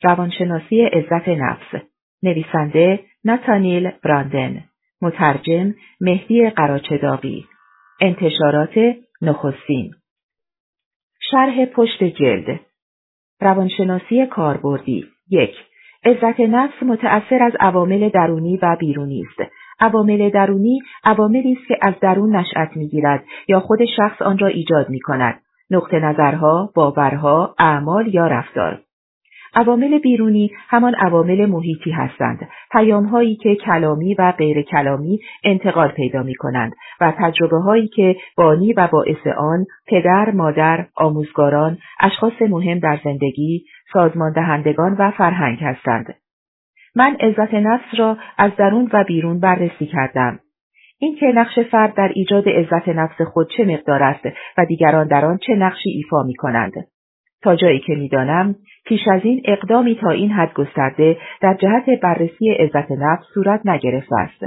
روانشناسی عزت نفس. نویسنده ناتانیل براندن. مترجم مهدی قراچداغی. انتشارات نخستین. شرح پشت جلد. روانشناسی کاربردی. 1. عزت نفس متأثر از عوامل درونی و بیرونی است. عوامل درونی عواملی است که از درون نشأت می‌گیرد یا خود شخص آن را ایجاد می‌کند. نقطه نظرها، باورها، اعمال یا رفتار. عوامل بیرونی همان عوامل محیطی هستند، پیام‌هایی که کلامی و غیر کلامی انتقال پیدا می‌کنند و تجربه‌هایی که بانی و باعث آن پدر، مادر، آموزگاران، اشخاص مهم در زندگی، سازماندهندگان و فرهنگ هستند. من عزت نفس را از درون و بیرون بررسی کردم. این که نقش فرد در ایجاد عزت نفس خود چه مقدار است و دیگران در آن چه نقشی ایفا می‌کنند. تا جایی که می‌دانم، پیش از این اقدامی تا این حد گسترده در جهت بررسی عزت نفس صورت نگرفته است.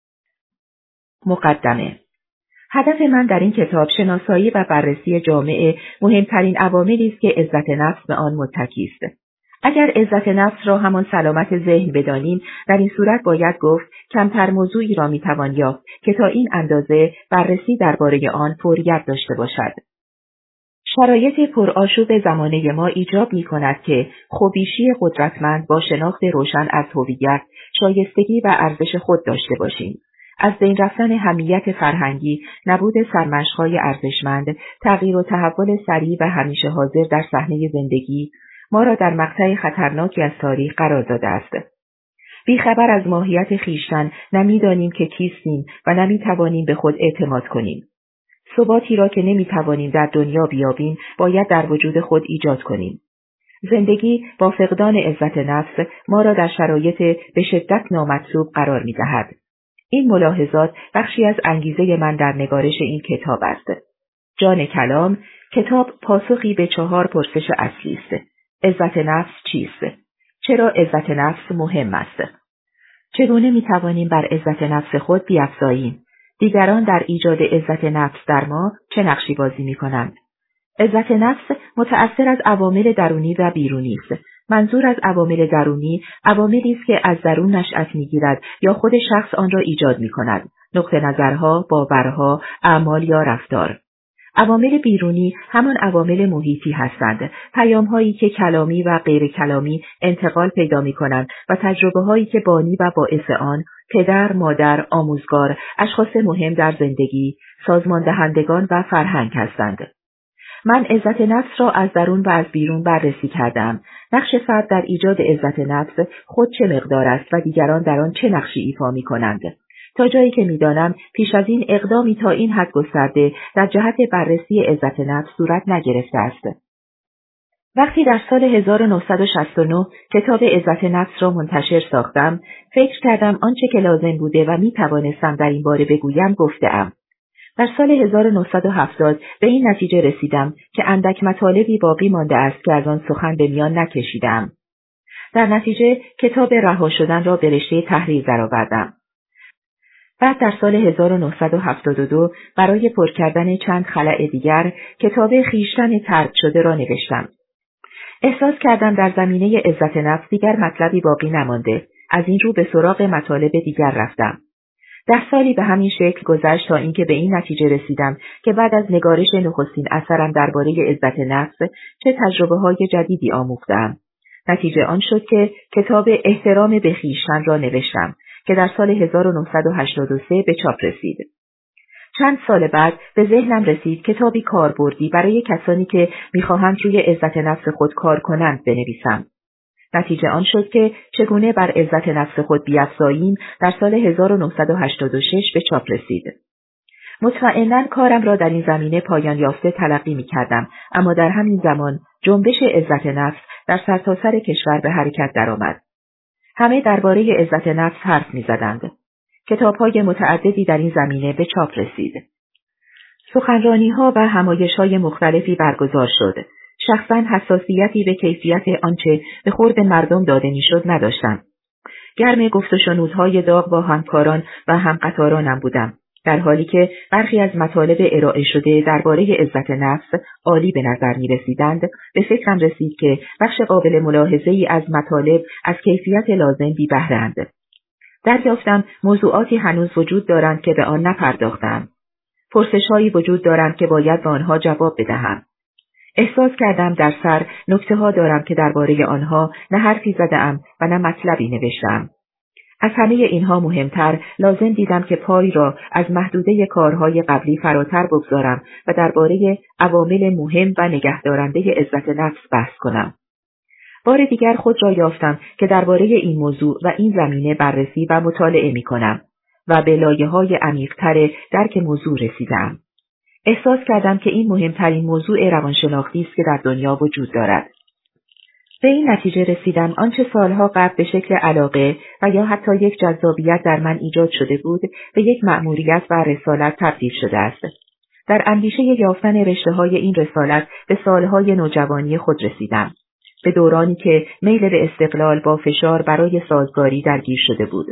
مقدمه. هدف من در این کتاب شناسایی و بررسی جامع مهمترین عواملی است که عزت نفس به آن متکی است. اگر عزت نفس را همان سلامت ذهن بدانیم، در این صورت باید گفت کمتر موضوعی را می‌توان یافت که تا این اندازه بررسی درباره آن فوریت داشته باشد. شرایط پرآشوب زمانه ما ایجاب می‌کند که خوبیشی قدرتمند با شناخت روشن از هویت، شایستگی و ارزش خود داشته باشیم. از بین رفتن همیت فرهنگی، نبود سرمشق‌های ارزشمند، تغییر و تحول سریع و همیشه حاضر در صحنه زندگی، ما را در مقطع خطرناکی از تاریخ قرار داده است. بیخبر از ماهیت خویشتن، نمی‌دانیم که کیستیم و نمی‌توانیم به خود اعتماد کنیم. ثباتی را که نمی‌توانیم در دنیا بیابیم، باید در وجود خود ایجاد کنیم. زندگی با فقدان عزت نفس ما را در شرایط به شدت نامطلوب قرار می‌دهد. این ملاحظات بخشی از انگیزه من در نگارش این کتاب است. جان کلام، کتاب پاسخی به 4 پرسش اصلی است. عزت نفس چیست؟ چرا عزت نفس مهم است؟ چگونه می‌توانیم بر عزت نفس خود بیفزاییم؟ دیگران در ایجاد عزت نفس در ما چه نقشی بازی می‌کنند؟ عزت نفس متأثر از عوامل درونی و بیرونی است. منظور از عوامل درونی، عواملی است که از درون نشأت می‌گیرد یا خود شخص آن را ایجاد می‌کند. نقطه نظرها، باورها، اعمال یا رفتار. عوامل بیرونی همان عوامل محیطی هستند، پیام‌هایی که کلامی و غیر کلامی انتقال پیدا می‌کنند و تجربه‌هایی که بانی و باعث آن پدر، مادر، آموزگار، اشخاص مهم در زندگی، سازماندهندگان و فرهنگ هستند. من عزت نفس را از درون و از بیرون بررسی کردم. نقش فرد در ایجاد عزت نفس خود چه مقدار است و دیگران در آن چه نقشی ایفا می‌کنند. تا جایی که می‌دانم، پیش از این اقدامی تا این حد گسترده در جهت بررسی عزت نفس صورت نگرفته است. وقتی در سال 1969 کتاب عزت نفس را منتشر ساختم، فکر کردم آنچه که لازم بوده و می‌توانستم در این باره بگویم گفته‌ام. در سال 1970 به این نتیجه رسیدم که اندک مطالبی باقی مانده است که از آن سخن به میان نکشیدم. در نتیجه کتاب رها شدن را به رشته تحریر درآوردم. بعد در سال 1972 برای پر کردن چند خلأ دیگر کتاب خویشتن ترک شده را نوشتم. احساس کردم در زمینه عزت نفس دیگر مطلبی باقی نمانده. از این رو به سراغ مطالب دیگر رفتم. 10 سالی به همین شکل گذشت تا اینکه به این نتیجه رسیدم که بعد از نگارش نخستین اثرم درباره عزت نفس چه تجربه‌های جدیدی آموختم. نتیجه آن شد که کتاب احترام به خویشتن را نوشتم که در سال 1983 به چاپ رسید. چند سال بعد به ذهنم رسید کتابی کاربردی برای کسانی که می‌خواهند روی عزت نفس خود کار کنند بنویسم. نتیجه آن شد که چگونه بر عزت نفس خود بیفزاییم در سال 1986 به چاپ رسید. مطمئناً کارم را در این زمینه پایان یافته تلقی می‌کردم، اما در همین زمان جنبش عزت نفس در سرتاسر کشور به حرکت درآمد. همه درباره عزت نفس حرف می‌زدند. کتاب‌های متعددی در این زمینه به چاپ رسید. سخنرانی‌ها و همایش‌های مختلفی برگزار شد. شخصاً حساسیتی به کیفیت آنچه به خورد مردم داده می‌شد نداشتم. گرم گفت و شنودهای داغ با همکاران و همقطارانم بودم. در حالی که برخی از مطالب ارائه شده درباره عزت نفس عالی به نظر می رسیدند، به فکرم رسید که بخش قابل ملاحظه‌ای از مطالب از کیفیت لازم بی بهره‌اند. دریافتم موضوعاتی هنوز وجود دارند که به آن نپرداختم. پرسش‌هایی وجود دارند که باید به آنها جواب بدهم. احساس کردم در سر نکته‌ها دارم که درباره آنها نه حرفی زده‌ام و نه مطلبی نوشتم. از همه اینها مهمتر لازم دیدم که پای را از محدوده کارهای قبلی فراتر بگذارم و درباره عوامل مهم و نگهدارنده عزت نفس بحث کنم. بار دیگر خود را یافتم که درباره این موضوع و این زمینه بررسی و مطالعه می کنم و به لایه‌های عمیق‌تر درک موضوع رسیدم. احساس کردم که این مهمترین موضوع روانشناختی است که در دنیا وجود دارد. به این نتیجه رسیدم آنچه سالها قبل به شکل علاقه و یا حتی یک جذابیت در من ایجاد شده بود، به یک مأموریت و رسالت تبدیل شده است. در اندیشه یافتن رشته‌های این رسالت به سالهای نوجوانی خود رسیدم. به دورانی که میل به استقلال با فشار برای سازگاری درگیر شده بود.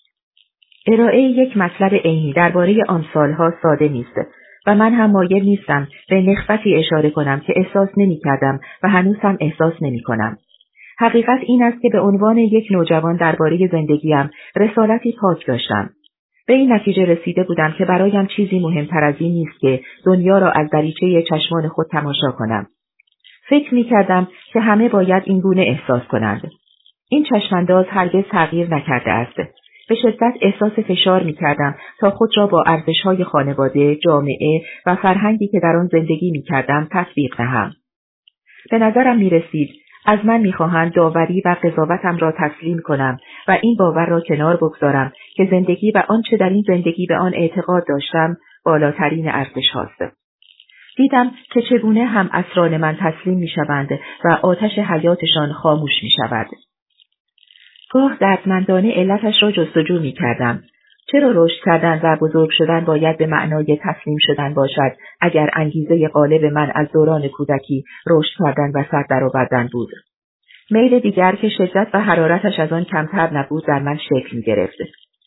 ارائه یک مطلب عینی درباره آن سالها ساده نیست و من هم مایل نیستم به نخبتی اشاره کنم که احساس نمی کردم و هنوز هم احساس نمی کنم. حقیقت این است که به عنوان یک نوجوان درباره زندگیم رسالتی پاک داشتم. به این نتیجه رسیده بودم که برایم چیزی مهمتر از این نیست که دنیا را از دریچه چشمان خود تماشا کنم. فکر می کردم که همه باید این گونه احساس کنند. این چشمانداز هرگز تغییر نکرده است. به شدت احساس فشار می کردم تا خود را با ارزش‌های خانواده، جامعه و فرهنگی که در آن زندگی می کردم تطبیق دهم. به نظرم می رسید از من می خواهند داوری و قضاوتم را تسلیم کنم و این باور را کنار بگذارم که زندگی و آنچه در این زندگی به آن اعتقاد داشتم بالاترین ارزش هاست. دیدم که چگونه هم اسران من تسلیم می شوند و آتش حیاتشان خاموش می شود. گاه دردمندانه علتش را جستجو می کردم. چرا رشد کردن و بزرگ شدن باید به معنای تسلیم شدن باشد اگر انگیزه غالب من از دوران کودکی رشد کردن و سر درآوردن بود؟ میل دیگر که شدت و حرارتش از آن کمتر نبود در من شکل می گرفت.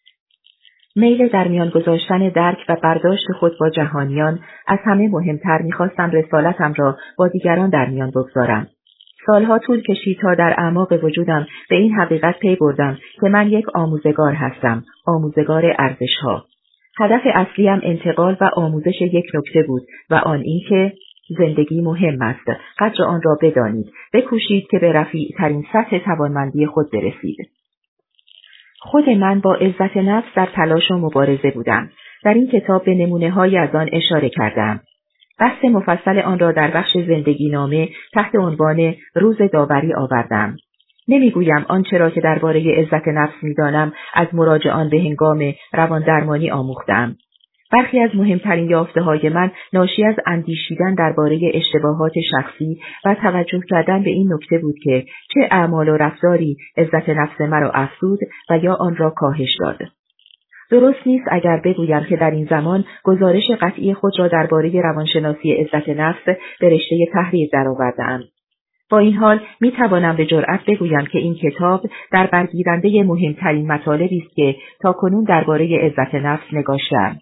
میل در میان گذاشتن درک و برداشت خود با جهانیان، از همه مهمتر می‌خواستم رسالتم را با دیگران در میان بگذارم. سالها طول کشید تا در اعماق وجودم به این حقیقت پی بردم که من یک آموزگار هستم، آموزگار ارزش‌ها. هدف اصلیم انتقال و آموزش یک نکته بود و آن این که زندگی مهم است، قدر آن را بدانید، بکوشید که به رفیع‌ترین سطح توانمندی خود برسید. خود من با عزت نفس در تلاش و مبارزه بودم. در این کتاب به نمونه‌هایی از آن اشاره کردم. بحث مفصل آن را در بخش زندگی نامه تحت عنوان روز داوری آوردم. نمیگویم آنچه را که درباره عزت نفس می‌دانم از مراجعان به هنگام رواندرمانی آموختم. برخی از مهمترین یافته‌های من ناشی از اندیشیدن درباره اشتباهات شخصی و توجه کردن به این نکته بود که چه اعمال و رفتاری عزت نفس مرا افزود و یا آن را کاهش داد. درست نیست اگر بگویم که در این زمان گزارش قطعی خود را درباره روانشناسی عزت نفس به رشته تحریر درآورده‌ام. با این حال می توانم به جرئت بگویم که این کتاب در برگیرنده مهمترین مطالبی است که تاکنون درباره عزت نفس نگاشته‌ام.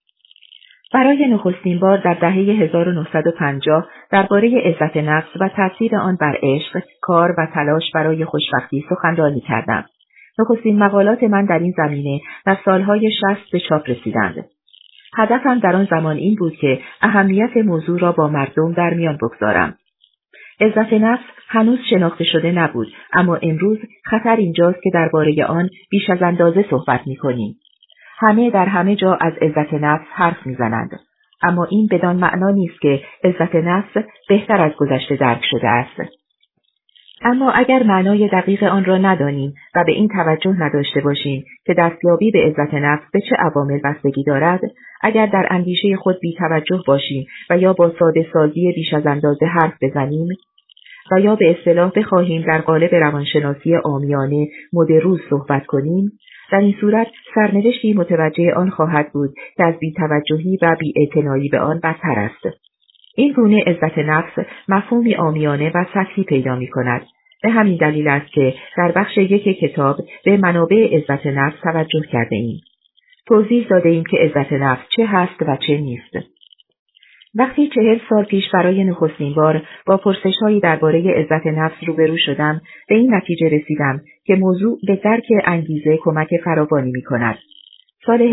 برای نخستین بار در دهه 1950 درباره عزت نفس و تاثیر آن بر عشق، کار و تلاش برای خوشبختی سخنرانی کردم. نخستین مقالات من در این زمینه در سالهای 60 به چاپ رسیدند. هدفم در آن زمان این بود که اهمیت موضوع را با مردم در میان بگذارم. عزت نفس هنوز شناخته شده نبود، اما امروز خطر اینجاست که درباره آن بیش از اندازه صحبت می‌کنیم. همه در همه جا از عزت نفس حرف می‌زنند، اما این بدان معنا نیست که عزت نفس بهتر از گذشته درک شده است. اما اگر معنای دقیق آن را ندانیم و به این توجه نداشته باشیم که دستیابی به عزت نفس به چه عوامل بستگی دارد، اگر در اندیشه خود بی توجه باشیم و یا با ساده سازی بیش از اندازه حرف بزنیم و یا به اصطلاح بخواهیم در قالب روانشناسی عامیانه مد روز صحبت کنیم، در این صورت سرنوشتی متوجه آن خواهد بود که از بی‌توجهی و بی‌اعتنایی به آن بدتر است. این گونه عزت نفس مفهومی عامیانه و سطحی پیدا می‌کند. به همین دلیل است که در بخش یک کتاب به منابع عزت نفس توجه کرده ایم. توضیح داده ایم که عزت نفس چه هست و چه نیست. وقتی 40 سال پیش برای نخستین بار با پرسش‌هایی درباره عزت نفس روبرو شدم، به این نتیجه رسیدم که موضوع به درک انگیزه کمک فراوانی می‌کند. سال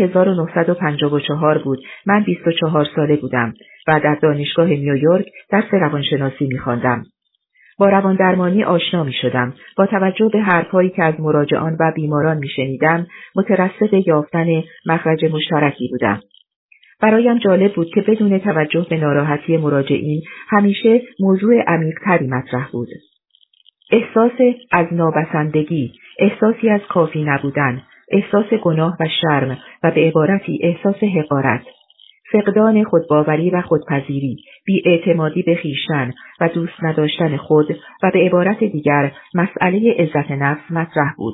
1954 بود، من 24 ساله بودم و در دانشگاه نیویورک درس روانشناسی می‌خواندم. با رواندرمانی آشنا می‌شدم. با توجه به حرف‌هایی که از مراجعان و بیماران می‌شنیدم، مترصد یافتن مخرج مشترکی بودم. برایم جالب بود که بدون توجه به ناراحتی مراجعین همیشه موضوع عمیق‌تری مطرح بود. احساس از نابسندگی، احساسی از کافی نبودن، احساس گناه و شرم و به عبارتی احساس حقارت، فقدان خودباوری و خودپذیری، بی‌اعتمادی به خویشتن و دوست نداشتن خود و به عبارت دیگر مسئله عزت نفس مطرح بود.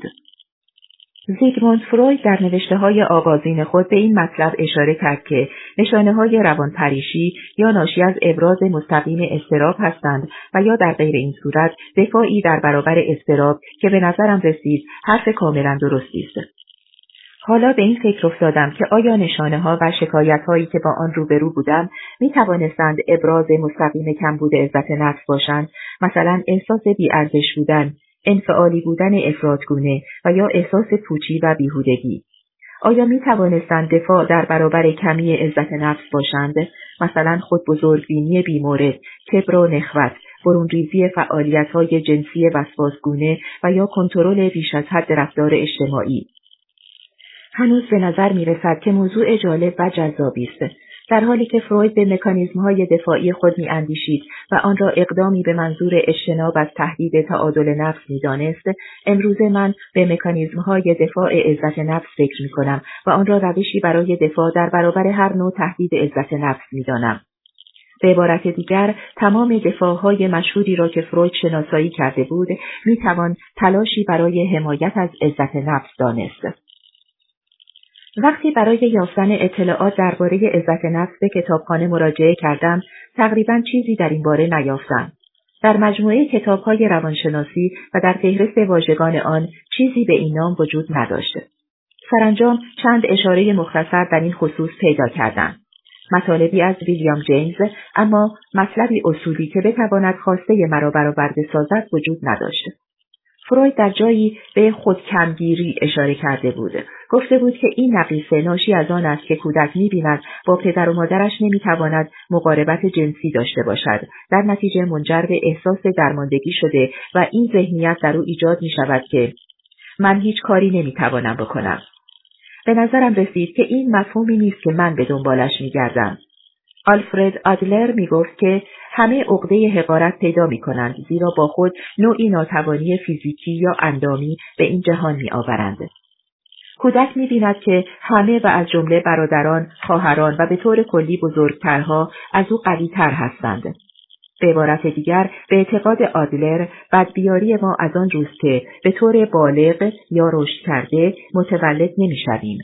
زیگموند فروید در نوشته‌های آغازین خود به این مطلب اشاره کرد که نشانه‌های روانپریشی یا ناشی از ابراز مستقیم اضطراب هستند و یا در غیر این صورت دفاعی در برابر اضطراب که به نظرم رسید حرف کاملا درستی است. حالا به این فکر افتادم که آیا نشانه‌ها و شکایت‌هایی که با آن روبرو بودم می‌توانستند ابراز مستقیم کمبود عزت نفس باشند، مثلا احساس بی‌ارزش بودن، انفعالی بودن افراطگونه و یا احساس پوچی و بیهودگی. آیا می توانستند دفاع در برابر کمی عزت نفس باشند، مثلا خود بزرگبینی بیمورد، کبر و نخوت، برونریزی فعالیت‌های جنسی وسواسگونه و یا کنترل بیش از حد رفتار اجتماعی؟ هنوز به نظر می رسد که موضوع جالب و جذابی است. در حالی که فروید به مکانیزم‌های دفاعی خود می‌اندیشید و آن را اقدامی به منظور اجتناب از تهدید تعادل نفس می‌دانست، امروزه من به مکانیزم‌های دفاع عزت نفس فکر می‌کنم و آن را روشی برای دفاع در برابر هر نوع تهدید عزت نفس می‌دانم. به عبارت دیگر، تمام دفاع‌های مشهوری را که فروید شناسایی کرده بود، می‌توان تلاشی برای حمایت از عزت نفس دانست. وقتی برای یافتن اطلاعات درباره عزت نفس به کتابخانه مراجعه کردم، تقریباً چیزی در این باره نیافتم. در مجموعه کتاب‌های روانشناسی و در فهرست واژگان آن چیزی به این نام وجود نداشت. سرانجام چند اشاره مختصر در این خصوص پیدا کردم. مطالبی از ویلیام جیمز، اما مطلبی اصولی که بتواند خواسته مرا برآورده سازد وجود نداشت. فروید در جایی به خودکمگیری اشاره کرده بود. گفته بود که این نقیصه ناشی از آن است که کودک می‌بیند با پدر و مادرش نمی‌تواند مقاربت جنسی داشته باشد. در نتیجه منجر به احساس درماندگی شده و این ذهنیت در او ایجاد می‌شود که من هیچ کاری نمی‌توانم بکنم. به نظرم رسید که این مفهومی نیست که من به دنبالش می‌گردم. آلفرد آدلر میگفت که همه عقده حقارت پیدا می‌کنند، زیرا با خود نوعی ناتوانی فیزیکی یا اندامی به این جهان می‌آورند. کودک می‌بیند که همه و از جمله برادران، خواهران و به طور کلی بزرگترها از او قوی‌تر هستند. به عبارت دیگر، به اعتقاد آدلر، بدبیاری ما از آن روست که به طور بالغ یا رشد کرده متولد نمی‌شویم.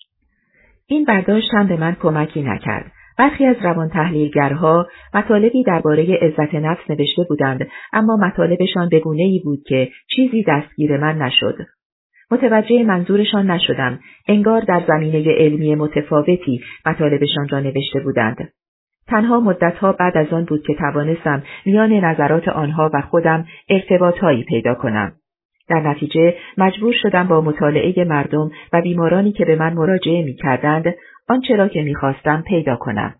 این برداشت هم به من کمکی نکرد. برخی از روان تحلیلگرها مطالبی درباره عزت نفس نوشته بودند، اما مطالبشان به گونه‌ای بود که چیزی دستگیر من نشد. متوجه منظورشان نشدم، انگار در زمینه علمی متفاوتی مطالبشان را نوشته بودند. تنها مدتها بعد از آن بود که توانستم میان نظرات آنها و خودم ارتباطهایی پیدا کنم. در نتیجه مجبور شدم با مطالعه مردم و بیمارانی که به من مراجعه می‌کردند آنچه را که می‌خواستم پیدا کنم.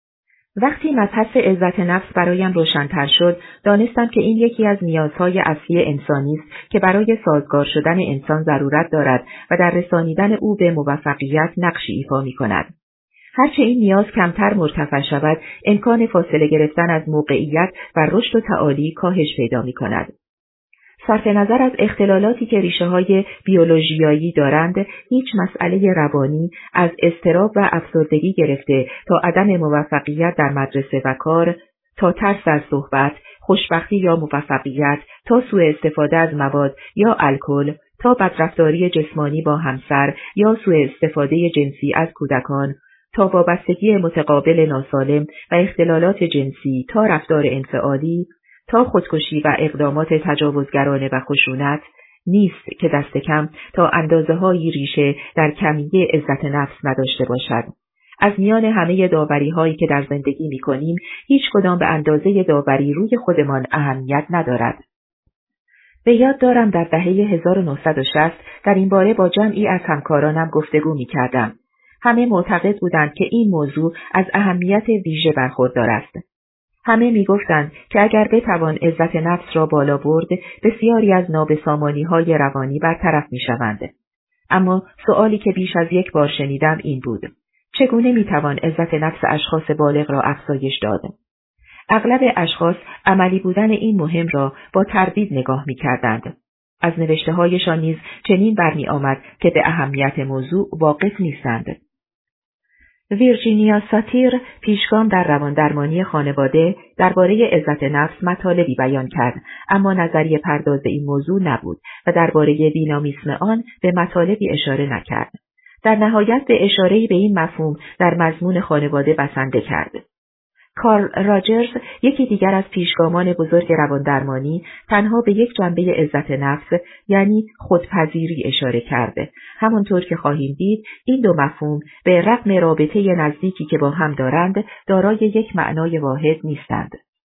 وقتی مبحث عزت نفس برایم روشن‌تر شد، دانستم که این یکی از نیازهای اصلی انسانی است که برای سازگار شدن انسان ضرورت دارد و در رسانیدن او به موفقیت نقشی ایفا می‌کند. هرچه این نیاز کمتر مرتفع شود، امکان فاصله گرفتن از موقعیت و رشد و تعالی کاهش پیدا می‌کند. صرف نظر از اختلالاتی که ریشه‌های بیولوژیایی دارند، هیچ مسئله روانی از اضطراب و افسردگی گرفته تا عدم موفقیت در مدرسه و کار، تا ترس از صحبت، خوشبختی یا موفقیت، تا سوء استفاده از مواد یا الکل، تا بدرفتاری جسمانی با همسر یا سوء استفاده جنسی از کودکان، تا وابستگی متقابل ناسالم و اختلالات جنسی، تا رفتار انفعالی، تا خودکشی و اقدامات تجاوزگرانه و خشونت، نیست که دست کم تا اندازه‌هایی ریشه در کمیه عزت نفس نداشته باشد. از میان همه داوری‌هایی که در زندگی می‌کنیم، هیچ کدام به اندازه داوری روی خودمان اهمیت ندارد. به یاد دارم در دهه 1960 در این باره با جمعی از همکارانم گفتگو می‌کردم. همه معتقد بودند که این موضوع از اهمیت ویژه برخوردار است. همه می‌گفتند که اگر بتوان عزت نفس را بالا برد، بسیاری از نابسامانی‌های روانی برطرف می‌شوند. اما سؤالی که بیش از یک بار شنیدم این بود: چگونه می‌توان عزت نفس اشخاص بالغ را افزایش داد؟ اغلب اشخاص عملی بودن این مهم را با تردید نگاه می‌کردند. از نوشته‌هایشان نیز چنین برمی‌آمد که به اهمیت موضوع واقف نیستند. ویرجینیا ساتیر پیشگام در رواندرمانی خانواده درباره عزت نفس مطالبی بیان کرد، اما نظریه پرداز این موضوع نبود و درباره دینامیسم آن به مطالبی اشاره نکرد. در نهایت به اشاره‌ای به این مفهوم در مضمون خانواده بسنده کرد. کارل راجرز، یکی دیگر از پیشگامان بزرگ رواندرمانی، تنها به یک جنبه عزت نفس، یعنی خودپذیری اشاره کرده. همانطور که خواهیم دید، این دو مفهوم به رغم رابطه نزدیکی که با هم دارند، دارای یک معنای واحد نیستند.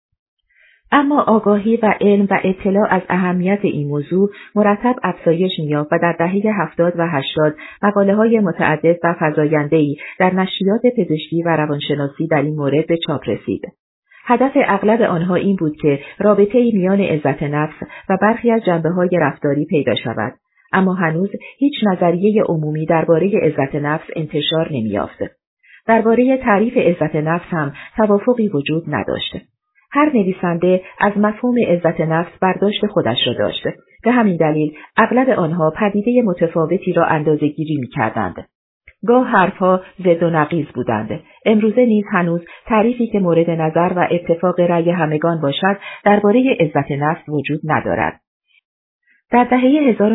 اما آگاهی و علم و اطلاع از اهمیت این موضوع مرتب افزایش می‌یافت و در دهه 70 و 80 مقاله‌های متعدد و فزاینده‌ای در نشریات پزشکی و روانشناسی در این مورد به چاپ رسید. هدف اغلب آنها این بود که رابطه‌ای میان عزت نفس و برخی از جنبه‌های رفتاری پیدا شود، اما هنوز هیچ نظریه عمومی درباره عزت نفس انتشار نمی‌یافت. درباره تعریف عزت نفس هم توافقی وجود نداشت. هر نویسنده از مفهوم عزت نفس برداشت خودش را داشت. به همین دلیل اغلب آنها پدیده متفاوتی را اندازه‌گیری می‌کردند. گاه حرفها ضد و نقیض بودند. امروزه نیز هنوز تعریفی که مورد نظر و اتفاق رأی همگان باشد درباره عزت نفس وجود ندارد. در دهه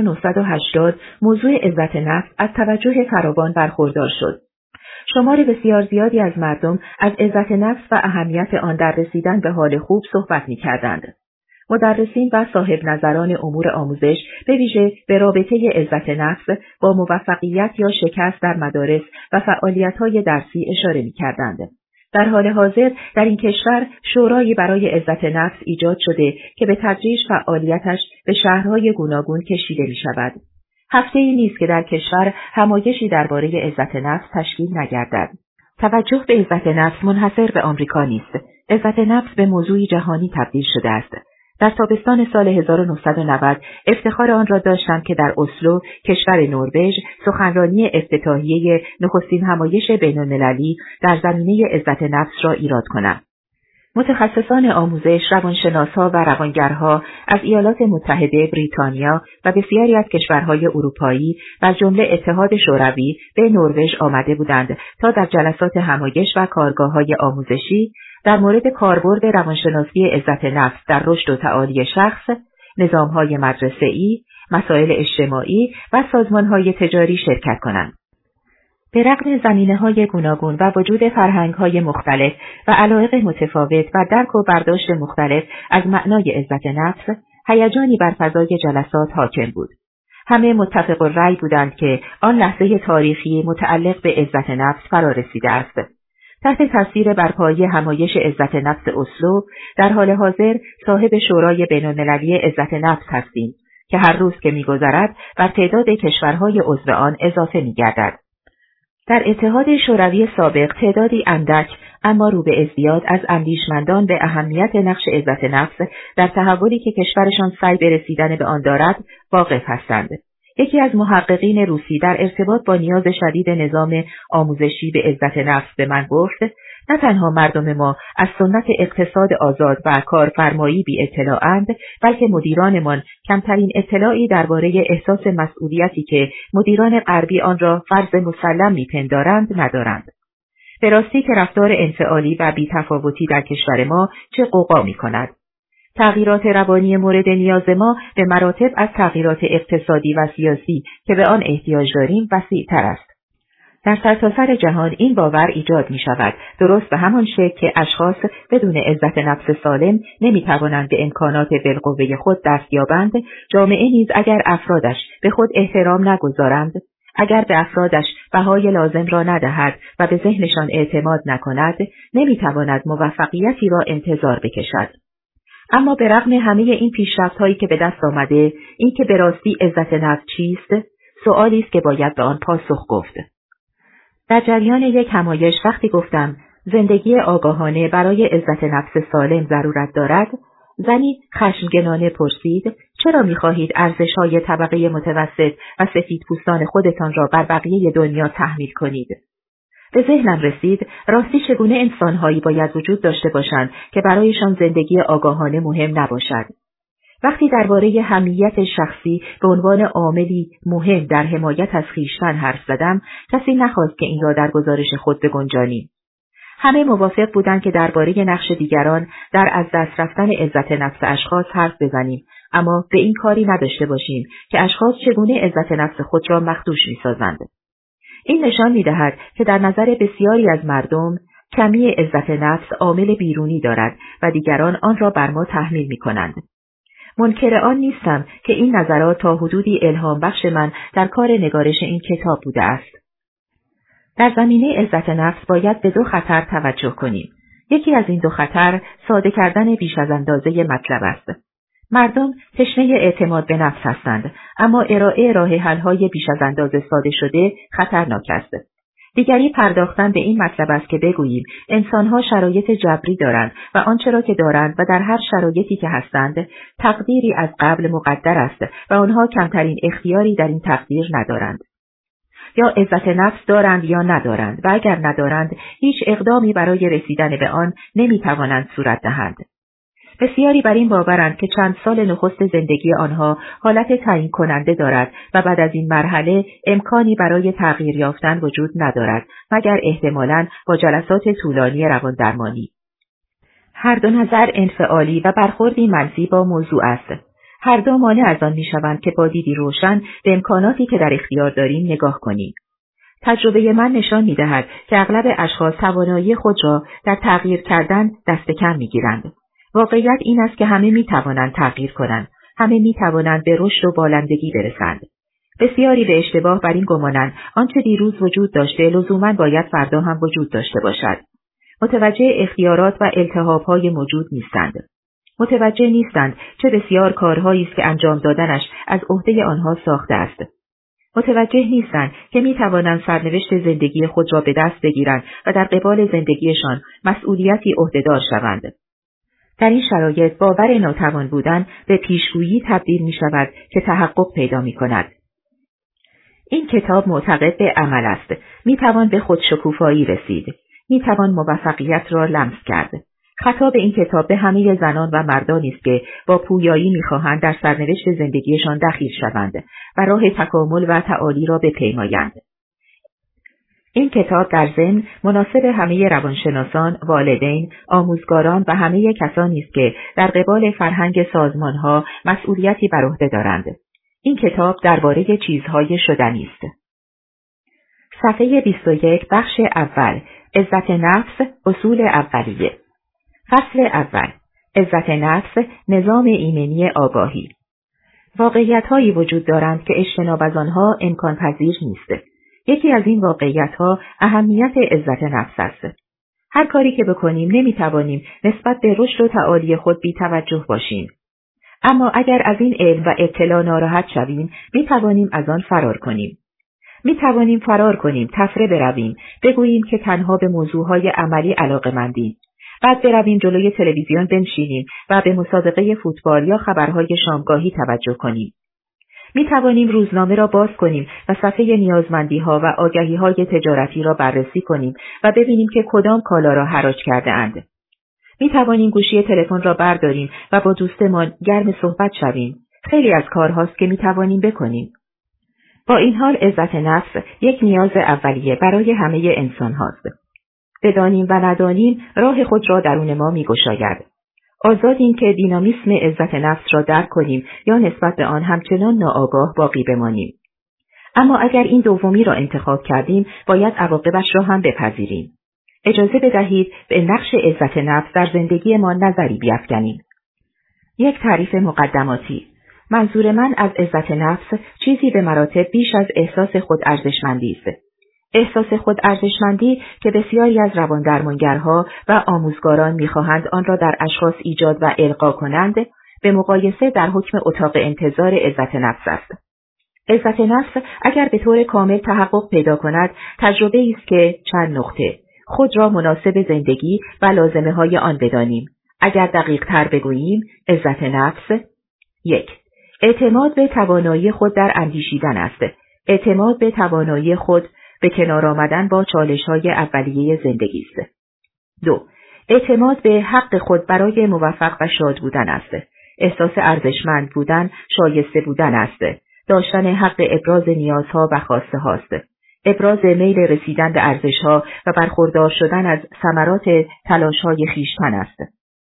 1980 موضوع عزت نفس از توجه فراوان برخوردار شد. شمار بسیار زیادی از مردم از عزت نفس و اهمیت آن در رسیدن به حال خوب صحبت می‌کردند. مدرسین و صاحب نظران امور آموزش به ویژه به رابطه عزت نفس با موفقیت یا شکست در مدارس و فعالیت‌های درسی اشاره می‌کردند. در حال حاضر در این کشور شورایی برای عزت نفس ایجاد شده که به تدریج فعالیتش به شهرهای گوناگون کشیده می‌شود. هفته‌ای نیست که در کشور همایشی درباره عزت نفس تشکیل نگردد. توجه به عزت نفس منحصر به آمریکا نیست. عزت نفس به موضوعی جهانی تبدیل شده است. در تابستان سال 1990 افتخار آن را داشتم که در اسلو، کشور نروژ، سخنرانی افتتاحیه نخستین همایش بین‌المللی در زمینه عزت نفس را ایراد کنم. متخصصان آموزش، روانشناس‌ها و روانگرها از ایالات متحده، بریتانیا و بسیاری از کشورهای اروپایی و از جمله اتحاد شوروی به نروژ آمده بودند تا در جلسات همایش و کارگاه‌های آموزشی در مورد کاربرد روانشناسی عزت نفس در رشد و تعالی شخص، نظام‌های مدرسه‌ای، مسائل اجتماعی و سازمان‌های تجاری شرکت کنند. به رغم زمینه‌های گوناگون و وجود فرهنگ‌های مختلف و علایق متفاوت و درک و برداشت مختلف از معنای عزت نفس، هیجانی بر فضای جلسات حاکم بود. همه متفق الرأی بودند که آن لحظه تاریخی متعلق به عزت نفس فرا رسیده است. تحت تاثیر برپایی همایش عزت نفس اسلو، در حال حاضر صاحب شورای بین‌المللی عزت نفس هستیم که هر روز که می‌گذرد بر تعداد کشورهای عضو آن اضافه می‌گردد. در اتحاد شوروی سابق تعدادی اندک اما رو به ازدیاد از اندیشمندان به اهمیت نقش عزت نفس در تحولی که کشورشان سعی به رسیدن به آن دارد واقف هستند. یکی از محققین روسی در ارتباط با نیاز شدید نظام آموزشی به عزت نفس به من گفت: نه تنها مردم ما از سنت اقتصاد آزاد و کارفرمایی بی اطلاعند، بلکه مدیرانمان کمترین اطلاعی درباره احساس مسئولیتی که مدیران غربی آن را فرض مسلم می‌پندارند ندارند. به راستی که رفتار انفعالی و بی‌تفاوتی در کشور ما چه غوغا می‌کند. تغییرات روانی مورد نیاز ما به مراتب از تغییرات اقتصادی و سیاسی که به آن احتیاج داریم وسیع‌تر است. در سرتاسر جهان این باور ایجاد می شود، درست به همان شکل که اشخاص بدون عزت نفس سالم نمی توانند به امکانات بالقوه خود دست یابند، جامعه نیز اگر افرادش به خود احترام نگذارند، اگر به افرادش بهای لازم را ندهد و به ذهنشان اعتماد نکند، نمی تواند موفقیتی را انتظار بکشد. اما به رغم همه این پیشرفت‌هایی که به دست آمده، این که به راستی عزت نفس چیست، سؤالی است که باید به آن پاسخ گفت. در جریان یک همایش وقتی گفتم زندگی آگاهانه برای عزت نفس سالم ضرورت دارد، زنی خشمگنانه پرسید چرا می‌خواهید ارزش‌های طبقه متوسط و سفیدپوستان خودتان را بر بقیه دنیا تحمیل کنید؟ به ذهنم رسید راستی چگونه انسان‌هایی باید وجود داشته باشند که برایشان زندگی آگاهانه مهم نباشد. وقتی درباره حمیت شخصی به عنوان عاملی مهم در حمایت از خویشتن حرف زدم، کسی نخواست که این را در گزارش خود بگنجانیم. همه موافق بودند که درباره نقش دیگران در از دست رفتن عزت نفس اشخاص حرف بزنیم، اما به این کاری نداشته باشیم که اشخاص چگونه عزت نفس خود را مخدوش می‌سازند. این نشان می‌دهد که در نظر بسیاری از مردم کمی عزت نفس عامل بیرونی دارد و دیگران آن را بر ما تحمیل می‌کنند. منکر آن نیستم که این نظرات تا حدودی الهام بخش من در کار نگارش این کتاب بوده است. در زمینه عزت نفس باید به دو خطر توجه کنیم. یکی از این دو خطر ساده کردن بیش از اندازه مطلب است. مردم تشنه اعتماد به نفس هستند، اما ارائه راه حل‌های بیش از اندازه ساده شده خطرناک است. دیگری پرداختن به این مطلب است که بگوییم انسانها شرایط جبری دارند و آنچه را که دارند و در هر شرایطی که هستند تقدیری از قبل مقدر است و آنها کمترین اختیاری در این تقدیر ندارند. یا عزت نفس دارند یا ندارند و اگر ندارند هیچ اقدامی برای رسیدن به آن نمیتوانند صورت دهند. بسیاری بر این باورند که چند سال نخست زندگی آنها حالت تعیین کننده دارد و بعد از این مرحله امکانی برای تغییر یافتن وجود ندارد مگر احتمالاً با جلسات طولانی رواندرمانی. هر دو نظر انفعالی و برخوردی منفی با موضوع است. هر دو مانع از آن میشوند که با دیدی روشن به امکاناتی که در اختیار داریم نگاه کنیم. تجربه من نشان می‌دهد که اغلب اشخاص توانایی خود را در تغییر کردن دست کم می‌گیرند. واقعیت این است که همه می‌توانند تغییر کنند، همه می‌توانند به رشد و بالندگی برسند. بسیاری به اشتباه بر این گمانند آنچه دیروز وجود داشته لزوماً باید فردا هم وجود داشته باشد. متوجه اختیارات و التهاب‌های موجود نیستند. متوجه نیستند چه بسیار کارهایی است که انجام دادنش از عهده آنها ساخته است. متوجه نیستند که می‌توانند سرنوشت زندگی خود را به دست بگیرند و در قبال زندگیشان مسئولیتی عهده‌دار شوند. در این شرایط باور ناتوان بودن به پیشگویی تبدیل می‌شود که تحقق پیدا می‌کند. این کتاب معتقد به عمل است. می‌توان به خودشکوفایی رسید. می‌توان موفقیت را لمس کرد. خطاب این کتاب به همه زنان و مردانی است که با پویایی می‌خواهند در سرنوشت زندگیشان دخیل شوند و راه تکامل و تعالی را بپیمایند. این کتاب در ضمن مناسب همه روانشناسان، والدین، آموزگاران و همه کسانی است که در قبال فرهنگ سازمان‌ها مسئولیتی بر عهده دارند. این کتاب درباره چیزهای شدنی است. صفحه 21 بخش اول عزت نفس اصول اولیه. فصل اول عزت نفس نظام ایمنی آگاهی. واقعیت‌هایی وجود دارند که اجتناب از آنها امکان پذیر نیست. یکی از این واقعیت‌ها اهمیت عزت نفس است. هر کاری که بکنیم نمی‌توانیم نسبت به رشد و تعالی خود بی‌توجه باشیم. اما اگر از این علم و اطلاع ناراحت شویم، می‌توانیم از آن فرار کنیم. می‌توانیم فرار کنیم، تفره برویم، بگوییم که تنها به موضوعهای عملی علاقه‌مندیم. بعد برویم جلوی تلویزیون بنشینیم و به مسابقه فوتبال یا خبرهای شامگاهی توجه کنیم. می توانیم روزنامه را باز کنیم و صفحه نیازمندی‌ها و آگهی‌های تجارتی را بررسی کنیم و ببینیم که کدام کالا را حراج کرده اند. می توانیم گوشی تلفن را برداریم و با دوستمان گرم صحبت شویم. خیلی از کارهاست که می توانیم بکنیم. با این حال عزت نفس یک نیاز اولیه برای همه انسان هاست. بدانیم و ندانیم راه خود را درون ما می گشاید. آزادیم که دینامیسم عزت نفس را درک کنیم یا نسبت به آن همچنان ناآگاه باقی بمانیم. اما اگر این دومی را انتخاب کردیم، باید عواقبش را هم بپذیریم. اجازه بدهید به نقش عزت نفس در زندگیمان نظری بیفکنیم. یک تعریف مقدماتی. منظور من از عزت نفس چیزی به مراتب بیش از احساس خود ارزشمندی است. احساس خود ارزشمندی که بسیاری از رواندرمانگرها و آموزگاران می‌خواهند آن را در اشخاص ایجاد و القا کنند، به مقایسه در حکم اتاق انتظار عزت نفس است. عزت نفس اگر به طور کامل تحقق پیدا کند، تجربه است که چند نقطه خود را مناسب زندگی و لازمه‌های آن بدانیم. اگر دقیق تر بگوییم، عزت نفس 1. اعتماد به توانایی خود در اندیشیدن است. اعتماد به توانایی خود به کنار آمدن با چالش‌های اولیه زندگی است. 2. اعتماد به حق خود برای موفق و شاد بودن است. احساس ارزشمند بودن، شایسته بودن است. داشتن حق ابراز نیازها و خواسته هاست. ابراز میل رسیدن به ارزش‌ها و برخوردار شدن از ثمرات تلاش‌های خویشتن است.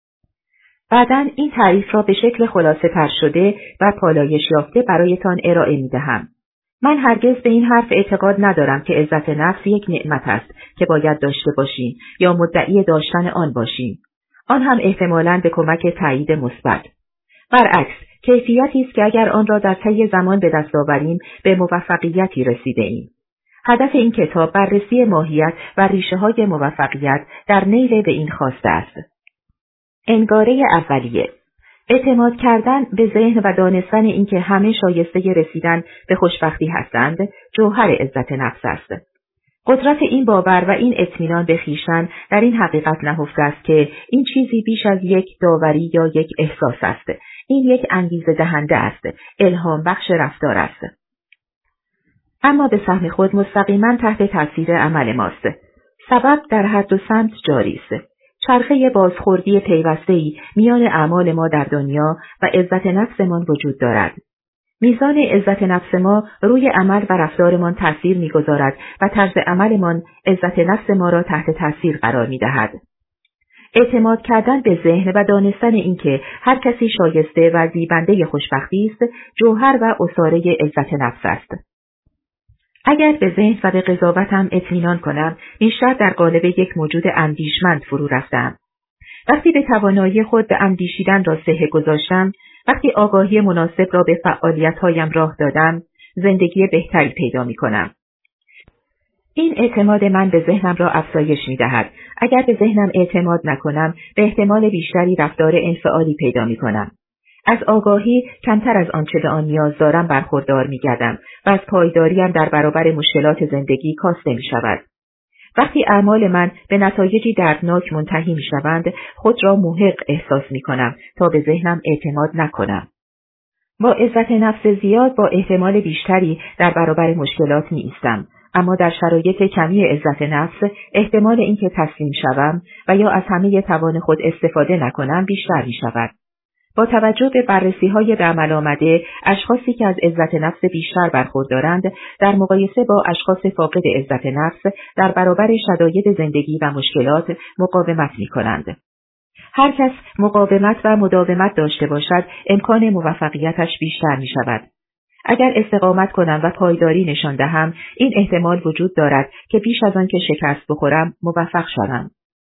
بعداً این تعریف را به شکل خلاصه تر شده و پالایش یافته برایتان ارائه می‌دهم. من هرگز به این حرف اعتقاد ندارم که عزت نفس یک نعمت است که باید داشته باشیم یا مدعی داشتن آن باشیم. آن هم احتمالاً به کمک تایید مثبت. برعکس، کیفیتی است که اگر آن را در طی زمان به دست آوریم به موفقیتی رسیده ایم. هدف این کتاب بررسی ماهیت و ریشه‌های موفقیت در نیل به این خواسته است. انگاره اولیه، اعتماد کردن به ذهن و دانستن اینکه همه شایسته رسیدن به خوشبختی هستند، جوهر عزت نفس است. قدرت این باور و این اطمینان به خویشتن در این حقیقت نهفته است که این چیزی بیش از یک داوری یا یک احساس است. این یک انگیزه دهنده است، الهام بخش رفتار است. اما به سهم خود مستقیما تحت تاثیر عمل ماست. سبب در هر دو سمت جاری است. چرخه بازخوردی پیوسته‌ای میان اعمال ما در دنیا و عزت نفسمان وجود دارد. میزان عزت نفس ما روی عمل و رفتارمان تأثیر می‌گذارد و طرز عملمان عزت نفس ما را تحت تأثیر قرار می‌دهد. اعتماد کردن به ذهن و دانستن اینکه هر کسی شایسته و زیبنده خوشبختی است، جوهر و عصاره عزت نفس است. اگر به ذهن و به قضاوتم اطمینان کنم، بیشتر در قالب یک موجود اندیشمند فرو رفتم. وقتی به توانایی خود به اندیشیدن را صحه گذاشتم، وقتی آگاهی مناسب را به فعالیت‌هایم راه دادم، زندگی بهتری پیدا می‌کنم. این اعتماد من به ذهنم را افزایش می‌دهد. اگر به ذهنم اعتماد نکنم، به احتمال بیشتری رفتار انفعالی پیدا می‌کنم. از آگاهی کمتر از آنچه به آن نیاز دارم برخوردار می‌گردم و از پایداریم در برابر مشکلات زندگی کاسته می‌شود. وقتی اعمال من به نتایجی دردناک منتهی می‌شوند، خود را محق احساس می‌کنم تا به ذهنم اعتماد نکنم. با عزت نفس زیاد با احتمال بیشتری در برابر مشکلات می‌ایستم، اما در شرایط کمی عزت نفس احتمال اینکه تسلیم شوم و یا از همه توان خود استفاده نکنم بیشتر می‌شود. با توجه به بررسی‌های به عمل آمده، اشخاصی که از عزت نفس بیشتر برخوردارند در مقایسه با اشخاص فاقد عزت نفس در برابر شداید زندگی و مشکلات مقاومت می‌کنند. هر کس مقاومت و مداومت داشته باشد، امکان موفقیتش بیشتر می‌شود. اگر استقامت کنم و پایداری نشان دهم، این احتمال وجود دارد که بیش از آن که شکست بخورم، موفق شوم.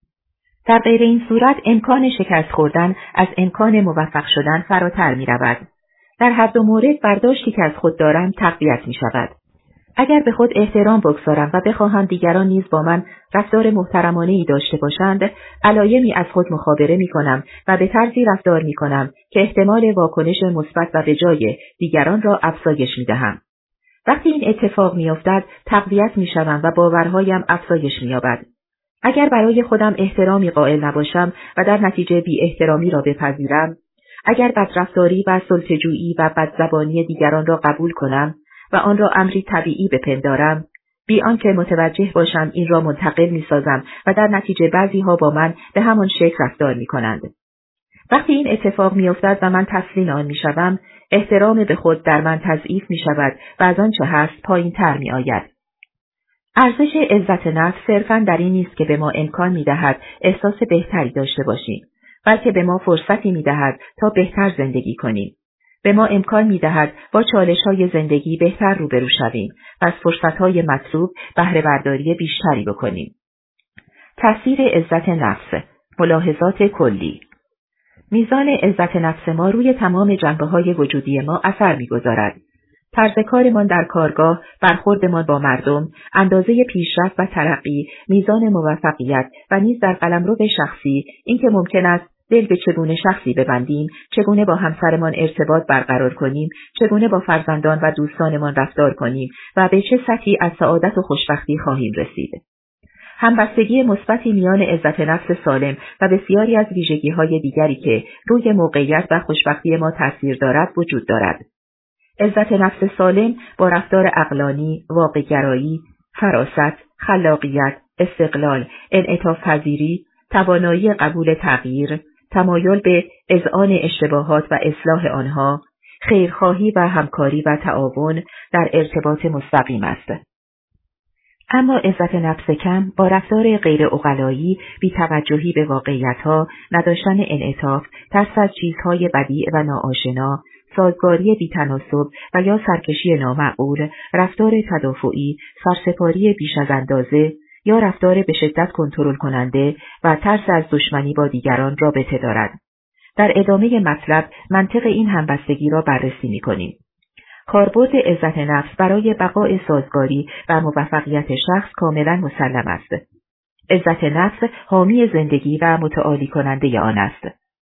در غیر این صورت امکان شکست خوردن از امکان موفق شدن فراتر می رود. در هر دو مورد برداشتی که از خود دارم تقویت می شود. اگر به خود احترام بگذارم و بخواهم دیگران نیز با من رفتار محترمانه‌ای داشته باشند، علایمی از خود مخابره می کنم و به طرزی رفتار می کنم که احتمال واکنش مثبت و بجای دیگران را افزایش می دهم. وقتی این اتفاق می افتد، تقویت می شوم و باورهایم افزایش می یابد. اگر برای خودم احترامی قائل نباشم و در نتیجه بی احترامی را بپذیرم، اگر بدرفتاری و سلطه‌جویی و بدزبانی دیگران را قبول کنم و آن را امری طبیعی بپندارم، بی آنکه متوجه باشم این را منتقل می‌سازم و در نتیجه بعضی‌ها با من به همان شکل رفتار می‌کنند. وقتی این اتفاق می‌افتد و من تسلیم آن می‌شوم، احترام به خود در من تضعیف می‌شود و از آنچه هست پایین‌تر می‌آید. ارزش عزت نفس صرفاً در این نیست که به ما امکان می‌دهد احساس بهتری داشته باشیم، بلکه به ما فرصتی می‌دهد تا بهتر زندگی کنیم. به ما امکان می‌دهد با چالش‌های زندگی بهتر روبرو شویم و از فرصت‌های مطلوب بهره برداری بیشتری بکنیم. تأثیر عزت نفس، ملاحظات کلی. میزان عزت نفس ما روی تمام جنبه‌های وجودی ما اثر می‌گذارد. طرز کارمان در کارگاه، برخوردمان با مردم، اندازه پیشرفت و ترقی، میزان موفقیت و نیز در قلمرو شخصی، اینکه ممکن است دل به چگونه شخصی ببندیم، چگونه با همسرمان ارتباط برقرار کنیم، چگونه با فرزندان و دوستانمان رفتار کنیم و به چه سطحی از سعادت و خوشبختی خواهیم رسید. همبستگی مثبتی میان عزت نفس سالم و بسیاری از ویژگی‌های دیگری که روی موقعیت و خوشبختی ما تأثیر دارد وجود دارد. عزت نفس سالم با رفتار عقلانی، واقع‌گرایی، فراست، خلاقیت، استقلال، انعطاف پذیری، توانایی قبول تغییر، تمایل به اذعان اشتباهات و اصلاح آنها، خیرخواهی و همکاری و تعاون در ارتباط مستقیم است. اما عزت نفس کم با رفتار غیر عقلایی، بی‌توجهی به واقعیت‌ها، نداشتن انعطاف، ترس از چیزهای بدیع و ناآشنا، سازگاری بی‌تناسب و یا سرکشی نامعقول، رفتار تدافعی، سرسپاری بیش از اندازه یا رفتار به شدت کنترل کننده و ترس از دشمنی با دیگران رابطه دارد. در ادامه مطلب منطق این همبستگی را بررسی می‌کنیم. کاربرد عزت نفس برای بقای سازگاری و موفقیت شخص کاملا مسلم است. عزت نفس حامی زندگی و متعالی کننده آن است.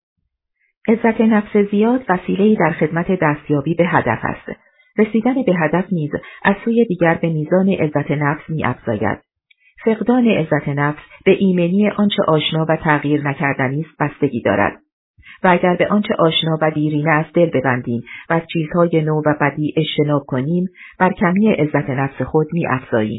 عزت نفس زیاد وسیله‌ای در خدمت دستیابی به هدف است. رسیدن به هدف نیز از سوی دیگر به میزان عزت نفس می‌افزاید. فقدان عزت نفس به ایمنی آنچه آشنا و تغییر نکردنی است بستگی دارد. و اگر به آنچه آشنا و دیرینه از دل ببندیم و از چیزهای نو و بدیع اجتناب کنیم، بر کمی عزت نفس خود می‌افزاییم.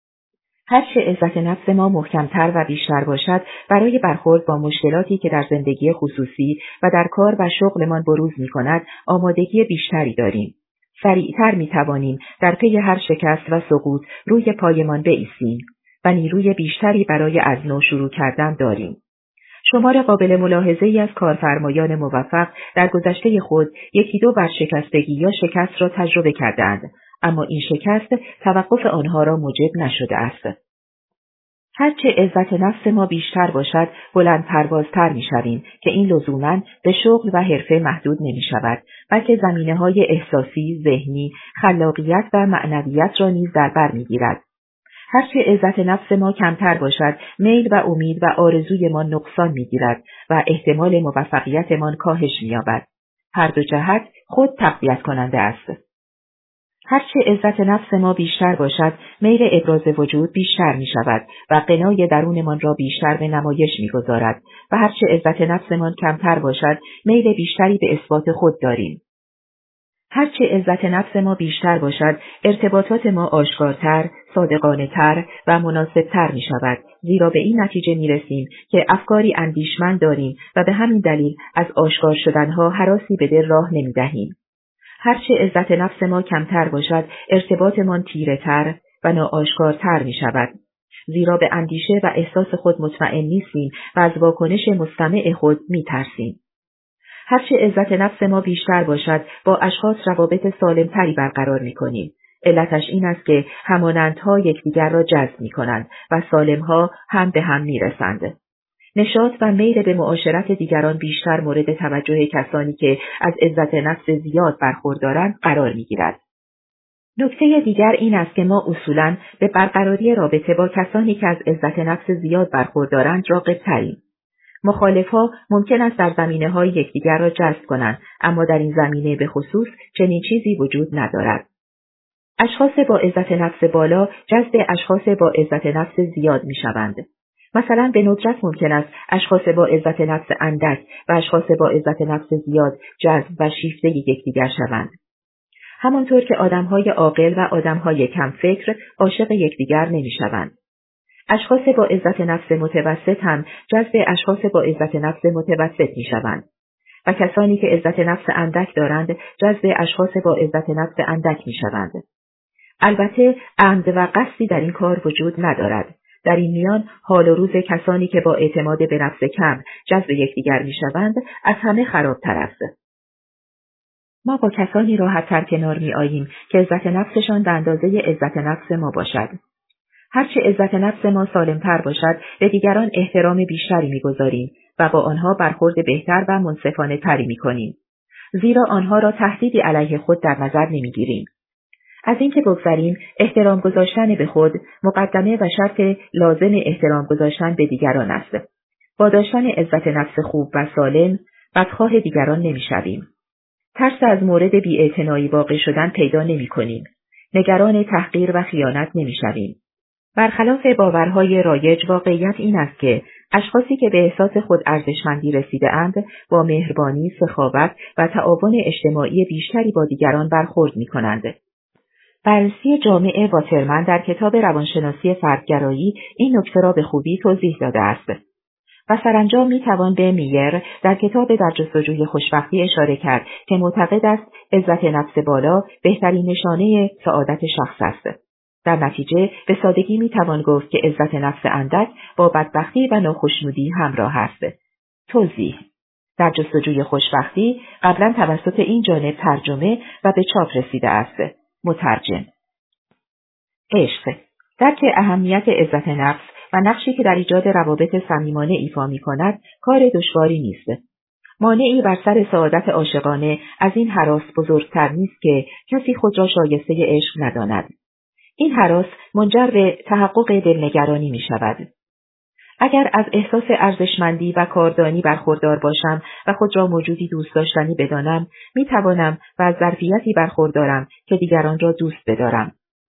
هرچه عزت نفس ما محکمتر و بیشتر باشد، برای برخورد با مشکلاتی که در زندگی خصوصی و در کار و شغلمان بروز می‌کند، آمادگی بیشتری داریم. سریعتر می‌توانیم در پی هر شکست و سقوط روی پایمان بایستیم و نیروی بیشتری برای از نو شروع کردن داریم. شمار قابل ملاحظه‌ای از کارفرمایان موفق در گذشته خود یکی دو ورشکستگی یا شکست را تجربه کردند، اما این شکست توقف آنها را موجب نشده است. هرچه عزت نفس ما بیشتر باشد، بلند پروازتر می‌شویم که این لزوماً به شغل و حرفه محدود نمی‌شود، بلکه زمینه‌های احساسی، ذهنی، خلاقیت و معنویت را نیز در بر می‌گیرد. هرچه عزت نفس ما کمتر باشد، میل و امید و آرزوی ما نقصان می‌گیرد و احتمال موفقیتمان کاهش می‌یابد. هر دو جهت خود تقویت کننده است. هرچه عزت نفس ما بیشتر باشد، میل ابراز وجود بیشتر می‌شود و غنای درونمان را بیشتر به نمایش می‌گذارد و هرچه عزت نفسمان کمتر باشد، میل بیشتری به اثبات خود داریم. هرچه عزت نفس ما بیشتر باشد، ارتباطات ما آشکارتر، صادقانه‌تر و مناسبتر می شود، زیرا به این نتیجه می رسیم که افکاری اندیشمند داریم و به همین دلیل از آشکار شدنها هراسی به دل راه نمی دهیم. هرچه عزت نفس ما کمتر باشد، ارتباطمان تیره‌تر و ناآشکارتر می شود، زیرا به اندیشه و احساس خود مطمئن نیستیم و از واکنش مستمع خود می ترسیم. هرچه عزت نفس ما بیشتر باشد، با اشخاص روابط سالمتری برقرار می‌کنیم. علتش این است که همانندها یکدیگر را جذب می‌کنند و سالم‌ها هم به هم می‌رسند. نشاط و میل به معاشرت دیگران بیشتر مورد توجه کسانی که از عزت نفس زیاد برخوردارند قرار می‌گیرد. نکته دیگر این است که ما اصولاً به برقراری رابطه با کسانی که از عزت نفس زیاد برخوردارند راغب‌تریم. مخالف‌ها ممکن است در زمینه‌های یکدیگر را جذب کنند، اما در این زمینه به خصوص چنین چیزی وجود ندارد. اشخاص با عزت نفس بالا جذب اشخاص با عزت نفس زیاد می‌شوند. مثلا به ندرت ممکن است اشخاص با عزت نفس اندک و اشخاص با عزت نفس زیاد جذب و شیفته یکدیگر شوند. همانطور که آدم‌های عاقل و آدم‌های کم فکر عاشق یکدیگر نمی‌شوند. اشخاص با عزت نفس متوسط هم جذب اشخاص با عزت نفس متوسط می‌شوند و کسانی که عزت نفس اندک دارند جذب اشخاص با عزت نفس اندک می‌شوند. البته عمد و قصدی در این کار وجود ندارد. در این میان حال و روز کسانی که با اعتماد به نفس کم جذب یکدیگر می‌شوند از همه خرابتر است. ما با کسانی راحت‌تر کنار می‌آییم که عزت نفسشان به اندازه عزت نفس ما باشد. هرچه عزت نفس ما سالمتر باشد، به دیگران احترام بیشتری می‌گذاریم و با آنها برخورد بهتر و منصفانه تری می‌کنیم. زیرا آنها را تهدیدی علیه خود در نظر نمی‌گیریم. از اینکه بگذریم، احترام گذاشتن به خود مقدمه و شرط لازم احترام گذاشتن به دیگران است. با داشتن عزت نفس خوب و سالم، بدخواه دیگران نمی‌شویم. ترس از مورد بی‌اعتنایی واقع شدن پیدا نمی‌کنیم. نگران تحقیر و خیانت نمی‌شویم. برخلاف باورهای رایج، واقعیت این است که اشخاصی که به احساس خود ارزشمندی رسیده‌اند، با مهربانی، سخاوت و تعاون اجتماعی بیشتری با دیگران برخورد می‌کنند. بررسی جامع واترمن در کتاب روانشناسی فردگرایی این نکته را به خوبی توضیح داده است. و سرانجام میتوان به میر در کتاب در جستجوی خوشبختی اشاره کرد که معتقد است عزت نفس بالا بهترین نشانه سعادت شخص است. در نتیجه به سادگی میتوان گفت که عزت نفس اندک با بدبختی و ناخشنودی همراه است. توضیح: در جستجوی خوشبختی قبلا توسط این جانب ترجمه و به چاپ رسیده است. مترجم. عشق، درک اهمیت عزت نفس و نقشی که در ایجاد روابط صمیمانه ایفا می‌کند کار دشواری نیست. مانعی بر سر سعادت عاشقانه از این هراس بزرگتر نیست که کسی خود را شایسته عشق نداند. این هراس منجر به تحقق دلنگرانی می‌شود. اگر از احساس ارزشمندی و کاردانی برخوردار باشم و خود را موجودی دوست داشتنی بدانم، می‌توانم و از ظرفیتی برخوردارم که دیگران را دوست بدارم.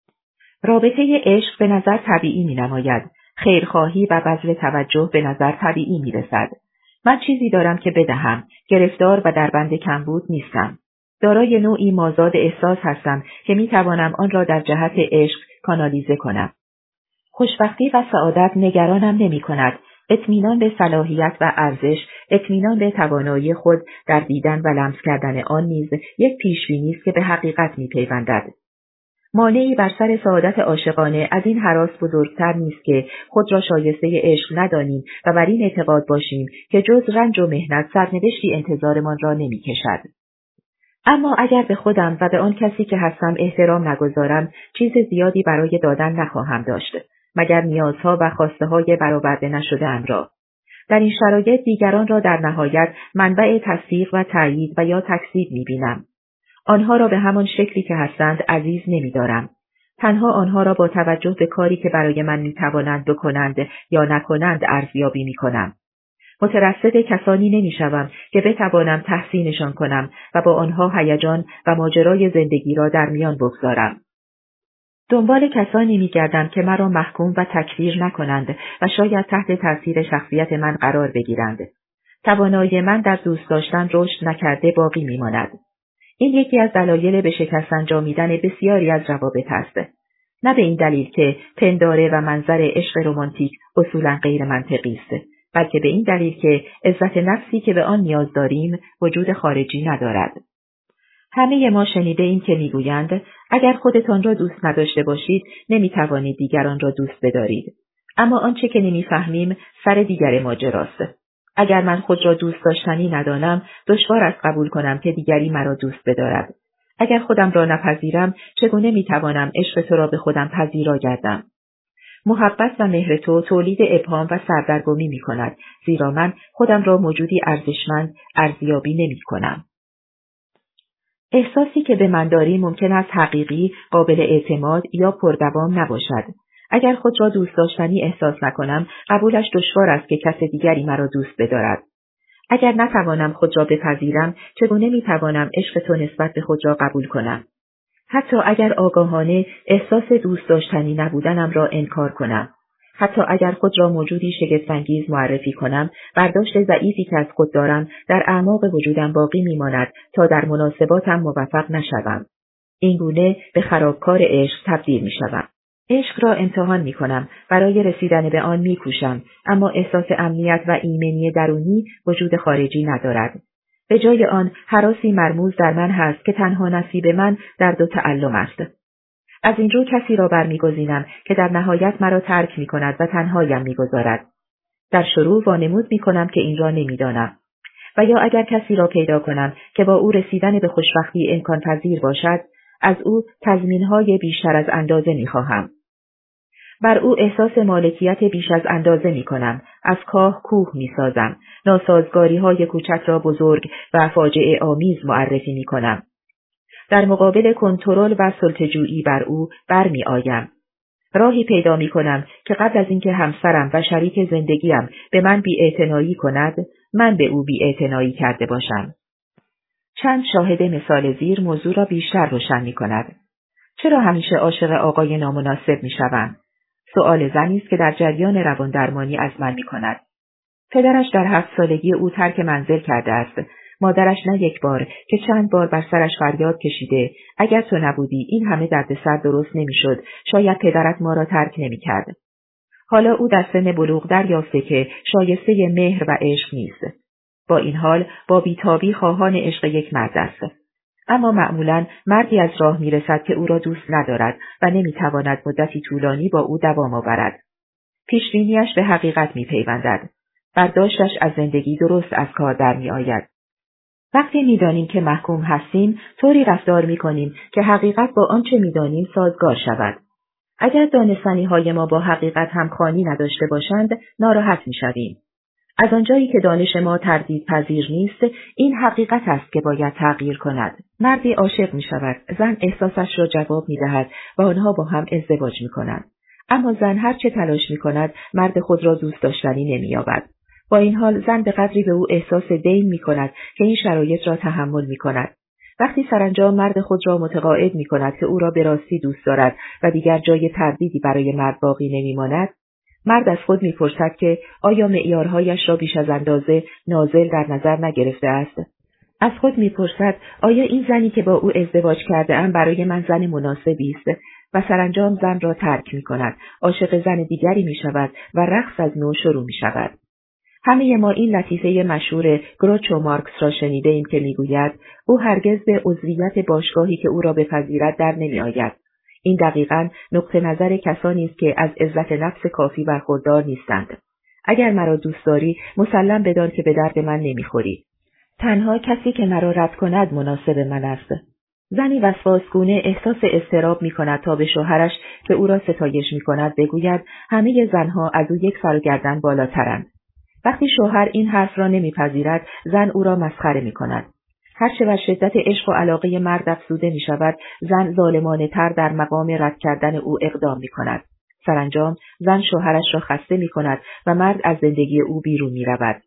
رابطه عشق به نظر طبیعی می‌نماید. خیرخواهی و بذل توجه به نظر طبیعی می‌رسد. من چیزی دارم که بدهم، گرفتار و در بند کمبود نیستم. دارای نوعی مازاد احساس هستم که می‌توانم آن را در جهت عشق کانالیزه کنم. خوشبختی و سعادت نگرانم نمی‌کند. اطمینان به صلاحیت و ارزش، اطمینان به توانایی خود در دیدن و لمس کردن آن نیز یک پیش‌بینی است که به حقیقت می‌پیوندد. مانعی بر سر سعادت عاشقانه از این هراس بزرگتر نیست که خود را شایسته عشق ندانیم و بر این اعتقاد باشیم که جز رنج و محنت سرنوشتی انتظارمان را نمی‌کشد. اما اگر به خودم و به آن کسی که هستم احترام نگذارم، چیز زیادی برای دادن نخواهم داشت، مگر نیازها و خواسته‌های برآورده نشده‌ام را. در این شرایط دیگران را در نهایت منبع تصدیق و تأیید و یا تکذیب می‌بینم. آنها را به همان شکلی که هستند عزیز نمی‌دارم. تنها آنها را با توجه به کاری که برای من می‌توانند بکنند یا نکنند ارزیابی می‌کنم. مترصد کسانی نمی‌شوم که بتوانم تحسینشان کنم و با آنها هیجان و ماجرای زندگی را در میان بگذارم. دنبال کسانی می‌گردم که مرا محکوم و تکفیر نکنند و شاید تحت تاثیر شخصیت من قرار بگیرند. توانایی من در دوست داشتن رشد نکرده باقی می‌ماند. این یکی از دلایل به شکست انجامیدن بسیاری از روابط است. نه به این دلیل که پنداره و منظر عشق رمانتیک اصولاً غیر منطقی است، بلکه به این دلیل که عزت نفسی که به آن نیاز داریم وجود خارجی ندارد. همه ما شنیده ایم که میگویند اگر خودتان را دوست نداشته باشید نمیتوانید دیگران را دوست بدارید. اما آنچه که نمیفهمیم سر دیگر ماجراست. اگر من خود را دوست داشتنی ندانم، دشوار است قبول کنم که دیگری مرا دوست بدارد. اگر خودم را نپذیرم، چگونه میتوانم عشق تو را به خودم پذیرا گردم؟ محبت و مهر تو تولید ابهام و سردرگمی میکند، زیرا من خودم را موجودی ارزشمند ارزیابی نمیکنم. احساسی که به من داری ممکن است حقیقی، قابل اعتماد یا پردوام نباشد. اگر خود را دوست داشتنی احساس نکنم، قبولش دشوار است که کس دیگری مرا دوست بدارد. اگر نتوانم خود را بپذیرم، چگونه میتوانم عشق تو نسبت به خود را قبول کنم؟ حتی اگر آگاهانه احساس دوست داشتنی نبودنم را انکار کنم. حتی اگر خود را موجودی شگفت‌انگیز معرفی کنم، برداشت ضعیفی که از خود دارم در اعماق وجودم باقی میماند تا در مناسباتم موفق نشوم. این گونه به خرابکار عشق تبدیل میشوم. عشق را امتحان میکنم، برای رسیدن به آن میکوشم، اما احساس امنیت و ایمنی درونی وجود خارجی ندارد. به جای آن هراسی مرموز در من هست که تنها نصیب من درد و تعلم است. از این رو کسی را برمیگزینم که در نهایت مرا ترک میکند و تنهایم میگذارد. در شروع وانمود میکنم که این را نمیدانم. و یا اگر کسی را پیدا کنم که با او رسیدن به خوشبختی امکان پذیر باشد، از او تضمین‌های بیشتر از اندازه می‌خواهم. بر او احساس مالکیت بیش از اندازه می‌کنم، از کاه کوه می‌سازم، ناسازگاری‌های کوچک را بزرگ و فاجعه آمیز معرفی می‌کنم. در مقابل کنترل و سلطه‌جویی بر او برمی‌آیم. راهی پیدا می‌کنم که قبل از اینکه همسرم و شریک زندگیم به من بی‌اعتنایی کند، من به او بی‌اعتنایی کرده باشم. چند شاهد مثال زیر موضوع را بیشتر روشن می‌کند. چرا همیشه عاشق آقای نامناسب می‌شوم؟ سؤال زنی است که در جریان رواندرمانی از من می‌کند. پدرش در 7 سالگی او ترک منزل کرده است. مادرش نه یک بار که چند بار بر سرش فریاد کشیده اگر تو نبودی این همه دردسر درست نمی‌شد، شاید پدرت ما را ترک نمی‌کرد. حالا او در سن بلوغ دریافته که شایسته مهر و عشق نیست. با این حال با بیتابی خواهان عشق یک مرد است. اما معمولاً مردی از راه می‌رسد که او را دوست ندارد و نمی‌تواند مدتی طولانی با او دوام آورد. پیشبینیش به حقیقت می‌پیوندد. برداشتش از زندگی درست از کار در می‌آید. وقتی می‌دانیم که محکوم هستیم، طوری رفتار می‌کنیم که حقیقت با آنچه می‌دانیم سازگار شود. اگر دانستنی‌های ما با حقیقت همخوانی نداشته باشند، ناراحت می‌شویم. از آنجایی که دانش ما تردید پذیر نیست، این حقیقت است که باید تغییر کند. مردی عاشق می‌شود، زن احساسش را جواب می‌دهد و آنها با هم ازدواج می‌کنند. اما زن هر چه تلاش می‌کند، مرد خود را دوست داشتنی نمی‌یابد. با این حال زن به قدری به او احساس دین می‌کند که این شرایط را تحمل می‌کند. وقتی سرانجام مرد خود را متقاعد می‌کند که او را به راستی دوست دارد و دیگر جای تردیدی برای مرد باقی نمی‌ماند، مرد از خود می‌پرسد که آیا معیارهایش را بیش از اندازه نازل در نظر نگرفته است؟ از خود می‌پرسد آیا این زنی که با او ازدواج کرده‌ام برای من زن مناسبی است؟ و سرانجام زن را ترک می‌کند، عاشق زن دیگری می‌شود و رقص از نو شروع می‌شود. همه ما این لطیفه مشهور گروچو مارکس را شنیده‌ایم که می‌گوید او هرگز به عضویت باشگاهی که او را بپذیرد در نمی‌آید. این دقیقاً نقطه نظر کسانی است که از عزت نفس کافی برخوردار نیستند. اگر مرا دوست داری، مسلم بدان که به درد من نمی‌خوری. تنها کسی که مرا رد کند مناسب من است. زنی وسواسگونه احساس اضطراب می‌کند تا به شوهرش که او را ستایش می‌کند بگوید همه زنها از او یک سر و گردن بالاترند. وقتی شوهر این حرف را نمیپذیرد، زن او را مسخره می‌کند. هرچه بر شدت عشق و علاقه مرد افزوده می‌شود، زن ظالمانه تر در مقام رد کردن او اقدام می‌کند. سرانجام زن شوهرش را خسته می‌کند و مرد از زندگی او بیرون می‌رود.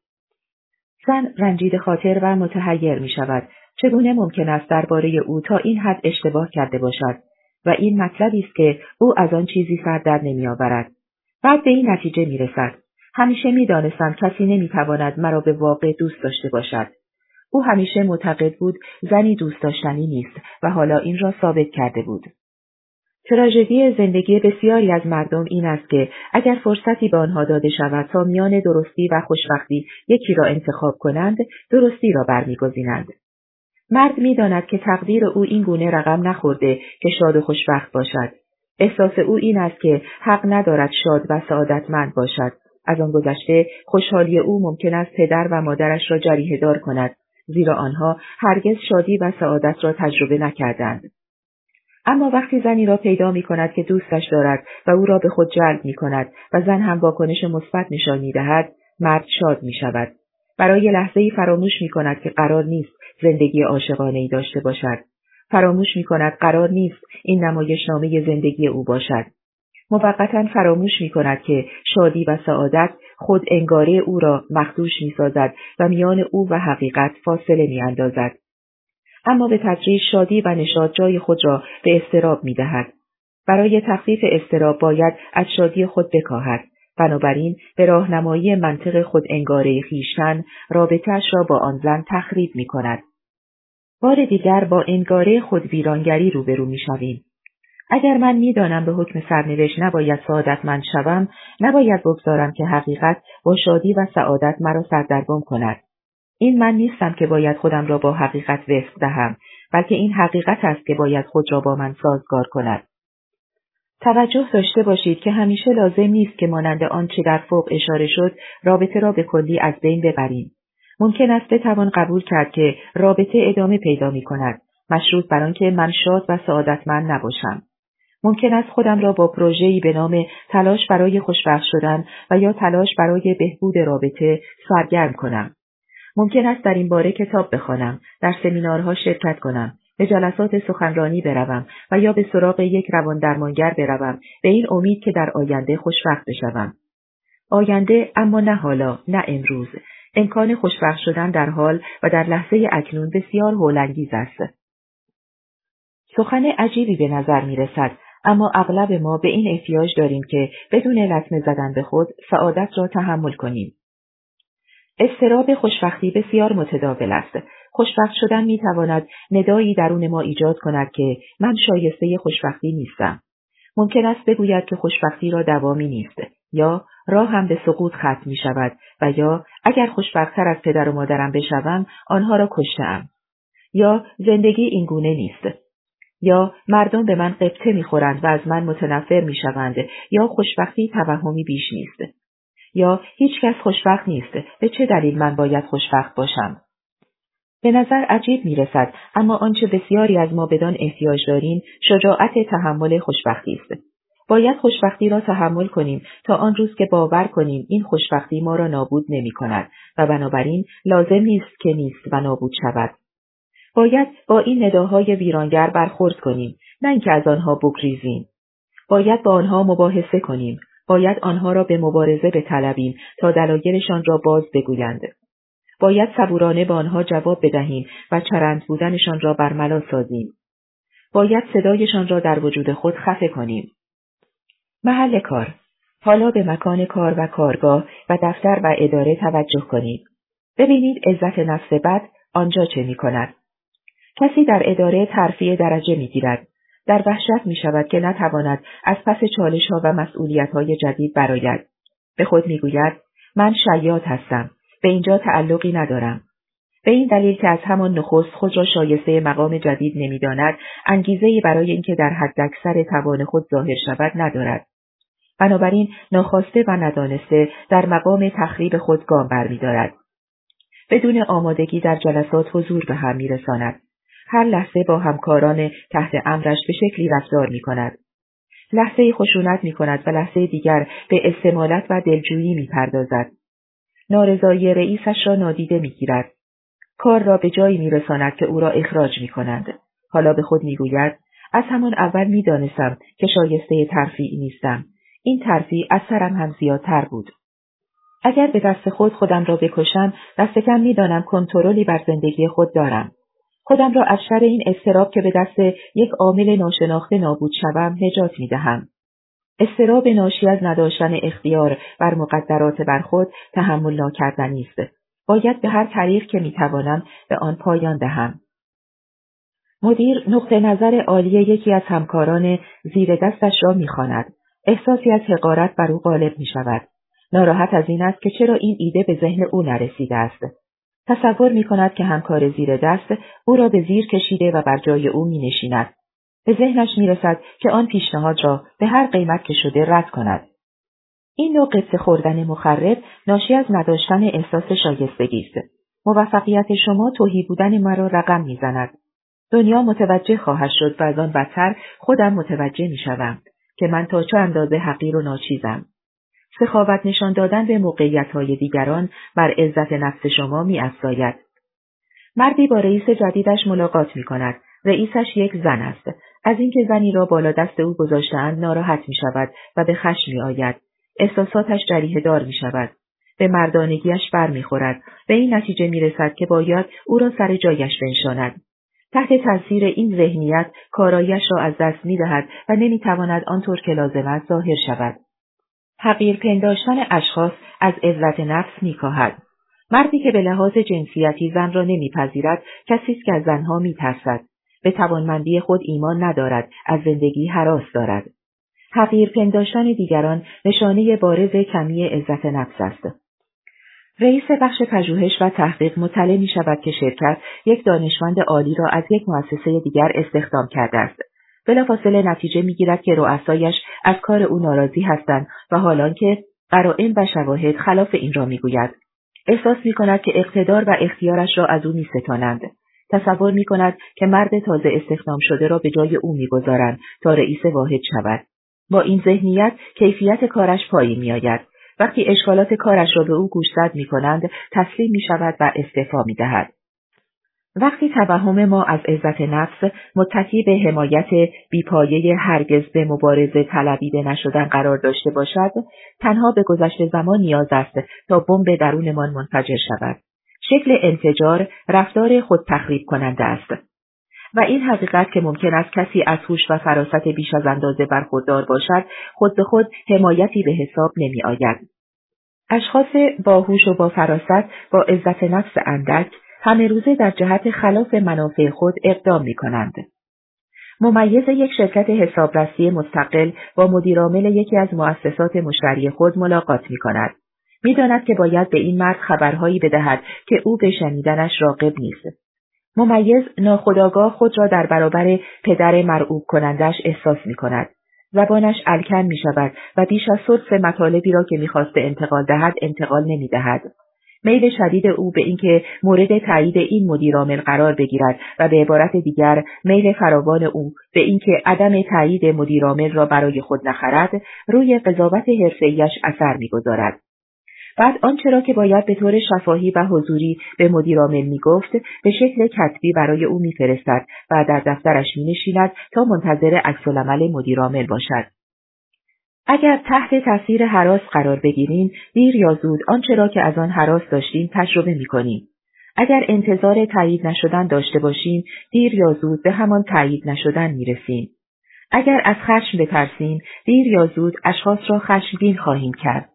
زن رنجیده خاطر و متحیر می‌شود. چگونه ممکن است درباره او تا این حد اشتباه کرده باشد؟ و این مطلبی است که او از آن چیزی سر در نمی‌آورد. بعد به این نتیجه می‌رسد: همیشه می‌دانستم کسی نمی‌تواند مرا به واقع دوست داشته باشد. او همیشه معتقد بود زنی دوست داشتنی نیست و حالا این را ثابت کرده بود. تراژدی زندگی بسیاری از مردم این است که اگر فرصتی به آنها داده شود تا میان درستی و خوشبختی یکی را انتخاب کنند، درستی را برمی‌گزینند. مرد می‌داند که تقدیر او این گونه رقم نخورده که شاد و خوشبخت باشد. احساس او این است که حق ندارد شاد و سعادتمند باشد. از آن گذشته خوشحالی او ممکن است پدر و مادرش را جریحه‌دار کند، زیرا آنها هرگز شادی و سعادت را تجربه نکردند. اما وقتی زنی را پیدا می‌کند که دوستش دارد و او را به خود جلب می‌کند و زن هم واکنش مثبت نشان می‌دهد، مرد شاد می‌شود. برای لحظه‌ای فراموش می‌کند که قرار نیست زندگی عاشقانه‌ای داشته باشد. فراموش می‌کند قرار نیست این نمایشنامه زندگی او باشد. موقتاً فراموش می‌کند که شادی و سعادت خود انگاره او را مخدوش می‌سازد و میان او و حقیقت فاصله می‌اندازد. اما به تدریج شادی و نشاط جای خود را به اضطراب می‌دهد. برای تخفیف اضطراب باید از شادی خود بکاهد. بنابراین به راهنمایی منطق خود انگاره خویشتن رابطه‌اش را با آن زن تخریب می‌کند. بار دیگر با انگاره خود ویرانگری روبرو می‌شویم. اگر من می‌دانم به حکم سرنوشت نباید سعادتمند شوم، نباید بگذارم که حقیقت با شادی و سعادت مرا سردرگم کند. این من نیستم که باید خودم را با حقیقت وفق دهم، بلکه این حقیقت است که باید خود را با من سازگار کند. توجه داشته باشید که همیشه لازم نیست که مانند آنچه در فوق اشاره شد، رابطه را به کلی از بین ببریم. ممکن است بتوان قبول کرد که رابطه ادامه پیدا می‌کند، مشروط بر آنکه من شاد و سعادتمند نباشم. ممکن است خودم را با پروژه‌ای به نام تلاش برای خوشبخت شدن و یا تلاش برای بهبود رابطه سرگرم کنم. ممکن است در این باره کتاب بخوانم، در سمینارها شرکت کنم، به جلسات سخنرانی بروم و یا به سراغ یک رواندرمانگر بروم به این امید که در آینده خوشبخت بشوم. آینده، اما نه حالا، نه امروز. امکان خوشبخت شدن در حال و در لحظه اکنون بسیار هول‌انگیز است. سخن عجیبی به نظر می رسد، اما اغلب ما به این احتیاج داریم که بدون لطمه زدن به خود سعادت را تحمل کنیم. اضطراب خوشبختی بسیار متداول است. خوشبخت شدن می تواند ندایی درون ما ایجاد کند که من شایسته خوشبختی نیستم. ممکن است بگوید که خوشبختی را دوامی نیست، یا راه هم به سقوط ختم می شود و یا اگر خوشبخت‌تر از پدر و مادرم بشوم آنها را کشته‌ام، یا زندگی این گونه نیست، یا مردم به من غبطه می‌خورند و از من متنفر می‌شوند، یا خوشبختی توهمی بیش نیست، یا هیچ کس خوشبخت نیست. به چه دلیل من باید خوشبخت باشم؟ به نظر عجیب می‌رسد، اما آنچه بسیاری از ما بدان احتیاج داریم شجاعت تحمل خوشبختی است. باید خوشبختی را تحمل کنیم تا آن روز که باور کنیم این خوشبختی ما را نابود نمی‌کند و بنابراین لازم نیست که نیست و نابود شود. باید با این نداهای ویرانگر برخورد کنیم، نه اینکه از آنها بگریزیم. باید با آنها مباحثه کنیم، باید آنها را به مبارزه بطلبیم تا دلایلشان را باز بگویند. باید صبورانه به آنها جواب بدهیم و چرند بودنشان را برملا سازیم. باید صدایشان را در وجود خود خفه کنیم. محل کار. حالا به مکان کار و کارگاه و دفتر و اداره توجه کنید. ببینید عزت نفس بد آنجا چه می کند. کسی در اداره ترفیع درجه می گیرد. در وحشت می شود که نتواند از پس چالش ها و مسئولیت های جدید برآید. به خود می گوید من شیاد هستم. به اینجا تعلقی ندارم. به این دلیل که از همان نخست خود را شایسته مقام جدید نمی داند، انگیزه‌ای برای اینکه در حداکثر توان خود ظاهر شود ندارد. بنابراین ناخواسته و ندانسته در مقام تخریب خود گام برمی‌دارد. بدون آمادگی در جلسات حضور به هم می‌رساند. هر لحظه با همکاران تحت امرش به شکلی رفتار می‌کند. لحظه‌ای خشونت می‌کند و لحظه دیگر به استمالت و دلجویی می‌پردازد. نارضایی رئیسش را نادیده می‌گیرد. کار را به جایی می‌رساند که او را اخراج می‌کنند. حالا به خود می‌گوید از همان اول می‌دانستم که شایسته ترفیع نیستم. این ترفیع از سرم هم زیادتر بود. اگر به دست خودم را بکشم، دست کم می‌دانم کنترلی بر زندگی خود دارم. خودم را از شر این اضطراب که به دست یک عامل ناشناخته نابود شوم نجات می‌دهم. اضطراب ناشی از نداشتن اختیار بر مقدرات بر خود تحمل ناکردنی است. باید به هر طریق که می‌توانم به آن پایان دهم. مدیر نقطه نظر عالی یکی از همکاران زیر دستش را می‌خواند. احساسی از حقارت بر او غالب می‌شود. ناراحت از این است که چرا این ایده به ذهن او نرسیده است. تصور می‌کند که همکار زیر دست او را به زیر کشیده و بر جای او می‌نشیند. به ذهنش می‌رسد که آن پیشنهاد را به هر قیمت که شده رد کند. این نوع قصه خوردن مخرب ناشی از نداشتن احساس شایستگی است. موفقیت شما تهی بودن مرا رقم می‌زند. دنیا متوجه خواهد شد و از آن بدتر خودم متوجه می‌شوم که من تا چه اندازه حقیر و ناچیزم. سخاوت نشان دادن به موقعیت‌های دیگران بر عزت نفس شما می‌افزاید. مردی با رئیس جدیدش ملاقات می‌کند. رئیسش یک زن است. از اینکه زنی را بالا دست او گذاشته‌اند ناراحت می‌شود و به خشم می‌آید. احساساتش جریحه دار می‌شود. به مردانگیش برمی‌خورد. به این نتیجه می‌رسد که باید او را سر جایش بنشاند. تحت تاثیر این ذهنیت کارایش را از دست می‌دهد و نمی‌تواند آنطور که لازم است ظاهر شود. حقیر پنداشتن اشخاص از عزت نفس می‌کاهد. مردی که به لحاظ جنسیتی زن را نمی‌پذیرد کسی است که از زنها می‌ترسد. به توانمندی خود ایمان ندارد، از زندگی هراس دارد. حقیر پنداشتن دیگران نشانه بارز کمی عزت نفس است. رئیس بخش پژوهش و تحقیق مطلع می‌شود که شرکت یک دانشمند عالی را از یک مؤسسه دیگر استخدام کرده است. بلافاصله نتیجه می‌گیرد که رؤسایش از کار او ناراضی هستند و حالان که قرائن و شواهد خلاف این را می‌گوید. احساس می‌کند که اقتدار و اختیارش را از او می‌ستانند. تصور می‌کند که مرد تازه استخدام شده را به جای او می‌گذارند تا رئیس واحد شود. با این ذهنیت کیفیت کارش پایین می‌آید. وقتی اشکالات کارش را به او گوشزد می‌کنند، تسلیم می‌شود و استعفا می‌دهد. وقتی توهم ما از عزت نفس متکی به حمایت بیپایه هرگز به مبارزه طلبیده نشدن قرار داشته باشد، تنها به گذشت زمان نیاز است تا بمب درونمان منفجر شود. شکل انفجار رفتار خود تخریب کننده است. و این حقیقت که ممکن است کسی از هوش و فراست بیش از اندازه برخوردار باشد، خود به خود حمایتی به حساب نمی آید. اشخاص با هوش و با فراست با عزت نفس اندک همه روزه در جهت خلاف منافع خود اقدام می کنند. ممیز یک شرکت حسابرسی مستقل با مدیرعامل یکی از مؤسسات مشتری خود ملاقات می کند. می داند که باید به این مرد خبرهایی بدهد که او به شنیدنش راغب نیست. ممیز ناخودآگاه خود را در برابر پدر مرعوب کنندش احساس می کند. زبانش الکن می شود و بیش از ثلث مطالبی را که می خواسته انتقال دهد انتقال نمی دهد. میل شدید او به اینکه مورد تایید این مدیرعامل قرار بگیرد و به عبارت دیگر میل فراوان او به اینکه عدم تایید مدیرعامل را برای خود نخرد روی قضاوت حرفه‌ایش اثر می‌گذارد. بعد آنچه را که باید به طور شفاهی و حضوری به مدیرعامل می‌گفت به شکل کتبی برای او می‌فرستد و در دفترش می‌نشیند تا منتظر عکس‌العمل مدیرعامل باشد. اگر تحت تاثیر هراس قرار بگیریم، دیر یا زود آنچه را که از آن هراس داشتیم تجربه می‌کنیم. اگر انتظار تایید نشدن داشته باشیم، دیر یا زود به همان تایید نشدن می‌رسیم. اگر از خشم بترسیم، دیر یا زود اشخاص را خشمگین خواهیم کرد.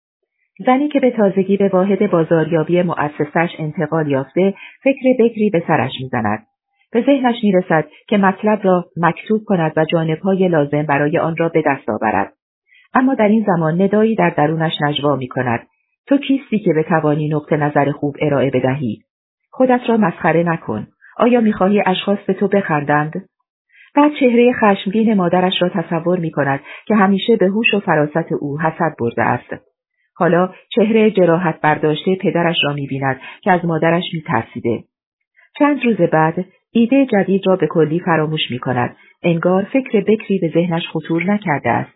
زنی که به تازگی به واحد بازاریابی مؤسسش انتقال یافته، فکر بکری به سرش می‌زند. به ذهنش می‌رسد که مطلب را مکتوب کند و جانب‌های لازم برای آن را به دست آورد. اما در این زمان ندایی در درونش نجوا می کند. تو کیستی که بتوانی نقطه نظر خوب ارائه بدهی؟ خودت را مسخره نکن. آیا می خواهی اشخاص به تو بخندند؟ بعد چهره خشمگین مادرش را تصور می کند که همیشه به هوش و فراست او حسد برده است. حالا چهره جراحت برداشته پدرش را می بیند که از مادرش می ترسیده. چند روز بعد ایده جدید را به کلی فراموش می کند. انگار فکر بکری به ذهنش خطور نکرده است.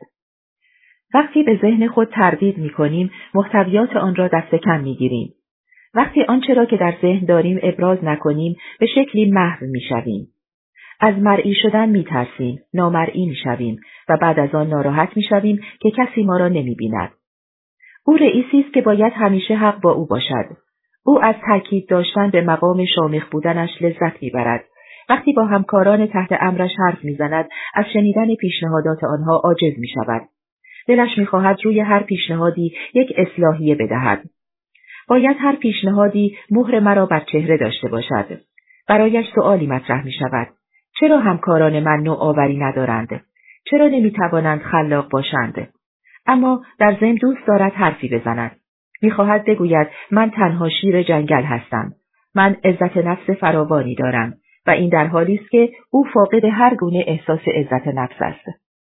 وقتی به ذهن خود تردید می‌کنیم، محتویات آن را دست کم می‌گیریم. وقتی آنچه را که در ذهن داریم ابراز نکنیم، به شکلی محو می‌شویم. از مرئی شدن می‌ترسیم، نامرئی می‌شویم و بعد از آن ناراحت می‌شویم که کسی ما را نمی‌بیند. او رئیسی است که باید همیشه حق با او باشد. او از تاکید داشتن به مقام شامخ بودنش لذت می‌برد. وقتی با همکاران تحت امرش حرف می‌زند، از شنیدن پیشنهادات آنها عاجز می‌شود. دلش می‌خواهد روی هر پیشنهادی یک اصلاحیه بدهد. باید هر پیشنهادی مهر مرا بر چهره داشته باشد. برایش سؤالی مطرح می‌شود. چرا همکاران من نوآوری ندارند؟ چرا نمی‌توانند خلاق باشند؟ اما در ضمن دوست دارد حرفی بزند. می‌خواهد بگوید من تنها شیر جنگل هستم. من عزت نفس فراوانی دارم و این در حالی است که او فاقد هر گونه احساس عزت نفس است.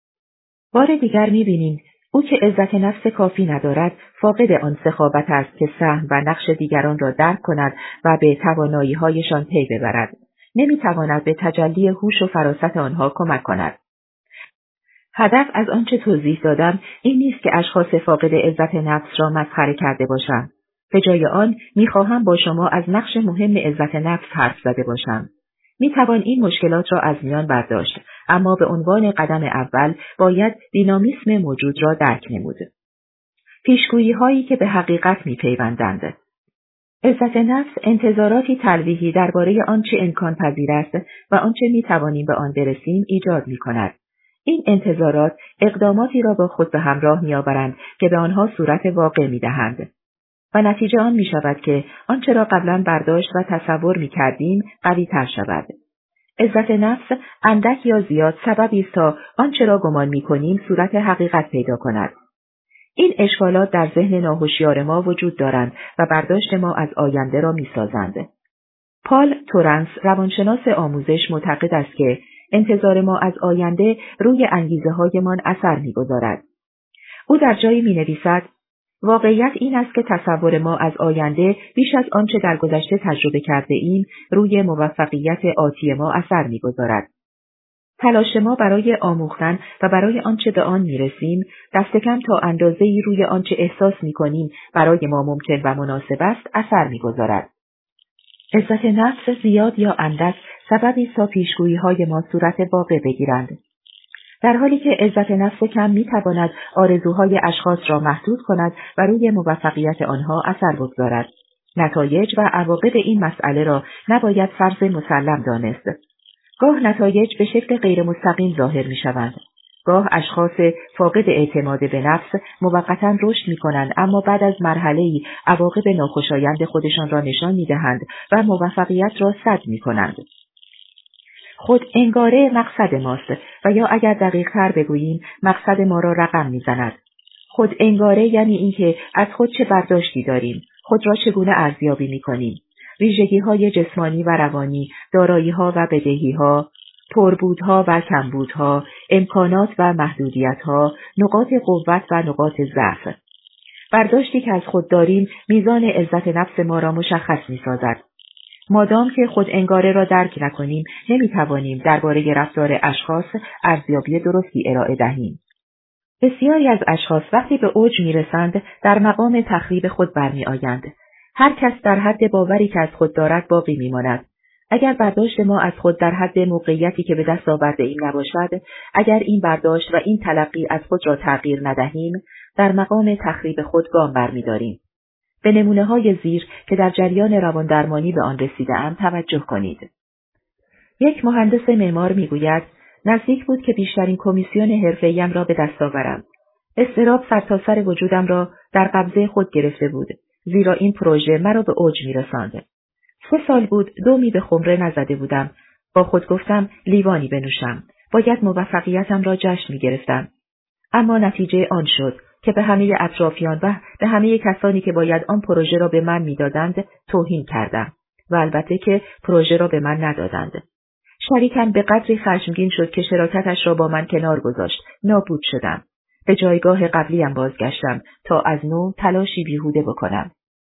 بار دیگر می‌بینیم او که عزت نفس کافی ندارد، فاقد آن سخاوت است که سهم و نقش دیگران را درک کند و به توانایی‌هایشان پی ببرد. نمی‌تواند به تجلی هوش و فراست آنها کمک کند. هدف از آنچه توضیح دادم این نیست که اشخاص فاقد عزت نفس را مسخره کرده باشم. به جای آن می‌خواهم با شما از نقش مهم عزت نفس حرف زده باشم. می‌توان این مشکلات را از میان برداشت، اما به عنوان قدم اول باید دینامیسم موجود را درک نمود. پیشگویی‌هایی که به حقیقت می‌پیوندند. عزت نفس انتظاراتی تلویحی درباره آنچه امکان پذیر است و آنچه می‌توانیم به آن برسیم ایجاد می‌کند. این انتظارات اقداماتی را با خود به همراه می‌آورند که به آنها صورت واقع می‌دهند. و نتیجه آن می شود که آنچه را قبلا برداشت و تصور می کردیم قوی تر شود. عزت نفس اندک یا زیاد سببی است تا آنچه را گمان می کنیم صورت حقیقت پیدا کند. این اشکالات در ذهن ناهوشیار ما وجود دارند و برداشت ما از آینده را می سازند. پال تورنس روانشناس آموزش معتقد است که انتظار ما از آینده روی انگیزه هایمان اثر می گذارد. او در جایی می نویسد واقعیت این است که تصور ما از آینده بیش از آنچه در گذشته تجربه کرده ایم روی موفقیت آتی ما اثر می‌گذارد. تلاش ما برای آموختن و برای آنچه به آن می‌رسیم دست کم تا اندازه‌ای روی آنچه احساس می‌کنیم برای ما ممکن و مناسب است اثر می‌گذارد. عزت نفس زیاد یا اندک سببی است تا پیشگویی‌های ما صورت واقع بگیرند. در حالی که عزت نفس کم می‌تواند آرزوهای اشخاص را محدود کند و روی موفقیت آنها اثر بگذارد. نتایج و عواقب این مسئله را نباید فرض مسلم دانست. گاه نتایج به شکل غیر مستقیم ظاهر می‌شوند. گاه اشخاص فاقد اعتماد به نفس موقتاً رشد می‌کنند اما بعد از مرحله‌ای عواقب ناخوشایند خودشان را نشان می‌دهند و موفقیت را سد می‌کنند. خود انگاره مقصد ماست و یا اگر دقیق‌تر بگوییم مقصد ما را رقم می‌زند. خود انگاره یعنی اینکه از خود چه برداشتی داریم، خود را چگونه ارزیابی می‌کنیم. ویژگی‌های جسمانی و روانی، دارایی‌ها و بدهی‌ها، پربودها و کمبودها، امکانات و محدودیت‌ها، نقاط قوت و نقاط ضعف. برداشتی که از خود داریم میزان عزت نفس ما را مشخص می‌سازد. مادام که خود انگاره را درک نکنیم، نمی‌توانیم درباره رفتار اشخاص ارزیابی درستی ارائه دهیم. بسیاری از اشخاص وقتی به اوج می‌رسند، در مقام تخریب خود برمی‌آیند. هر کس در حد باوری که از خود دارد باقی می‌ماند. اگر برداشت ما از خود در حد موقعیتی که به دست آورده ایم نباشد، اگر این برداشت و این تلقی از خود را تغییر ندهیم، در مقام تخریب خود گام برمی‌داریم. به نمونه‌های زیر که در جریان رواندرمانی به آن رسیده‌ام توجه کنید. یک مهندس معمار می‌گوید نزدیک بود که بیشترین کمیسیون حرفه‌ایم را به دست آورم. اضطراب سرتاسر وجودم را در قبضه خود گرفته بود، زیرا این پروژه مرا به اوج می‌رساند. 3 سال بود دومی به خمره نزده بودم. با خود گفتم لیوانی بنوشم. باید موفقیتم را جشن می‌گرفتم. اما نتیجه آن شد که به همه اطرافیان و به همه کسانی که باید آن پروژه را به من می‌دادند توهین کردم و البته که پروژه را به من ندادند. شریکم به قدری خشمگین شد که شراکتش را با من کنار گذاشت. نابود شدم. به جایگاه قبلیم بازگشتم تا از نو تلاشی بیهوده بکنم.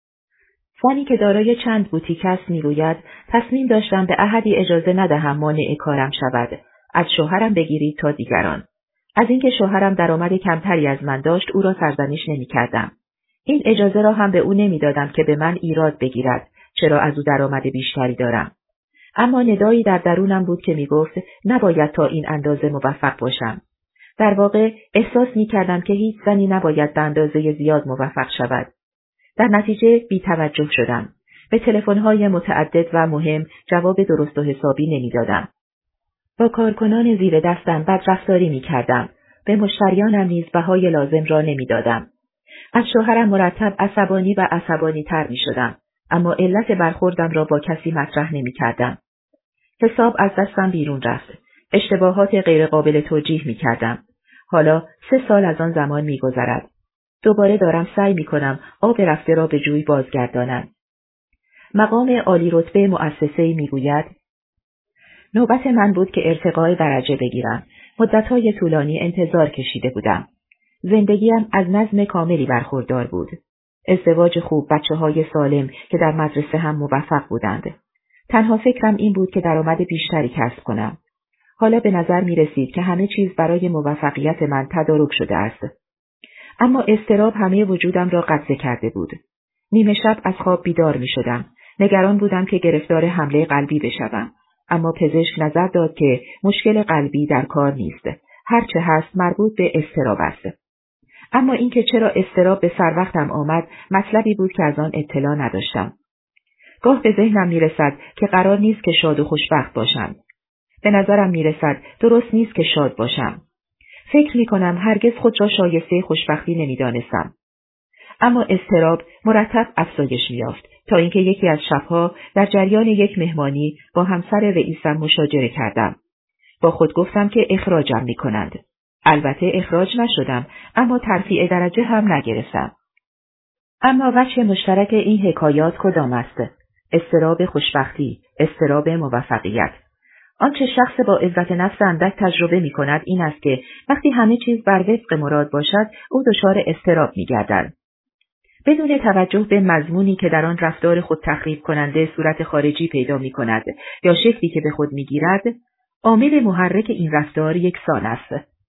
زنی که دارای چند بوتیک است میگوید تصمیم داشتم به احدی اجازه ندهم مانع کارم شود. از شوهرم بگیرید تا دیگران. از اینکه شوهرم درآمد کمتری از من داشت او را سرزنش نمی‌کردم. این اجازه را هم به او نمی‌دادم که به من ایراد بگیرد چرا از او درآمد بیشتری دارم. اما ندایی در درونم بود که میگفت نباید تا این اندازه موفق باشم. در واقع احساس می‌کردم که هیچ زنی نباید به اندازه زیاد موفق شود. در نتیجه بی‌توجه شدم. به تلفن‌های متعدد و مهم جواب درست و حسابی نمی‌دادم. با کارکنان زیر دستم بدرفتاری می‌کردم. به مشتریانم نیز بهای لازم را نمی‌دادم. از شوهرم مرتب عصبانی و عصبانی‌تر می‌شدم، اما علت برخوردم را با کسی مطرح نمی‌کردم. حساب از دستم بیرون رفت. اشتباهات غیرقابل توجیه می‌کردم. حالا 3 سال از آن زمان می‌گذرد. دوباره دارم سعی می‌کنم آب رفته را به جوی بازگردانم. مقام عالی رتبه مؤسسه‌ای می‌گوید نوبت من بود که ارتقای درجه بگیرم. مدت‌های طولانی انتظار کشیده بودم. زندگیم از نظم کاملی برخوردار بود. ازدواج خوب، بچه‌های سالم که در مدرسه هم موفق بودند. تنها فکرم این بود که درآمد بیشتری کسب کنم. حالا به نظر می رسید که همه چیز برای موفقیت من تدارک شده است. اما اضطراب همه وجودم را قبضه کرده بود. نیمه شب از خواب بیدار می شدم. نگران بودم که گرفتار حمله قلبی بشوم. اما پزشک نظر داد که مشکل قلبی در کار نیست. هرچه هست مربوط به اضطراب است. اما اینکه چرا اضطراب به سر وقتم آمد مطلبی بود که از آن اطلاع نداشتم. گاه به ذهنم می رسد که قرار نیست که شاد و خوشبخت باشم. به نظرم می رسد درست نیست که شاد باشم. فکر می کنم هرگز خود را شایسته خوشبختی نمی دانستم. اما اضطراب مرتب افزایش می یافت تا اینکه یکی از شبها در جریان یک مهمانی با همسر رئیسم مشاجره کردم. با خود گفتم که اخراجم می کنند. البته اخراج نشدم، اما ترفیع درجه هم نگرفتم. اما وجه مشترک این حکایات کدام است؟ اضطراب خوشبختی، اضطراب موفقیت. آنچه شخص با عزت نفس اندک تجربه می کند این است که وقتی همه چیز بر وفق مراد باشد او دچار اضطراب می گردد. بدون توجه به مضمونی که در آن رفتار خود تخریب کننده صورت خارجی پیدا می کند یا شکلی که به خود می گیرد، عامل محرک این رفتار یکسان است.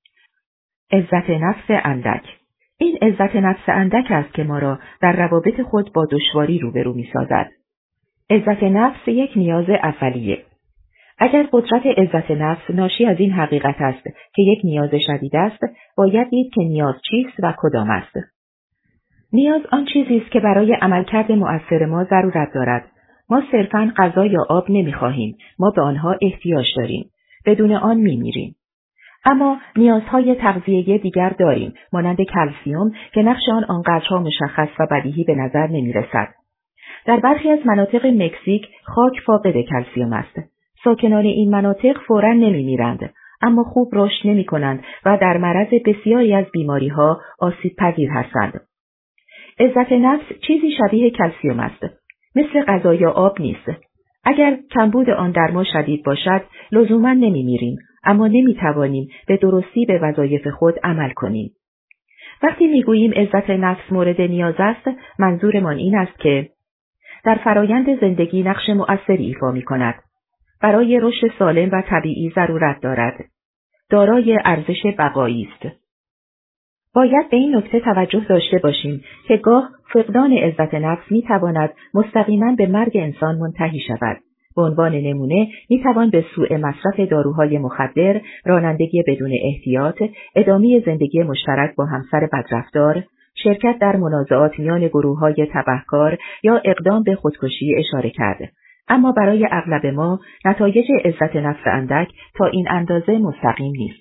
عزت نفس اندک. این عزت نفس اندک است که ما را در روابط خود با دشواری روبرو می سازد. عزت نفس یک نیاز اولیه. اگر قدرت عزت نفس ناشی از این حقیقت است که یک نیاز شدید است، باید دید که نیاز چیست و کدام است. نیاز آن چیزی است که برای عملکرد مؤثر ما ضرورت دارد. ما صرفاً غذا یا آب نمی‌خواهیم، ما به آنها احتیاج داریم. بدون آن می‌میریم. اما نیازهای تغذیه‌ای دیگر داریم، مانند کلسیم که نقش آن آنقدرها مشخص و بدیهی به نظر نمی‌رسد. در برخی از مناطق مکزیک خاک فاقد کلسیم است. ساکنان این مناطق فوراً نمی‌میرند، اما خوب رشد نمی‌کنند و در معرض بسیاری از بیماری‌ها آسیب‌پذیر هستند. عزت نفس چیزی شبیه کلسیم است. مثل غذا یا آب نیست. اگر کمبود آن در ما شدید باشد، لزوما نمی‌میریم، اما نمی‌توانیم به درستی به وظایف خود عمل کنیم. وقتی می‌گوییم عزت نفس مورد نیاز است، منظورمان این است که در فرایند زندگی نقش مؤثری ایفا می‌کند. برای رشد سالم و طبیعی ضرورت دارد. دارای ارزش بقایی است. باید به این نکته توجه داشته باشیم که گاه فقدان عزت نفس می‌تواند مستقیما به مرگ انسان منتهی شود. به عنوان نمونه می‌توان به سوء مصرف داروهای مخدر، رانندگی بدون احتیاط، ادامه زندگی مشترک با همسر بدرفتار، شرکت در منازعات میان گروه‌های تبهکار یا اقدام به خودکشی اشاره کرد. اما برای اغلب ما نتایج عزت نفس اندک تا این اندازه مستقیم نیست.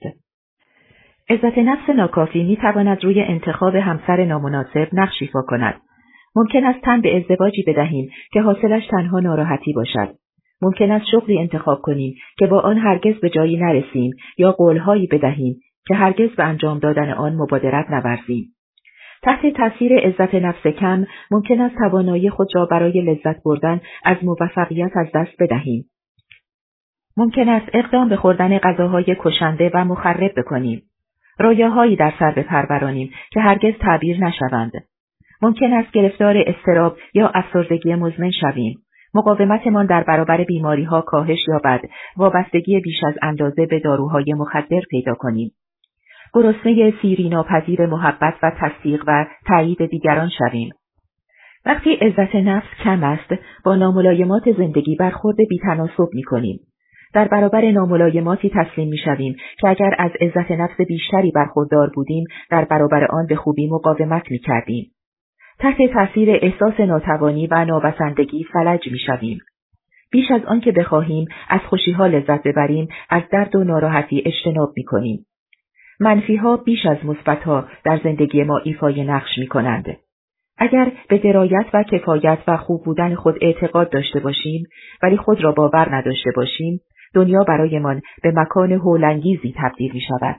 عزت نفس ناکافی می‌تواند روی انتخاب همسر نامناسب نقش ایفا کند. ممکن است تن به ازدواجی بدهیم که حاصلش تنها ناراحتی باشد. ممکن است شغلی انتخاب کنیم که با آن هرگز به جایی نرسیم یا قولهایی بدهیم که هرگز به انجام دادن آن مبادرت نورزیم. تحت تاثیر عزت نفس کم ممکن است توانایی خود را برای لذت بردن از موفقیت از دست بدهیم. ممکن است اقدام به خوردن غذاهای کشنده و مخرب بکنیم. رویاهایی در سر بپرورانیم که هرگز تعبیر نشوند. ممکن است گرفتار اضطراب یا افسردگی مزمن شویم. مقاومتمان در برابر بیماری‌ها کاهش یابد، وابستگی بیش از اندازه به داروهای مخدر پیدا کنیم. گرسنه سیری ناپذیر محبت و تصدیق و تایید دیگران شویم. وقتی عزت نفس کم است، با ناملایمات زندگی برخورد بی‌تناسب می‌کنیم. در برابر ناملایماتی تسلیم می‌شویم که اگر از عزت نفس بیشتری برخوردار بودیم، در برابر آن به خوبی مقاومت می‌کردیم. تحت تاثیر احساس ناتوانی و نابسندگی فلج می‌شویم. بیش از آن که بخواهیم از خوشی‌ها لذت ببریم، از درد و ناراحتی اجتناب می‌کنیم. منفی‌ها بیش از مثبت‌ها در زندگی ما ایفای نقش می‌کنند. اگر به درایت و کفایت و خوب بودن خود اعتقاد داشته باشیم، ولی خود را باور نداشته باشیم، دنیا برایمان به مکان هول‌انگیزی تبدیل می‌شود.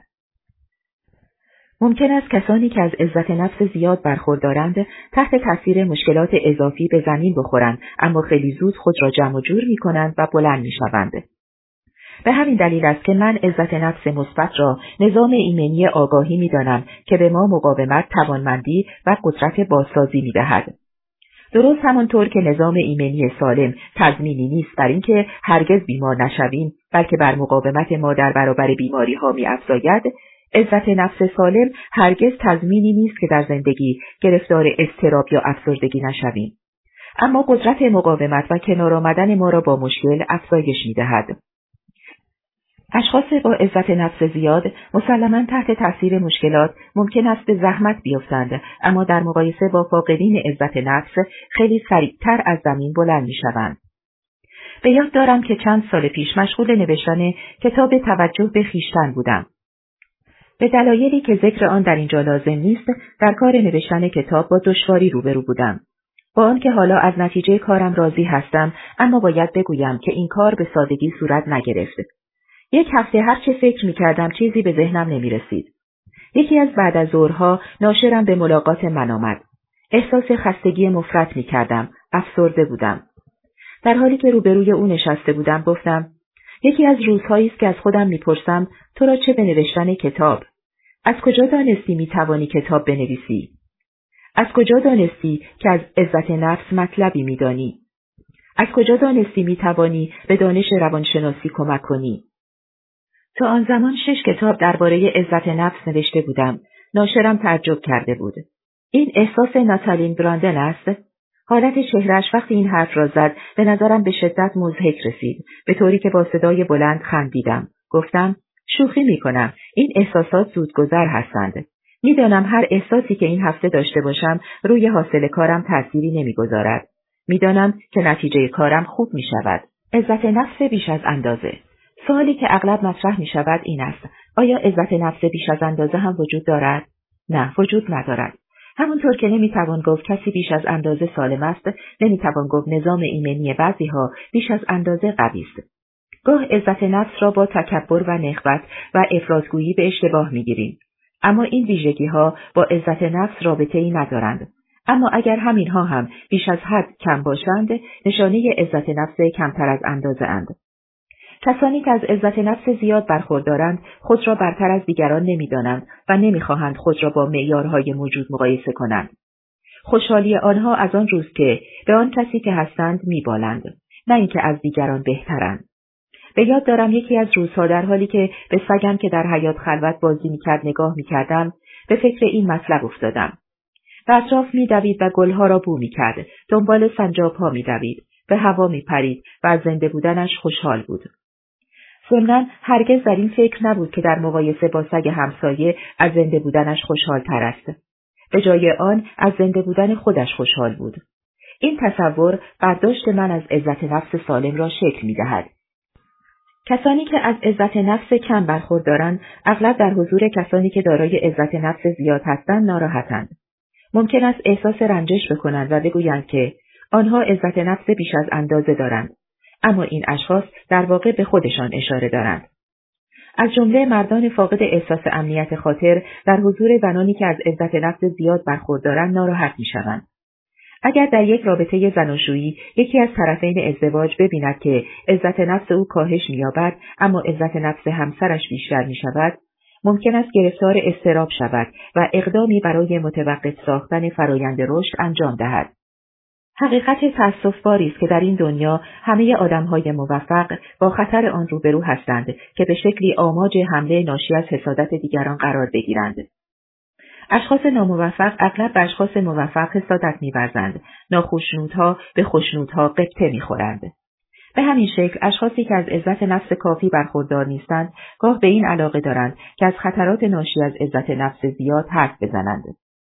ممکن است کسانی که از عزت نفس زیاد برخوردارند تحت تاثیر مشکلات اضافی به زمین بخورند، اما خیلی زود خود را جمع و جور می‌کنند و بلند می‌شوند. به همین دلیل است که من عزت نفس مثبت را نظام ایمنی آگاهی می‌دانم که به ما مقاومت، توانمندی و قدرت بازسازی می‌دهد. درست همانطور که نظام ایمنی سالم تضمینی نیست بر اینکه هرگز بیمار نشویم، بلکه بر مقاومت ما در برابر بیماری‌ها می‌افزاید، عزت نفس سالم هرگز تضمینی نیست که در زندگی گرفتار اضطراب یا افسردگی نشویم. اما قدرت مقاومت و کنار آمدن ما را با مشکل افزایش می‌دهد. اشخاص با عزت نفس زیاد مسلماً تحت تاثیر مشکلات ممکن است به زحمت بیفتند، اما در مقایسه با فاقدین عزت نفس خیلی سریعتر از زمین بلند می‌شوند. به یاد دارم که چند سال پیش مشغول نوشتن کتاب توجه به خویشتن بودم. به دلایلی که ذکر آن در اینجا لازم نیست، در کار نوشتن کتاب با دشواری روبرو بودم. با آنکه حالا از نتیجه کارم راضی هستم، اما باید بگویم که این کار به سادگی صورت نگرفت. یک هفته هر چه فکر می‌کردم چیزی به ذهنم نمی‌رسید. یکی از بعد از ظهرها ناشرم به ملاقات من آمد. احساس خستگی مفرط می‌کردم، افسرده بودم. در حالی که روبروی او نشسته بودم گفتم: یکی از روزهایی است که از خودم می‌پرسم تو را چه به نوشتن کتاب؟ از کجا دانستی می‌توانی کتاب بنویسی؟ از کجا دانستی که از عزت نفس مطلبی می‌دانی؟ از کجا دانستی می‌توانی به دانش روانشناسی کمک کنی؟ تا آن زمان 6 کتاب درباره عزت نفس نوشته بودم. ناشرم تعجب کرده بود. این احساس ناتالین براندن است؟ حالت چهره‌اش وقتی این حرف را زد به نظرم به شدت مضحک رسید، به طوری که با صدای بلند خندیدم. گفتم شوخی می‌کنم. این احساسات زودگذر هستند. می‌دانم هر احساسی که این هفته داشته باشم روی حاصل کارم تأثیری نمی‌گذارد. می‌دانم که نتیجه کارم خوب می‌شود. عزت نفس بیش از اندازه. سوالی که اغلب مطرح می‌شود این است: آیا عزت نفس بیش از اندازه هم وجود دارد؟ نه، وجود ندارد. همونطور که نمی‌توان گفت کسی بیش از اندازه سالم است، نمی‌توان گفت نظام ایمنی بعضی‌ها بیش از اندازه قوی است. گاه عزت نفس را با تکبر و نخوت و افراط‌گویی به اشتباه می‌گیریم. اما این ویژگی‌ها با عزت نفس رابطه‌ای ندارند. اما اگر همین‌ها هم بیش از حد کم باشند، نشانه عزت نفس کمتر از اندازه اند. کسانی که از عزت نفس زیاد برخوردارند خود را برتر از دیگران نمی‌دانند و نمی‌خواهند خود را با معیارهای موجود مقایسه کنند. خوشحالی آنها از آن روز که به آن کسی که هستند می‌بالند، نه اینکه از دیگران بهترند. به یاد دارم یکی از روزها در حالی که به سگم که در حیاط خلوت بازی می‌کرد نگاه می‌کردم، به فکر این مطلب افتادم. به اطراف می‌دوید و گلها را بو می‌کرد، دنبال سنجاب‌ها می‌دوید، به هوا می‌پرید و از زنده بودنش خوشحال بود. ضمناً هرگز در این فکر نبود که در مقایسه با سگ همسایه از زنده بودنش خوشحال‌تر است. به جای آن از زنده بودن خودش خوشحال بود. این تصور برداشت من از عزت نفس سالم را شکل می‌دهد. کسانی که از عزت نفس کم برخوردارند اغلب در حضور کسانی که دارای عزت نفس زیاد هستند ناراحتند. ممکن است احساس رنجش بکنند و بگویند که آنها عزت نفس بیش از اندازه دارند. اما این اشخاص در واقع به خودشان اشاره دارند. از جمله مردان فاقد احساس امنیت خاطر در حضور زنانی که از عزت نفس زیاد برخوردارند ناراحت می‌شوند. اگر در یک رابطه زناشویی یکی از طرفین ازدواج ببیند که عزت نفس او کاهش می‌یابد اما عزت نفس همسرش بیشتر می‌شود، ممکن است گرفتار اضطراب شود و اقدامی برای متوقف ساختن فرایند رشد انجام دهد. حقیقت تأسف‌باری است که در این دنیا همه آدم‌های موفق با خطر آن روبرو هستند که به شکلی آماج حمله ناشی از حسادت دیگران قرار بگیرند. اشخاص ناموفق اغلب به اشخاص موفق حسادت می‌ورزند، ناخشنودها به خشنودها غبطه می‌خورند. به همین شکل اشخاصی که از عزت نفس کافی برخوردار نیستند، گاه به این علاقه دارند که از خطرات ناشی از عزت نفس زیاد حرف بزنند.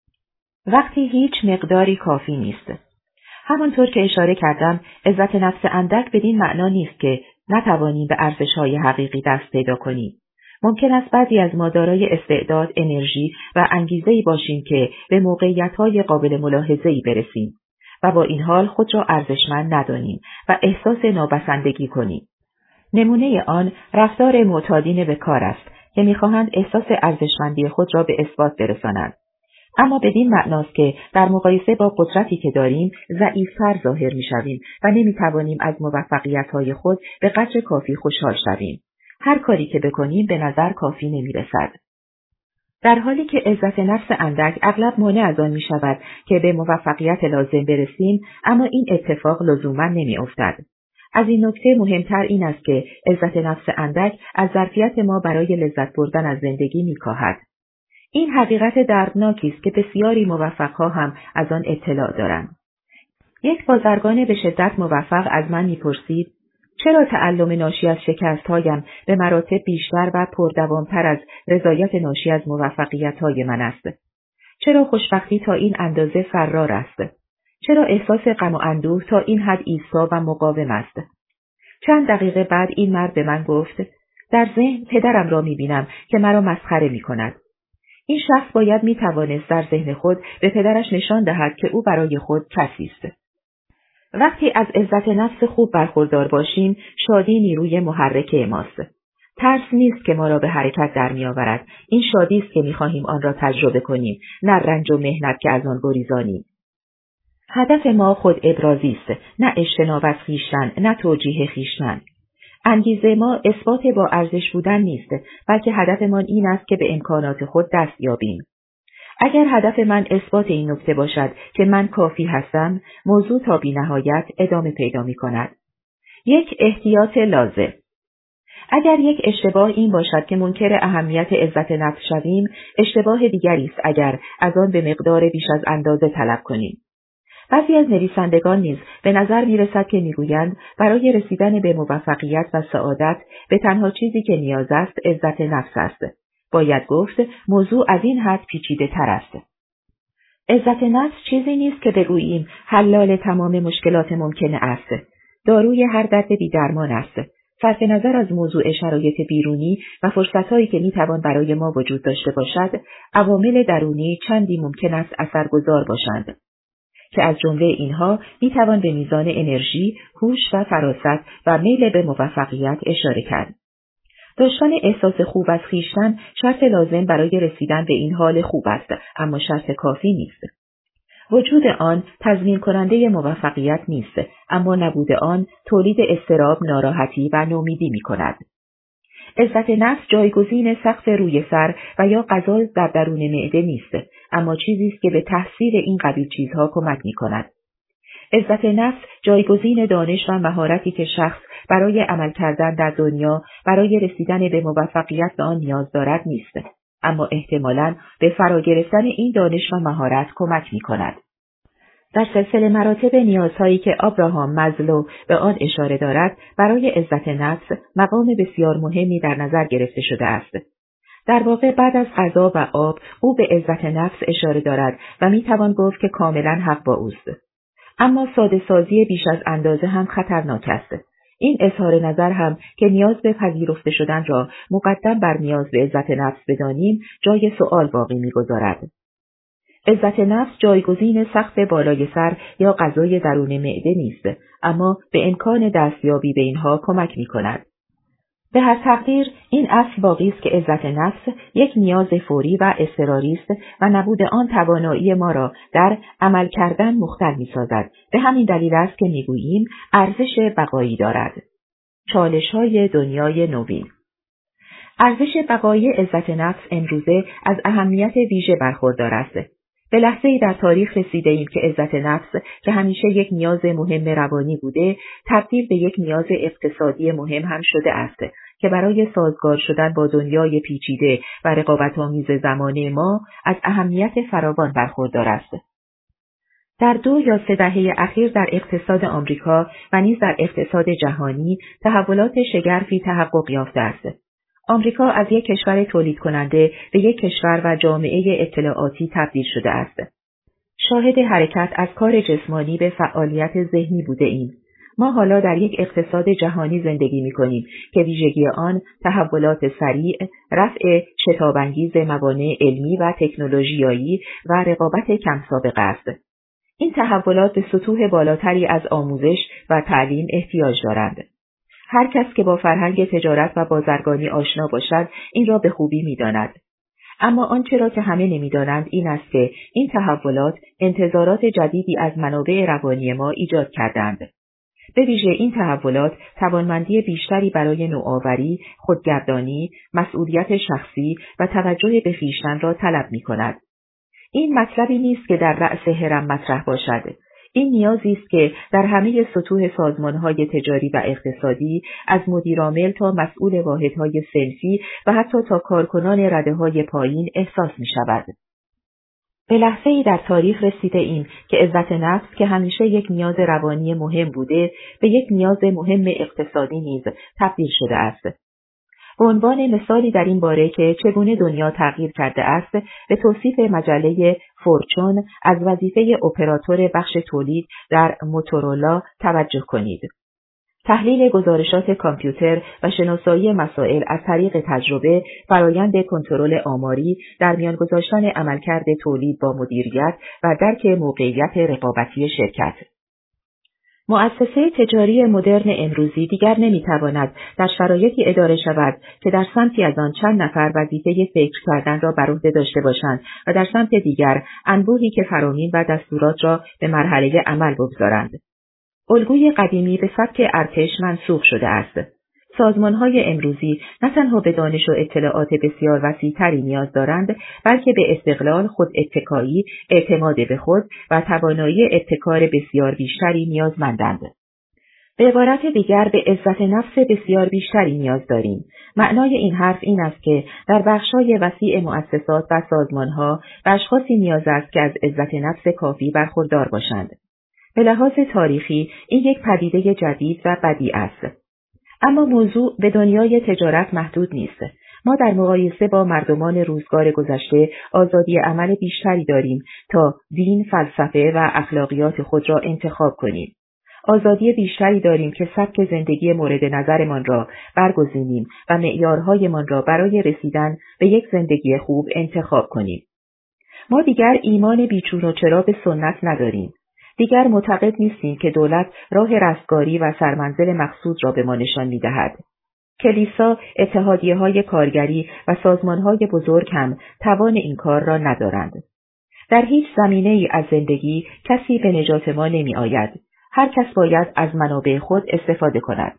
وقتی هیچ مقداری کافی نیست. همانطور که اشاره کردم، عزت نفس اندک بدین معنا نیست که نتوانیم به ارزش‌های حقیقی دست پیدا کنیم. ممکن است بعضی از ما دارای استعداد، انرژی و انگیزه‌ای باشیم که به موقعیت‌های قابل ملاحظه‌ای برسیم و با این حال خود را ارزشمند ندانیم و احساس نابسندگی کنیم. نمونه آن رفتار معتادین به کار است که می‌خواهند احساس ارزشمندی خود را به اثبات برسانند. اما بدین معناست که در مقایسه با قدرتی که داریم ضعیف‌تر ظاهر می‌شویم و نمی‌توانیم از موفقیت‌های خود به قدر کافی خوشحال شویم. هر کاری که بکنیم به نظر کافی نمی‌رسد. در حالی که عزت نفس اندک اغلب مانع از آن می‌شود که به موفقیت لازم برسیم، اما این اتفاق لزوما نمی‌افتد. از این نکته مهمتر این است که عزت نفس اندک از ظرفیت ما برای لذت بردن از زندگی می‌کاهد. این حقیقت دردناکی است که بسیاری موفق‌ها هم از آن اطلاع دارند. یک بازرگان به شدت موفق از من می‌پرسید چرا تعلم ناشی از شکست‌هایم به مراتب بیشتر و پردوام‌تر از رضایت ناشی از موفقیت‌های من است؟ چرا خوشبختی تا این اندازه فرار است؟ چرا احساس غم و اندوه تا این حد ایستا و مقاوم است؟ چند دقیقه بعد این مرد به من گفت در ذهن پدرم را می‌بینم که مرا مسخره می‌کند. این شخص باید می‌توانست در ذهن خود به پدرش نشان دهد که او برای خود کسی است. وقتی از عزت نفس خوب برخوردار باشیم، شادی نیروی محرک ماست. ترس نیست که ما را به حرکت در می‌آورد. این شادی است که می‌خواهیم آن را تجربه کنیم، نه رنج و محنت که از آن گریزانیم. هدف ما خود ابرازی است، نه اجتناب از خویشتن، نه توجیه خویشتن. انگیزه ما اثبات با ارزش بودن نیست، بلکه هدفمان این است که به امکانات خود دست یابیم. اگر هدف من اثبات این نکته باشد که من کافی هستم، موضوع تا بی‌نهایت ادامه پیدا می‌کند. یک احتیاط لازم. اگر یک اشتباه این باشد که منکر اهمیت عزت نفس شویم، اشتباه دیگری است اگر از آن به مقدار بیش از اندازه طلب کنیم. بعضی از نویسندگان نیز به نظر می‌رسد که می‌گویند برای رسیدن به موفقیت و سعادت به تنها چیزی که نیاز است عزت نفس است. باید گفت موضوع از این حد پیچیده‌تر است. عزت نفس چیزی نیست که بگوییم حلال تمام مشکلات ممکنه است. داروی هر درد بی‌درمان است. صرف نظر از موضوع شرایط بیرونی و فرصت‌هایی که می‌توان برای ما وجود داشته باشد، عوامل درونی چندی ممکن است اثرگذار باشند که از جمله اینها می‌توان به میزان انرژی، هوش و فراست و میل به موفقیت اشاره کرد. داشتن احساس خوب از خویشتن شرط لازم برای رسیدن به این حال خوب است، اما شرط کافی نیست. وجود آن تضمین کننده موفقیت نیست، اما نبود آن تولید اضطراب، ناراحتی و نومیدی می‌کند. عزت نفس جایگزین سقف روی سر و یا غذا در درون معده نیست، اما چیزی است که به تحصیل این قبیل چیزها کمک می‌کند. عزت نفس جایگزین دانش و مهارتی که شخص برای عمل کردن در دنیا، برای رسیدن به موفقیت به آن نیاز دارد نیست، اما احتمالاً به فرا گرفتن این دانش و مهارت کمک می‌کند. در سلسله مراتب نیازهایی که آبراهام مازلو به آن اشاره دارد، برای عزت نفس مقام بسیار مهمی در نظر گرفته شده است. در واقع بعد از غذا و آب، او به عزت نفس اشاره دارد و میتوان گفت که کاملا حق با اوست. اما ساده سازی بیش از اندازه هم خطرناک است. این اظهار نظر هم که نیاز به پذیرفته شدن را مقدم بر نیاز به عزت نفس بدانیم، جای سؤال باقی میگذارد. عزت نفس جایگزین سقف بالای سر یا غذای درون معده نیست، اما به امکان دستیابی به اینها کمک می‌کند. به هر تقدیر این اصل باقی است که عزت نفس یک نیاز فوری و اضطراری است و نبود آن توانایی ما را در عمل کردن مختل می‌سازد. به همین دلیل است که می‌گوییم ارزش بقایی دارد. چالش‌های دنیای نوین. ارزش بقایی عزت نفس امروزه از اهمیت ویژه برخوردار است. به لحظه‌ای در تاریخ رسیده‌ایم که عزت نفس که همیشه یک نیاز مهم روانی بوده، تبدیل به یک نیاز اقتصادی مهم هم شده است که برای سازگار شدن با دنیای پیچیده و رقابت‌آمیز زمانه ما از اهمیت فراوان برخوردار است. در 2 یا 3 دهه اخیر در اقتصاد آمریکا و نیز در اقتصاد جهانی تحولات شگرفی تحقق یافته است. آمریکا از یک کشور تولید کننده به یک کشور و جامعه اطلاعاتی تبدیل شده است. شاهد حرکت از کار جسمانی به فعالیت ذهنی بوده ایم. ما حالا در یک اقتصاد جهانی زندگی می کنیم که ویژگی آن تحولات سریع، رفع شتاب‌انگیز موانع علمی و تکنولوژیایی و رقابت کم سابقه است. این تحولات به سطوح بالاتری از آموزش و تعلیم احتیاج دارند. هر کس که با فرهنگ تجارت و بازرگانی آشنا باشد این را به خوبی می‌داند. اما آنچه را که همه نمی‌دانند این است که این تحولات انتظارات جدیدی از منابع روانی ما ایجاد کردند. به ویژه این تحولات توانمندی بیشتری برای نوآوری، خودگردانی، مسئولیت شخصی و توجه به خویشتن را طلب می‌کند. این مطلبی نیست که در رأس هرم مطرح باشد. این نیازی است که در همه سطوح سازمان‌های تجاری و اقتصادی، از مدیرعامل تا مسئول واحدهای صنفی و حتی تا کارکنان رده‌های پایین احساس می‌شود. به لحظه‌ای در تاریخ رسیده ایم که عزت نفس که همیشه یک نیاز روانی مهم بوده، به یک نیاز مهم اقتصادی نیز تبدیل شده است. به عنوان مثالی در این باره که چگونه دنیا تغییر کرده است، به توصیف مجله فورچون از وظیفه اپراتور بخش تولید در موتورولا توجه کنید. تحلیل گزارشات کامپیوتر و شناسایی مسائل از طریق تجربه، فرایند کنترل آماری، در میان گذاشتن عملکرد تولید با مدیریت و درک موقعیت رقابتی شرکت. مؤسسه تجاری مدرن امروزی دیگر نمیتواند در شرایطی اداره شود که در سمتی از آن چند نفر وظیفه فکر کردن را بر عهده داشته باشند و در سمت دیگر انبوهی که فرامین و دستورات را به مرحله عمل بگذارند. الگوی قدیمی به سبک ارتش منسوخ شده است. سازمان‌های امروزی نه تنها به دانش و اطلاعات بسیار وسیع‌تری نیاز دارند، بلکه به استقلال، خوداتکایی، اعتماد به خود و توانایی ابتکار بسیار بیشتری نیازمندند. به عبارت دیگر به عزت نفس بسیار بیشتری نیاز داریم. معنای این حرف این است که در بخش‌های وسیع مؤسسات و سازمان‌ها به اشخاصی نیاز است که از عزت نفس کافی برخوردار باشند. به لحاظ تاریخی این یک پدیده جدید و بدیع است. اما موضوع به دنیای تجارت محدود نیست. ما در مقایسه با مردمان روزگار گذشته آزادی عمل بیشتری داریم تا دین، فلسفه و اخلاقیات خود را انتخاب کنیم. آزادی بیشتری داریم که سبک زندگی مورد نظرمان را برگزینیم و معیارهایمان را برای رسیدن به یک زندگی خوب انتخاب کنیم. ما دیگر ایمان بیچون و چرا به سنت نداریم. دیگر معتقد نیستیم که دولت راه رستگاری و سرمنزل مقصود را به ما نشان می‌دهد. کلیسا، اتحادیه‌های کارگری و سازمان‌های بزرگ هم توان این کار را ندارند. در هیچ زمینه‌ای از زندگی کسی به نجات ما نمی‌آید. هر کس باید از منابع خود استفاده کند.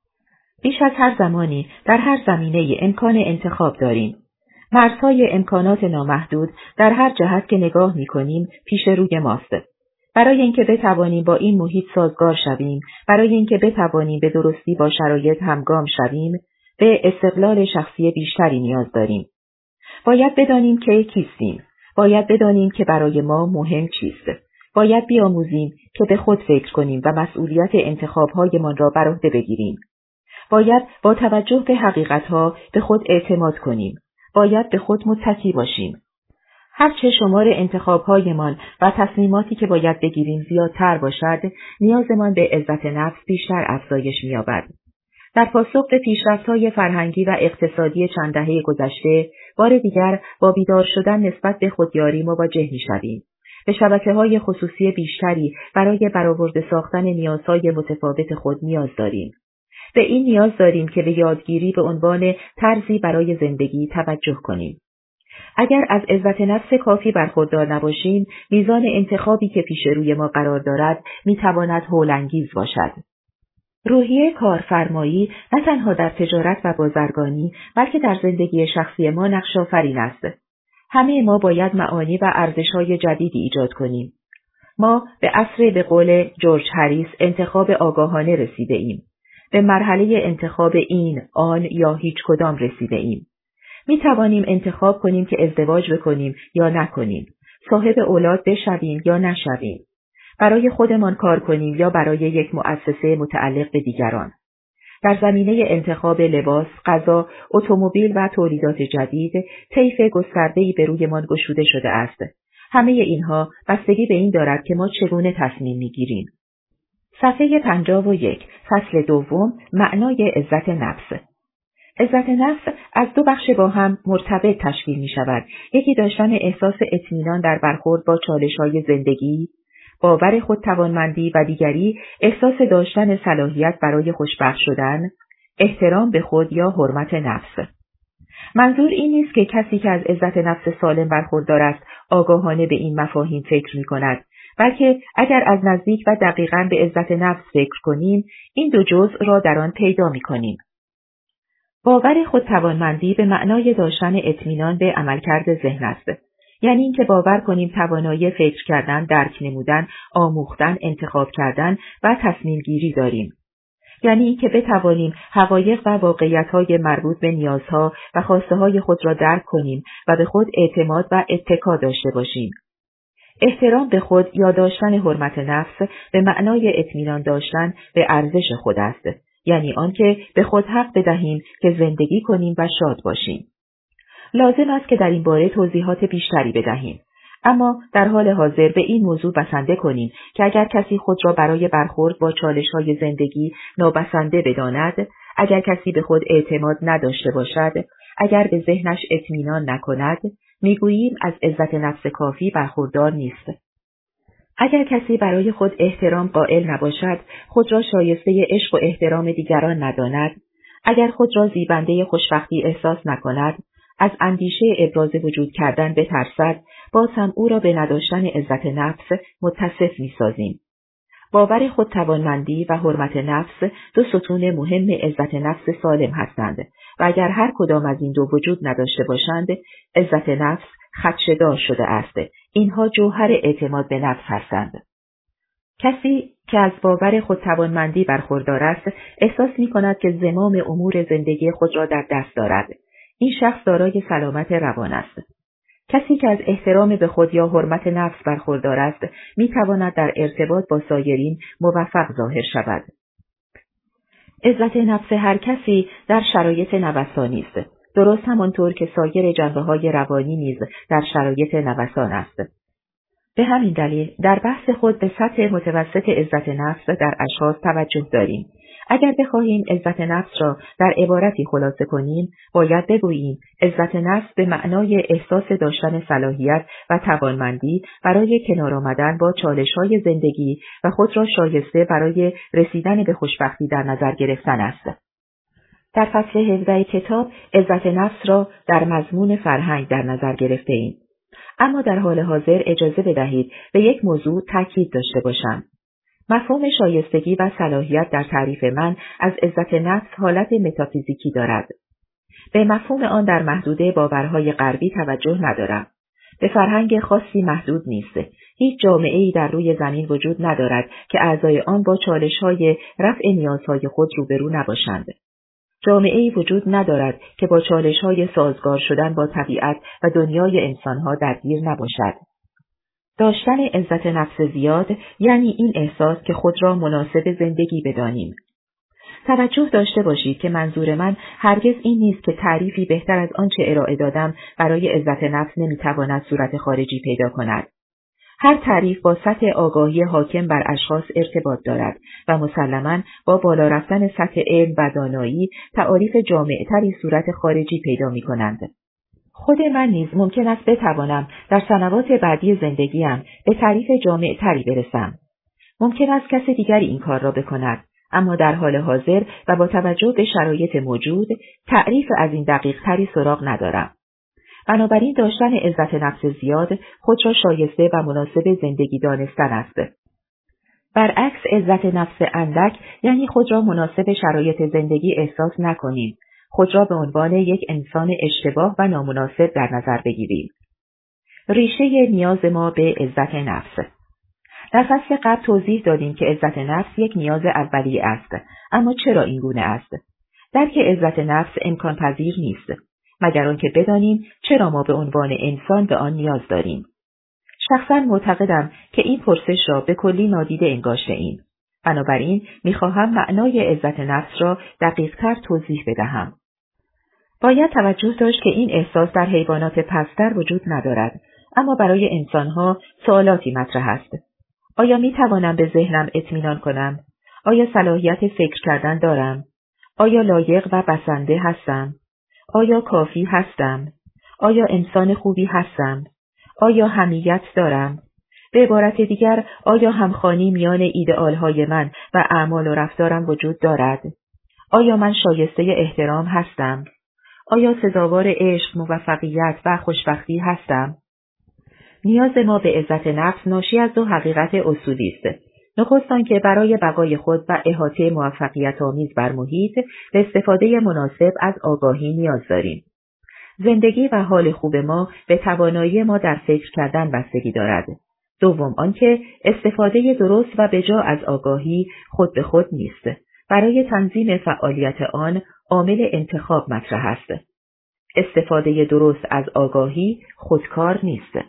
بیش از هر زمانی در هر زمینه امکان انتخاب داریم. مرزهای امکانات نامحدود در هر جهت که نگاه می‌کنیم پیش روی ماست. برای اینکه بتوانیم با این محیط سازگار شویم، برای اینکه بتوانیم به درستی با شرایط همگام شویم، به استقلال شخصی بیشتری نیاز داریم. باید بدانیم که کیستیم. باید بدانیم که برای ما مهم چیست. باید بیاموزیم که به خود فکر کنیم و مسئولیت انتخاب‌هایمان را بر عهده بگیریم. باید با توجه به حقیقت‌ها به خود اعتماد کنیم. باید به خود متکی باشیم. هرچه شمار انتخاب‌هایمان و تصمیماتی که باید بگیریم زیادتر باشد، نیازمان به عزت نفس بیشتر افزایش می‌یابد. در پاسخ به پیشرفت‌های فرهنگی و اقتصادی چند دهه گذشته، بار دیگر با بیدار شدن نسبت به خودیاری مواجه می‌شویم. به شبکه‌های خصوصی بیشتری برای برآورده ساختن نیازهای متفاوت خود نیاز داریم. به این نیاز داریم که به یادگیری به عنوان طرزی برای زندگی توجه کنیم. اگر از عزت نفس کافی برخوردار نباشیم، میزان انتخابی که پیش روی ما قرار دارد میتواند هولانگیز باشد. روحیه کارفرمایی نه تنها در تجارت و بازرگانی، بلکه در زندگی شخصی ما نقش‌آفرین است. همه ما باید معانی و ارزش‌های جدیدی ایجاد کنیم. ما به عصر به قول جورج هریس انتخاب آگاهانه رسیده ایم. به مرحله انتخاب این، آن یا هیچ کدام رسیده ایم. می توانیم انتخاب کنیم که ازدواج بکنیم یا نکنیم، صاحب اولاد بشویم یا نشویم، برای خودمان کار کنیم یا برای یک مؤسسه متعلق به دیگران. در زمینه انتخاب لباس، غذا، اتومبیل و تولیدات جدید، طیف گسترده‌ای به رویمان گشوده شده است. همه اینها بستگی به این دارد که ما چگونه تصمیم می‌گیریم. صفحه 51، فصل دوم، معنای عزت نفس. عزت نفس از دو بخش با هم مرتبط تشکیل می شود. یکی داشتن احساس اطمینان در برخورد با چالش‌های زندگی، باور خودتوانمندی و دیگری احساس داشتن صلاحیت برای خوشبخت شدن، احترام به خود یا حرمت نفس. منظور این نیست که کسی که از عزت نفس سالم برخوردار است آگاهانه به این مفاهیم فکر می کند، بلکه اگر از نزدیک و دقیقاً به عزت نفس فکر کنیم، این دو جزء را در آن پیدا می کنیم. باور خودتوانمندی به معنای داشتن اطمینان به عملکرد ذهن است. یعنی اینکه باور کنیم توانایی فکر کردن، درک نمودن، آموختن، انتخاب کردن و تصمیم گیری داریم. یعنی اینکه بتوانیم حقایق و واقعیت‌های مربوط به نیازها و خواسته‌های خود را درک کنیم و به خود اعتماد و اتکا داشته باشیم. احترام به خود یا داشتن حرمت نفس به معنای اطمینان داشتن به ارزش خود است. یعنی آنکه به خود حق بدهیم که زندگی کنیم و شاد باشیم. لازم است که در این باره توضیحات بیشتری بدهیم. اما در حال حاضر به این موضوع بسنده کنیم که اگر کسی خود را برای برخورد با چالش‌های زندگی نابسنده بداند، اگر کسی به خود اعتماد نداشته باشد، اگر به ذهنش اطمینان نکند، میگوییم از عزت نفس کافی برخوردار نیست. اگر کسی برای خود احترام قائل نباشد، خود را شایسته عشق و احترام دیگران نداند، اگر خود را زیبنده خوشبختی احساس نکند، از اندیشه ابراز وجود کردن بترسد، باز هم او را به نداشتن عزت نفس متصف می‌سازیم. باور خودتوانمندی و حرمت نفس دو ستون مهم عزت نفس سالم هستند و اگر هر کدام از این دو وجود نداشته باشند، عزت نفس خدشه‌دار شده است. اینها جوهر اعتماد به نفس هستند. کسی که از باور خودتوانمندی برخوردار است، احساس می‌کند که زمام امور زندگی خود را در دست دارد. این شخص دارای سلامت روان است. کسی که از احترام به خود یا حرمت نفس برخوردار است، می‌تواند در ارتباط با سایرین موفق ظاهر شود. عزت نفس هر کسی در شرایط نوسانی است. درست همانطور که سایر جنبه‌های روانی نیز در شرایط نوسان است. به همین دلیل در بحث خود به سطح متوسط عزت نفس در اشخاص توجه داریم. اگر بخواهیم عزت نفس را در عبارتی خلاصه کنیم، باید بگوییم عزت نفس به معنای احساس داشتن صلاحیت و توانمندی برای کنار آمدن با چالش‌های زندگی و خود را شایسته برای رسیدن به خوشبختی در نظر گرفتن است. در فصل 17 کتاب عزت نفس را در مضمون فرهنگ در نظر گرفته‌ایم. اما در حال حاضر اجازه بدهید به یک موضوع تاکید داشته باشم. مفهوم شایستگی و صلاحیت در تعریف من از عزت نفس حالت متافیزیکی دارد. به مفهوم آن در محدوده باورهای غربی توجه ندارم. به فرهنگ خاصی محدود نیست. هیچ جامعه‌ای در روی زمین وجود ندارد که اعضای آن با چالش‌های رفع نیازهای خود روبرو نباشند. جامعه‌ای وجود ندارد که با چالش‌های سازگار شدن با طبیعت و دنیای انسان‌ها درگیر نباشد. داشتن عزت نفس زیاد یعنی این احساس که خود را مناسب زندگی بدانیم. توجه داشته باشید که منظور من هرگز این نیست که تعریفی بهتر از آنچه ارائه دادم برای عزت نفس نمی‌تواند صورت خارجی پیدا کند. هر تعریف با سطح آگاهی حاکم بر اشخاص ارتباط دارد و مسلماً با بالا رفتن سطح علم و دانایی تعاریف جامع‌تری صورت خارجی پیدا می‌کنند. خود من نیز ممکن است بتوانم در سنوات بعدی زندگیم به تعریف جامع‌تری برسم. ممکن است کس دیگری این کار را بکند، اما در حال حاضر و با توجه به شرایط موجود تعریف از این دقیق‌تری سراغ ندارم. بنابراین داشتن عزت نفس زیاد خود را شایسته و مناسب زندگی دانستن است. برعکس عزت نفس اندک یعنی خود را مناسب شرایط زندگی احساس نکنیم، خود را به عنوان یک انسان اشتباه و نامناسب در نظر بگیریم. ریشه نیاز ما به عزت نفس. در فصل قبل توضیح دادیم که عزت نفس یک نیاز اولیه است، اما چرا این گونه است؟ درک عزت نفس امکان پذیر نیست، مگر آنکه بدانیم چرا ما به عنوان انسان به آن نیاز داریم. شخصا معتقدم که این پرسش را به کلی نادیده انگاشته‌ایم. بنابراین می‌خواهم معنای عزت نفس را دقیق‌تر توضیح بدهم. باید توجه داشت که این احساس در حیوانات پست‌تر وجود ندارد، اما برای انسان‌ها سوالاتی مطرح است. آیا می‌توانم به ذهنم اطمینان کنم؟ آیا صلاحیت فکر کردن دارم؟ آیا لایق و بسنده هستم؟ آیا کافی هستم؟ آیا انسان خوبی هستم؟ آیا حمیت دارم؟ به عبارت دیگر، آیا همخوانی میان ایدئال‌های من و اعمال و رفتارم وجود دارد؟ آیا من شایسته احترام هستم؟ آیا سزاوار عشق، موفقیت و خوشبختی هستم؟ نیاز ما به عزت نفس ناشی از دو حقیقت اصولی است. نخست آنکه برای بقای خود و احاطه موفقیت آمیز بر محیط به استفاده مناسب از آگاهی نیاز داریم. زندگی و حال خوب ما به توانایی ما در فکر کردن بستگی دارد. دوم آنکه استفاده درست و بجا از آگاهی خود به خود نیست. برای تنظیم فعالیت آن عامل انتخاب مطرح است. استفاده درست از آگاهی خودکار نیست.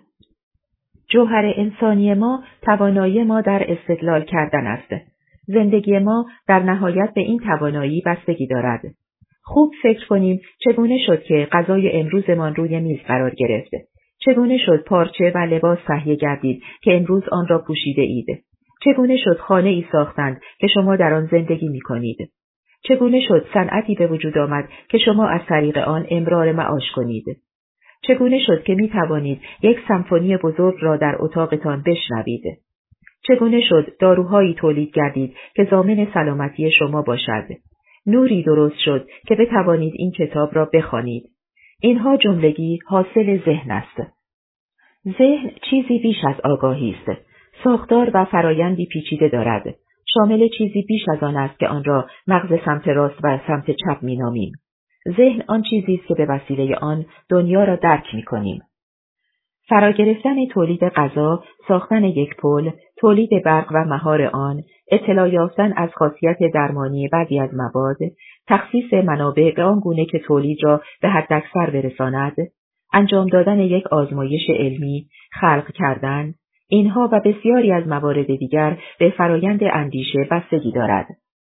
جوهر انسانی ما توانایی ما در استدلال کردن است. زندگی ما در نهایت به این توانایی بستگی دارد. خوب فکر کنیم چگونه شد که غذای امروزمان روی میز قرار گرفت. چگونه شد پارچه و لباس تهیه گردید که امروز آن را پوشیده اید. چگونه شد خانه ای ساختند که شما در آن زندگی می کنید. چگونه شد صنعتی به وجود آمد که شما از طریق آن امرار معاش کنید. چگونه شد که می توانید یک سمفونی بزرگ را در اتاقتان بشنوید. چگونه شد داروهایی تولید گردید که ضامن سلامتی شما باشد. نوری درست شد که بتوانید این کتاب را بخوانید. اینها جملگی حاصل ذهن است. ذهن چیزی بیش از آگاهی است. ساختار و فرایندی پیچیده دارد. شامل چیزی بیش از آن است که آن را مغز سمت راست و سمت چپ می‌نامیم. ذهن آن چیزی است که به وسیله آن دنیا را درک می‌کنیم. فرا گرفتن تولید غذا، ساختن یک پل، تولید برق و مهار آن، اطلاع یافتن از خاصیت درمانی بعضی از مواد، تخصیص منابع به آن گونه که تولید را به حداکثر برساند، انجام دادن یک آزمایش علمی، خلق کردن، اینها و بسیاری از موارد دیگر به فرایند اندیشه بستگی دارد.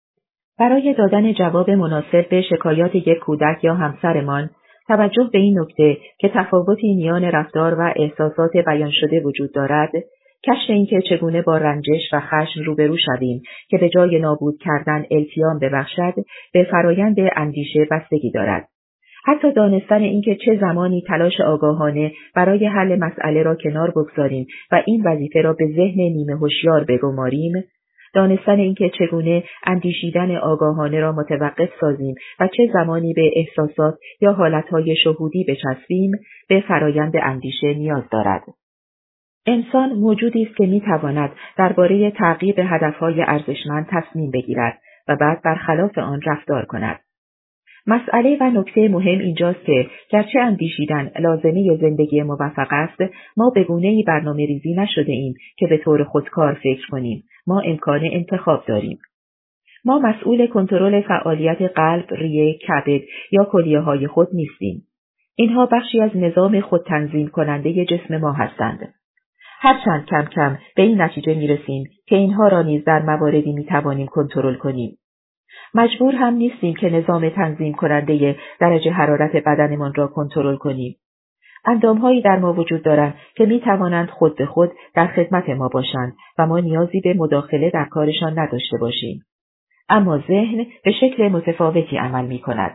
برای دادن جواب مناسب به شکایات یک کودک یا همسرمان، توجه به این نکته که تفاوتی میان رفتار و احساسات بیان شده وجود دارد، کشف اینکه چگونه با رنجش و خشم روبرو شویم که به جای نابود کردن التیام ببخشد، به فرایند اندیشه بستگی دارد. حتی دانستن اینکه چه زمانی تلاش آگاهانه برای حل مسئله را کنار بگذاریم و این وظیفه را به ذهن نیمه هوشیار بگماریم، دانستن اینکه چگونه اندیشیدن آگاهانه را متوقف سازیم و چه زمانی به احساسات یا حالتهای شهودی بچسبیم، به فرایند اندیشه نیاز دارد. انسان موجودی است که میتواند درباره تغییر هدفهای ارزشمند تصمیم بگیرد و بعد برخلاف آن رفتار کند. مسئله و نکته مهم اینجاست که گرچه اندیشیدن لازمه زندگی موفق است، ما به گونه‌ای برنامه‌ریزی نشده ایم که به طور خودکار فکر کنیم. ما امکان انتخاب داریم. ما مسئول کنترل فعالیت قلب، ریه، کبد یا کلیه‌های خود نیستیم. اینها بخشی از نظام خود تنظیم کننده جسم ما هستند. هرچند کم کم به این نتیجه می‌رسیم که اینها را نیز در مواردی می‌توانیم کنترل کنیم. مجبور هم نیستیم که نظام تنظیم کننده درجه حرارت بدنمان را کنترل کنیم. اندامهایی در ما وجود دارند که می توانند خود به خود در خدمت ما باشند و ما نیازی به مداخله در کارشان نداشته باشیم. اما ذهن به شکل متفاوتی عمل می کند.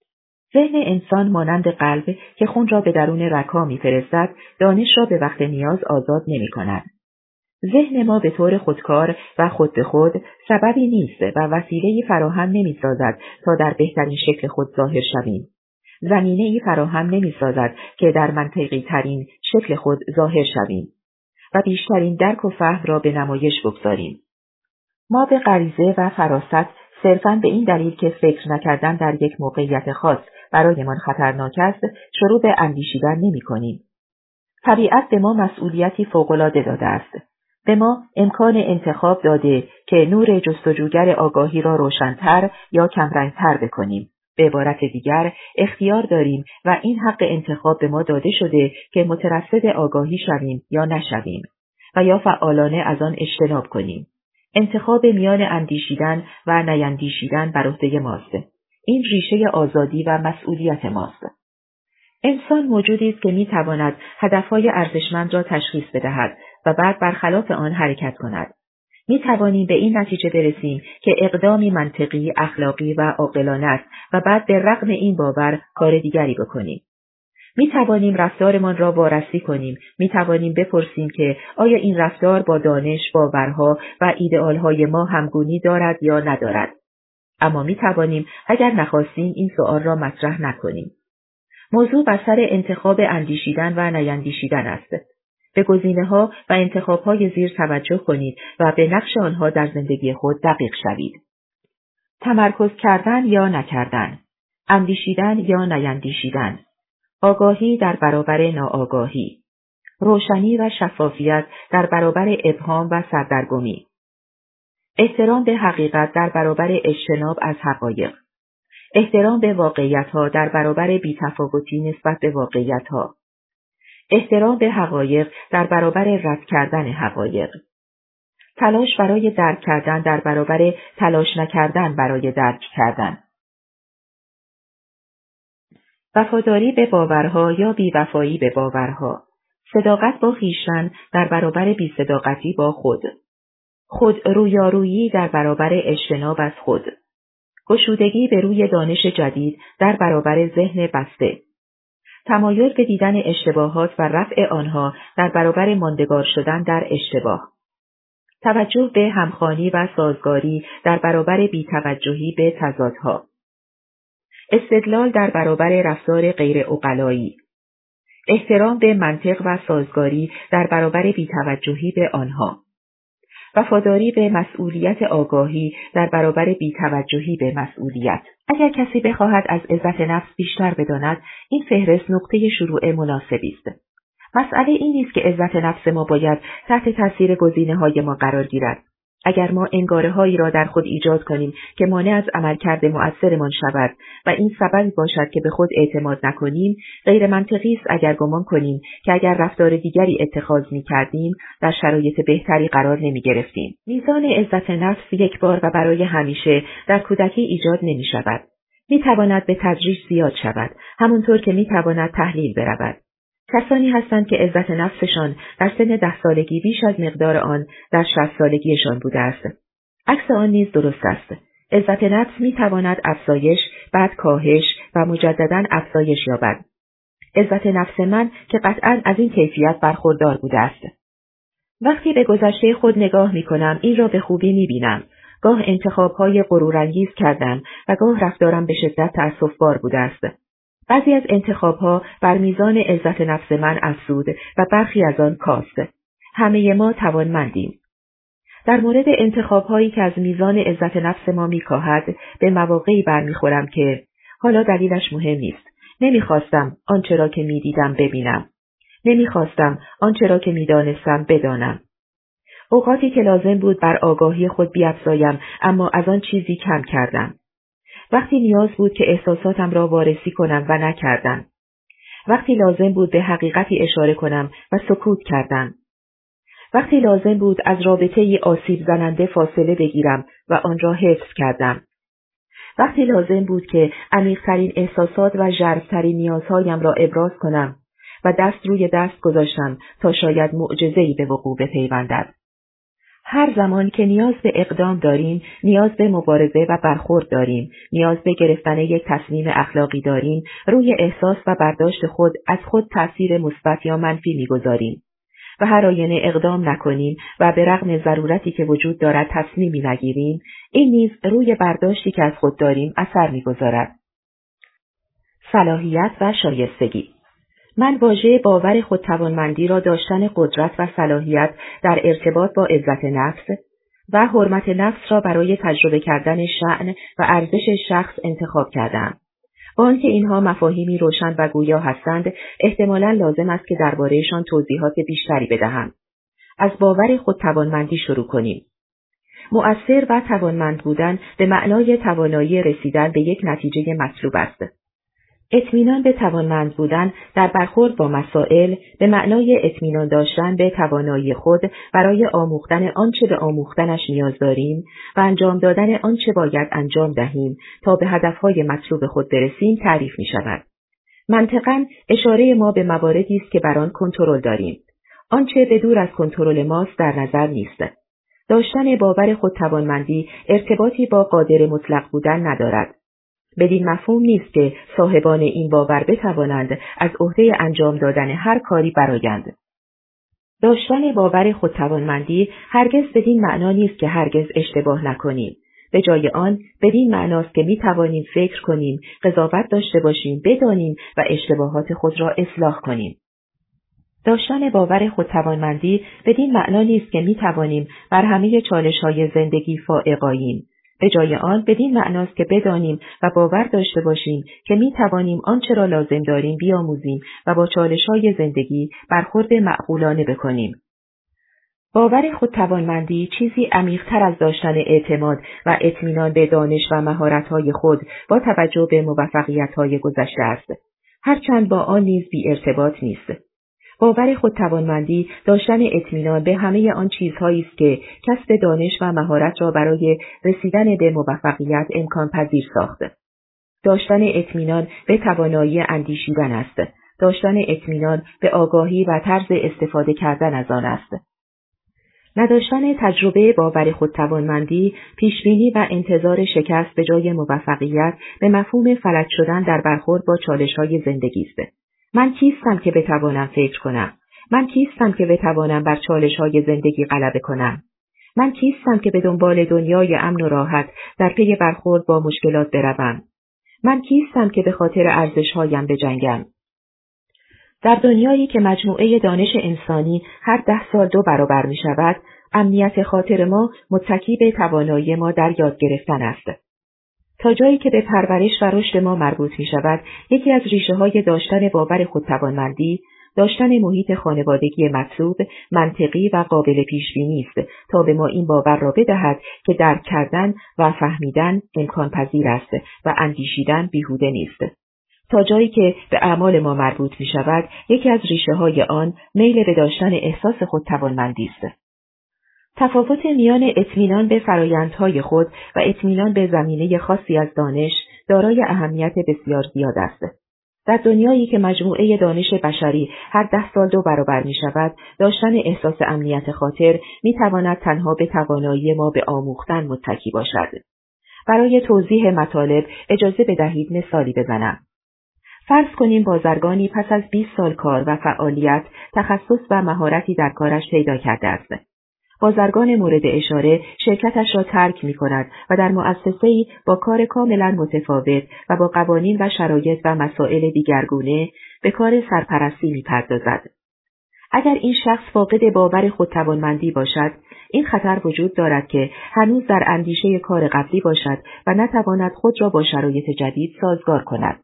ذهن انسان مانند قلب که خون را به درون رگ‌ها می فرستد، دانش را به وقت نیاز آزاد نمی کند. ذهن ما به طور خودکار و خود به خود سببی نیست و وسیله‌ای فراهم نمی‌سازد تا در بهترین شکل خود ظاهر شویم. زمینه‌ای فراهم نمی‌سازد که در منطقی ترین شکل خود ظاهر شویم و بیشترین درک و فهم را به نمایش بگذاریم. ما به غریزه و فراست صرفاً به این دلیل که فکر نکردن در یک موقعیت خاص برایمان خطرناک است، شروع به اندیشیدن نمی‌کنیم. طبیعت به ما مسئولیتی فوق‌العاده داده است. به ما امکان انتخاب داده که نور جستجوگر آگاهی را روشن‌تر یا کمرنگ‌تر بکنیم. به عبارت دیگر، اختیار داریم و این حق انتخاب به ما داده شده که مترصد آگاهی شویم یا نشویم و یا فعالانه از آن اجتناب کنیم. انتخاب میان اندیشیدن و نیندیشیدن بر عهده ماست. این ریشه آزادی و مسئولیت ماست. انسان موجودی است که می‌تواند هدف‌های ارزشمند را تشخیص بدهد و بعد برخلاف آن حرکت کند. می‌توانیم به این نتیجه برسیم که اقدامی منطقی، اخلاقی و عاقلانه است و بعد به رغم این باور کار دیگری بکنیم. می‌توانیم رفتارمان را وارسی کنیم، می‌توانیم بپرسیم که آیا این رفتار با دانش، باورها و ایدئال‌های ما همگونی دارد یا ندارد. اما می‌توانیم اگر نخواستیم این سؤال را مطرح نکنیم. موضوع بر سر انتخاب اندیشیدن و نیندیشیدن است. به گزینه‌ها و انتخاب‌های زیر توجه کنید و به نقش آنها در زندگی خود دقیق شوید. تمرکز کردن یا نکردن، اندیشیدن یا نیندیشیدن، آگاهی در برابر ناآگاهی، روشنی و شفافیت در برابر ابهام و سردرگمی، احترام به حقیقت در برابر اجتناب از حقایق، احترام به واقعیت‌ها در برابر بی‌تفاوتی نسبت به واقعیت‌ها، احترام به حقایق در برابر رد کردن حقایق، تلاش برای درک کردن در برابر تلاش نکردن برای درک کردن، وفاداری به باورها یا بی‌وفایی به باورها، صداقت با خویشتن در برابر بی‌صداقتی با خود رویارویی در برابر اجتناب از خود، گشودگی به روی دانش جدید در برابر ذهن بسته، تمایل به دیدن اشتباهات و رفع آنها در برابر ماندگار شدن در اشتباه، توجه به همخوانی و سازگاری در برابر بی‌توجهی به تضادها، استدلال در برابر رفتار غیر عقلایی، احترام به منطق و سازگاری در برابر بی‌توجهی به آنها. وفاداری به مسئولیت آگاهی در برابر بی‌توجهی به مسئولیت. اگر کسی بخواهد از عزت نفس بیشتر بداند، این فهرست نقطه شروع مناسبی است. مسئله این نیست که عزت نفس ما باید تحت تاثیر گزینه‌های ما قرار گیرد. اگر ما انگاره‌هایی را در خود ایجاد کنیم که مانع از عملکرد مؤثرمان شود و این سبب باشد که به خود اعتماد نکنیم، غیر منطقی است اگر گمان کنیم که اگر رفتار دیگری اتخاذ می‌کردیم، در شرایط بهتری قرار نمی‌گرفتیم. میزان عزت نفس یک بار و برای همیشه در کودکی ایجاد نمی‌شود. می‌تواند به تدریج زیاد شود، همونطور که می‌تواند تحلیل برود. کسانی هستند که عزت نفسشان در سن 10 سالگی بیش از مقدار آن در 60 سالگیشان بوده است. عکس آن نیز درست است. عزت نفس میتواند افزایش، بعد کاهش و مجدداً افزایش یابد. عزت نفس من که قطعاً از این کیفیت برخوردار بوده است. وقتی به گذشته خود نگاه میکنم این را به خوبی میبینم. گاه انتخاب‌های غرورانگیز کردم و گاه رفتارم به شدت تأسف‌بار بوده است. بعضی از انتخاب‌ها بر میزان عزت نفس من افزود و برخی از آن کاست. همه ما توانمندیم. در مورد انتخاب‌هایی که از میزان عزت نفس ما می‌کاهد، به مواقعی برمیخورم که حالا دلیلش مهم نیست. نمی‌خواستم آنچه را که می‌دیدم ببینم. نمی‌خواستم آنچه را که می‌دانستم بدانم. اوقاتی که لازم بود بر آگاهی خود بیفزایم، اما از آن چیزی کم کردم. وقتی نیاز بود که احساساتم را وارسی کنم و نکردم. وقتی لازم بود به حقیقتی اشاره کنم و سکوت کردم. وقتی لازم بود از رابطه‌ای آسیب زننده فاصله بگیرم و آن را حفظ کردم. وقتی لازم بود که عمیق‌ترین احساسات و ژرف‌ترین نیازهایم را ابراز کنم و دست روی دست گذاشتم تا شاید معجزه‌ای به وقوع بپیوندد. هر زمان که نیاز به اقدام داریم، نیاز به مبارزه و برخورد داریم، نیاز به گرفتن یک تصمیم اخلاقی داریم، روی احساس و برداشت خود از خود تأثیر مثبت یا منفی می‌گذاریم و هر آینه اقدام نکنیم و به رغم ضرورتی که وجود دارد تصمیمی نگیریم، این نیز روی برداشتی که از خود داریم اثر می‌گذارد. صلاحیت و شایستگی. من واژه باور خودتوانمندی را داشتن قدرت و صلاحیت در ارتباط با عزت نفس و حرمت نفس را برای تجربه کردن شأن و ارزش شخص انتخاب کردم. با آنکه اینها مفاهیمی روشن و گویا هستند، احتمالاً لازم است که درباره‌شان توضیحات بیشتری بدهم. از باور خودتوانمندی شروع کنیم. مؤثر و توانمند بودن به معنای توانایی رسیدن به یک نتیجه مطلوب است. اطمینان به توانمند بودن در برخورد با مسائل به معنای اطمینان داشتن به توانایی خود برای آموختن آنچه به آموختنش نیاز داریم و انجام دادن آنچه باید انجام دهیم تا به هدفهای مطلوب خود برسیم تعریف می شود. منطقاً اشاره ما به مواردی است که بر آن کنترل داریم. آنچه به دور از کنترل ماست در نظر نیست. داشتن باور خودتوانمندی ارتباطی با قادر مطلق بودن ندارد. بدین مفهوم نیست که صاحبان این باور بتوانند از عهده انجام دادن هر کاری برآیند. داشتن باور خودتوانمندی هرگز بدین معنا نیست که هرگز اشتباه نکنیم. به جای آن بدین معناست که میتوانیم فکر کنیم، قضاوت داشته باشیم، بدانیم و اشتباهات خود را اصلاح کنیم. داشتن باور خودتوانمندی بدین معنا نیست که میتوانیم بر همه چالش‌های زندگی فائق آییم. به جای آن بدین معناست که بدانیم و باور داشته باشیم که می توانیم آنچه را لازم داریم بیاموزیم و با چالش‌های زندگی برخورد معقولانه بکنیم. باور خودتوانمندی چیزی عمیق‌تر از داشتن اعتماد و اطمینان به دانش و مهارت‌های خود با توجه به موفقیت‌های گذشته است. هرچند با آن نیز بی ارتباط نیست. باور خودتوانمندی داشتن اطمینان به همه آن چیزهایی است که کسب دانش و مهارت را برای رسیدن به موفقیت امکان پذیر ساخته. داشتن اطمینان به توانایی اندیشیدن است. داشتن اطمینان به آگاهی و طرز استفاده کردن از آن است. نداشتن تجربه باور خودتوانمندی، پیشبینی و انتظار شکست به جای موفقیت به مفهوم فلج شدن در برخورد با چالش‌های زندگی است. من کیستم که بتوانم فکر کنم؟ من کیستم که بتوانم بر چالش‌های زندگی غلبه کنم؟ من کیستم که به دنبال دنیای امن و راحت در پی برخورد با مشکلات بروم؟ من کیستم که به خاطر ارزش‌هایم بجنگم؟ در دنیایی که مجموعه دانش انسانی هر 10 سال 2 برابر می شود، امنیت خاطر ما متکی به توانایی ما در یاد گرفتن است. تا جایی که به پرورش و رشد ما مربوط می شود، یکی از ریشه‌های داشتن باور خودتوانمندی، داشتن محیط خانوادگی مطلوب، منطقی و قابل پیش‌بینی است تا به ما این باور را بدهد که درک کردن و فهمیدن امکان پذیر است و اندیشیدن بیهوده نیست. تا جایی که به اعمال ما مربوط می شود، یکی از ریشه‌های آن میل به داشتن احساس خودتوانمندی است. تفاوت میان اطمینان به فرایندهای خود و اطمینان به زمینه خاصی از دانش دارای اهمیت بسیار زیاد است. در دنیایی که مجموعه دانش بشری هر 10 سال 2 برابر می شود، داشتن احساس امنیت خاطر می تواند تنها به توانایی ما به آموختن متکی باشد. برای توضیح مطالب اجازه بدهید مثالی بزنم. فرض کنیم بازرگانی پس از 20 سال کار و فعالیت تخصص و مهارتی در کارش پیدا کرده است. بازرگان مورد اشاره شرکتش را ترک می کند و در مؤسسه‌ای با کار کاملا متفاوت و با قوانین و شرایط و مسائل دیگرگونه به کار سرپرستی می پردازد. اگر این شخص فاقد باور خودتوانمندی باشد، این خطر وجود دارد که هنوز در اندیشه کار قبلی باشد و نتواند خود را با شرایط جدید سازگار کند.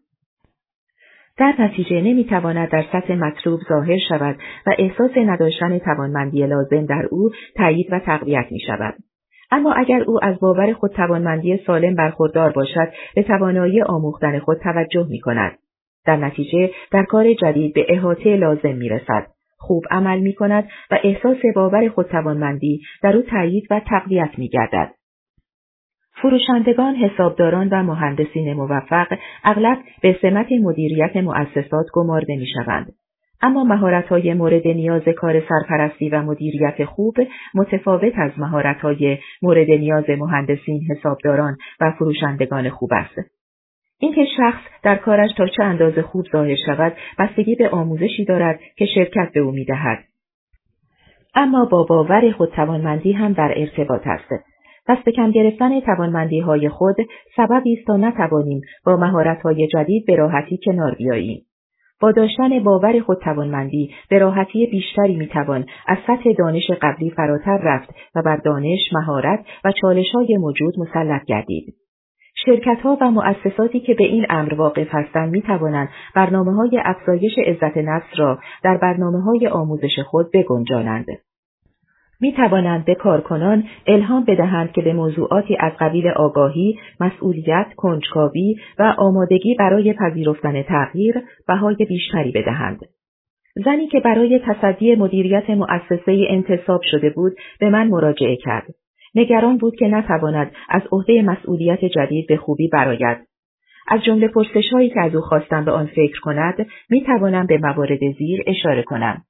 در نتیجه نمیتواند در سطح مطلوب ظاهر شود و احساس نداشتن توانمندی لازم در او تایید و تقویت می شود. اما اگر او از باور خودتوانمندی سالم برخوردار باشد، به توانایی آموختن خود توجه می کند. در نتیجه در کار جدید به احاطه لازم می رسد. خوب عمل می کند و احساس باور خودتوانمندی در او تایید و تقویت می گردد. فروشندگان، حسابداران و مهندسین موفق اغلب به سمت مدیریت مؤسسات گمارده می‌شوند. اما مهارت‌های مورد نیاز کار سرپرستی و مدیریت خوب متفاوت از مهارت‌های مورد نیاز مهندسین، حسابداران و فروشندگان خوب است. اینکه شخص در کارش تا چه اندازه خوب ظاهر شود، بستگی به آموزشی دارد که شرکت به او می‌دهد. اما با باور خودتوانمندی هم در ارتباط است. پس به کم گرفتن توانمندی‌های خود سببی است تا نتوانیم با مهارت‌های جدید به راحتی کنار بیاییم. با داشتن باور خودتوانمندی به راحتی بیشتری می‌توان از سطح دانش قبلی فراتر رفت و بر دانش، مهارت و چالش‌های موجود مسلط گردید. شرکت‌ها و مؤسساتی که به این امر واقف هستند می‌توانند برنامه‌های افزایش عزت نفس را در برنامه‌های آموزش خود بگنجانند. می توانند به کارکنان الهام بدهند که به موضوعاتی از قبیل آگاهی، مسئولیت، کنجکاوی و آمادگی برای پذیرفتن تغییر بهای بیشتری بدهند. زنی که برای تصدی مدیریت مؤسسه انتصاب شده بود به من مراجعه کرد. نگران بود که نتواند از عهده مسئولیت جدید به خوبی برآید. از جمله پرسش‌هایی که از او خواستم به آن فکر کند، می توانم به موارد زیر اشاره کنم.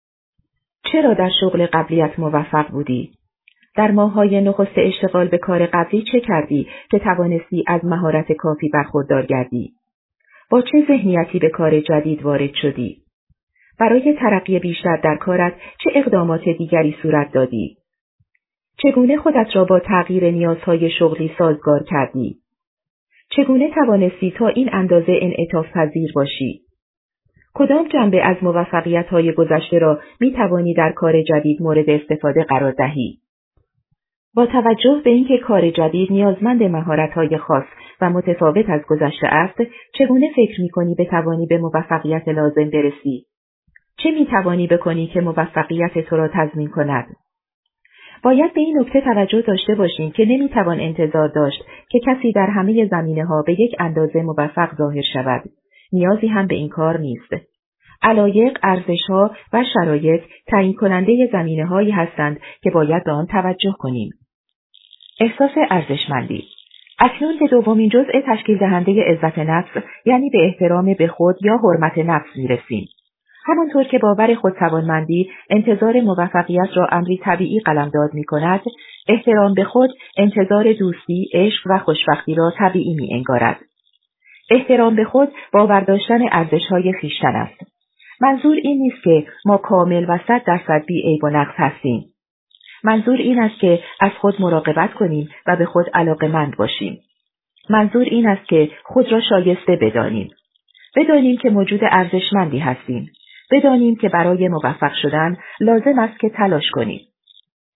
چرا در شغل قبلیت موفق بودی؟ در ماه‌های نخست اشتغال به کار قبلی چه کردی که توانستی از مهارت کافی برخوردار گردی؟ با چه ذهنیتی به کار جدید وارد شدی؟ برای ترقی بیشتر در کارت چه اقدامات دیگری صورت دادی؟ چگونه خودت را با تغییر نیازهای شغلی سازگار کردی؟ چگونه توانستی تا این اندازه انعطاف پذیر باشی؟ کدام جنبه از موفقیت‌های گذشته را می‌توانی در کار جدید مورد استفاده قرار دهی؟ با توجه به اینکه کار جدید نیازمند مهارت‌های خاص و متفاوت از گذشته است، چگونه فکر می‌کنی بتوانی به موفقیت لازم برسی؟ چه می‌توانی بکنی که موفقیت تو را تضمین کند؟ باید به این نکته توجه داشته باشیم که نمی‌توان انتظار داشت که کسی در همه زمینه‌ها به یک اندازه موفق ظاهر شود. نیازی هم به این کار نیست. علایق، ارزش‌ها و شرایط تعیین کننده زمینه‌هایی هستند که باید به آن توجه کنیم. احساس ارزشمندی. اکنون به دومین جزء تشکیل دهنده عزت نفس، یعنی به احترام به خود یا حرمت نفس می‌رسیم. همانطور که باور خودتوانمندی انتظار موفقیت را امری طبیعی قلمداد می‌کند، احترام به خود انتظار دوستی، عشق و خوشبختی را طبیعی می‌انگارد. احترام به خود باور داشتن ارزش‌های خویشتن است. منظور این نیست که ما کامل و 100% بی‌عیب و نقص هستیم. منظور این است که از خود مراقبت کنیم و به خود علاقه‌مند باشیم. منظور این است که خود را شایسته بدانیم. بدانیم که موجود ارزشمندی هستیم. بدانیم که برای موفق شدن لازم است که تلاش کنیم.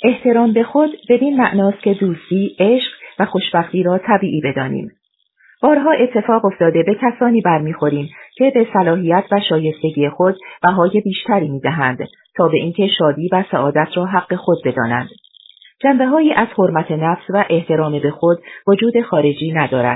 احترام به خود بدین معناست که دوستی، عشق و خوشبختی را طبیعی بدانیم. بارها اتفاق افتاده به کسانی برمیخوریم که به صلاحیت و شایستگی خود بهای بیشتری میدهند تا به اینکه شادی و سعادت را حق خود بدانند. جنبه‌هایی از حرمت نفس و احترام به خود وجود خارجی ندارد.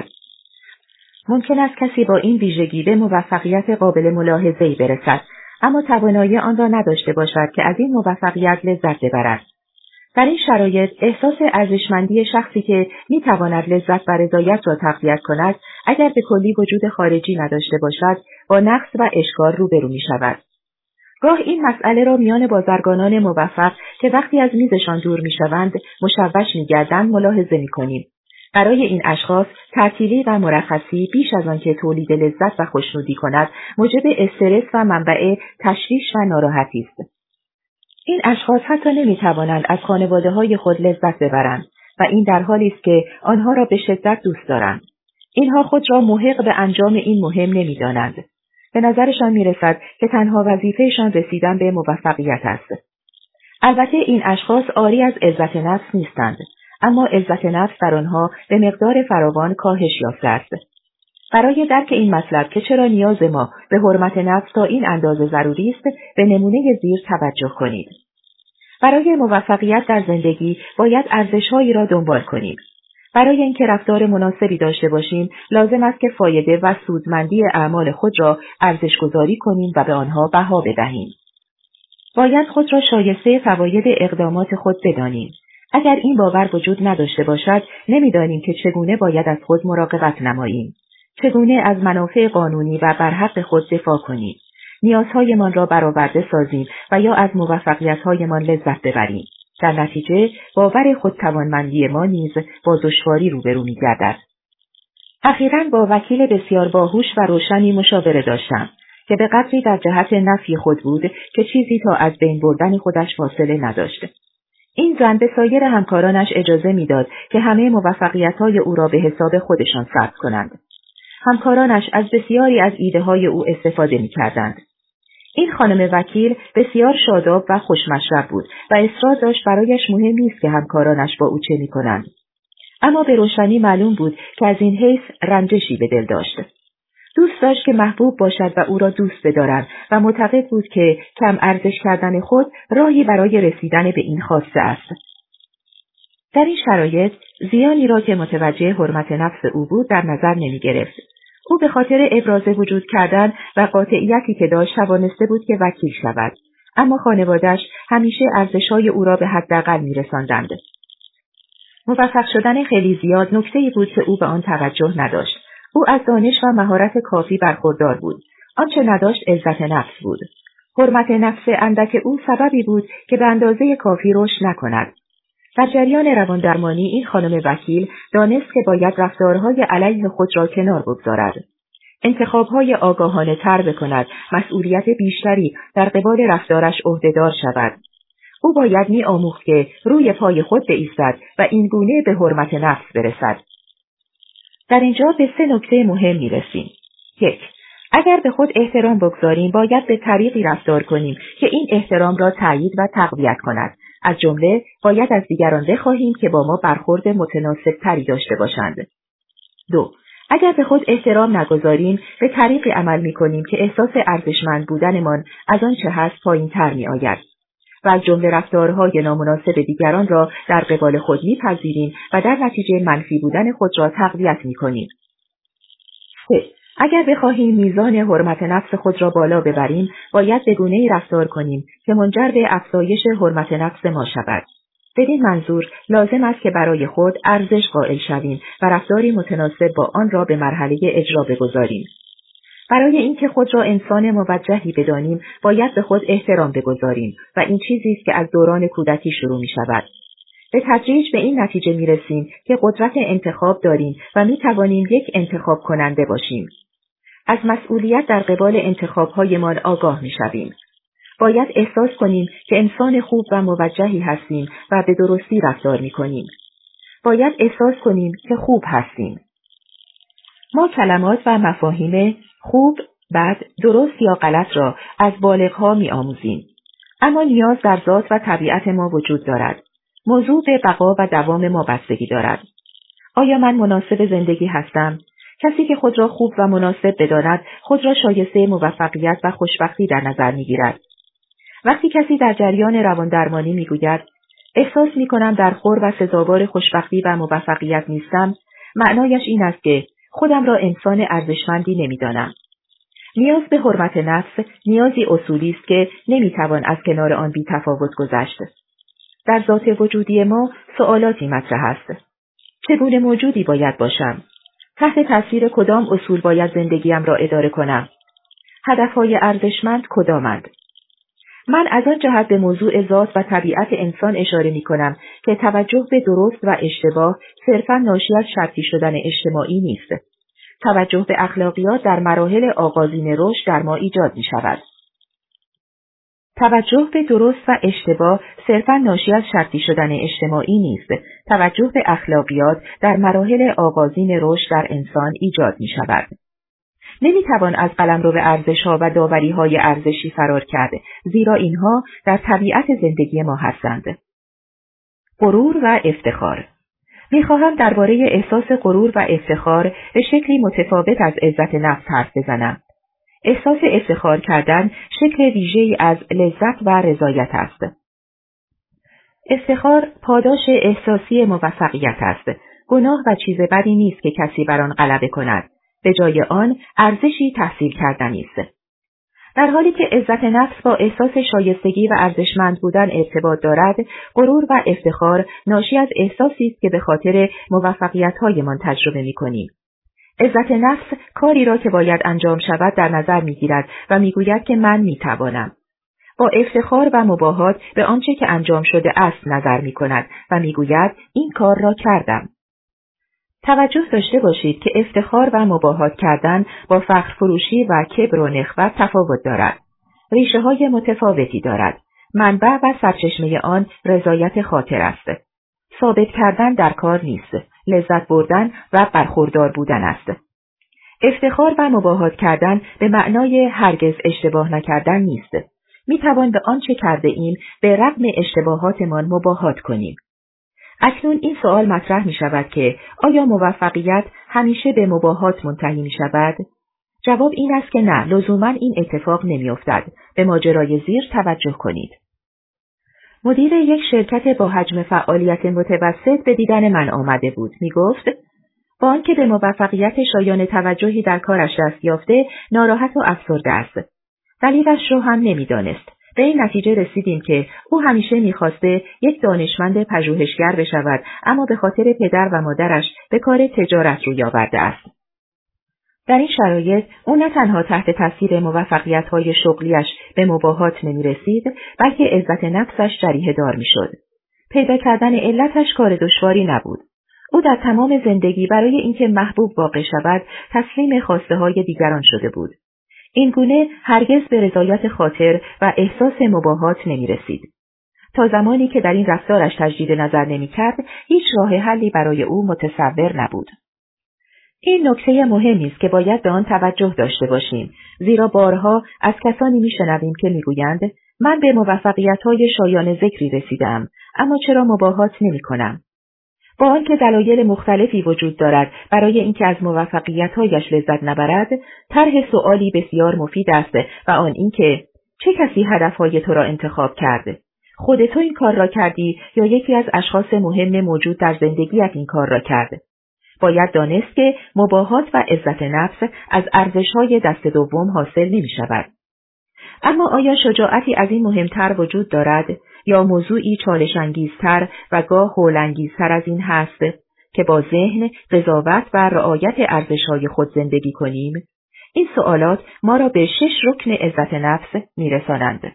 ممکن است کسی با این ویژگی به موفقیت قابل ملاحظه‌ای برسد، اما توانایی آن را نداشته باشد که از این موفقیت لذت ببرد. در این شرایط احساس ارزشمندی شخصی که میتواند لذت و رضایت را تقویت کند، اگر به کلی وجود خارجی نداشته باشد، با نقص و اشکال روبرو می‌شود. گاه این مسئله را میان بازرگانان موفق که وقتی از میزشان دور میشوند مشوش میگردند ملاحظه میکنیم. برای این اشخاص تعطیلی و مرخصی بیش از آنکه تولید لذت و خوشنودی کند موجب استرس و منبع تشویش و ناراحتی است. این اشخاص حتی نمیتوانند از خانواده‌های خود لذت ببرند و این در حالی است که آنها را به شدت دوست دارند. اینها خود را محق به انجام این مهم نمیدانند. به نظرشان میرسد که تنها وظیفهشان رسیدن به موفقیت است. البته این اشخاص عاری از عزت نفس نیستند، اما عزت نفس در آنها به مقدار فراوان کاهش یافته است. برای درک این مطلب که چرا نیاز ما به حرمت نفس تا این اندازه ضروری است، به نمونه زیر توجه کنید. برای موفقیت در زندگی باید ارزش‌هایی را دنبال کنیم. برای اینکه رفتار مناسبی داشته باشیم، لازم است که فایده و سودمندی اعمال خود را ارزش‌گذاری کنیم و به آنها بها بدهیم. باید خود را شایسته فواید اقدامات خود بدانیم. اگر این باور وجود نداشته باشد، نمی‌دانیم که چگونه باید از خود مراقبت نماییم. چگونه از منافع قانونی و برحق خود دفاع کنیم. نیازهایمان را برآورده سازیم و یا از موفقیت‌هایمان لذت ببریم. در نتیجه باور خودتوانمندی ما نیز با دشواری روبرو می‌گردد. اخیراً با وکیل بسیار باهوش و روشنی مشاوره داشتم که به قدری در جهت نفی خود بود که چیزی تا از بین بردن خودش فاصله نداشت. این زن به سایر همکارانش اجازه می‌داد که همه موفقیت‌های او را به حساب خودشان صرف کنند. همکارانش از بسیاری از ایده‌های او استفاده می‌کردند. این خانم وکیل بسیار شاداب و خوشمشرب بود و اصرار داشت برایش مهم نیست که همکارانش با او چه می‌کنند. اما به روشنی معلوم بود که از این حیث رنجشی به دل داشت. دوست داشت که محبوب باشد و او را دوست بدارند و معتقد بود که کم ارزش کردن خود راهی برای رسیدن به این خواسته است. در این شرایط زیانی را که متوجه حرمت نفس او بود در نظر نمی گرفت. او به خاطر ابراز وجود کردن و قاطعیتی که داشت توانسته بود که وکیل شود، اما خانواده‌اش همیشه ارزش‌های او را به حداقل می‌رساندند. موفق شدن خیلی زیاد نکته‌ای بود که او به آن توجه نداشت. او از دانش و مهارت کافی برخوردار بود. آنچه نداشت عزت نفس بود. حرمت نفس اندک او سببی بود که به اندازه کافی رشد نکند. در جریان رواندرمانی این خانم وکیل دانست که باید رفتارهای علیه خود را کنار بگذارد. انتخابهای آگاهانه تر بکند، مسئولیت بیشتری در قبال رفتارش عهده‌دار شود. او باید می‌آموخت که روی پای خود بایستد و این گونه به حرمت نفس برسد. در اینجا به 3 نکته مهم می‌رسیم. 1. اگر به خود احترام بگذاریم باید به طریقی رفتار کنیم که این احترام را تأیید و تقویت کند. از جمله باید از دیگران بخواهیم که با ما برخورد متناسب تری داشته باشند. 2. اگر به خود احترام نگذاریم به طریقی عمل می‌کنیم که احساس ارزشمند بودنمان از آنچه هست پایین‌تر می‌آید و از جمله رفتارهای نامناسب دیگران را در قبال خود می‌پذیریم و در نتیجه منفی بودن خود را تقویت می‌کنیم. 3. اگر بخواهیم میزان حرمت نفس خود را بالا ببریم، باید به گونه‌ای رفتار کنیم که منجر به افزایش حرمت نفس ما شود. بدین منظور لازم است که برای خود ارزش قائل شویم و رفتاری متناسب با آن را به مرحله اجرا بگذاریم. برای اینکه خود را انسان موجهی بدانیم، باید به خود احترام بگذاریم و این چیزی است که از دوران کودکی شروع می‌شود. به تدریج به این نتیجه می‌رسیم که قدرت انتخاب داریم و می‌توانیم یک انتخاب کننده باشیم. از مسئولیت در قبال انتخاب‌هایمان آگاه می‌شویم. باید احساس کنیم که انسان خوب و موجهی هستیم و به درستی رفتار می‌کنیم. باید احساس کنیم که خوب هستیم. ما کلمات و مفاهیم خوب، بد، درست یا غلط را از بالغ‌ها می‌آموزیم. اما نیاز در ذات و طبیعت ما وجود دارد. موضوع به بقا و دوام ما بستگی دارد. آیا من مناسب زندگی هستم؟ کسی که خود را خوب و مناسب بداند، خود را شایسته موفقیت و خوشبختی در نظر می‌گیرد. وقتی کسی در جریان رواندرمانی می‌گوید احساس می‌کنم در خور و سزاوار خوشبختی و موفقیت نیستم، معنایش این است که خودم را انسان ارزشمندی نمی‌دانم. نیاز به حرمت نفس نیازی اصولی است که نمی‌توان از کنار آن بی‌تفاوت گذشت. در ذات وجودی ما سوالاتی مطرح است. چگونه موجودی باید باشم؟ تحت تاثیر کدام اصول باید زندگیم را اداره کنم؟ هدفهای ارزشمند کدامند؟ من از آن جهت به موضوع ذات و طبیعت انسان اشاره می کنم که توجه به درست و اشتباه صرفاً ناشی از شرطی شدن اجتماعی نیست. توجه به اخلاقیات در مراحل آغازین رشد در ما ایجاد می شود. توجه به درست و اشتباه صرفاً ناشی از شرطی شدن اجتماعی نیست. توجه به اخلاقیات در مراحل آغازین رشد در انسان ایجاد می شود. نمیتوان از قلمرو ارزش‌ها و داوری‌های ارزشی فرار کرد، زیرا اینها در طبیعت زندگی ما هستند. غرور و افتخار. می‌خواهم درباره احساس غرور و افتخار به شکلی متفاوت از عزت نفس حرف بزنم. احساس افتخار کردن شکل ویژه‌ای از لذت و رضایت است. افتخار پاداش احساسی موفقیت است. گناه و چیز بدی نیست که کسی بر آن غلبه کند. به جای آن ارزشی تحصیل کردنی است. در حالی که عزت نفس با احساس شایستگی و ارزشمند بودن ارتباط دارد، غرور و افتخار ناشی از احساسی است که به خاطر موفقیت‌هایمان تجربه می‌کنیم. عزت نفس کاری را که باید انجام شود در نظر می‌گیرد و می‌گوید که من می‌توانم. با افتخار و مباهات به آنچه که انجام شده است نظر می‌کند و می‌گوید این کار را کردم. توجه داشته باشید که افتخار و مباهات کردن با فخر فروشی و کبر و نخوت تفاوت دارد. ریشه های متفاوتی دارد. منبع و سرچشمه آن رضایت خاطر است. ثابت کردن در کار نیست. لذت بردن و برخوردار بودن است. افتخار و مباهات کردن به معنای هرگز اشتباه نکردن نیست. میتوان به آنچه کرده ایم به رغم اشتباهاتمان مباهات کنیم. اکنون این سوال مطرح می شود که آیا موفقیت همیشه به مباهات منتهی می شود؟ جواب این است که نه، لزوما این اتفاق نمی افتد. به ماجرای زیر توجه کنید. مدیر یک شرکت با حجم فعالیت متوسط به دیدن من آمده بود. می گفت با آنکه به موفقیت شایان توجهی در کارش دست یافته، ناراحت و افسرده است. دلیلش رو هم نمی دانست. به این نتیجه رسیدیم که او همیشه می‌خواسته یک دانشمند پژوهشگر بشود، اما به خاطر پدر و مادرش به کار تجارت روی آورده است. در این شرایط او نه تنها تحت تاثیر موفقیت‌های شغلیش به مباهات نمی‌رسید، بلکه عزت نفسش جریحه دار می‌شد. پیدا کردن علتش کار دشواری نبود. او در تمام زندگی برای اینکه محبوب واقع شود، تسلیم خواسته‌های دیگران شده بود. این گونه هرگز به رضایت خاطر و احساس مباهات نمی رسید. تا زمانی که در این رفتارش تجدید نظر نمی کرد، هیچ راه حلی برای او متصور نبود. این نکته مهمی است که باید به آن توجه داشته باشیم، زیرا بارها از کسانی می شنویم که می گویند من به موفقیت‌های شایان ذکری رسیدم، اما چرا مباهات نمی کنم؟ با آنکه دلایل مختلفی وجود دارد برای اینکه از موفقیت‌هایش لذت نبرد، طرح سؤالی بسیار مفید است و آن اینکه چه کسی هدفهای تو را انتخاب کرده؟ خود تو این کار را کردی یا یکی از اشخاص مهم موجود در زندگیت این کار را کرده؟ باید دانست که مباهات و عزت نفس از ارزش‌های دست دوم حاصل نمی‌شود. اما آیا شجاعتی از این مهمتر وجود دارد یا موضوعی چالش انگیزتر و گاه هول انگیزتر از این هست که با ذهن، قضاوت و رعایت ارزش‌های خود زندگی کنیم؟ این سوالات ما را به 6 رکن عزت نفس می‌رسانند.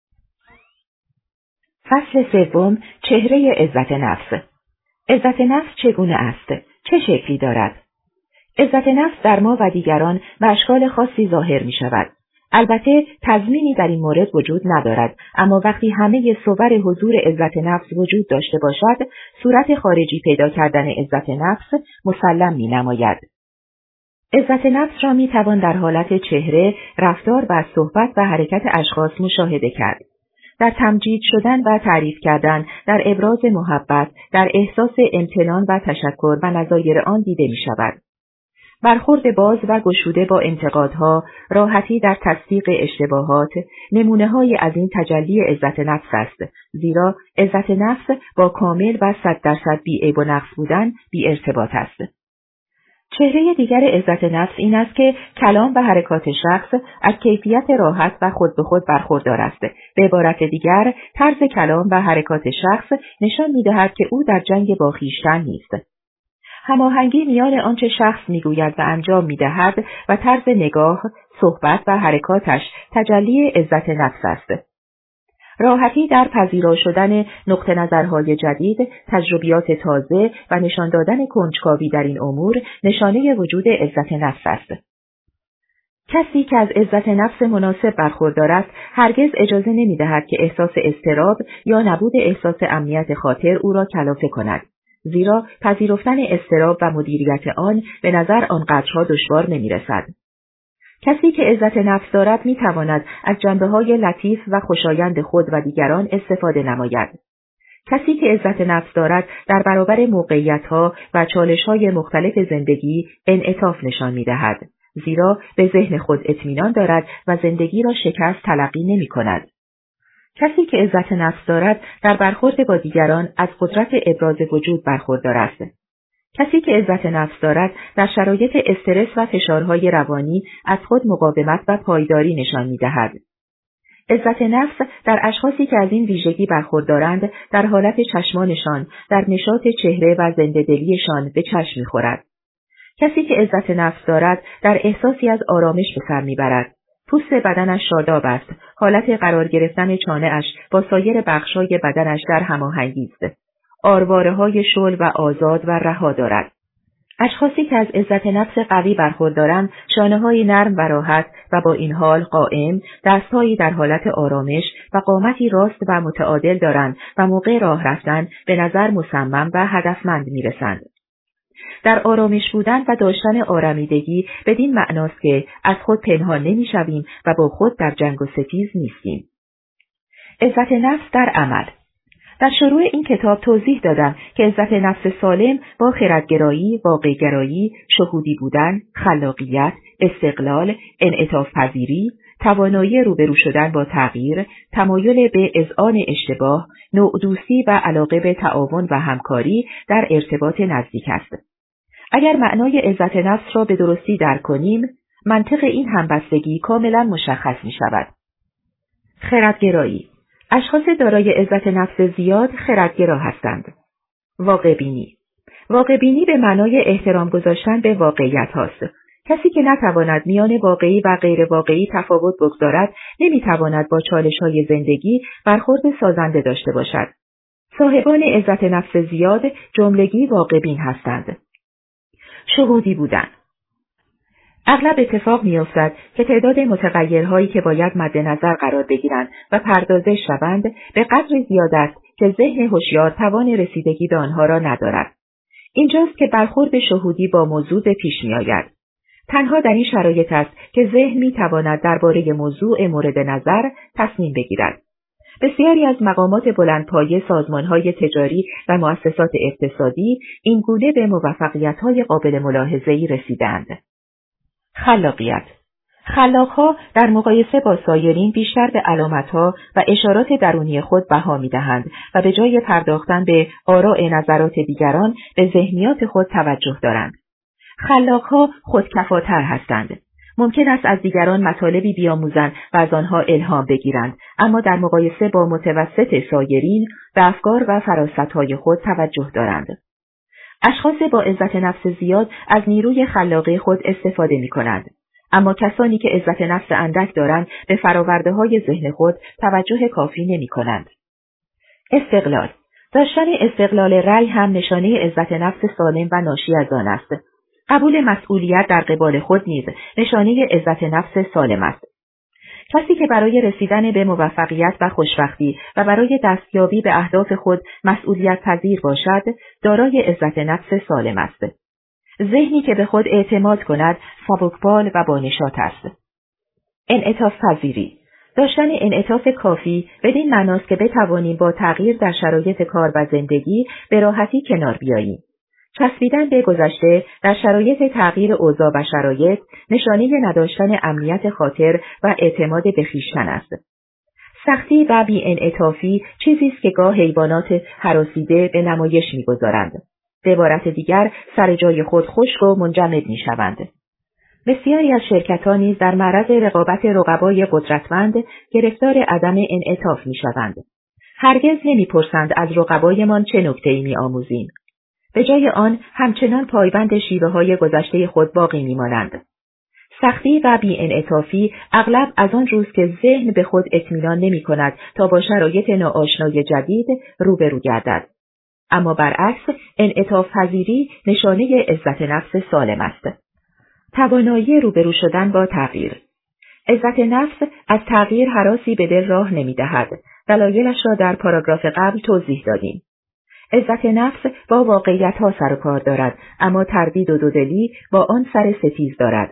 فصل سوم، چهره عزت نفس. عزت نفس چگونه است؟ چه شکلی دارد؟ عزت نفس در ما و دیگران به اشکال خاصی ظاهر می‌شود. البته تضمینی در این مورد وجود ندارد، اما وقتی همه صور حضور عزت نفس وجود داشته باشد، صورت خارجی پیدا کردن عزت نفس مسلم می‌نماید. عزت نفس را می‌توان در حالت چهره، رفتار و صحبت و حرکت اشخاص مشاهده کرد. در تمجید شدن و تعریف کردن، در ابراز محبت، در احساس امتنان و تشکر و نظایر آن دیده می شود. برخورد باز و گشوده با انتقادها، راحتی در تصدیق اشتباهات، نمونه‌هایی از این تجلی عزت نفس است، زیرا عزت نفس با کامل و 100% بی‌عیب و نقص بودن بی ارتباط است. چهره دیگر عزت نفس این است که کلام و حرکات شخص از کیفیت راحت و خود به خود برخوردار است. به عبارت دیگر، طرز کلام و حرکات شخص نشان می‌دهد که او در جنگ با خویشتن نیست. هماهنگی میان آنچه شخص میگوید و انجام میدهد و طرز نگاه، صحبت و حرکاتش تجلی عزت نفس است. راحتی در پذیرا شدن نقطه نظرهای جدید، تجربیات تازه و نشان دادن کنجکاوی در این امور نشانه وجود عزت نفس است. کسی که از عزت نفس مناسب برخوردار است، هرگز اجازه نمی‌دهد که احساس اضطراب یا نبود احساس امنیت خاطر او را کلافه کند. زیرا پذیرفتن اضطراب و مدیریت آن به نظر آنقدرها دشوار نمی‌رسد. کسی که عزت نفس دارد می‌تواند از جنبه‌های لطیف و خوشایند خود و دیگران استفاده نماید. کسی که عزت نفس دارد در برابر موقعیت‌ها و چالش‌های مختلف زندگی انعطاف نشان می‌دهد، زیرا به ذهن خود اطمینان دارد و زندگی را شکست تلقی نمی‌کند. کسی که عزت نفس دارد در برخورد با دیگران از قدرت ابراز وجود برخوردار است. کسی که عزت نفس دارد در شرایط استرس و فشارهای روانی از خود مقاومت و پایداری نشان می‌دهد. عزت نفس در اشخاصی که از این ویژگی برخوردارند در حالت چشمانشان، در نشاط چهره و زنده‌دلیشان به چشم می‌خورد. کسی که عزت نفس دارد در احساسی از آرامش به سر می‌برد. پوست بدنش شاداب است، حالت قرار گرفتن چانه‌اش با سایر بخش‌های بدنش در هماهنگی است. آرواره‌های شل و آزاد و رها دارد. اشخاصی که از عزت نفس قوی برخوردارند، شانه‌های نرم و راحت و با این حال قائم، دست‌هایی در حالت آرامش و قامتی راست و متعادل دارند و موقع راه رفتن به نظر مصمم و هدفمند می‌رسند. در آرامش بودن و داشتن آرامیدگی بدین معناست که از خود پنهان نمی‌شویم و با خود در جنگ و ستیز نیستیم. عزت نفس در عمل. در شروع این کتاب توضیح دادم که عزت نفس سالم با خردگرایی، واقع‌گرایی، شهودی بودن، خلاقیت، استقلال، انعطاف پذیری، توانایی روبرو شدن با تغییر، تمایل به اذعان اشتباه، نوع‌دوستی و علاقه به تعاون و همکاری در ارتباط نزدیک است. اگر معنای عزت نفس را به درستی درک کنیم، منطق این همبستگی کاملا مشخص می شود. خردگرایی. اشخاص دارای عزت نفس زیاد خردگرا هستند. واقع‌بینی. واقع‌بینی به معنای احترام گذاشتن به واقعیت هاست. کسی که نتواند میان واقعی و غیر واقعی تفاوت بگذارد، نمیتواند با چالش‌های زندگی برخورد سازنده داشته باشد. صاحبان عزت نفس زیاد جملگی واقع‌بین هستند. شهودی بودن. اغلب اتفاق می‌افتد که تعداد متغیرهایی که باید مد نظر قرار بگیرند و پردازش شوند به قدر زیاد است که ذهن هوشیار توان رسیدگی به آنها را ندارد. اینجاست که برخورد شهودی با موضوع به پیش می‌آید. تنها در این شرایط است که ذهن می‌تواند درباره موضوع مورد نظر تصمیم بگیرد. بسیاری از مقامات بلندپایه، سازمان‌های تجاری و مؤسسات اقتصادی این گونه به موفقیت‌های قابل ملاحظه‌ای رسیدند. خلاقیت. خلاق‌ها در مقایسه با سایرین بیشتر به علامت‌ها و اشارات درونی خود بها می‌دهند و به جای پرداختن به آراء نظرات دیگران به ذهنیات خود توجه دارند. خلاق‌ها خودکفاتر هستند. ممکن است از دیگران مطالبی بیاموزند و از آنها الهام بگیرند، اما در مقایسه با متوسط سایرین به افکار و فراست‌های خود توجه دارند. اشخاص با عزت نفس زیاد از نیروی خلاقی خود استفاده می‌کنند، اما کسانی که عزت نفس اندک دارند به فرآورده‌های ذهن خود توجه کافی نمی‌کنند. استقلال. داشتن استقلال رأی هم نشانه عزت نفس سالم و ناشی از آن است. قبول مسئولیت در قبال خود نیز نشانه عزت نفس سالم است. کسی که برای رسیدن به موفقیت و خوشبختی و برای دستیابی به اهداف خود مسئولیت پذیر باشد، دارای عزت نفس سالم است. ذهنی که به خود اعتماد کند، سبکبال و بانشاط است. انعطاف پذیری. داشتن انعطاف کافی بدین معناست که بتوانیم با تغییر در شرایط کار و زندگی به راحتی کنار بیاییم. چسبیدن به گذشته در شرایط تغییر اوضاع و شرایط نشانه نداشتن امنیت خاطر و اعتماد به خویشتن است. سختی و بی‌انعطافی چیزی است که گاه حیوانات هراسیده به نمایش می‌گذارند. به عبارت دیگر سر جای خود خشک و منجمد می‌شوند. بسیاری از شرکت‌ها نیز در معرض رقابت رقبای قدرتمند گرفتار عدم انعطاف می‌شوند. هرگز نمی‌پرسند از رقبایمان چه نکته‌ای می‌آموزیم. به جای آن همچنان پایبند شیوه‌های گذشته خود باقی می‌مانند. سختی و بی‌انعطافی اغلب از آن روز که ذهن به خود اطمینان نمی‌کند تا با شرایط ناآشنای جدید روبرو گردد. اما برعکس انعطاف پذیری نشانه عزت نفس سالم است. توانایی روبرو شدن با تغییر. عزت نفس از تغییر هراسی به دل راه نمی‌دهد. دلایلش را در پاراگراف قبل توضیح دادیم. عزت نفس با واقعیت‌ها سر و کار دارد، اما تردید و دودلی با آن سر ستیز دارد.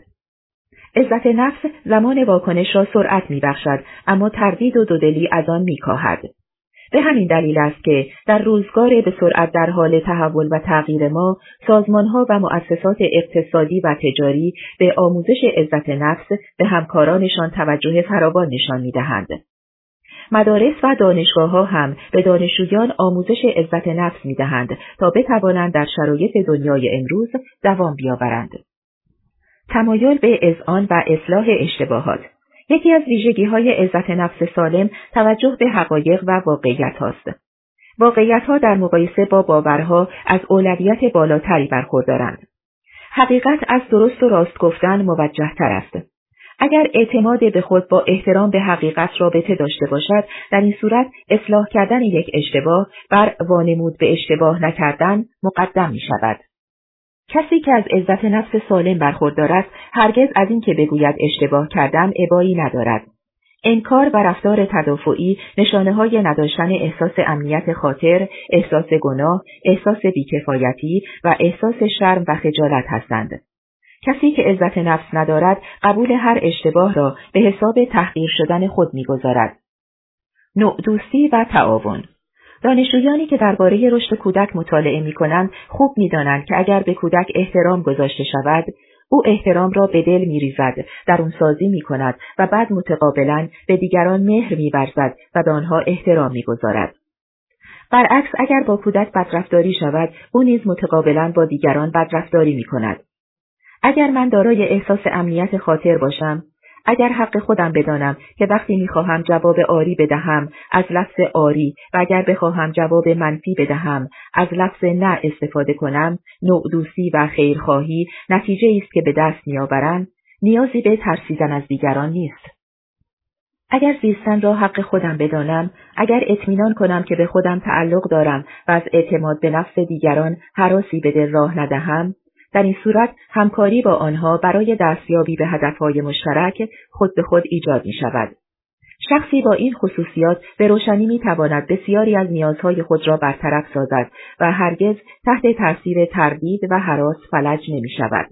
عزت نفس زمان واکنش را سرعت می‌بخشد، اما تردید و دودلی از آن می‌کاهد. به همین دلیل است که در روزگار به سرعت در حال تحول و تغییر ما، سازمان‌ها و مؤسسات اقتصادی و تجاری به آموزش عزت نفس به همکارانشان توجه فراوان نشان می‌دهند. مدارس و دانشگاه‌ها هم به دانشجویان آموزش عزت نفس می‌دهند تا بتوانند در شرایط دنیای امروز دوام بیاورند. تمایل به اذعان و اصلاح اشتباهات. یکی از ویژگی‌های عزت نفس سالم توجه به حقایق و واقعیت هاست. واقعیت‌ها در مقایسه با باورها از اولویت بالاتری برخوردارند. حقیقت از درست و راست گفتن موجه‌تر است. اگر اعتماد به خود با احترام به حقیقت رابطه داشته باشد، در این صورت اصلاح کردن یک اشتباه بر وانمود به اشتباه نکردن مقدم می شود. کسی که از عزت نفس سالم برخوردار است، هرگز از این که بگوید اشتباه کردم ابایی ندارد. انکار و رفتار تدافعی نشانه‌های نداشتن احساس امنیت خاطر، احساس گناه، احساس بی‌کفایتی و احساس شرم و خجالت هستند. کسی که عزت نفس ندارد، قبول هر اشتباه را به حساب تحقیر شدن خود می‌گذارد. نوع دوستی و تعاون. دانشجویانی که درباره رشد کودک مطالعه می‌کنند، خوب می‌دانند که اگر به کودک احترام گذاشته شود، او احترام را به دل می‌ریزد، درونسازی می‌کند و بعد متقابلاً به دیگران مهر می‌ورزد و به آنها احترام می‌گذارد. برعکس اگر با کودک بدرفتاری شود، او نیز متقابلاً با دیگران بدرفتاری می‌کند. اگر من دارای احساس امنیت خاطر باشم، اگر حق خودم بدانم که وقتی میخواهم جواب آری بدهم از لفظ آری و اگر بخواهم جواب منفی بدهم از لفظ نه استفاده کنم، نوع دوستی و خیرخواهی نتیجه است که به دست میآورند، نیازی به ترسیدن از دیگران نیست. اگر زیستن را حق خودم بدانم، اگر اطمینان کنم که به خودم تعلق دارم و از اعتماد به نفس دیگران هراسی به دل راه ندهم، در این صورت همکاری با آنها برای دستیابی به هدفهای مشترک خود به خود ایجاد می شود. شخصی با این خصوصیات به روشنی می تواند بسیاری از نیازهای خود را برطرف سازد و هرگز تحت تاثیر تردید و هراس فلج نمی شود.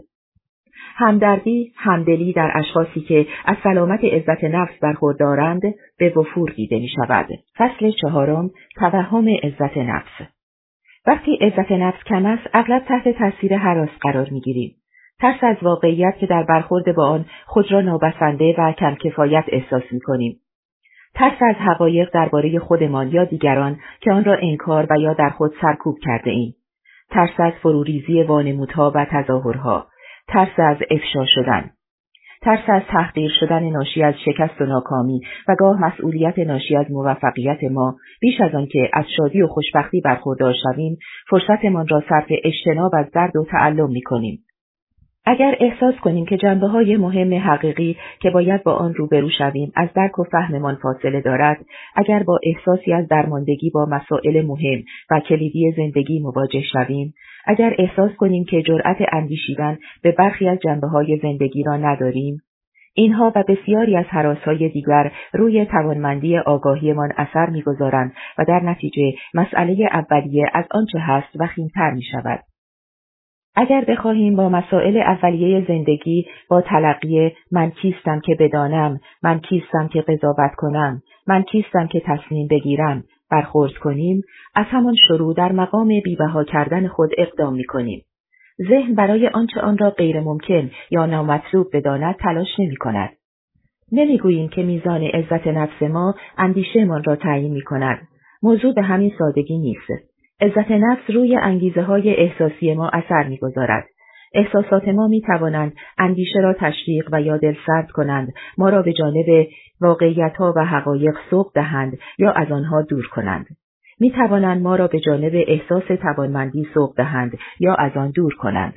همدردی، همدلی در اشخاصی که از سلامت عزت نفس برخوردارند به وفور دیده می شود. فصل 4. توهم عزت نفس. وقتی عزت نفس کم است، اغلب تحت تاثیر هراس قرار می‌گیریم. ترس از واقعیت که در برخورد با آن خود را نابسنده و کم کفایت احساس می‌کنیم. ترس از حقایق درباره خودمان یا دیگران که آن را انکار و یا در خود سرکوب کرده ایم. ترس از فروریزی وانمودها و تظاهرها. ترس از افشا شدن. ترس از تحقیر شدن ناشی از شکست و ناکامی و گاه مسئولیت ناشی از موفقیت ما بیش از آن که از شادی و خوشبختی برخوردار شویم، فرصتمان را صرف اجتناب از درد و تعلم می‌کنیم. اگر احساس کنیم که جنبه‌های مهم حقیقی که باید با آن روبرو شویم از درک و فهممان فاصله دارد، اگر با احساسی از درماندگی با مسائل مهم و کلیدی زندگی مواجه شویم، اگر احساس کنیم که جرأت اندیشیدن به برخی از جنبه‌های زندگی را نداریم، اینها و بسیاری از هراس‌های دیگر روی توانمندی آگاهیمان اثر می‌گذارند و در نتیجه مسئله اولیه از آنچه هست وخیم‌تر می‌شود. اگر بخواهیم با مسائل اولیه زندگی، با تلقی من کیستم که بدانم، من کیستم که قضاوت کنم، من کیستم که تصمیم بگیرم، برخورد کنیم، از همان شروع در مقام بی‌بها کردن خود اقدام می‌کنیم. ذهن برای آنچه آن را غیر ممکن یا نامطلوب بداند تلاش نمی‌کند. نمی‌گوییم که میزان عزت نفس ما اندیشه‌مان را تعیین می‌کند. موضوع به همین سادگی نیست. عزت نفس روی انگیزه‌های احساسی ما اثر می‌گذارد. احساسات ما می‌توانند اندیشه را تشویق و یا دلسرد کنند، ما را به جانب واقعیت‌ها و حقایق سوق دهند یا از آنها دور کنند. می‌توانند ما را به جانب احساس توانمندی سوق دهند یا از آن دور کنند.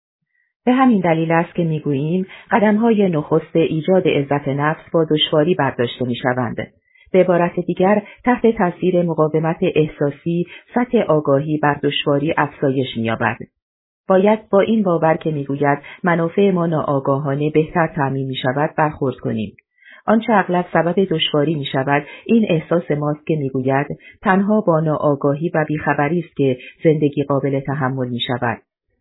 به همین دلیل است که می‌گوییم قدم‌های نخست ایجاد عزت نفس با دشواری برداشته می‌شوند. به عبارت دیگر، تحت تاثیر مقاومت احساسی، سطح آگاهی بر دشواری افزایش می‌یابد. باید با این باور که می‌گوید منافع ما ناآگاهانه بهتر تأمین می‌شود برخورد کنیم. آنچه اغلب سبب دشواری می‌شود، این احساس ماست که می‌گوید تنها با ناآگاهی و بیخبری است که زندگی قابل تحمل می‌شود.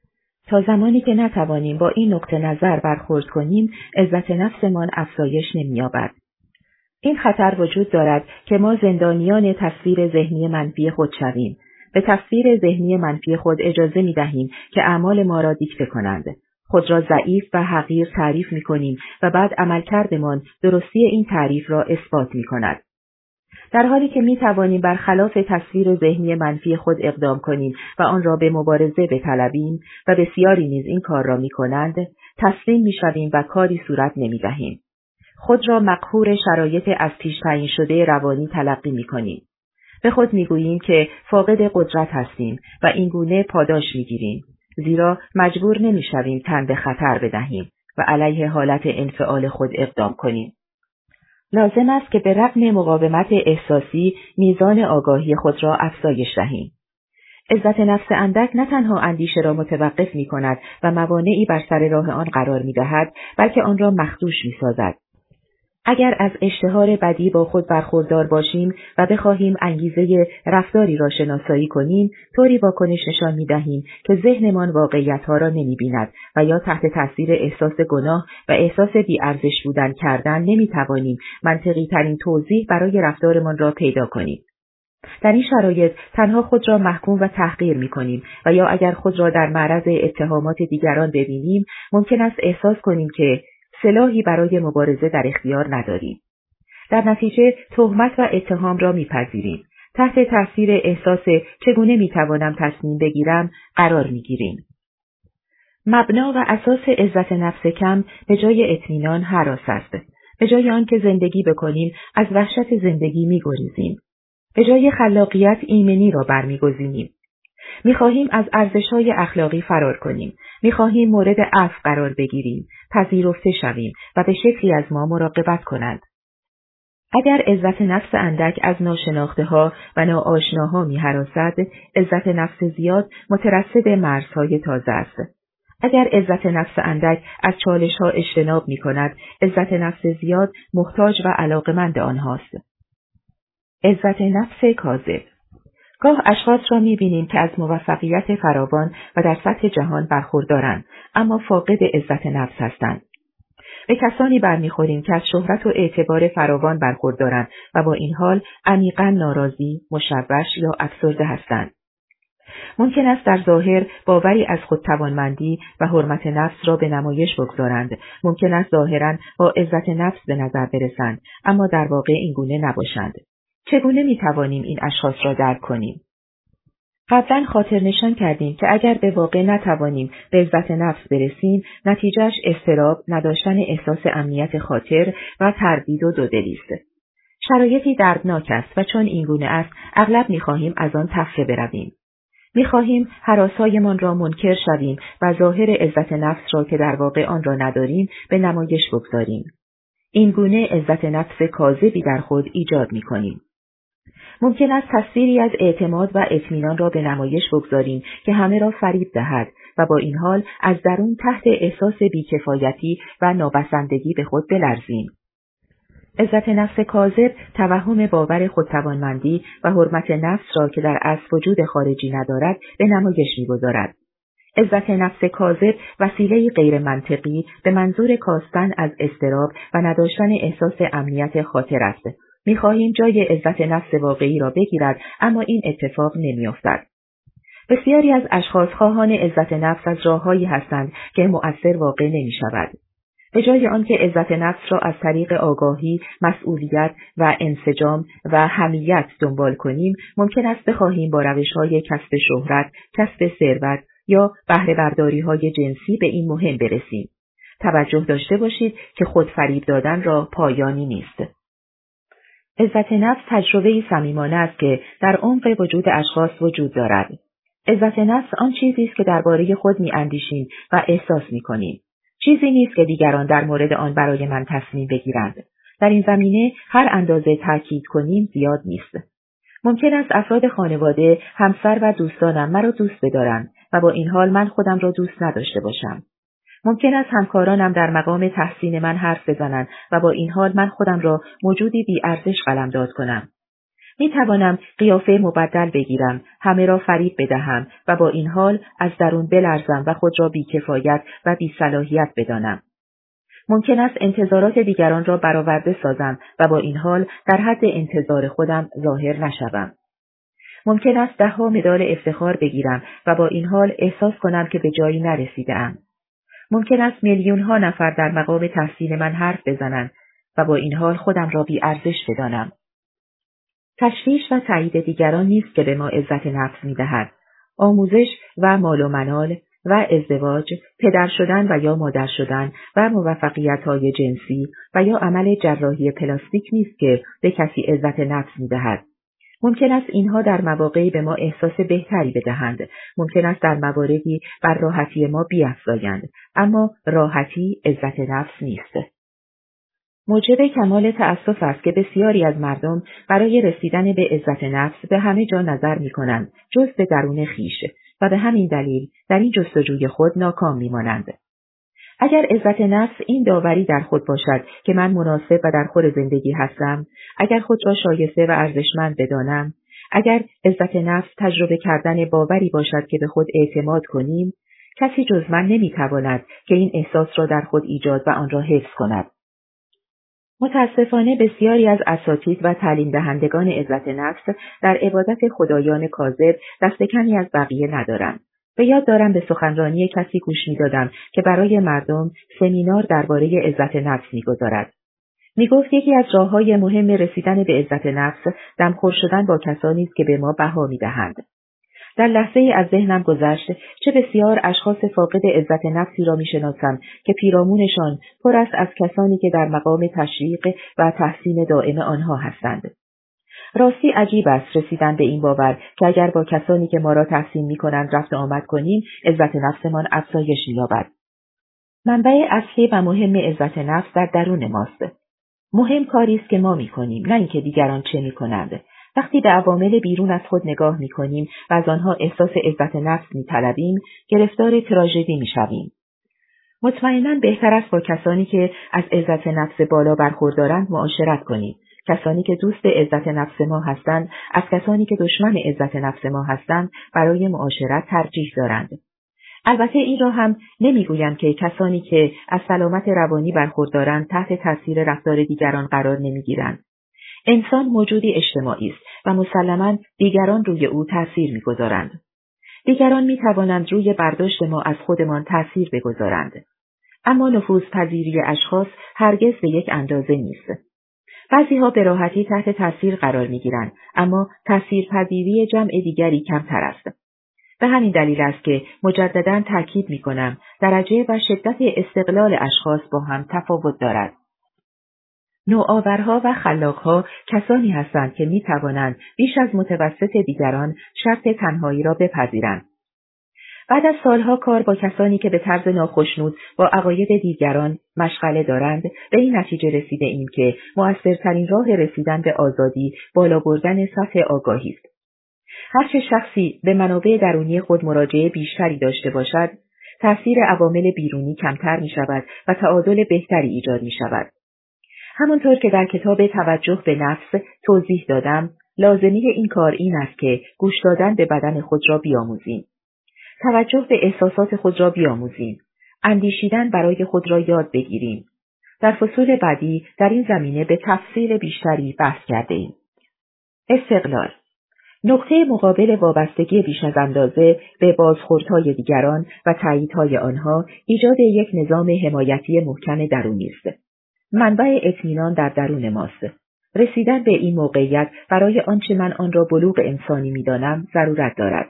تا زمانی که نتوانیم با این نقطه نظر برخورد کنیم، عزت نفسمان افزایش نمی‌یابد. این خطر وجود دارد که ما زندانیان تصویر ذهنی منفی خود شویم. به تصویر ذهنی منفی خود اجازه می‌دهیم که اعمال ما را دیکته کنند. خود را ضعیف و حقیر تعریف می‌کنیم و بعد عملکردمان درستی این تعریف را اثبات می‌کند. در حالی که می‌توانیم برخلاف تصویر ذهنی منفی خود اقدام کنیم و آن را به مبارزه بطلبیم و بسیاری نیز این کار را می‌کنند، تسلیم می‌شویم و کاری صورت نمی‌دهیم. خود را مقهور شرایط از پیش تعیین شده روانی تلقی می‌کنیم. به خود می‌گوییم که فاقد قدرت هستیم و این گونه پاداش می‌گیریم، زیرا مجبور نمی‌شویم تن به خطر بدهیم و علیه حالت انفعال خود اقدام کنیم. لازم است که به رغم مقاومت احساسی میزان آگاهی خود را افزایش دهیم. عزت نفس اندک نه تنها اندیشه را متوقف می‌کند و موانعی بر سر راه آن قرار می‌دهد، بلکه آن را مخدوش می‌سازد. اگر از اشتهار بدی با خود برخوردار باشیم و بخواهیم انگیزه رفتاری را شناسایی کنیم، طوری واکنش نشان می‌دهیم که ذهنمان واقعیت‌ها را نمی‌بیند و یا تحت تاثیر احساس گناه و احساس بی‌ارزش بودن کردن نمی‌توانیم منطقی‌ترین توضیح برای رفتارمان را پیدا کنیم. در این شرایط تنها خود را محکوم و تحقیر می‌کنیم و یا اگر خود را در معرض اتهامات دیگران ببینیم، ممکن است احساس کنیم که سلاحی برای مبارزه در اختیار نداریم. در نتیجه تهمت و اتهام را میپذیریم. تحت تاثیر احساس چگونه میتوانم تصمیم بگیرم قرار میگیریم. مبنا و اساس عزت نفس کم به جای اطمینان هراس است. به جای آنکه زندگی بکنیم از وحشت زندگی میگریزیم. به جای خلاقیت ایمنی را برمیگزینیم. می‌خواهیم از ارزش‌های اخلاقی فرار کنیم. می‌خواهیم مورد عفو قرار بگیریم، پذیرفته شویم و به شکلی از ما مراقبت کنند. اگر عزت نفس اندک از ناشناخته‌ها و ناآشناها می‌هراسد، عزت نفس زیاد مترصد مرزهای تازه است. اگر عزت نفس اندک از چالش‌ها اجتناب می‌کند، عزت نفس زیاد محتاج و علاقه‌مند آنهاست. عزت نفس کاذب. گاه اشخاص را می‌بینیم که از موفقیت فراوان و در سطح جهان برخوردارند، اما فاقد عزت نفس هستند. به کسانی برمیخوریم که از شهرت و اعتبار فراوان برخوردارند و با این حال عمیقاً ناراضی، مشوش یا افسرده هستند. ممکن است در ظاهر باوری از خودتوانمندی و حرمت نفس را به نمایش بگذارند. ممکن است ظاهراً با عزت نفس به نظر برسند، اما در واقع این گونه نباشند. چگونه میتوانیم این اشخاص را درک کنیم؟ قبلا خاطر نشان کردیم که اگر به واقع نتوانیم به عزت نفس برسیم، نتیجهش اضطراب، نداشتن احساس امنیت خاطر و تردید و دودلی است. شرایطی دردناک است و چون این گونه است، اغلب میخواهیم از آن تفره برویم. میخواهیم هراس‌هایمان را منکر شویم و ظاهر عزت نفس را که در واقع آن را نداریم به نمایش بگذاریم. این گونه عزت نفس کاذبی در خود ایجاد میکنیم. ممکن است تصویری از اعتماد و اطمینان را به نمایش بگذاریم که همه را فریب دهد و با این حال از درون تحت احساس بیکفایتی و نابسندگی به خود بلرزیم. عزت نفس کاذب توهم باور خودتوانمندی و حرمت نفس را که در اصل وجود خارجی ندارد به نمایش می‌گذارد. عزت نفس کاذب وسیله‌ای غیر منطقی به منظور کاستن از اضطراب و نداشتن احساس امنیت خاطر است. می‌خواهیم جای عزت نفس واقعی را بگیرد، اما این اتفاق نمی‌افتد. بسیاری از اشخاص خواهان عزت نفس از راه‌هایی هستند که مؤثر واقع نمی‌شود. به جای آنکه عزت نفس را از طریق آگاهی، مسئولیت و انسجام و حمیت دنبال کنیم، ممکن است بخواهیم با روش‌های کسب شهرت، کسب ثروت یا بهره برداری‌های جنسی به این مهم برسیم. توجه داشته باشید که خود فریب دادن را پایانی نیست. عزت نفس تجربه‌ای صمیمانه است که در عمق وجود اشخاص وجود دارد. عزت نفس آن چیزی است که درباره خود می‌اندیشیم و احساس می‌کنیم. چیزی نیست که دیگران در مورد آن برای من تصمیم بگیرند. در این زمینه هر اندازه تأکید کنیم زیاد نیست. ممکن است افراد خانواده، همسر و دوستانم مرا دوست بدارند و با این حال من خودم را دوست نداشته باشم. ممکن است همکارانم در مقام تحسین من حرف بزنند و با این حال من خودم را موجودی بی‌ارزش قلمداد کنم. می توانم قیافه مبدل بگیرم، همه را فریب بدهم و با این حال از درون بلرزم و خود را بی‌کفایت و بی‌صلاحیت بدانم. ممکن است انتظارات دیگران را برآورده سازم و با این حال در حد انتظار خودم ظاهر نشوم. ممکن است 10 مدال افتخار بگیرم و با این حال احساس کنم که به جایی نرسیده‌ام. ممکن است میلیون‌ها نفر در مقام تحسین من حرف بزنند و با این حال خودم را بی‌ارزش بدانم. تشویش و تایید دیگران نیست که به ما عزت نفس می‌دهد. آموزش و مال و منال و ازدواج، پدر شدن و یا مادر شدن و موفقیت‌های جنسی و یا عمل جراحی پلاستیک نیست که به کسی عزت نفس می‌دهد. ممکن است اینها در مواقعی به ما احساس بهتری بدهند. ممکن است در مواردی بر راحتی ما بیفزایند. اما راحتی عزت نفس نیست. موجب کمال تأسف است که بسیاری از مردم برای رسیدن به عزت نفس به همه جا نظر می‌کنند جز به درون خویش و به همین دلیل در این جستجوی خود ناکام می‌مانند. اگر عزت نفس این داوری در خود باشد که من مناسب و در خور زندگی هستم، اگر خود را شایسته و ارزشمند بدانم، اگر عزت نفس تجربه کردن باوری باشد که به خود اعتماد کنیم، کسی جز من نمی‌تواند که این احساس را در خود ایجاد و آن را حفظ کند. متاسفانه بسیاری از اساتید و تعلیم دهندگان عزت نفس در عبادت خدایان کاذب دست کمی از بقیه ندارند. به یاد دارم به سخنرانی کسی گوش می‌دادم که برای مردم سمینار درباره عزت نفس می‌گذارد. می‌گفت یکی از راه‌های مهم رسیدن به عزت نفس دمخور شدن با کسانی است که به ما بها می‌دهند. در لحظه‌ای از ذهنم گذشت چه بسیار اشخاص فاقد عزت نفسی را می‌شناسم که پیرامونشان پر است از کسانی که در مقام تشویق و تحسین دائم آنها هستند. راستی عجیب است رسیدن به این باور که اگر با کسانی که ما را تحسین می‌کنند رفت آمد کنیم، عزت نفسمان افزایش می‌یابد. منبع اصلی و مهم عزت نفس در درون ماست. مهم کاری است که ما می‌کنیم، نه اینکه دیگران چه می‌کنند. وقتی به عوامل بیرون از خود نگاه می‌کنیم و از آنها احساس عزت نفس می‌طلبیم، گرفتار تراژدی می‌شویم. مطمئناً بهتر است با کسانی که از عزت نفس بالا برخوردارند معاشرت کنیم. کسانی که دوست عزت نفس ما هستند، از کسانی که دشمن عزت نفس ما هستند، برای معاشرت ترجیح دارند. البته این را هم نمیگویم که کسانی که از سلامت روانی برخوردارند تحت تاثیر رفتار دیگران قرار نمیگیرند. انسان موجودی اجتماعی است و مسلماً دیگران روی او تأثیر میگذارند. دیگران میتوانند روی برداشت ما از خودمان تأثیر بگذارند. اما نفوذپذیری اشخاص هرگز به یک اندازه نیست. بعضی‌ها به راحتی تحت تأثیر قرار میگیرند، اما تأثیرپذیری جمع دیگری کمتر است. به همین دلیل است که مجدداً تاکید میکنم درجه و شدت استقلال اشخاص با هم تفاوت دارد. نوآورها و خلاقها کسانی هستند که می توانند بیش از متوسط دیگران شرط تنهایی را بپذیرند. بعد از سالها کار با کسانی که به طرز ناخشنود با عقاید دیگران مشغله دارند، به این نتیجه رسیده ایم که مؤثرترین راه رسیدن به آزادی بالا بردن سطح آگاهی است. هرچه شخصی به منابع درونی خود مراجعه بیشتری داشته باشد، تأثیر عوامل بیرونی کمتر می شود و تعادل بهتری ایجاد می شود. همانطور که در کتاب توجه به نفس توضیح دادم، لازمه این کار این است که گوش دادن به بدن خود را بیاموزیم. توجه به احساسات خود را بیاموزیم. اندیشیدن برای خود را یاد بگیریم. در فصول بعدی در این زمینه به تفصیل بیشتری بحث کرده‌ایم. استقلال. نقطه مقابل وابستگی بیش از اندازه به بازخوردهای دیگران و تاییدهای آنها ایجاد یک نظام حمایتی محکم درونی است. منبع اطمینان در درون ماست. رسیدن به این موقعیت برای آنچه من آن را بلوغ انسانی می‌دانم ضرورت دارد.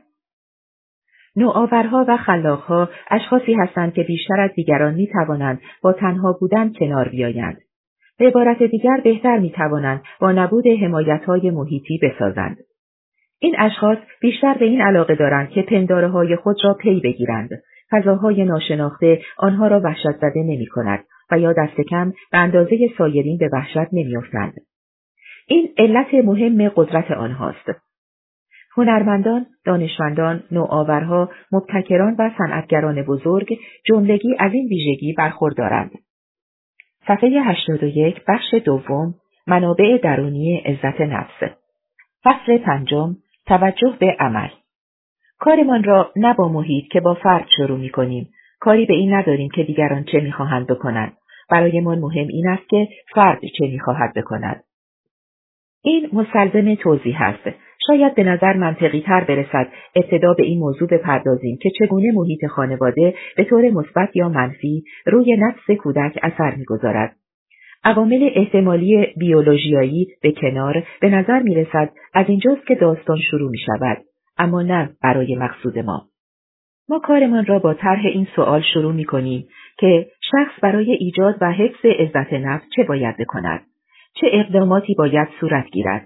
نوآورها و خلاقها اشخاصی هستند که بیشتر از دیگران می‌توانند با تنها بودن کنار بیایند. به عبارت دیگر بهتر می‌توانند با نبود حمایت‌های محیطی بسازند. این اشخاص بیشتر به این علاقه دارند که پنداره‌های خود را پی بگیرند. فضاهای ناشناخته آنها را وحشت زده نمی‌کند و یا دست کم به اندازه سایرین به وحشت نمی‌افتند. این علت مهم قدرت آنهاست. هنرمندان، دانشمندان، نوآورها، مبتکران و صنعتگران بزرگ جملگی از این ویژگی برخوردارند. صفحه 81 بخش دوم منابع درونی عزت نفس. فصل 5 توجه به عمل. کارمان را نه با محیط که با فرد شروع می‌کنیم. کاری به این نداریم که دیگران چه می‌خواهند بکنند. برایمان مهم این است که فرد چه می‌خواهد بکند. این مستلزم توضیح است. شاید به نظر منطقی تر برسد ابتدا به این موضوع بپردازیم که چگونه محیط خانواده به طور مثبت یا منفی روی نفس کودک اثر می‌گذارد. عوامل احتمالی بیولوژیایی به کنار به نظر می‌رسد از اینجاست که داستان شروع می‌شود، اما نه برای مقصود ما. ما کارمان را با طرح این سوال شروع می‌کنیم که شخص برای ایجاد و حفظ عزت نفس چه باید بکند؟ چه اقداماتی باید صورت گیرد؟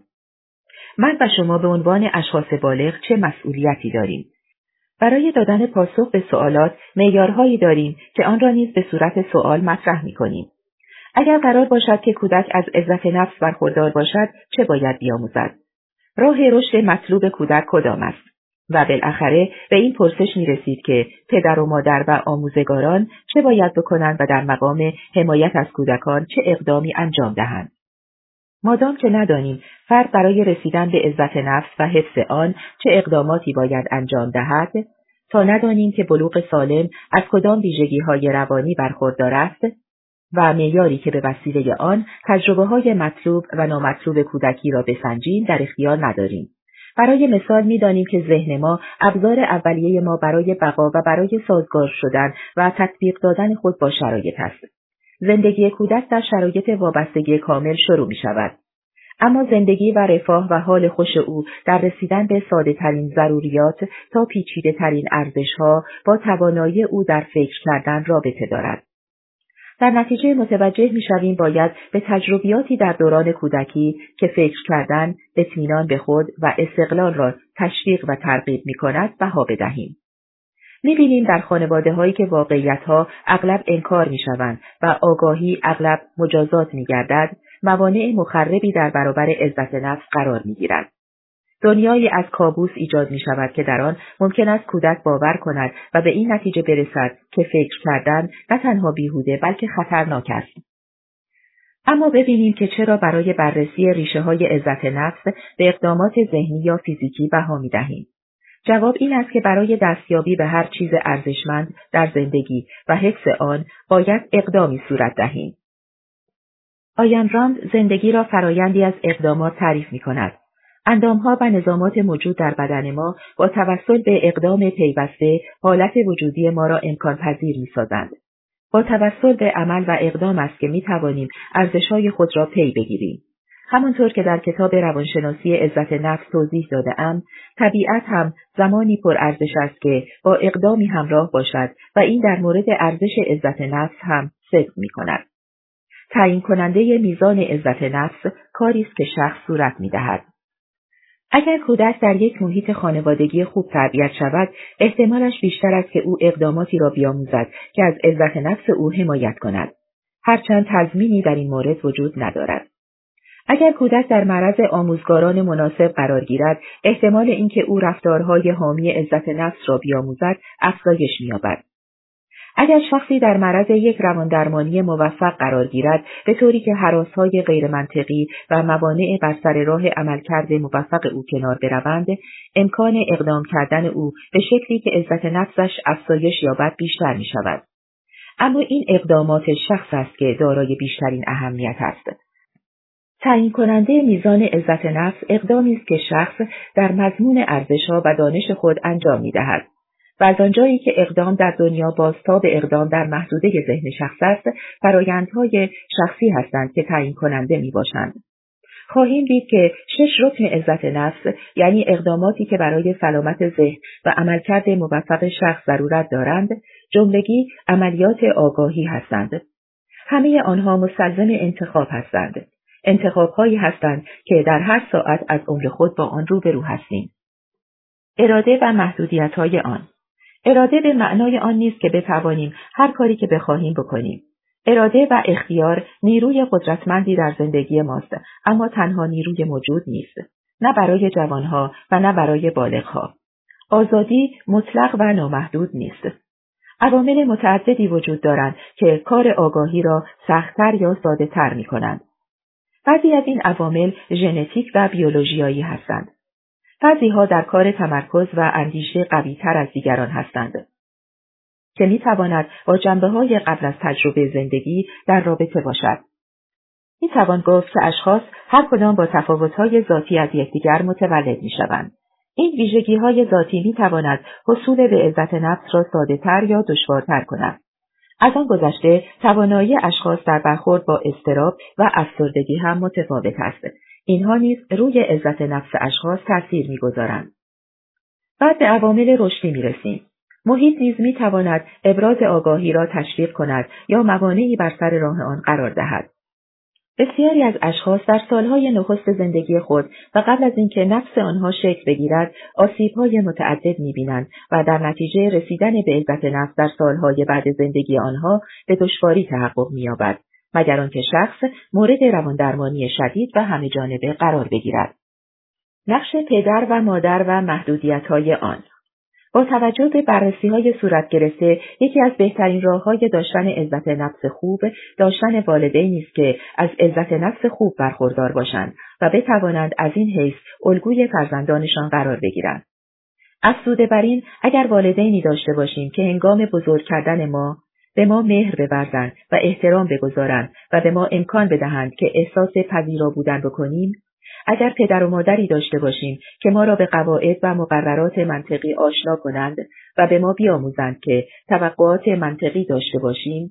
من و شما به عنوان اشخاص بالغ چه مسئولیتی داریم؟ برای دادن پاسخ به سوالات معیارهایی داریم که آن را نیز به صورت سوال مطرح می‌کنیم. اگر قرار باشد که کودک از عزت نفس برخوردار باشد، چه باید بیاموزد؟ راه رشد مطلوب کودک کدام است؟ و بالاخره به این پرسش می‌رسید که پدر و مادر و آموزگاران چه باید بکنند و در مقام حمایت از کودکان چه اقدامی انجام دهند. مادام که ندانیم فرد برای رسیدن به عزت نفس و حفظ آن چه اقداماتی باید انجام دهد، تا ندانیم که بلوغ سالم از کدام ویژگی‌های روانی برخوردار است و معیاری که به وسیله آن تجربه‌های مطلوب و نامطلوب کودکی را بسنجیم در اختیار نداریم. برای مثال می‌دانیم که ذهن ما ابزار اولیه ما برای بقا و برای سازگار شدن و تطبیق دادن خود با شرایط است. زندگی کودک در شرایط وابستگی کامل شروع می‌شود. اما زندگی و رفاه و حال خوش او در رسیدن به ساده‌ترین ضروریات تا پیچیده‌ترین ارزش‌ها با توانایی او در فکر کردن رابطه دارد. در نتیجه متوجه می‌شویم باید به تجربیاتی در دوران کودکی که فکر کردن، اطمینان به خود و استقلال را تشویق و ترغیب می‌کند بها بدهیم. می‌بینیم در خانواده‌هایی که واقعیت‌ها اغلب انکار می‌شوند و آگاهی اغلب مجازات می‌گردد، موانع مخربی در برابر عزت نفس قرار می‌گیرد. دنیایی از کابوس ایجاد می‌شود که در آن ممکن است کودک باور کند و به این نتیجه برسد که فکر کردن نه تنها بیهوده بلکه خطرناک است. اما ببینیم که چرا برای بررسی ریشه‌های عزت نفس به اقدامات ذهنی یا فیزیکی بها می‌دهیم. جواب این است که برای دستیابی به هر چیز ارزشمند در زندگی و حفظ آن باید اقدامی صورت دهیم. آین راند زندگی را فرایندی از اقدامات تعریف می‌کند. اندام‌ها و نظامات موجود در بدن ما با توسل به اقدام پیوسته حالت وجودی ما را امکان پذیر می‌سازند. با توسل به عمل و اقدام است که می‌توانیم ارزش‌های خود را پی بگیریم. همانطور که در کتاب روانشناسی عزت نفس توضیح داده‌ام، طبیعت هم زمانی پر ارزش است که با اقدامی همراه باشد و این در مورد ارزش عزت نفس هم صدق می‌کند. تعیین کننده میزان عزت نفس کاری است که شخص صورت می‌دهد. اگر کودک در یک محیط خانوادگی خوب تربیت شود، احتمالش بیشتر است که او اقداماتی را بیاموزد که از عزت نفس او حمایت کند، هرچند تضمینی در این مورد وجود ندارد. اگر کودک در معرض آموزگاران مناسب قرار گیرد، احتمال اینکه او رفتارهای حامی عزت نفس را بیاموزد افزایش می‌یابد. اگر شخصی در معرض یک رواندرمانی موفق قرار گیرد به طوری که هراس‌های غیرمنطقی و موانع بر سر راه عملکرد موفق او کنار بروند، امکان اقدام کردن او به شکلی که عزت نفسش افزایش یابد بیشتر می شود. اما این اقدامات شخص است که دارای بیشترین اهمیت است. تعیین کننده میزان عزت نفس اقدامی است که شخص در مضمون ارزش‌ها و دانش خود انجام می‌دهد. و از آنجایی که اقدام در دنیا بازتاب اقدام در محدوده ذهن شخص است، فرآیندهای شخصی هستند که تعیین کننده میباشند. خواهیم دید که 6 رکن عزت نفس، یعنی اقداماتی که برای سلامت ذهن و عملکرد موفق شخص ضرورت دارند، جملگی عملیات آگاهی هستند. همه آنها مستلزم انتخاب هستند. انتخاب‌هایی هستند که در هر ساعت از عمر خود با آن روبرو هستیم. اراده و محدودیت‌های آن. اراده به معنای آن نیست که بتوانیم هر کاری که بخواهیم بکنیم. اراده و اختیار نیروی قدرتمندی در زندگی ماست، اما تنها نیروی موجود نیست. نه برای جوانها و نه برای بالغها. آزادی مطلق و نامحدود نیست. عوامل متعددی وجود دارند که کار آگاهی را سخت‌تر یا ساده‌تر می‌کنند. بعضی از این عوامل ژنتیک و بیولوژیایی هستند. بعضی‌ها در کار تمرکز و اندیشه قوی‌تر از دیگران هستند که می‌تواند با جنبه‌های قبل از تجربه زندگی در رابطه باشد. می‌توان گفت که اشخاص هر کدام با تفاوت‌های ذاتی از یکدیگر متولد می‌شوند. این ویژگی‌های ذاتی می‌تواند حصول به عزت نفس را ساده‌تر یا دشوارتر کند. از آن گذشته توانایی اشخاص در برخورد با اضطراب و افسردگی هم متفاوت است. اینها نیز روی عزت نفس اشخاص تأثیر می‌گذارند. بعد به عوامل رشدی می‌رسیم. محیط نیز می‌تواند ابراز آگاهی را تشویق کند یا موانعی بر سر راه آن قرار دهد. بسیاری از اشخاص در سالهای نخست زندگی خود و قبل از اینکه نفس آنها شکل بگیرد، آسیب‌های متعدد می‌بینند و در نتیجه رسیدن به عزت نفس در سالهای بعد زندگی آنها به دشواری تحقق می‌یابد، مگر آنکه شخص مورد رواندرمانی شدید و همه‌جانبه قرار بگیرد. نقش پدر و مادر و محدودیت‌های آن. با توجه به بررسی‌های صورت گرفته، یکی از بهترین راه‌های داشتن عزت نفس خوب، داشتن والدینی است که از عزت نفس خوب برخوردار باشند و بتوانند از این حیث الگوی فرزندانشان قرار بگیرند. افزوده بر این، اگر والدینی داشته باشیم که هنگام بزرگ کردن ما به ما مهر بورزند و احترام بگذارند و به ما امکان بدهند که احساس پذیرا بودن بکنیم، اگر پدر و مادری داشته باشیم که ما را به قواعد و مقررات منطقی آشنا کنند و به ما بیاموزند که توقعات منطقی داشته باشیم،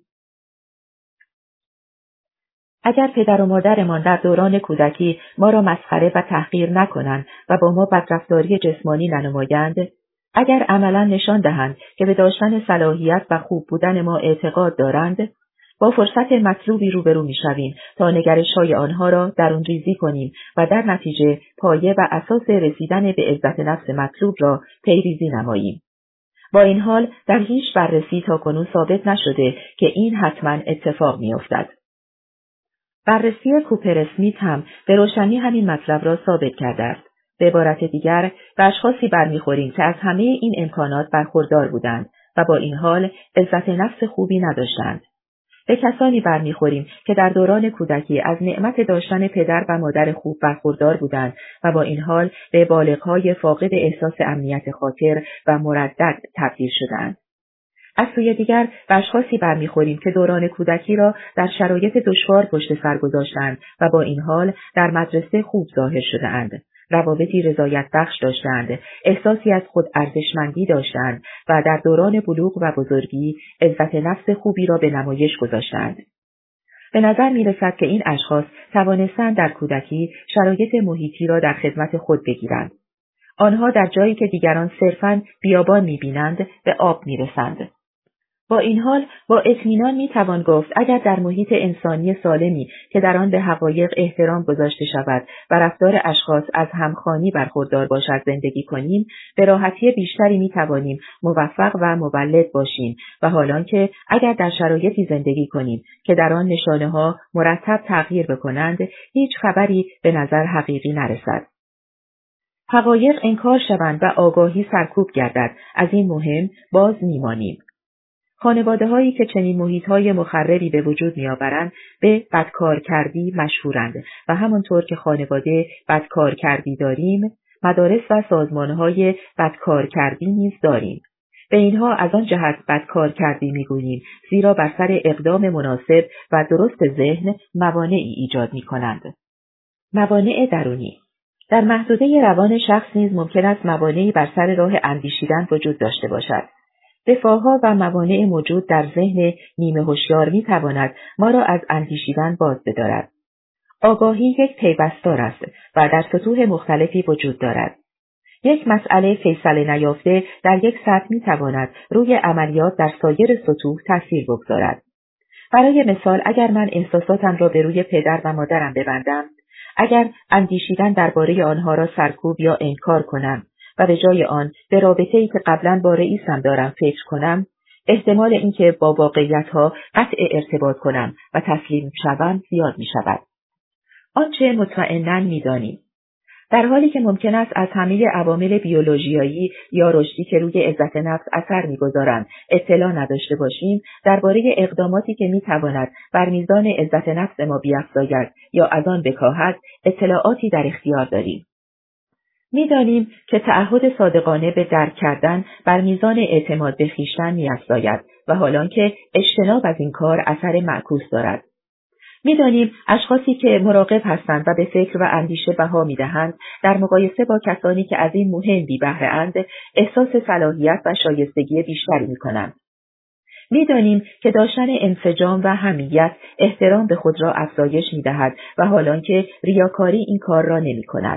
اگر پدر و مادرمان در دوران کودکی ما را مسخره و تحقیر نکنند و با ما بدرفتاری جسمانی ننمایند، اگر عملا نشان دهند که به داشتن صلاحیت و خوب بودن ما اعتقاد دارند، با فرصت مطلوبی روبرو می‌شویم تا نگرش‌های آنها را درون ریزی کنیم و در نتیجه پایه و اساس رسیدن به عزت نفس مطلوب را پیریزی نماییم. با این حال در هیچ بررسی تاکنون ثابت نشده که این حتما اتفاق می‌افتد. بررسی کوپر اسمیت هم به روشنی همین مطلب را ثابت کرده است. به عبارت دیگر، به اشخاصی برمیخوریم که از همه این امکانات برخوردار بودند و با این حال عزت نفس خوبی نداشتند. به کسانی برمیخوریم که در دوران کودکی از نعمت داشتن پدر و مادر خوب برخوردار بودند و با این حال به بالغ‌های فاقد احساس امنیت خاطر و مردد تبدیل شدند. از سوی دیگر به اشخاصی برمیخوریم که دوران کودکی را در شرایط دشوار پشت سر گذاشتند و با این حال در مدرسه خوب ظاهر شده‌اند. روابطی رضایت بخش داشتند، احساسی از خود ارزشمندی داشتند و در دوران بلوغ و بزرگی عزت نفس خوبی را به نمایش گذاشتند. به نظر می رسد که این اشخاص توانستند در کودکی شرایط محیطی را در خدمت خود بگیرند. آنها در جایی که دیگران صرفاً بیابان می بینند به آب می رسند. با این حال با اطمینان میتوان گفت اگر در محیط انسانی سالمی که در آن به حقایق احترام گذاشته شود و رفتار اشخاص از همخوانی برخوردار باشد زندگی کنیم، به راحتی بیشتری میتوانیم موفق و مولد باشیم و حالانکه اگر در شرایطی زندگی کنیم که در آن نشانه‌ها مرتب تغییر بکنند، هیچ خبری به نظر حقیقی نرسد. حقایق انکار شوند و آگاهی سرکوب گردد، از این مهم باز میمانیم. خانواده‌هایی که چنین محیط‌های مخربی به وجود می‌آورند به بدکارکردی مشهورند و همانطور که خانواده بدکارکردی داریم، مدارس و سازمان‌های بدکارکردی نیز داریم. به اینها از آن جهت بدکارکردی می‌گوییم زیرا بر سر اقدام مناسب و درست ذهن موانعی ایجاد می‌کنند. موانع درونی در محدوده روان شخص نیز ممکن است موانعی بر سر راه اندیشیدن وجود داشته باشد. دفاعها و موانع موجود در ذهن نیمه هوشیار می‌تواند ما را از اندیشیدن باز بدارد. آگاهی یک پیوستار است و در سطوح مختلفی وجود دارد. یک مسئله فیصله نیافته در یک سطح می‌تواند روی عملیات در سایر سطوح تأثیر بگذارد. برای مثال اگر من احساساتم را به روی پدر و مادرم ببندم، اگر اندیشیدن درباره آنها را سرکوب یا انکار کنم و به جای آن به رابطه‌ای که قبلاً با رئیسم دارم فکر کنم، احتمال اینکه با واقعیت‌ها قطع ارتباط کنم و تسلیم شوم زیاد می‌شود. آنچه مطمئناً می‌دانیم در حالی که ممکن است از همه عوامل بیولوژیایی یا رشدی که روی عزت نفس اثر می‌گذارند اطلاع نداشته باشیم، درباره اقداماتی که می‌تواند بر میزان عزت نفس ما بیفزاید یا از آن بکاهد اطلاعاتی در اختیار داریم. می‌دانیم که تعهد صادقانه به درک کردن بر میزان اعتماد به خویشتن می‌افزاید و حالانکه اجتناب از این کار اثر معکوس دارد. می‌دانیم اشخاصی که مراقب هستند و به فکر و اندیشه بها می‌دهند در مقایسه با کسانی که از این مهم بی‌بهره‌اند احساس صلاحیت و شایستگی بیشتری می‌کنند. می‌دانیم که داشتن انسجام و حمیت احترام به خود را افزایش می‌دهد و حالانکه ریاکاری این کار را نمی‌کند.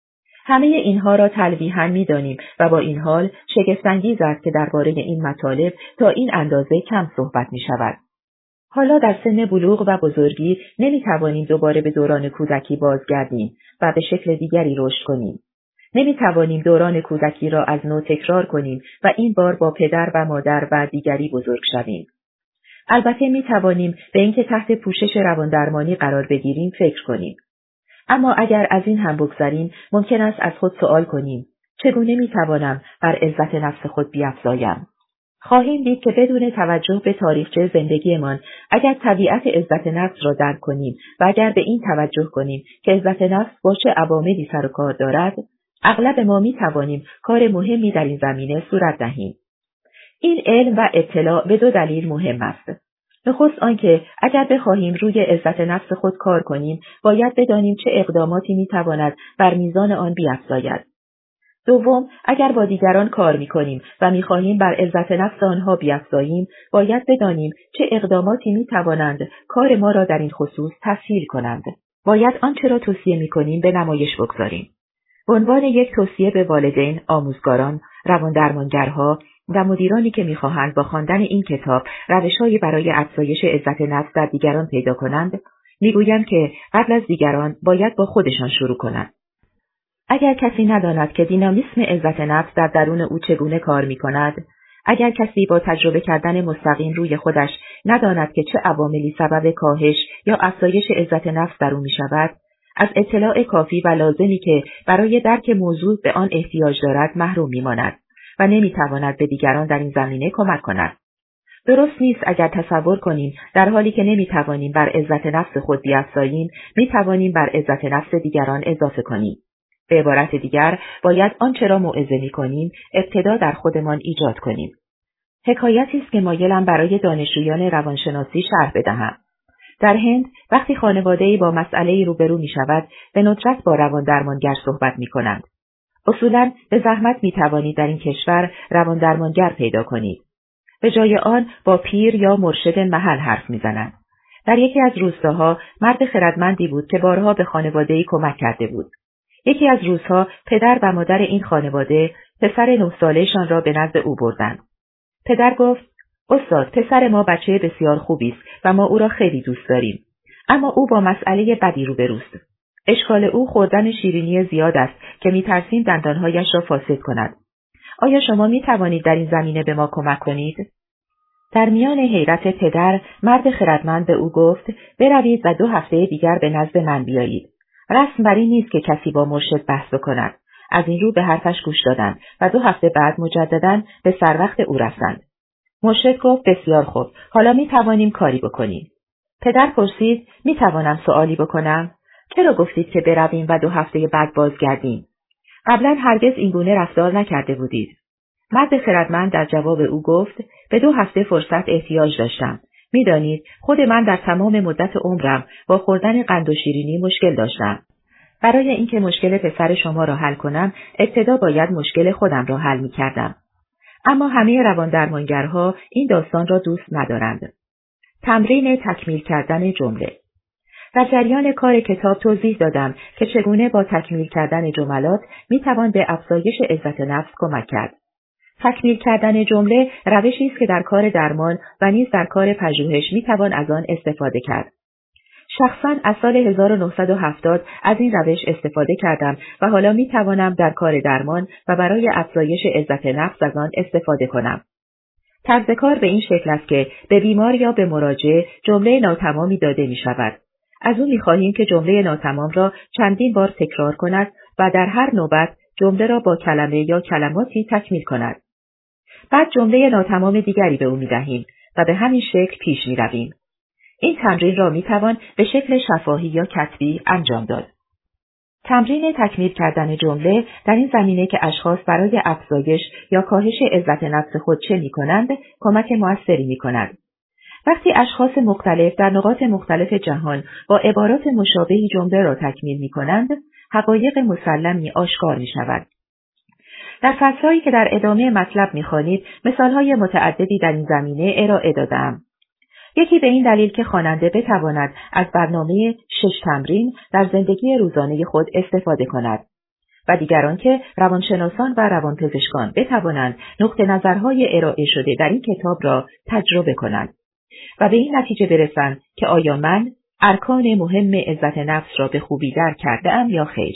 همه اینها را تلویحاً می‌دانیم و با این حال شگفت‌انگیز است که درباره این مطالب تا این اندازه کم صحبت می‌شود. حالا در سن بلوغ و بزرگی نمی‌توانیم دوباره به دوران کودکی بازگردیم و به شکل دیگری رشد کنیم. نمی‌توانیم دوران کودکی را از نو تکرار کنیم و این بار با پدر و مادر و دیگری بزرگ شویم. البته می‌توانیم به اینکه تحت پوشش رواندرمانی قرار بگیریم فکر کنیم. اما اگر از این هم بگذریم ممکن است از خود سوال کنیم چگونه می‌توانم بر عزت نفس خود بیفزایم؟ خواهیم دید که بدون توجه به تاریخچه زندگیمان اگر طبیعت عزت نفس را درک کنیم و اگر به این توجه کنیم که عزت نفس با چه عواملی سر و کار دارد، اغلب ما می‌توانیم کار مهمی در این زمینه صورت دهیم. این علم و اطلاع به دو دلیل مهم است. نخست آنکه اگر بخواهیم روی عزت نفس خود کار کنیم، باید بدانیم چه اقداماتی می‌تواند بر میزان آن بیفزاید. دوم، اگر با دیگران کار می‌کنیم و می‌خواهیم بر عزت نفس آنها بیفزاییم، باید بدانیم چه اقداماتی می‌توانند کار ما را در این خصوص تسهیل کنند. باید آنچه را توصیه می‌کنیم به نمایش بگذاریم. به عنوان یک توصیه به والدین، آموزگاران، رواندرمانگرها و مدیرانی که می‌خواهند با خواندن این کتاب روش‌هایی برای افزایش عزت نفس در دیگران پیدا کنند، می‌گویم که قبل از دیگران باید با خودشان شروع کنند. اگر کسی نداند که دینامیسم عزت نفس در درون او چگونه کار می‌کند، اگر کسی با تجربه کردن مستقیم روی خودش نداند که چه عواملی سبب کاهش یا افزایش عزت نفس در او می‌شود، از اطلاع کافی و لازمی که برای درک موضوع به آن احتیاج دارد محروم می‌ماند و نمی‌تواند به دیگران در این زمینه کمک کند. درست نیست اگر تصور کنیم در حالی که نمی‌توانیم بر عزت نفس خود بیفزاییم، می‌توانیم بر عزت نفس دیگران اضافه کنیم. به عبارت دیگر، باید آنچه را موعظه می‌کنیم، ابتدا در خودمان ایجاد کنیم. حکایتی است که مایلم برای دانشجویان روانشناسی شرح بدهم. در هند، وقتی خانواده‌ای با مسئله‌ای روبرو می‌شود، به ندرت با رواندرمانگر صحبت می‌کنند. اصولاً به زحمت می‌توانید در این کشور رواندرمانگر پیدا کنید. به جای آن با پیر یا مرشد محل حرف می‌زنند. در یکی از روستاها مرد خردمندی بود که بارها به خانواده‌ای کمک کرده بود. یکی از روزها پدر و مادر این خانواده پسر 9 ساله‌شان را به نزد او بردند. پدر گفت: استاد، پسر ما بچه بسیار خوبی است و ما او را خیلی دوست داریم. اما او با مسئله بدی روبروست. اشکال او خوردن شیرینی زیاد است که می‌ترسیم دندانهایش را فاسد کند. آیا شما می‌توانید در این زمینه به ما کمک کنید؟ در میان حیرت پدر، مرد خردمند به او گفت: بروید و 2 هفته دیگر به نزد من بیایید. رسم بر این نیست که کسی با مرشد بحث بکند. از این رو به حرفش گوش دادند و 2 هفته بعد مجدداً به سر وقت او رفتند. مرشد گفت بسیار خوب، حالا می توانیم کاری بکنیم. پدر پرسید می توانم سوالی بکنم؟ چرا گفتید که برویم و 2 هفته بعد بازگردیم؟ قبلا هرگز این گونه رفتار نکرده بودید. مرد خردمند در جواب او گفت به 2 هفته فرصت احتیاج داشتم. میدانید خود من در تمام مدت عمرم با خوردن قند و شیرینی مشکل داشتم. برای اینکه مشکل پسر شما را حل کنم، ابتدا باید مشکل خودم را حل می‌کردم. اما همه رواندرمانگرها این داستان را دوست ندارند. تمرین تکمیل کردن جمله. در جریان کار کتاب توضیح دادم که چگونه با تکمیل کردن جملات میتوان به افزایش عزت نفس کمک کرد. تکمیل کردن جمله روشی است که در کار درمان و نیز در کار پژوهش میتوان از آن استفاده کرد. شخصاً از سال 1970 از این روش استفاده کردم و حالا میتوانم در کار درمان و برای افزایش عزت نفس از آن استفاده کنم. طرز کار به این شکل است که به بیمار یا به مراجع جمله ناتمامی داده می شود. از او می خواهیم که جمله ناتمام را چندین بار تکرار کند و در هر نوبت جمله را با کلمه یا کلماتی تکمیل کند. بعد جمله ناتمام دیگری به او می دهیم و به همین شکل پیش می رویم. این تمرین را می توان به شکل شفاهی یا کتبی انجام داد. تمرین تکمیل کردن جمله در این زمینه که اشخاص برای افزایش یا کاهش عزت نفس خود چه می کنند، کمک موثری می کند. وقتی اشخاص مختلف در نقاط مختلف جهان با عبارات مشابهی جمله را تکمیل می کنند، حقایق مسلمی آشکار می شود. در فصلهایی که در ادامه مطلب می خوانید، مثالهای متعددی در این زمینه ارائه دادم. یکی به این دلیل که خواننده بتواند از برنامه 6 تمرین در زندگی روزانه خود استفاده کند و دیگران که روانشناسان و روانپزشکان بتوانند نقطه نظرهای ارائه شده در این کتاب را تجربه کنند و به این نتیجه برسند که آیا من ارکان مهم عزت نفس را به خوبی درک کرده‌ام یا خیر.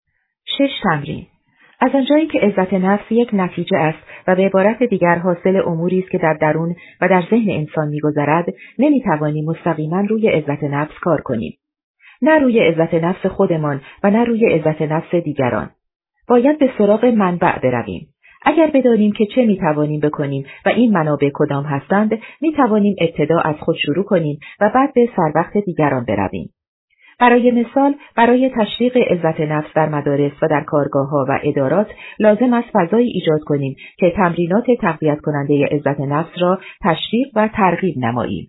6 تمرین. از آنجایی که عزت نفس یک نتیجه است و به عبارت دیگر حاصل اموری است که در درون و در ذهن انسان می‌گذرد، نمی‌توانیم مستقیما روی عزت نفس کار کنیم. نه روی عزت نفس خودمان و نه روی عزت نفس دیگران. باید به سراغ منبع برویم. اگر بدانیم که چه می‌توانیم بکنیم و این منابع کدام هستند، می‌توانیم ابتدا از خود شروع کنیم و بعد به سروقت دیگران برویم. برای مثال، برای تشویق عزت نفس در مدارس و در کارگاه‌ها و ادارات لازم است فضایی ایجاد کنیم که تمرینات تقویت کننده عزت نفس را تشویق و ترغیب نماییم.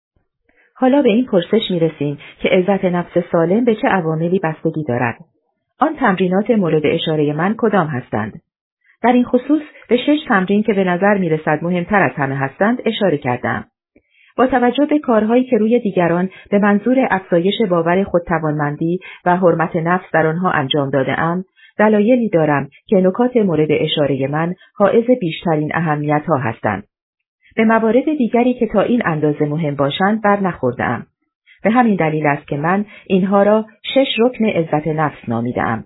حالا به این پرسش می‌رسیم که عزت نفس سالم به چه عواملی بستگی دارد. آن تمرینات مورد اشاره من کدام هستند؟ در این خصوص به 6 تمرین که به نظر می‌رسد مهمتر از همه هستند اشاره کردم. با توجه به کارهایی که روی دیگران به منظور افزایش باور خودتوانمندی و حرمت نفس در آنها انجام داده‌ام، دلایلی دارم که نکات مورد اشاره من حائز بیشترین اهمیت‌ها هستند. به موارد دیگری که تا این اندازه مهم باشند بر نخورده‌ام. به همین دلیل است که من اینها را 6 رکن عزت نفس نامیده‌ام.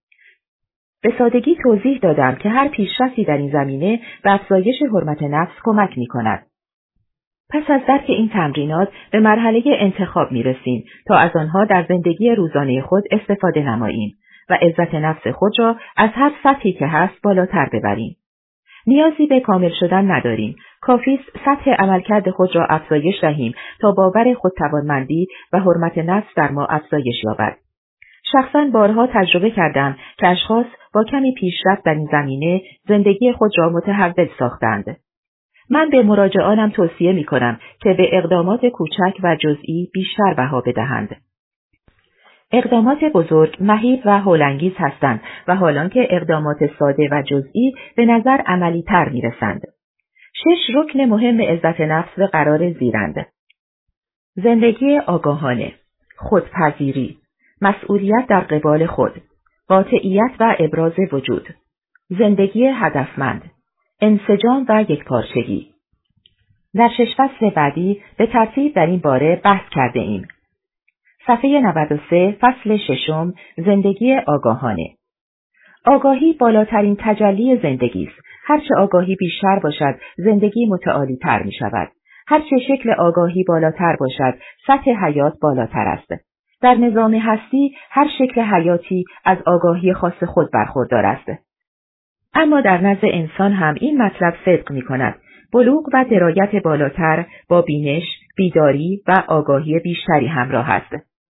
به سادگی توضیح دادم که هر پیشرفتی در این زمینه به افزایش حرمت نفس کمک می‌کند. پس از درک این تمرینات به مرحله انتخاب می‌رسیم تا از آنها در زندگی روزانه خود استفاده نماییم و عزت نفس خود را از هر سطحی که هست بالاتر ببریم. نیازی به کامل شدن نداریم. کافی است سطح عملکرد خود را افزایش دهیم تا باور خودتوانمندی و حرمت نفس در ما افزایش یابد. شخصاً بارها تجربه کردم که اشخاص با کمی پیشرفت در این زمینه زندگی خود را متحول ساختند. من به مراجعانم توصیه می کنم که به اقدامات کوچک و جزئی بیشتر بها بدهند. اقدامات بزرگ مهیب و هولانگیز هستند و حالان که اقدامات ساده و جزئی به نظر عملی تر می رسند. 6 رکن مهم عزت نفس به قرار زیرند: زندگی آگاهانه، خودپذیری، مسئولیت در قبال خود، قاطعیت و ابراز وجود، زندگی هدفمند، انسجام و یکپارچگی. در 6 فصل بعدی به ترتیب در این باره بحث کرده ایم. صفحه 93 فصل 6 زندگی آگاهانه. آگاهی بالاترین تجلی زندگی است. هرچه آگاهی بیشتر باشد، زندگی متعالی تر می شود. هرچه شکل آگاهی بالاتر باشد، سطح حیات بالاتر است. در نظام هستی، هر شکل حیاتی از آگاهی خاص خود برخوردار است. اما در نزد انسان هم این مطلب صدق می کند. بلوغ و درایت بالاتر با بینش، بیداری و آگاهی بیشتری همراه است.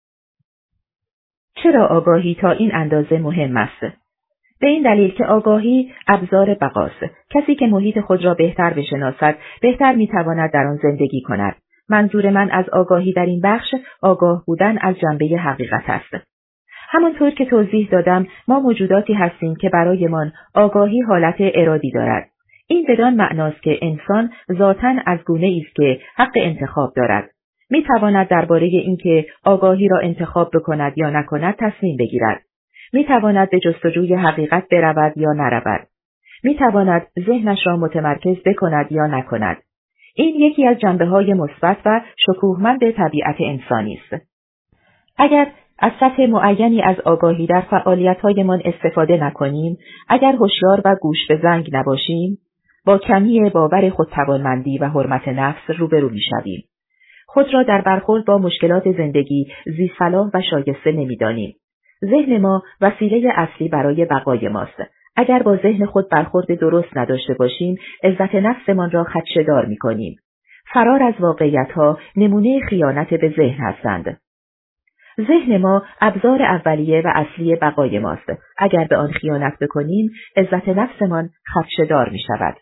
چرا آگاهی تا این اندازه مهم است؟ به این دلیل که آگاهی ابزار بقاست. کسی که محیط خود را بهتر بشناسد، بهتر میتواند در آن زندگی کند. منظور من از آگاهی در این بخش، آگاه بودن از جنبه حقیقت است. همانطور که توضیح دادم، ما موجوداتی هستیم که برایمان آگاهی حالت ارادی دارد. این بدان معناست که انسان ذاتاً از گونه‌ای است که حق انتخاب دارد. میتواند درباره اینکه آگاهی را انتخاب بکند یا نکند تصمیم بگیرد. میتواند به جستجوی حقیقت برود یا نرود. میتواند ذهنش را متمرکز بکند یا نکند. این یکی از جنبه‌های مثبت و شکوهمند طبیعت انسانی است. اگر از سطح معینی از آگاهی در فعالیت‌هایمان استفاده نکنیم، اگر هوشیار و گوش به زنگ نباشیم، با کمی باور خودتوانمندی و حرمت نفس روبرو می‌شویم. خود را در برخورد با مشکلات زندگی ذی‌صلاح و شایسته نمی‌دانیم. ذهن ما وسیله اصلی برای بقای ماست. اگر با ذهن خود برخورد درست نداشته باشیم، عزت نفسمان را خدشه‌دار می‌کنیم. فرار از واقعیت‌ها نمونه خیانت به ذهن هستند. ذهن ما ابزار اولیه و اصلی بقای ماست. اگر به آن خیانت بکنیم، عزت نفسمان خدشه‌دار می‌شود.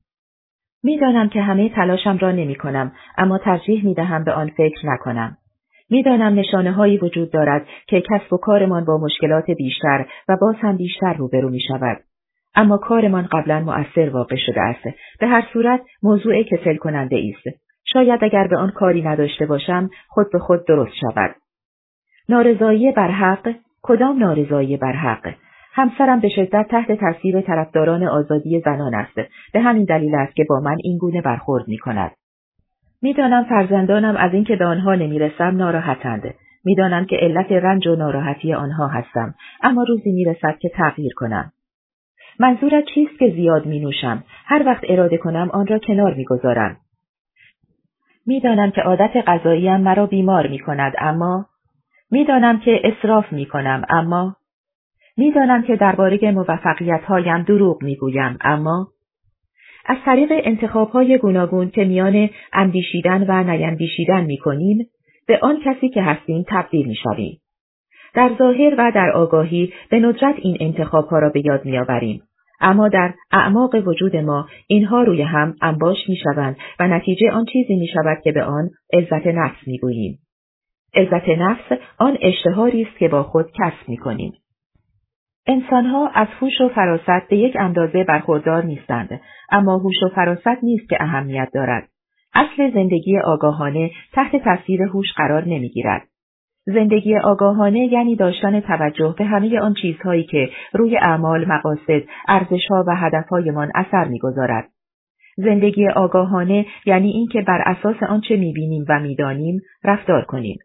می‌دانم که همه تلاشم را نمی‌کنم، اما ترجیح می‌دهم به آن فکر نکنم. می‌دانم نشانه‌هایی وجود دارد که کسب و کارمان با مشکلات بیشتر و باز هم بیشتر روبرو می‌شود. اما کارمان قبلا مؤثر واقع شده است. به هر صورت موضوع کسل کننده است. شاید اگر به آن کاری نداشته باشم، خود به خود درست شود. نارضایی بر حق؟ کدام نارضایی بر حق؟ همسرم به شدت تحت تاثیر طرفداران آزادی زنان است. به همین دلیل است که با من این گونه برخورد می‌کند. می‌دانم فرزندانم از اینکه به آنها نمی‌رسم ناراحتند. می‌دانم که علت رنج و ناراحتی آنها هستم، اما روزی می‌رسد که تغییر کنم. منظورت چیست که زیاد می‌نوشم؟ هر وقت اراده کنم آن را کنار می‌گذارم. می‌دانم که عادت غذاییم مرا بیمار می‌کند، اما می‌دانم که اسراف می‌کنم، اما می‌دانم که درباره موفقیت‌هایم دروغ می‌گویم، اما از طریق انتخاب‌های گوناگون که میان اندیشیدن و نیندیشیدن می‌کنیم، به آن کسی که هستیم تبدیل می‌شویم. در ظاهر و در آگاهی به ندرت این انتخاب‌ها را به یاد می‌آوریم، اما در اعماق وجود ما اینها روی هم انباش می‌شوند و نتیجه آن چیزی می‌شود که به آن عزت نفس می‌گوییم. عزت نفس آن اشتهاری است که با خود کسب می‌کنیم. انسان‌ها از هوش و فراست به یک اندازه برخوردار نیستند، اما هوش و فراست نیست که اهمیت دارد. اصل زندگی آگاهانه تحت تاثیر هوش قرار نمی‌گیرد. زندگی آگاهانه یعنی داشتن توجه به همه آن چیزهایی که روی اعمال، مقاصد، ارزش‌ها و هدف‌هایمان اثر می‌گذارد. زندگی آگاهانه یعنی اینکه بر اساس آنچه می‌بینیم و می‌دانیم رفتار کنیم.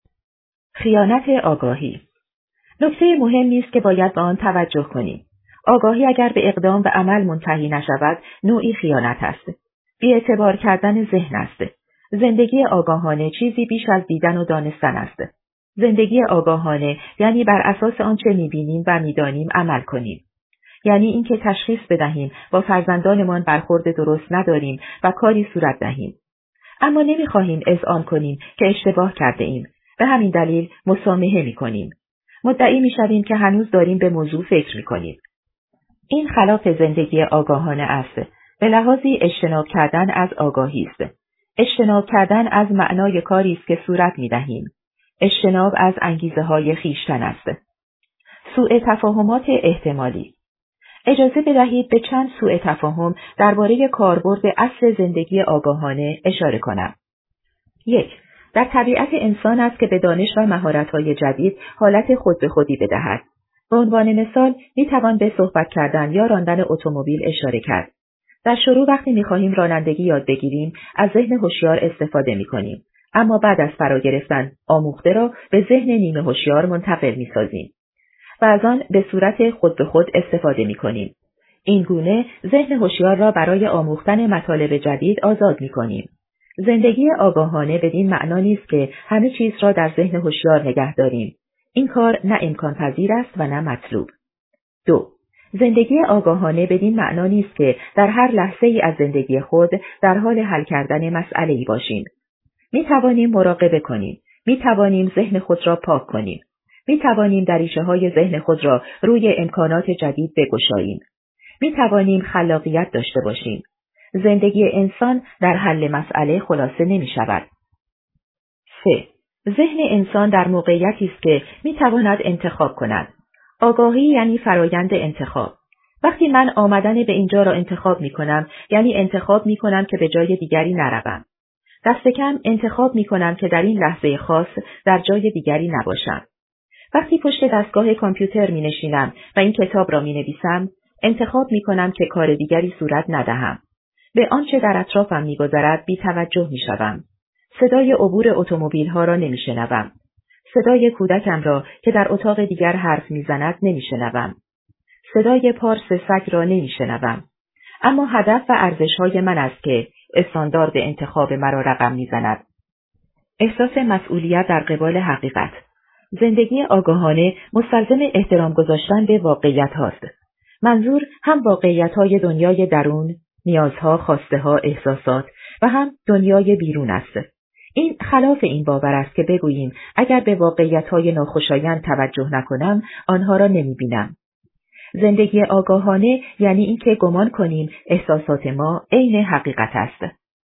خیانت آگاهی. نکته مهمی است که باید به آن توجه کنیم. آگاهی اگر به اقدام و عمل منتهی نشود، نوعی خیانت است. بی‌اعتبار کردن ذهن است. زندگی آگاهانه چیزی بیش از دیدن و دانستن است. زندگی آگاهانه یعنی بر اساس آنچه می‌بینیم و می‌دانیم عمل کنیم. یعنی اینکه تشخیص بدهیم با فرزندانمان برخورد درست نداریم و کاری صورت دهیم. اما نمی‌خواهیم اذعان کنیم که اشتباه کرده ایم. به همین دلیل مسامحه می‌کنیم. مدعی می‌شویم که هنوز داریم به موضوع فکر می‌کنیم. این خلاف زندگی آگاهانه است. به لحاظی اجتناب کردن از آگاهی است. اجتناب کردن از معنای کاری است که صورت می‌دهیم. اجتناب از انگیزه‌های خویشتن است. سوء تفاهمات احتمالی. اجازه بدهید به چند سوء تفاهم درباره کاربرد اصل زندگی آگاهانه اشاره کنم. 1. در طبیعت انسان است که به دانش و مهارت‌های جدید حالت خود به خودی بدهد. به عنوان مثال می‌توان به صحبت کردن یا راندن اتومبیل اشاره کرد. در شروع وقتی می‌خواهیم رانندگی یاد بگیریم، از ذهن هوشیار استفاده می‌کنیم، اما بعد از فرا گرفتن آموخته را به ذهن نیمه هوشیار منتقل می‌سازیم و از آن به صورت خود به خود استفاده می‌کنیم. این گونه ذهن هوشیار را برای آموختن مطالب جدید آزاد می‌کنیم. زندگی آگاهانه بدین معنا نیست که همه چیز را در ذهن هوشیار نگه داریم. این کار نه امکان پذیر است و نه مطلوب. 2. زندگی آگاهانه بدین معنا نیست که در هر لحظه ای از زندگی خود در حال حل کردن مسئله‌ای باشیم. می توانیم مراقبه کنیم. می توانیم ذهن خود را پاک کنیم. می توانیم دریچه‌های ذهن خود را روی امکانات جدید بگشاییم. می توانیم خلاقیت داشته باشیم. زندگی انسان در حل مسئله خلاصه نمی شود. 3. ذهن انسان در موقعیتی است که می تواند انتخاب کند. آگاهی یعنی فرایند انتخاب. وقتی من آمدن به اینجا را انتخاب می کنم، یعنی انتخاب می کنم که به جای دیگری نروم. دست کم انتخاب می کنم که در این لحظه خاص در جای دیگری نباشم. وقتی پشت دستگاه کامپیوتر می نشینم و این کتاب را می نویسم، انتخاب می کنم که کار دیگری صورت ندهم. به آنچه در اطرافم می گذرد بی توجه می شوم. صدای عبور اتومبیل ها را نمی شنوم. صدای کودکم را که در اتاق دیگر حرف می زند نمی شنوم. صدای پارس سگ را نمی شنوم. اما هدف و ارزش های من است که استاندارد انتخاب مرا رقم می زند. احساس مسئولیت در قبال حقیقت. زندگی آگاهانه مستلزم احترام گذاشتن به واقعیت هاست. منظور هم واقعیت های دنیای درون، نیازها، خواسته ها، احساسات و هم دنیای بیرون است. این خلاف این باور است که بگوییم اگر به واقعیت های ناخوشایند توجه نکنم آنها را نمی بینم. زندگی آگاهانه یعنی اینکه گمان کنیم احساسات ما عین حقیقت است.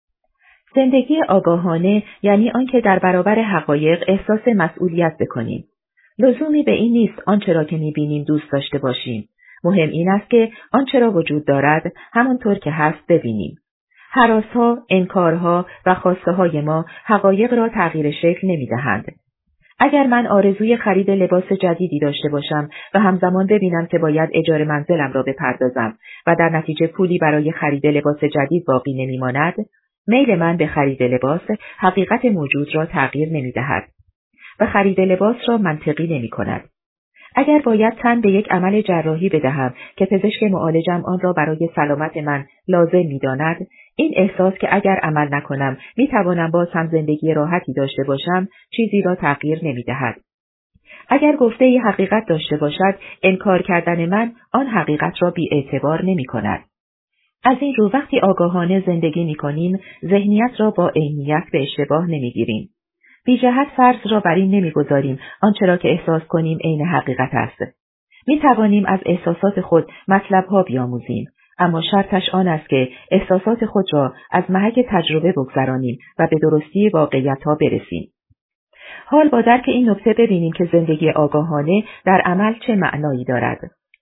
زندگی آگاهانه یعنی آنکه در برابر حقایق احساس مسئولیت بکنیم. لزومی به این نیست آنچه را که می‌بینیم دوست داشته باشیم. مهم این است که آنچه را وجود دارد همانطور که هست ببینیم. هراس‌ها، انکارها و خواسته‌های ما حقایق را تغییر شکل نمی‌دهند. اگر من آرزوی خرید لباس جدیدی داشته باشم و همزمان ببینم که باید اجاره منزلم را بپردازم و در نتیجه پولی برای خرید لباس جدید باقی نمی‌ماند، میل من به خرید لباس حقیقت موجود را تغییر نمی‌دهد و خرید لباس را منطقی نمی‌کند. اگر باید تن به یک عمل جراحی بدهم که پزشک معالجم آن را برای سلامت من لازم می‌داند، این احساس که اگر عمل نکنم می‌توانم باز هم زندگی راحتی داشته باشم، چیزی را تغییر نمی‌دهد. اگر گفته‌ای حقیقت داشته باشد، انکار کردن من آن حقیقت را بی‌اعتبار نمی‌کند. از این رو وقتی آگاهانه زندگی می‌کنیم، ذهنیت را با عینیت به اشتباه نمی‌گیریم. بی جهت فرض را بر این نمی‌گذاریم آنچه را که احساس کنیم عین حقیقت است. می‌توانیم از احساسات خود مطلب‌ها بیاموزیم، اما شرطش آن است که احساسات خود را از محک تجربه بگذرانیم و به درستی واقعیت‌ها برسیم. حال با درک این نکته ببینیم که زندگی آگاهانه در عمل چه معنایی دارد.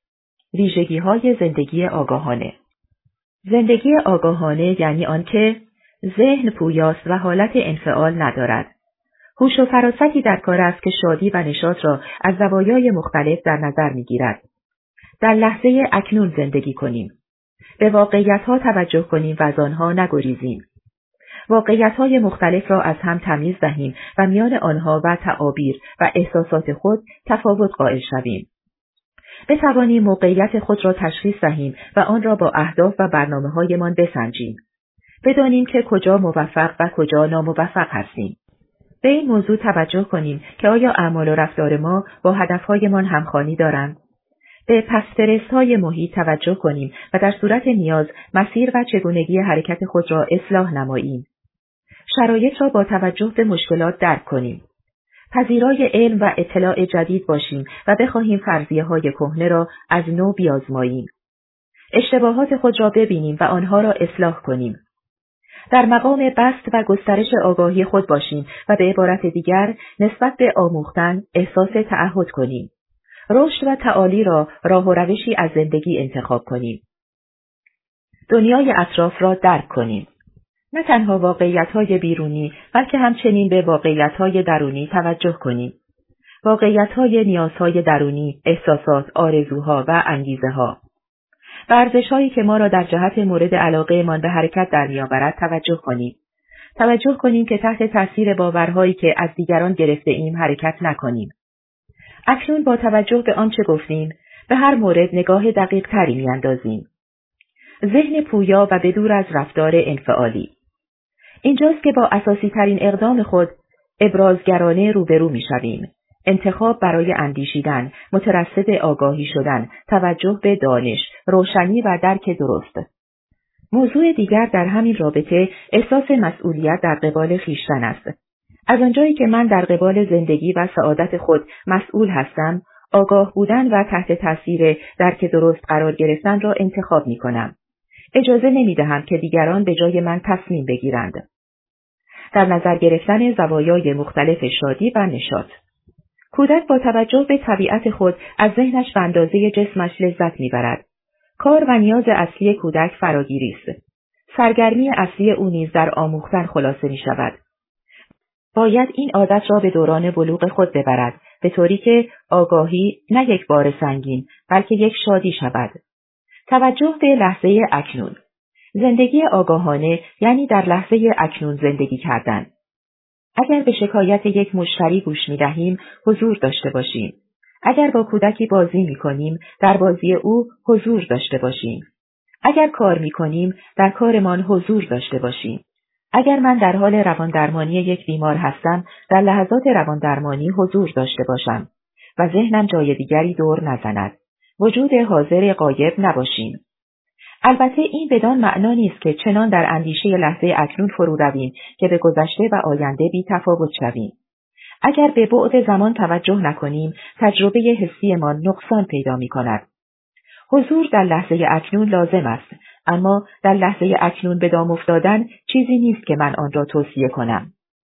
ویژگی‌های زندگی آگاهانه. زندگی آگاهانه یعنی آنکه ذهن پویاست و حالت انفعال ندارد. هوش و فراستی در کار است که شادی و نشاط را از زوایای مختلف در نظر می‌گیرد. در لحظه اکنون زندگی کنیم. به واقعیت‌ها توجه کنیم و از آنها نگریزیم. واقعیت‌های مختلف را از هم تمیز دهیم و میان آنها و تعابیر و احساسات خود تفاوت قائل شویم. بتوانیم موقعیت خود را تشخیص دهیم و آن را با اهداف و برنامه‌هایمان بسنجیم. بدانیم که کجا موفق و کجا ناموفق هستیم. به این موضوع توجه کنیم که آیا اعمال و رفتار ما با هدفهایمان همخوانی دارند؟ به پس‌فرست‌های محیط توجه کنیم و در صورت نیاز مسیر و چگونگی حرکت خود را اصلاح نماییم. شرایط را با توجه به مشکلات درک کنیم. پذیرای علم و اطلاع جدید باشیم و بخواهیم فرضیه‌های کهنه را از نو بیازماییم. اشتباهات خود را ببینیم و آنها را اصلاح کنیم. در مقام بسط و گسترش آگاهی خود باشیم و به عبارت دیگر نسبت به آموختن احساس تعهد کنیم. رشد و تعالی را راه و روشی از زندگی انتخاب کنیم. دنیای اطراف را درک کنیم. نه تنها واقعیت‌های بیرونی بلکه همچنین به واقعیت‌های درونی توجه کنیم. واقعیت‌های نیازهای درونی، احساسات، آرزوها و انگیزه‌ها. به ارزش‌هایی که ما را در جهت مورد علاقه‌مان به حرکت در می‌آورد توجه کنیم. توجه کنیم که تحت تاثیر باورهایی که از دیگران گرفته ایم حرکت نکنیم. اکنون با توجه به آنچه گفتیم، به هر مورد نگاه دقیق تری می‌اندازیم. ذهن پویا و بدور از رفتار انفعالی. اینجاست که با اساسی ترین اقدام خود ابرازگرانه روبرو می‌شویم. انتخاب برای اندیشیدن، مترصد آگاهی شدن، توجه به دانش، روشنی و درک درست. موضوع دیگر در همین رابطه احساس مسئولیت در قبال خویشتن است. از آنجایی که من در قبال زندگی و سعادت خود مسئول هستم، آگاه بودن و تحت تاثیر درک درست قرار گرفتن را انتخاب می کنم. اجازه نمی دهم که دیگران به جای من تصمیم بگیرند. در نظر گرفتن زوایای مختلف شادی و نشاط. کودک با توجه به طبیعت خود از ذهنش به اندازه جسمش لذت میبرد. کار و نیاز اصلی کودک فراگیری است. سرگرمی اصلی او نیز در آموختن خلاصه می شود. باید این عادت را به دوران بلوغ خود ببرد، به طوری که آگاهی نه یک بار سنگین، بلکه یک شادی شود. توجه به لحظه اکنون. زندگی آگاهانه یعنی در لحظه اکنون زندگی کردن. اگر به شکایت یک مشتری گوش می دهیم، حضور داشته باشیم. اگر با کودکی بازی می کنیم، در بازی او حضور داشته باشیم. اگر کار می کنیم، در کارمان حضور داشته باشیم. اگر من در حال رواندرمانی یک بیمار هستم، در لحظات رواندرمانی حضور داشته باشم و ذهنم جای دیگری دور نزند. وجود حاضر غایب نباشیم. البته این بدان معنا نیست که چنان در اندیشه لحظه اکنون فرو رویم که به گذشته و آینده بی تفاوت شویم. اگر به بعد زمان توجه نکنیم، تجربه حسیمان نقصان پیدا می کند. حضور در لحظه اکنون لازم است، اما در لحظه اکنون به دام افتادن چیزی نیست که من آن را توصیه کنم.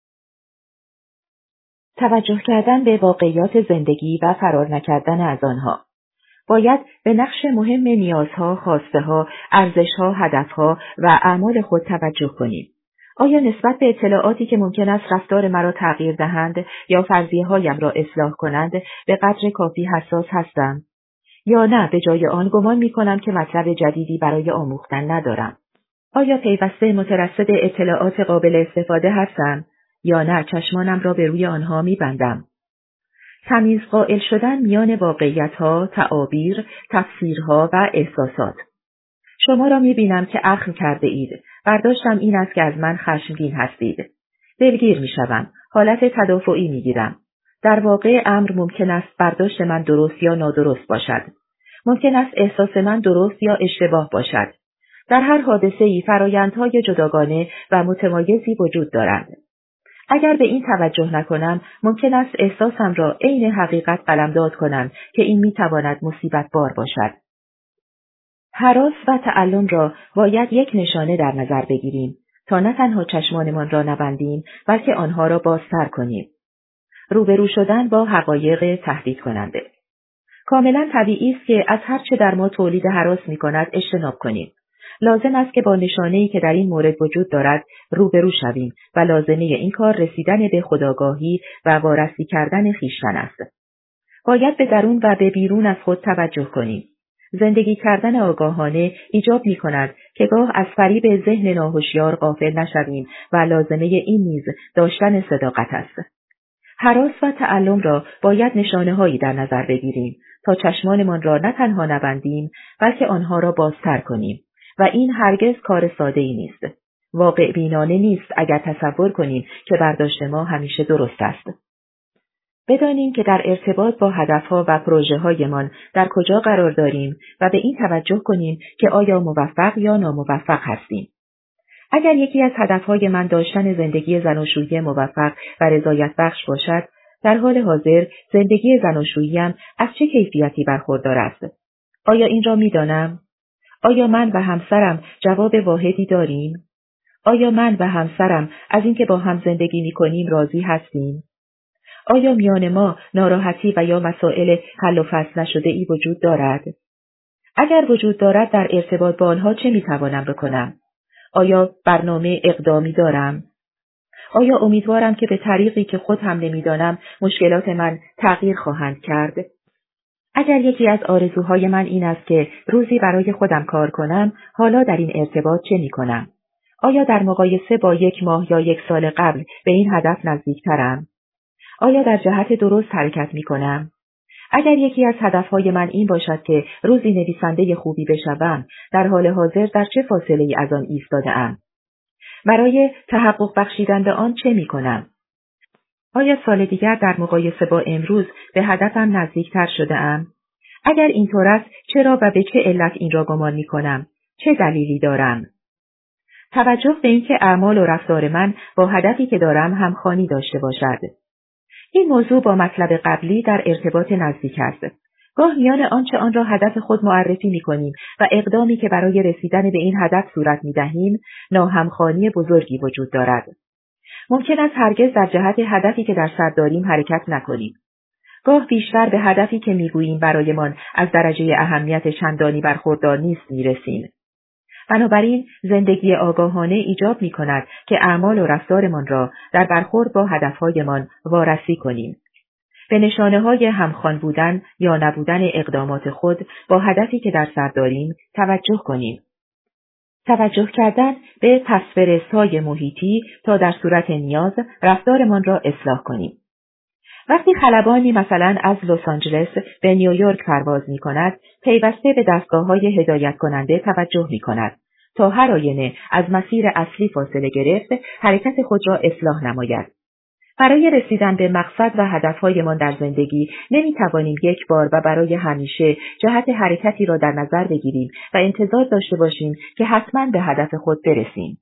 توجه کردن به واقعیات زندگی و فرار نکردن از آنها. باید به نقش مهم نیازها، خواسته‌ها، ارزش‌ها، هدف‌ها و اعمال خود توجه کنیم. آیا نسبت به اطلاعاتی که ممکن است رفتار مرا تغییر دهند یا فرضیه‌هایم را اصلاح کنند به قدر کافی حساس هستم؟ یا نه به جای آن گمان می‌کنم که مطلب جدیدی برای آموختن ندارم؟ آیا پیوسته مترصد اطلاعات قابل استفاده هستم یا نه چشمانم را به روی آنها می‌بندم؟ تمیز قائل شدن میان واقعیت‌ها، تعابیر، تفسیرها و احساسات. شما را می‌بینم که اخم کرده اید. برداشتم این است که از من خشمگین هستید. دلگیر می‌شوم. حالت تدافعی می‌گیرم. در واقع امر ممکن است برداشت من درست یا نادرست باشد. ممکن است احساس من درست یا اشتباه باشد. در هر حادثه‌ای فرایندهای جداگانه و متمایزی وجود دارند. اگر به این توجه نکنم، ممکن است احساسم را عین حقیقت قلمداد کنم که این می‌تواند مصیبت بار باشد. هراس و تعلم را باید یک نشانه در نظر بگیریم تا نه تنها چشمانمان را نبندیم بلکه آنها را بازتر کنیم. روبرو شدن با حقایق تهدید کننده. کاملا طبیعی است که از هر چه در ما تولید هراس می‌کند اجتناب کنیم. لازم است که با نشانه‌ای که در این مورد وجود دارد روبرو شویم و لازمه این کار رسیدن به خودآگاهی و وارسی کردن خویشتن است. باید به درون و به بیرون از خود توجه کنیم. زندگی کردن آگاهانه ایجاب می‌کند که گاه از فریب ذهن ناهوشیار غافل نشویم و لازمه این نیز داشتن صداقت است. هراس و تعلم را باید نشانه‌هایی در نظر بگیریم تا چشمانمان را نه تنها نبندیم بلکه آنها را بازتر کنیم و این هرگز کار ساده‌ای نیست. واقع بینانه نیست اگر تصور کنیم که برداشت ما همیشه درست است. بدانیم که در ارتباط با هدفها و پروژه‌هایمان در کجا قرار داریم و به این توجه کنیم که آیا موفق یا ناموفق هستیم. اگر یکی از هدفهای من داشتن زندگی زناشویی موفق و رضایت بخش باشد، در حال حاضر زندگی زناشوییم از چه کیفیتی برخوردار است؟ آیا این را می‌دانم؟ آیا من و همسرم جواب واحدی داریم؟ آیا من و همسرم از اینکه با هم زندگی می‌کنیم راضی هستیم؟ آیا میان ما ناراحتی و یا مسائل حل و فصل نشده ای وجود دارد؟ اگر وجود دارد در ارتباط با آنها چه می‌توانم بکنم؟ آیا برنامه اقدامی دارم؟ آیا امیدوارم که به طریقی که خود هم نمی‌دانم مشکلات من تغییر خواهند کرد؟ اگر یکی از آرزوهای من این است که روزی برای خودم کار کنم، حالا در این ارتباط چه می‌کنم؟ آیا در مقایسه با 1 ماه یا 1 سال قبل به این هدف نزدیکترم؟ آیا در جهت درست حرکت می‌کنم؟ اگر یکی از هدفهای من این باشد که روزی نویسنده خوبی بشوم، در حال حاضر در چه فاصله‌ای از آن ایستاده‌ام؟ برای تحقق بخشیدن به آن چه می‌کنم؟ آیا سال دیگر در مقایسه با امروز به هدفم نزدیکتر شده‌ام؟ اگر اینطور است، چرا و به چه علت این را گمان می‌کنم؟ چه دلیلی دارم؟ توجه به اینکه اعمال و رفتار من با هدفی که دارم همخوانی داشته باشد. این موضوع با مطلب قبلی در ارتباط نزدیک است. گاه میان آنچه آن را هدف خود معرفی می‌کنیم و اقدامی که برای رسیدن به این هدف صورت می‌دهیم، ناهمخوانی بزرگی وجود دارد. ممکن است هرگز در جهت هدفی که در سر داریم حرکت نکنیم. گاه بیشتر به هدفی که می‌گوییم برایمان از درجه اهمیت چندانی برخوردار نیست می‌رسیم. بنابراین زندگی آگاهانه ایجاب می‌کند که اعمال و رفتارمان را در برخورد با هدف‌هایمان وارسی کنیم. به نشانه‌های همخوان بودن یا نبودن اقدامات خود با هدفی که در سر داریم توجه کنیم. توجه کردن به پس‌فرست‌های محیطی تا در صورت نیاز رفتارمان را اصلاح کنیم. وقتی خلبانی مثلا از لس آنجلس به نیویورک پرواز می‌کند، پیوسته به دستگاه‌های هدایت کننده توجه می‌کند تا هر آینه از مسیر اصلی فاصله گرفت، حرکت خود را اصلاح نماید. برای رسیدن به مقصد و هدف‌هایمان در زندگی نمی‌توانیم یک بار و برای همیشه جهت حرکتی را در نظر بگیریم و انتظار داشته باشیم که حتماً به هدف خود برسیم.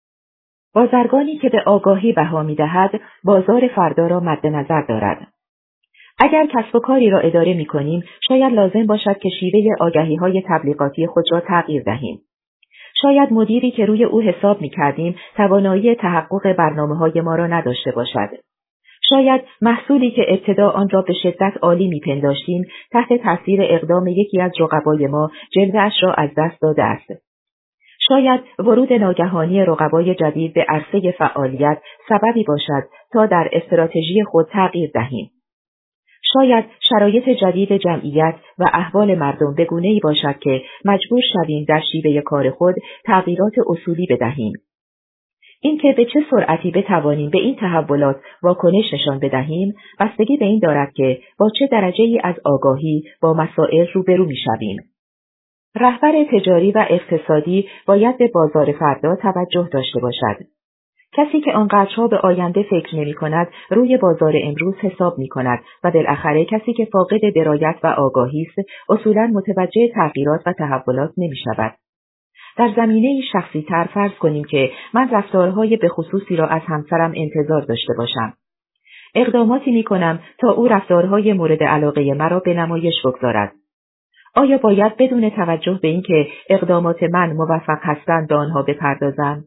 بازرگانی که به آگاهی بها می‌دهد، بازار فردا را مد نظر دارد. اگر کسب و کاری را اداره می‌کنیم، شاید لازم باشد که شیوه آگهی‌های تبلیغاتی خود را تغییر دهیم. شاید مدیری که روی او حساب می‌کردیم توانایی تحقق برنامه‌های ما را نداشته باشد. شاید محصولی که ابتدا آن را به شدت عالی می‌پنداشتیم تحت تاثیر اقدام یکی از رقبای ما جلوه‌اش را از دست داده است. شاید ورود ناگهانی رقبای جدید به عرصه فعالیت سببی باشد تا در استراتژی خود تغییر دهیم. شاید شرایط جدید جمعیت و احوال مردم به گونه‌ای باشد که مجبور شویم در شیوه کار خود تغییرات اصولی بدهیم. اینکه به چه سرعتی بتوانیم به این تحولات واکنش نشان بدهیم، بستگی به این دارد که با چه درجه‌ای از آگاهی با مسائل روبرو می‌شویم. رهبر تجاری و اقتصادی باید به بازار فردا توجه داشته باشد. کسی که آنقدرها به آینده فکر نمی‌کند، روی بازار امروز حساب می‌کند و بالاخره کسی که فاقد درایت و آگاهی است، اصولاً متوجه تغییرات و تحولات نمی‌شود. در زمینه شخصی‌تر فرض کنیم که من رفتارهای به خصوصی را از همسرم انتظار داشته باشم. اقداماتی می‌کنم تا او رفتارهای مورد علاقه مرا به نمایش بگذارد. آیا باید بدون توجه به اینکه اقدامات من موفق هستند به آنها بپردازم؟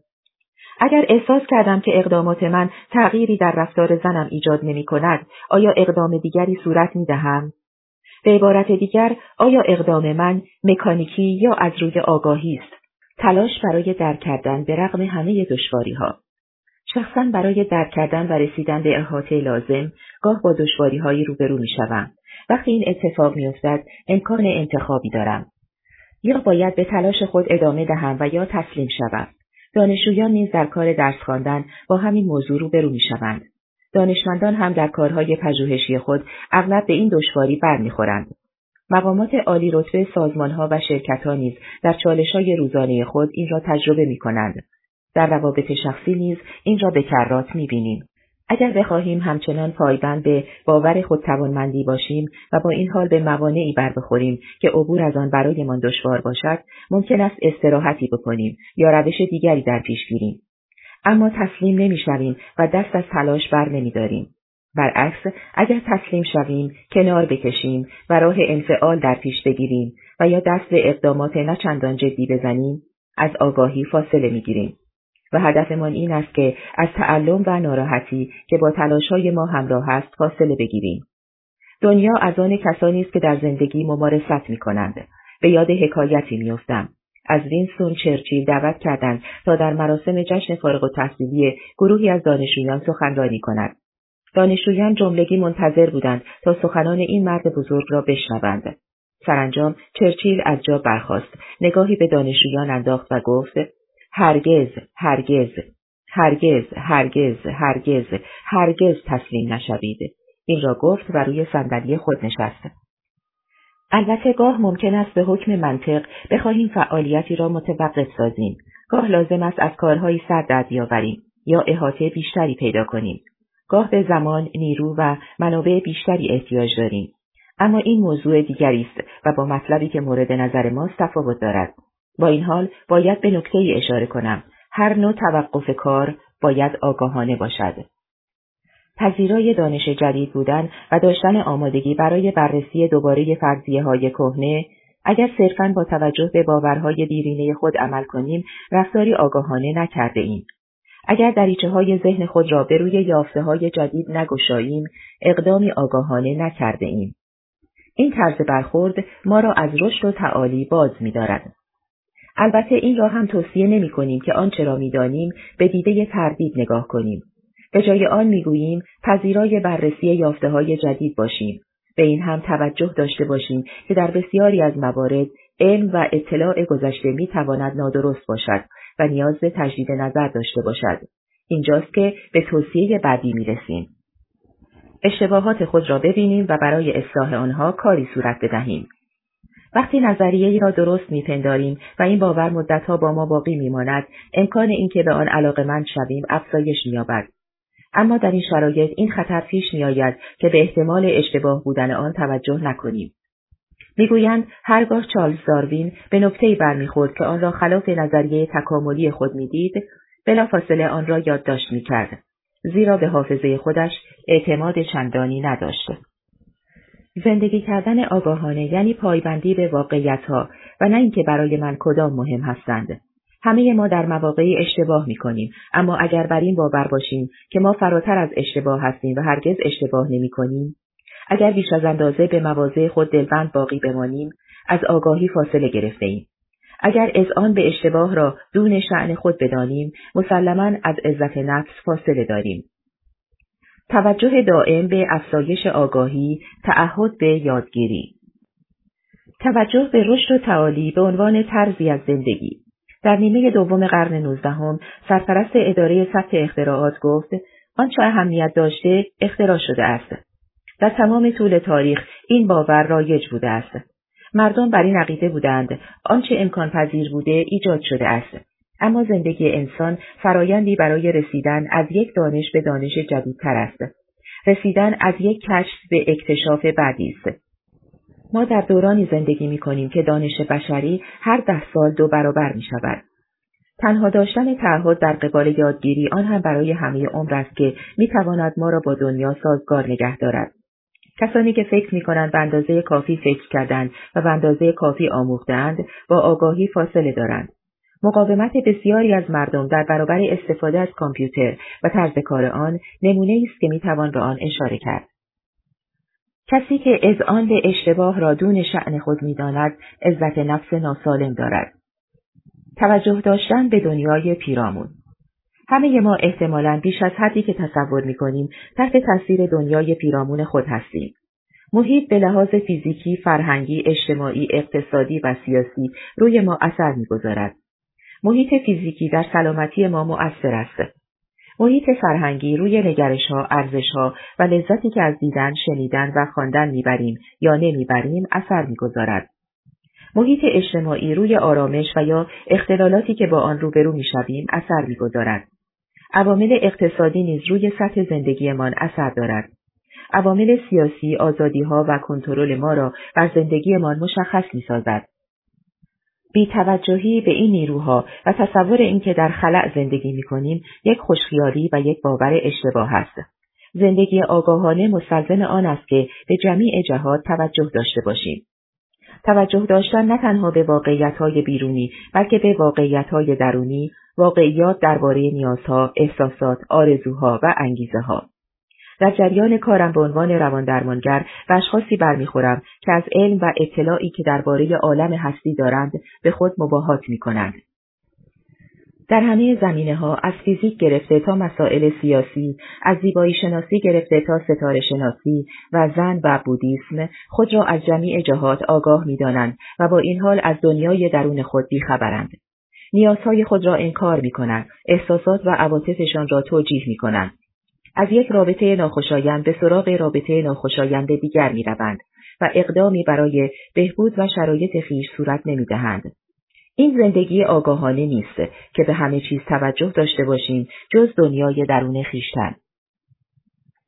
اگر احساس کردم که اقدامات من تغییری در رفتار زنم ایجاد نمی‌کند، آیا اقدام دیگری صورت می‌دهم؟ به عبارت دیگر، آیا اقدام من مکانیکی یا از روی آگاهی است؟ تلاش برای درک کردن به رغم همه دشواری‌ها. شخصاً برای درک کردن و رسیدن به احاطه لازم، گاه با دشواری‌هایی روبرو می‌شوم. وقتی این اتفاق می‌افتد، امکان انتخابی دارم. یا باید به تلاش خود ادامه دهم و یا تسلیم شوم. دانشجویان نیز در کار درس خواندن با همین موضوع روبرو می‌شوند. دانشمندان هم در کارهای پژوهشی خود اغلب به این دشواری برمی‌خورند. مقامات عالی رتبه سازمان‌ها و شرکت‌ها نیز در چالش‌های روزانه خود این را تجربه می‌کنند. در روابط شخصی نیز این را به کرات می‌بینیم. اگر بخواهیم همچنان پایبند به باور خودتوانمندی باشیم و با این حال به موانعی بر بخوریم که عبور از آن برایمان دشوار باشد، ممکن است استراحتی بکنیم یا روش دیگری در پیش گیریم. اما تسلیم نمی‌شویم و دست از تلاش بر نمی‌داریم. برعکس، اگر تسلیم شویم، کنار بکشیم و راه انفعال در پیش بگیریم و یا دست به اقدامات نه چندان جدی بزنیم، از آگاهی فاصله می‌گیریم. و هدفمان این است که از تعلم و ناراحتی که با تلاش‌های ما همراه است فاصله بگیریم. دنیا از آن کسانی است که در زندگی ممارست می‌کنند. به یاد حکایتی می‌افتم. از وینستون چرچیل دعوت کردند تا در مراسم جشن فارغ التحصیلی گروهی از دانشجویان سخنرانی کند. دانشجویان جملگی منتظر بودند تا سخنان این مرد بزرگ را بشنوند. سرانجام چرچیل از جا برخاست، نگاهی به دانشجویان انداخت و گفت: هرگز، هرگز، هرگز، هرگز، هرگز، هرگز تسلیم نشوید. این را گفت و روی صندلی خود نشست. البته گاه ممکن است به حکم منطق بخواهیم فعالیتی را متوقف سازیم. گاه لازم است از کارهایی سر در بیاوریم یا احاطه بیشتری پیدا کنیم. گاه به زمان، نیرو و منابع بیشتری احتیاج داریم. اما این موضوع دیگری است و با مطلبی که مورد نظر ماست تفاوت دارد. با این حال باید به نکته‌ای اشاره کنم. هر نوع توقف کار باید آگاهانه باشد. پذیرای دانش جدید بودن و داشتن آمادگی برای بررسی دوباره فرضیه‌های کهنه، اگر صرفاً با توجه به باورهای دیرینه خود عمل کنیم، رفتاری آگاهانه نکرده ایم. اگر دریچه‌های ذهن خود را به روی یافته‌های جدید نگشاییم، اقدامی آگاهانه نکرده ایم. این طرز برخورد ما را از رشد و تعالی باز می‌دارد. البته این را هم توصیه نمی‌کنیم که آنچه را می‌دانیم به دیده تردید نگاه کنیم. به جای آن می‌گوییم پذیرای بررسی یافته‌های جدید باشیم. به این هم توجه داشته باشیم که در بسیاری از موارد علم و اطلاع گذشته می‌تواند نادرست باشد و نیاز به تجدید نظر داشته باشد. اینجاست که به توصیه بعدی می‌رسیم. اشتباهات خود را ببینیم و برای اصلاح آنها کاری صورت بدهیم. وقتی نظریه‌ای را درست می‌پنداریم و این باور مدت‌ها با ما باقی می‌ماند، امکان اینکه به آن علاقه‌مند شویم افزایش می‌یابد. اما در این شرایط این خطر پیش می‌آید که به احتمال اشتباه بودن آن توجه نکنیم. می‌گویند هرگاه چارلز داروین به نکته‌ای برمی‌خورد که آن را خلاف نظریه تکاملی خود می‌دید، بلافاصله آن را یادداشت می‌کرد، زیرا به حافظه خودش اعتماد چندانی نداشت. زندگی کردن آگاهانه یعنی پایبندی به واقعیت‌ها و نه اینکه برای من کدام مهم هستند. همه ما در مواقعی اشتباه می‌کنیم، اما اگر بر این باور باشیم که ما فراتر از اشتباه هستیم و هرگز اشتباه نمی‌کنیم، اگر بیش از اندازه به مواضع خود دلبند باقی بمانیم، از آگاهی فاصله گرفته‌ایم. اگر اذعان به اشتباه را دون شأن خود بدانیم، مسلماً از عزت نفس فاصله داریم. توجه دائم به افزایش آگاهی، تعهد به یادگیری. توجه به رشد و تعالی به عنوان طرزی از زندگی. در نیمه دوم قرن 19 سرپرست اداره ثبت اختراعات گفت آنچه اهمیت داشته اختراع شده است. در تمام طول تاریخ این باور رایج بوده است. مردم بر این عقیده بودند آنچه امکان پذیر بوده ایجاد شده است. اما زندگی انسان فرایندی برای رسیدن از یک دانش به دانش جدیدتر است. رسیدن از یک کشف به اکتشاف بعدی است. ما در دورانی زندگی می‌کنیم که دانش بشری هر 10 سال 2 برابر می‌شود. تنها داشتن تعهد در قبال یادگیری آن هم برای همه عمر است که می‌تواند ما را با دنیا سازگار نگه دارد. کسانی که فکر می‌کنند به اندازه کافی فکر کردند و به اندازه کافی آموخته‌اند با آگاهی فاصله دارند. مقاومت بسیاری از مردم در برابر استفاده از کامپیوتر و طرز کار آن نمونه‌ای است که می‌توان به آن اشاره کرد. کسی که اذعان به اشتباه را دون شأن خود می‌داند، عزت نفس ناسالم دارد. توجه داشتن به دنیای پیرامون. همه ما احتمالاً بیش از حدی که تصور می‌کنیم تحت تاثیر دنیای پیرامون خود هستیم. محیط به لحاظ فیزیکی، فرهنگی، اجتماعی، اقتصادی و سیاسی روی ما اثر می‌گذارد. محیط فیزیکی در سلامتی ما مؤثر است. محیط فرهنگی روی نگرش‌ها، ارزش‌ها و لذتی که از دیدن، شنیدن و خواندن می‌بریم یا نمی‌بریم اثر می‌گذارد. محیط اجتماعی روی آرامش و یا اختلالاتی که با آن روبرو می‌شویم اثر می‌گذارد. عوامل اقتصادی نیز روی سطح زندگیمان اثر دارد. عوامل سیاسی، آزادی‌ها و کنترل ما را بر زندگیمان مشخص می‌سازد. بی‌توجهی به این نیروها و تصور اینکه در خلأ زندگی می‌کنیم یک خوشخیالی و یک باور اشتباه است. زندگی آگاهانه مستلزم آن است که به جمیع جهات توجه داشته باشیم. توجه داشتن نه تنها به واقعیت‌های بیرونی بلکه به واقعیت‌های درونی، واقعیات درباره نیازها، احساسات، آرزوها و انگیزه‌ها. در جریان کارم به عنوان رواندرمانگر به اشخاصی برمیخورم که از علم و اطلاعی که درباره عالم هستی دارند به خود مباهات می‌کنند. در همه زمینه‌ها از فیزیک گرفته تا مسائل سیاسی، از زیبایی شناسی گرفته تا ستاره شناسی و زن و بودیسم خود را از جمیع جهات آگاه می‌دانند و با این حال از دنیای درون خود بی‌خبرند. نیازهای خود را انکار می‌کنند، احساسات و عواطفشان را توجیه می‌کنند. از یک رابطه ناخوشایند به سراغ رابطه ناخوشایند دیگر می‌روند و اقدامی برای بهبود و شرایط خویش صورت نمی‌دهند. این زندگی آگاهانه نیست که به همه چیز توجه داشته باشیم جز دنیای درون خویشتن.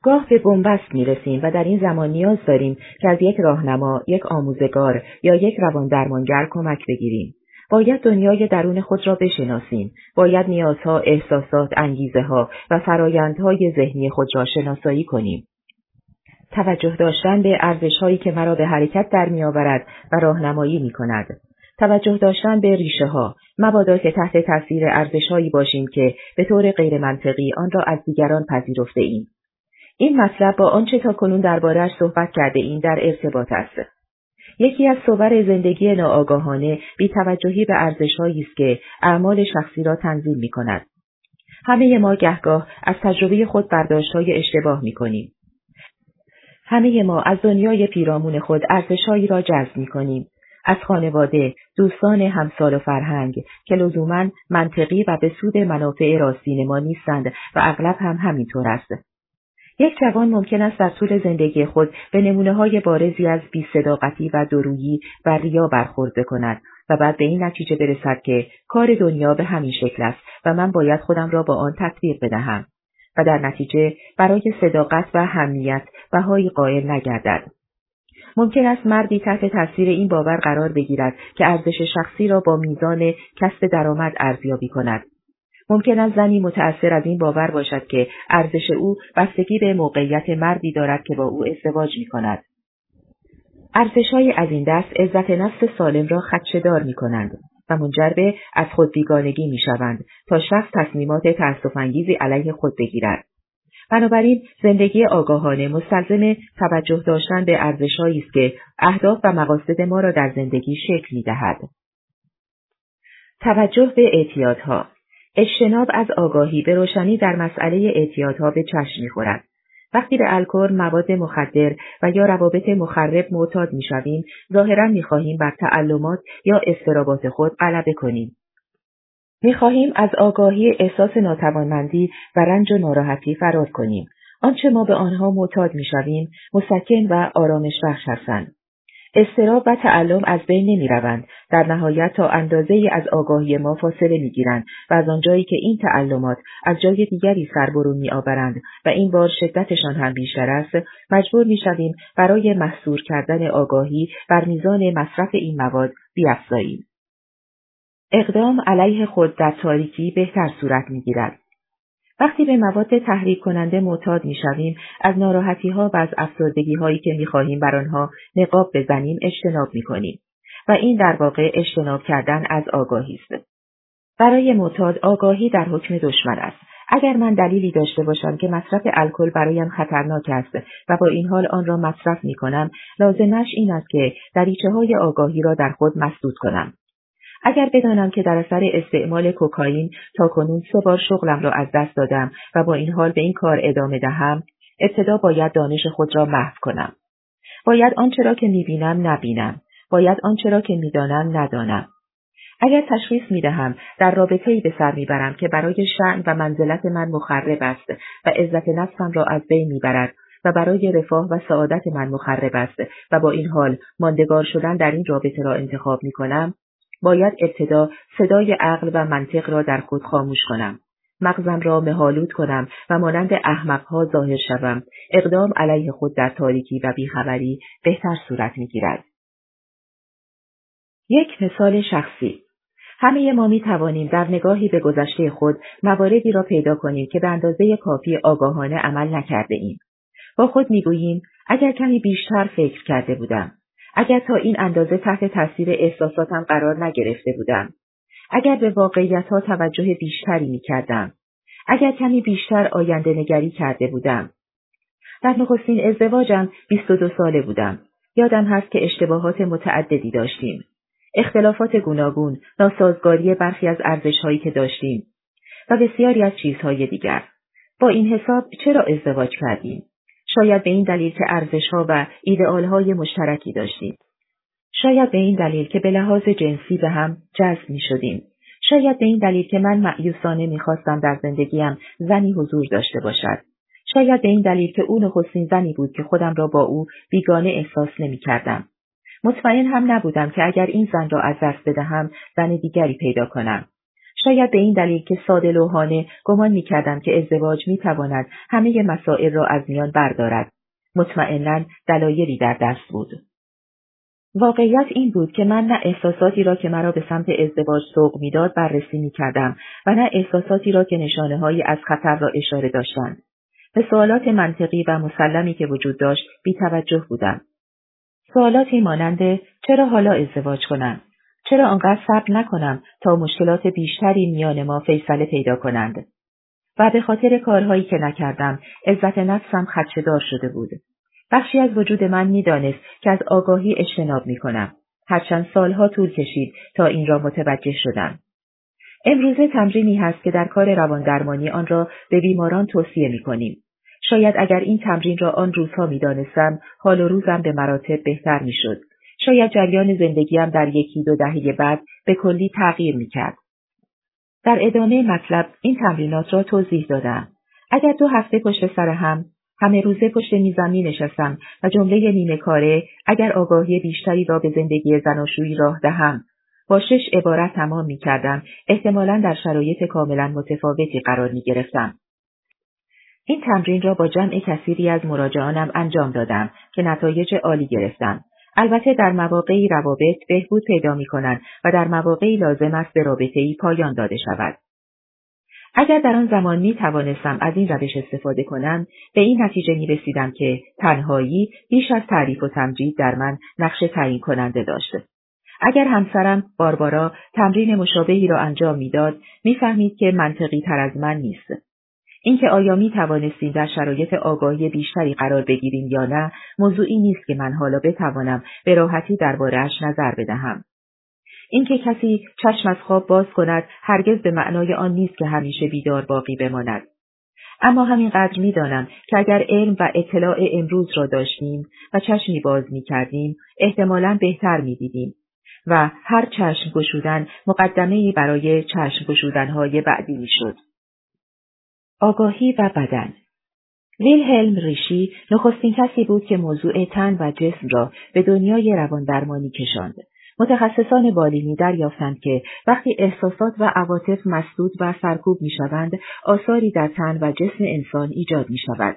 گاه به بنبست می‌رسیم و در این زمان نیاز داریم که از یک راهنما، یک آموزگار یا یک رواندرمانگر کمک بگیریم. باید دنیای درون خود را بشناسیم. باید نیازها، احساسات، انگیزه‌ها و فرایندهای ذهنی خود را شناسایی کنیم. توجه داشتن به ارزش‌هایی که مرا به حرکت در می‌آورد و راهنمایی می‌کند. توجه داشتن به ریشه‌ها، مبادا که تحت تاثیر ارزش‌هایی باشیم که به طور غیر منطقی آن را از دیگران پذیرفته ایم. این مطلب با آنچه تاکنون درباره‌اش صحبت کرده ایم در ارتباط است. یکی از صور زندگی ناآگاهانه بی‌توجهی به ارزش‌هایی است که اعمال شخصی را تنظیم می‌کند. همه ما گهگاه از تجربه خود برداشت‌های اشتباه می‌کنیم. همه ما از دنیای پیرامون خود ارزش‌هایی را جذب می‌کنیم. از خانواده، دوستان همسال و فرهنگ که لزوماً منطقی و به سود منافع راستین ما نیستند و اغلب هم همینطور است. یک جوان ممکن است در طول زندگی خود به نمونه‌های بارزی از بی‌صداقتی و دورویی و ریا برخورد کند و بعد به این نتیجه برسد که کار دنیا به همین شکل است و من باید خودم را با آن تطبیق بدهم و در نتیجه برای صداقت و حمیت بهایی قائل نگردد. ممکن است مردی تحت تاثیر این باور قرار بگیرد که ارزش شخصی را با میزان کسب درآمد ارزیابی کند. ممکن است زنی متأثر از این باور باشد که ارزش او بستگی به موقعیت مردی دارد که با او ازدواج می‌کند. ارزش‌های از این دست عزت نفس سالم را خدشه‌دار می‌کنند و منجر به از خود بیگانگی می‌شوند تا شخص تصمیمات تأسف‌انگیزی علیه خود بگیرد. بنابراین زندگی آگاهانه مستلزم توجه داشتن به ارزش‌هایی است که اهداف و مقاصد ما را در زندگی شکل می‌دهد. توجه به اعتیادها. اجتناب از آگاهی به روشنی در مسئله اعتیادها به چشم می‌خورد. وقتی به الکل، مواد مخدر و یا روابط مخرب معتاد می‌شویم، ظاهراً می‌خواهیم بر تعلمات یا اضطرابات خود غلبه کنیم. می‌خواهیم از آگاهی احساس ناتوانمندی و رنج و ناراحتی فرار کنیم. آنچه ما به آنها معتاد می‌شویم، مسکن و آرامش بخش هستند. اضطراب و تعلم از بین نمی‌روند. در نهایت تا اندازه‌ای از آگاهی ما فاصله می‌گیرند و از آنجایی که این تعلمات از جای دیگری سر برون می‌آورند و این بار شدتشان هم بیشتر است، مجبور می‌شویم برای محصور کردن آگاهی بر میزان مصرف این مواد بیفزاییم. اقدام علیه خود در تاریکی بهتر صورت می‌گیرد. وقتی به مواد تحریک کننده معتاد می‌شویم، از ناراحتی‌ها و از افسردگی‌هایی که می‌خواهیم بر آنها نقاب بزنیم اجتناب می‌کنیم و این در واقع اجتناب کردن از آگاهی است. برای معتاد آگاهی در حکم دشمن است. اگر من دلیلی داشته باشم که مصرف الکل برایم خطرناک است و با این حال آن را مصرف می‌کنم، لازمش این است که دریچه‌های آگاهی را در خود مسدود کنم. اگر بدانم که در اثر استعمال کوکائین تاکنون 3 بار شغلم را از دست دادم و با این حال به این کار ادامه دهم، ابتدا باید دانش خود را محو کنم. باید آنچه را که می‌بینم نبینم. باید آنچه را که می‌دانم ندانم. اگر تشخیص می‌دهم در رابطه‌ای به سر می‌برم که برای شأن و منزلت من مخرب است و عزت نفسم را از بین می‌برد و برای رفاه و سعادت من مخرب است و با این حال ماندگار شدن در این رابطه را انتخاب می‌کنم، باید ابتدا صدای عقل و منطق را در خود خاموش کنم. مغزم را مه‌آلود کنم و مانند احمق‌ها ظاهر شوم. اقدام علیه خود در تاریکی و بیخبری بهتر صورت می‌گیرد. یک مثال شخصی. همه ما می توانیم در نگاهی به گذشته خود مواردی را پیدا کنیم که به اندازه کافی آگاهانه عمل نکرده ایم. با خود می گوییم اگر کمی بیشتر فکر کرده بودم. اگر تا این اندازه تحت تاثیر احساساتم قرار نگرفته بودم. اگر به واقعیت‌ها توجه بیشتری می کردم. اگر کمی بیشتر آینده نگری کرده بودم. در نخستین ازدواجم 22 ساله بودم. یادم هست که اشتباهات متعددی داشتیم. اختلافات گوناگون، ناسازگاری برخی از ارزش‌هایی که داشتیم و بسیاری از چیزهای دیگر. با این حساب چرا ازدواج کردیم؟ شاید به این دلیل که ارزش‌ها و ایدئال‌های مشترکی داشتیم. شاید به این دلیل که به لحاظ جنسی به هم جذب می‌شدیم. شاید به این دلیل که من مأیوسانه می‌خواستم در زندگیم زنی حضور داشته باشد. شاید به این دلیل که او نخستین زنی بود که خودم را با او بیگانه احساس نمی‌کردم. مطمئن هم نبودم که اگر این زن را از دست بدهم زن دیگری پیدا کنم. شاید به این دلیل که ساده لوحانه گمان می‌کردم که ازدواج می‌تواند همه مسائل را از میان بردارد. مطمئناً دلایلی در دست بود. واقعیت این بود که من نه احساساتی را که مرا به سمت ازدواج سوق می‌داد بررسی می‌کردم و نه احساساتی را که نشانه‌هایی از خطر را اشاره داشتند. به سوالات منطقی و مسلمی که وجود داشت بی‌توجه بودم. سوالاتی مانند چرا حالا ازدواج کنم؟ چرا آنقدر صبر نکنم تا مشکلات بیشتری میان ما فیصله پیدا کنند؟ و به خاطر کارهایی که نکردم، عزت نفسم خدشه‌دار شده بود. بخشی از وجود من می‌دانست که از آگاهی اجتناب می‌کنم. هرچند سالها طول کشید تا این را متوجه شدم. امروزه تمرینی هست که در کار رواندرمانی آن را به بیماران توصیه می‌کنیم. شاید اگر این تمرین را آن روزها می‌دانستم، حال و روزم به مراتب بهتر می‌شد. شاید جریان زندگیم در 1-2 دهه بعد به کلی تغییر می‌کرد. در ادامه مطلب این تمرینات را توضیح دادم. اگر 2 هفته پشت سر همه روزه پشت میزم می‌نشستم و جمله نیمه کاره اگر آگاهی بیشتری را به زندگی زناشویی راه دهم با 6 عبارت تمام می‌کردم، احتمالاً در شرایط کاملاً متفاوتی قرار می‌گرفتم. این تمرین را با جمع کثیری از مراجعانم انجام دادم که نتایج عالی گرفتم. البته در مواقعی روابط بهبود پیدا می‌کنند و در مواقعی لازم است به رابطه‌ای پایان داده شود. اگر در آن زمان می توانستم از این روش استفاده کنم، به این نتیجه می رسیدم که تنهایی بیش از تعریف و تمجید در من نقش تعیین کننده داشت. اگر همسرم باربارا تمرین مشابهی را انجام میداد، می‌فهمید که منطقی تر از من نیست. اینکه آیا می توانستیم در شرایط آگاهی بیشتری قرار بگیریم یا نه، موضوعی نیست که من حالا بتوانم به راحتی درباره‌اش نظر بدهم. اینکه کسی چشم از خواب باز کند هرگز به معنای آن نیست که همیشه بیدار باقی بماند. اما همینقدر می‌دانم که اگر علم و اطلاع امروز را داشتیم و چشمی باز می‌کردیم، احتمالاً بهتر می‌دیدیم و هر چشم گشودن مقدمه‌ای برای چشم گشودن‌های بعدی می‌شد. آگاهی و بدن. ویلهلم ریشی نخستین کسی بود که موضوع تن و جسم را به دنیای رواندرمانی کشاند. متخصصان بالینی دریافتند که وقتی احساسات و عواطف مسدود و سرکوب می‌شوند، آثاری در تن و جسم انسان ایجاد می‌شود.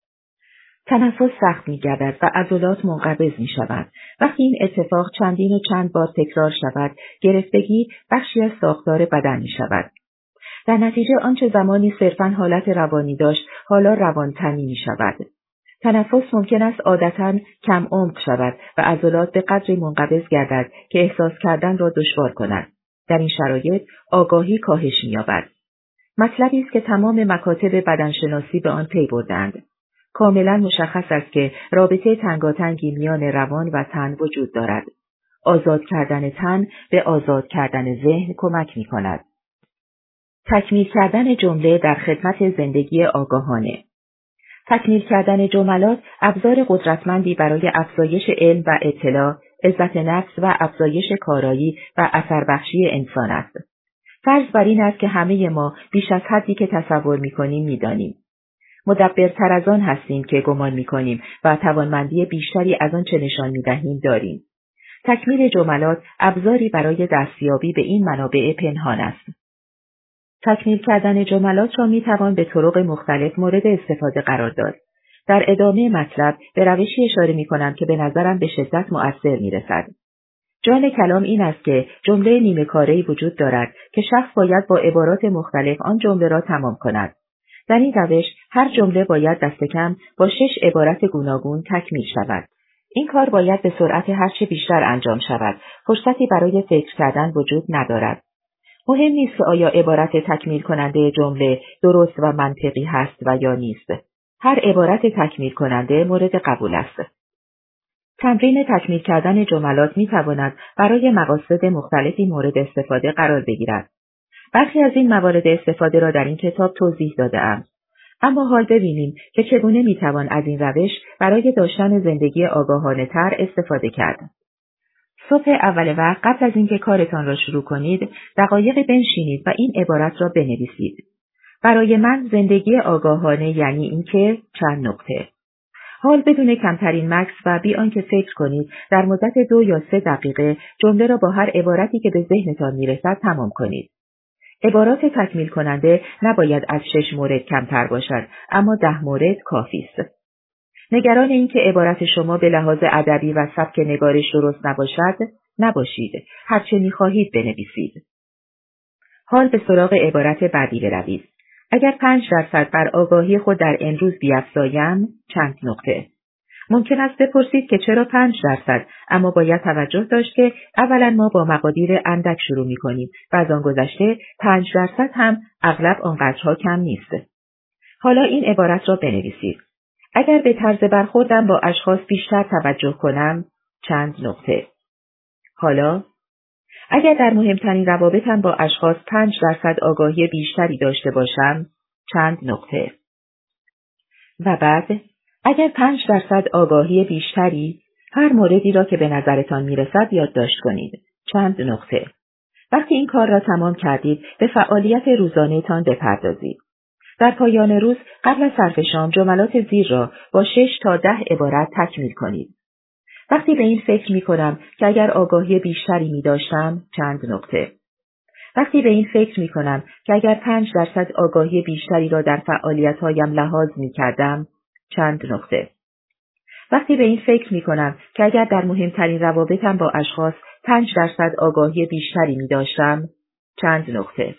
تنفس سخت می‌گردد و عضلات منقبض می‌شوند. وقتی این اتفاق چندین و چند بار تکرار شود، گرفتگی بخشی از ساختار بدن می‌شود. در نتیجه آنچه زمانی صرفاً حالت روانی داشت، حالا روانتنی می‌شود. تنفس ممکن است عادتاً کم عمق شود و عضلات به قدری منقبض گردد که احساس کردن را دشوار کند. در این شرایط آگاهی کاهش می‌یابد. مطلبی است که تمام مکاتب بدنشناسی به آن پی بردند. کاملاً مشخص است که رابطه تنگاتنگی میان روان و تن وجود دارد. آزاد کردن تن به آزاد کردن ذهن کمک می‌کند. تکمیل کردن جمله در خدمت زندگی آگاهانه. تکمیل کردن جملات ابزار قدرتمندی برای افزایش علم و اطلاع، عزت نفس و افزایش کارایی و اثربخشی انسان است. فرض بر این است که همه ما بیش از حدی که تصور می‌کنیم می‌دانیم. مدبرتر از آن هستیم که گمان می‌کنیم و توانمندی بیشتری از آن چه نشان می‌دهیم داریم. تکمیل جملات ابزاری برای دستیابی به این منابع پنهان است. تکمیل کردن جملات را می‌توان به طرق مختلف مورد استفاده قرار داد. در ادامه مطلب به روشی اشاره می‌کنم که به نظرم به شدت مؤثر می‌رسد. جان کلام این است که جمله نیمه کاره‌ای وجود دارد که شخص باید با عبارات مختلف آن جمله را تمام کند. در این روش هر جمله باید دست کم با 6 عبارت گوناگون تکمیل شود. این کار باید به سرعت هرچه بیشتر انجام شود. فرصتی برای فکر کردن وجود ندارد. مهم نیست که آیا عبارت تکمیل کننده جمله درست و منطقی هست و یا نیست. هر عبارت تکمیل کننده مورد قبول است. تمرین تکمیل کردن جملات می تواند برای مقاصد مختلفی مورد استفاده قرار بگیرد. برخی از این موارد استفاده را در این کتاب توضیح داده‌ام. اما حال ببینیم که چگونه می توان از این روش برای داشتن زندگی آگاهانه تر استفاده کرد. صبح اول وقت قبل از اینکه کارتان را شروع کنید، دقایقی بنشینید و این عبارت را بنویسید. برای من زندگی آگاهانه یعنی اینکه چند نقطه. حال بدون کمترین مکث و بی آنکه فکر کنید در مدت 2 یا 3 دقیقه جمله را با هر عبارتی که به ذهنتان میرسد تمام کنید. عبارات تکمیل کننده نباید از 6 مورد کمتر باشد، اما 10 مورد کافی است. نگران این که عبارت شما به لحاظ ادبی و سبک نگارش درست نباشد، نباشید. هرچه می‌خواهید بنویسید. حال به سراغ عبارت بعدی بروید. اگر 5% بر آگاهی خود در امروز بیفزایم، چند نقطه. ممکن است بپرسید که چرا 5%، اما باید توجه داشت که اولا ما با مقادیر اندک شروع می‌کنیم و از آن گذشته 5% هم اغلب آنقدرها کم نیست. حالا این عبارت را بنویسید. اگر به طرز برخوردم با اشخاص بیشتر توجه کنم، چند نقطه. حالا اگر در مهمترین روابطم با اشخاص 5% آگاهی بیشتری داشته باشم، چند نقطه. و بعد اگر 5% آگاهی بیشتری، هر موردی را که به نظرتان میرسد یادداشت کنید. چند نقطه. وقتی این کار را تمام کردید، به فعالیت روزانه‌تان بپردازید. در پایان روز قبل از صرف شام جملات زیر را با 6 تا 10 عبارت تکمیل کنید. وقتی به این فکر می کنم که اگر آگاهی بیشتری می داشتم، چند نقطه. وقتی به این فکر می کنم که اگر 5% آگاهی بیشتری را در فعالیت‌هایم لحاظ می کردم، چند نقطه. وقتی به این فکر می کنم که اگر در مهمترین روابطم با اشخاص 5% آگاهی بیشتری می داشتم، چند نقطه.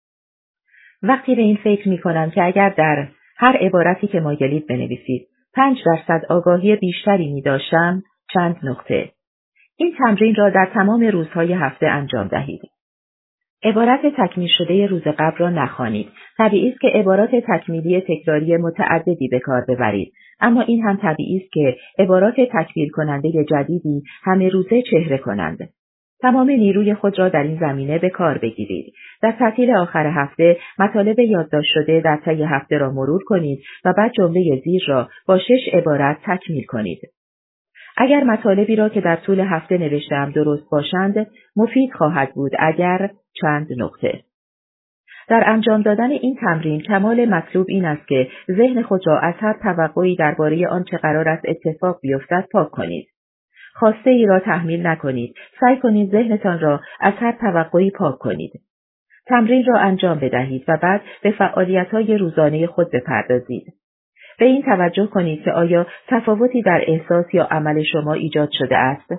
وقتی به این فکر می کنم که اگر در هر عبارتی که مایلید بنویسید 5% آگاهی بیشتری می داشتم، چند نقطه. این تمرین را در تمام روزهای هفته انجام دهید. عبارت تکمیل شده روز قبل را نخوانید. طبیعی است که عبارات تکمیلی تکراری متعددی به کار ببرید، اما این هم طبیعی است که عبارات تکمیل کننده جدیدی همه روزه چهره کنند. تمام نیروی خود را در این زمینه به کار بگیرید. در تعطیل آخر هفته مطالب یادداشت شده در طی هفته را مرور کنید و بعد جمله زیر را با 6 عبارت تکمیل کنید. اگر مطالبی را که در طول هفته نوشتم درست باشند، مفید خواهد بود اگر چند نقطه. در انجام دادن این تمرین کمال مطلوب این است که ذهن خود را از هر توقعی درباره آنچه قرار است اتفاق بیفتد پاک کنید. خواسته ای را تحمیل نکنید. سعی کنید ذهنتان را از هر توقعی پاک کنید. تمرین را انجام بدهید و بعد به فعالیت‌های روزانه خود بپردازید. به این توجه کنید که آیا تفاوتی در احساس یا عمل شما ایجاد شده است؟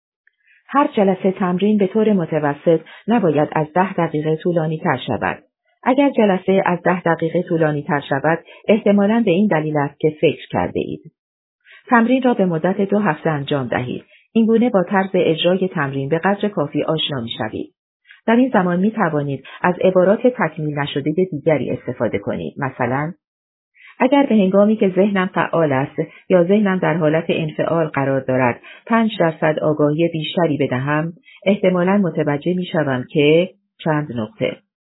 هر جلسه تمرین به طور متوسط نباید از 10 دقیقه طولانی تر شود. اگر جلسه از 10 دقیقه طولانی تر شود، احتمالاً به این دلیل است که فکر کرده اید. تمرین را به مدت 2 هفته انجام دهید. این گونه با طرز اجرای تمرین به قدر کافی آشنا می‌شوید. در این زمان می توانید از عبارات تکمیل نشده دیگری استفاده کنید. مثلا اگر به هنگامی که ذهنم فعال است یا ذهنم در حالت انفعال قرار دارد 5% آگاهی بیشتری بدهم، احتمالاً متوجه می شوم که چند نقطه.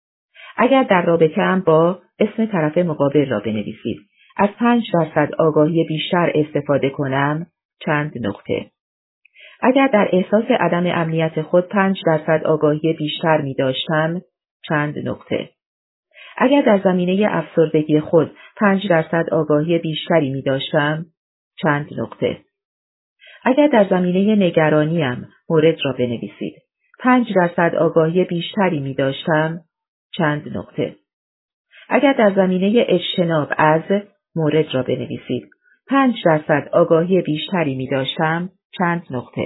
اگر در رابطه‌ام با اسم طرف مقابل را بنویسید. از 5% آگاهی بیشتر استفاده کنم، چند نقطه. اگر در احساس عدم امنیت خود 5% آگاهی بیشتر می داشتم، چند نقطه. اگر در زمینه افسردگی خود 5% آگاهی بیشتری می داشتم، چند نقطه. اگر در زمینه نگرانیم مورد را بنویسید. 5% آگاهی بیشتری می داشتم، چند نقطه. اگر در زمینه اجتناب از مورد را بنویسید. 5% آگاهی بیشتری می داشتم، چند نقطه.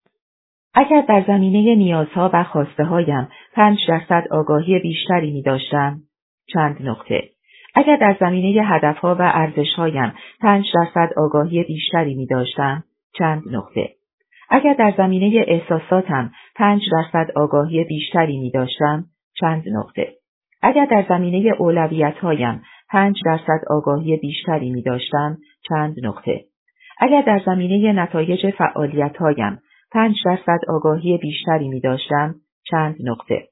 اگر در زمینه نیازها و خواسته هایم 5% آگاهی بیشتری می داشتم، چند نقطه. اگر در زمینه هدفها و ارزشهایم 5% آگاهی بیشتری می داشتم، چند نقطه. اگر در زمینه احساساتم 5% آگاهی بیشتری می داشتم، چند نقطه. اگر در زمینه اولویت‌هایم 5% آگاهی بیشتری می داشتم، چند نقطه. اگر در زمینه نتایج فعالیت‌هایم 5% آگاهی بیشتری می داشتم، چند نقطه.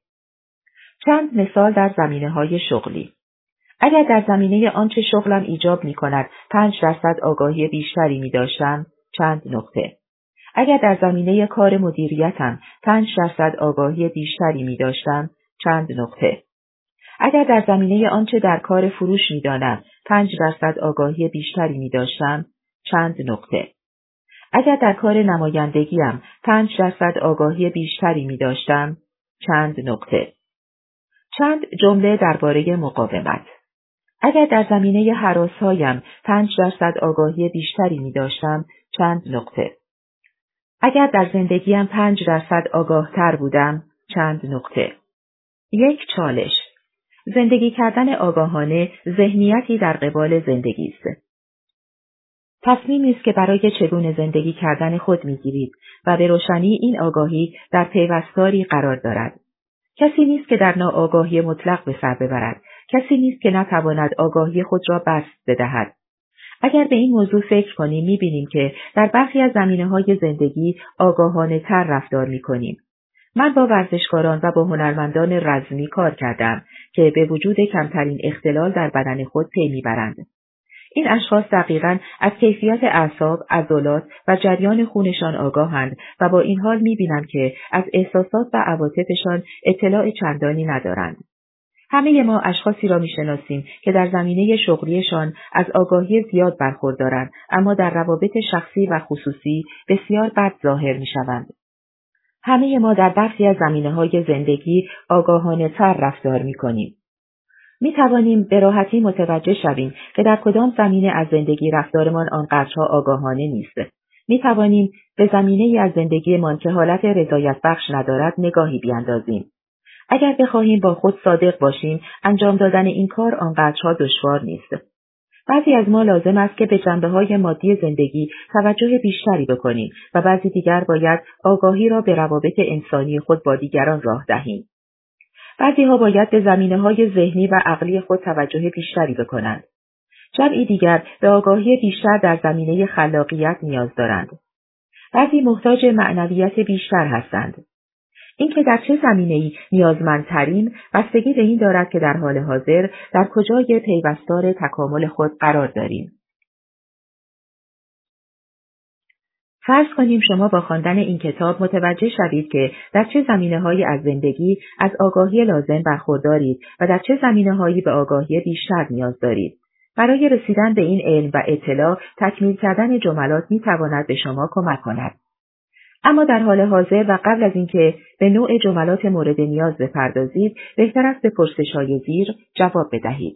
چند مثال در زمینه‌های شغلی. اگر در زمینه آنچه شغلم ایجاب می کند 5% آگاهی بیشتری می داشتم، چند نقطه. اگر در زمینه کار مدیریتم 5% آگاهی بیشتری می داشتم، چند نقطه. اگر در زمینه آنچه در کار فروش می دانم 5% آگاهی بیشتری می داشتم، چند نقطه. اگر در کار نمایندگیم 5% آگاهی بیشتری می داشتم، چند نقطه. چند جمله درباره مقاومت. اگر در زمینه هراس‌هایم 5% آگاهی بیشتری می داشتم، چند نقطه. اگر در زندگیم 5% آگاهتر بودم، چند نقطه. یک چالش. زندگی کردن آگاهانه ذهنیتی در قبال زندگی است. تصمیمی است که برای چگونه زندگی کردن خود می‌گیرید و به روشنی این آگاهی در پیوستاری قرار دارد. کسی نیست که در ناآگاهی مطلق به سر ببرد. کسی نیست که نتواند آگاهی خود را بسط بدهد. اگر به این موضوع فکر کنیم می‌بینیم که در برخی از زمینه‌های زندگی آگاهانه‌تر رفتار می‌کنیم. من با ورزشکاران و با هنرمندان رزمی کار کردم که به وجود کمترین اختلال در بدن خود پی می‌برند. این اشخاص دقیقاً از کیفیت اعصاب، عضلات و جریان خونشان آگاهند و با این حال می‌بینم که از احساسات و عواطفشان اطلاع چندانی ندارند. همه ما اشخاصی را می‌شناسیم که در زمینه شغلیشان از آگاهی زیاد برخوردارند، اما در روابط شخصی و خصوصی بسیار بد ظاهر می‌شوند. همه ما در برخی از زمینه‌های زندگی آگاهانه‌تر رفتار می‌کنیم. می‌توانیم به راحتی متوجه شویم که در کدام زمینه از زندگی رفتارمان آنقدرها آگاهانه نیست. می‌توانیم به زمینه‌ای از زندگیمان که حالت رضایت بخش ندارد نگاهی بیاندازیم. اگر بخواهیم با خود صادق باشیم، انجام دادن این کار آنقدرها دشوار نیست. بعضی از ما لازم است که به جنبه‌های مادی زندگی توجه بیشتری بکنیم و بعضی دیگر باید آگاهی را به روابط انسانی خود با دیگران راه دهیم. بعضی‌ها باید به زمینه‌های ذهنی و عقلی خود توجه بیشتری بکنند. جمعی دیگر به آگاهی بیشتر در زمینه خلاقیت نیاز دارند. بعضی محتاج معنویت بیشتر هستند. اینکه در چه زمینه‌ای نیازمندتریم بستگی به این دارد که در حال حاضر در کجای پیوستار تکامل خود قرار داریم. فرض کنیم شما با خواندن این کتاب متوجه شوید که در چه زمینه‌هایی از زندگی از آگاهی لازم برخوردارید و در چه زمینه‌هایی به آگاهی بیشتر نیاز دارید. برای رسیدن به این علم و اطلاع، تکمیل کردن جملات می‌تواند به شما کمک کند. اما در حال حاضر و قبل از اینکه به نوع جملات مورد نیاز بپردازید، بهتر است به پرسش‌های زیر جواب بدهید.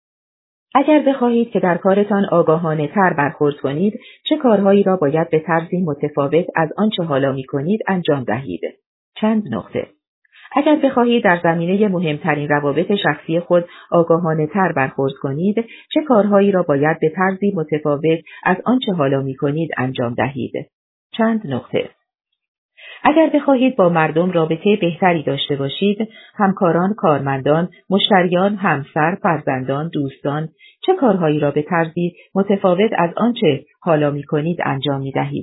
اگر بخواهید که در کارتان آگاهانه تر برخورد کنید، چه کارهایی را باید به طرزی متفاوت از آنچه حالا می‌کنید انجام دهید؟ چند نقطه. اگر بخواهید در زمینه مهمترین روابط شخصی خود آگاهانه تر برخورد کنید، چه کارهایی را باید به طرزی متفاوت از آنچه حالا می‌کنید انجام دهید؟ چند نقطه. اگر بخواهید با مردم رابطه بهتری داشته باشید، همکاران، کارمندان، مشتریان، همسر، فرزندان، دوستان، چه کارهایی را به طرزی متفاوت از آنچه حالا می‌کنید انجام می‌دهید؟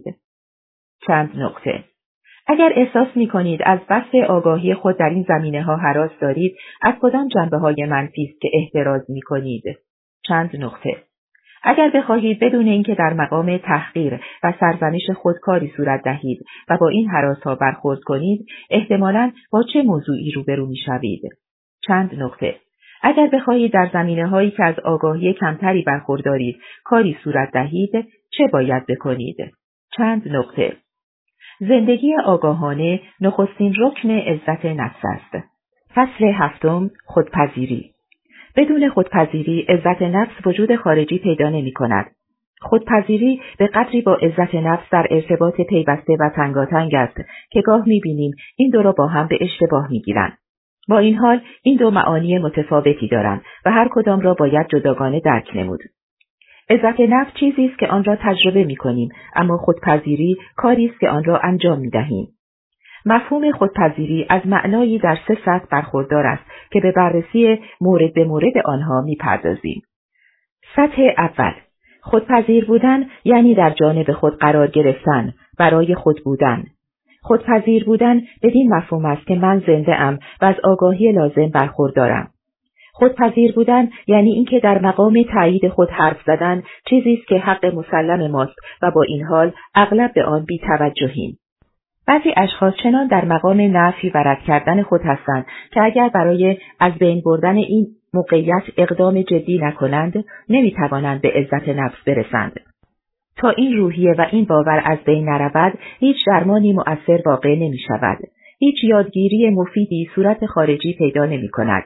چند نقطه. اگر احساس می‌کنید از بسط آگاهی خود در این زمینه‌ها هراس دارید، از کدام جنبه‌های منفی است که احتراز می‌کنید؟ چند نقطه. اگر بخواهید بدون اینکه در مقام تحقیر و سرزنش خود کاری صورت دهید و با این هراس‌ها برخورد کنید، احتمالاً با چه موضوعی روبرو می‌شوید؟ چند نقطه. اگر بخواهید در زمینه‌هایی که از آگاهی کمتری برخوردارید کاری صورت دهید، چه باید بکنید؟ چند نقطه. زندگی آگاهانه نخستین رکن عزت نفس است. فصل 7. خودپذیری. بدون خودپذیری عزت نفس وجود خارجی پیدا نمی‌کند. خودپذیری به قدری با عزت نفس در ارتباط پیوسته و تنگاتنگ است که گاه می‌بینیم این دو را با هم به اشتباه می‌گیرند. با این حال این دو معانی متفاوتی دارند و هر کدام را باید جداگانه درک نمود. عزت نفس چیزی است که آن را تجربه می‌کنیم، اما خودپذیری کاری است که آن را انجام می‌دهیم. مفهوم خودپذیری از معنایی در 3 سطح برخوردار است که به بررسی مورد به مورد آنها می‌پردازیم. سطح اول، خودپذیر بودن یعنی در جانب خود قرار گرفتن، برای خود بودن. خودپذیر بودن بدین مفهوم است که من زنده ام و از آگاهی لازم برخوردارم. خودپذیر بودن یعنی اینکه در مقام تایید خود حرف زدن چیزی است که حق مسلم ماست و با این حال اغلب به آن بی‌توجهیم. بعضی اشخاص چنان در مقام نفی و رد کردن خود هستند که اگر برای از بین بردن این موقعیت اقدام جدی نکنند، نمی‌توانند به عزت نفس برسند. تا این روحیه و این باور از بین نرود، هیچ درمانی مؤثر واقع نمی‌شود. هیچ یادگیری مفیدی صورت خارجی پیدا نمی‌کند.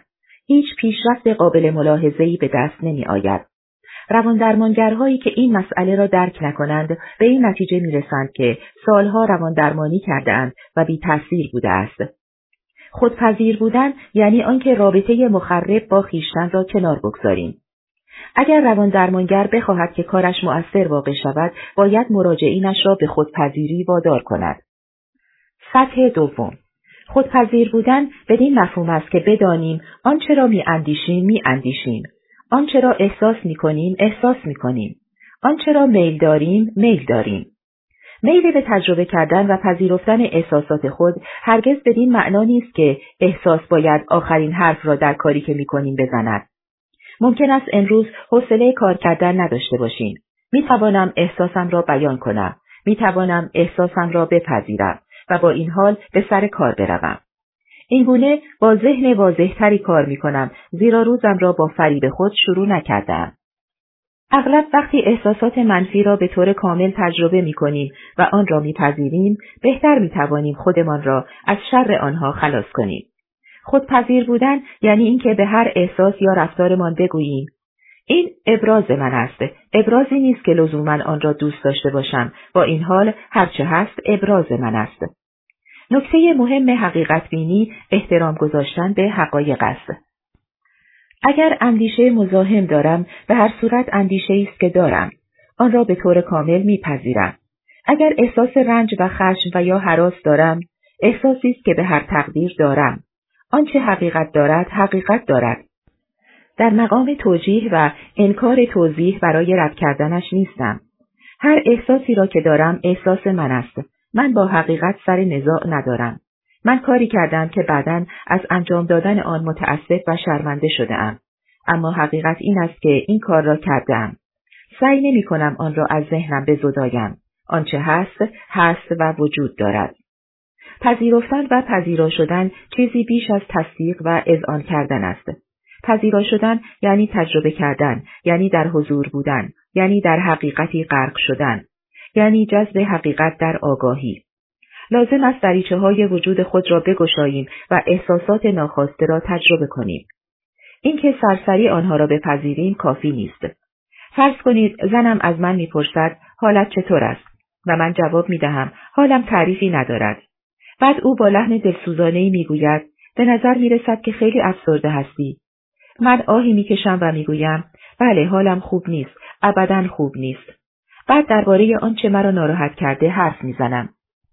هیچ پیشرفت قابل ملاحظه‌ای به دست نمی آید. رواندرمانگرهایی که این مسئله را درک نکنند به این نتیجه می رسند که سالها رواندرمانی کرده‌اند و بی تأثیر بوده است. خودپذیر بودن یعنی آنکه رابطه مخرب با خویشتن را کنار بگذاریم. اگر رواندرمانگر بخواهد که کارش مؤثر واقع شود، باید مراجعینش را به خودپذیری وادار کند. سطح دوم، خودپذیر بودن بدین مفهوم است که بدانیم آنچه را می‌اندیشیم، آنچه را احساس می‌کنیم، آنچه را میل داریم. میل به تجربه کردن و پذیرفتن احساسات خود هرگز بدین معنا نیست که احساس باید آخرین حرف را در کاری که می‌کنیم بزند. ممکن است امروز حوصله کار کردن نداشته باشیم. می‌توانم احساسم را بیان کنم، می‌توانم احساسم را بپذیرم و با این حال به سر کار بروم. اینگونه با ذهن واضح‌تری کار می‌کنم، زیرا روزم را با فریب خود شروع نکردم. اغلب وقتی احساسات منفی را به طور کامل تجربه می‌کنیم و آن را می‌پذیریم، بهتر می‌توانیم خودمان را از شر آنها خلاص کنیم. خودپذیر بودن یعنی اینکه به هر احساس یا رفتارمان بگوییم این ابراز من است. ابرازی نیست که لزوماً آن را دوست داشته باشم، با این حال هرچه هست ابراز من است. نکته مهم حقیقت بینی احترام گذاشتن به حقایق است. اگر اندیشه مزاحم دارم، به هر صورت اندیشه‌ای است که دارم. آن را به طور کامل میپذیرم. اگر احساس رنج و خشم و یا هراس دارم، احساسی است که به هر تقدیر دارم. آنچه حقیقت دارد، حقیقت دارد. در مقام توجیه و انکار توضیح برای رد کردنش نیستم. هر احساسی را که دارم احساس من است. من با حقیقت سر نزاع ندارم. من کاری کردم که بعداً از انجام دادن آن متأسف و شرمنده شده‌ام. اما حقیقت این است که این کار را کردم. سعی نمی کنم آن را از ذهنم بزدایم. آنچه هست، هست و وجود دارد. پذیرفتن و پذیرا شدن چیزی بیش از تصدیق و اذعان کردن است. پذیرا شدن یعنی تجربه کردن، یعنی در حضور بودن، یعنی در حقیقتی غرق شدن، یعنی جذب حقیقت در آگاهی. لازم است دریچه‌های وجود خود را بگشاییم و احساسات ناخواسته را تجربه کنیم. اینکه سرسری آنها را بپذیریم کافی نیست. فرض کنید زنم از من میپرسد حالت چطور است و من جواب میدهم حالم تعریفی ندارد. بعد او با لحن دلسوزانه‌ای میگوید به نظر میرسد که خیلی افسرده هستی. من آهی میکشم و میگویم بله حالم خوب نیست، ابداً خوب نیست. بعد درباره آنچه مرا ناراحت کرده حرف میزنم.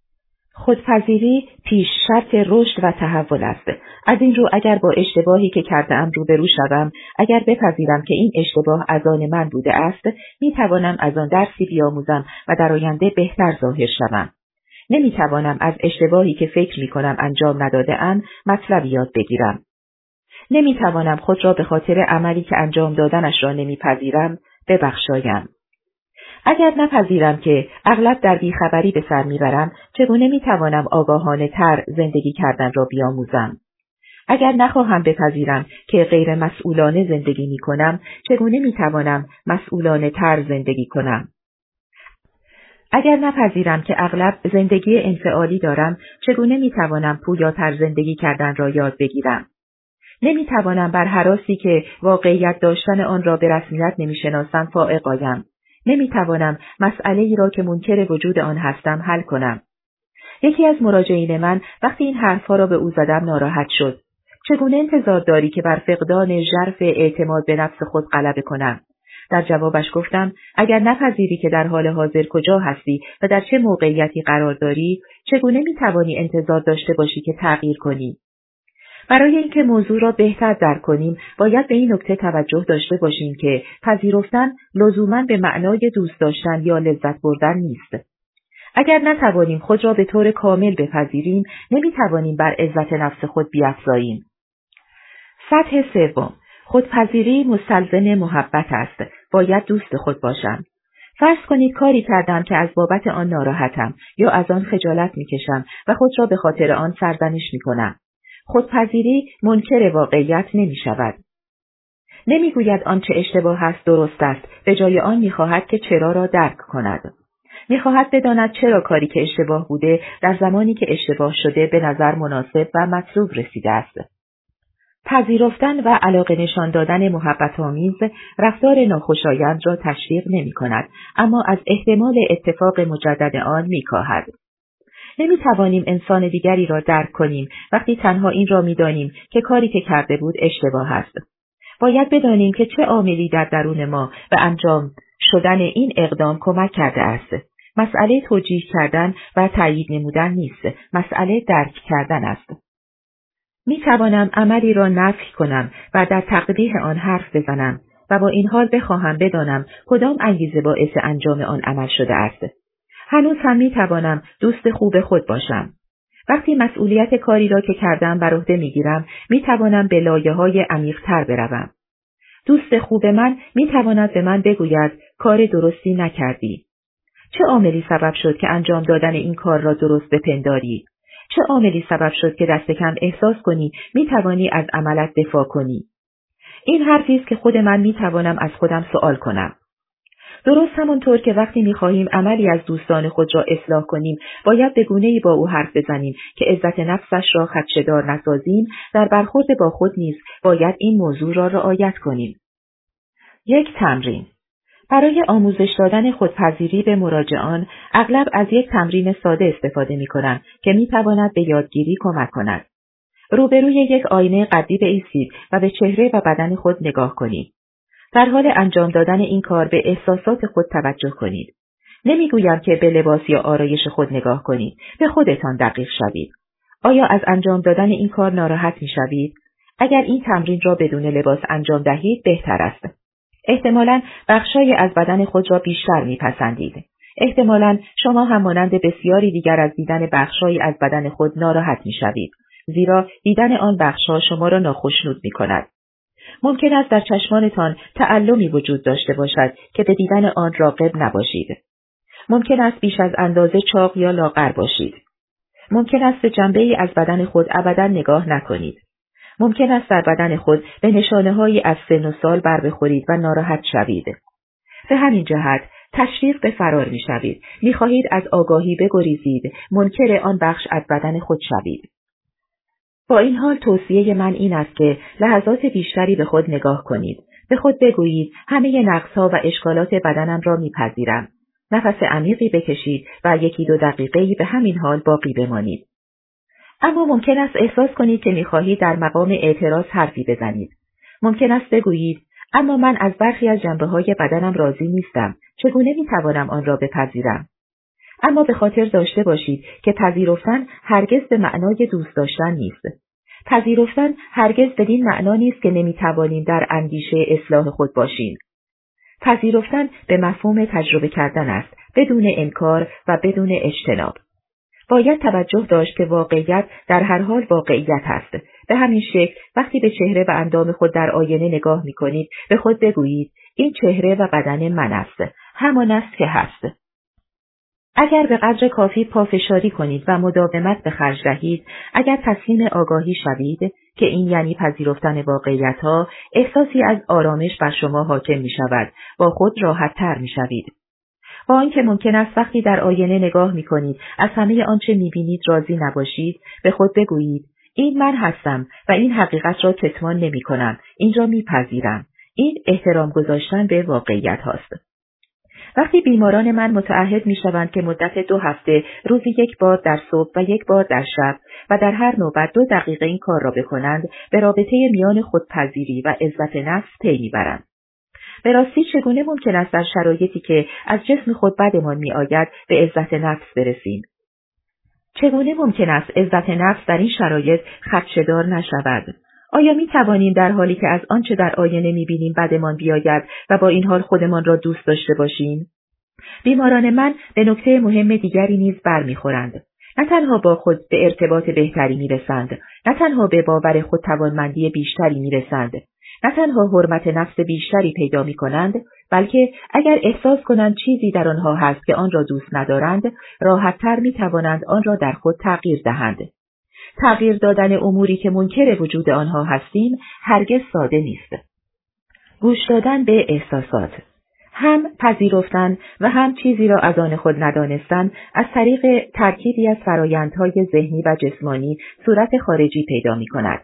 خودپذیری پیش شرط رشد و تحول است. از این رو اگر با اشتباهی که کرده‌ام روبرو شوم، اگر بپذیرم که این اشتباه از آن من بوده است، میتوانم از آن درسی بیاموزم و در آینده بهتر ظاهر شوم. نمیتوانم از اشتباهی که فکر میکنم انجام نداده‌ام مطلب یاد بگیرم. نمیتوانم خود را به خاطر عملی که انجام دادنش را نمیپذیرم ببخشایم. اگر نپذیرم که اغلب در بیخبری به سر میبرم، چگونه میتوانم آگاهانه تر زندگی کردن را بیاموزم؟ اگر نخواهم بپذیرم که غیر مسئولانه زندگی میکنم، چگونه میتوانم مسئولانه تر زندگی کنم؟ اگر نپذیرم که اغلب زندگی انفعالی دارم، چگونه میتوانم پویاتر زندگی کردن را یاد بگیرم؟ نمیتوانم بر هراسی که واقعیت داشتن آن را به رسمیت نمیشناسم فائق آیم. نمیتوانم مسئله‌ای را که منکر وجود آن هستم حل کنم. یکی از مراجعین من وقتی این حرفها را به او زدم ناراحت شد. چگونه انتظار داری که بر فقدان ژرف اعتماد به نفس خود غلبه کنم؟ در جوابش گفتم اگر نپذیری که در حال حاضر کجا هستی و در چه موقعیتی قرار داری، چگونه میتوانی انتظار داشته باشی که تغییر کنی؟ برای اینکه موضوع را بهتر درک کنیم، باید به این نکته توجه داشته باشیم که پذیرفتن لزوماً به معنای دوست داشتن یا لذت بردن نیست. اگر نتوانیم خود را به طور کامل بپذیریم، نمیتوانیم بر عزت نفس خود بیفزاییم. سطح سوم، خودپذیری مستلزم محبت است. باید دوست خود باشم. فرض کنید کاری کردم که از بابت آن ناراحتم یا از آن خجالت میکشم و خود را به خاطر آن سرزنش میکنم. خودپذیری منکر واقعیت نمی شود. نمی گوید آنچه اشتباه است درست است، به جای آن می خواهد که چرا را درک کند. می خواهد بداند چرا کاری که اشتباه بوده در زمانی که اشتباه شده به نظر مناسب و مطلوب رسیده است. پذیرفتن و علاقه نشان دادن محبت‌آمیز رفتار ناخوشایند را تشویق نمی‌کند، اما از احتمال اتفاق مجدد آن می‌کاهد. نمی‌توانیم انسان دیگری را درک کنیم وقتی تنها این را می‌دانیم که کاری که کرده بود اشتباه است. باید بدانیم که چه عاملی در درون ما به انجام شدن این اقدام کمک کرده است. مسئله توجیه کردن و تأیید نمودن نیست، مسئله درک کردن است. می‌توانم عملی را نفی کنم و در تقبیح آن حرف بزنم و با این حال بخواهم بدانم کدام انگیزه باعث انجام آن عمل شده است. هنوز هم می‌توانم دوست خوب خود باشم. وقتی مسئولیت کاری را که کردم بر عهده می‌گیرم، می‌توانم به لایه‌های عمیق‌تر بروم. دوست خوب من می‌تواند به من بگوید کار درستی نکردی. چه عاملی سبب شد که انجام دادن این کار را درست بپنداری؟ چه عاملی سبب شد که دست کم احساس کنی می‌توانی از عملت دفاع کنی؟ این حرفی است که خود من می‌توانم از خودم سوال کنم. درست همانطور که وقتی می‌خواهیم عملی از دوستان خود را اصلاح کنیم، باید به گونه‌ای با او حرف بزنیم که عزت نفسش را خدشه‌دار نسازیم، در برخورد با خود نیز باید این موضوع را رعایت کنیم. یک تمرین. برای آموزش دادن خودپذیری به مراجعان، اغلب از یک تمرین ساده استفاده می‌کنم که می‌تواند به یادگیری کمک کند. روبروی یک آینه قدی بایستید و به چهره و بدن خود نگاه کنید. در حال انجام دادن این کار به احساسات خود توجه کنید. نمیگویم که به لباس یا آرایش خود نگاه کنید، به خودتان دقیق شوید. آیا از انجام دادن این کار ناراحت می‌شوید؟ اگر این تمرین را بدون لباس انجام دهید بهتر است. احتمالاً بخشای از بدن خود را بیشتر می‌پسندید. احتمالاً شما هم مانند بسیاری دیگر از دیدن بخشایی از بدن خود ناراحت می‌شوید، زیرا دیدن آن بخش‌ها شما را ناخشنود می‌کند. ممکن است در چشمانتان تعلمی وجود داشته باشد که به دیدن آن راغب نباشید. ممکن است بیش از اندازه چاق یا لاغر باشید. ممکن است به جنبه‌ای از بدن خود ابداً نگاه نکنید. ممکن است در بدن خود به نشانه‌هایی از سن و سال بر بخورید و ناراحت شوید. به همین جهت تشویق به فرار می‌شوید. می‌خواهید از آگاهی بگریزید، منکر آن بخش از بدن خود شوید. با این حال توصیه من این است که لحظات بیشتری به خود نگاه کنید. به خود بگویید همه نقص‌ها و اشکالات بدنم را می‌پذیرم. نفس عمیقی بکشید و 1-2 دقیقه‌ای به همین حال باقی بمانید. اما ممکن است احساس کنید که می‌خواهید در مقام اعتراض حرفی بزنید. ممکن است بگویید اما من از برخی از جنبه‌های بدنم راضی نیستم. چگونه می‌توانم آن را بپذیرم؟ اما به خاطر داشته باشید که پذیرفتن هرگز به معنای دوست داشتن نیست. پذیرفتن هرگز بدین معنا نیست که نمی‌توانیم در اندیشه اصلاح خود باشیم. پذیرفتن به مفهوم تجربه کردن است، بدون انکار و بدون اجتناب. باید توجه داشت که واقعیت در هر حال واقعیت است. به همین شکل وقتی به چهره و اندام خود در آینه نگاه می‌کنید، به خود بگویید این چهره و بدن من است، همان است که هست. اگر به قدر کافی پافشاری کنید و مداومت به خرج دهید، اگر تسلیم آگاهی شوید که این یعنی پذیرفتن واقعیت‌ها، احساسی از آرامش بر شما حاکم می‌شود، با خود راحت‌تر می‌شوید. با آنکه ممکن است وقتی در آینه نگاه می‌کنید از همه آنچه می‌بینید راضی نباشید، به خود بگویید این من هستم و این حقیقت را کتمان نمی‌کنم، این را می‌پذیرم. این احترام گذاشتن به واقعیت هاست. وقتی بیماران من متعهد می‌شوند که مدت 2 هفته روزی 1 بار در صبح و 1 بار در شب و در هر نوبت 2 دقیقه این کار را بکنند، به رابطه میان خودپذیری و عزت نفس پی می‌برند. به راستی چگونه ممکن است در شرایطی که از جسم خود بدمان می‌آید به عزت نفس برسیم؟ چگونه ممکن است عزت نفس در این شرایط خدشه‌دار نشود؟ آیا می‌توانیم در حالی که از آنچه در آینه می‌بینیم بدمان بیاید و با این حال خودمان را دوست داشته باشیم؟ بیماران من به نکته مهم دیگری نیز برمیخورند. نه تنها با خود به ارتباط بهتری میرسند، نه تنها به باور خود توانمندی بیشتری میرسند، نه تنها حرمت نفس بیشتری پیدا می‌کنند، بلکه اگر احساس کنند چیزی در آنها هست که آن را دوست ندارند، راحت‌تر می‌توانند آن را در خود تغییر دهند. تغییر دادن اموری که منکر وجود آنها هستیم هرگز ساده نیست. گوش دادن به احساسات، هم پذیرفتن و هم چیزی را از آن خود ندانستن از طریق ترکیبی از فرایندهای ذهنی و جسمانی صورت خارجی پیدا می‌کند.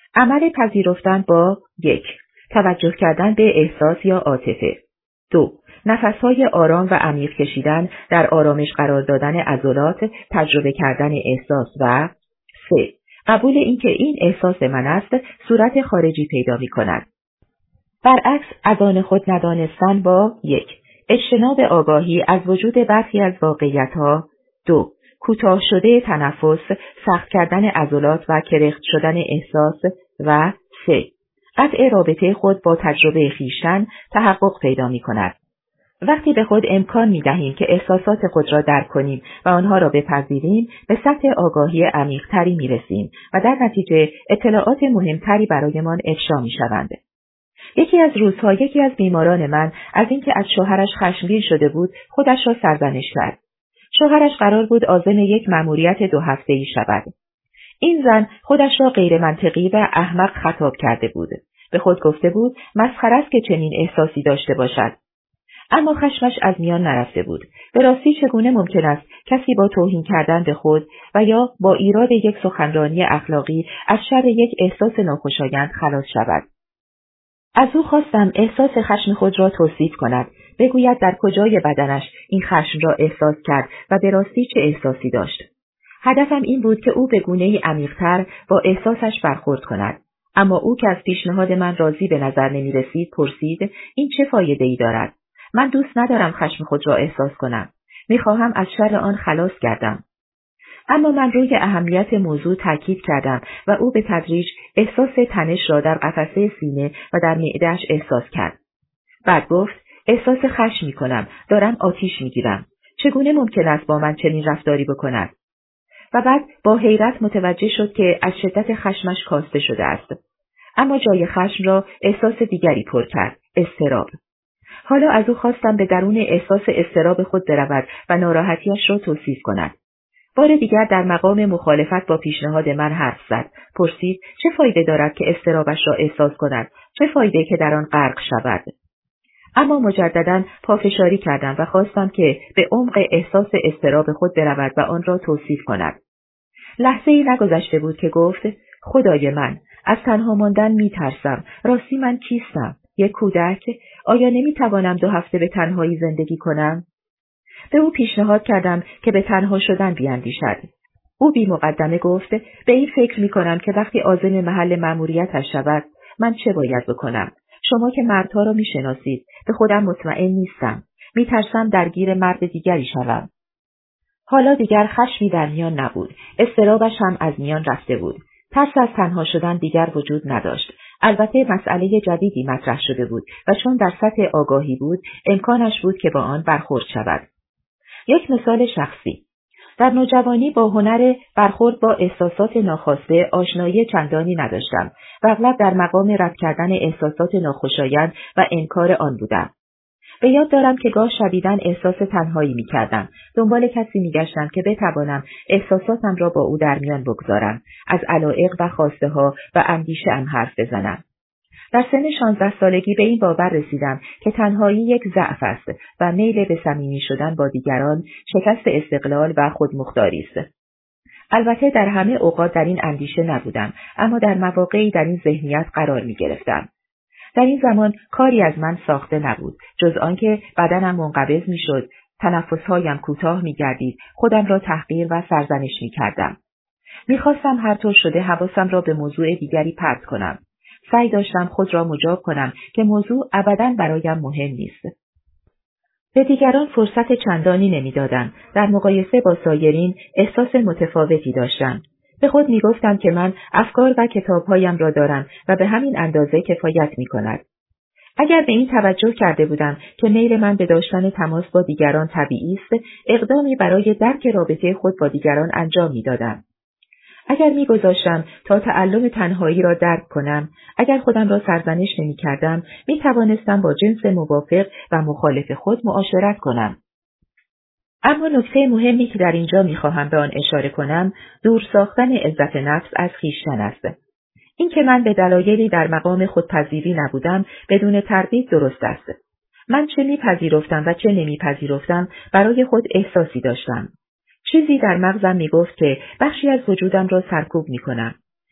عمل پذیرفتن با 1. توجه کردن به احساس یا عاطفه. 2. نفسهای آرام و عمیق کشیدن، در آرامش قرار دادن عضلات، تجربه کردن احساس و 3. قبول اینکه این احساس من است صورت خارجی پیدا می کند. برعکس از آن خود ندانستن با 1. اجتناب آگاهی از وجود برخی از واقعیت‌ها. 2. کوتاه شده تنفس، سخت کردن عضلات و کرخت شدن احساس و 3. قطع رابطه خود با تجربه خویشتن تحقق پیدا می کند. وقتی به خود امکان می دهیم که احساسات خود را درک کنیم و آنها را بپذیریم، به سطح آگاهی عمیق‌تری می رسیم و در نتیجه اطلاعات مهمتری برایمان افشا می شوند. یکی از روزها یکی از بیماران من از اینکه از شوهرش خشمگین شده بود خودش را سرزنش کرد. شوهرش قرار بود عازم یک مأموریت 2 هفته‌ای شود. این زن خودش را غیر منطقی و احمق خطاب کرده بود. به خود گفته بود مسخره است که چنین احساسی داشته باشد. اما خشمش از میان نرفته بود. به راستی چگونه ممکن است کسی با توهین کردن به خود و یا با ایراد یک سخنرانی اخلاقی از شر یک احساس ناخوشایند خلاص شود؟ از او خواستم احساس خشم خود را توصیف کند، بگوید در کجای بدنش این خشم را احساس کرد و به راستی چه احساسی داشت. هدفم این بود که او به گونه‌ای عمیق‌تر با احساسش برخورد کند. اما او که از پیشنهاد من راضی به نظر نمی رسید پرسید این چه فایده‌ای دارد؟ من دوست ندارم خشم خود را احساس کنم. می‌خواهم از شر آن خلاص گردم. اما من روی اهمیت موضوع تاکید کردم و او به تدریج احساس تنش را در قفسه سینه و در معده‌اش احساس کرد. بعد گفت احساس خشم می‌کنم، دارم آتیش می‌گیرم. چگونه ممکن است با من چنین رفتاری بکند؟ و بعد با حیرت متوجه شد که از شدت خشمش کاسته شده است. اما جای خشم را احساس دیگری پر کرد، اضطراب. حالا از او خواستم به درون احساس اضطراب خود برود و ناراحتیش را توصیف کند. بار دیگر در مقام مخالفت با پیشنهاد من حرف زد. پرسید چه فایده دارد که اضطرابش را احساس کند؟ چه فایده که در آن غرق شود؟ اما مجددا پافشاری کردم و خواستم که به عمق احساس اضطراب خود برود و آن را توصیف کند. لحظه‌ای نگذشته بود که گفت خدای من، از تنها ماندن می‌ترسم. راستی من کیستم؟ یک کودک؟ آیا نمی‌توانم 2 هفته به تنهایی زندگی کنم؟ به او پیشنهاد کردم که به تنها شدن بیاندیشد. او بی مقدمه گفت به این فکر می‌کنم که وقتی عازم محل مأموریتش شود من چه باید بکنم؟ شما که مردها را می‌شناسید، به خودم مطمئن نیستم. می‌ترسم درگیر مرد دیگری شوم. حالا دیگر خشمی در میان نبود. اضطرابش هم از میان رفته بود. ترس از تنها شدن دیگر وجود نداشت. البته مسئله جدیدی مطرح شده بود و چون در سطح آگاهی بود، امکانش بود که با آن برخورد شود. یک مثال شخصی. در نوجوانی با هنر برخورد با احساسات ناخواسته آشنایی چندانی نداشتم و اغلب در مقام رد کردن احساسات ناخوشایند و انکار آن بودم. به یاد دارم که گاه شدیداً احساس تنهایی می کردم. دنبال کسی می گشتم که بتوانم احساساتم را با او در میان بگذارم. از علایق و خواسته ها و اندیشه ام حرف بزنم. در سن 16 سالگی به این باور رسیدم که تنهایی یک ضعف است و میل به صمیمی شدن با دیگران شکست استقلال و خودمختاری است. البته در همه اوقات در این اندیشه نبودم، اما در مواقعی در این ذهنیت قرار می گرفتم. در این زمان کاری از من ساخته نبود، جز آنکه بدنم منقبض می شد، تنفسهایم کوتاه می گردید، خودم را تحقیر و سرزنش می کردم. می خواستم هر طور شده حواسم را به موضوع دیگری پرت کنم. سعی داشتم خود را مجاب کنم که موضوع ابداً برایم مهم نیست. به دیگران فرصت چندانی نمیدادم. در مقایسه با سایرین احساس متفاوتی داشتم. به خود میگفتم که من افکار و کتابهایم را دارم و به همین اندازه کفایت میکند. اگر به این توجه کرده بودم که میل من به داشتن تماس با دیگران طبیعی است، اقدامی برای درک رابطه خود با دیگران انجام میدادم. اگر میگذاشتم تا تعلم تنهایی را درک کنم، اگر خودم را سرزنش نمی‌کردم، میتوانستم با جنس موافق و مخالف خود معاشرت کنم. اما نکته مهمی که در اینجا میخواهم به آن اشاره کنم، دور ساختن عزت نفس از خویشتن است. این که من به دلایلی در مقام خودپذیری نبودم، بدون تردید درست است. من چه میپذیرفتم و چه نمیپذیرفتم برای خود احساسی داشتم. چیزی در مغزم میگفت که بخشی از وجودم را سرکوب میکنم.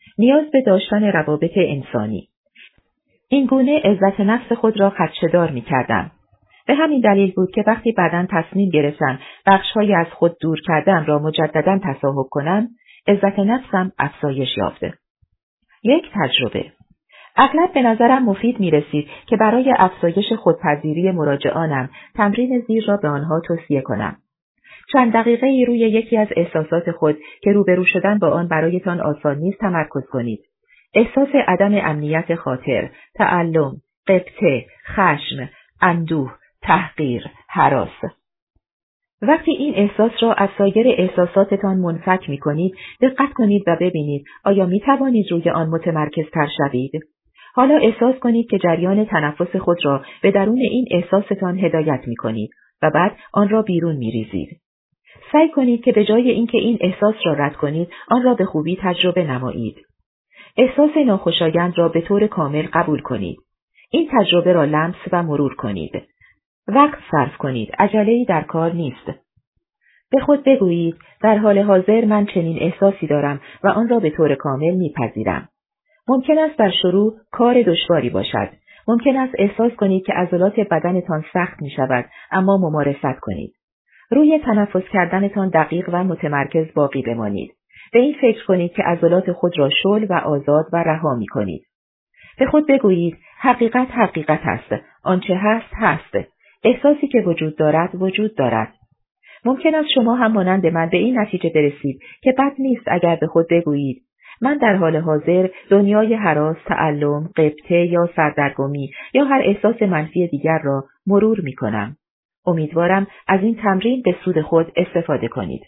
نیاز به داشتن روابط انسانی. این گونه عزت نفس خود را خدشه‌دار می‌کردم. به همین دلیل بود که وقتی بعداً تصمیم گرفتم بخش‌هایی از خود دور کردن را مجدداً تصاحب کنم، عزت نفسم افزایش یافته. یک تجربه. اغلب به نظرم مفید می‌رسید که برای افزایش خودپذیری مراجعانم تمرین زیر را به آنها توصیه کنم. چند دقیقه روی یکی از احساسات خود که روبرو شدن با آن برایتان آسان نیست تمرکز کنید. احساس عدم امنیت خاطر، تعلم، غبطه، خشم، اندوه، تحقیر، هراس. وقتی این احساس را از سایر احساساتتان منفک می کنید، دقت کنید و ببینید آیا می توانید روی آن متمرکزتر شوید. حالا احساس کنید که جریان تنفس خود را به درون این احساستان هدایت می کنید و بعد آن را بیرون می ریزید. سعی کنید که به جای اینکه این احساس را رد کنید، آن را به خوبی تجربه نمایید. احساس ناخوشایند را به طور کامل قبول کنید. این تجربه را لمس و مرور کنید. وقت صرف کنید، عجله‌ای در کار نیست. به خود بگویید در حال حاضر من چنین احساسی دارم و آن را به طور کامل میپذیرم. ممکن است در شروع کار دشواری باشد. ممکن است احساس کنید که عضلات بدنتان سخت می شود، اما ممارست کنید. روی تنفس کردنتان دقیق و متمرکز باقی بمانید. به این فکر کنید که عضلات خود را شل و آزاد و رها می کنید. به خود بگویید حقیقت حقیقت است. آنچه هست هست. احساسی که وجود دارد. ممکن است شما هم مانند من به این نتیجه برسید که بد نیست اگر به خود بگویید من در حال حاضر دنیای هراس، تعلم، غبطه یا سردرگمی یا هر احساس منفی دیگر را مرور می کنم. امیدوارم از این تمرین به سود خود استفاده کنید.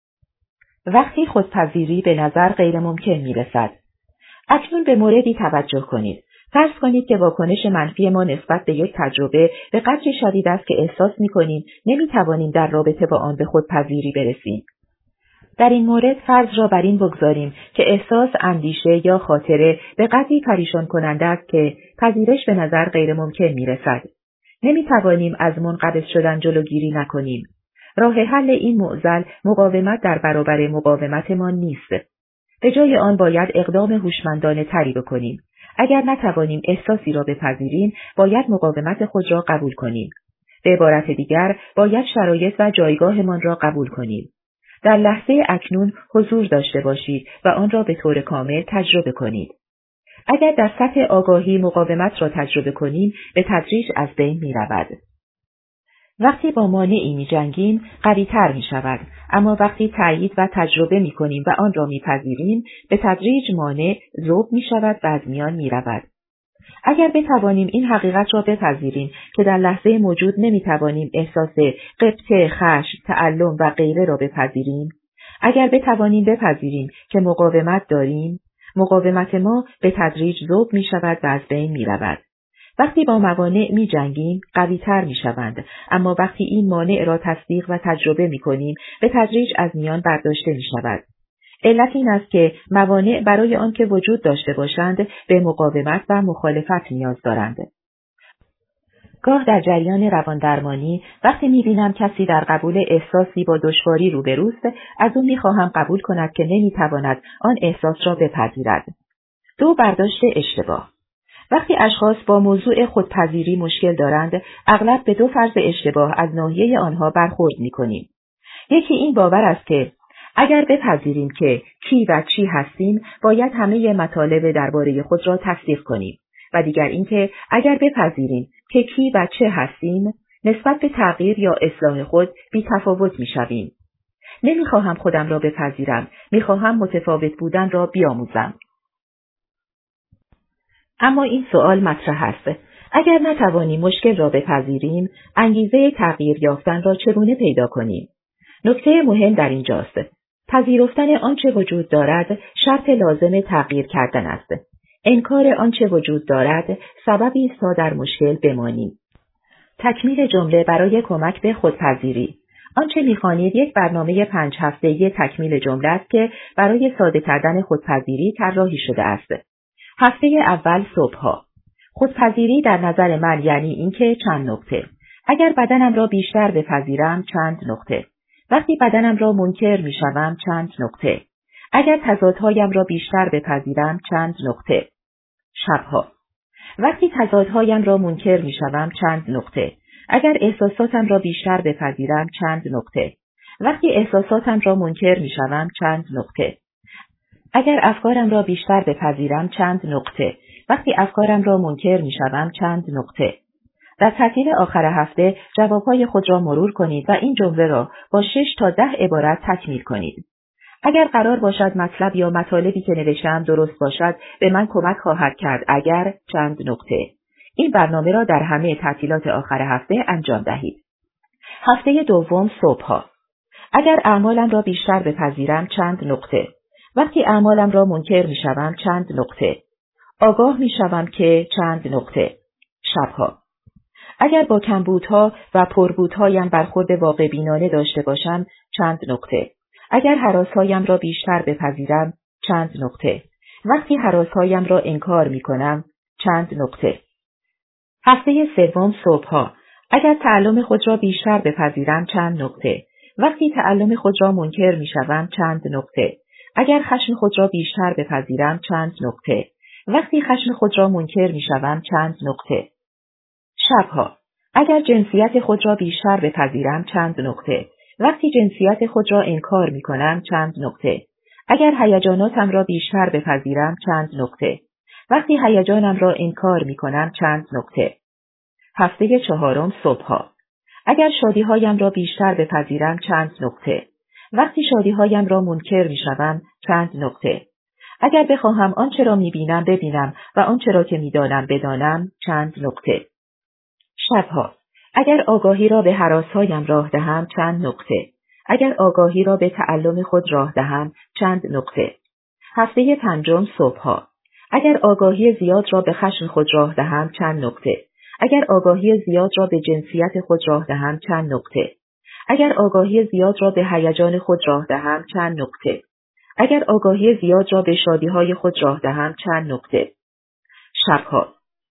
وقتی خودپذیری به نظر غیر ممکن می رسد. اکنون به موردی توجه کنید. فرض کنید که واکنش منفی ما نسبت به یک تجربه به قدری شدید است که احساس می‌کنیم نمی‌توانیم در رابطه با آن به خودپذیری برسیم. در این مورد فرض را بر این بگذاریم که احساس، اندیشه یا خاطره به قدری پریشان کننده است که پذیرش به نظر غیر ممکن می‌رسد. نمی‌توانیم از منقبض شدن جلوگیری نکنیم. راه حل این معضل مقاومت در برابر مقاومتمان نیست. به جای آن باید اقدام هوشمندانه تری بکنیم. اگر نتوانیم احساسی را بپذیریم، باید مقاومت خود را قبول کنیم. به عبارت دیگر، باید شرایط و جایگاهمان را قبول کنیم. در لحظه اکنون حضور داشته باشید و آن را به طور کامل تجربه کنید. اگر در سطح آگاهی مقاومت را تجربه کنیم، به تدریج از بین می رود. وقتی با مانعی می جنگیم، قوی تر می شود، اما وقتی تأیید و تجربه می کنیم و آن را می پذیریم، به تدریج مانع ذوب می شود و از میان می رود. اگر بتوانیم این حقیقت را بپذیریم که در لحظه موجود نمی توانیم احساس غبطه، خشم، تعلم و غیره را بپذیریم، اگر بتوانیم بپذیریم که مقاومت داریم، مقاومت ما به تدریج ذوب می شود و از بین می رود. وقتی با موانع می جنگیم، قوی تر می شوند، اما وقتی این مانع را تصدیق و تجربه می کنیم، به تدریج از میان برداشته می شود. علت این است که موانع برای آنکه وجود داشته باشند، به مقاومت و مخالفت نیاز دارند. گاه در جریان رواندرمانی، وقتی می بینم کسی در قبول احساسی با دشواری روبروست، از او می خواهم قبول کند که نمی تواند آن احساس را بپذیرد. دو برداشت اشتباه. وقتی اشخاص با موضوع خودپذیری مشکل دارند، اغلب به دو فرض اشتباه از ناحیه آنها برخورد می‌کنیم. یکی این باور است که اگر بپذیریم که کی و چی هستیم، باید همه مطالب درباره خود را تصدیق کنیم. و دیگر اینکه اگر بپذیریم که کی و چه هستیم، نسبت به تغییر یا اصلاح خود بی‌تفاوت می‌شویم. نمی‌خواهم خودم را بپذیرم، می‌خواهم متفاوت بودن را بیاموزم. اما این سوال مطرح است. اگر نتوانیم مشکل را بپذیریم، انگیزه تغییر یافتن را چگونه پیدا کنیم؟ نکته مهم در اینجاست. پذیرفتن آنچه وجود دارد شرط لازم تغییر کردن است. انکار آنچه وجود دارد سببی است تا در مشکل بمانیم. تکمیل جمله برای کمک به خودپذیری. آنچه می‌خوانید یک برنامه 5 هفته‌ای تکمیل جمله است که برای ساده کردن خودپذیری طراحی شده است. هفته اول صبح‌ها. خودپذیری در نظر من یعنی اینکه چند نکته. اگر بدنم را بیشتر بپذیرم چند نکته. وقتی بدنم را منکر می‌شوم چند نکته. اگر تضادهایم را بیشتر بپذیرم چند نقطه. شبها. وقتی تضادهایم را منکر می‌شوم چند نقطه. اگر احساساتم را بیشتر بپذیرم چند نقطه. وقتی احساساتم را منکر می‌شوم چند نقطه. اگر افکارم را بیشتر بپذیرم چند نقطه. وقتی افکارم را منکر می‌شوم چند نقطه. در تعطیل آخر هفته جوابهای خود را مرور کنید و این جمله را با 6 تا 10 عبارت تکمیل کنید. اگر قرار باشد مطلب یا مطالبی که نوشتم درست باشد به من کمک خواهد کرد اگر چند نقطه. این برنامه را در همه تعطیلات آخر هفته انجام دهید. هفته دوم صبحها. اگر اعمالم را بیشتر بپذیرم چند نقطه. وقتی اعمالم را منکر می‌شوم چند نقطه. آگاه می‌شوم که چند نقطه. شبها. اگر با کمبودها و پربودهایم برخورد واقع بینانه داشته باشم چند نقطه. اگر هراسهایم را بیشتر بپذیرم چند نقطه. وقتی هراسهایم را انکار می‌کنم چند نقطه. هفته سوم صبحها. اگر تعلم خود را بیشتر بپذیرم چند نقطه. وقتی تعلم خود را منکر می‌شوم چند نقطه. اگر خشم خود را بیشتر بپذیرم چند نقطه. وقتی خشم خود را منکر می‌شوم چند نقطه. شبها. اگر جنسیت خود را بیشتر بپذیرم چند نقطه. وقتی جنسیت خود را انکار می‌کنم چند نقطه. اگر هیجاناتم را بیشتر بپذیرم چند نقطه. وقتی هیجانم را انکار می‌کنم چند نقطه. هفته چهارم صبحها. اگر شادی‌هایم را بیشتر بپذیرم چند نقطه. وقتی شادی‌هایم را منکر می‌شوم چند نقطه. اگر بخواهم آنچه را می‌بینم ببینم و آنچه را که می‌دانم بدانم چند نقطه. شبها. اگر آگاهی را به هراسهایم راه دهم چند نقطه. اگر آگاهی را به تعلم خود راه دهم چند نقطه. هفته پنجم صبحها. اگر آگاهی زیاد را به خشم خود راه دهم چند نقطه. اگر آگاهی زیاد را به جنسیت خود راه دهم چند نقطه. اگر آگاهی زیاد را به هیجان خود راه دهم چند نقطه. اگر آگاهی زیاد را به شادی‌های خود راه دهم چند نقطه. شبها.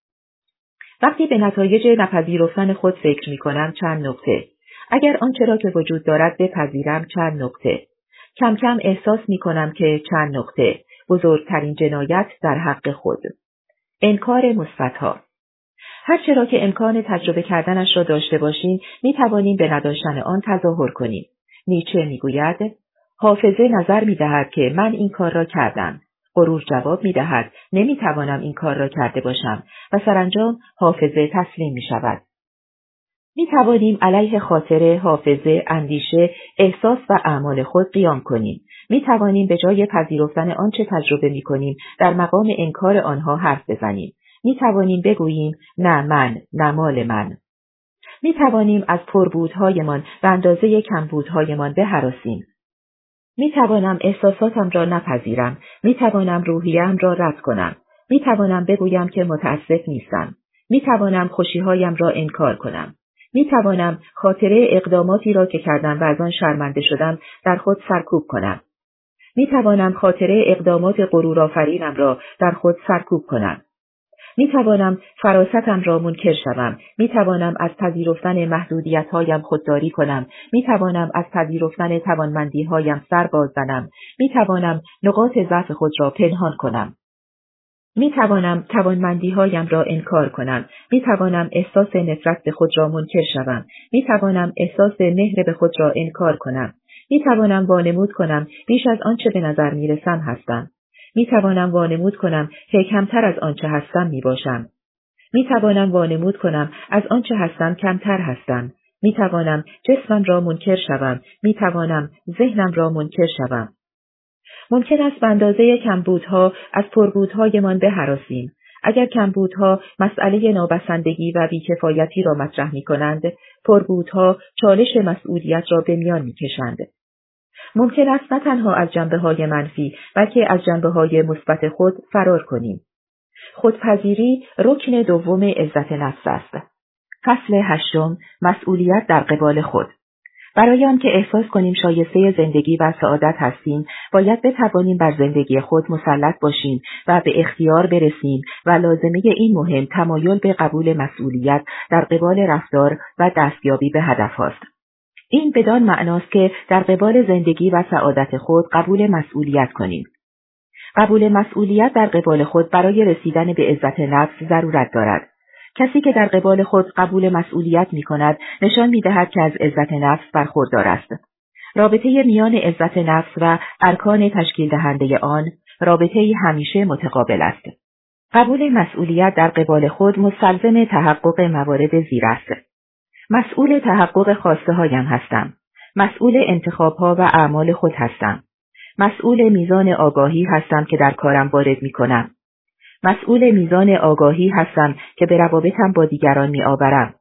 وقتی به نتایج نپذیرفتن خود فکر می‌کنم چند نقطه. اگر آنچه را که وجود دارد بپذیرم چند نقطه. کم کم احساس می‌کنم که چند نقطه. بزرگترین جنایت در حق خود. انکار مثبت‌ها. هر چرا که امکان تجربه کردنش را داشته باشیم می‌توانیم به نداشتن آن تظاهر کنیم. نیچه می‌گوید حافظه نظر می‌دهد که من این کار را کردم. غرور جواب می‌دهد نمی‌توانم این کار را کرده باشم و سرانجام حافظه تسلیم می‌شود. می‌توانیم علیه خاطره، حافظه، اندیشه، احساس و اعمال خود قیام کنیم. می‌توانیم به جای پذیرفتن آنچه تجربه می‌کنیم در مقام انکار آنها حرف بزنیم. می‌توانیم بگوییم نه من، نه مال من. می‌توانیم از پربودهایمان و اندازه کمبودهایمان بهراسیم. می‌توانم احساساتم را نپذیرم. می‌توانم روحیه‌ام را رد کنم. می‌توانم بگویم که متأسف نیستم. می‌توانم خوشی‌هایم را انکار کنم. می‌توانم خاطره اقداماتی را که کردم و از آن شرمنده شدم در خود سرکوب کنم. می‌توانم خاطره اقدامات غرورآفرینم را در خود سرکوب کنم. می‌توانم فراستم را منکر شوم. می‌توانم از پذیرفتن محدودیت‌هایم خودداری کنم. می‌توانم از پذیرفتن توانمندی‌هایم سر باز زنم. می‌توانم نقاط ضعف خود را پنهان کنم. می‌توانم توانمندی‌هایم را انکار کنم. می‌توانم احساس نفرت به خود را منکر شوم. می‌توانم احساس مهر به خود را انکار کنم. می‌توانم وانمود کنم بیش از آنچه به نظر می‌رسم هستم. می‌توانم وانمود کنم که کمتر از آنچه هستم میباشم. می‌توانم وانمود کنم از آنچه هستم کمتر هستم. می‌توانم جسمم را منکر شوم. می‌توانم ذهنم را منکر شوم. ممکن است به اندازه کمبودها از پربودهایمان بهراسیم. اگر کمبودها مسئله نابسندگی و بیکفایتی را مطرح می‌کنند، پربودها چالش مسئولیت را به میان می‌کشند. ممکن است نه تنها از جنبه‌های منفی بلکه از جنبه‌های مثبت خود فرار کنیم. خودپذیری رکن دوم عزت نفس است. فصل 8 مسئولیت در قبال خود. برای آنکه احساس کنیم شایسته زندگی و سعادت هستیم، باید بتوانیم بر زندگی خود مسلط باشیم و به اختیار برسیم و لازمه این مهم تمایل به قبول مسئولیت در قبال رفتار و دستیابی به هدف است. این بدان معناست که در قبال زندگی و سعادت خود قبول مسئولیت کنیم. قبول مسئولیت در قبال خود برای رسیدن به عزت نفس ضرورت دارد. کسی که در قبال خود قبول مسئولیت می کند نشان می دهد که از عزت نفس برخوردار است. رابطه میان عزت نفس و ارکان تشکیل دهنده آن رابطه همیشه متقابل است. قبول مسئولیت در قبال خود مستلزم تحقق موارد زیر است. مسئول تحقق خواسته هایم هستم. مسئول انتخاب ها و اعمال خود هستم. مسئول میزان آگاهی هستم که در کارم وارد می کنم. مسئول میزان آگاهی هستم که به روابطم با دیگران می آورم.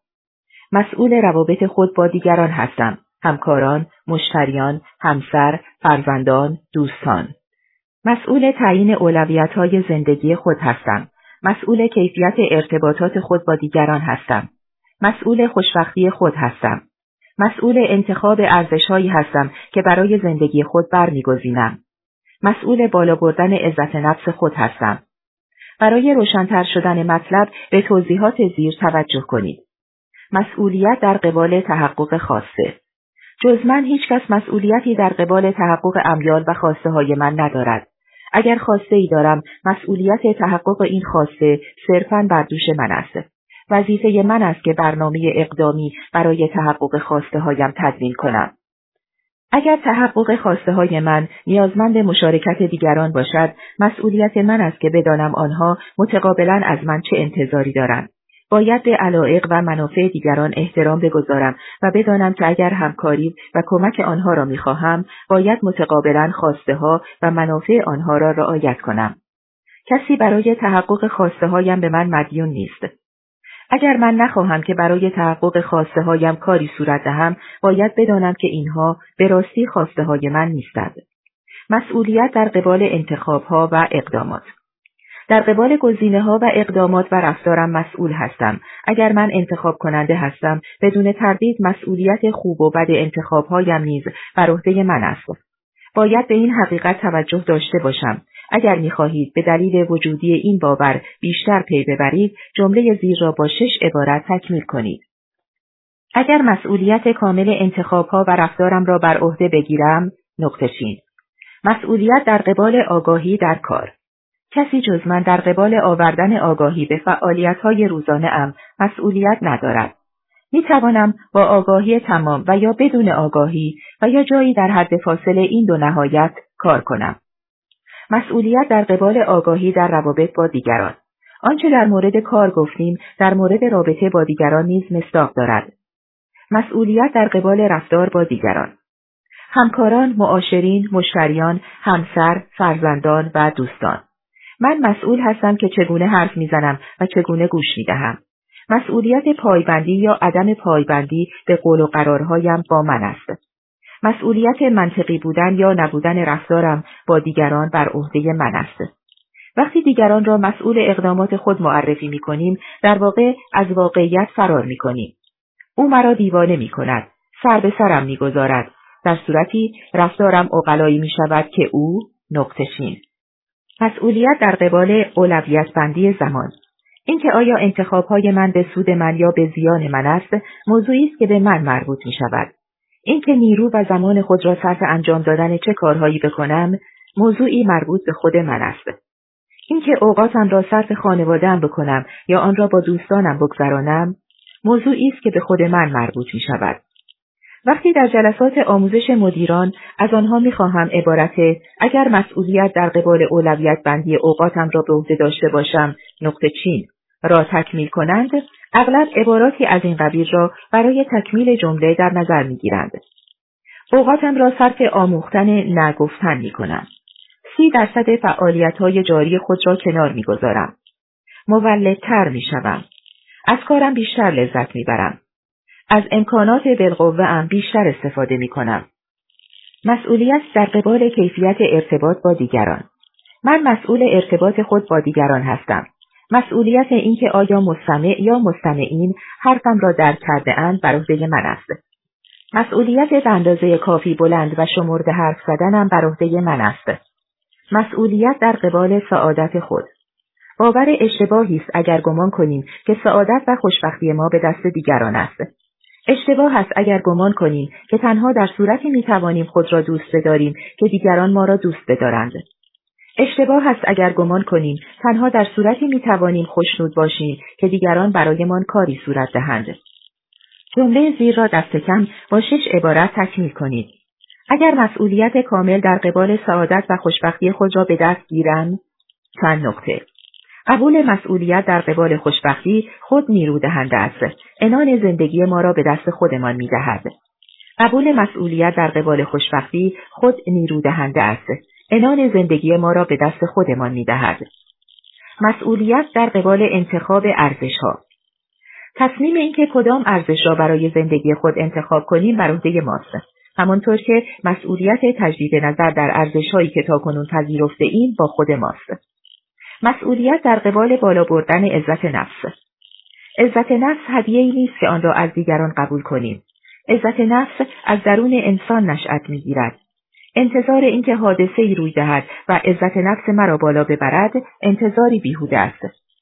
مسئول روابط خود با دیگران هستم. همکاران، مشتریان، همسر، فرزندان، دوستان. مسئول تعیین اولویت‌های زندگی خود هستم. مسئول کیفیت ارتباطات خود با دیگران هستم. مسئول خوشبختی خود هستم. مسئول انتخاب ارزش‌هایی هستم که برای زندگی خود برمی‌گزینم. مسئول بالا بردن عزت نفس خود هستم. برای روشن‌تر شدن مطلب به توضیحات زیر توجه کنید. مسئولیت در قبال تحقق خواسته. جز من هیچ کس مسئولیتی در قبال تحقق امیال و خواسته های من ندارد. اگر خواسته ای دارم، مسئولیت تحقق این خواسته صرفاً بر دوش من است. وظیفه من است که برنامه اقدامی برای تحقق خواسته هایم تدوین کنم. اگر تحقق خواسته های من نیازمند مشارکت دیگران باشد، مسئولیت من است که بدانم آنها متقابلاً از من چه انتظاری دارند. باید به علایق و منافع دیگران احترام بگذارم و بدانم که اگر همکاری و کمک آنها را می‌خواهم، باید متقابلاً خواسته ها و منافع آنها را رعایت کنم. کسی برای تحقق خواسته هایم به من مدیون نیست. اگر من نخواهم که برای تحقق خواسته هایم کاری صورت دهم، باید بدانم که اینها به راستی خواسته های من نیستند. مسئولیت در قبال انتخاب ها و اقدامات. در قبال گزینه‌ها و اقدامات و رفتارم مسئول هستم. اگر من انتخاب کننده هستم، بدون تردید مسئولیت خوب و بد انتخاب‌هایم نیز بر عهده من است. باید به این حقیقت توجه داشته باشم. اگر می‌خواهید به دلیل وجودی این باور بیشتر پی ببرید، جمله زیر را با 6 عبارت تکمیل کنید. اگر مسئولیت کامل انتخاب‌ها و رفتارم را بر عهده بگیرم، نقطه چین. مسئولیت در قبال آگاهی در کار. کسی جز من در قبال آوردن آگاهی به فعالیت‌های روزانه‌ام مسئولیت ندارد. می‌توانم با آگاهی تمام و یا بدون آگاهی و یا جایی در حد فاصله این دو نهایت کار کنم. مسئولیت در قبال آگاهی در روابط با دیگران. آنچه در مورد کار گفتیم در مورد رابطه با دیگران نیز مصداق دارد. مسئولیت در قبال رفتار با دیگران. همکاران، معاشرین، مشتریان، همسر، فرزندان و دوستان. من مسئول هستم که چگونه حرف میزنم و چگونه گوش میدهم. مسئولیت پایبندی یا عدم پایبندی به قول و قرارهایم با من است. مسئولیت منطقی بودن یا نبودن رفتارم با دیگران بر عهده من است. وقتی دیگران را مسئول اقدامات خود معرفی می‌کنیم، در واقع از واقعیت فرار می‌کنیم. او مرا دیوانه می‌کند، سر به سرم می‌گذارد. در صورتی رفتارم عقلایی می‌شود که او نقطه چین. مسئولیت در قبال اولویت بندی زمان. اینکه آیا انتخاب‌های من به سود من یا به زیان من است، موضوعی است که به من مربوط می‌شود. اینکه نیرو و زمان خود را صرف انجام دادن چه کارهایی بکنم، موضوعی مربوط به خود من است. اینکه اوقاتم را صرف خانواده‌ام بکنم یا آن را با دوستانم بگذرانم، موضوعی است که به خود من مربوط می‌شود. وقتی در جلسات آموزش مدیران از آنها می‌خواهم عبارت اگر مسئولیت در قبال اولویت بندی اوقاتم را به عهده داشته باشم نقطه چین را تکمیل کنند، اغلب عباراتی از این قبیل را برای تکمیل جمله در نظر می‌گیرند. اوقاتم را صرف آموختن نگفتن می‌کنم. 30% فعالیت‌های جاری خود را کنار می‌گذارم. مولدتر می‌شوم. از کارم بیشتر لذت می‌برم. از امکانات بالقوه‌ام بیشتر استفاده می‌کنم. مسئولیت در قبال کیفیت ارتباط با دیگران. من مسئول ارتباط خود با دیگران هستم. مسئولیت اینکه آیا مستمع یا مستمعین حرفم را درک کرده‌اند بر عهده من است. مسئولیت به اندازه کافی بلند و شمرده حرف زدنم بر عهده من است. مسئولیت در قبال سعادت خود. باور اشتباهی است اگر گمان کنیم که سعادت و خوشبختی ما به دست دیگران است. اشتباه است اگر گمان کنیم که تنها در صورتی میتوانیم خود را دوست بداریم که دیگران ما را دوست بدارند. اشتباه است اگر گمان کنیم تنها در صورتی میتوانیم خوشنود باشیم که دیگران برایمان کاری صورت دهند. جمله زیر را دست کم با 6 عبارت تکمیل کنید. اگر مسئولیت کامل در قبال سعادت و خوشبختی خود را به دست گیرم، چند نکته. قبول مسئولیت در قبال خوشبختی خود نیرو دهنده است. عنان زندگی ما را به دست خودمان می‌دهد. قبول مسئولیت در قبال خوشبختی خود نیرو دهنده است. عنان زندگی ما را به دست خودمان می‌دهد. مسئولیت در قبال انتخاب ارزش‌ها. تصمیم اینکه کدام ارزش را برای زندگی خود انتخاب کنیم بر عهده ماست. همانطور که مسئولیت تجدید نظر در ارزش‌هایی که تاکنون پذیرفته ایم با خود ماست. مسئولیت در قبال بالا بردن عزت نفس. عزت نفس هدیه‌ای نیست که آن را از دیگران قبول کنیم. عزت نفس از درون انسان نشأت می‌گیرد. انتظار اینکه حادثه‌ای روی دهد و عزت نفس مرا بالا ببرد، انتظاری بیهوده است.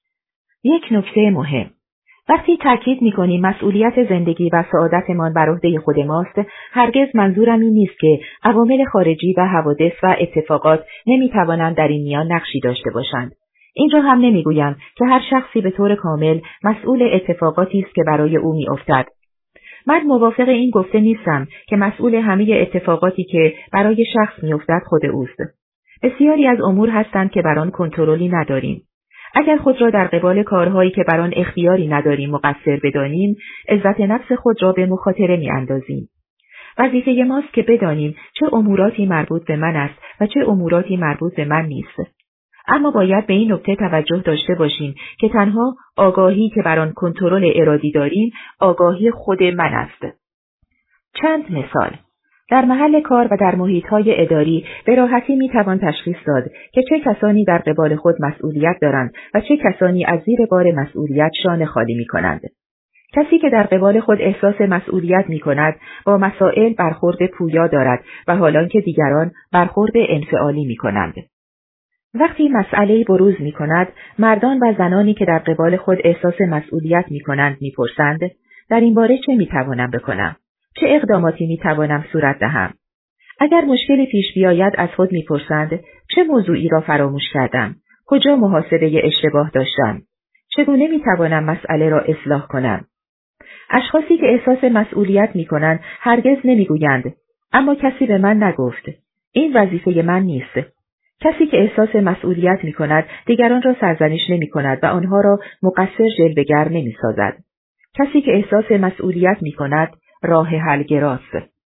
یک نکته مهم. وقتی تاکید می‌کنیم مسئولیت زندگی و سعادتمان بر عهده خود ماست، هرگز منظورم این نیست که عوامل خارجی و حوادث و اتفاقات نمی‌توانند در این میان نقشی داشته باشند. این را هم نمی‌گویم که هر شخصی به طور کامل مسئول اتفاقاتی است که برای او می‌افتد. من موافق این گفته نیستم که مسئول همه اتفاقاتی که برای شخص می‌افتد خود اوست. بسیاری از امور هستند که بر آن کنترلی نداریم. اگر خود را در قبال کارهایی که بر آن اختیاری نداریم مقصر بدانیم، عزت نفس خود را به مخاطره می‌اندازیم. وظیفه ماست که بدانیم چه اموراتی مربوط به من است و چه اموراتی مربوط به من نیست. اما باید به این نکته توجه داشته باشیم که تنها آگاهی که بر آن کنترل ارادی داریم، آگاهی خود من است. چند مثال. در محل کار و در محیط‌های اداری به راحتی می‌توان تشخیص داد که چه کسانی در قبال خود مسئولیت دارند و چه کسانی از زیر بار مسئولیت شانه خالی می‌کنند. کسی که در قبال خود احساس مسئولیت می‌کند با مسائل برخورد پویا دارد و حالان که دیگران برخورد انفعالی می‌کنند. وقتی مسئله‌ای بروز می‌کند، مردان و زنانی که در قبال خود احساس مسئولیت می‌کنند می‌پرسند: در این باره چه می‌توانم بکنم؟ چه اقداماتی می‌توانم صورت دهم؟ اگر مشکلی پیش بیاید از خود می‌پرسند: چه موضوعی را فراموش کردم؟ کجا محاسبه اشتباه داشتم؟ چگونه می‌توانم مسئله را اصلاح کنم؟ اشخاصی که احساس مسئولیت می‌کنند هرگز نمی‌گویند: اما کسی به من نگفت. این وظیفه من نیست. کسی که احساس مسئولیت می‌کند دیگران را سرزنش نمی‌کند و آنها را مقصر جلوه‌گر نمی‌سازد. کسی که احساس مسئولیت می‌کند راه حل‌گراست.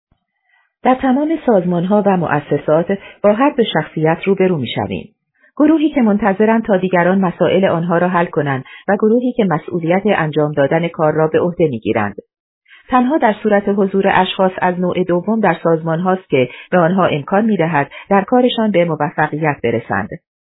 در تمام سازمان‌ها و مؤسسات با هر دو شخصیت روبرو می‌شویم. گروهی که منتظرند تا دیگران مسائل آنها را حل کنند و گروهی که مسئولیت انجام دادن کار را به عهده می‌گیرند. تنها در صورت حضور اشخاص از نوع دوم در سازمان هاست که به آنها امکان می‌دهد در کارشان به موفقیت برسند.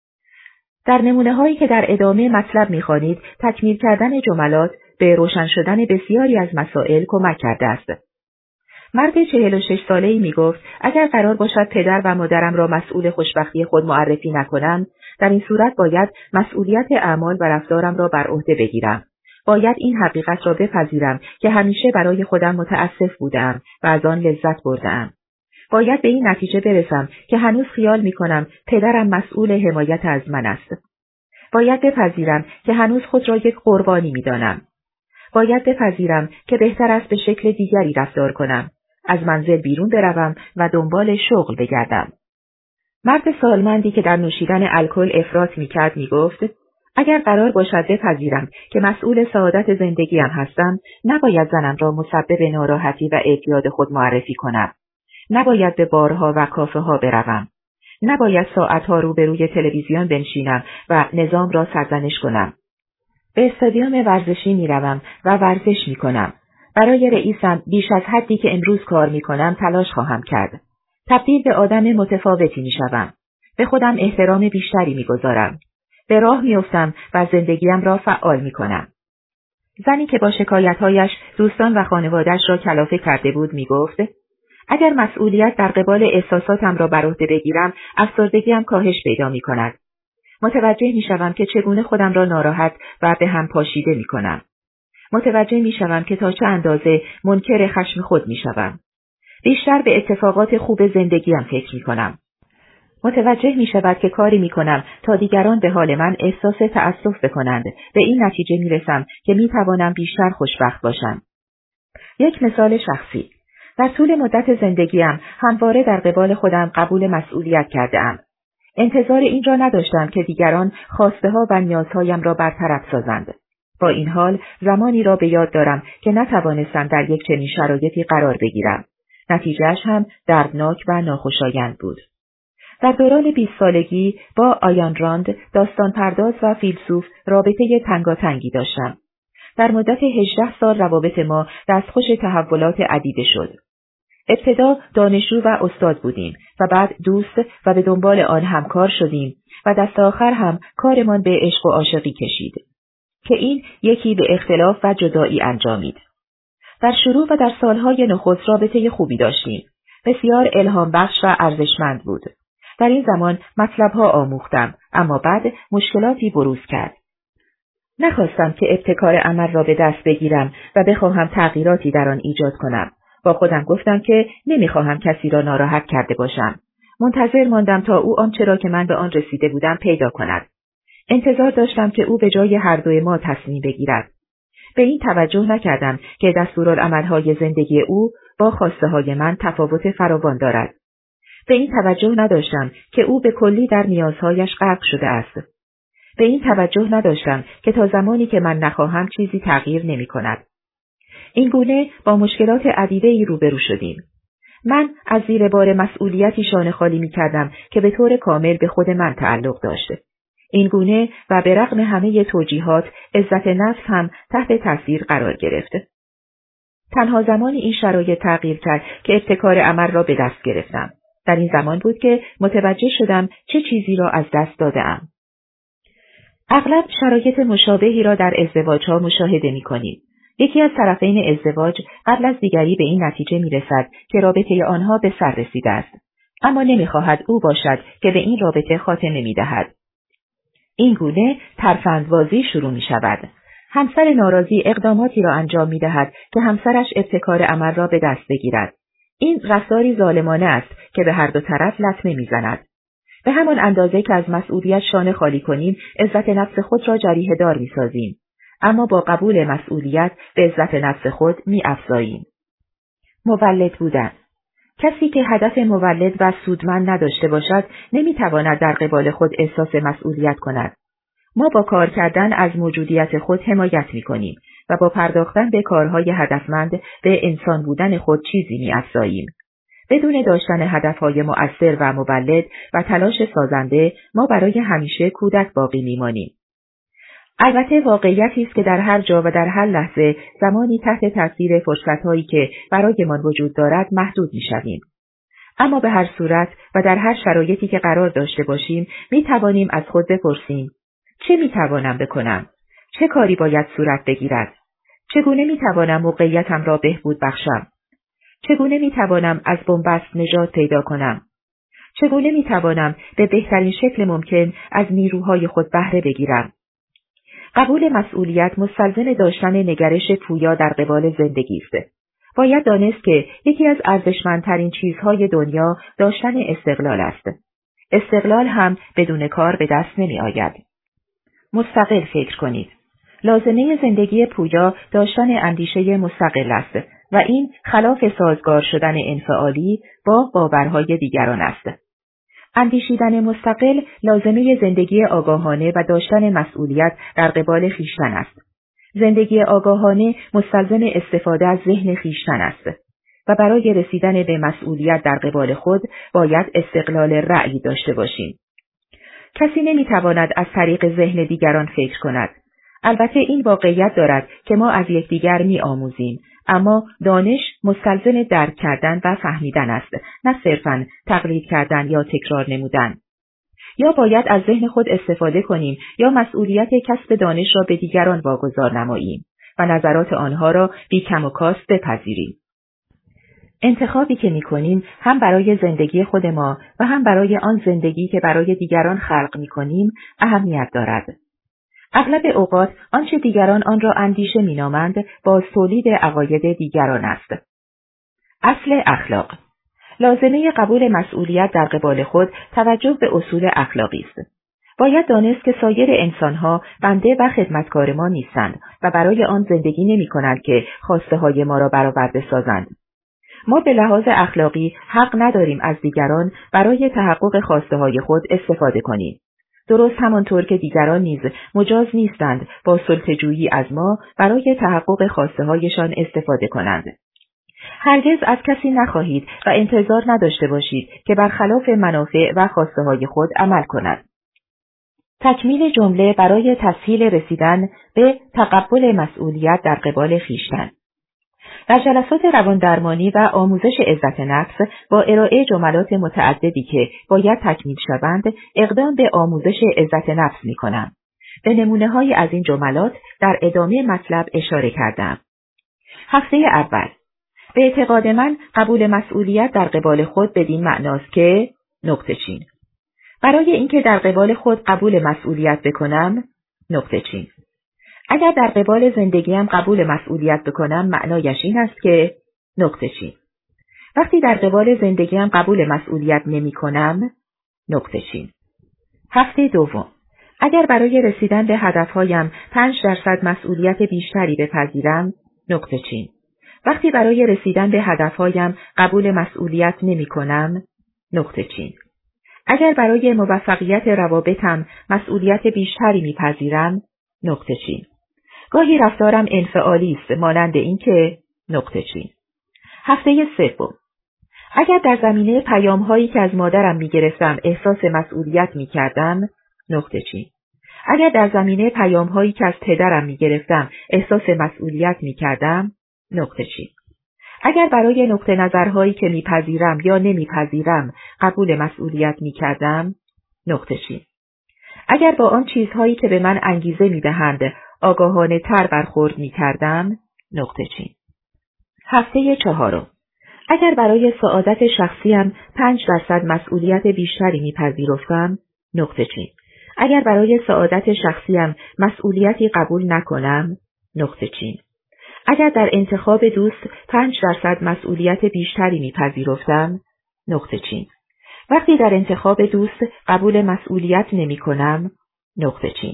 در نمونه هایی که در ادامه مطلب می‌خوانید، تکمیل کردن جملات به روشن شدن بسیاری از مسائل کمک کرده است. مرد 46 ساله‌ای می‌گفت: اگر قرار باشد پدر و مادرم را مسئول خوشبختی خود معرفی نکنم، در این صورت باید مسئولیت اعمال و رفتارم را بر عهده بگیرم. باید این حقیقت را بپذیرم که همیشه برای خودم متأسف بودم و از آن لذت بردم. باید به این نتیجه برسم که هنوز خیال می‌کنم پدرم مسئول حمایت از من است. باید بپذیرم که هنوز خود را یک قربانی می‌دانم. باید بپذیرم که بهتر است به شکل دیگری رفتار کنم. از منزل بیرون بروم و دنبال شغل بگردم. مرد سالمندی که در نوشیدن الکل افراط می‌کرد می‌گفت: اگر قرار باشد بپذیرم که مسئول سعادت زندگیم هستم، نباید زنم را مسبب ناراحتی و اعتیاد خود معرفی کنم. نباید به بارها و کافه ها بروم. نباید ساعتها روبروی تلویزیون بنشینم و نظام را سرزنش کنم. به استادیوم ورزشی میروم و ورزش میکنم. برای رئیسم بیش از حدی که امروز کار میکنم تلاش خواهم کرد. تبدیل به آدم متفاوتی میشوم. به خودم احترام بیشتری میگذارم. به راه میافتم و زندگیم را فعال میکنم. زنی که با شکایت‌هایش دوستان و خانواده‌اش را کلافه کرده بود میگفت: اگر مسئولیت در قبال احساساتم را بر عهده بگیرم، افسردگیم کاهش پیدا میکند. متوجه میشوم که چگونه خودم را ناراحت و به هم پاشیده میکنم. متوجه میشوم که تا چه اندازه منکر خشم خود میشوم. بیشتر به اتفاقات خوب زندگیم فکر میکنم. متوجه میشود که کاری میکنم تا دیگران به حال من احساس تأسف بکنند. به این نتیجه میرسم که میتوانم بیشتر خوشبخت باشم. یک مثال شخصی. در طول مدت زندگیم همواره در قبال خودم قبول مسئولیت کرده ام. انتظار این را نداشتم که دیگران خواسته ها و نیازهایم را برطرف سازند. با این حال زمانی را به یاد دارم که نتوانستم در یک چنین شرایطی قرار بگیرم. نتیجهش هم دردناک و ناخوشایند بود. در دوران 20 سالگی با آیان راند، داستان پرداز و فیلسوف، رابطه تنگاتنگی داشتم. در مدت 18 سال روابط ما دستخوش تحولات عدیده شد. ابتدا دانشجو و استاد بودیم و بعد دوست و به دنبال آن همکار شدیم و دست آخر هم کارمان به عشق و عاشقی کشید که این یکی به اختلاف و جدایی انجامید. در شروع و در سالهای نخست رابطه خوبی داشتیم. بسیار الهام بخش و ارزشمند بود. در این زمان مطلبها آموختم، اما بعد مشکلاتی بروز کرد. نخواستم که ابتکار عمل را به دست بگیرم و بخواهم تغییراتی در آن ایجاد کنم. با خودم گفتم که نمیخواهم کسی را ناراحت کرده باشم. منتظر ماندم تا او آنچه را که من به آن رسیده بودم پیدا کند. انتظار داشتم که او به جای هر دوی ما تصمیم بگیرد. به این توجه نکردم که دستورالعمل‌های زندگی او با خواسته های من تفاوت فراوان دارد. به این توجه نداشتم که او به کلی در نیازهایش غرق شده است. به این توجه نداشتم که تا زمانی که من نخواهم چیزی تغییر نمی کند. این گونه با مشکلات عدیده‌ای روبرو شدیم. من از زیر بار مسئولیتی شانه خالی می کردم که به طور کامل به خود من تعلق داشته. این گونه و به رغم همه توجیهات عزت نفس هم تحت تاثیر قرار گرفت. تنها زمانی این شرایط تغییر کرد که ابتکار عمل را به دست گرفتم. در این زمان بود که متوجه شدم چه چیزی را از دست داده‌ام. اغلب شرایط مشابهی را در ازدواج‌ها مشاهده می‌کنیم. یکی از طرفین ازدواج قبل از دیگری به این نتیجه می‌رسد که رابطه آنها به سر رسیده است، اما نمی‌خواهد او باشد که به این رابطه خاتمه می‌دهد. این گونه ترفندبازی شروع می‌شود. همسر ناراضی اقداماتی را انجام می‌دهد که همسرش ابتکار عمل را به دست بگیرد. این رفتاری ظالمانه است که به هر دو طرف لطمه می‌زند. به همان اندازه که از مسئولیت شانه خالی کنیم، عزت نفس خود را جریحه دار می‌سازیم، اما با قبول مسئولیت به عزت نفس خود می‌افزاییم. مولد بودن. کسی که هدف مولد و سودمند نداشته باشد، نمی‌تواند در قبال خود احساس مسئولیت کند. ما با کار کردن از موجودیت خود حمایت می‌کنیم و با پرداختن به کارهای هدفمند به انسان بودن خود چیزی می‌افزاییم. بدون داشتن هدفهای مؤثر و مولد و تلاش سازنده، ما برای همیشه کودک باقی می‌مانیم. البته واقعیتی است که در هر جا و در هر لحظه زمانی تحت تاثیر فرصت‌هایی که برایمان وجود دارد محدود می‌شویم. اما به هر صورت و در هر شرایطی که قرار داشته باشیم، می‌توانیم از خود بپرسیم: چه می‌توانم بکنم؟ چه کاری باید صورت بگیرد؟ چگونه می‌توانم موقعیتم را بهبود بخشم؟ چگونه می‌توانم از بنبست نجات پیدا کنم؟ چگونه می‌توانم به بهترین شکل ممکن از نیروهای خود بهره بگیرم؟ قبول مسئولیت مستلزم داشتن نگرش پویا در قبال زندگی است. باید دانست که یکی از ارزشمندترین چیزهای دنیا داشتن استقلال است. استقلال هم بدون کار به دست نمی آید. مستقل فکر کنید. لازمه زندگی پویا داشتن اندیشه مستقل است و این خلاف سازگار شدن انفعالی با باورهای دیگران است. اندیشیدن مستقل لازمه زندگی آگاهانه و داشتن مسئولیت در قبال خویشتن است. زندگی آگاهانه مستلزم استفاده از ذهن خویشتن است و برای رسیدن به مسئولیت در قبال خود باید استقلال رأی داشته باشیم. کسی نمیتواند از طریق ذهن دیگران فکر کند. البته این واقعیت دارد که ما از یکدیگر می‌آموزیم، اما دانش مستلزم درک کردن و فهمیدن است، نه صرفاً تقلید کردن یا تکرار نمودن. یا باید از ذهن خود استفاده کنیم یا مسئولیت کسب دانش را به دیگران واگذار نماییم و نظرات آنها را بی کم و کاست بپذیریم. انتخابی که می‌کنیم هم برای زندگی خود ما و هم برای آن زندگی که برای دیگران خلق می‌کنیم اهمیت دارد. اغلب اوقات آنچه دیگران آن را اندیشه مینامند باز تولید عقاید دیگران است. اصل اخلاق. لازمه قبول مسئولیت در قبال خود توجه به اصول اخلاقی است. باید دانست که سایر انسانها بنده و خدمتکار ما نیستند و برای آن زندگی نمی کنند که خواسته های ما را برآورده سازند. ما به لحاظ اخلاقی حق نداریم از دیگران برای تحقق خواسته های خود استفاده کنیم. درست همانطور که دیگران نیز مجاز نیستند با سلطه‌جویی از ما برای تحقق خواسته هایشان استفاده کنند. هرگز از کسی نخواهید و انتظار نداشته باشید که برخلاف منافع و خواسته های خود عمل کند. تکمیل جمله برای تسهیل رسیدن به تقبل مسئولیت در قبال خویشتن. در جلسات رواندرمانی و آموزش عزت نفس با ارائه جملات متعددی که باید تکمیل شوند، اقدام به آموزش عزت نفس می‌کنم. به نمونه‌های از این جملات در ادامه مطلب اشاره کردم. هفته اول. به اعتقاد من قبول مسئولیت در قبال خود بدین معناست که نقطه چین. برای اینکه در قبال خود قبول مسئولیت بکنم، نقطه چین. اگر در قبال زندگیم قبول مسئولیت بکنم معنایش این است که نقطه چین. وقتی در قبال زندگیم قبول مسئولیت نمی کنم، نقطه چین. هفته دوم. اگر برای رسیدن به هدفهایم 5% مسئولیت بیشتری بپذیرم، نقطه چین. وقتی برای رسیدن به هدفهایم قبول مسئولیت نمی کنم، نقطه چین. اگر برای موفقیت روابطم مسئولیت بیشتری میپذیرم، نقطه چین. گاهی رفتارم انفعالی است مانند این که نقطه چین. هفته سوم. اگر در زمینه پیام‌هایی که از مادرم میگرفتم احساس مسئولیت میکردم، نقطه چین. اگر در زمینه پیام‌هایی که از پدرم میگرفتم احساس مسئولیت میکردم، نقطه چین. اگر برای نقطه نظرهایی که میپذیرم یا نمیپذیرم قبول مسئولیت میکردم، نقطه چین. اگر با آن چیزهایی که به من انگیزه میدهند آگاهانه تر برخورد میکردم، نقطه چین. هفته چهارم. اگر برای سعادت شخصیم 5% مسئولیت بیشتری میپذیرفتم، نقطه چین. اگر برای سعادت شخصیم مسئولیتی قبول نکنم، نقطه چین. اگر در انتخاب دوست 5% مسئولیت بیشتری میپذیرفتم، نقطه چین. وقتی در انتخاب دوست قبول مسئولیت نمی کنم، نقطه چین.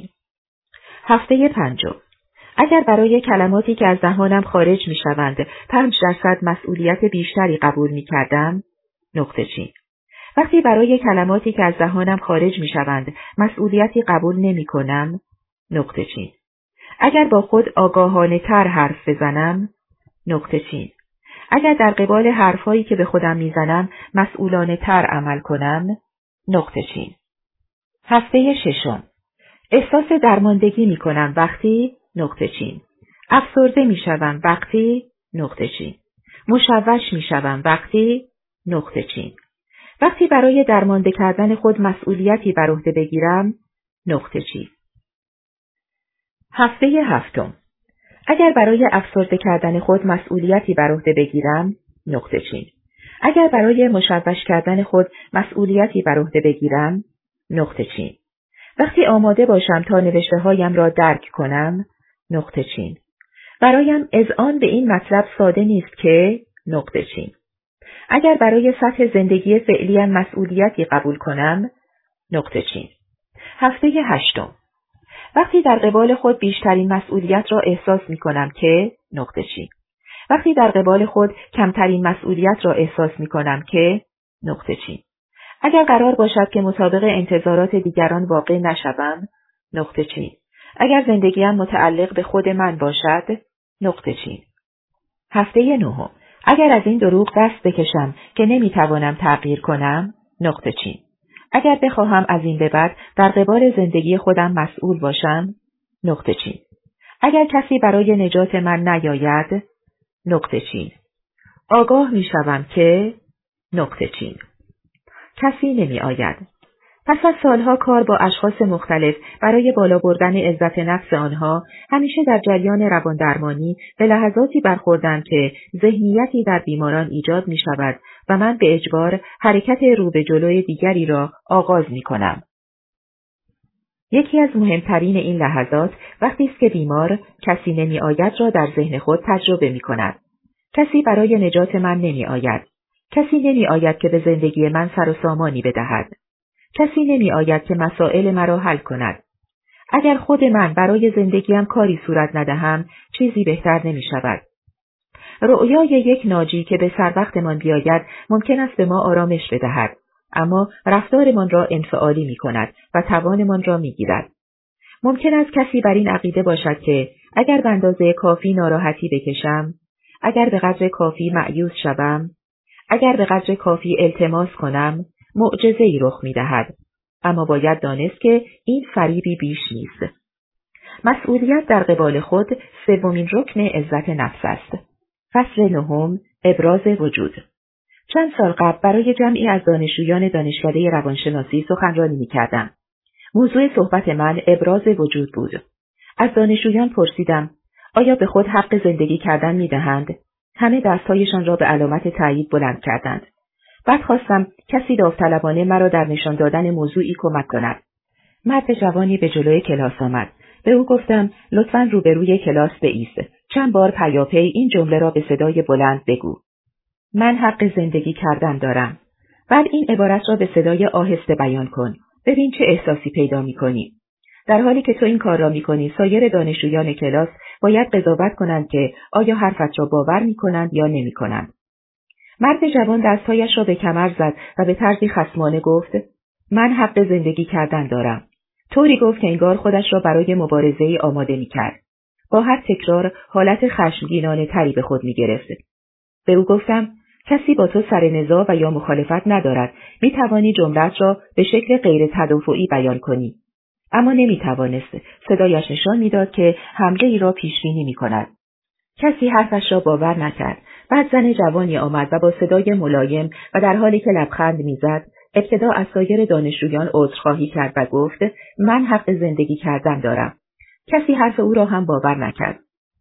هفته پنجم. اگر برای کلماتی که از دهانم خارج می شوند 5% مسئولیت بیشتری قبول می کردم، نقطه چین. وقتی برای کلماتی که از دهانم خارج می شوند مسئولیتی قبول نمی کنم، نقطه چین. اگر با خود آگاهانه تر حرف بزنم، نقطه چین. اگر در قبال حرفایی که به خودم میزنم مسئولانه تر عمل کنم، نقطه چین. هفته ششم. احساس درماندگی می کنم وقتی، نقطه چین. افسرده می شوم وقتی، نقطه چین. مشوش می شوم وقتی، نقطه چین. وقتی برای درمانده کردن خود مسئولیتی بر عهده بگیرم، نقطه چین. هفته هفتم. اگر برای افسرده کردن خود مسئولیتی بر عهده بگیرم، نقطه چین. اگر برای مشوش کردن خود مسئولیتی بر عهده بگیرم، نقطه چین. وقتی آماده باشم تا نوشته‌هایم را درک کنم، نقطه چین. برایم اذعان به این مطلب ساده نیست که نقطه چین. اگر برای سطح زندگی فعلیم مسئولیتی قبول کنم، نقطه چین. هفته هشتم. وقتی در قبال خود بیشترین مسئولیت را احساس می کنم که نقطه چین. وقتی در قبال خود کمترین مسئولیت را احساس می کنم که نقطه چین. اگر قرار باشد که مطابق انتظارات دیگران واقع نشوم، نقطه چین. اگر زندگیم متعلق به خود من باشد، نقطه چین. هفته نهم. اگر از این دروغ دست بکشم که نمی توانم تغییر کنم، نقطه چین. اگر بخواهم از این به بعد در قبال زندگی خودم مسئول باشم، نقطه چین. اگر کسی برای نجات من نیاید، نقطه چین. آگاه می شوم که نقطه چین. کسی نمی آید. پس از سالها کار با اشخاص مختلف برای بالا بردن عزت نفس آنها، همیشه در جریان رواندرمانی به لحظاتی برخوردم که ذهنیتی در بیماران ایجاد می شود و من به اجبار حرکت رو به جلوی دیگری را آغاز می کنم. یکی از مهمترین این لحظات وقتی است که بیمار کسی نمی‌آید را در ذهن خود تجربه می‌کند. کسی برای نجات من نمی‌آید. کسی نمی‌آید که به زندگی من سر و سامانی بدهد. کسی نمی‌آید که مسائل مرا حل کند. اگر خود من برای زندگیم کاری صورت ندهم، چیزی بهتر نمی‌شود. رؤیای یک ناجی که به سر وقتمان بیاید ممکن است به ما آرامش بدهد، اما رفتارمان را انفعالی می‌کند و توانمان را می‌گیرد. ممکن است کسی بر این عقیده باشد که اگر به اندازه کافی ناراحتی بکشم، اگر به قدر کافی مأیوس شوم، اگر به قدر کافی التماس کنم، معجزه‌ای رخ می‌دهد. اما باید دانست که این فریبی بیش نیست. مسئولیت در قبال خود سومین رکن عزت نفس است. فصل 9، ابراز وجود. چند سال قبل برای جمعی از دانشجویان دانشکده روانشناسی سخنرانی می‌کردم. موضوع صحبت من ابراز وجود بود. از دانشجویان پرسیدم آیا به خود حق زندگی کردن می‌دهند؟ همه دست‌هایشان را به علامت تایید بلند کردند. بعد خواستم کسی داوطلبانه مرا در نشان دادن موضوعی کمک کند. مرد جوانی به جلوی کلاس آمد. به او گفتم لطفاً روبروی کلاس بایست. چند بار پیاپی این جمله را به صدای بلند بگو. من حق زندگی کردن دارم. بعد این عبارت را به صدای آهسته بیان کن. ببین چه احساسی پیدا می‌کنی. در حالی که تو این کار را می‌کنی، سایر دانشجویان کلاس باید قضاوت کنند که آیا حرفت را باور می‌کنند یا نمی‌کنند. مرد جوان دستهایش را به کمر زد و به طرزی خصمانه گفت من حق زندگی کردن دارم. طوری گفت که انگار خودش را برای مبارزه‌ای آماده می‌کرد. با هر تکرار حالت خشمگینانه تری به خود می‌گرفت. به او گفتم کسی با تو سر نزاع و یا مخالفت ندارد. می‌توانی جملت را به شکل غیر تدافعی بیان کنی. اما نمی‌توانست. صدایش نشان می‌داد که حمله‌ای را پیش‌بینی می‌کند. کسی حرفش را باور نکرد. بعد زن جوانی آمد و با صدای ملایم و در حالی که لبخند می‌زد، ابتدا از سایر دانشجویان عذرخواهی کرد و گفت من حق زندگی کردن دارم. کسی حرف او را هم باور نکرد.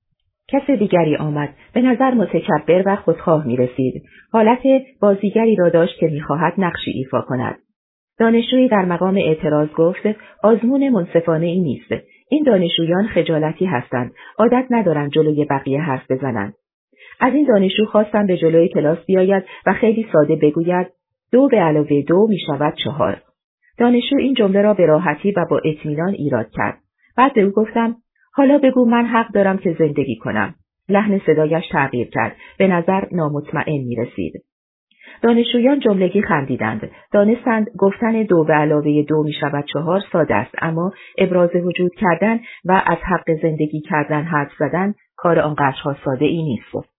کس دیگری آمد، به نظر متکبر و خودخواه می‌رسید. حالت بازیگری را داشت که می‌خواهد نقشی ایفا کند. دانشجویی در مقام اعتراض گفت آزمون منصفانه ای نیست. این دانشجویان خجالتی هستند. عادت ندارند جلوی بقیه حرف بزنند. از این دانشجو خواستم به جلوی کلاس بیاید و خیلی ساده بگوید 2 به علاوه 2 می‌شود 4. دانشجو این جمله را به راحتی و با اطمینان ایراد کرد. بعد به او گفتم حالا بگو من حق دارم که زندگی کنم. لحن صدایش تغییر کرد. به نظر نامطمئن می‌رسید. دانشجویان جملگی خندیدند. دانستند گفتن 2 به علاوه 2 می‌شود 4 ساده است، اما ابراز وجود کردن و از حق زندگی کردن حرف زدن کار آنقدرها ساده ای نیست.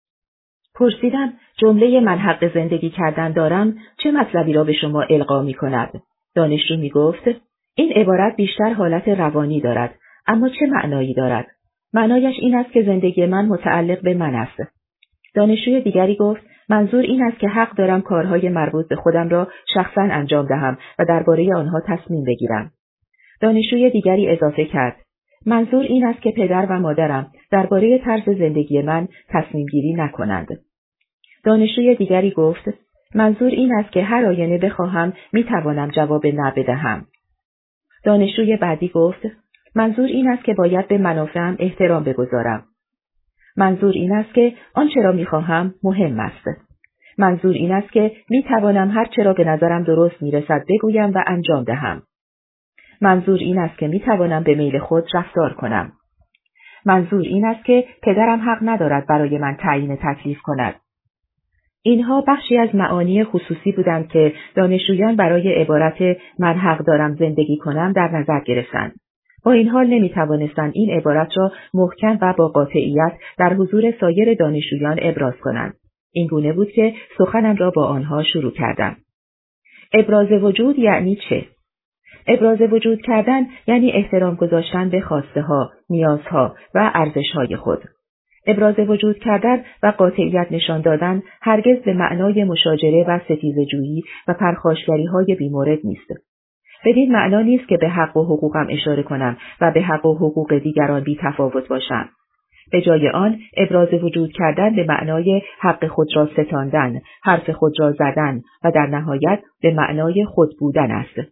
پرسیدم جمله من حق زندگی کردن دارم چه مطلبی را به شما القا می‌کند؟ دانشجو می‌گفت این عبارت بیشتر حالت روانی دارد، اما چه معنایی دارد؟ معنایش این است که زندگی من متعلق به من است. دانشجوی دیگری گفت منظور این است که حق دارم کارهای مربوط به خودم را شخصاً انجام دهم و درباره آنها تصمیم بگیرم. دانشجوی دیگری اضافه کرد منظور این است که پدر و مادرم درباره طرز زندگی من تصمیم گیری نکنند. دانشجوی دیگری گفت منظور این است که هر آینه بخواهم میتوانم جواب نه بدهم. دانشجوی بعدی گفت منظور این است که باید به منافعم احترام بگذارم. منظور این است که آنچه را میخواهم مهم است. منظور این است که میتوانم هر چه را به نظرم درست میرسد بگویم و انجام دهم. منظور این است که میتوانم به میل خود رفتار کنم. منظور این است که پدرم حق ندارد برای من تعیین تکلیف کند. اینها بخشی از معانی خصوصی بودند که دانشجویان برای عبارت من حق دارم زندگی کنم در نظر گرفتند. با این حال نمیتوانستند این عبارت را محکم و با قاطعیت در حضور سایر دانشجویان ابراز کنند. این گونه بود که سخنم را با آنها شروع کردم. ابراز وجود یعنی چه؟ ابراز وجود کردن یعنی احترام گذاشتن به خواسته ها، نیازها و ارزش های خود. ابراز وجود کردن و قاطعیت نشان دادن هرگز به معنای مشاجره و ستیزه‌جویی و پرخاشگری های بیمورد نیست. بدین معنا نیست که به حق و حقوقم اشاره کنم و به حق و حقوق دیگران بی تفاوت باشم. به جای آن ابراز وجود کردن به معنای حق خود را ستاندن، حرف خود را زدن و در نهایت به معنای خود بودن است.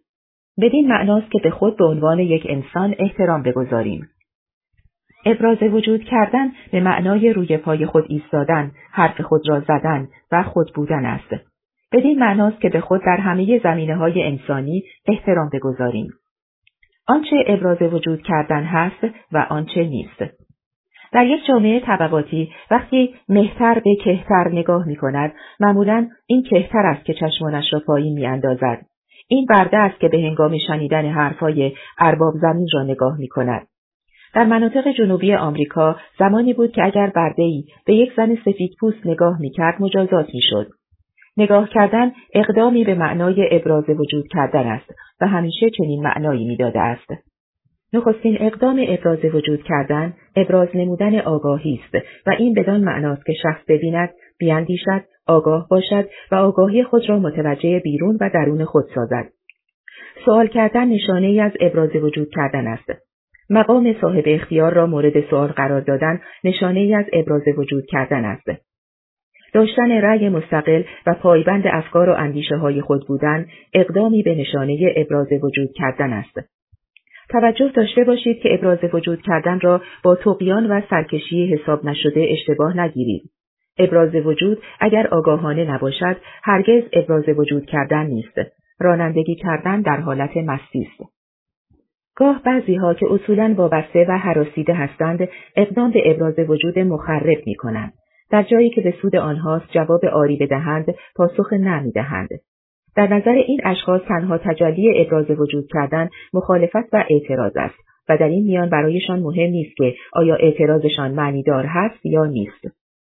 بدین معناست که به خود به عنوان یک انسان احترام بگذاریم. ابراز وجود کردن به معنای روی پای خود ایستادن، حرف خود را زدن و خود بودن است. بدین معناست که به خود در همه زمینه‌های انسانی احترام بگذاریم. آنچه ابراز وجود کردن هست و آنچه نیست. در یک جامعه طبقاتی وقتی مهتر به کهتر نگاه می‌کند، معمولاً این کهتر است که چشمانش را پایین می‌اندازد. این برده است که به هنگام شنیدن حرفهای ارباب زمین را نگاه می‌کند. در مناطق جنوبی آمریکا زمانی بود که اگر برده‌ای به یک زن سفیدپوست نگاه می‌کرد مجازات می‌شد. نگاه کردن اقدامی به معنای ابراز وجود کردن است و همیشه چنین معنایی می‌داده است. نخستین اقدام ابراز وجود کردن، ابراز نمودن آگاهی است و این بدان معناست که شخص ببیند، بیاندیشد، آگاه باشد و آگاهی خود را متوجه بیرون و درون خود سازد. سوال کردن نشانه‌ای از ابراز وجود کردن است. مقام صاحب اختیار را مورد سوال قرار دادن نشانه‌ای از ابراز وجود کردن است. داشتن رأی مستقل و پایبند افکار و اندیشه‌های خود بودن اقدامی به نشانه ابراز وجود کردن است. توجه داشته باشید که ابراز وجود کردن را با طغیان و سرکشی حساب نشده اشتباه نگیرید. ابراز وجود اگر آگاهانه نباشد هرگز ابراز وجود کردن نیست. رانندگی کردن در حالت مستی است. گاه بعضی‌ها که اصولاً وابسته و هراسیده هستند اقدام به ابراز وجود مخرب می‌کنند. در جایی که به سود آنهاست جواب آری بدهند پاسخ نه می‌دهند. در نظر این اشخاص تنها تجلی ابراز وجود کردن مخالفت و اعتراض است و در این میان برایشان مهم نیست که آیا اعتراضشان معنیدار هست یا نیست.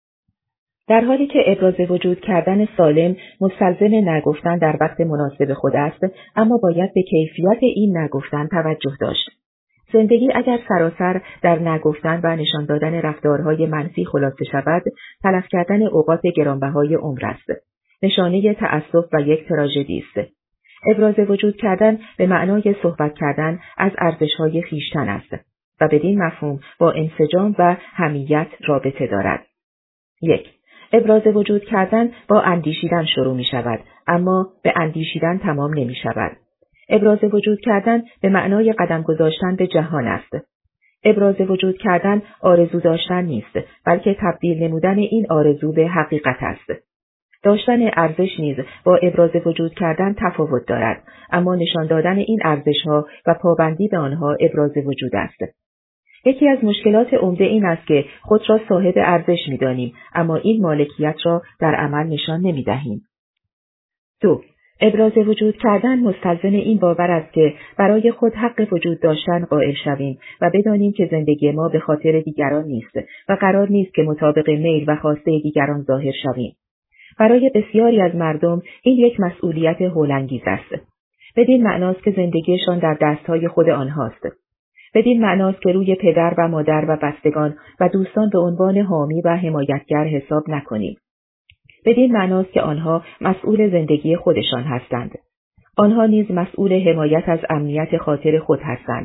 در حالی که ابراز وجود کردن سالم مستلزم نگفتن در وقت مناسب خود است، اما باید به کیفیت این نگفتن توجه داشت. زندگی اگر سراسر در نگفتن و نشان دادن رفتارهای منفی خلاصه شود، تلف کردن اوقات گرانبهای عمر است. نشانه تأسف و یک تراژدی است. ابراز وجود کردن به معنای صحبت کردن از ارزش‌های خویشتن است و بدین مفهوم با انسجام و حمیت رابطه دارد. 1. ابراز وجود کردن با اندیشیدن شروع می شود، اما به اندیشیدن تمام نمی شود. ابراز وجود کردن به معنای قدم گذاشتن به جهان است. ابراز وجود کردن آرزو داشتن نیست، بلکه تبدیل نمودن این آرزو به حقیقت است. داشتن ارزش نیز با ابراز وجود کردن تفاوت دارد، اما نشان دادن این ارزش‌ها و پابندی به آنها ابراز وجود است. یکی از مشکلات عمده این است که خود را صاحب ارزش می‌دانیم، اما این مالکیت را در عمل نشان نمی‌دهیم. 2. ابراز وجود کردن مستلزم این باور است که برای خود حق وجود داشتن قائل شویم و بدانیم که زندگی ما به خاطر دیگران نیست و قرار نیست که مطابق میل و خواسته دیگران ظاهر شویم. برای بسیاری از مردم این یک مسئولیت هولانگیز است. بدین معناست که زندگیشان در دستهای خود آنهاست. بدین معناست که روی پدر و مادر و بستگان و دوستان به عنوان حامی و حمایتگر حساب نکنیم. بدین معناست که آنها مسئول زندگی خودشان هستند. آنها نیز مسئول حمایت از امنیت خاطر خود هستند.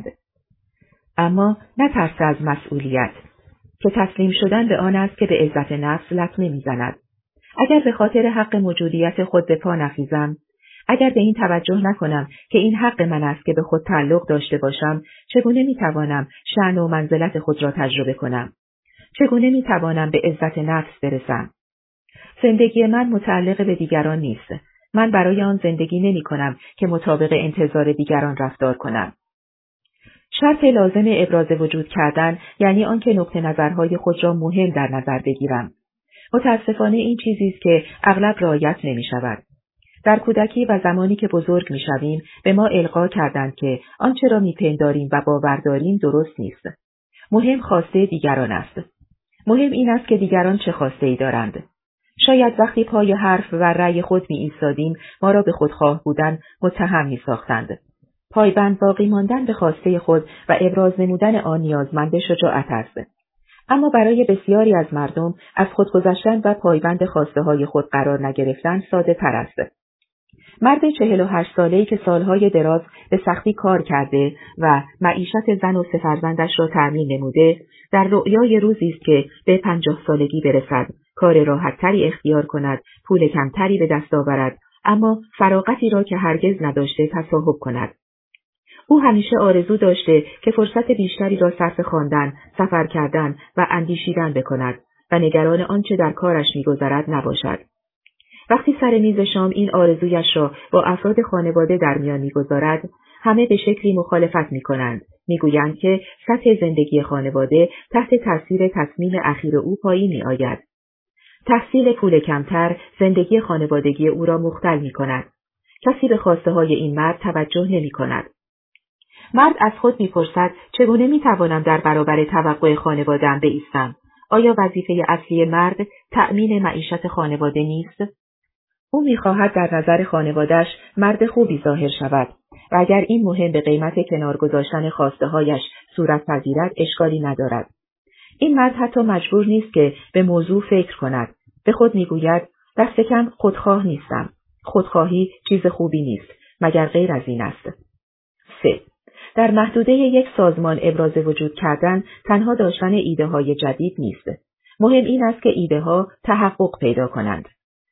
اما نه ترس از مسئولیت، که تسلیم شدن به آن است که به عزت نفس لطمه می‌زند. اگر به خاطر حق موجودیت خود به پا نخیزم، اگر به این توجه نکنم که این حق من است که به خود تعلق داشته باشم، چگونه میتوانم شأن و منزلت خود را تجربه کنم؟ چگونه میتوانم به عزت نفس برسم؟ زندگی من متعلق به دیگران نیست. من برای آن زندگی نمی کنم که مطابق انتظار دیگران رفتار کنم. شرط لازم ابراز وجود کردن یعنی آنکه نقطه نظرهای خود را مهم در نظر بگیرم. متاسفانه این چیزی است که اغلب رعایت نمی شود. در کودکی و زمانی که بزرگ می شویم به ما القا کردند که آنچه را می پنداریم و باور داریم درست نیست. مهم خواسته دیگران است. مهم این است که دیگران چه خواسته‌ای دارند. شاید وقتی پای حرف و رأی خود می ایستادیم ما را به خودخواه بودن متهم می ساختند. پایبند باقی ماندن به خواسته خود و ابراز نمودن آن نیازمند شجاعت است. اما برای بسیاری از مردم از خود گذشتن و پایبند خواسته های خود قرار نگرفتن ساده تر است. مرد 48 ساله‌ای که سالهای دراز به سختی کار کرده و معیشت زن و 3 فرزندش را تأمین نموده، در رؤیای روزی است که به 50 سالگی برسد، کار راحت‌تری اختیار کند، پول کمتری به دست آورد، اما فراغتی را که هرگز نداشته تصاحب کند. او همیشه آرزو داشته که فرصت بیشتری را صرف خواندن، سفر کردن و اندیشیدن بکند و نگران آنچه در کارش می‌گذرد نباشد. وقتی سر میز شام این آرزویش را با افراد خانواده در میان می‌گذارد، همه به شکلی مخالفت می‌کنند. می‌گویند که سطح زندگی خانواده تحت تاثیر تصمیم اخیر او پایین می‌آید. تحصیل پول کمتر زندگی خانوادگی او را مختل می‌کند. کسی به خواسته‌های این مرد توجه نمی‌کند. مرد از خود می‌پرسد چگونه می‌توانم در برابر توقع خانواده‌ام بایستم؟ آیا وظیفه اصلی مرد تأمین معیشت خانواده نیست؟ او می‌خواهد در نظر خانواده‌اش مرد خوبی ظاهر شود و اگر این مهم به قیمت کنار گذاشتن خواسته‌هایش صورت پذیرد اشکالی ندارد. این مرد حتی مجبور نیست که به موضوع فکر کند. به خود می‌گوید دست کم خودخواه نیستم. خودخواهی چیز خوبی نیست مگر غیر از این است. 3. در محدوده یک سازمان ابراز وجود کردن تنها داشتن ایده‌های جدید نیست. مهم این است که ایده‌ها تحقق پیدا کنند.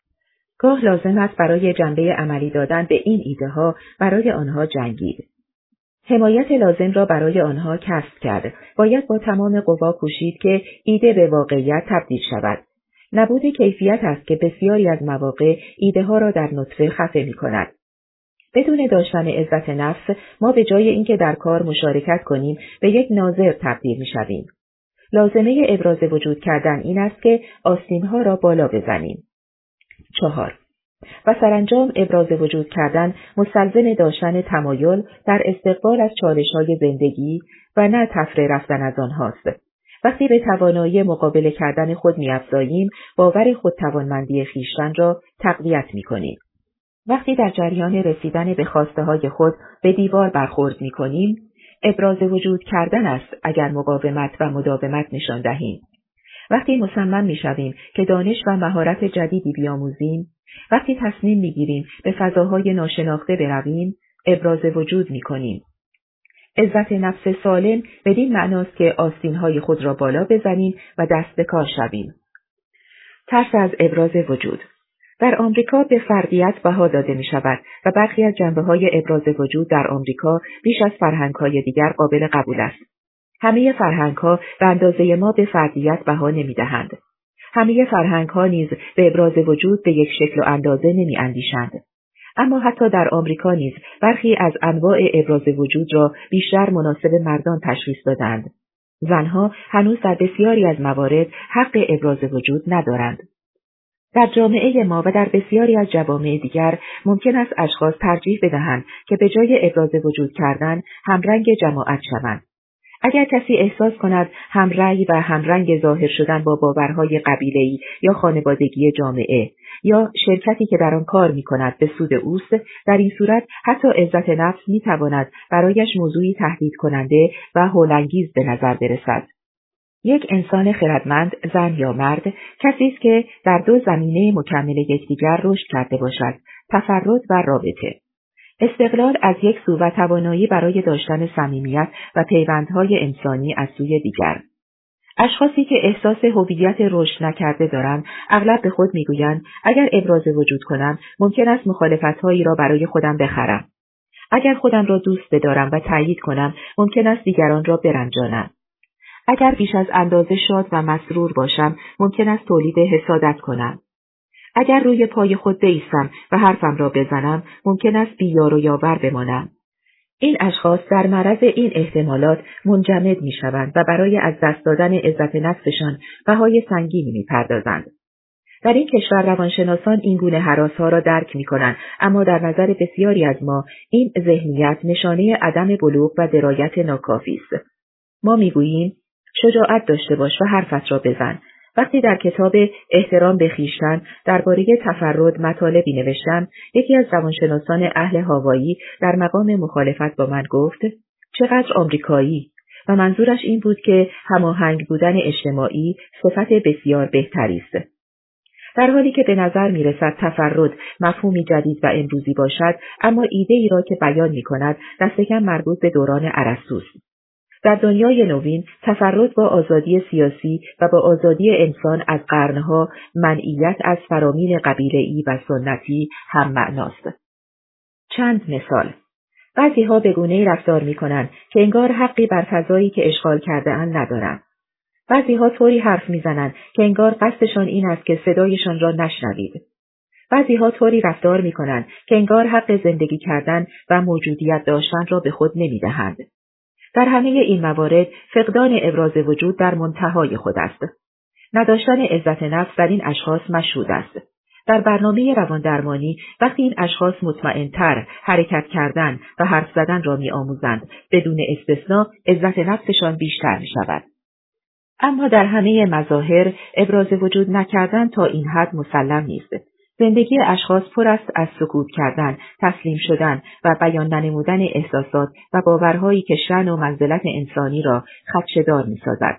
گاه لازم است برای جنبه عملی دادن به این ایده‌ها برای آنها جنگید. حمایت لازم را برای آنها کسب کرد. باید با تمام قوا کوشید که ایده به واقعیت تبدیل شود. نبود کیفیت است که بسیاری از مواقع ایده‌ها را در نطفه خفه می‌کند. بدون داشتن عزت نفس، ما به جای اینکه در کار مشارکت کنیم، به یک ناظر تبدیل می‌شویم. لازمه ابراز وجود کردن این است که آستین‌ها را بالا بزنیم. 4. و سرانجام ابراز وجود کردن مستلزم داشتن تمایل در استقبال از چالش‌های زندگی و نه تفره رفتن از آنهاست. وقتی به توانایی مقابله کردن خود می‌افزاییم، باور خودتوانمندی خویشتن را تقویت می‌کنیم. وقتی در جریان رسیدن به خواسته‌های خود به دیوار برخورد می‌کنیم، ابراز وجود کردن است اگر مقاومت و مداومت نشان دهیم. وقتی مصمم می‌شویم که دانش و مهارت جدیدی بیاموزیم، وقتی تصمیم می‌گیریم به فضاهای ناشناخته برویم، ابراز وجود می‌کنیم. عزت نفس سالم بدین معناست که آستین‌های خود را بالا بزنیم و دست به کار شویم. ترس از ابراز وجود. در آمریکا به فردیت بها داده می‌شود و برخی از جنبه‌های ابراز وجود در آمریکا بیش از فرهنگ‌های دیگر قابل قبول است. همه فرهنگ‌ها به اندازه ما به فردیت بها نمی‌دهند. همه فرهنگ‌ها نیز به ابراز وجود به یک شکل و اندازه نمی‌اندیشند. اما حتی در آمریکا نیز برخی از انواع ابراز وجود را بیشتر مناسب مردان تشخیص دادند. زنها هنوز در بسیاری از موارد حق ابراز وجود ندارند. در جامعه ما و در بسیاری از جوامع دیگر ممکن است اشخاص ترجیح بدهند که به جای ابراز وجود کردن همرنگ جماعت شوند. اگر کسی احساس کند همرأی و همرنگ ظاهر شدن با باورهای قبیله‌ای یا خانوادگی جامعه یا شرکتی که در آن کار می‌کند به سود اوست، در این صورت حتی عزت نفس می‌تواند برایش موضوعی تهدید کننده و هولانگیز به نظر برسد. یک انسان خردمند، زن یا مرد، کسی است که در دو زمینه مکمل یکدیگر رشد کرده باشد: تفرد و رابطه. استقلال از یک سو و توانایی برای داشتن صمیمیت و پیوندهای انسانی از سوی دیگر. اشخاصی که احساس هویت رشد نکرده دارند، اغلب به خود میگویند اگر ابراز وجود کنم، ممکن است مخالفت‌هایی را برای خودم بخرم. اگر خودم را دوست بدارم و تایید کنم، ممکن است دیگران را برنجانم. اگر بیش از اندازه شاد و مسرور باشم، ممکن است تولید حسادت کنم. اگر روی پای خود بایستم و حرفم را بزنم، ممکن است بی‌یار و یاور بمانم. این اشخاص در معرض این احتمالات منجمد می‌شوند و برای از دست دادن عزت نفسشان بهای سنگینی می‌پردازند. در این کشور روانشناسان این گونه هراس‌ها را درک می‌کنند، اما در نظر بسیاری از ما این ذهنیت نشانه عدم بلوغ و درایت ناکافی است. ما می‌گوییم شجاعت داشته باش و حرفت را بزن. وقتی در کتاب احترام به خویشتن درباره تفرد مطالبی نوشتم، یکی از روانشناسان اهل هاوایی در مقام مخالفت با من گفت چقدر آمریکایی، و منظورش این بود که هماهنگ بودن اجتماعی صفت بسیار بهتری است. در حالی که به نظر می رسد تفرد مفهومی جدید و امروزی باشد، اما ایده ای را که بیان می کند دست کم مربوط به دوران ارسطوست. در دنیای نوین، تفرد با آزادی سیاسی و با آزادی انسان از قرنها منعیت از فرامین قبیله‌ای و سنتی هم معناست. چند مثال: بعضی‌ها به گونه‌ای رفتار می‌کنند که انگار حقی بر فضایی که اشغال کرده‌اند ندارند. بعضی‌ها طوری حرف می‌زنند که انگار قصدشان این است که صدایشان را نشنوید. بعضی‌ها طوری رفتار می‌کنند که انگار حق زندگی کردن و موجودیت داشتن را به خود نمی‌دهند. در همه این موارد فقدان ابراز وجود در منتهای خود است. نداشتن عزت نفس در این اشخاص مشهود است. در برنامه رواندرمانی وقتی این اشخاص مطمئن‌تر حرکت کردن و حرف زدن را می‌آموزند، بدون استثناء عزت نفسشان بیشتر می‌شود. اما در همه مظاهر ابراز وجود نکردن تا این حد مسلم نیست. زندگی اشخاص پر است از سکوت کردن، تسلیم شدن و بیان ننمودن احساسات و باورهایی که شأن و منزلت انسانی را خدشه‌دار می‌سازد.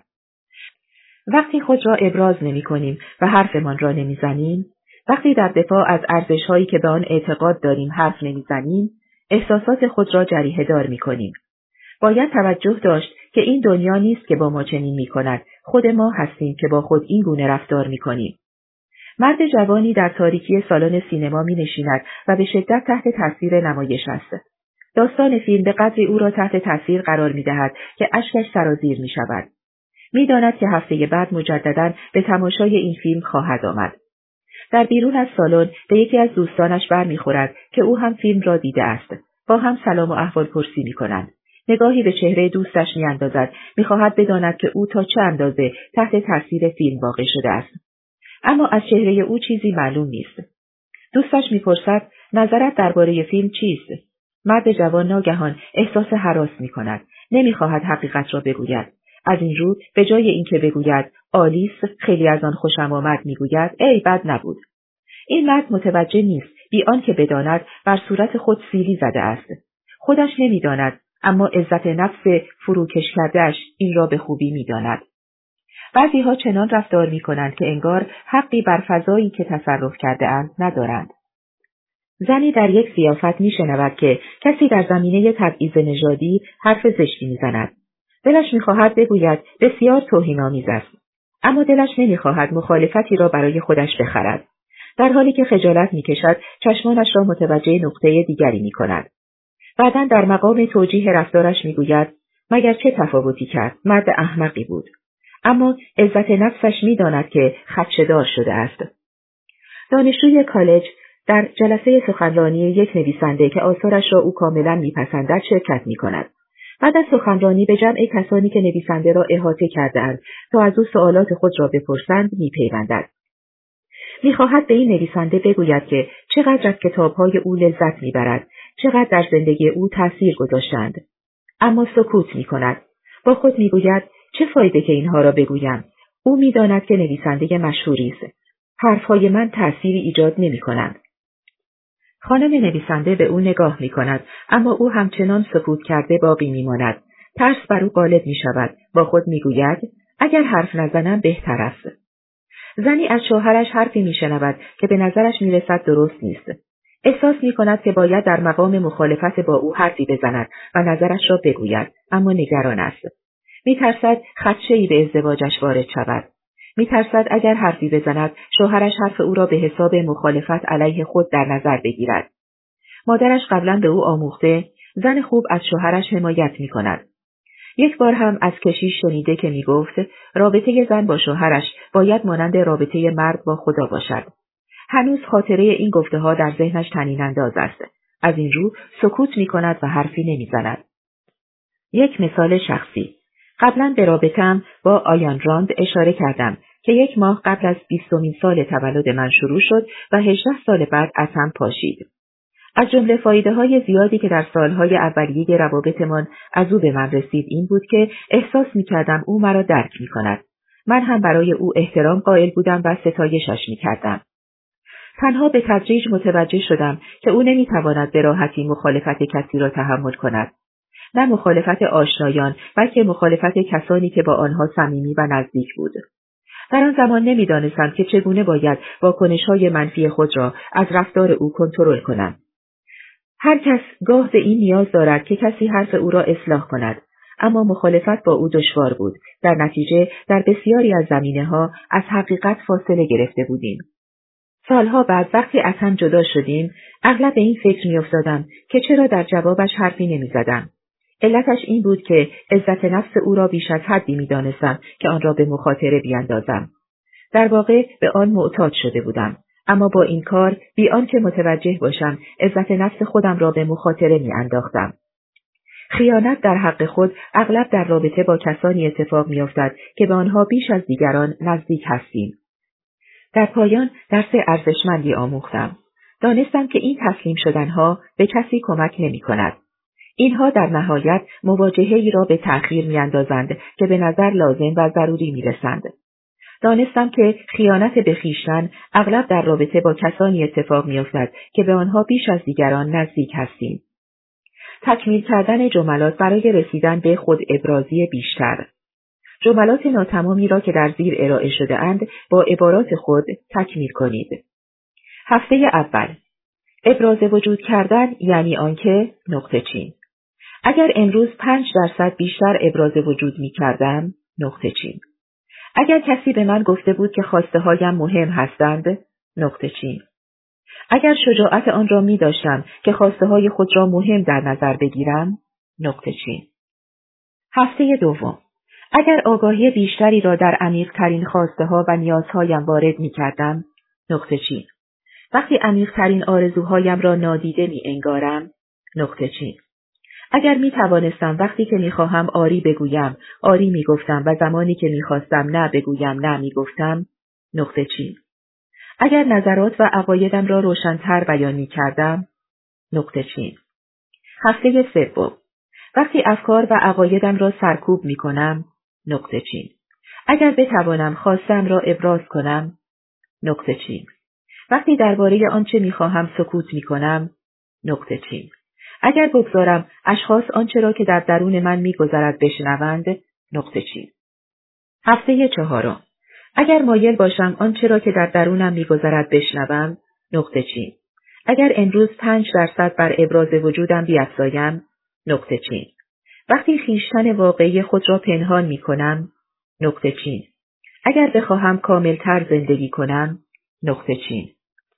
وقتی خود را ابراز نمی‌کنیم و حرفمان را نمی‌زنیم، وقتی در دفاع از ارزش‌هایی که به آن اعتقاد داریم حرف نمی‌زنیم، احساسات خود را جریحه‌دار می‌کنیم. باید توجه داشت که این دنیا نیست که با ما چنین می‌کند، خود ما هستیم که با خود این گونه رفتار می‌کنیم. مرد جوانی در تاریکی سالن سینما می‌نشیند و به شدت تحت تاثیر نمایش است. داستان فیلم به قدری او را تحت تاثیر قرار می‌دهد که اشکش سرازیر می‌شود. می‌داند که هفته بعد مجدداً به تماشای این فیلم خواهد آمد. در بیرون از سالن به یکی از دوستانش برمی‌خورد که او هم فیلم را دیده است. با هم سلام و احوالپرسی می‌کنند. نگاهی به چهره دوستش می‌اندازد، می‌خواهد بداند که او تا چه اندازه تحت تاثیر فیلم واقع شده است. اما از چهره او چیزی معلوم نیست. دوستش می‌پرسد نظرت درباره فیلم چیست؟ مرد جوان ناگهان احساس هراس می‌کند. نمی‌خواهد حقیقت را بگوید. از این رو به جای اینکه بگوید آلیس خیلی از آن خوشم آمد می‌گوید ای بد نبود. این مرد متوجه نیست، بی آنکه بداند بر صورت خود سیلی زده است. خودش نمی‌داند، اما عزت نفس فروکش کرده‌اش این را به خوبی می‌داند. بعضی‌ها چنان رفتار می‌کنند که انگار حقی بر فضایی که تصرف کرده‌اند ندارند. زنی در یک ضیافت می‌شنود که کسی در زمینه تبعیض نژادی حرف زشتی می‌زند. دلش می‌خواهد بگوید بسیار توهین‌آمیز است، اما دلش نمی‌خواهد مخالفتی را برای خودش بخرد. در حالی که خجالت می‌کشد، چشمانش را متوجه نقطه دیگری می‌کند. بعداً در مقام توجیه رفتارش می‌گوید مگر چه تفاوتی کرد؟ مرد احمقی بود. اما عزت نفسش می‌داند که خدشه‌دار شده است. دانشجوی کالج در جلسه سخنرانی یک نویسنده که آثارش را او کاملا می‌پسندد شرکت می‌کند. بعد از سخنرانی به جمع کسانی که نویسنده را احاطه کرده‌اند تا از او سوالات خود را بپرسند می‌پیوندد. می‌خواهد به این نویسنده بگوید که چقدر از کتاب‌های او لذت می‌برد، چقدر در زندگی او تأثیر گذاشتند. اما سکوت می‌کند. با خود می‌گوید چه فایده که اینها را بگویم؟ او می‌داند که نویسنده مشهوری است. حرف‌های من تأثیری ایجاد نمی‌کنند. خانم نویسنده به او نگاه می‌کند، اما او همچنان سکوت کرده باقی می‌ماند. ترس بر او غالب می‌شود. با خود می‌گوید اگر حرف نزنم بهتر است. زنی از شوهرش حرفی می‌شنود که به نظرش می‌رسد درست نیست. احساس می‌کند که باید در مقام مخالفت با او حرفی بزند و نظرش را بگوید، اما نگران است. می‌ترسد خدشه‌ای به ازدواجش وارد شود. می‌ترسد اگر حرفی بزند، شوهرش حرف او را به حساب مخالفت علیه خود در نظر بگیرد. مادرش قبلا به او آموخته، زن خوب از شوهرش حمایت می‌کند. یک بار هم از کشیش شنیده که می‌گفت رابطه زن با شوهرش باید مانند رابطه مرد با خدا باشد. هنوز خاطره این گفته‌ها در ذهنش طنین انداز است. از این رو سکوت می‌کند و حرفی نمی‌زند. یک مثال شخصی. قبلا به رابطه‌ام با آیان راند اشاره کردم که 1 ماه قبل از 20مین سال تولد من شروع شد و 18 سال بعد از هم پاشید. از جمله فایده‌های زیادی که در سالهای اولیه روابطمان از او به من رسید این بود که احساس می‌کردم او مرا درک می‌کند. من هم برای او احترام قائل بودم و ستایشش می‌کردم. تنها به تدریج متوجه شدم که او نمی‌تواند به راحتی مخالفت کسی را تحمل کند. نه مخالفت آشنایان، بلکه مخالفت کسانی که با آنها صمیمی و نزدیک بود. در آن زمان نمی‌دانستم که چگونه باید واکنش‌های منفی خود را از رفتار او کنترل کنم. هر کس گاه به این نیاز دارد که کسی حرف او را اصلاح کند، اما مخالفت با او دشوار بود. در نتیجه در بسیاری از زمینه‌ها از حقیقت فاصله گرفته بودیم. سالها بعد وقتی از هم جدا شدیم، اغلب به این فکر می‌افتادم که چرا در جوابش حرفی نمی‌زدم. علتش این بود که عزت نفس او را بیش از حدی می‌دانستم که آن را به مخاطره بیاندازم. در واقع به آن معتاد شده بودم، اما با این کار بی آنکه متوجه باشم عزت نفس خودم را به مخاطره می‌انداختم. خیانت در حق خود اغلب در رابطه با کسانی اتفاق می‌افتد که به آنها بیش از دیگران نزدیک هستیم. در پایان درس ارزشمندی آموختم. دانستم که این تسلیم شدنها به کسی کمک نمی‌کند. اینها در نهایت مواجهه‌ای را به تأخیر می‌اندازند که به نظر لازم و ضروری می‌رسند. دانستم که خیانت به خویشتن اغلب در رابطه با کسانی اتفاق می‌افتد که به آنها بیش از دیگران نزدیک هستیم. تکمیل کردن جملات برای رسیدن به خود ابرازی بیشتر. جملات ناتمامی را که در زیر ارائه شده اند با عبارات خود تکمیل کنید. هفته اول. ابراز وجود کردن یعنی آنکه نقطه چین. اگر امروز 5% بیشتر ابراز وجود می کردم، نقطه چین. اگر کسی به من گفته بود که خواسته هایم مهم هستند، نقطه چین. اگر شجاعت آن را می داشتم که خواسته های خود را مهم در نظر بگیرم، نقطه چین. هفته دوم. اگر آگاهی بیشتری را در عمیق‌ترین خواسته ها و نیازهایم وارد می کردم، نقطه چین. وقتی عمیق‌ترین آرزوهایم را نادیده می انگارم، نقطه چین. اگر می توانستم وقتی که می خواهم آری بگویم، آری می گفتم و زمانی که می خواستم نه بگویم نه می گفتم، نقطه چین. اگر نظرات و عقایدم را روشن‌تر بیان می کردم، نقطه چین. هفته سوم. وقتی افکار و عقایدم را سرکوب می کنم، نقطه چین. اگر بتوانم خواستم را ابراز کنم، نقطه چین. وقتی درباره آنچه می خواهم سکوت می کنم، نقطه چین. اگر بگذارم اشخاص آنچه را که در درون من می گذرد بشنوند، نقطه چین. هفته چهارم. اگر مایل باشم آنچه را که در درونم می گذرد بشنوم، نقطه چین. اگر امروز 5% بر ابراز وجودم بیفزایم، نقطه چین. وقتی خویشتن واقعی خود را پنهان می کنم، نقطه چین. اگر بخواهم کاملتر زندگی کنم، نقطه چین.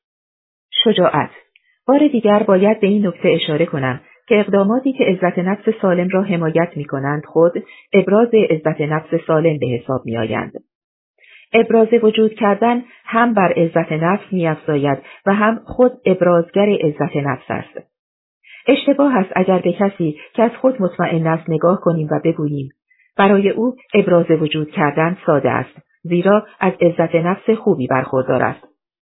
شجاعت. بار دیگر باید به این نکته اشاره کنم که اقداماتی که عزت نفس سالم را حمایت می کنند خود ابراز عزت نفس سالم به حساب می آیند. ابراز وجود کردن هم بر عزت نفس می افزاید و هم خود ابرازگر عزت نفس است. اشتباه است اگر به کسی که از خود مطمئن است نگاه کنیم و بگوییم برای او ابراز وجود کردن ساده است، زیرا از عزت نفس خوبی برخوردار است.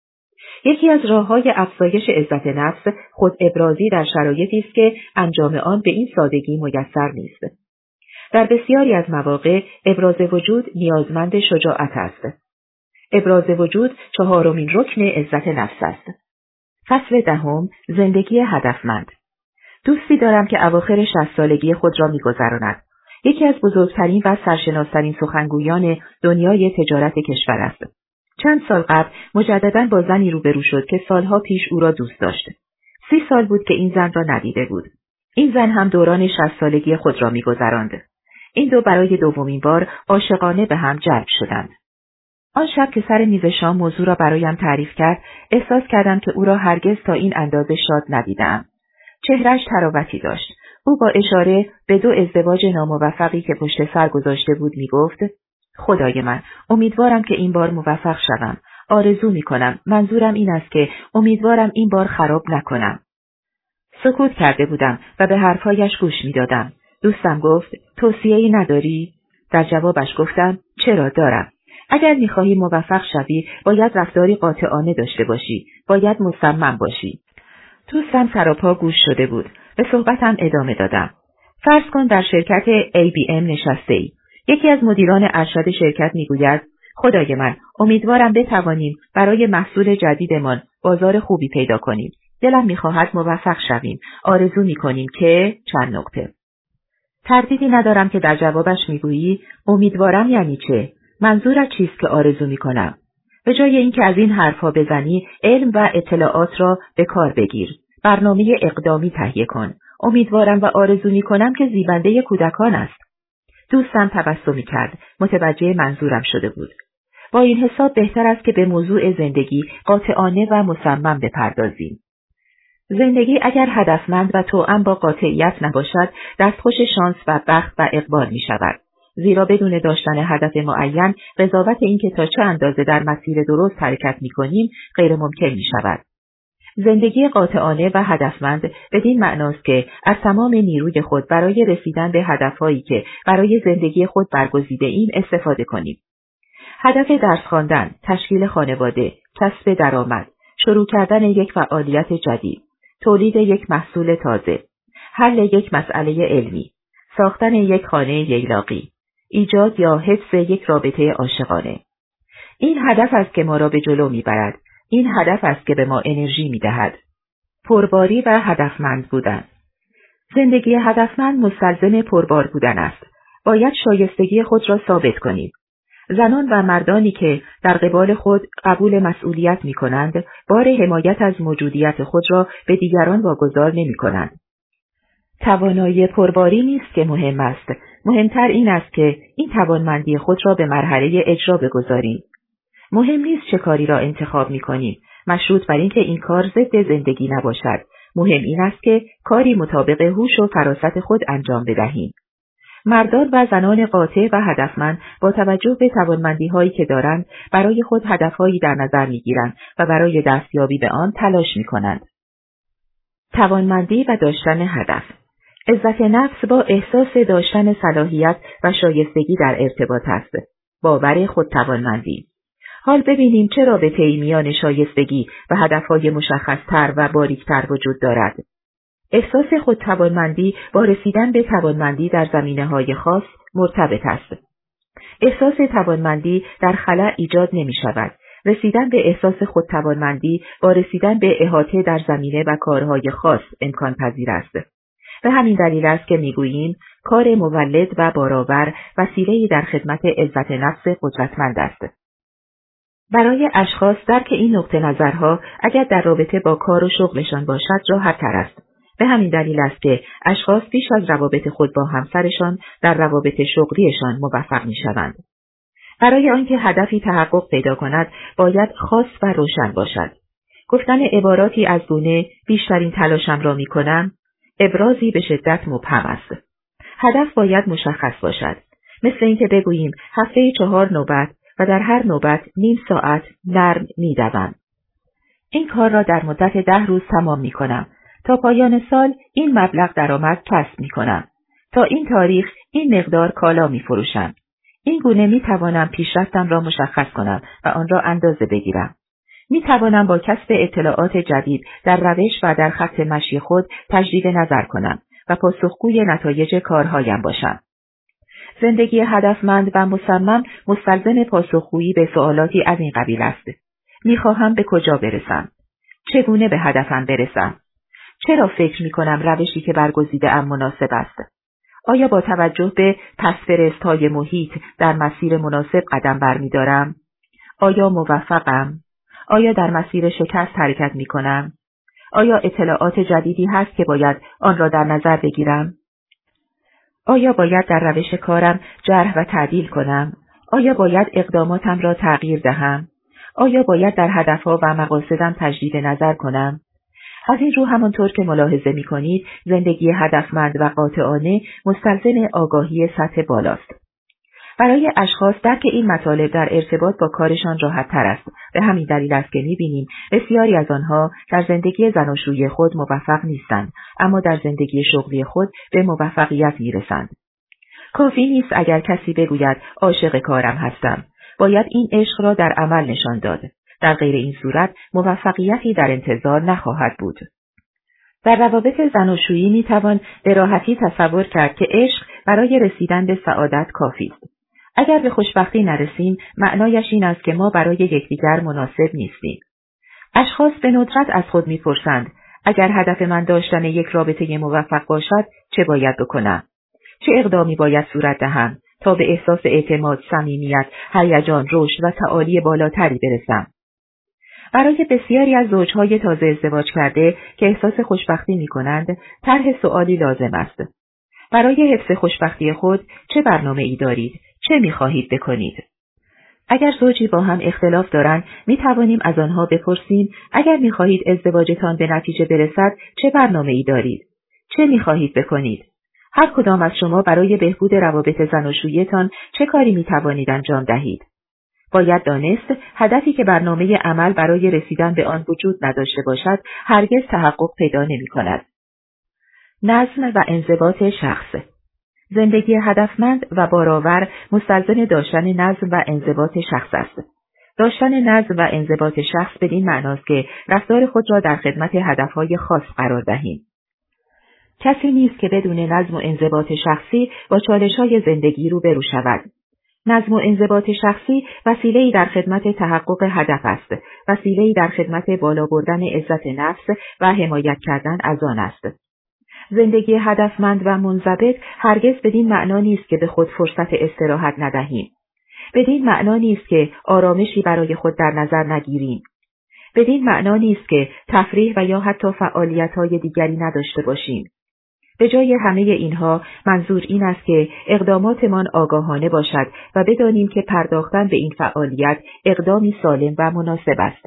یکی از راه‌های افزایش عزت نفس خود ابرازی در شرایطی است که انجام آن به این سادگی میسر نیست. در بسیاری از مواقع ابراز وجود نیازمند شجاعت است. ابراز وجود 4مین رکن عزت نفس است. فصل 10. زندگی هدفمند. دوستی دارم که اواخر 60 سالگی خود را می‌گذراند. یکی از بزرگترین و سرشناس‌ترین سخنگویان دنیای تجارت کشور است. چند سال قبل مجدداً با زنی روبرو شد که سالها پیش او را دوست داشت. 30 سال بود که این زن را ندیده بود. این زن هم دوران 60 سالگی خود را می‌گذراند. این دو برای دومین بار عاشقانه به هم جلب شدند. آن شب که سر میز شام موضوع را برایم تعریف کرد، احساس کردم که او را هرگز تا این اندازه شاد ندیدم. چهره‌اش تراوتی داشت. او با اشاره به 2 ازدواج ناموفقی که پشت سر گذاشته بود میگفت: خدای من، امیدوارم که این بار موفق شوم. آرزو میکنم. منظورم این است که امیدوارم این بار خراب نکنم. سکوت کرده بودم و به حرفهایش گوش میدادم. دوستم گفت: توصیه‌ای نداری؟ در جوابش گفتم: چرا دارم. اگر میخواهی موفق شوی، باید رفتاری قاطعانه داشته باشی. باید مصمم باشی. دوستم سراپا گوش شده بود. به صحبتم ادامه دادم. فرض کن در شرکت ABM نشسته ای. یکی از مدیران ارشد شرکت میگوید: خدای من، امیدوارم بتوانیم برای محصول جدیدمان بازار خوبی پیدا کنیم. دلم میخواهد موفق شویم. آرزو میکنیم که چند نقطه. تردیدی ندارم که در جوابش میگویی: امیدوارم یعنی چه؟ منظورت چیست که آرزو میکنم؟ به جای اینکه از این حرفها بزنی، علم و اطلاعات را به کار بگیر. برنامه اقدامی تهیه کن. امیدوارم و آرزو میکنم که زیبنده کودکان است. دوستم تبسمی کرد. متوجه منظورم شده بود. با این حساب بهتر است که به موضوع زندگی قاطعانه و مصمم بپردازیم. زندگی اگر هدفمند و توأم با قاطعیت نباشد، دستخوش شانس و بخت و اقبال می شود. زیرا بدون داشتن هدف معین، قضاوت اینکه تا چه اندازه در مسیر درست حرکت می کنیم غیر ممکن می شود. زندگی قاطعانه و هدفمند بدین معناست که از تمام نیروی خود برای رسیدن به هدفهایی که برای زندگی خود برگزیده ایم استفاده کنیم. هدف درس خواندن، تشکیل خانواده، کسب درآمد، شروع کردن یک فعالیت جدید، تولید یک محصول تازه، حل یک مسئله علمی، ساختن یک خانه ییلاقی، ایجاد یا حفظ یک رابطه عاشقانه. این هدف است که ما را به جلو میبرد. این هدف است که به ما انرژی میدهد. پرباری و هدفمند بودن. زندگی هدفمند مستلزم پربار بودن است. باید شایستگی خود را ثابت کنیم. زنان و مردانی که در قبال خود قبول مسئولیت می کنند، بار حمایت از موجودیت خود را به دیگران واگذار نمی کنند. توانایی پرباری نیست که مهم است. مهمتر این است که این توانمندی خود را به مرحله اجرا بگذاریم. مهم نیست چه کاری را انتخاب می کنیم، مشروط بر اینکه این کار ضد زندگی نباشد. مهم این است که کاری مطابق هوش و فراست خود انجام بدهیم. مردان و زنان قاطع و هدفمند با توجه به توانمندی‌هایی که دارند، برای خود هدفهایی در نظر می‌گیرند و برای دستیابی به آن تلاش می‌کنند. توانمندی و داشتن هدف. عزت نفس با احساس داشتن صلاحیت و شایستگی در ارتباط است. باور خودتوانمندی. حال ببینیم چه رابطه‌ای میان شایستگی و هدفهای مشخص‌تر و باریک‌تر وجود دارد. احساس خودتوانمندی با رسیدن به توانمندی در زمینه‌های خاص مرتبط است. احساس توانمندی در خلأ ایجاد نمی‌شود. رسیدن به احساس خودتوانمندی با رسیدن به احاطه در زمینه و کارهای خاص امکان پذیر است. به همین دلیل است که می‌گوییم کار مولد و بارآور وسیله‌ای در خدمت عزت نفس قدرتمند است. برای اشخاص درک این نقطه نظرها اگر در رابطه با کار و شغلشان باشد راحت‌تر است. به همین دلیل است که اشخاص پیش از روابط خود با همسرشان در روابط شغلیشان موفق می‌شوند. برای آنکه هدفی تحقق پیدا کند، باید خاص و روشن باشد. گفتن عباراتی از گونه بیشترین تلاشم را می‌کنم، ابرازی به شدت مبهم است. هدف باید مشخص باشد. مثل اینکه بگوییم هفته 4 نوبت و در هر نوبت نیم ساعت نرم می‌دوم. این کار را در مدت 10 روز تمام می‌کنم. تا پایان سال این مبلغ درآمد کسب می‌کنم. تا این تاریخ این مقدار کالا می‌فروشم. این گونه می‌توانم پیشرفتم را مشخص کنم و آن را اندازه بگیرم. می‌توانم با کسب اطلاعات جدید در روش و در خط مشی خود تجدید نظر کنم و پاسخگوی نتایج کارهایم باشم. زندگی هدفمند و مصمم مستلزم پاسخگویی به سوالاتی از این قبیل است. می‌خواهم به کجا برسم؟ چگونه به هدفم برسم؟ چرا فکر می‌کنم روشی که برگزیده‌ام مناسب است؟ آیا با توجه به پس‌فرست‌های محیط در مسیر مناسب قدم برمی‌دارم؟ آیا موفقم؟ آیا در مسیر شکست حرکت می‌کنم؟ آیا اطلاعات جدیدی هست که باید آن را در نظر بگیرم؟ آیا باید در روش کارم جرح و تعدیل کنم؟ آیا باید اقداماتم را تغییر دهم؟ آیا باید در هدفها و مقاصدم تجدید نظر کنم؟ از این رو همانطور که ملاحظه می‌کنید، زندگی هدفمند و قاطعانه مستلزم آگاهی سطح بالاست. برای اشخاص درک این مطالب در ارتباط با کارشان راحت‌تر است. به همین دلیل است که می‌بینیم بسیاری از آنها در زندگی زناشویی خود موفق نیستند، اما در زندگی شغلی خود به موفقیت می‌رسند. کافی نیست اگر کسی بگوید عاشق کارم هستم. باید این عشق را در عمل نشان داد. در غیر این صورت موفقیتی در انتظار نخواهد بود. در روابط زناشویی می‌توان به راحتی تصور کرد که عشق برای رسیدن به سعادت کافی است. اگر به خوشبختی نرسیم، معنایش این است که ما برای یکدیگر مناسب نیستیم. اشخاص به ندرت از خود می‌پرسند اگر هدف من داشتن یک رابطه موفق باشد، چه باید بکنم؟ چه اقدامی باید صورت دهم تا به احساس اعتماد، صمیمیت، هیجان، رشد و تعالی بالاتری برسم؟ برای بسیاری از زوجهای تازه ازدواج کرده که احساس خوشبختی می‌کنند، طرح سؤالی لازم است. برای حفظ خوشبختی خود چه برنامه‌ای دارید؟ چه می‌خواهید بکنید؟ اگر زوجی با هم اختلاف دارند، می توانیم از آنها بپرسیم اگر می خواهید ازدواجتان به نتیجه برسد چه برنامه‌ای دارید؟ چه می خواهید بکنید؟ هر کدام از شما برای بهبود روابط زناشویی‌تان چه کاری می توانید انجام دهید؟ باید دانست هدفی که برنامه عمل برای رسیدن به آن وجود نداشته باشد هرگز تحقق پیدا نمی کند. نظم و انضباط شخص. زندگی هدفمند و بارآور مستلزم داشتن نظم و انضباط شخص است. داشتن نظم و انضباط شخص بدین معناست که رفتار خود را در خدمت هدفهای خاص قرار دهیم. کسی نیست که بدون نظم و انضباط شخصی با چالش‌های زندگی روبرو شود. نظم و انضباط شخصی وسیله‌ای در خدمت تحقق هدف است، وسیله‌ای در خدمت بالا بردن عزت نفس و حمایت کردن از آن است. زندگی هدفمند و منضبط هرگز بدین معنا نیست که به خود فرصت استراحت ندهیم. بدین معنا نیست که آرامشی برای خود در نظر نگیریم. بدین معنا نیست که تفریح و یا حتی فعالیت‌های دیگری نداشته باشیم. به جای همه اینها منظور این است که اقداماتمان آگاهانه باشد و بدانیم که پرداختن به این فعالیت اقدامی سالم و مناسب است.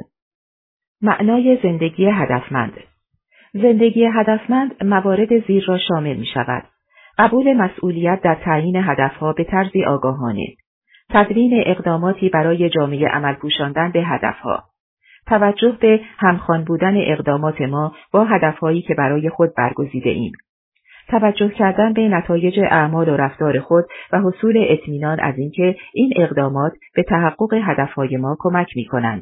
معنای زندگی هدفمند. زندگی هدفمند موارد زیر را شامل می شود. قبول مسئولیت در تعیین هدفها به طرزی آگاهانه. تدوین اقداماتی برای جامعه عمل پوشاندن به هدفها. توجه به همخوان بودن اقدامات ما با هدفهایی که برای خود برگزیده ایم. توجه کردن به نتایج اعمال و رفتار خود و حصول اطمینان از اینکه این اقدامات به تحقق هدفهای ما کمک می کنند.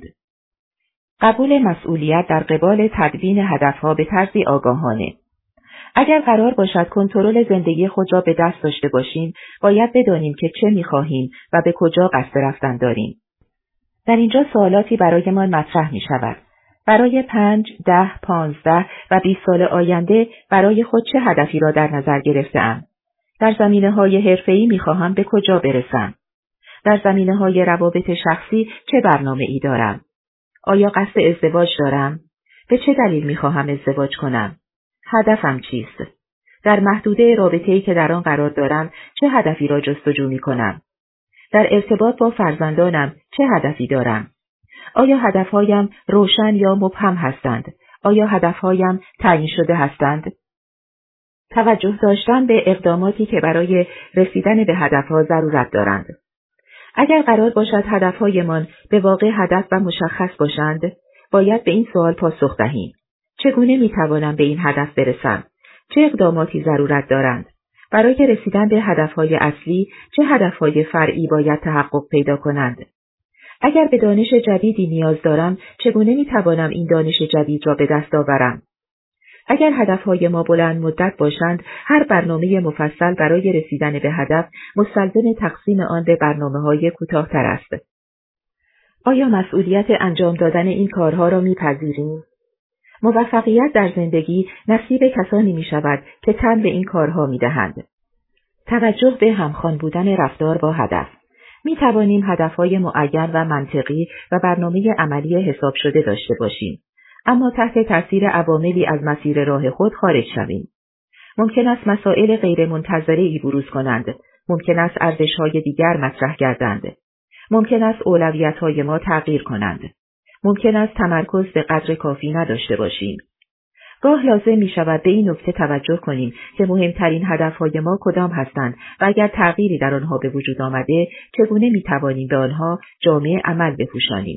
قبول مسئولیت در قبال تدوین هدفها به طرزی آگاهانه. اگر قرار باشد کنترل زندگی خود را به دست داشته باشیم، باید بدانیم که چه می‌خواهیم و به کجا قصد رفتن داریم. در اینجا سوالاتی برایمان مطرح می شود. برای 5، 10، 15 و 20 سال آینده برای خود چه هدفی را در نظر گرفته‌ام؟ در زمینه‌های حرفه‌ای می‌خواهم به کجا برسم؟ در زمینه‌های روابط شخصی چه برنامه‌ای دارم؟ آیا قصد ازدواج دارم؟ به چه دلیل می‌خواهم ازدواج کنم؟ هدفم چیست؟ در محدوده رابطه‌ای که در آن قرار دارم چه هدفی را جستجو می‌کنم؟ در ارتباط با فرزندانم چه هدفی دارم؟ آیا هدفهایم روشن یا مبهم هستند؟ آیا هدفهایم تعیین شده هستند؟ توجه داشتن به اقداماتی که برای رسیدن به هدفها ضرورت دارند. اگر قرار باشد هدفهایمان به واقع هدف و مشخص باشند، باید به این سوال پاسخ دهیم. چگونه میتوانم به این هدف برسم؟ چه اقداماتی ضرورت دارند؟ برای رسیدن به هدفهای اصلی، چه هدفهای فرعی باید تحقق پیدا کنند؟ اگر به دانش جدیدی نیاز دارم، چگونه میتوانم این دانش جدید را به دست آورم؟ اگر هدفهای ما بلند مدت باشند، هر برنامه مفصل برای رسیدن به هدف مستلزم تقسیم آن به برنامه‌های کوتاه‌تر است. آیا مسئولیت انجام دادن این کارها را میپذیریم؟ موفقیت در زندگی نصیب کسانی میشود که تن به این کارها میدهند. توجه به همخوان بودن رفتار با هدف. می توانیم هدفهای معین و منطقی و برنامه عملی حساب شده داشته باشیم، اما تحت تاثیر عواملی از مسیر راه خود خارج شویم. ممکن است مسائل غیر منتظره‌ای بروز کنند، ممکن است ارزش‌های دیگر مطرح گردند، ممکن است اولویت‌های ما تغییر کنند، ممکن است تمرکز به قدر کافی نداشته باشیم. گاه لازم می شود به این نکته توجه کنیم که مهمترین هدفهای ما کدام هستند و اگر تغییری در آنها به وجود آمده چگونه می توانیم به آنها جامع عمل بپوشانیم.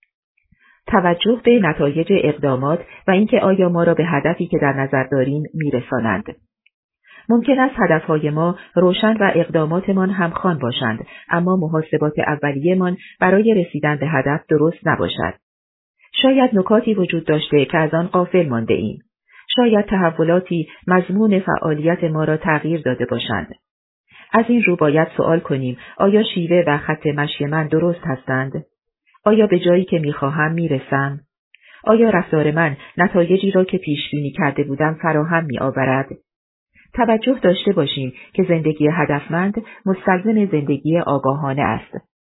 توجه به نتایج اقدامات و اینکه آیا ما را به هدفی که در نظر داریم می رسانند. ممکن است هدفهای ما روشن و اقداماتمان همخوان باشند، اما محاسبات اولیه‌مان برای رسیدن به هدف درست نباشد. شاید نکاتی وجود داشته که از آن غافل مانده ایم. شاید تحولاتی مضمون فعالیت ما را تغییر داده باشند. از این رو باید سوال کنیم آیا شیوه و خط مشی من درست هستند؟ آیا به جایی که می‌خواهم میرسم؟ آیا رفتار من نتایجی را که پیش بینی کرده بودم فراهم می‌آورد؟ توجه داشته باشیم که زندگی هدفمند مستلزم زندگی آگاهانه است.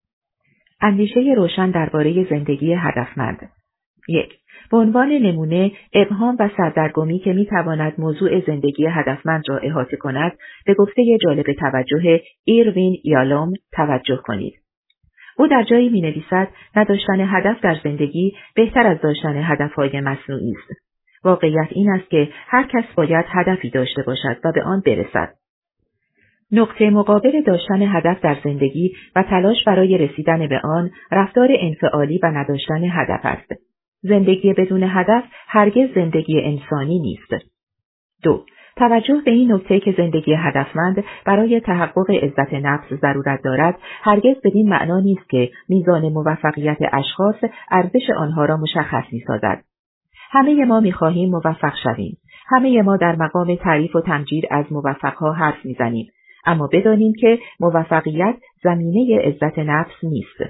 اندیشه روشن درباره زندگی هدفمند. 1. به عنوان نمونه، ابهام و سردرگمی که میتواند موضوع زندگی هدفمند را احاطه کند، به گفته جالب توجه ایروین یالوم توجه کنید. او در جایی می‌نویسد نداشتن هدف در زندگی بهتر از داشتن هدف‌های مصنوعی است. واقعیت این است که هر کس باید هدفی داشته باشد و به آن برسد. نقطه مقابل داشتن هدف در زندگی و تلاش برای رسیدن به آن رفتار انفعالی و نداشتن هدف است. زندگی بدون هدف هرگز زندگی انسانی نیست. 2. توجه به این نکته که زندگی هدفمند برای تحقق عزت نفس ضرورت دارد، هرگز بدین معنا نیست که میزان موفقیت اشخاص ارزش آنها را مشخص می‌سازد. همه ما می‌خواهیم موفق شویم. همه ما در مقام تعریف و تمجید از موفق‌ها حرف می‌زنیم، اما بدانیم که موفقیت زمینه عزت نفس نیست.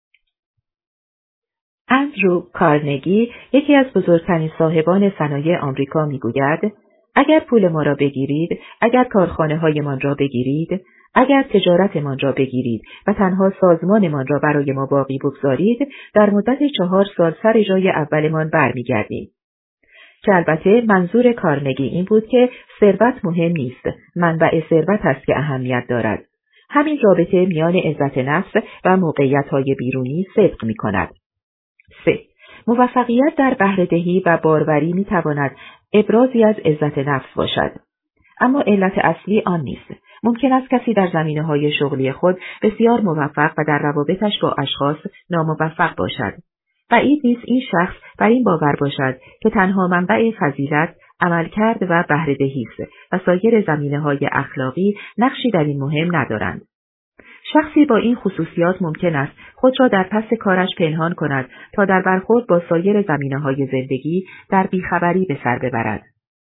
اندرو کارنگی، یکی از بزرگترین صاحبان صنایع آمریکا، می‌گوید: اگر پول ما را بگیرید، اگر کارخانه‌هایمان را بگیرید، اگر تجارتمان را بگیرید و تنها سازمانمان را برای ما باقی بگذارید، در مدت 4 سال سر جای اولمان برمیگردیم. که البته منظور کارنگی این بود که ثروت مهم نیست، منبع ثروت است که اهمیت دارد. همین رابطه میان عزت نفس و موقعیت‌های بیرونی صدق می‌کند. 3. موفقیت در بهره‌دهی و باروری می‌تواند ابرازی از عزت نفس باشد، اما علت اصلی آن نیست. ممکن است کسی در زمینه‌های شغلی خود بسیار موفق و در روابطش با اشخاص ناموفق باشد. بعید نیست این شخص بر این باور باشد که تنها منبع فضیلت عملکرد و بهره‌دهی است و سایر زمینه‌های اخلاقی نقشی در این مهم ندارند. شخصی با این خصوصیات ممکن است خود را در پس کارش پنهان کند تا در برخورد با سایر زمینه‌های زندگی در بیخبری به سر ببرد.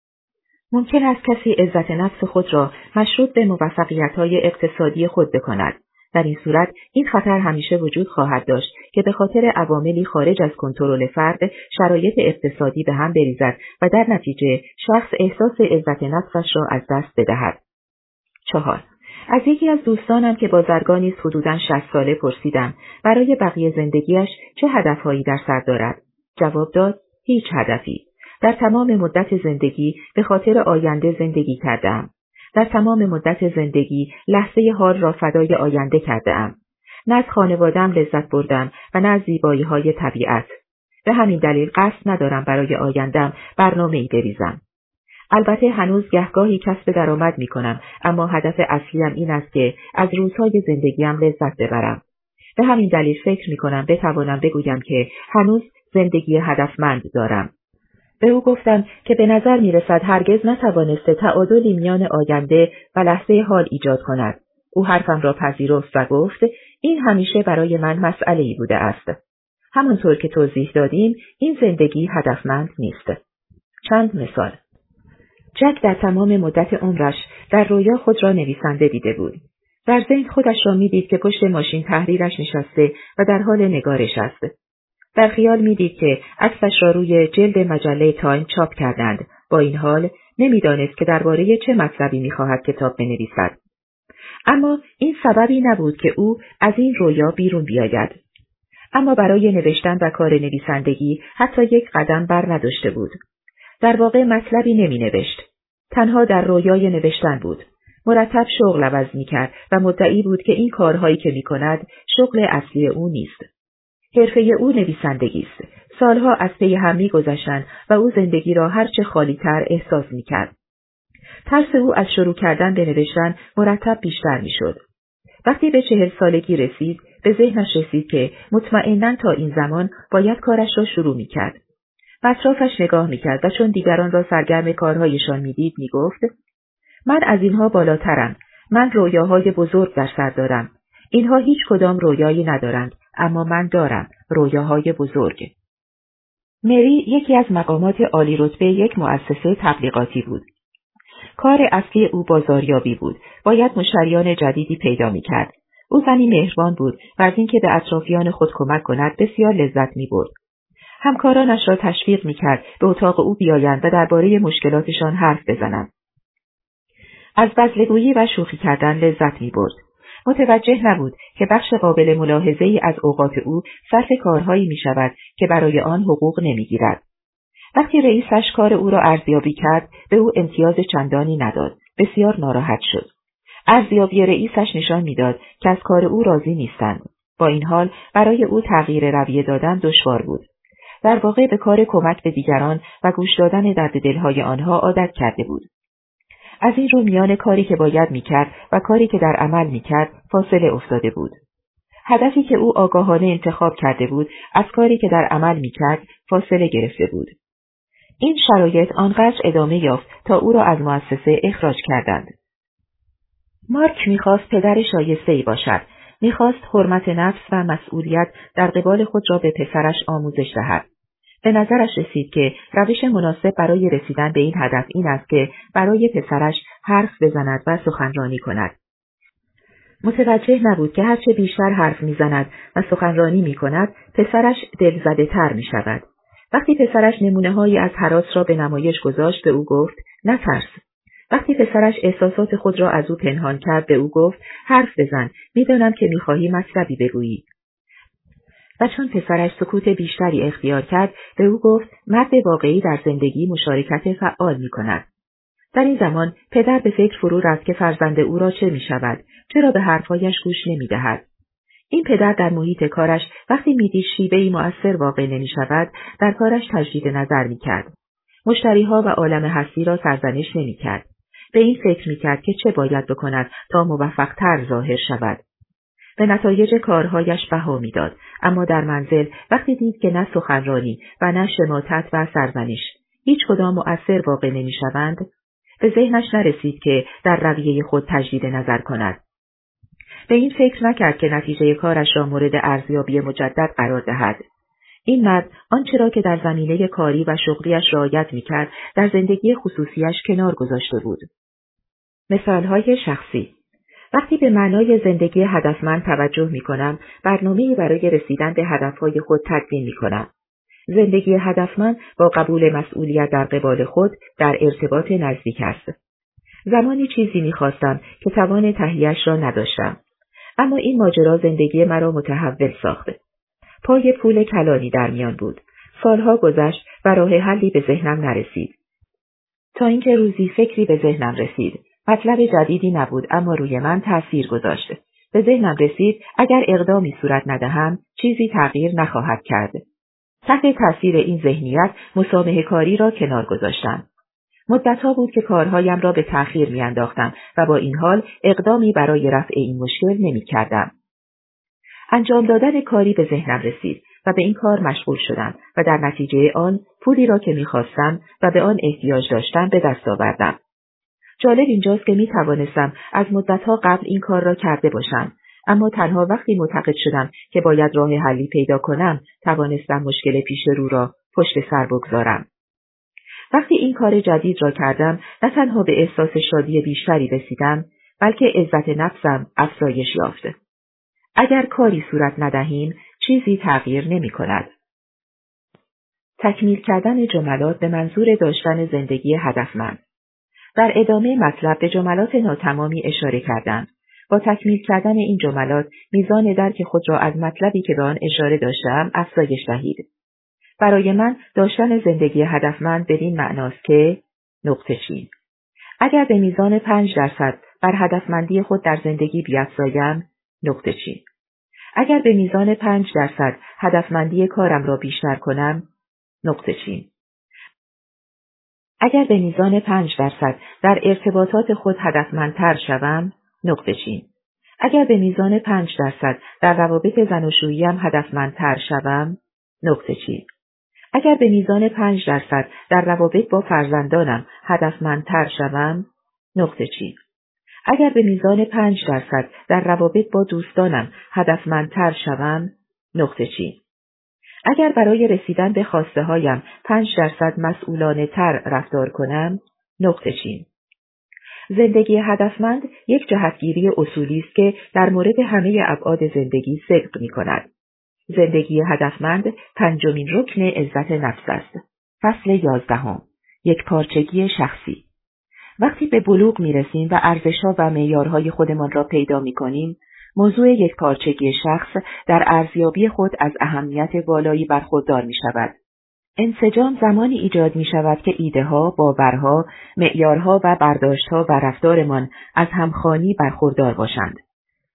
ممکن است کسی عزت نفس خود را مشروط به موفقیت‌های اقتصادی خود بکند. در این صورت این خطر همیشه وجود خواهد داشت که به خاطر عواملی خارج از کنترل فرد شرایط اقتصادی به هم بریزد و در نتیجه شخص احساس عزت نفسش را از دست بدهد. 4. از یکی از دوستانم که بازرگانی است حدوداً 60 ساله پرسیدم برای بقیه زندگیش چه هدفهایی در سر دارد. جواب داد: هیچ هدفی. در تمام مدت زندگی به خاطر آینده زندگی کردم. در تمام مدت زندگی لحظه حال را فدای آینده کردم. نه از خانواده‌ام لذت بردم و نه از زیبایی‌های طبیعت. به همین دلیل قصد ندارم برای آینده‌ام برنامه‌ای بریزم. البته هنوز گهگاهی کسب درآمد می‌کنم، اما هدف اصلیم این است که از روزهای زندگیم لذت ببرم. به همین دلیل فکر می‌کنم بتوانم بگویم که هنوز زندگی هدفمند دارم. به او گفتم که به نظر می‌رسد هرگز نتوانسته تعادلی میان آینده و لحظه حال ایجاد کند. او حرفم را پذیرفت و گفت: این همیشه برای من مسئله‌ای بوده است. همانطور که توضیح دادیم، این زندگی هدفمند نیست. چند مثال. جک در تمام مدت عمرش در رویا خود را نویسنده دیده بود. در ذهن خودش را می‌دید که پشت ماشین تحریرش نشسته و در حال نگارش است. در خیال می‌دید که عکسش را روی جلد مجله تایم چاپ کردند. با این حال نمی‌دانست که درباره چه مطلبی می‌خواهد کتاب بنویسد. اما این سببی نبود که او از این رویا بیرون بیاید. اما برای نوشتن و کار نویسندگی حتی یک قدم بر نداشته بود. در واقع مطلبی نمی‌نوشت. تنها در رویای نوشتن بود. مرتب شغل عوض می‌کرد و مدعی بود که این کارهایی که می‌کند شغل اصلی او نیست. حرفه او نویسندگی است. سالها از پی هم می‌گذشتند و او زندگی را هرچه خالی‌تر احساس می‌کرد. ترس او از شروع کردن به نوشتن مرتب بیشتر می‌شد. وقتی به 40 سالگی رسید، به ذهنش رسید که مطمئناً تا این زمان باید کارش را شروع می‌کرد. به اطرافش نگاه می‌کرد و چون دیگران را سرگرم کارهایشان می‌دید می‌گفت: من از اینها بالاترم. من رویاهای بزرگ در سر دارم. اینها هیچ کدام رویایی ندارند، اما من دارم رویاهای بزرگ. مری یکی از مقامات عالی رتبه یک مؤسسه تبلیغاتی بود. کار اصلی او بازاریابی بود. باید مشتریان جدیدی پیدا می‌کرد. او زنی مهربان بود و از اینکه به اطرافیان خود کمک کند بسیار لذت می‌برد. همکارانش را تشویق می‌کرد به اتاق او بیایند و درباره مشکلاتشان حرف بزنند. از بزلگویی و شوخی کردن لذت می‌برد. متوجه نبود که بخش قابل ملاحظه‌ای از اوقات او صرف کارهایی می‌شود که برای آن حقوق نمی‌گیرد. وقتی رئیسش کار او را ارزیابی کرد، به او امتیاز چندانی نداد. بسیار ناراحت شد. ارزیابی رئیسش نشان می‌داد که از کار او راضی نیستند. با این حال برای او تغییر رویه دادن دشوار بود. در واقع به کار کمک به دیگران و گوش دادن درد دلهای آنها عادت کرده بود. از این رو میان کاری که باید میکرد و کاری که در عمل میکرد فاصله افتاده بود. هدفی که او آگاهانه انتخاب کرده بود از کاری که در عمل میکرد فاصله گرفته بود. این شرایط آنقدر ادامه یافت تا او را از مؤسسه اخراج کردند. مارک میخواست پدر شایسته‌ای باشد. میخواست حرمت نفس و مسئولیت در قبال خود را به پسرش آموزش دهد. به نظرش رسید که روش مناسب برای رسیدن به این هدف این است که برای پسرش حرف بزند و سخنرانی کند. متوجه نبود که هرچه بیشتر حرف میزند و سخنرانی میکند، پسرش دلزده تر میشود. وقتی پسرش نمونه‌هایی از هراس را به نمایش گذاشت، به او گفت نترس. وقتی پسرش احساسات خود را از او پنهان کرد، به او گفت حرف بزن، میدانم که میخواهی مطلبی بگویی. و چون پسرش سکوت بیشتری اختیار کرد، به او گفت مرد واقعی در زندگی مشارکت فعال میکند. در این زمان پدر به فکر فرو رفت که فرزند او را چه میشود، چرا به حرفهایش گوش نمیدهد. این پدر در محیط کارش وقتی میدید شیوهی مؤثر واقع نمیشود، در کارش تجدید نظر میکرد. مشتریها و عالم هستی را سرزنش نمیکرد. به این فکر میکرد که چه باید بکند تا موفق‌تر ظاهر شود. به نتایج کارهایش بها میداد، اما در منزل وقتی دید که نه سخنرانی و نه شماتت و سرزنش هیچ کدام مؤثر واقع نمیشوند، به ذهنش نرسید که در رویه خود تجدید نظر کند. به این فکر نکرد که نتیجه کارش را مورد ارزیابی مجدد قرار دهد. این مرد آنچه را که در زمینه کاری و شغلیش رعایت میکرد، در زندگی خصوصیش کنار گذاشته بود. مثالهای شخصی: وقتی به معنای زندگی هدفمند توجه میکنم، برنامه‌ای برای رسیدن به هدفهای خود تدوین میکنم. زندگی هدفمند با قبول مسئولیت در قبال خود در ارتباط نزدیک است. زمانی چیزی میخواستم که توان تهیه‌اش را نداشتم. اما این ماجرا زندگی مرا متحول ساخت. پای پول کلانی در میان بود. سالها گذشت و راه حلی به ذهنم نرسید. تا اینکه روزی فکری به ذهنم رسید. مطلب جدیدی نبود، اما روی من تأثیر گذاشت. به ذهنم رسید اگر اقدامی صورت ندهم چیزی تغییر نخواهد کرد. تحت تأثیر این ذهنیت مسامحه کاری را کنار گذاشتم. مدتها بود که کارهایم را به تأخیر میانداختم و با این حال اقدامی برای رفع این مشکل نمی‌کردم. انجام دادن کاری به ذهنم رسید و به این کار مشغول شدم و در نتیجه آن پولی را که می‌خواستم و به آن احتیاج داشتم به دست آوردم. جالب اینجاست که می‌توانستم از مدتها قبل این کار را کرده باشم، اما تنها وقتی معتقد شدم که باید راه حلی پیدا کنم، توانستم مشکل پیش رو را پشت سر بگذارم. وقتی این کار جدید را کردم، نه تنها به احساس شادی بیشتری رسیدم، بلکه عزت نفسم افزایش یافت. اگر کاری صورت ندهیم، چیزی تغییر نمی‌کند. تکمیل کردن جملات به منظور داشتن زندگی هدفمند. در ادامه مطلب به جملات ناتمامی اشاره کردم. با تکمیل کردن این جملات، میزان درک خود را از مطلبی که به آن اشاره داشتم افزایش دهید. برای من داشتن زندگی هدفمند بدین معناست که نقطه چین. اگر به میزان 5% بر هدفمندی خود در زندگی بیفزایم، نقطه چین. اگر به میزان 5% هدفمندی کارم را بیشتر کنم، نقطه چین. اگر به میزان 5% در ارتباطات خود هدفمندتر شوم، نقطه چین. اگر به میزان 5% در روابط زناشوییم هدفمندتر شوم، نقطه چین. اگر به میزان 5% در روابط با فرزندانم هدفمندتر شوم، نقطه چین. اگر به میزان 5% در روابط با دوستانم هدفمندتر شوم، نقطه چین. اگر برای رسیدن به خواسته هایم 5% مسئولانه تر رفتار کنم، نقطه چین. زندگی هدفمند یک جهتگیری اصولی است که در مورد همه ابعاد زندگی صدق می کند. زندگی هدفمند 5مین رکن عزت نفس است. فصل 11. یک پارچگی شخصی. وقتی به بلوغ می رسیم و ارزش‌ها و معیارهای خودمان را پیدا می کنیم، موضوع یک پارچگی شخص در ارزیابی خود از اهمیت والایی برخوردار می شود. انسجام زمانی ایجاد می شود که ایده‌ها، باورها، معیارها و برداشت‌ها و رفتارمان از همخوانی برخوردار باشند.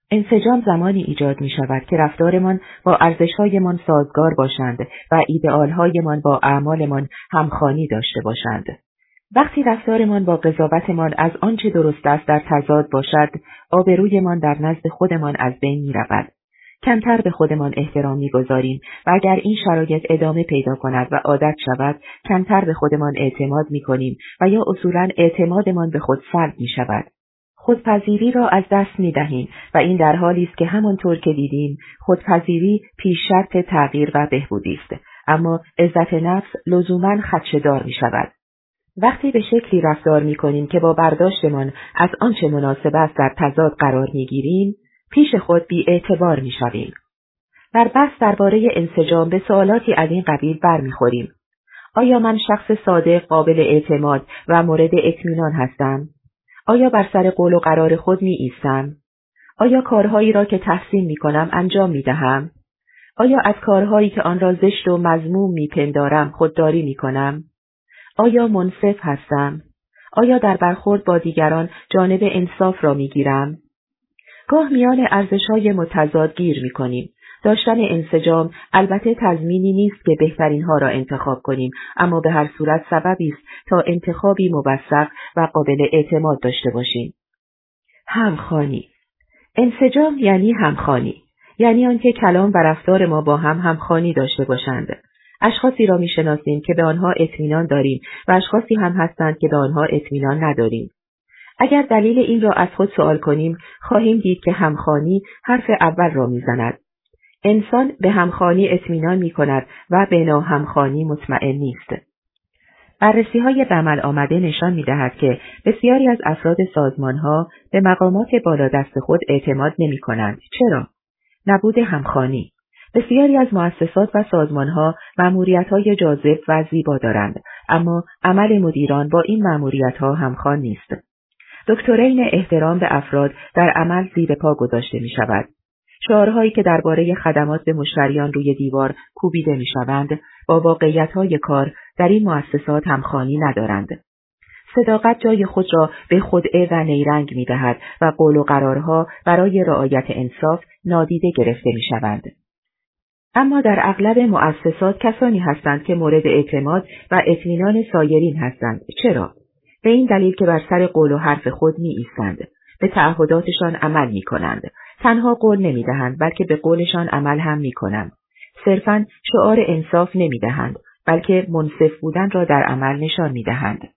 انسجام زمانی ایجاد می شود که رفتارمان با ارزش‌هایمان سازگار باشند و ایدئال‌هایمان با اعمالمان همخوانی داشته باشند. وقتی رفتارمان با قضاوتمان از آنچه درست است در تضاد باشد، آبرویمان در نزد خودمان از بین می رود. کمتر به خودمان احترام می‌گذاریم و اگر این شرایط ادامه پیدا کند و عادت شود، کمتر به خودمان اعتماد می‌کنیم و یا اصولاً اعتمادمان به خود سلب می‌شود. خودپذیری را از دست می‌دهیم و این در حالی است که همانطور که دیدیم، خودپذیری پیش شرط تغییر و بهبودی است، اما عزت نفس لزوماً خدشه‌دار می‌شود. وقتی به شکلی رفتار می‌کنیم که با برداشتمان از آنچه مناسب است در تضاد قرار می‌گیریم، پیش خود بی‌اعتبار می‌شویم. در بحث درباره انسجام به سوالاتی از این قبیل برمیخوریم. آیا من شخص صادق، قابل اعتماد و مورد اطمینان هستم؟ آیا بر سر قول و قرار خود می‌ایستم؟ آیا کارهایی را که تحسین می‌کنم انجام می‌دهم؟ آیا از کارهایی که آن را زشت و مذموم می‌پندارم خودداری می‌کنم؟ آیا منصف هستم؟ آیا در برخورد با دیگران جانب انصاف را می‌گیرم؟ گاه میان ارزش‌های متضاد گیر می‌کنیم. داشتن انسجام البته تضمینی نیست که بهترین ها را انتخاب کنیم، اما به هر صورت سببی است تا انتخابی موثق و قابل اعتماد داشته باشیم. همخوانی. انسجام یعنی همخوانی، یعنی آنکه کلام و رفتار ما با هم همخوانی داشته باشند. اشخاصی را می‌شناسیم که به آنها اطمینان داریم و اشخاصی هم هستند که به آنها اطمینان نداریم. اگر دلیل این را از خود سوال کنیم، خواهیم دید که همخوانی حرف اول را می‌زند. انسان به همخوانی اطمینان می‌کند و به ناهمخوانی مطمئن نیست. بررسی‌های به عمل آمده نشان می‌دهد که بسیاری از افراد سازمان‌ها به مقامات بالادست خود اعتماد نمی‌کنند. چرا؟ نبود همخوانی. بسیاری از مؤسسات و سازمان‌ها مأموریت‌های جاذب و زیبا دارند، اما عمل مدیران با این مأموریت‌ها همخوان نیست. دکترین احترام به افراد در عمل زیر پا گذاشته می‌شود. شعارهایی که درباره خدمات به مشتریان روی دیوار کوبیده می‌شوند، با واقعیت‌های کار در این مؤسسات همخوانی ندارند. صداقت جای خود را به خدعه و نیرنگ می‌دهد و قول و قرارها برای رعایت انصاف نادیده گرفته می‌شوند. اما در اغلب مؤسسات کسانی هستند که مورد اعتماد و اطمینان سایرین هستند. چرا؟ به این دلیل که بر سر قول و حرف خود می‌ایستند، به تعهداتشان عمل می‌کنند. تنها قول نمی‌دهند، بلکه به قولشان عمل هم می‌کنند. صرفاً شعار انصاف نمی‌دهند، بلکه منصف بودن را در عمل نشان می‌دهند.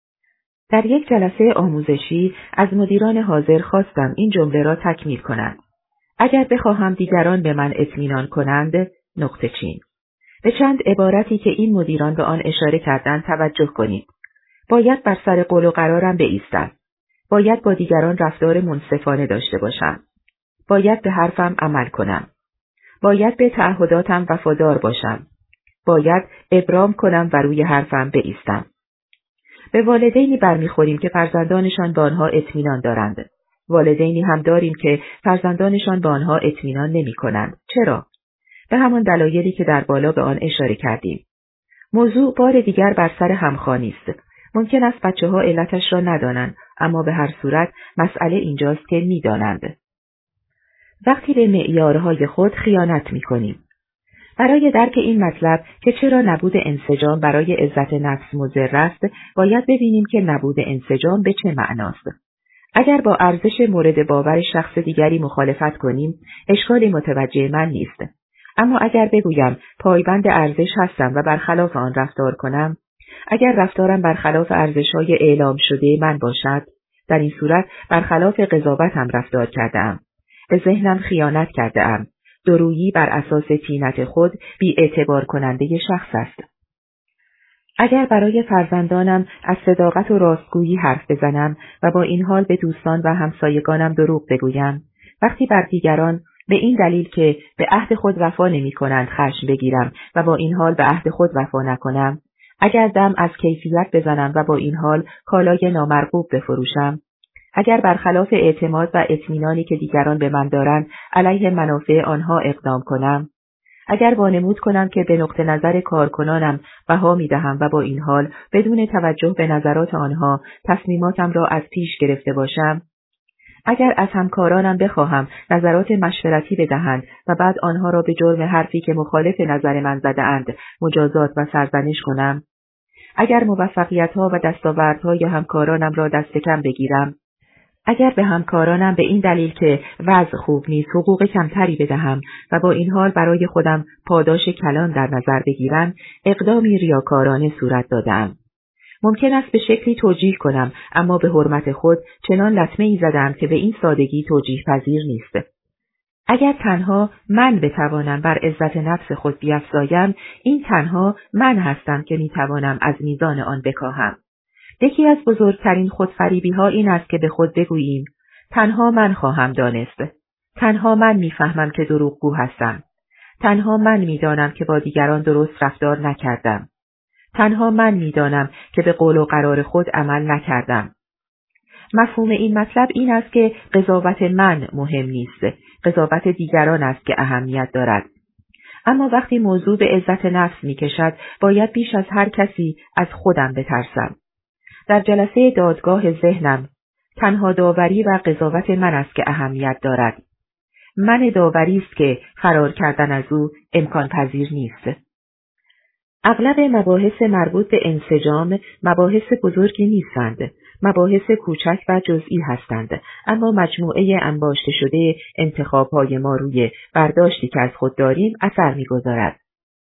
در یک جلسه آموزشی از مدیران حاضر خواستم این جمله را تکمیل کنند. اگر بخواهم دیگران به من اطمینان کنند، نقطه چین. به چند عبارتی که این مدیران به آن اشاره کردند توجه کنید. باید بر سر قول و قرارم بایستم. باید با دیگران رفتار منصفانه داشته باشم. باید به حرفم عمل کنم. باید به تعهداتم وفادار باشم. باید ابرام کنم و روی حرفم بایستم. به والدینی برمیخوریم که فرزندانشان به آنها اطمینان دارند. والدینی هم داریم که فرزندانشان به آنها اطمینان نمی‌کنند. چرا؟ به همان دلایلی که در بالا به آن اشاره کردیم. موضوع بار دیگر بر سر همخوانی است. ممکن است بچه‌ها علتش را ندانند، اما به هر صورت مسئله اینجاست که می‌دانند. وقتی به معیارهای خود خیانت می‌کنیم. برای درک این مطلب که چرا نبود انسجام برای عزت نفس مضر است، باید ببینیم که نبود انسجام به چه معناست. اگر با ارزش مورد باور شخص دیگری مخالفت کنیم، اشکالی متوجه من نیست. اما اگر بگویم پایبند ارزش هستم و برخلاف آن رفتار کنم، اگر رفتارم برخلاف ارزش‌های اعلام شده من باشد، در این صورت برخلاف قضاوتم رفتار کرده‌ام. به ذهنم خیانت کرده‌ام. دورویی بر اساس طینت خود بی‌اعتبار کننده شخص است. اگر برای فرزندانم از صداقت و راستگویی حرف بزنم و با این حال به دوستان و همسایگانم دروغ بگویم، وقتی بر دیگران به این دلیل که به عهد خود وفا نمی‌کنند خشم بگیرم و با این حال به عهد خود وفا نکنم، اگر دم از کیفیت بزنم و با این حال کالای نامرغوب بفروشم، اگر برخلاف اعتماد و اطمینانی که دیگران به من دارند علیه منافع آنها اقدام کنم، اگر وانمود کنم که به نقطه نظر کارکنانم بها می‌دهم و با این حال بدون توجه به نظرات آنها تصمیماتم را از پیش گرفته باشم، اگر از همکارانم بخواهم نظرات مشورتی بدهند و بعد آنها را به جرم حرفی که مخالف نظر من زده‌اند مجازات و سرزنش کنم، اگر موفقیت‌ها و دستاوردهای همکارانم را دست کم بگیرم، اگر به همکارانم به این دلیل که وضع خوب نیست حقوق کمتری بدهم و با این حال برای خودم پاداش کلان در نظر بگیرم، اقدامی ریاکارانه صورت دادم. ممکن است به شکلی توجیه کنم، اما به حرمت خود چنان لطمه‌ای زدم که به این سادگی توجیه پذیر نیست. اگر تنها من بتوانم بر عزت نفس خود بیفزایم، این تنها من هستم که میتوانم از میزان آن بکاهم. یکی از بزرگترین خودفریبی‌ها این است که به خود بگوییم تنها من خواهم دانست. تنها من میفهمم که دروغگو هستم. تنها من میدانم که با دیگران درست رفتار نکردم. تنها من میدانم که به قول و قرار خود عمل نکردم. مفهوم این مطلب این است که قضاوت من مهم نیست. قضاوت دیگران است که اهمیت دارد. اما وقتی موضوع به عزت نفس میکشد، باید بیش از هر کسی از خودم بترسم. در جلسه دادگاه ذهنم، تنها داوری و قضاوت من است که اهمیت دارد. من داوری است که فرار کردن از او امکان پذیر نیست. اغلب مباحث مربوط به انسجام مباحث بزرگی نیستند. مباحث کوچک و جزئی هستند، اما مجموعه انباشته شده انتخاب‌های ما روی برداشتی که از خود داریم اثر می‌گذارد.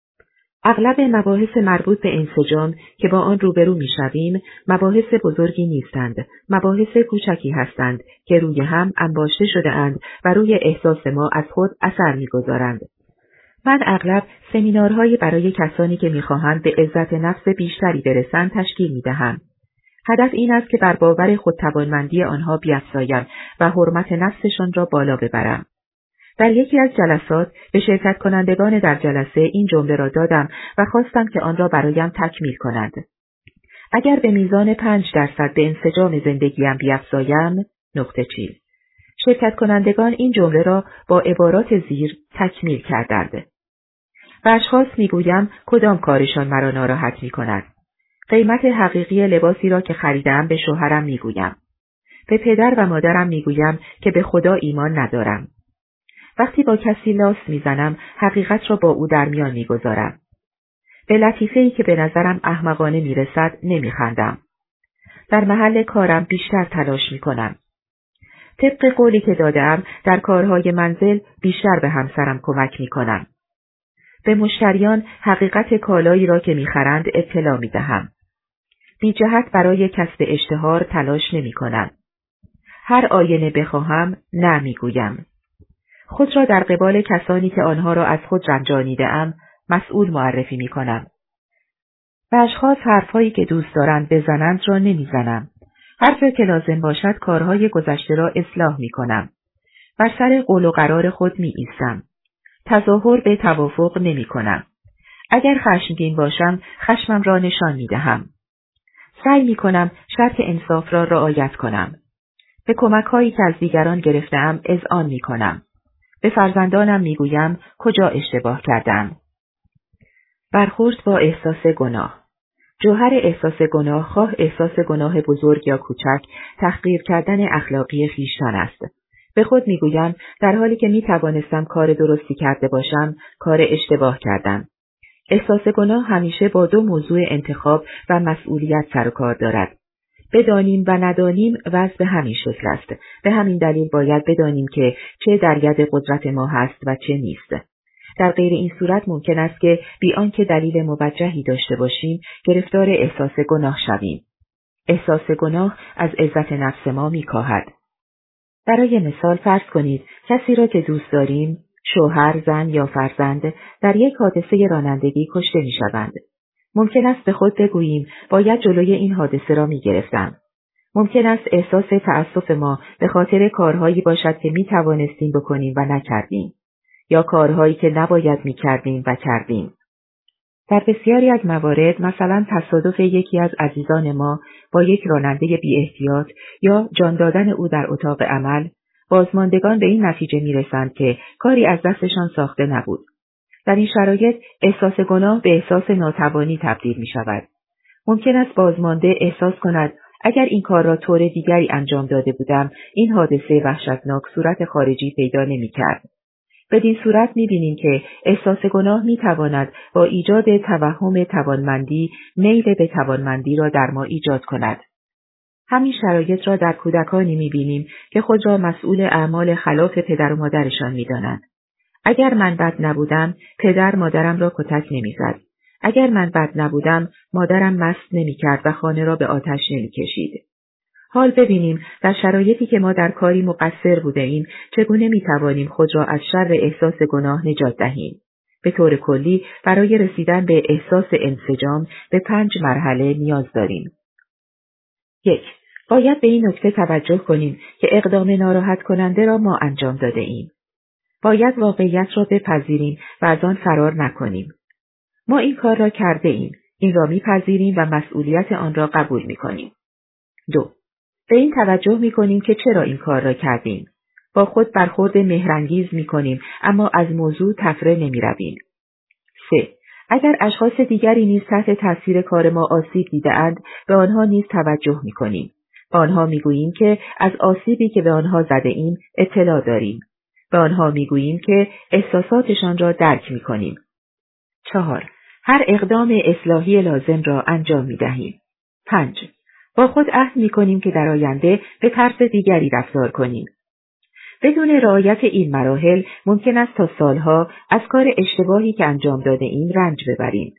اغلب مباحث مربوط به انسجام که با آن روبرو می‌شویم مباحث بزرگی نیستند، مباحث کوچکی هستند که روی هم انباشته شده‌اند و روی احساس ما از خود اثر می‌گذارند. من اغلب سمینارهایی برای کسانی که می‌خواهند به عزت نفس بیشتری برسند تشکیل می‌دهم. هدف این است که بر باور خودتوانمندی آنها بیفزایم و حرمت نفسشان را بالا ببرم. در یکی از جلسات به شرکت کنندگان در جلسه این جمله را دادم و خواستم که آن را برایم تکمیل کنند. اگر به میزان 5% به انسجام زندگیم بیفزایم، نقطه چین. شرکت کنندگان این جمله را با عبارات زیر تکمیل کردند. و اشخاص میگویم کدام کارشان مرا ناراحت میکند. قیمت حقیقی لباسی را که خریدم به شوهرم میگویم. به پدر و مادرم میگویم که به خدا ایمان ندارم. وقتی با کسی لاس میزنم حقیقت را با او در میان میگذارم. به لطیفه‌ای که به نظرم احمقانه میرسد نمیخندم. در محل کارم بیشتر تلاش میکنم. طبق قولی که دادم در کارهای منزل بیشتر به همسرم کمک میکنم. به مشتریان حقیقت کالایی را که میخرند اطلاع میدهم. بی جهت برای کسب اشتهار تلاش نمیکنم. هر آینه بخواهم نه میگویم. خود را در قبال کسانی که آنها را از خود رنجانیده‌ام مسئول معرفی میکنم. و اشخاص حرفهایی که دوست دارند بزنند را نمیزنم. هر جا که لازم باشد کارهای گذشته را اصلاح میکنم. بر سر قول و قرار خود میایستم. تظاهر به توافق نمیکنم. اگر خشمگین باشم خشمم را نشان میدهم. سعی میکنم شرط انصاف را رعایت کنم. به کمک‌هایی که از دیگران گرفته‌ام اذعان میکنم. به فرزندانم میگویم کجا اشتباه کردم. برخورد با احساس گناه. جوهر احساس گناه، خواه احساس گناه بزرگ یا کوچک، تحقیر کردن اخلاقی خویشتن است. به خود میگویم در حالی که میتوانستم کار درستی کرده باشم، کار اشتباه کردم. احساس گناه همیشه با دو موضوع انتخاب و مسئولیت سر و کار دارد. بدانیم و ندانیم وضع به همین شکل است. به همین دلیل باید بدانیم که چه در ید قدرت ما هست و چه نیست. در غیر این صورت ممکن است که بی آنکه دلیل موجهی داشته باشیم گرفتار احساس گناه شویم. احساس گناه از عزت نفس ما میکاهد. برای مثال فرض کنید کسی را که دوست داریم، شوهر، زن یا فرزند، در یک حادثه رانندگی کشته میشوند. ممکن است به خود بگوییم باید جلوی این حادثه را میگرفتم. ممکن است احساس تأسف ما به خاطر کارهایی باشد که میتوانستیم بکنیم و نکردیم، یا کارهایی که نباید میکردیم و کردیم. در بسیاری از موارد مثلا تصادف یکی از عزیزان ما با یک راننده بی احتیاط یا جان دادن او در اتاق عمل، بازماندگان به این نتیجه میرسند که کاری از دستشان ساخته نبود. در این شرایط احساس گناه به احساس ناتوانی تبدیل می شود. ممکن است بازمانده احساس کند اگر این کار را طور دیگری انجام داده بودم، این حادثه وحشتناک صورت خارجی پیدا نمی‌کرد. بدین صورت می‌بینیم که احساس گناه می‌تواند با ایجاد توهم توانمندی، میل به توانمندی را در ما ایجاد کند. همین شرایط را در کودکانی می‌بینیم که خود را مسئول اعمال خلاف پدر و مادرشان می‌دانند. اگر من بد نبودم، پدر مادرم را کتک نمی‌زد. اگر من بد نبودم، مادرم مست نمی‌کرد و خانه را به آتش نمی‌کشید. حال ببینیم در شرایطی که ما در کاری مقصر بوده‌ایم، چگونه می‌توانیم خود را از شر احساس گناه نجات دهیم. به طور کلی، برای رسیدن به احساس انسجام به 5 مرحله نیاز داریم. 1. باید به این نکته توجه کنیم که اقدام ناراحت کننده را ما انجام داده ایم. باید واقعیت را بپذیریم و از آن فرار نکنیم. ما این کار را کرده ایم. این را میپذیریم و مسئولیت آن را قبول میکنیم. 2. به این توجه میکنیم که چرا این کار را کردیم. با خود برخورد مهرانگیز میکنیم اما از موضوع تفره نمیرویم. 3. اگر اشخاص دیگری نیز تحت تاثیر کار ما آسیب دیده‌اند، به آنها نیز توجه میکنیم. به آنها میگوییم که از آسیبی که به آنها زده ایم اطلاع داریم. به آنها میگوییم که احساساتشان را درک میکنیم. 4. هر اقدام اصلاحی لازم را انجام میدهیم. 5. با خود عهد میکنیم که در آینده به طرز دیگری رفتار کنیم. بدون رعایت این مراحل ممکن است تا سالها از کار اشتباهی که انجام داده ایم رنج ببریم.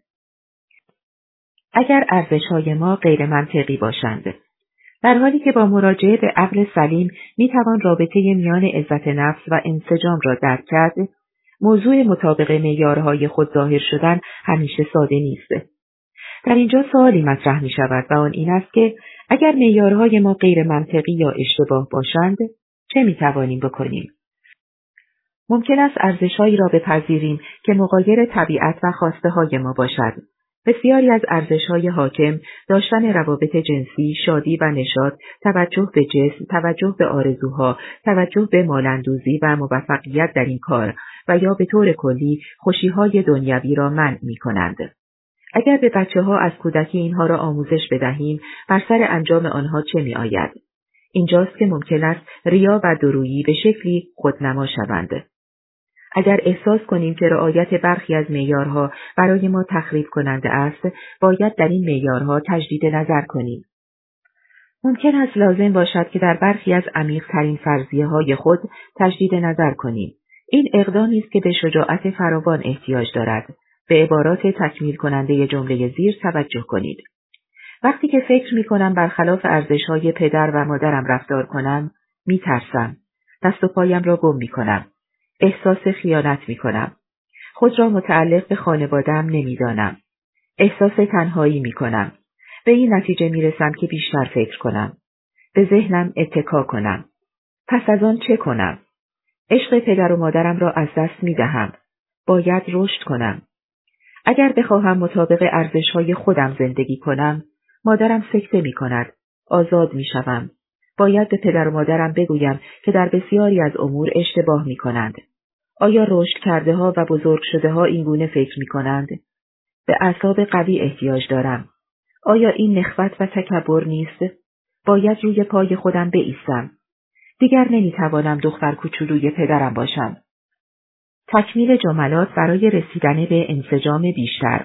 اگر ارزش‌های ما غیر منطقی باشند، در حالی که با مراجعه به عقل سلیم میتوان رابطه میان عزت نفس و انسجام را درک کرد، موضوع مطابق معیارهای خود ظاهر شدن همیشه ساده نیست. در اینجا سوالی مطرح می شود و آن این است که اگر معیارهای ما غیر منطقی یا اشتباه باشند، چه می توانیم بکنیم؟ ممکن است ارزشهایی را بپذیریم که مغایر طبیعت و خواسته های ما باشد. بسیاری از ارزش‌های حاکم، داشتن روابط جنسی، شادی و نشاط، توجه به جسم، توجه به آرزوها، توجه به مال‌اندوزی و موفقیت در این کار و یا به طور کلی خوشی‌های دنیوی را منع می‌کنند. اگر به بچه‌ها از کودکی اینها را آموزش بدهیم، بر سر انجام آنها چه می‌آید؟ اینجاست که ممکن است ریا و دورویی به شکلی خودنما شوند. اگر احساس کنیم که رعایت برخی از معیارها برای ما تخریب کننده است، باید در این معیارها تجدید نظر کنیم. ممکن است لازم باشد که در برخی از عمیق‌ترین فرضیه‌های خود تجدید نظر کنیم. این اقدامی است که به شجاعت فراوان احتیاج دارد. به عبارات تکمیل کننده جمله زیر توجه کنید. وقتی که فکر می‌کنم برخلاف ارزش‌های پدر و مادرم رفتار کنم، می‌ترسم. دست و پایم را گم می‌کنم. احساس خیانت می‌کنم. خود را متعلق به خانواده‌ام نمی‌دانم. احساس تنهایی می‌کنم. به این نتیجه می‌رسم که بیشتر فکر کنم. به ذهنم اتکا کنم. پس از آن چه کنم؟ عشق پدر و مادرم را از دست می‌دهم. باید رشد کنم. اگر بخواهم مطابق ارزش‌های خودم زندگی کنم، مادرم سکته می‌کند. آزاد می‌شوم. باید به پدر و مادرم بگویم که در بسیاری از امور اشتباه می‌کنند. آیا رشد کرده ها و بزرگ شده ها این گونه فکر می‌کنند؟ به اعصاب قوی احتیاج دارم. آیا این نخوت و تکبر نیست؟ باید روی پای خودم بایستم. دیگر نمی‌توانم دختر کوچولوی پدرم باشم. تکمیل جملات برای رسیدن به انسجام بیشتر.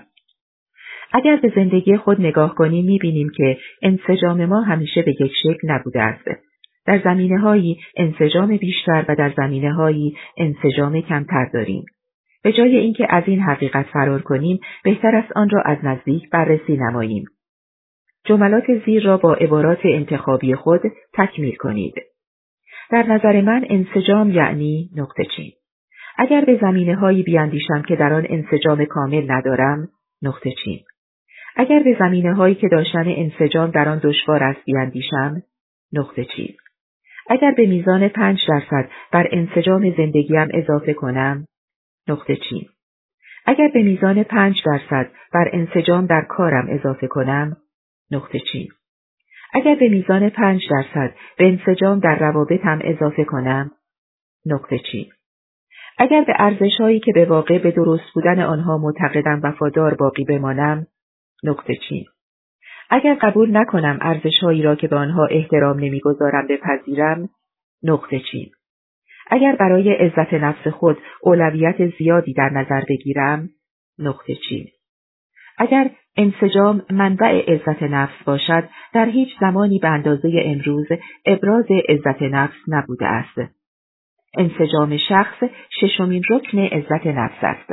اگر به زندگی خود نگاه کنیم می‌بینیم که انسجام ما همیشه به یک شکل نبوده است. در زمینه‌هایی انسجام بیشتر و در زمینه‌هایی انسجام کمتر داریم. به جای اینکه از این حقیقت فرار کنیم، بهتر است آن را از نزدیک بررسی نماییم. جملات زیر را با عبارات انتخابی خود تکمیل کنید. در نظر من انسجام یعنی نقطه چین. اگر به زمینه‌هایی بیاندیشم که در آن انسجام کامل ندارم، نقطه چین. اگر به زمینه‌هایی که داشتن انسجام در آن دشوار است بیاندیشم، نقطه چین. اگر به میزان 5% بر انسجام زندگیم اضافه کنم، نقطه چین. اگر به میزان 5% بر انسجام در کارم اضافه کنم، نقطه چین. اگر به میزان 5% به انسجام در روابطم اضافه کنم، نقطه چین. اگر به ارزش‌هایی که به واقع به درست بودن آنها معتقدم وفادار باقی بمانم، نقطه چین. اگر قبول نکنم ارزش‌هایی را که به آنها احترام نمی‌گذارم بپذیرم، نقطه چین. اگر برای عزت نفس خود اولویت زیادی در نظر بگیرم، نقطه چین. اگر انسجام منبع عزت نفس باشد، در هیچ زمانی به اندازه امروز ابراز عزت نفس نبوده است. انسجام شخص ششمین رکن عزت نفس است.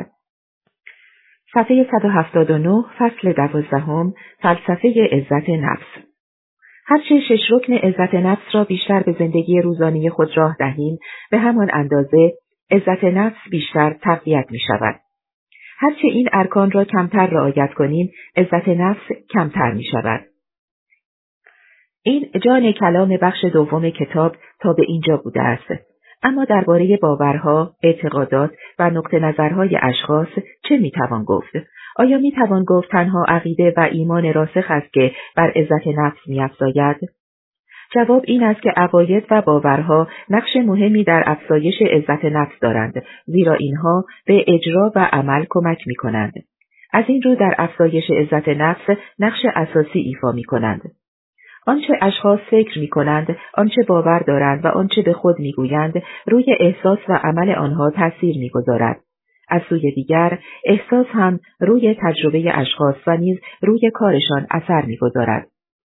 صفحه 179 فصل 12 فلسفه عزت نفس. هرچه 6 رکن عزت نفس را بیشتر به زندگی روزانه خود راه دهیم، به همان اندازه عزت نفس بیشتر تقویت می شود. هرچه این ارکان را کمتر رعایت کنیم، عزت نفس کمتر می شود. این جان کلام بخش دوم کتاب تا به اینجا بوده است. اما درباره باورها، اعتقادات و نقطه نظرهای اشخاص چه میتوان گفت؟ آیا میتوان گفت تنها عقیده و ایمان راسخ است که بر عزت نفس می‌افزاید؟ جواب این است که عقاید و باورها نقش مهمی در افزایش عزت نفس دارند، زیرا اینها به اجرا و عمل کمک می‌کنند. از این رو در افزایش عزت نفس نقش اساسی ایفا می‌کنند. آنچه اشخاص فکر می‌کنند، آنچه باور دارند و آنچه به خود می‌گویند، روی احساس و عمل آنها تأثیر می‌گذارد. از سوی دیگر، احساس هم روی تجربه اشخاص و نیز روی کارشان اثر می‌گذارد.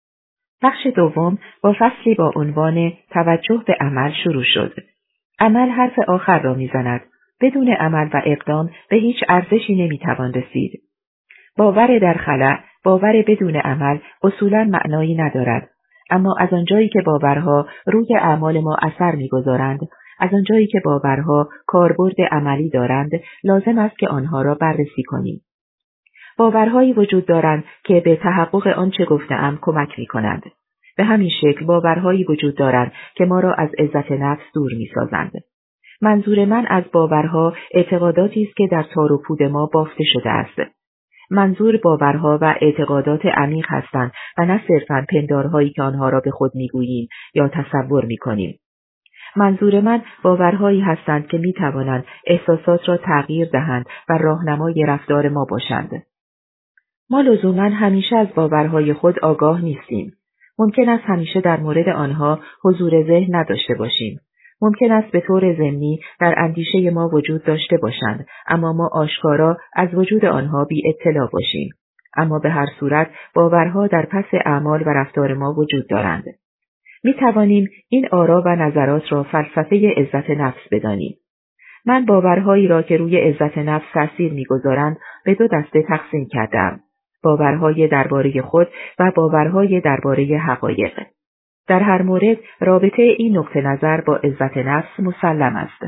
بخش دوم با فصلی با عنوان توجه به عمل شروع شد. عمل حرف آخر را می‌زند. بدون عمل و اقدام به هیچ ارزشی نمی‌توان رسید. باور در خلأ، باور بدون عمل اصولاً معنایی ندارد. اما از آنجایی که باورها روی اعمال ما اثر می‌گذارند، از آنجایی که باورها کاربرد عملی دارند، لازم است که آنها را بررسی کنیم. باورهایی وجود دارند که به تحقق آنچه گفته‌ام کمک می‌کنند. به همین شکل باورهایی وجود دارند که ما را از عزت نفس دور می‌سازند. منظور من از باورها اعتقاداتی است که در تار و پود ما بافته شده است. منظور باورها و اعتقادات عمیق هستند و نه صرفاً پندارهایی که آنها را به خود می‌گوییم یا تصور می‌کنیم. منظور من باورهایی هستند که می‌توانند احساسات را تغییر دهند و راهنمای رفتار ما باشند. ما لزوماً همیشه از باورهای خود آگاه نیستیم. ممکن است همیشه در مورد آنها حضور ذهن نداشته باشیم. ممکن است به طور ضمنی در اندیشه ما وجود داشته باشند، اما ما آشکارا از وجود آنها بی اطلاع باشیم. اما به هر صورت باورها در پس اعمال و رفتار ما وجود دارند. می توانیم این آرا و نظرات را فلسفه عزت نفس بدانیم. من باورهایی را که روی عزت نفس تأثیر می‌گذارند به دو دسته تقسیم کردم: باورهای درباره خود و باورهای درباره حقایق. در هر مورد رابطه این نقطه نظر با عزت نفس مسلم است.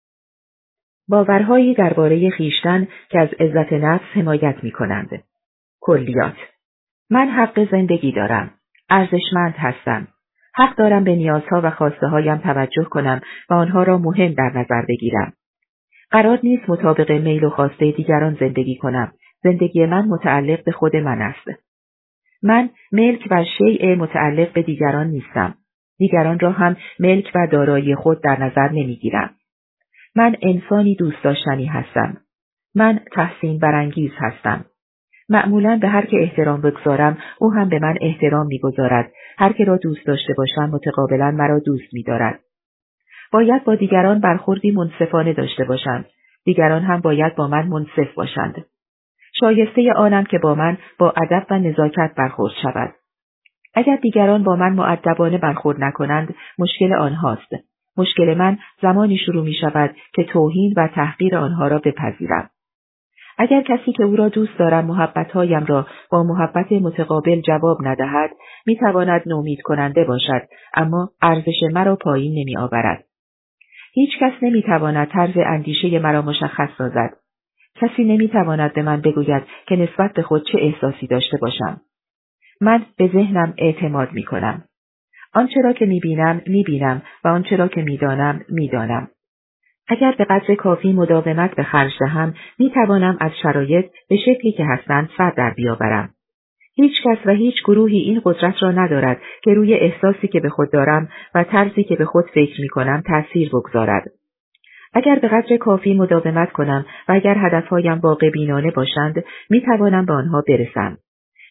باورهایی درباره خویشتن که از عزت نفس حمایت می‌کنند. کلیات: من حق زندگی دارم. ارزشمند هستم. حق دارم به نیازها و خواسته‌هایم توجه کنم و آنها را مهم در نظر بگیرم. قرار نیست مطابق میل و خواسته دیگران زندگی کنم. زندگی من متعلق به خود من است. من ملک و شیء متعلق به دیگران نیستم. دیگران را هم ملک و دارایی خود در نظر نمیگیرم. من انسانی دوست داشتنی هستم. من تحسین برانگیز هستم. معمولاً به هر که احترام بگذارم، او هم به من احترام میگذارد. هر که را دوست داشته باشم متقابلاً مرا دوست می‌دارد. باید با دیگران برخوردی منصفانه داشته باشم. دیگران هم باید با من منصف باشند. شایسته آنم که با من با ادب و نزاکت برخورد شود. اگر دیگران با من مؤدبانه برخورد نکنند، مشکل آنهاست. مشکل من زمانی شروع می شود که توهین و تحقیر آنها را بپذیرم. اگر کسی که او را دوست دارم محبتهایم را با محبت متقابل جواب ندهد، می تواند نومید کننده باشد، اما ارزش مرا پایین نمی آورد. هیچ کس نمی تواند طرز اندیشه مرا مشخص سازد. کسی نمی تواند به من بگوید که نسبت به خود چه احساسی داشته باشم. من به ذهنم اعتماد می کنم. آنچه را که می بینم و آنچه را که می دانم. اگر به قدر کافی مداومت به خرج دهم، می توانم از شرایط به شکلی که هستند سر در بیاورم. هیچ کس و هیچ گروهی این قدرت را ندارد که روی احساسی که به خود دارم و طرزی که به خود فکر می کنم تأثیر بگذارد. اگر به قدر کافی مداومت کنم و اگر هدفهایم واقع بینانه باشند، می توانم به آنها برسم.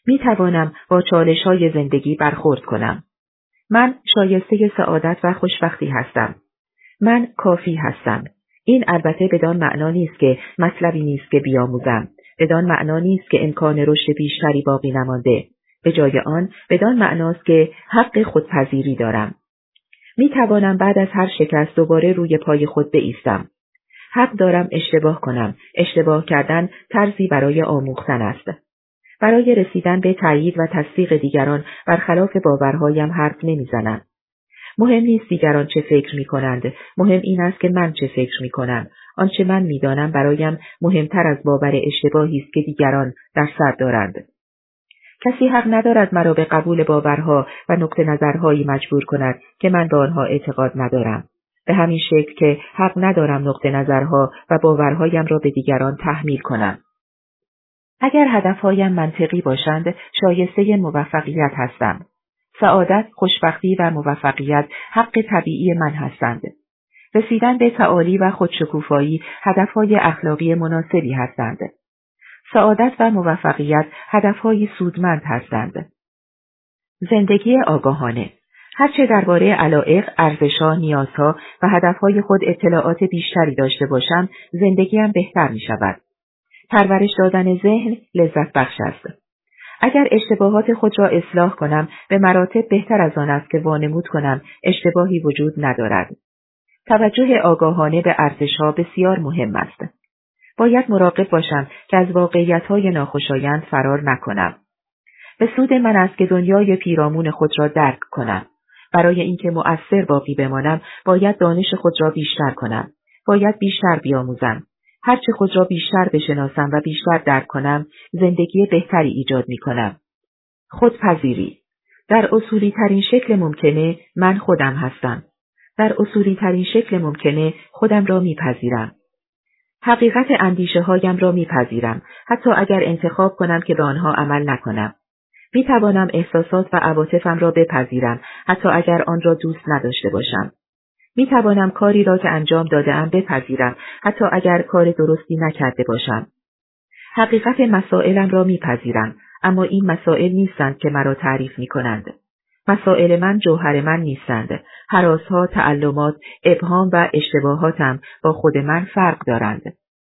می توانم با چالش‌های زندگی برخورد کنم. من شایسته سعادت و خوشبختی هستم. من کافی هستم. این البته بدان معنا نیست که مطلبی نیست که بیاموزم. بدان معنا نیست که امکان رشد بیشتری باقی نمانده. به جای آن بدان معناست که حق خودپذیری دارم. می توانم بعد از هر شکست دوباره روی پای خود بایستم. حق دارم اشتباه کنم. اشتباه کردن طرزی برای آموختن است. برای رسیدن به تایید و تصدیق دیگران برخلاف باورهایم حرف نمیزنم. مهم نیست دیگران چه فکر می کنند. مهم این است که من چه فکر می کنم. آنچه من می دانم برایم مهمتر از باور اشتباهی است که دیگران در سر دارند. کسی حق ندارد مرا به قبول باورها و نقطه نظرهایی مجبور کند که من به آنها اعتقاد ندارم. به همین شکل که حق ندارم نقطه نظرها و باورهایم را به دیگران تحمیل کنم. اگر هدفهایم منطقی باشند، شایسته موفقیت هستم. سعادت، خوشبختی و موفقیت حق طبیعی من هستند. رسیدن به تعالی و خودشکوفایی هدفهای اخلاقی مناسبی هستند. سعادت و موفقیت هدفهای سودمند هستند. زندگی آگاهانه. هرچه درباره علایق، ارزش‌ها، نیازها و هدفهای خود اطلاعات بیشتری داشته باشم، زندگیم بهتر می شود. پرورش دادن ذهن لذت بخش است. اگر اشتباهات خود را اصلاح کنم، به مراتب بهتر از آن است که وانمود کنم اشتباهی وجود ندارد. توجه آگاهانه به ارزش‌ها بسیار مهم است. باید مراقب باشم که از واقعیت‌های ناخوشایند فرار نکنم. به سود من است که دنیای پیرامون خود را درک کنم. برای اینکه مؤثر باقی بمانم، باید دانش خود را بیشتر کنم. باید بیشتر بیاموزم. هرچه خود را بیشتر بشناسم و بیشتر درک کنم، زندگی بهتری ایجاد می کنم. خودپذیری. در اصولی ترین شکل ممکنه من خودم هستم. در اصولی ترین شکل ممکنه خودم را می پذیرم. حقیقت اندیشه هایم را می پذیرم، حتی اگر انتخاب کنم که به آنها عمل نکنم. می توانم احساسات و عواطفم را بپذیرم، حتی اگر آن را دوست نداشته باشم. می توانم کاری را که انجام داده‌ام بپذیرم، حتی اگر کار درستی نکرده باشم. حقیقت مسائلم را می پذیرم، اما این مسائل نیستند که مرا تعریف می کنند. مسائل من جوهر من نیستند. هراس‌ها، تعلمات، ابهام و اشتباهاتم با خود من فرق دارند.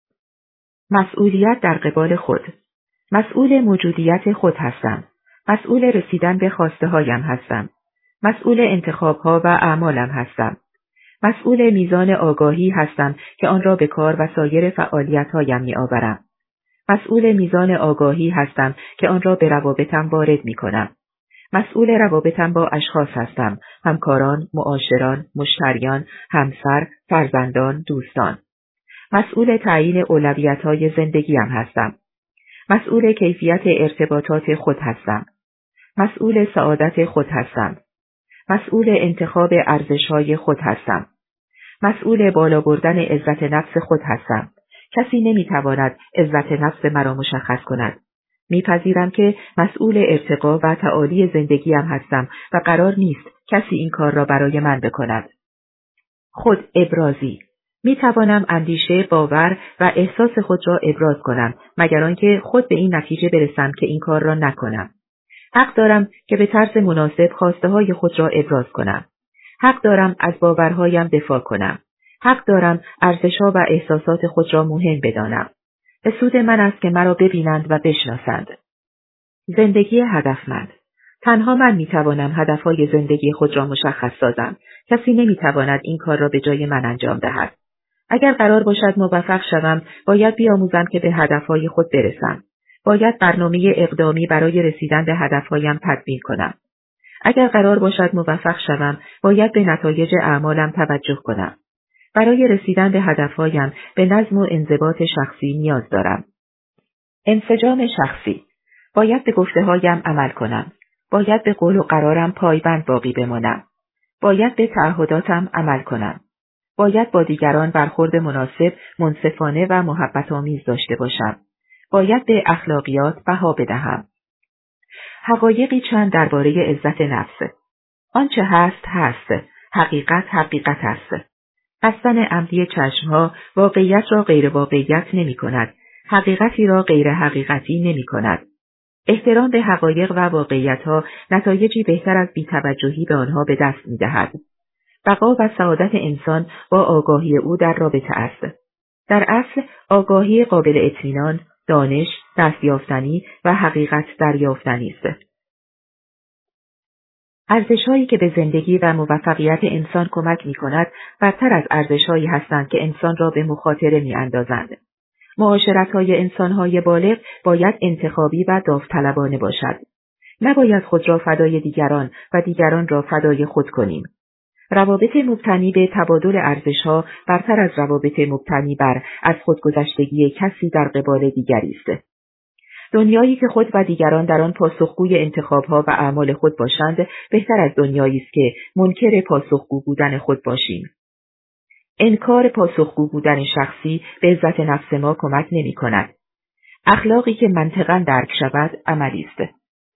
مسئولیت در قبال خود. مسئول موجودیت خود هستم. مسئول رسیدن به خواسته هایم هستم. مسئول انتخاب‌ها و اعمالم هستم. مسئول میزان آگاهی هستم که آن را به کار و سایر فعالیت‌هایم می‌آورم. مسئول میزان آگاهی هستم که آن را به روابطم وارد می‌کنم. مسئول روابطم با اشخاص هستم، همکاران، معاشران، مشتریان، همسر، فرزندان، دوستان. مسئول تعیین اولویت‌های زندگیم هستم. مسئول کیفیت ارتباطات خود هستم. مسئول سعادت خود هستم. مسئول انتخاب ارزش‌های خود هستم. مسئول بالا بردن عزت نفس خود هستم. کسی نمی‌تواند عزت نفس مرا مشخص کند. میپذیرم که مسئول ارتقا و تعالی زندگیم هستم و قرار نیست کسی این کار را برای من بکند. خود ابرازی. میتوانم اندیشه، باور و احساس خود را ابراز کنم مگر آنکه خود به این نتیجه برسم که این کار را نکنم. حق دارم که به طرز مناسب خواسته‌های خود را ابراز کنم. حق دارم از باورهایم دفاع کنم. حق دارم ارزش‌ها و احساسات خود را مهم بدانم. به سود من است که مرا ببینند و بشناسند. زندگی هدفمند. تنها من میتوانم هدفهای زندگی خود را مشخص سازم. کسی نمیتواند این کار را به جای من انجام دهد. اگر قرار باشد موفق شوم، باید بیاموزم که به هدفهای خود برسم. باید برنامه اقدامی برای رسیدن به هدفهایم تدبیر کنم. اگر قرار باشد موفق شوم، باید به نتایج اعمالم توجه کنم. برای رسیدن به هدفهایم به نظم و انضباط شخصی نیاز دارم. انسجام شخصی. باید به گفته‌هایم عمل کنم. باید به قول و قرارم پایبند باقی بمانم. باید به تعهداتم عمل کنم. باید با دیگران برخورد مناسب، منصفانه و محبت‌آمیز داشته باشم. باید به اخلاقیات بها بدهم. حقایقی چند درباره عزت نفس. آنچه هست هست. حقیقت است. بستن عمدی چشمها واقعیت را غیر واقعیت نمی کند. حقیقتی را غیر حقیقتی نمی کند. احترام به حقایق و واقعیت‌ها نتایجی بهتر از بی‌توجهی به آنها به دست می‌دهد. بقا و سعادت انسان با آگاهی او در رابطه است. در اصل آگاهی قابل اطمینان، دانش دستیافتنی و حقیقت دریافتنی است. ارزش‌هایی که به زندگی و موفقیت انسان کمک می‌کند، برتر از ارزش‌هایی هستند که انسان را به مخاطره می‌اندازند. معاشرت‌های انسان‌های بالغ باید انتخابی و داوطلبانه باشد. نباید خود را فدای دیگران و دیگران را فدای خود کنیم. روابط مبتنی به تبادل ارزش‌ها برتر از روابط مبتنی بر از خودگذشتگی کسی در قبال دیگری است. دنیایی که خود و دیگران در آن پاسخگوی انتخاب‌ها و اعمال خود باشند، بهتر از دنیایی است که منکر پاسخگو بودن خود باشیم. انکار پاسخگو بودن شخصی به عزت نفس ما کمک نمی‌کند. اخلاقی که منطقاً درک شود عملی است.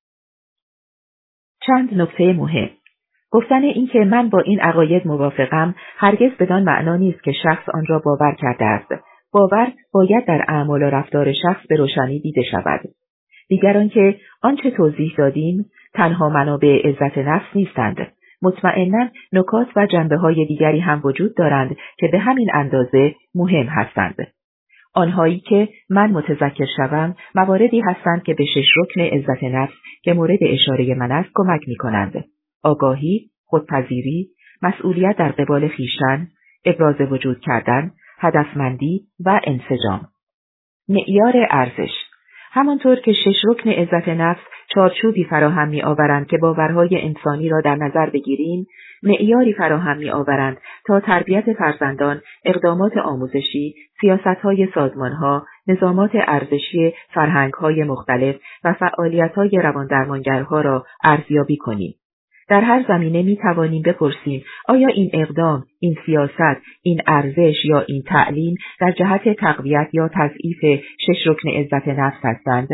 چند نکته مهم. گفتن این که من با این عقاید موافقم هرگز بدان معنا نیست که شخص آن را باور کرده است. باور باید در اعمال و رفتار شخص به روشنی دیده شود. دیگران که آنچه توضیح دادیم تنها منابع عزت نفس نیستند. مطمئناً نکات و جنبه‌های دیگری هم وجود دارند که به همین اندازه مهم هستند. آنهایی که من متذکر شوم مواردی هستند که به 6 رکن عزت نفس که مورد اشاره من است کمک می‌کنند. آگاهی، خودپذیری، مسئولیت در قبال خویشتن، ابراز وجود کردن، هدفمندی و انسجام. معیار ارزش. همانطور که 6 رکن عزت نفس چارچوبی فراهم می‌آورند که باورهای انسانی را در نظر بگیریم، معیاری فراهم می‌آورند تا تربیت فرزندان، اقدامات آموزشی، سیاست‌های سازمان‌ها، نظامات ارزشی فرهنگ‌های مختلف و فعالیت‌های رواندرمانگرها را ارزیابی کنیم. در هر زمینه می توانیم بپرسیم آیا این اقدام، این سیاست، این ارزش یا این تعلیم در جهت تقویت یا تضعیف 6 رکن عزت نفس هستند؟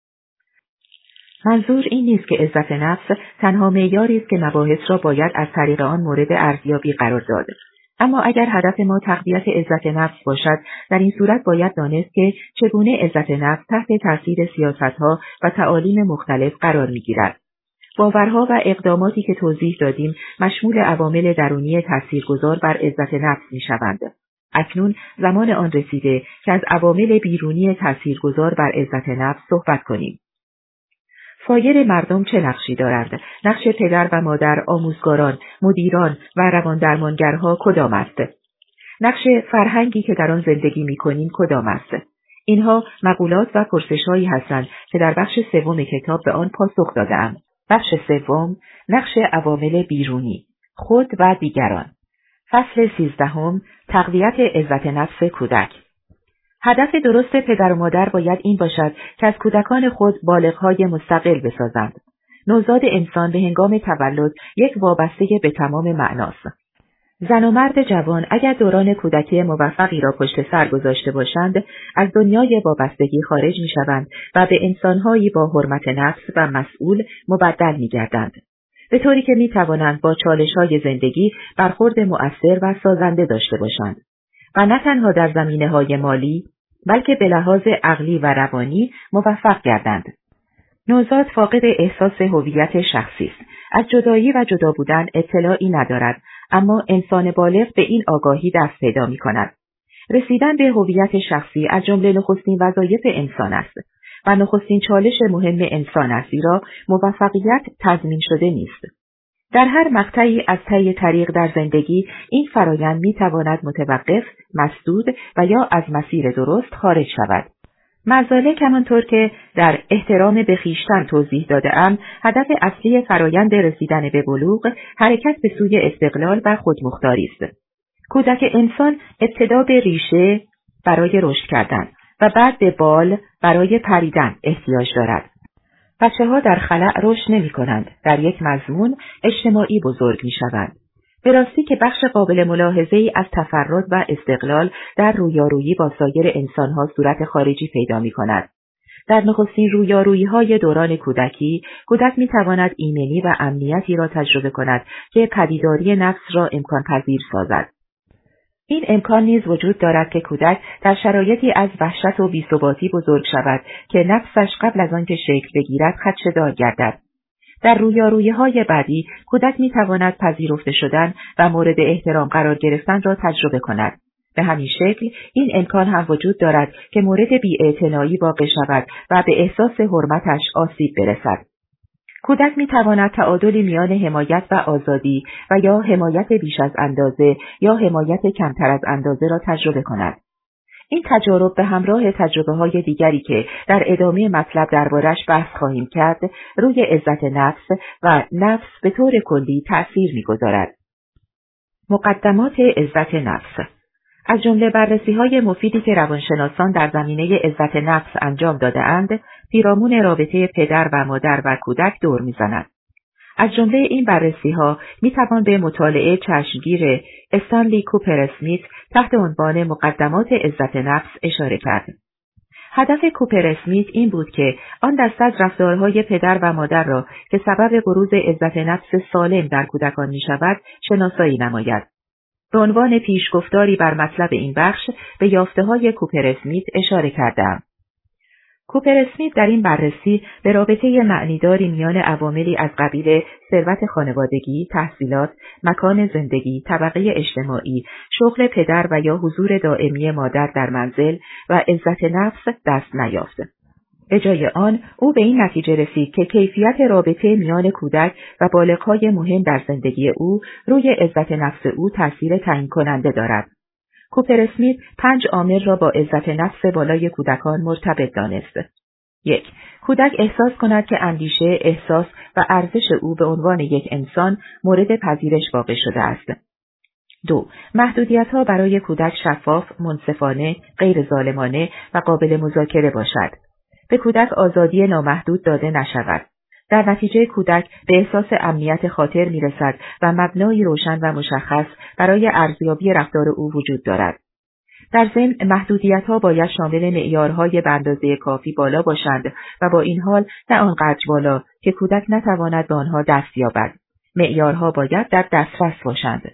منظور این نیست که عزت نفس تنها معیاری است که مباحث را باید از طریق آن مورد ارزیابی قرار داد. اما اگر هدف ما تقویت عزت نفس باشد، در این صورت باید دانست که چگونه عزت نفس تحت تاثیر سیاست‌ها و تعالیم مختلف قرار می‌گیرد. باورها و اقداماتی که توضیح دادیم مشمول عوامل درونی تاثیرگذار بر عزت نفس می‌شوند. اکنون زمان آن رسیده که از عوامل بیرونی تاثیرگذار بر عزت نفس صحبت کنیم. سایر مردم چه نقشی دارند؟ نقش پدر و مادر، آموزگاران، مدیران و رواندرمانگرها کدام است؟ نقش فرهنگی که در آن زندگی می‌کنیم کدام است؟ اینها مقولات و پرسش‌هایی هستند که در بخش 3 کتاب به آن پاسخ داده‌ام. بخش 3 نقش عوامل بیرونی، خود و دیگران. فصل 13 تقویت عزت نفس کودک. هدف درست پدر و مادر باید این باشد که از کودکان خود بالغ‌های مستقل بسازند. نوزاد انسان به هنگام تولد یک وابسته به تمام معناست. زن و مرد جوان اگر دوران کودکی موفقی را پشت سر گذاشته باشند، از دنیای وابستگی خارج می‌شوند و به انسان‌هایی با حرمت نفس و مسئول مبدل می‌گردند. به طوری که می‌توانند با چالش‌های زندگی برخورد مؤثر و سازنده داشته باشند. و نه تنها در زمینه‌های مالی، بلکه به لحاظ عقلی و روانی موفق گردند. نوزاد فاقد احساس هویت شخصی است. از جدایی و جدا بودن اطلاعی ندارد، اما انسان بالغ به این آگاهی دست پیدا می‌کند. رسیدن به هویت شخصی از جمله نخستین وظایف انسان است و نخستین چالش مهم انسان است، زیرا موفقیت تضمین شده نیست. در هر مقطعی از طی طریق در زندگی این فرایند می‌تواند متوقف، مسدود و یا از مسیر درست خارج شود. مزالک همانطور که در احترام به خویشتن توضیح داده‌ام، هدف اصلی فرایند رسیدن به بلوغ حرکت به سوی استقلال و خودمختاری است. کودک انسان ابتدا به ریشه برای رشد کردن و بعد به بال برای پریدن احتیاج دارد. بچه‌ها در خلأ رشد نمی‌کنند، در یک مضمون اجتماعی بزرگ می‌شوند. به راستی که بخش قابل ملاحظه‌ای از تفرد و استقلال در رویارویی با سایر انسان‌ها صورت خارجی پیدا می‌کند. در نخستین رویارویی‌های دوران کودکی، کودک می‌تواند ایمنی و امنیتی را تجربه کند که پدیداری نفس را امکان پذیر سازد. این امکان نیز وجود دارد که کودک در شرایطی از وحشت و بی‌ثباتی بزرگ شود که نفسش قبل از آنکه شکل بگیرد خدشه‌دار گردد. در رویارویی‌های بعدی کودک می‌تواند پذیرفته شدن و مورد احترام قرار گرفتن را تجربه کند. به همین شکل این امکان هم وجود دارد که مورد بی‌اعتنایی واقع شود و به احساس حرمتش آسیب برسد. کودک می‌تواند تعادلی میان حمایت و آزادی و یا حمایت بیش از اندازه یا حمایت کمتر از اندازه را تجربه کند. این تجارب به همراه تجربه‌های دیگری که در ادامه مطلب دربارش بحث خواهیم کرد، روی عزت نفس و نفس به طور کلی تأثیر می‌گذارد. مقدمات عزت نفس. از جمله بررسی‌های مفیدی که روانشناسان در زمینه عزت نفس انجام داده‌اند، پیرامون رابطه پدر و مادر و کودک دور می‌زند. از جمله این بررسی‌ها می‌توان به مطالعه چشمگیر استنلی کوپر اسمیت تحت عنوان مقدمات عزت نفس اشاره کرد. هدف کوپر اسمیت این بود که آن دسته از رفتارهای پدر و مادر را که سبب بروز عزت نفس سالم در کودکان می‌شود، شناسایی نماید. به عنوان پیشگفتاری بر مطلب این بخش به یافته‌های کوپر اسمیت اشاره کردم. کوپر اسمیت در این بررسی به رابطه معنیداری میان عواملی از قبیل ثروت خانوادگی، تحصیلات، مکان زندگی، طبقه اجتماعی، شغل پدر و یا حضور دائمی مادر در منزل و عزت نفس دست نیافت. به جای آن، او به این نتیجه رسید که کیفیت رابطه میان کودک و بالغ‌های مهم در زندگی او روی عزت نفس او تأثیر تعیین کننده دارد. کوپر اسمیت 5 عامل را با عزت نفس بالای کودکان مرتبط دانست. 1. کودک احساس کند که اندیشه، احساس و ارزش او به عنوان یک انسان مورد پذیرش واقع شده است. 2. محدودیت‌ها برای کودک شفاف، منصفانه، غیر ظالمانه و قابل مذاکره باشد. به کودک آزادی نامحدود داده نشود. در نتیجه کودک به احساس امنیت خاطر می‌رسد و مبنایی روشن و مشخص برای ارزیابی رفتار او وجود دارد. در ضمن محدودیت‌ها باید شامل معیارهای به اندازه کافی بالا باشند و با این حال نه آنقدر بالا که کودک نتواند به آنها دست یابد. معیارها باید در دسترس باشند.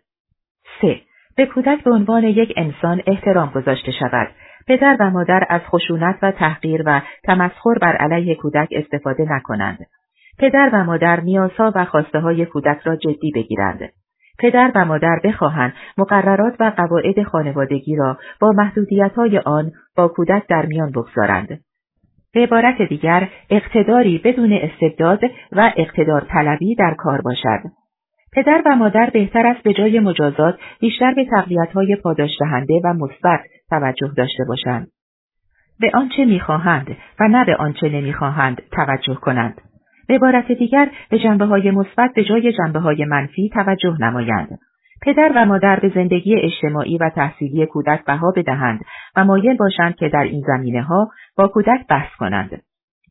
3. به کودک به عنوان یک انسان احترام گذاشته شود. پدر و مادر از خشونت و تحقیر و تمسخر بر علیه کودک استفاده نکنند. پدر و مادر نیازها و خواسته‌های کودک را جدی بگیرند. پدر و مادر بخواهند مقررات و قواعد خانوادگی را با محدودیت‌های آن با کودک در میان بگذارند. به عبارت دیگر، اقتداری بدون استبداد و اقتدار طلبی در کار باشد. پدر و مادر بهتر است به جای مجازات بیشتر به تقویت‌های پاداش دهنده و مثبت توجه داشته باشند. به آنچه می‌خواهند و نه به آنچه نمی‌خواهند توجه کنند. به عبارت دیگر، به جنبه‌های مثبت به جای جنبه‌های منفی توجه نمایند. پدر و مادر به زندگی اجتماعی و تحصیلی کودک بها بدهند و مایل باشند که در این زمینه‌ها با کودک بحث کنند.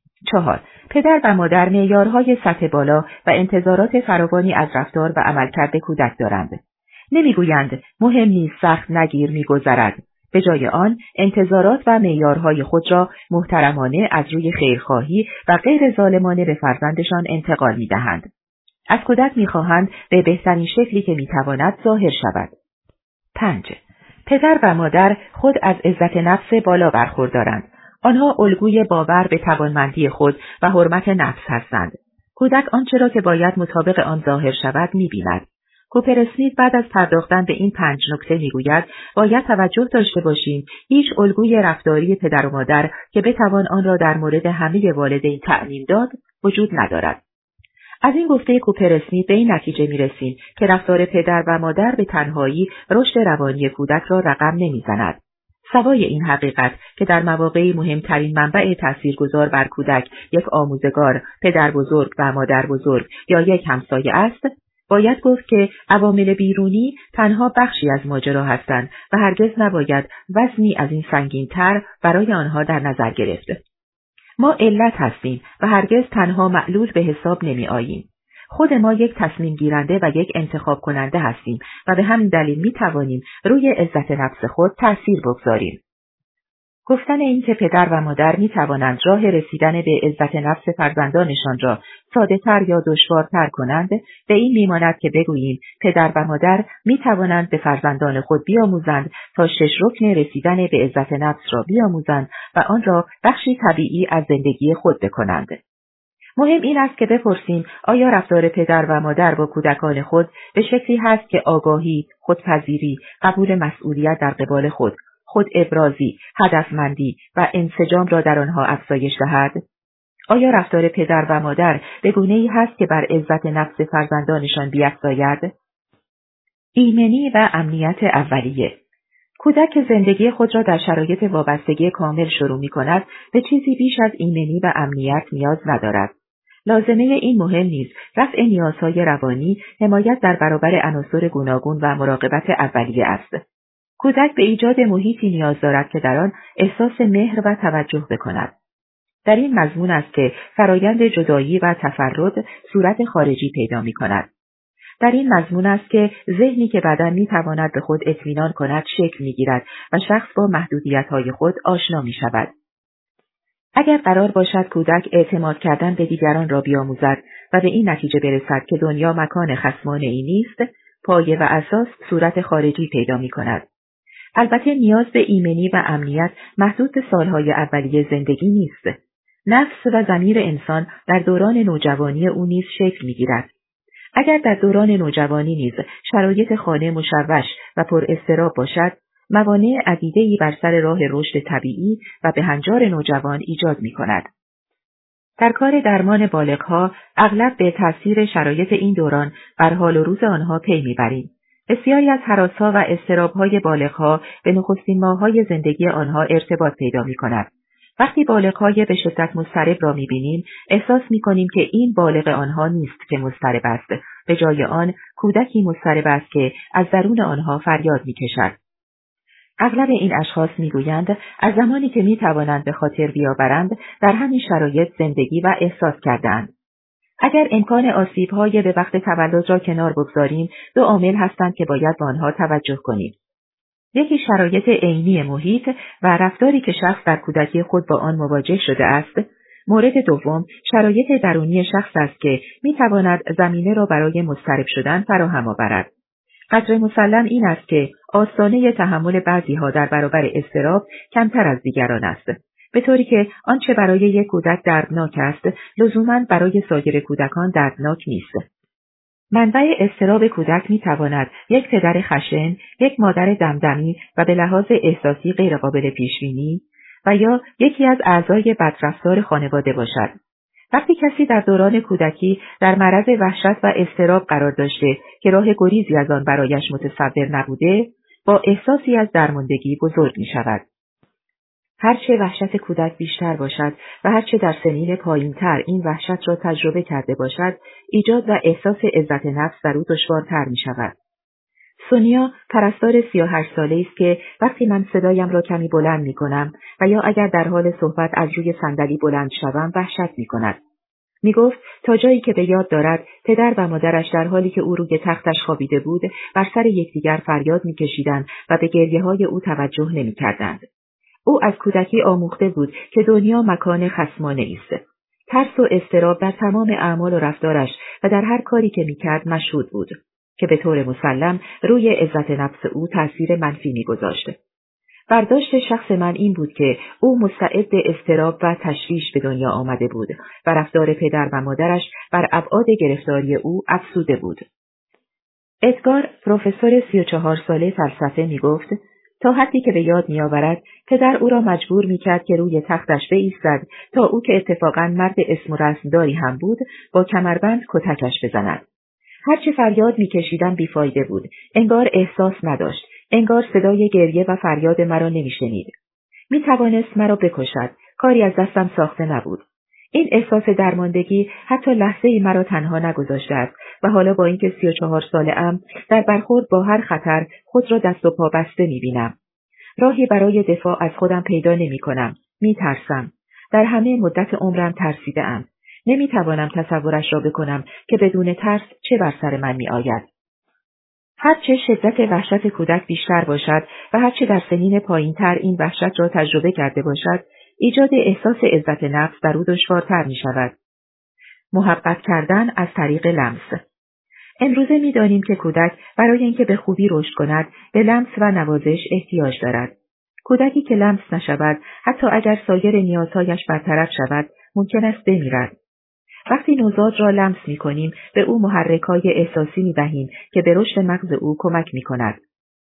4. پدر و مادر معیارهای سطح بالا و انتظارات فراوانی از رفتار و عملکرد کودک دارند. نمیگویند مهم نیست، سخت نگیر، میگذرد. به جای آن انتظارات و معیارهای خود را محترمانه از روی خیرخواهی و غیر ظالمانه به فرزندشان انتقال می‌دهند. از کودک می‌خواهند به بهترین شکلی که می‌تواند ظاهر شود. 5. پدر و مادر خود از عزت نفس بالا برخوردارند. آنها الگوی باور به توانمندی خود و حرمت نفس هستند. کودک آنچه را که باید مطابق آن ظاهر شود می‌بیند. کوپر اسمیت بعد از پرداختن به این 5 نکته میگوید باید توجه داشته باشیم هیچ الگوی رفتاری پدر و مادر که بتوان آن را در مورد همه والدین تعمیم داد وجود ندارد. از این گفته کوپر اسمیت به این نتیجه میرسیم که رفتار پدر و مادر به تنهایی رشد روانی کودک را رقم نمیزند. سوای این حقیقت که در مواقعی مهمترین منبع تاثیرگذار بر کودک یک آموزگار، پدر بزرگ و مادر بزرگ یا یک همسایه است، باید گفت که عوامل بیرونی تنها بخشی از ماجرا هستند و هرگز نباید وزنی از این سنگین‌تر برای آنها در نظر گرفت. ما علت هستیم و هرگز تنها معلول به حساب نمی آییم. خود ما یک تصمیم گیرنده و یک انتخاب کننده هستیم و به همین دلیل می توانیم روی عزت نفس خود تأثیر بگذاریم. گفتن این که پدر و مادر می توانند راه رسیدن به عزت نفس فرزندانشان را ساده‌تر یا دشوارتر کنند، به این میماند که بگوییم پدر و مادر می توانند به فرزندان خود بیاموزند تا 6 رکن رسیدن به عزت نفس را بیاموزند و آن را بخشی طبیعی از زندگی خود بکنند. مهم این است که بپرسیم آیا رفتار پدر و مادر با کودکان خود به شکلی هست که آگاهی، خودپذیری، قبول مسئولیت در قبال خود ابرازی، هدفمندی و انسجام را در آنها افزایش دهد؟ آیا رفتار پدر و مادر به گونه‌ای هست که بر عزت نفس فرزندانشان بیفزاید؟ ایمنی و امنیت اولیه. کودک که زندگی خود را در شرایط وابستگی کامل شروع می‌کند، به چیزی بیش از ایمنی و امنیت نیاز ندارد. لازمه این مهم نیز رفع نیازهای روانی، حمایت در برابر عناصر گوناگون و مراقبت اولیه است. کودک به ایجاد محیطی نیاز دارد که در آن احساس مهر و توجه بکند. در این مضمون است که فرایند جدایی و تفرد صورت خارجی پیدا می‌کند. در این مضمون است که ذهنی که بعداً می‌تواند به خود اطمینان کند شکل می‌گیرد و شخص با محدودیت‌های خود آشنا می‌شود. اگر قرار باشد کودک اعتماد کردن به دیگران را بیاموزد و به این نتیجه برسد که دنیا مکان خصمانه‌ای نیست، پایه و اساس صورت خارجی پیدا می‌کند. البته نیاز به ایمنی و امنیت محدود به سالهای اولیه زندگی نیست. نفس و ضمیر انسان در دوران نوجوانی او نیز شکل می‌گیرد. اگر در دوران نوجوانی نیز شرایط خانه مشوش و پر اضطراب باشد، موانع عدیده‌ای بر سر راه رشد طبیعی و به هنجار نوجوان ایجاد می‌کند. در کار درمان بالغ‌ها اغلب به تأثیر شرایط این دوران بر حال و روز آنها پی می‌بریم. بسیاری از هراس‌ها و اضطراب‌های بالغ‌ها به نخستین ماه‌های زندگی آنها ارتباط پیدا می‌کند. وقتی بالغ‌های به شدت مضطرب را می‌بینیم، احساس می‌کنیم که این بالغ آنها نیست که مضطرب است، به جای آن کودکی مضطرب است که از درون آنها فریاد می‌کشد. اغلب این اشخاص می‌گویند از زمانی که می‌توانند به خاطر بیاورند، در همین شرایط زندگی و احساس کردند. اگر امکان آسیب‌های به وقت تولد را کنار بگذاریم، 2 عامل هستند که باید به آنها توجه کنیم. یکی شرایط عینی محیط و رفتاری که شخص در کودکی خود با آن مواجه شده است. مورد دوم شرایط درونی شخص است که می‌تواند زمینه را برای مضطرب شدن فراهم آورد. قدر مسلم این است که آستانه تحمل بعضی‌ها در برابر اضطراب کمتر از دیگران است، به طوری که آنچه برای یک کودک دردناک است، لزوماً برای سایر کودکان دردناک نیست. منبع اضطراب کودک می‌تواند یک پدر خشن، یک مادر دمدمی و به لحاظ احساسی غیرقابل پیش‌بینی و یا یکی از اعضای بدرفتار خانواده باشد. وقتی کسی در دوران کودکی در معرض وحشت و اضطراب قرار داشته که راه گریزی از آن برایش متصور نبوده، با احساسی از درماندگی بزرگ می‌شود. هرچه وحشت کودک بیشتر باشد و هرچه در سنین پایین‌تر این وحشت را تجربه کرده باشد، ایجاد و احساس عزت نفس در او دشوارتر می‌شود. سونیا پرستار 38 ساله است که وقتی من صدایم را کمی بلند می‌کنم و یا اگر در حال صحبت از روی صندلی بلند شوم وحشت می‌کند. می‌گفت تا جایی که به یاد دارد پدر و مادرش در حالی که او روی تختش خوابیده بود بر سر یکدیگر فریاد می‌کشیدند و به گریه‌های او توجه نمی‌کردند. او از کودکی آموخته بود که دنیا مکان خصمانه است. ترس و اضطراب در تمام اعمال و رفتارش و در هر کاری که می‌کرد مشهود بود که به طور مسلم روی عزت نفس او تأثیر منفی می‌گذاشت. برداشت شخص من این بود که او مستعد اضطراب و تشویش به دنیا آمده بود و رفتار پدر و مادرش بر ابعاد گرفتاری او افزوده بود. ادگار، پروفسور 34 ساله فلسفه می‌گفت تا حدی که به یاد می‌آورد پدر او را مجبور می‌کرد که روی تختش بایستد تا او که اتفاقاً مرد اسم و رسمداری هم بود با کمربند کتکش بزند. هرچه فریاد می‌کشیدم بیفایده بود. انگار احساس نداشت. انگار صدای گریه و فریاد مرا نمی‌شنید. می‌توانست مرا بکشد. کاری از دستم ساخته نبود. این احساس درماندگی حتی لحظه‌ای مرا تنها نگذاشته است و حالا با اینکه 34 ساله‌ام در برخورد با هر خطر خود را دست و پا بسته می‌بینم. راهی برای دفاع از خودم پیدا نمی‌کنم. می‌ترسم. در همه مدت عمرم ترسیده‌ام. نمی‌توانم تصورش را بکنم که بدون ترس چه بر سر من می‌آید. هرچه شدت وحشت کودک بیشتر باشد و هرچه در سنین پایین‌تر این وحشت را تجربه کرده باشد، ایجاد احساس عزت نفس در او دشوارتر می شود. محبت کردن از طریق لمس. امروزه می دانیم که کودک برای اینکه به خوبی رشد کند به لمس و نوازش احتیاج دارد. کودکی که لمس نشود، حتی اگر سایر نیازهایش برطرف شود، ممکن است بمیرد. وقتی نوزاد را لمس می کنیم، به او محرک‌های احساسی می دهیم که به رشد مغز او کمک می کند.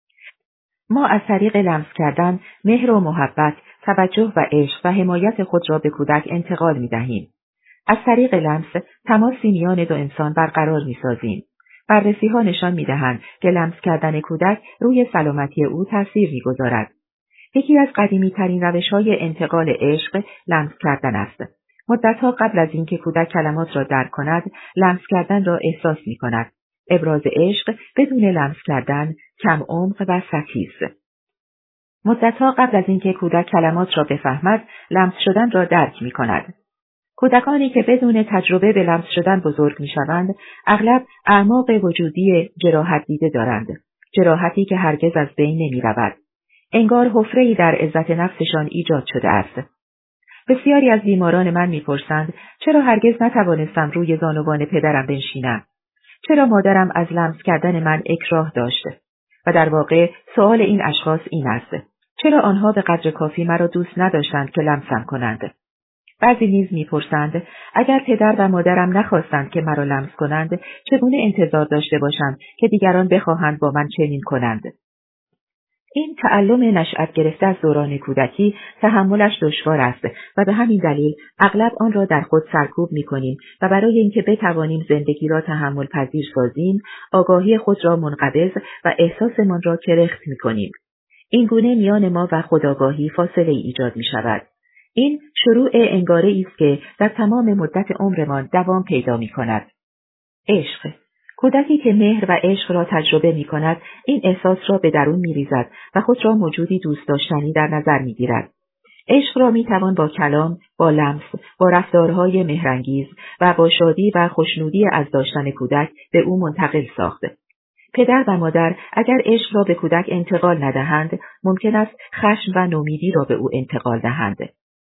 ما از طریق لمس کردن، مهر و محبت، توجه و عشق و حمایت خود را به کودک انتقال می دهیم. از طریق لمس، تماسی میان دو انسان برقرار می سازیم. بررسی‌ها نشان می دهند که لمس کردن کودک روی سلامتی او تأثیر می گذارد. یکی از قدیمی‌ترین روش‌های انتقال عشق لمس کردن است. مدت‌ها قبل از اینکه کودک کلمات را درک کند، لمس کردن را احساس می‌کند. ابراز عشق بدون لمس کردن کم عمق و سطحی است. مدت‌ها قبل از اینکه کودک کلمات را بفهمد، لمس شدن را درک می‌کند. کودکانی که بدون تجربه به لمس شدن بزرگ می‌شوند، اغلب اعماق وجودی جراحت دیده دارند. جراحتی که هرگز از بین نمی‌رود. انگار حفره‌ای در عزت نفسشان ایجاد شده است. بسیاری از بیماران من میپرسند چرا هرگز نتوانستم روی زانوان پدرم بنشینم؟ چرا مادرم از لمس کردن من اکراه داشت؟ و در واقع سؤال این اشخاص این است: چرا آنها به قدر کافی مرا دوست نداشتند که لمسم کنند؟ بعضی نیز میپرسند اگر پدر و مادرم نخواستند که مرا لمس کنند، چگونه انتظار داشته باشم که دیگران بخواهند با من چنین کنند؟ این تعلم نشأت گرفته از دوران کودکی تحملش دشوار است و به همین دلیل اغلب آن را در خود سرکوب می‌کنیم و برای اینکه بتوانیم زندگی را تحمل پذیر سازیم، آگاهی خود را منقبض و احساسمان را کرخت می‌کنیم. این گونه میان ما و خودآگاهی فاصله ایجاد می‌شود. این شروع انگاره‌ای است که در تمام مدت عمرمان دوام پیدا می‌کند. عشق. کودکی که مهر و عشق را تجربه می کند، این احساس را به درون می ریزد و خود را موجودی دوست داشتنی در نظر می گیرد. عشق را می توان با کلام، با لمس، با رفتارهای مهرانگیز و با شادی و خوشنودی از داشتن کودک به او منتقل ساخت. پدر و مادر اگر عشق را به کودک انتقال ندهند، ممکن است خشم و نومیدی را به او انتقال دهند.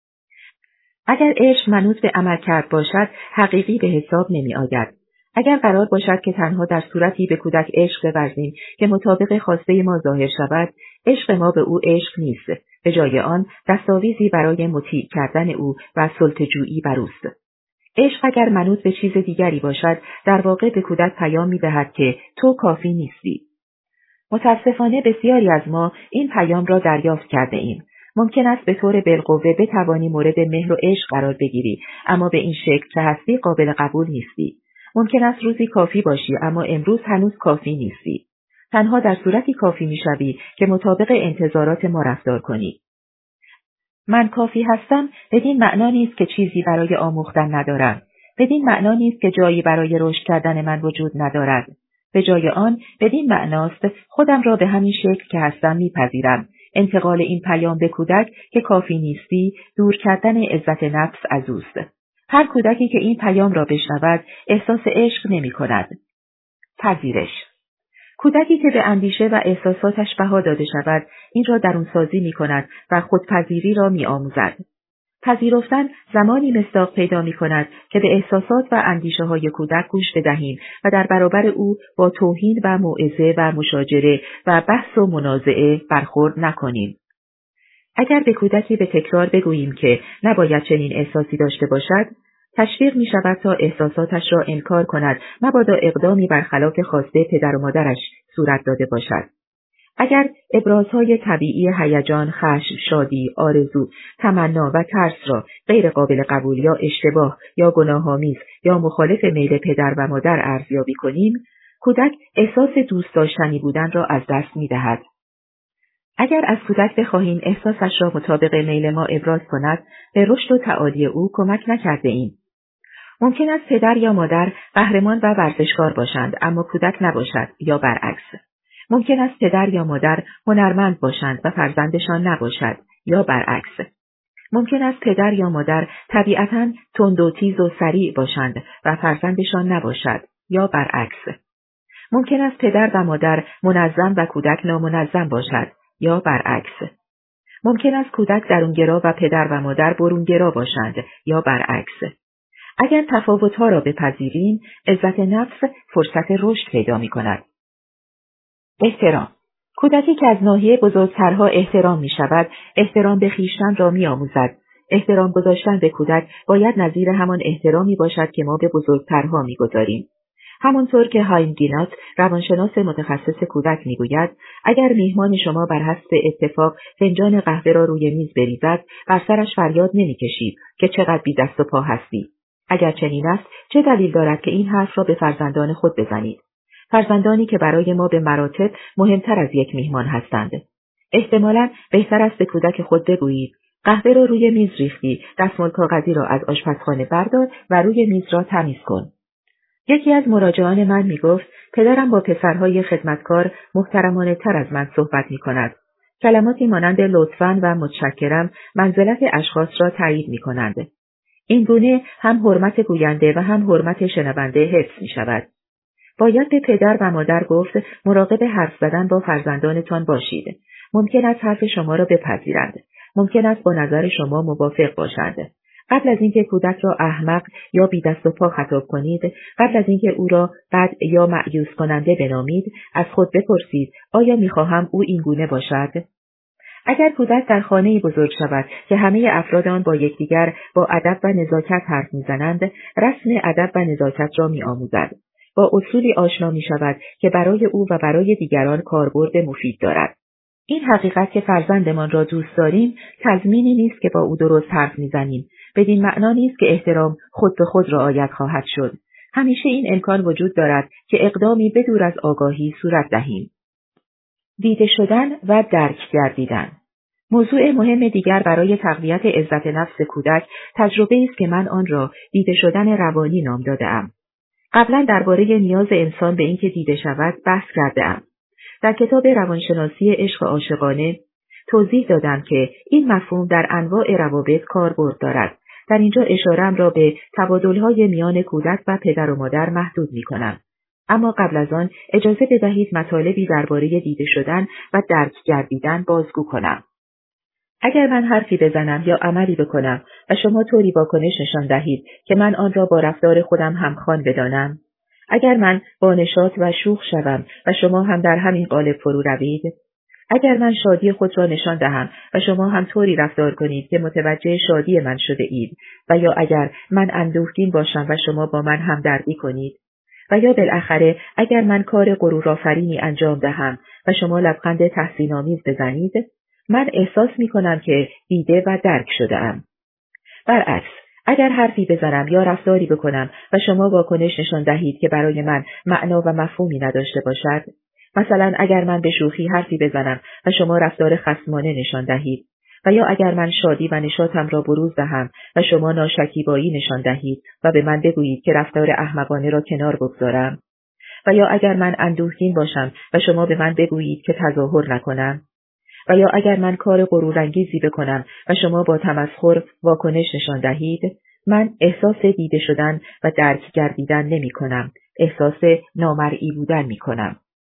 اگر عشق منوط به عمل کرد باشد، حقیقی به حساب نمی آید. اگر قرار باشد که تنها در صورتی به کودک عشق بورزیم که مطابق خواسته ما ظاهر شود، عشق ما به او عشق نیست. به جای آن دستاویزی برای مطیع کردن او و سلطه‌جویی بر اوست. عشق اگر منوط به چیز دیگری باشد، در واقع به کودک پیام می‌دهد که تو کافی نیستی. متاسفانه بسیاری از ما این پیام را دریافت کرده ایم. ممکن است به طور بالقوه بتوانی مورد مهر و عشق قرار بگیری، اما به این شکل که هستی قابل قبول نیستی. ممکن است روزی کافی باشی، اما امروز هنوز کافی نیستی. تنها در صورتی کافی میشوی که مطابق انتظارات ما رفتار کنی. من کافی هستم بدین معنا نیست که چیزی برای آموختن ندارم. بدین معنا نیست که جایی برای رشد کردن من وجود ندارد. به جای آن بدین معناست خودم را به همین شکل که هستم میپذیرم. انتقال این پیام به کودک که کافی نیستی، دور کردن عزت نفس از اوست. هر کودکی که این پیام را بشنود، احساس عشق نمی کند. پذیرش. کودکی که به اندیشه و احساساتش بها داده شود، این را درونسازی می کند و خودپذیری را می آموزد. پذیرفتن زمانی مصداق پیدا می کند که به احساسات و اندیشه های کودک گوش بدهیم و در برابر او با توهین و موعظه و مشاجره و بحث و منازعه برخورد نکنیم. اگر به کودکی به تکرار بگوییم که نباید چنین احساسی داشته باشد، تشویق می شود تا احساساتش را انکار کند، مبادا اقدامی برخلاف خواسته پدر و مادرش صورت داده باشد. اگر ابرازهای طبیعی هیجان، خشم، شادی، آرزو، تمنا و ترس را غیر قابل قبول یا اشتباه یا گناه‌آمیز یا مخالف میل پدر و مادر ارزیابی کنیم، کودک احساس دوست داشتنی بودن را از دست می دهد. اگر از کودک بخواهیم احساسش را مطابق میل ما ابراز کند، به رشد و تعالی او کمک نکرده ایم. ممکن است پدر یا مادر قهرمان و ورزشکار باشند، اما کودک نباشد، یا برعکس. ممکن است پدر یا مادر هنرمند باشند و فرزندشان نباشد، یا برعکس. ممکن است پدر یا مادر طبیعتاً تند و تیز و سریع باشند و فرزندشان نباشد، یا برعکس. ممکن است پدر و مادر منظم و کودک نامنظم باشد یا برعکس. ممکن است کودک درونگرا و پدر و مادر برونگرا باشند یا برعکس. اگر تفاوت‌ها را بپذیریم، عزت نفس فرصت رشد پیدا می‌کند. احترام. کودکی که از ناحیه بزرگترها احترام می‌شود، احترام به خویشتن را می‌آموزد. احترام گذاشتن به کودک باید نظیر همان احترامی باشد که ما به بزرگترها می‌گذاریم. همانطور که هایم گینات، روانشناس متخصص کودک میگوید، اگر میهمان شما بر حسب اتفاق فنجان قهوه را روی میز بریزد، بر سرش فریاد نمی‌کشید که چقدر بی دست و پا هستی. اگر چنین است، چه دلیل دارد که این حرف را به فرزندان خود بزنید؟ فرزندانی که برای ما به مراتب مهمتر از یک میهمان هستند. احتمالاً بهتر است به کودک خود بگویید، قهوه را روی میز ریختی، دستمال کاغذی را از آشپزخانه بردار و روی میز را تمیز کن. یکی از مراجعان من می گفت پدرم با پسرهای خدمتکار محترمانه تر از من صحبت می کند. کلماتی مانند لطفاً و متشکرم منزلت اشخاص را تایید می کنند. این گونه هم حرمت گوینده و هم حرمت شنونده حفظ می شود. باید به پدر و مادر گفت مراقب حرف زدن با فرزندانتان باشید. ممکن است حرف شما را بپذیرند. ممکن است با نظر شما موافق باشند. قبل از اینکه کودک را احمق یا بی دست و پا خطاب کنید، قبل از اینکه او را بد یا مأیوس کننده بنامید، از خود بپرسید آیا می‌خواهم او این گونه باشد؟ اگر کودک در خانه‌ای بزرگ شود که همه افراد آن با یکدیگر با ادب و نزاکت حرف می‌زنند، رسم ادب و نزاکت را می‌آموزد. با اصولی آشنا می‌شود که برای او و برای دیگران کاربرد مفید دارد. این حقیقت که فرزندمان را دوست داریم تضمینی نیست که با او درست حرف می‌زنیم. بدین معنا نیست که احترام خود به خود رعایت خواهد شد. همیشه این امکان وجود دارد که اقدامی بدور از آگاهی صورت دهیم. دیده شدن و درک گردیدن. موضوع مهم دیگر برای تقویت عزت نفس کودک تجربه است که من آن را دیده شدن روانی نام داده‌ام. قبلا درباره نیاز انسان به اینکه دیده شود بحث کرده‌ام. در کتاب روانشناسی عشق عاشقانه توضیح دادم که این مفهوم در انواع روابط کاربرد دارد. در اینجا اشاره‌ام را به تبادل‌های میان کودک و پدر و مادر محدود می‌کنم. اما قبل از آن اجازه بدهید مطالبی درباره دیده شدن و درک گردیدن بازگو کنم. اگر من حرفی بزنم یا عملی بکنم و شما طوری واکنش نشان دهید که من آن را با رفتار خودم همخوان بدانم، اگر من با نشاط و شوخ شوم و شما هم در همین قالب فرو روید، اگر من شادی خود را نشان دهم و شما هم طوری رفتار کنید که متوجه شادی من شده اید، و یا اگر من اندوهگین باشم و شما با من همدردی کنید، و یا بالاخره اگر من کار غرورآفرینی انجام دهم و شما لبخند تحسین‌آمیز بزنید، من احساس می‌کنم که دیده و درک شده‌ام. برعکس، اگر حرفی بزنم یا رفتاری بکنم و شما واکنش نشان دهید که برای من معنا و مفهومی نداشته باشد، مثلا اگر من به شوخی حرفی بزنم و شما رفتار خصمانه نشان دهید، و یا اگر من شادی و نشاطم را بروز دهم و شما ناشکیبایی نشان دهید و به من بگویید که رفتار احمقانه را کنار بگذارم، و یا اگر من اندوهگین باشم و شما به من بگویید که تظاهر نکنم، و یا اگر من کار غرورانگیزی بکنم و شما با تمسخر واکنش نشان دهید، من احساس دیده شدن و درک گردیدن نمی کنم، احساس نامرئی بودن می کنم.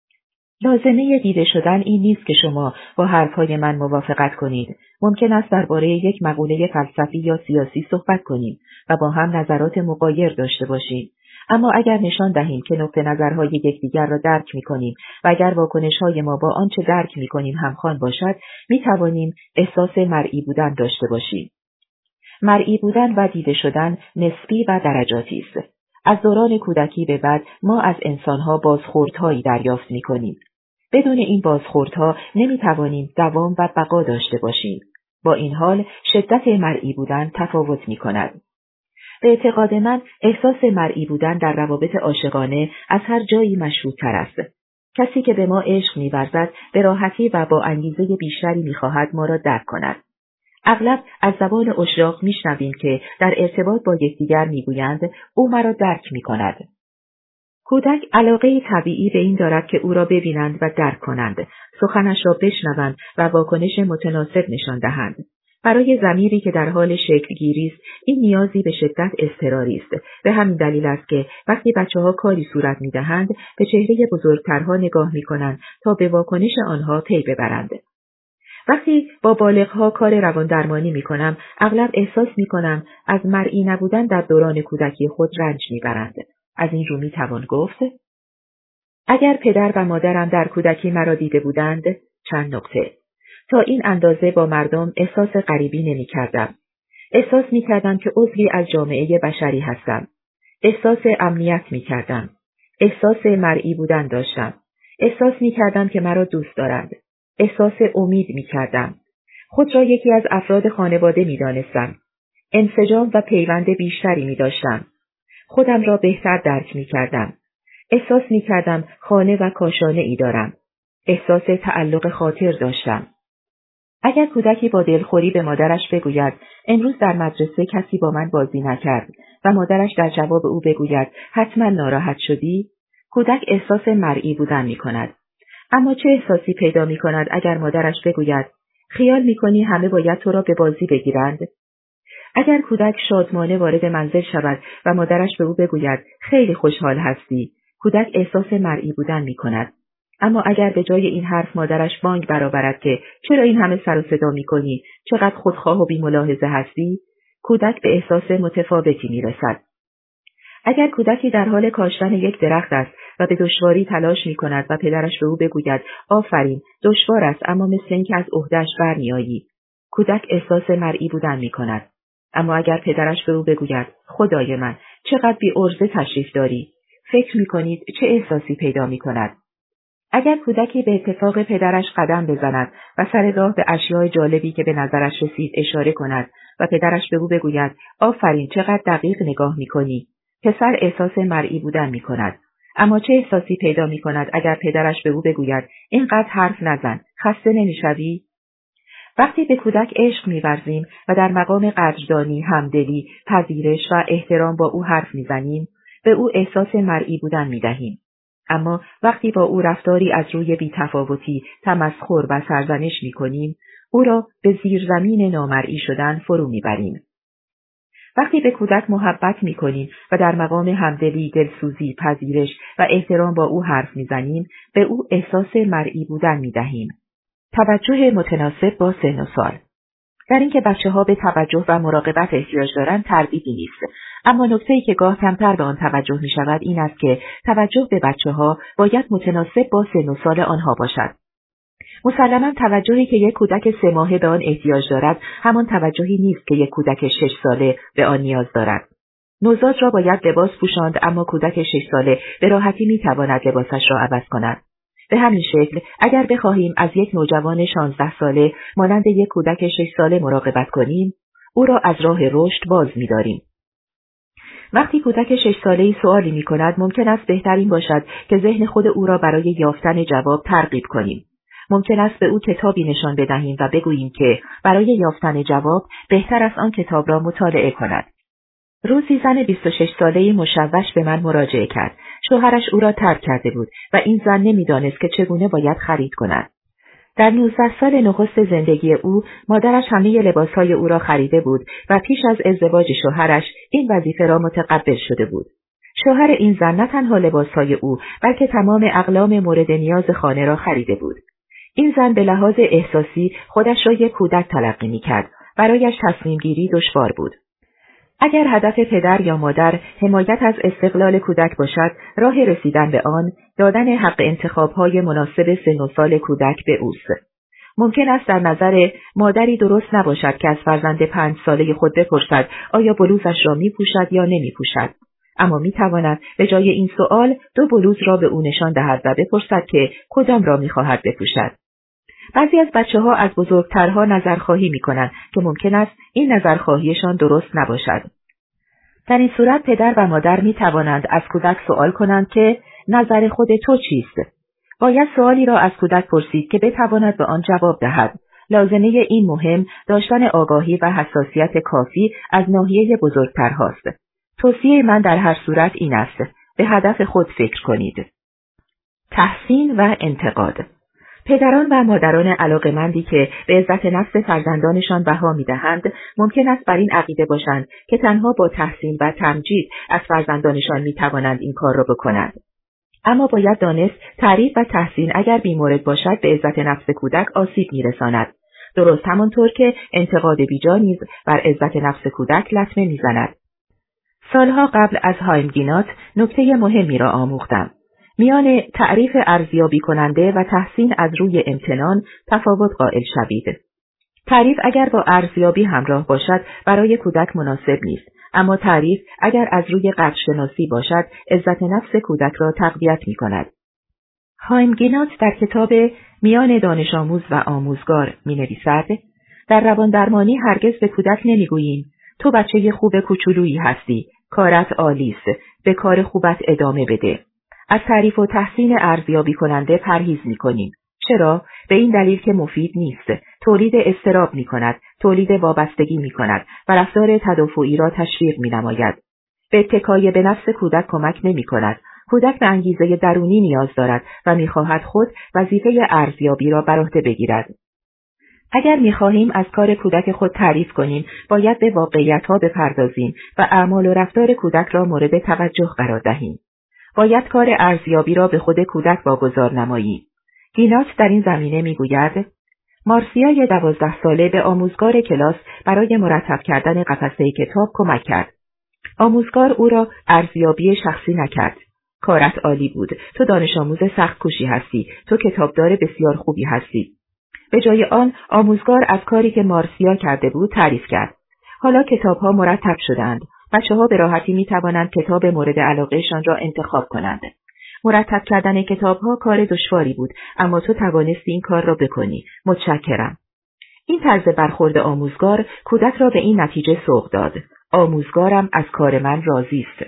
لازمه دیده شدن این نیست که شما با حرفهای من موافقت کنید. ممکن است درباره یک مقوله فلسفی یا سیاسی صحبت کنیم و با هم نظرات مغایر داشته باشیم. اما اگر نشان دهیم که نقطه نظرهای یکدیگر را درک می‌کنیم و اگر واکنش‌های ما با آنچه درک می‌کنیم همخوان باشد، می‌توانیم احساس مرئی بودن داشته باشیم. مرئی بودن و دیده شدن نسبی و درجاتی است. از دوران کودکی به بعد ما از انسان‌ها بازخوردهایی دریافت می‌کنیم. بدون این بازخوردها نمی‌توانیم دوام و بقا داشته باشیم. با این حال شدت مرئی بودن تفاوت می‌کند. به اعتقاد من احساس مرئی بودن در روابط عاشقانه از هر جایی مشهودتر است. کسی که به ما عشق می‌ورزد به راحتی و با انگیزه بیشتری می‌خواهد ما را درک کند. اغلب از زبان عشاق می‌شنویم که در ارتباط با یکدیگر می‌گویند او مرا درک می‌کند. کودک علاقه طبیعی به این دارد که او را ببینند و درک کنند، سخنش را بشنوند و واکنش متناسب نشان دهند. برای ضمیری که در حال شکل گیری است، این نیازی به شدت اضطراری است. به همین دلیل است که وقتی بچه‌ها کاری صورت می‌دهند، به چهره بزرگترها نگاه می‌کنند تا به واکنش آنها پی ببرند. وقتی با بالغ‌ها کار رواندرمانی می‌کنم، اغلب احساس می‌کنم از مرئی نبودن در دوران کودکی خود رنج می‌برند. از این رو می‌توان گفت اگر پدر و مادرم در کودکی مرا دیده بودند، چند نکته. تا این اندازه با مردم احساس غریبی نمی‌کردم. احساس می‌کردم که عضوی از جامعه بشری هستم. احساس امنیت می‌کردم. احساس مرئی بودن داشتم. احساس می‌کردم که مرا دوست دارند. احساس امید می‌کردم. خود را یکی از افراد خانواده می‌دانستم. انسجام و پیوند بیشتری می‌داشتم. خودم را بهتر درک می‌کردم. احساس می‌کردم خانه و کاشانه‌ای دارم. احساس تعلق خاطر داشتم. اگر کودکی با دلخوری به مادرش بگوید امروز در مدرسه کسی با من بازی نکرد و مادرش در جواب او بگوید حتما ناراحت شدی، کودک احساس مرئی بودن می‌کند. اما چه احساسی پیدا می‌کند اگر مادرش بگوید خیال می‌کنی همه باید تو را به بازی بگیرند؟ اگر کودک شادمانه وارد منزل شود و مادرش به او بگوید خیلی خوشحال هستی، کودک احساس مرئی بودن می‌کند. اما اگر به جای این حرف مادرش بانگ برآورد که چرا این همه سر و صدا می‌کنی، چقدر خودخواه و بی‌ملاحظه هستی، کودک به احساس متفاوتی می‌رسد. اگر کودکی در حال کاشتن یک درخت است و به دشواری تلاش می‌کند و پدرش به او بگوید آفرین، دشوار است اما مثل اینکه از عهده‌اش برمی‌آیی، کودک احساس مرئی بودن می‌کند. اما اگر پدرش به او بگوید خدای من، چقدر بی‌عرضه تشریف داری، فکر می‌کنید چه احساسی پیدا می‌کند؟ اگر کودکی به اتفاق پدرش قدم بزند و سر راه به اشیاء جالبی که به نظرش رسید اشاره کند و پدرش به او بگوید آفرین چقدر دقیق نگاه می‌کنی، پسر احساس مرئی بودن می‌کند. اما چه احساسی پیدا می‌کند اگر پدرش به او بگوید اینقدر حرف نزن، خسته نمی‌شوی؟ وقتی به کودک عشق می‌ورزیم و در مقام قدردانی، همدلی، پذیرش و احترام با او حرف می‌زنیم، به او احساس مرئی بودن می‌دهیم. اما وقتی با او رفتاری از روی بی‌تفاوتی، تمسخر و سرزنش می‌کنیم، او را به زیرزمین نامرئی شدن فرو می‌بریم. وقتی به کودک محبت می‌کنیم و در مقام همدلی، دلسوزی، پذیرش و احترام با او حرف می‌زنیم، به او احساس مرئی بودن می‌دهیم. توجه متناسب با سن و سال. در اینکه بچه‌ها به توجه و مراقبت احتیاج دارند تردیدی نیست، اما نکته‌ای که گاه کمتر به آن توجه می‌شود این است که توجه به بچه‌ها باید متناسب با سن و سال آنها باشد. مسلماً توجهی که یک کودک 3 ماهه به آن احتیاج دارد همان توجهی نیست که یک کودک 6 ساله به آن نیاز دارد. نوزاد را باید لباس پوشاند اما کودک 6 ساله به راحتی می‌تواند لباسش را عوض کند. به همین شکل اگر بخواهیم از یک نوجوان 16 ساله مانند یک کودک 6 ساله مراقبت کنیم، او را از راه رشد باز می‌داریم. وقتی کودک 6 ساله‌ای سوالی می‌کند، ممکن است بهترین باشد که ذهن خود او را برای یافتن جواب ترغیب کنیم. ممکن است به او کتابی نشان بدهیم و بگوییم که برای یافتن جواب بهتر است آن کتاب را مطالعه کند. روزی زن 26 ساله‌ای مشوش به من مراجعه کرد. شوهرش او را ترک کرده بود و این زن نمی‌دانست که چگونه باید خرید کند. در 19 سال نخست زندگی او، مادرش همه لباسهای او را خریده بود و پیش از ازدواج شوهرش این وظیفه را متقبل شده بود. شوهر این زن نه تنها لباسهای او، بلکه تمام اقلام مورد نیاز خانه را خریده بود. این زن به لحاظ احساسی خودش را یک کودک تلقی می‌کرد. برایش تصمیم گیری دشوار بود. اگر هدف پدر یا مادر حمایت از استقلال کودک باشد، راه رسیدن به آن دادن حق انتخاب‌های مناسب سن و سال کودک به اوست. ممکن است در نظر مادری درست نباشد که از فرزند 5 ساله خود بپرسد آیا بلوزش را می‌پوشد یا نمی‌پوشد. اما می‌تواند به جای این سوال 2 بلوز را به او نشان دهد و بپرسد که کدام را می‌خواهد بپوشد. بعضی از بچه‌ها از بزرگترها نظرخواهی می‌کنند که ممکن است این نظرخواهیشان درست نباشد. در این صورت پدر و مادر می‌توانند از کودک سوال کنند که نظر خود تو چیست؟ باید سوالی را از کودک پرسید که بتواند به آن جواب دهد. لازمه این مهم داشتن آگاهی و حساسیت کافی از ناحیه بزرگترهاست. توصیه من در هر صورت این است: به هدف خود فکر کنید. تحسین و انتقاد. پدران و مادران علاقه‌مندی که به عزت نفس فرزندانشان بها می‌دهند، ممکن است بر این عقیده باشند که تنها با تحسین و تمجید از فرزندانشان می‌توانند این کار را بکنند. اما باید دانست تعریف و تحسین اگر بی‌مورد باشد به عزت نفس کودک آسیب می‌رساند. درست همانطور که انتقاد بیجا نیز بر عزت نفس کودک لطمه می‌زند. سالها قبل از هایمگینات نکته مهمی را آموختم. میان تعریف ارزیابی کننده و تحسین از روی امتنان تفاوت قائل شوید. تعریف اگر با ارزیابی همراه باشد برای کودک مناسب نیست، اما تعریف اگر از روی قدرشناسی باشد عزت نفس کودک را تقویت می کند. هایمگینات در کتاب میان دانش آموز و آموزگار می نویسد: در رواندرمانی هرگز به کودک نمی گوییم تو بچه خوب کوچولویی هستی، کارت عالی است، به کار خوبت ادامه بده. از تعریف و تحسین ارزیابی کننده پرهیز می‌کنیم. چرا؟ به این دلیل که مفید نیست، تولید اضطراب می‌کند، تولید وابستگی می‌کند و رفتار تدافعی را تشویق می‌نماید. به اتکای به نفس کودک کمک نمی‌کند. کودک به انگیزه درونی نیاز دارد و می‌خواهد خود وظیفه ارزیابی را بر عهده بگیرد. اگر می‌خواهیم از کار کودک خود تعریف کنیم، باید به واقعیت‌ها بپردازیم و اعمال و رفتار کودک را مورد توجه قرار دهیم. باید کار ارزیابی را به خود کودک واگذار نماییم. گینات در این زمینه میگوید: مارسیا 12 ساله به آموزگار کلاس برای مرتب کردن قفسه کتاب کمک کرد. آموزگار او را ارزیابی شخصی نکرد. کارت عالی بود. تو دانش آموز سخت کوشی هستی. تو کتابدار بسیار خوبی هستی. به جای آن آموزگار از کاری که مارسیا کرده بود تعریف کرد. حالا کتاب‌ها مرتب شدند. بچه‌ها به راحتی می‌توانند کتاب مورد علاقه‌شان را انتخاب کنند. مرتب کردن کتاب‌ها کار دشواری بود، اما تو توانستی این کار را بکنی. متشکرم. این طرز برخورد آموزگار کودک را به این نتیجه سوق داد: آموزگارم از کار من راضی است.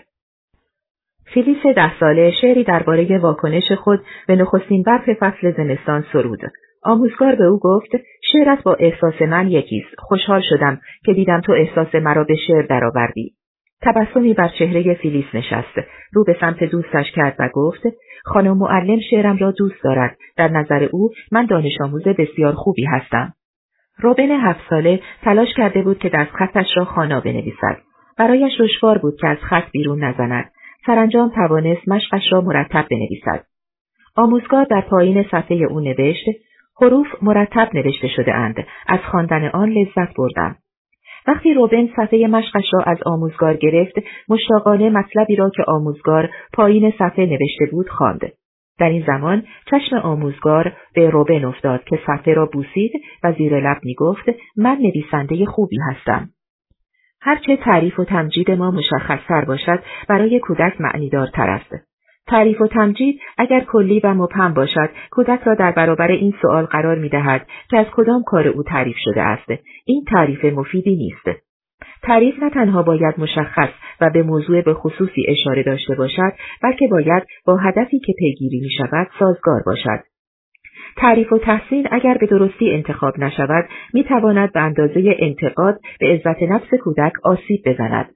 فیلیس 10 ساله شعری درباره واکنش خود به نخستین برف فصل زمستان سرود. آموزگار به او گفت: شعرت با احساس من یکیست. خوشحال شدم که دیدم تو احساس مرا به شعر درآوردی. تبسمی بر چهره فیلیس نشست. رو به سمت دوستش کرد و گفت: خانم معلم شعرم را دوست دارد. در نظر او من دانش آموز بسیار خوبی هستم. روبن 7 ساله تلاش کرده بود که دستخطش را خوانا بنویسد. برایش دشوار بود که از خط بیرون نزند. سرانجام توانست مشقش را مرتب بنویسد. آموزگار در پایین صفحه او نوشت: حروف مرتب نوشته شده اند. از خواندن آن لذت بردم. وقتی روبن صفحه مشقش را از آموزگار گرفت، مشتاقانه مطلبی را که آموزگار پایین صفحه نوشته بود خواند. در این زمان چشم آموزگار به روبن افتاد که صفحه را بوسید و زیر لب می‌گفت: من نویسنده خوبی هستم. هرچه تعریف و تمجید ما مشخص‌تر باشد، برای کودک معنیدارتر است. تعریف و تمجید اگر کلی و مبهم باشد، کودک را در برابر این سوال قرار می‌دهد که از کدام کار او تعریف شده است. این تعریف مفیدی نیست. تعریف نه تنها باید مشخص و به موضوع به خصوصی اشاره داشته باشد، بلکه باید با هدفی که پیگیری می‌شود سازگار باشد. تعریف و تحسین اگر به درستی انتخاب نشود، می‌تواند به اندازه انتقاد به عزت نفس کودک آسیب بزند.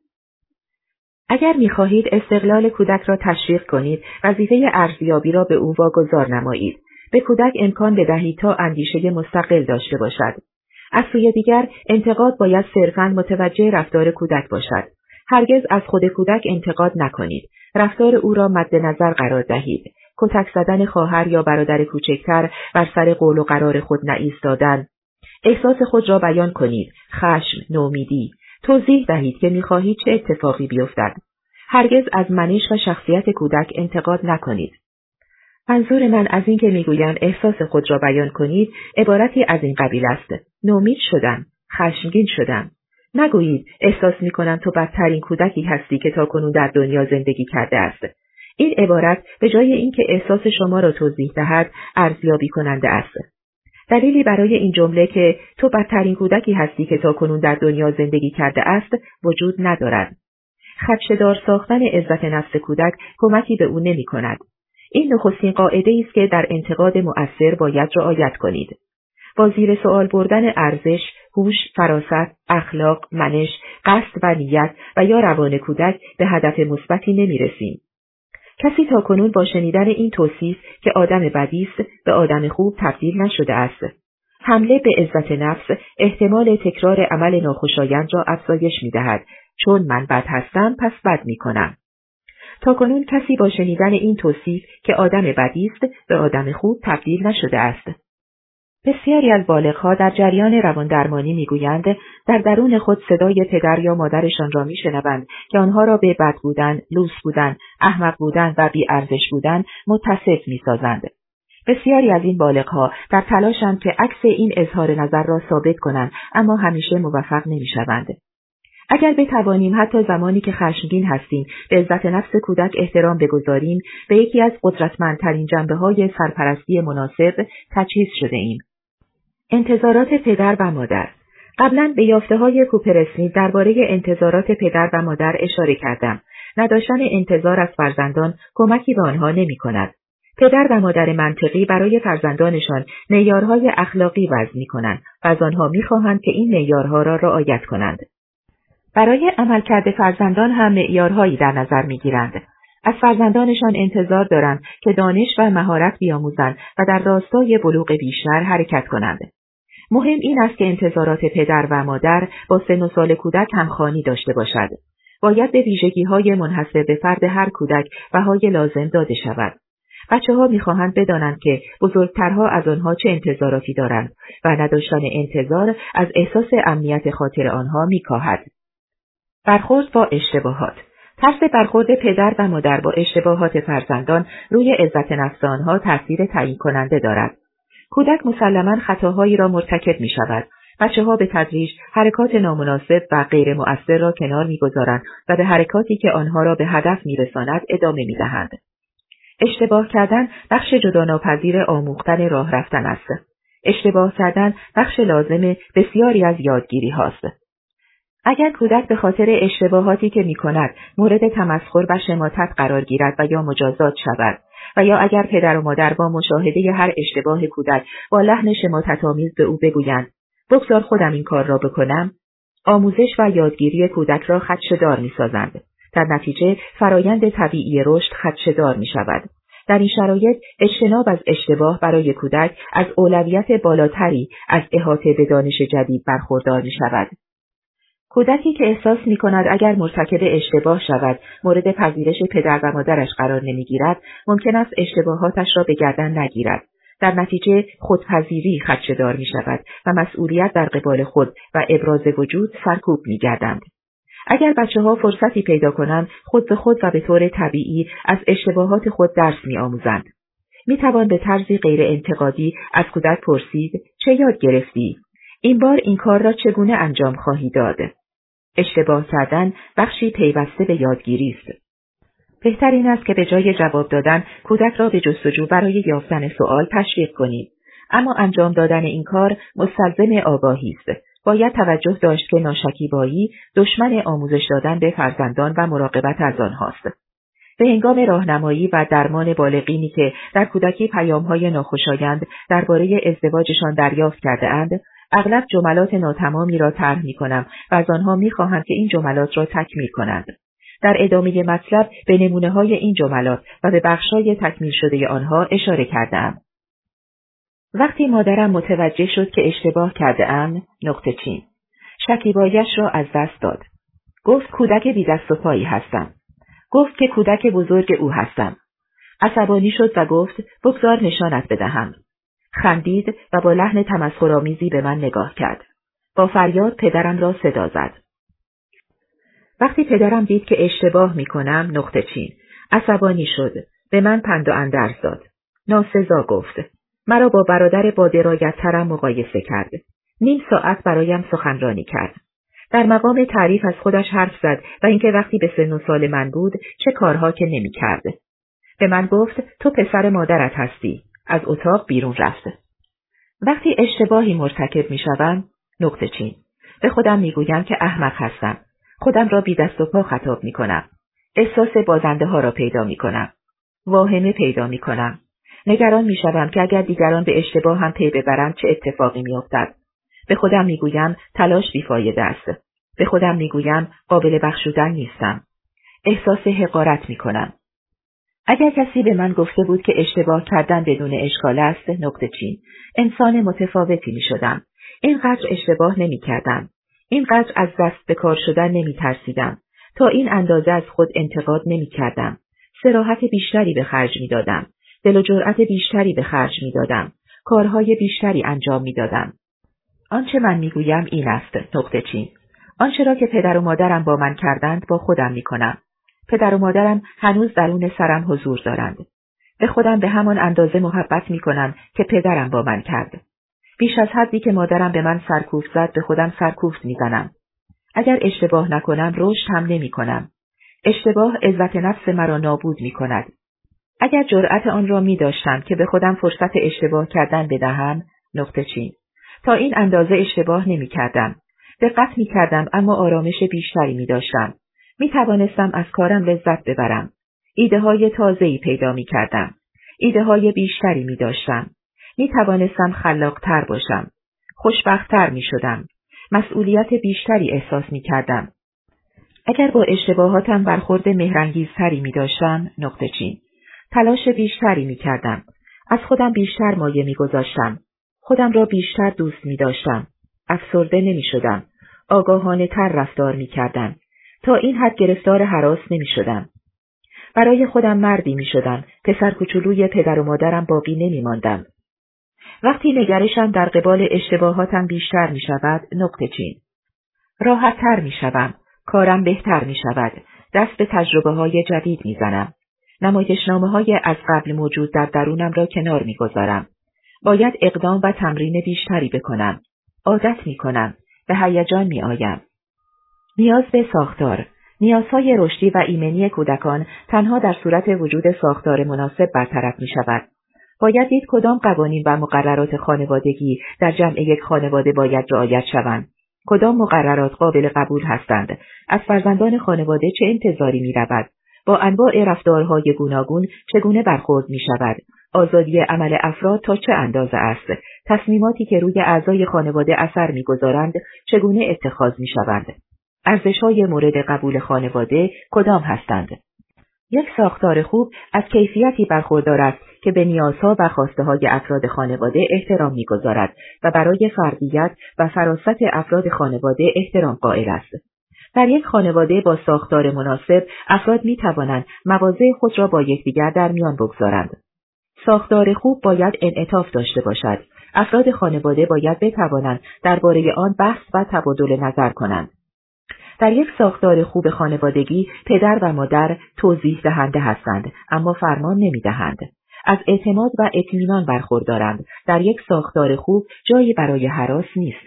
اگر می‌خواهید استقلال کودک را تشویق کنید، وظیفه ارزیابی را به او واگذار نمایید. به کودک امکان بدهید تا اندیشه مستقل داشته باشد. از سوی دیگر، انتقاد باید صرفاً متوجه رفتار کودک باشد. هرگز از خود کودک انتقاد نکنید. رفتار او را مد نظر قرار دهید. کتک زدن خواهر یا برادر کوچکتر، بر سر قول و قرار خود نایستادن. احساس خود را بیان کنید. خشم، نومیدی. توضیح دهید که می‌خواهید چه اتفاقی بیفتد. هرگز از منش و شخصیت کودک انتقاد نکنید. منظور من از این که میگویم احساس خود را بیان کنید، عبارتی از این قبیل است: نومید شدم، خشمگین شدم. نگویید احساس میکنم تو بدترین کودکی هستی که تاکنون در دنیا زندگی کرده است. این عبارت به جای اینکه احساس شما را توضیح دهد، ارزیابی کننده است. دلیلی برای این جمله که تو بدترین کودکی هستی که تاکنون در دنیا زندگی کرده است وجود ندارد. خدشه‌دار ساختن عزت نفس کودک کمکی به او نمی‌کند. این نخستین قاعده است که در انتقاد مؤثر باید رعایت کنید. با زیر سوال بردن ارزش، هوش، فراست، اخلاق، منش، قصد و نیت و یا روان کودک به هدف مثبتی نمی‌رسیم. کسی تاکنون با شنیدن این توصیف که آدم بدی است به آدم خوب تبدیل نشده است. حمله به عزت نفس احتمال تکرار عمل ناخوشایند را افزایش می‌دهد، چون من بد هستم پس بد می‌کنم. تاکنون کسی با شنیدن این توصیف که آدم بدی است به آدم خوب تبدیل نشده است. بسیاری از بالغ‌ها در جریان رواندرمانی می‌گویند در درون خود صدای پدر یا مادرشان را می‌شنوند که آنها را به بد بودن، لوس بودن، احمق بودن و بی‌ارزش بودن متصف می‌سازند. بسیاری از این بالغ‌ها در تلاشند که عکس این اظهار نظر را ثابت کنند، اما همیشه موفق نمی‌شوند. اگر بتوانیم حتی زمانی که خشمگین هستیم به عزت نفس کودک احترام بگذاریم، به یکی از قدرتمندترین جنبه‌های سرپرستی مناسب تجهیز شده ایم. انتظارات پدر و مادر. قبلا به یافته‌های کوپر اسمیت درباره انتظارات پدر و مادر اشاره کردم. نداشتن انتظار از فرزندان کمکی به آنها نمی‌کند. پدر و مادر منطقی برای فرزندانشان معیارهای اخلاقی وضع می‌کنند و از آنها می‌خواهند که این معیارها را رعایت کنند. برای عملکرد فرزندان هم معیارهایی در نظر می‌گیرند. از فرزندانشان انتظار دارند که دانش و مهارت بیاموزند و در راستای بلوغ بیشتر حرکت کنند. مهم این است که انتظارات پدر و مادر با سن و سال کودک همخوانی داشته باشد. باید به ویژگی‌های منحصر به فرد هر کودک بهای لازم داده شود. بچه‌ها می‌خواهند بدانند که بزرگترها از آنها چه انتظاراتی دارند و نداشتن انتظار از احساس امنیت خاطر آنها می‌کاهد. برخورد با اشتباهات. ترس برخورد پدر و مادر با اشتباهات فرزندان روی عزت نفس آنها تأثیر تعیین کننده دارد. کودک مسلماً خطاهایی را مرتکب می‌شود. بچه‌ها به تدریج حرکات نامناسب و غیر مؤثر را کنار می‌گذارند و به حرکاتی که آنها را به هدف می‌رساند ادامه می‌دهند. اشتباه کردن بخش جداناپذیر آموختن راه رفتن است. اشتباه کردن بخش لازم بسیاری از یادگیری هاست. اگر کودک به خاطر اشتباهاتی که می‌کند مورد تمسخر و شماتت قرار گیرد و یا مجازات شود و یا اگر پدر و مادر با مشاهده هر اشتباه کودک با لحن شماتت‌آمیز به او بگویند بگذار خودم این کار را بکنم، آموزش و یادگیری کودک را خدشه‌دار می‌سازند. در نتیجه فرایند طبیعی رشد خدشه‌دار می‌شود. در این شرایط اجتناب از اشتباه برای کودک از اولویت بالاتری از احاطه به دانش جدید برخوردار می‌شود. کودکی که احساس می‌کند اگر مرتکب اشتباه شود مورد پذیرش پدر و مادرش قرار نمی‌گیرد، ممکن است اشتباهاتش را به گردن نگیرد. در نتیجه خودپذیری خدشه‌دار می‌شود و مسئولیت در قبال خود و ابراز وجود سرکوب می‌گردند. اگر بچه‌ها فرصتی پیدا کنند، خود به خود و به طور طبیعی از اشتباهات خود درس می‌آموزند. می‌توان به طرزی غیر انتقادی از کودک پرسید: چه یاد گرفتی؟ این بار این کار را چگونه انجام خواهی داد؟ اشتباه کردن بخشی پیوسته به یادگیری است. بهتر این است که به جای جواب دادن کودک را به جستجو برای یافتن سؤال تشویق کنیم. اما انجام دادن این کار مستلزم آگاهی است. باید توجه داشت که ناشکیبایی دشمن آموزش دادن به فرزندان و مراقبت از آنهاست. به هنگام راهنمایی و درمان بالغینی که در کودکی پیام‌های ناخوشایند درباره ازدواجشان دریافت کرده‌اند، اغلب جملات ناتمامی را طرح می‌کنم و از آنها می‌خواهم که این جملات را تکمیل کنند. در ادامه مطلب به نمونه‌های این جملات و به بخش‌های تکمیل شده آنها اشاره کرده‌ام. وقتی مادرم متوجه شد که اشتباه کرده‌ام، شکیبایی‌اش را از دست داد. گفت کودک بی دست و پایی هستم. گفت که کودک بزرگ او هستم. عصبانی شد و گفت بگذار نشانت بدهم. خندید و با لحن تمسخرآمیزی به من نگاه کرد. با فریاد پدرم را صدا زد. وقتی پدرم دید که اشتباه می‌کنم، عصبانی شد. به من پند و اندرز داد. ناسزا گفت. مرا با برادر با درایت‌ترم مقایسه کرد. نیم ساعت برایم سخنرانی کرد. در مقام تعریف از خودش حرف زد و اینکه وقتی به سن و سال من بود چه کارها که نمی‌کرد. به من گفت تو پسر مادرت هستی. از اتاق بیرون رفت. وقتی اشتباهی مرتکب می‌شوم، به خودم می‌گویم که احمق هستم. خودم را بی دست و پا خطاب می‌کنم. احساس بازنده ها را پیدا می‌کنم. واهمه پیدا می‌کنم. نگران می‌شوم که اگر دیگران به اشتباه هم پی ببرند چه اتفاقی می‌افتد. به خودم می‌گویم تلاش بی‌فایده است. به خودم می‌گویم قابل بخشودن نیستم. احساس حقارت می‌کنم. اگر کسی به من گفته بود که اشتباه کردن بدون اشکال است، نقطه چین، انسان متفاوتی می شدم. اینقدر اشتباه نمی کردم. اینقدر از دست به کار شدن نمی ترسیدم. تا این اندازه از خود انتقاد نمی کردم. صراحت بیشتری به خرج می دادم. دل و جرأت بیشتری به خرج می دادم. کارهای بیشتری انجام می دادم. آنچه من می گویم این است، نقطه چین. آنچه را که پدر و مادرم با من کردند با خودم می کنم. پدر و مادرم هنوز درون سرم حضور دارند. به خودم به همان اندازه محبت می کنم که پدرم با من کرد. بیش از حدی که مادرم به من سرکوفت زد به خودم سرکوفت می زنم. اگر اشتباه نکنم رشد هم نمی کنم. اشتباه عزت نفس مرا نابود می کند. اگر جرأت آن را می داشتم که به خودم فرصت اشتباه کردن بدهم، نقطه چین. تا این اندازه اشتباه نمی کردم. دقت می کردم اما آرامش بیشتری می داشتم. می توانستم از کارم لذت ببرم. ایده های تازه‌ای پیدا می کردم. ایده های بیشتری می داشتم. می توانستم خلاق‌تر باشم. خوشبخت‌تر می شدم. مسئولیت بیشتری احساس می کردم. اگر با اشتباهاتم برخورد مهرانگیزتری می داشتم، نقطه چین. تلاش بیشتری می کردم. از خودم بیشتر مایه می گذاشتم. خودم را بیشتر دوست می داشتم. افسرده نمی شدم. آگاهانه تر رفتار می کردم. تا این حد گرفتار هراس نمی شدم. برای خودم مردی می شدم. پسر کوچولوی پدر و مادرم باقی نمی ماندم. وقتی نگرشم در قبال اشتباهاتم بیشتر می شود، نقطه چین. راحت تر می شدم. کارم بهتر می شود. دست به تجربه های جدید می زنم. نمایشنامه های از قبل موجود در درونم را کنار می گذارم. باید اقدام و تمرین بیشتری بکنم. عادت می کنم. به هیجان می آیم. نیاز به ساختار. نیازهای رشدی و ایمنی کودکان تنها در صورت وجود ساختار مناسب برطرف می شود. باید دید کدام قوانین و مقررات خانوادگی در جمع یک خانواده باید رعایت شوند. کدام مقررات قابل قبول هستند. از فرزندان خانواده چه انتظاری می رود. با انواع رفتارهای گوناگون چگونه برخورد می شود. آزادی عمل افراد تا چه اندازه است. تصمیماتی که روی اعضای خانواده اثر می گذارند چگونه اتخاذ می شوند. ارزش‌های مورد قبول خانواده کدام هستند؟ یک ساختار خوب از کیفیتی برخوردار است که به نیازها و خواسته‌های افراد خانواده احترام می‌گذارد و برای فردیت و فراست افراد خانواده احترام قائل است. در یک خانواده با ساختار مناسب، افراد می‌توانند مواضع خود را با یکدیگر در میان بگذارند. ساختار خوب باید انعطاف داشته باشد. افراد خانواده باید بتوانند درباره آن بحث و تبادل نظر کنند. در یک ساختار خوب خانوادگی پدر و مادر توضیح دهنده هستند اما فرمان نمی‌دهند. از اعتماد و اطمینان برخوردارند. در یک ساختار خوب جایی برای هراس نیست.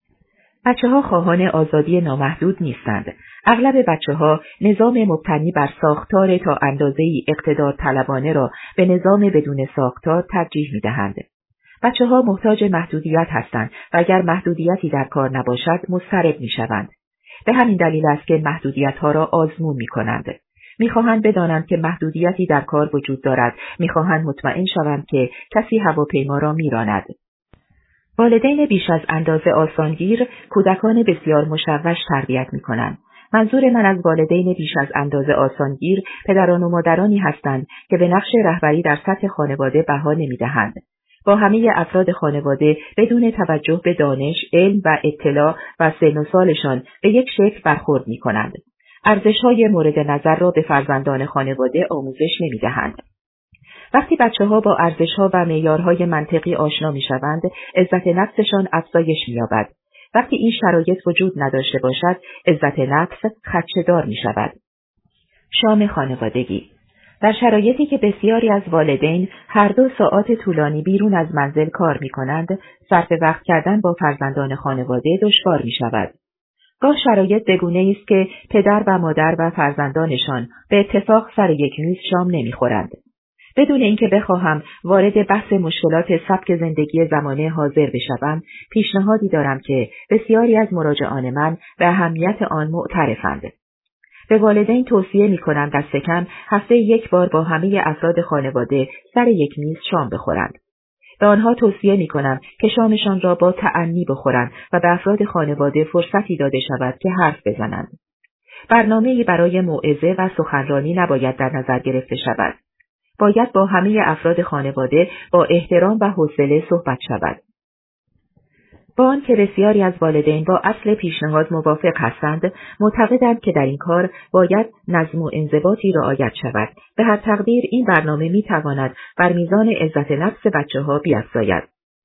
بچه‌ها خواهان آزادی نامحدود نیستند. اغلب بچه‌ها نظام مبتنی بر ساختار تا اندازه‌ای اقتدار طلبانه را به نظام بدون ساختار ترجیح می‌دهند. بچه‌ها محتاج محدودیت هستند و اگر محدودیتی در کار نباشد مضطرب می‌شوند. به همین دلیل است که محدودیت‌ها را آزمون می‌کنند. می‌خواهند بدانند که محدودیتی در کار وجود دارد. می‌خواهند مطمئن شوند که کسی هواپیما را می‌راند. والدین بیش از اندازه آسانگیر کودکان بسیار مشوش تربیت می‌کنند. منظور من از والدین بیش از اندازه آسانگیر پدران و مادرانی هستند که به نقش رهبری در سطح خانواده بها نمی‌دهند. با همه افراد خانواده بدون توجه به دانش، علم و اطلاع و سن و سالشان به یک شکل برخورد می‌کنند. ارزش‌های مورد نظر را به فرزندان خانواده آموزش نمی‌دهند. وقتی بچه‌ها با ارزش‌ها و معیارهای منطقی آشنا می‌شوند، عزت نفسشان افزایش می‌یابد. وقتی این شرایط وجود نداشته باشد، عزت نفس خدشه‌دار می‌شود. شام خانوادگی. در شرایطی که بسیاری از والدین هر 2 ساعت طولانی بیرون از منزل کار می‌کنند، صرف وقت کردن با فرزندان خانواده دشوار می‌شود. گاه شرایط بگونه است که پدر و مادر و فرزندانشان به اتفاق سر یک میز شام نمی‌خورند. بدون اینکه بخواهم وارد بحث مشکلات سبک زندگی زمانه حاضر بشوم، پیشنهادی دارم که بسیاری از مراجعان من به اهمیت آن معترفند. به والدین توصیه می‌کنم دست کم هفته یک بار با همه افراد خانواده سر یک میز شام بخورند. به آنها توصیه می‌کنم که شامشان را با تأنی بخورند و به افراد خانواده فرصتی داده شود که حرف بزنند. برنامه‌ای برای موعظه و سخنرانی نباید در نظر گرفته شود. باید با همه افراد خانواده با احترام و حوصله صحبت شود. با آنکه بسیاری از والدین با اصل پیشنهاد موافق هستند، معتقدند که در این کار باید نظم و انضباطی رعایت شود. به هر تقدیر این برنامه میتواند بر میزان عزت نفس بچه‌ها بیفزاید.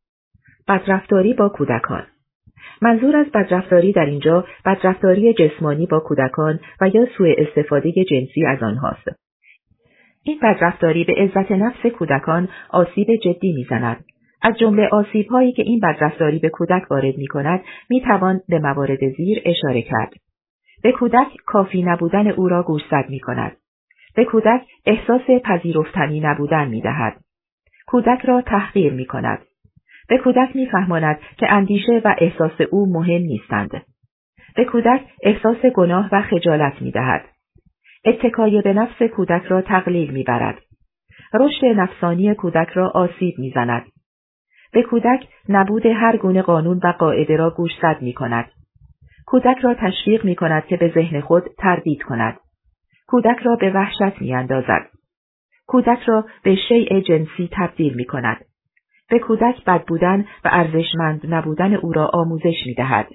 بدرفتاری با کودکان. منظور از بدرفتاری در اینجا بدرفتاری جسمانی با کودکان و یا سوء استفاده جنسی از آنهاست. این بدرفتاری به عزت نفس کودکان آسیب جدی میزند. از جمله آسیب‌هایی که این بدرفتاری به کودک وارد می‌کند، می‌توان به موارد زیر اشاره کرد. به کودک کافی نبودن او را گوشزد می‌کند. به کودک احساس پذیرفتنی نبودن می‌دهد. کودک را تحقیر می‌کند. به کودک می‌فهماند که اندیشه و احساس او مهم نیستند. به کودک احساس گناه و خجالت می‌دهد. اتکای به نفس کودک را تقلیل می‌برد. رشد نفسانی کودک را آسیب می‌زند. به کودک نبود هر گونه قانون و قاعده را گوشزد می‌کند. کودک را تشویق می‌کند که به ذهن خود تردید کند. کودک را به وحشت می‌اندازد. کودک را به شیء جنسی تبدیل می‌کند. به کودک بد بودن و ارزشمند نبودن او را آموزش می‌دهد.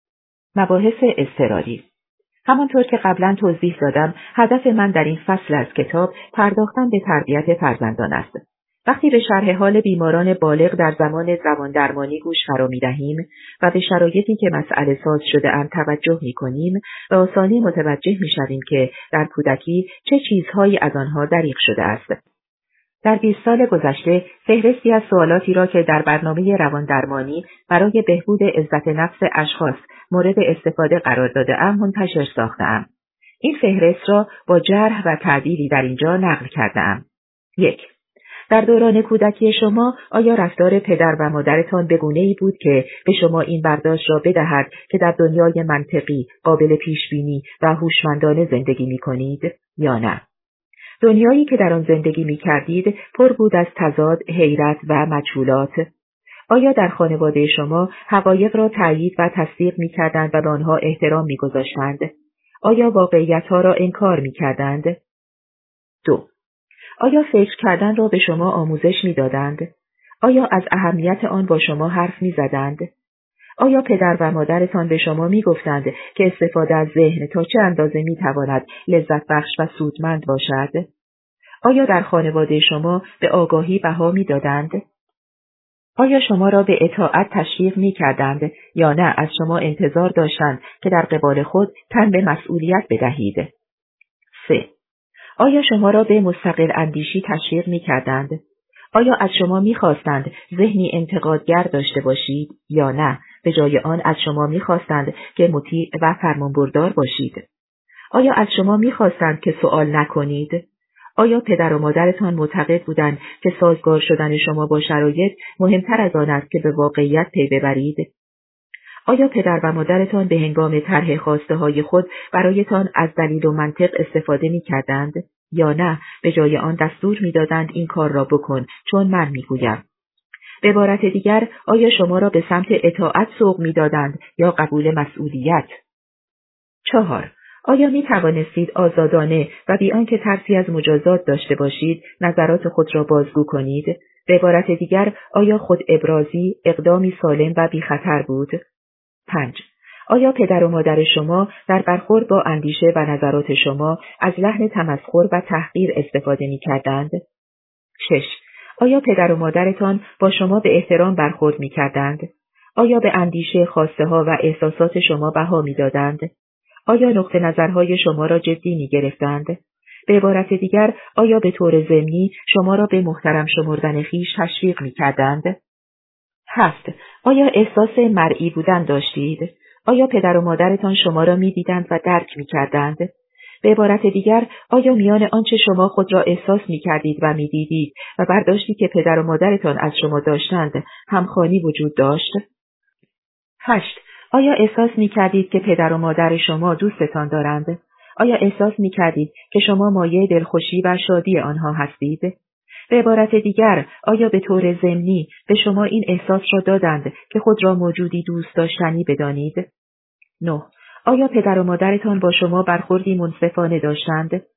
مباحث اضطراری. همانطور که قبلا توضیح دادم، هدف من در این فصل از کتاب پرداختن به تربیت فرزندان است. وقتی به شرح حال بیماران بالغ در زمان رواندرمانی گوش فرا می‌دهیم و به شرایطی که مسئله ساز شده اند توجه می‌کنیم، به آسانی متوجه می‌شویم که در کودکی چه چیزهایی از آنها دریغ شده است. در 20 سال گذشته فهرستی از سوالاتی را که در برنامه رواندرمانی برای بهبود عزت نفس اشخاص مورد استفاده قرار داده‌ام منتشر ساخته‌ام. این فهرست را با جرح و تعدیلی در اینجا نقل کرده‌ام. 1. در دوران کودکی شما آیا رفتار پدر و مادرتان به گونه‌ای بود که به شما این برداشت را بدهد که در دنیای منطقی، قابل پیشبینی و هوشمندانه زندگی می‌کنید یا نه؟ دنیایی که در آن زندگی می‌کردید پر بود از تضاد، حیرت و مجهولات. آیا در خانواده شما حقایق را تأیید و تصدیق می‌کردند و به آنها احترام می‌گذاشتند؟ آیا واقعیت‌ها را انکار می‌کردند؟ 2. آیا فکر کردن را به شما آموزش می‌دادند؟ آیا از اهمیت آن با شما حرف می‌زدند؟ آیا پدر و مادرتان به شما می‌گفتند که استفاده از ذهن تا چه اندازه می‌تواند لذت بخش و سودمند باشد؟ آیا در خانواده شما به آگاهی بها می‌دادند؟ آیا شما را به اطاعت تشویق می‌کردند یا نه از شما انتظار داشتند که در قبال خود تن به مسئولیت بدهید؟ 3. آیا شما را به مستقل اندیشی تشویق می‌کردند؟ آیا از شما می‌خواستند ذهنی انتقادگر داشته باشید یا نه به جای آن از شما می‌خواستند که مطیع و فرمانبردار باشید؟ آیا از شما می‌خواستند که سوال نکنید؟ آیا پدر و مادرتان معتقد بودند که سازگار شدن شما با شرایط مهمتر از آن است که به واقعیت پی ببرید؟ آیا پدر و مادرتان به هنگام طرح خواسته‌های خود برایتان از دلیل و منطق استفاده می‌کردند یا نه به جای آن دستور می‌دادند این کار را بکن چون من می‌گویم؟ به عبارت دیگر آیا شما را به سمت اطاعت سوق می‌دادند یا قبول مسئولیت؟ 4. آیا می توانستید آزادانه و بی آنکه ترسی از مجازات داشته باشید نظرات خود را بازگو کنید؟ به عبارت دیگر آیا خود ابرازی اقدامی سالم و بی خطر بود؟ 5. آیا پدر و مادر شما در برخورد با اندیشه و نظرات شما از لحن تمسخر و تحقیر استفاده می کردند؟ 6. آیا پدر و مادرتان با شما به احترام برخورد می کردند؟ آیا به اندیشه، خواسته ها و احساسات شما بها می دادند؟ آیا نقطه نظرهای شما را جدی می گرفتند؟ به عبارت دیگر آیا به طور ضمنی شما را به محترم شمردن خویش تشویق می کردند؟ 7. آیا احساس مرئی بودن داشتید؟ آیا پدر و مادرتان شما را می دیدند و درک می کردند؟ به عبارت دیگر آیا میان آنچه شما خود را احساس می کردید و می دیدید و برداشتی که پدر و مادرتان از شما داشتند همخوانی وجود داشت؟ 8. آیا احساس می کردید که پدر و مادر شما دوستتان دارند؟ آیا احساس می کردید که شما مایه دلخوشی و شادی آنها هستید؟ به عبارت دیگر، آیا به طور ضمنی به شما این احساس را دادند که خود را موجودی دوست داشتنی بدانید؟ 9. آیا پدر و مادرتان با شما برخوردی منصفانه داشتند؟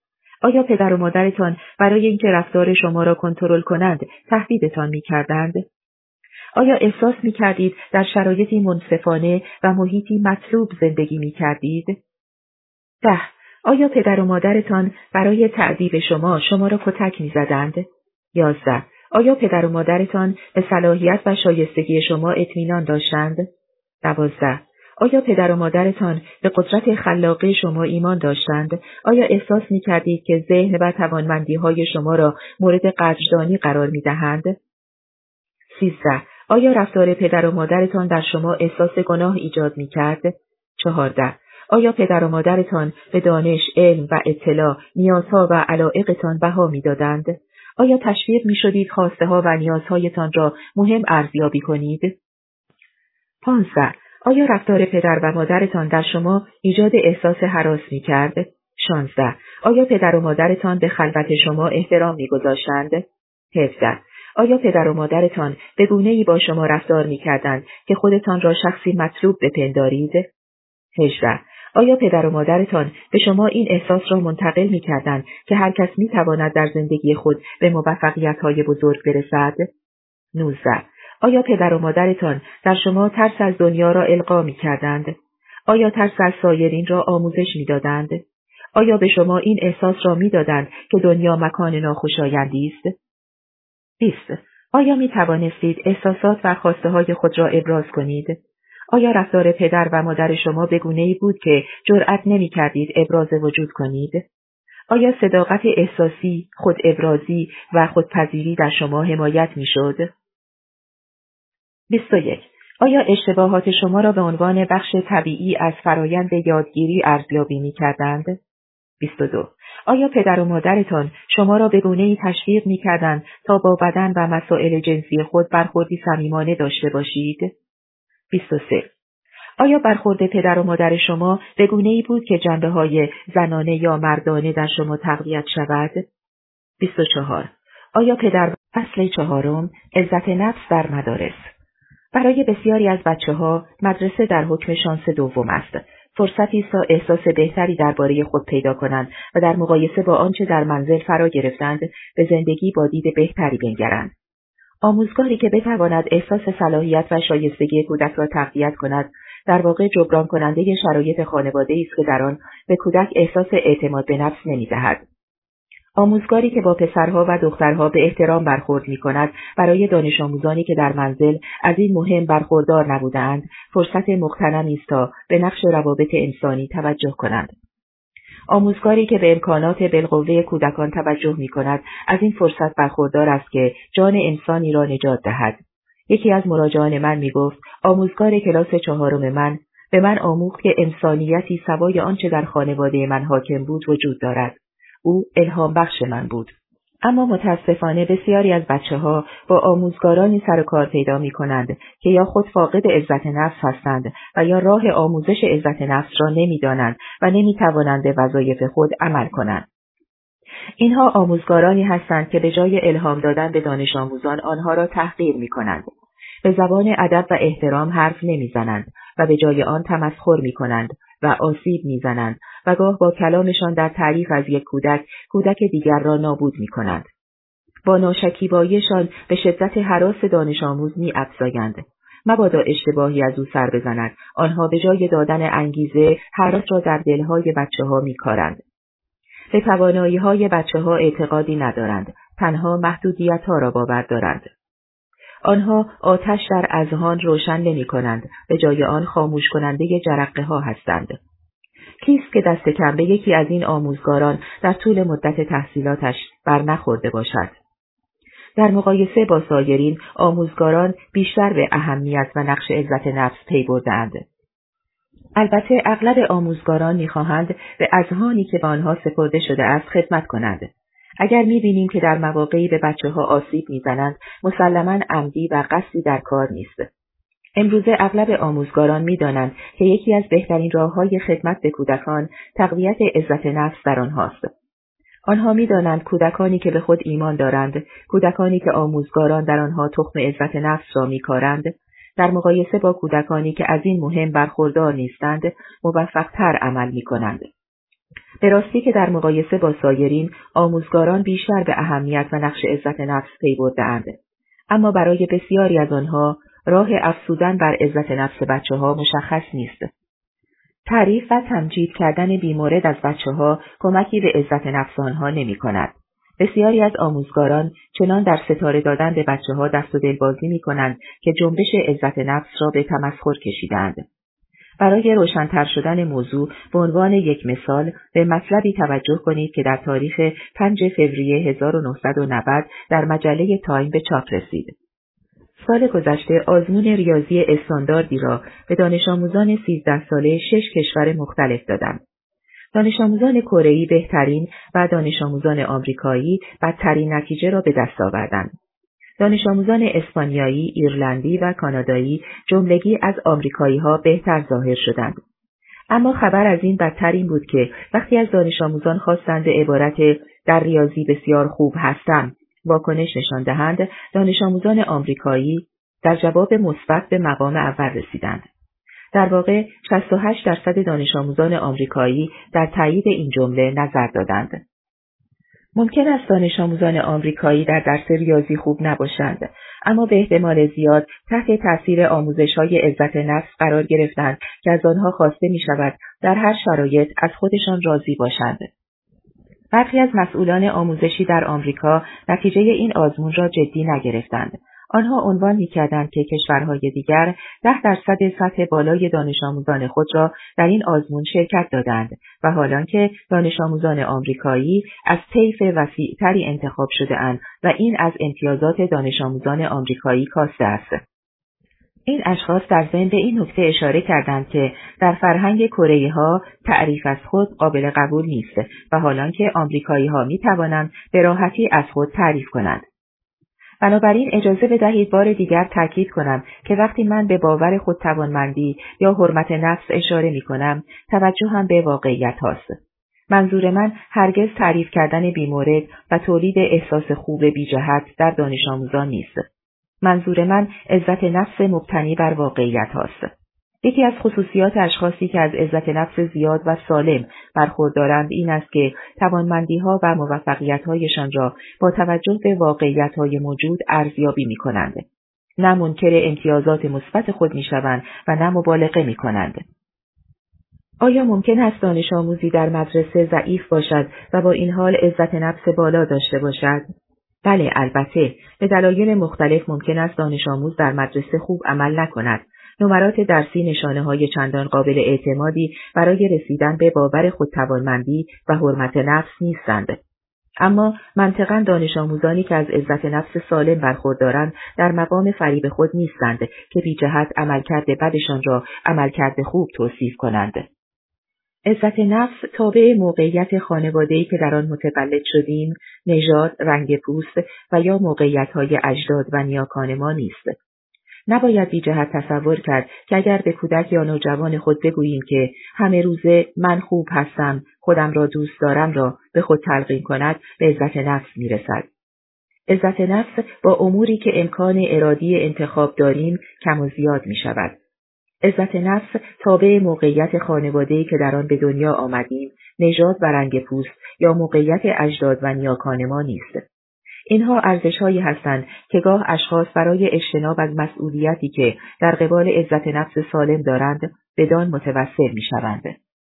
آیا پدر و مادرتان برای اینکه رفتار شما را کنترل کنند تهدیدتان می‌کردند؟ آیا احساس می‌کردید در شرایطی منصفانه و محیطی مطلوب زندگی می‌کردید؟ 10. آیا پدر و مادرتان برای تأدیب شما را کتک می‌زدند؟ 11. آیا پدر و مادرتان به صلاحیت و شایستگی شما اطمینان داشتند؟ 12. آیا پدر و مادرتان به قدرت خلاقه شما ایمان داشتند؟ آیا احساس می‌کردید که ذهن و توانمندی‌های شما را مورد قدردانی قرار می‌دهند؟ 13. آیا رفتار پدر و مادرتان در شما احساس گناه ایجاد می‌کرد؟ 14. آیا پدر و مادرتان به دانش، علم و اطلاع، نیازها و علایقتان بها می‌دادند؟ آیا تشویق می‌شدید خواسته‌ها و نیازهایتان را مهم ارزیابی کنید؟ 15. آیا رفتار پدر و مادرتان در شما ایجاد احساس هراس می‌کرد؟ 16. آیا پدر و مادرتان به خلوت شما احترام می‌گذاشتند؟ 17. آیا پدر و مادرتان به گونه‌ای با شما رفتار می‌کردند که خودتان را شخصی مطلوب بپندارید؟ 18. آیا پدر و مادرتان به شما این احساس را منتقل می‌کردند که هر کس می‌تواند در زندگی خود به موفقیت‌های بزرگ برسد؟ 19. آیا پدر و مادرتان در شما ترس از دنیا را القا می‌کردند؟ آیا ترس از سایرین را آموزش می‌دادند؟ آیا به شما این احساس را می‌دادند که دنیا مکان ناخوشایندی است؟ 20. آیا می‌توانستید احساسات و خواسته‌های خود را ابراز کنید؟ آیا رفتار پدر و مادر شما به گونه‌ای بود که جرأت نمی‌کردید ابراز وجود کنید؟ آیا صداقت احساسی، خود ابرازی و خودپذیری در شما حمایت می‌شد؟ 21. آیا اشتباهات شما را به عنوان بخش طبیعی از فرایند یادگیری ارزیابی می‌کردند؟ 22. آیا پدر و مادرتان شما را به گونه‌ای تشویق می‌کردند تا با بدن و مسائل جنسی خود برخوردی صمیمانه داشته باشید؟ 23. آیا برخورد پدر و مادر شما به گونه‌ای بود که جنبه‌های زنانه یا مردانه در شما تقویت شود؟ 24. آیا فصل 4 عزت نفس در مدارس. برای بسیاری از بچه‌ها مدرسه در حکم شانس دوم است. فرصتی است تا احساس بهتری درباره خود پیدا کنند و در مقایسه با آنچه در منزل فرا گرفتند به زندگی با دید بهتری بنگرند. آموزگاری که بتواند احساس صلاحیت و شایستگی کودک را تقویت کند، در واقع جبران کننده شرایط خانواده‌ای است که در آن به کودک احساس اعتماد به نفس نمی‌دهد. آموزگاری که با پسرها و دخترها به احترام برخورد می‌کند، برای دانش آموزانی که در منزل از این مهم برخوردار نبودند، فرصت مغتنمی است تا به نقش روابط انسانی توجه کنند. آموزگاری که به امکانات بالقوه کودکان توجه می‌کند، از این فرصت برخوردار است که جان انسانی را نجات دهد. یکی از مراجعان من می‌گفت آموزگار کلاس 4 من به من آموخت که انسانیتی سوای آنچه در خانواده من حاکم بود وجود دارد. او الهام بخش من بود. اما متاسفانه بسیاری از بچه‌ها با آموزگارانی سر و کار پیدا می‌کنند که یا خود فاقد عزت نفس هستند و یا راه آموزش عزت نفس را نمی‌دانند و نمی‌توانند به وظایف خود عمل کنند. اینها آموزگارانی هستند که به جای الهام دادن به دانش آموزان آنها را تحقیر می‌کنند. به زبان ادب و احترام حرف نمی‌زنند و به جای آن تمسخر می‌کنند و آسیب می‌زنند و گاه با کلامشان در تعریف از یک کودک دیگر را نابود می‌کنند. با ناشکیباییشان به شدت هراس دانش آموز می‌افزایند. مبادا اشتباهی از او سر بزند، آنها به جای دادن انگیزه هراس را در دل‌های بچه‌ها می‌کارند. به توانایی‌های بچه‌ها اعتقادی ندارند، تنها محدودیت‌ها را باور دارند. آنها آتش در اذهان روشن نمی‌کنند، به جای آن خاموش کننده جرقه‌ها هستند. کیست که دست کم به یکی از این آموزگاران در طول مدت تحصیلاتش برنخورده باشد؟ در مقایسه با سایرین، آموزگاران بیشتر به اهمیت و نقش عزت نفس پی برده‌اند. البته اغلب آموزگاران می‌خواهند به اذهانی که به آنها سپرده شده است خدمت کنند. اگر می‌بینیم که در مواقعی به بچه‌ها آسیب می‌زنند، مسلماً عمدی و قصدی در کار نیست. امروزه اغلب آموزگاران می‌دانند که یکی از بهترین راه‌های خدمت به کودکان تقویت عزت نفس در آنهاست. آنها می‌دانند کودکانی که به خود ایمان دارند، کودکانی که آموزگاران در آنها تخم عزت نفس را می‌کارند، در مقایسه با کودکانی که از این مهم برخوردار نیستند، موفق‌تر عمل می‌کنند. به راستی که در مقایسه با سایرین آموزگاران بیشتر به اهمیت و نقش عزت نفس پی برده‌اند. اما برای بسیاری از آنها راه افزودن بر عزت نفس بچه‌ها مشخص نیست. تعریف و تمجید کردن بیمورد از بچه‌ها کمکی به عزت نفس آنها نمی‌کند. بسیاری از آموزگاران چنان در ستاره دادن به بچه‌ها دست و دل بازی می‌کنند که جنبش عزت نفس را به تمسخر کشیدند. برای روشن‌تر شدن موضوع به عنوان یک مثال به مطلبی توجه کنید که در تاریخ 5 فوریه 1990 در مجله تایم به چاپ رسید. سال گذشته آزمون ریاضی استانداردی را به دانش آموزان 13 ساله 6 کشور مختلف دادند. دانش آموزان کره‌ای بهترین و دانش آموزان آمریکایی بدترین نتیجه را به دست آوردند. دانش آموزان اسپانیایی، ایرلندی و کانادایی جملگی از آمریکایی‌ها بهتر ظاهر شدند. اما خبر از این بدتر این بود که وقتی از دانش آموزان خواستند عبارت در ریاضی بسیار خوب هستم واکنش نشان دهند، دانش آموزان آمریکایی در جواب مثبت به مقام اول رسیدند. در واقع 68% دانش آموزان آمریکایی در تایید این جمله نظر دادند. ممکن است دانش آموزان آمریکایی در درس ریاضی خوب نباشند، اما به احتمال زیاد تحت تاثیر آموزش‌های عزت نفس قرار گرفتند که از آنها خواسته می‌شود در هر شرایط از خودشان راضی باشند. برخی از مسئولان آموزشی در آمریکا نتیجه این آزمون را جدی نگرفتند. آنها عنوان می‌کردند که کشورهای دیگر 10% سطح بالای دانش آموزان خود را در این آزمون شرکت دادند و حالانکه دانش آموزان آمریکایی از طیف وسیع‌تری انتخاب شده‌اند و این از امتیازات دانش آموزان آمریکایی کاسته است. این اشخاص در ضمن به این نکته اشاره کردند که در فرهنگ کره‌ای‌ها تعریف از خود قابل قبول نیست و حالانکه آمریکایی‌ها می‌توانند به راحتی از خود تعریف کنند. بنابراین اجازه بدهید بار دیگر تاکید کنم که وقتی من به باور خودتوانمندی یا حرمت نفس اشاره می‌کنم، توجهم به واقعیت هاست. منظور من هرگز تعریف کردن بیمورد و تولید احساس خوب بی جهت در دانش آموزان نیست. منظور من عزت نفس مبتنی بر واقعیت هاست. یکی از خصوصیات اشخاصی که از عزت نفس زیاد و سالم برخوردارند این است که توانمندی‌ها و موفقیت‌هایشان را با توجه به واقعیت‌های موجود ارزیابی می‌کنند. نه منکر امتیازات مثبت خود می‌شوند و نه مبالغه می‌کنند. آیا ممکن است دانش آموزی در مدرسه ضعیف باشد و با این حال عزت نفس بالا داشته باشد؟ بله، البته. به دلایل مختلف ممکن است دانش آموز در مدرسه خوب عمل نکند. نمرات درسی نشانه‌های چندان قابل اعتمادی برای رسیدن به باور خودتوانمندی و حرمت نفس نیستند. اما منطقاً دانش آموزانی که از عزت نفس سالم برخوردارند در مقام فریب خود نیستند که بی جهت عملکرد بدشان را عملکرد خوب توصیف کنند. عزت نفس تابع موقعیت خانواده‌ای که در آن متولد شدیم، نژاد، رنگ پوست و یا موقعیت‌های اجداد و نیاکان ما نیست. نباید بی جهت تصور کرد که اگر به کودک یا نوجوان خود بگوییم که همه روزه من خوب هستم، خودم را دوست دارم را به خود تلقین کند، به عزت نفس میرسد. عزت نفس با اموری که امکان ارادی انتخاب داریم کم و زیاد می شود. عزت نفس تابع موقعیت خانواده‌ای که در آن به دنیا آمدیم، نژاد و رنگ پوست یا موقعیت اجداد و نیاکان ما نیست. اینها ارزش‌هایی هستند که گاه اشخاص برای اجتناب از مسئولیتی که در قبال عزت نفس سالم دارند بدان متوسل می‌شوند.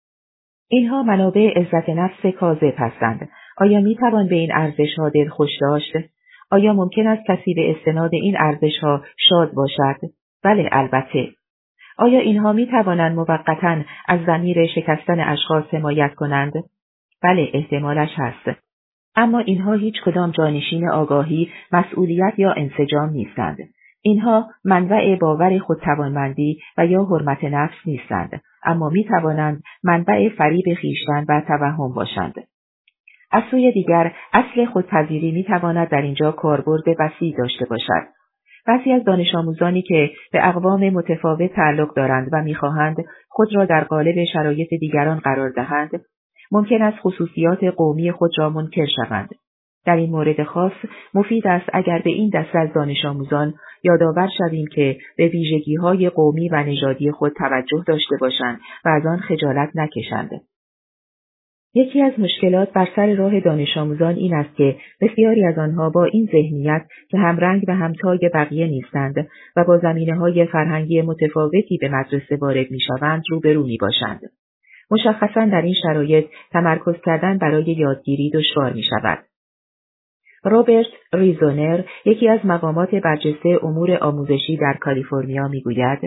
اینها منابع عزت نفس کاذب هستند. آیا می‌توان به این ارزش‌ها دلخوش داشت؟ آیا ممکن است کسی به استناد این ارزش‌ها شاد باشد؟ بله، البته. آیا اینها می‌توانند موقتاً از ضمیر شکستن اشخاص حمایت کنند؟ بله، احتمالش هست. اما اینها هیچ کدام جانشین آگاهی، مسئولیت یا انسجام نیستند. اینها منبع باور خودتوانمندی و یا حرمت نفس نیستند، اما می توانند منبع فریب خویشتن و توهم باشند. از سوی دیگر، اصل خودپذیری می تواند در اینجا کاربرد وسیع داشته باشد. بعضی از دانش آموزانی که به اقوام متفاوت تعلق دارند و می‌خواهند خود را در قالب شرایط دیگران قرار دهند، ممکن است خصوصیات قومی خود را منکر شوند. در این مورد خاص مفید است اگر به این دسته از دانش آموزان یادآور شویم که به ویژگی‌های قومی و نژادی خود توجه داشته باشند و از آن خجالت نکشند. یکی از مشکلات بر سر راه دانش آموزان این است که بسیاری از آنها با این ذهنیت که هم رنگ و هم تای بقیه نیستند و با زمینه‌های فرهنگی متفاوتی به مدرسه وارد می‌شوند روبرو می‌باشند. مشخصاً در این شرایط تمرکز کردن برای یادگیری دشوار می‌شود. روبرت ریزونر، یکی از مقامات برجسته امور آموزشی در کالیفرنیا می‌گوید: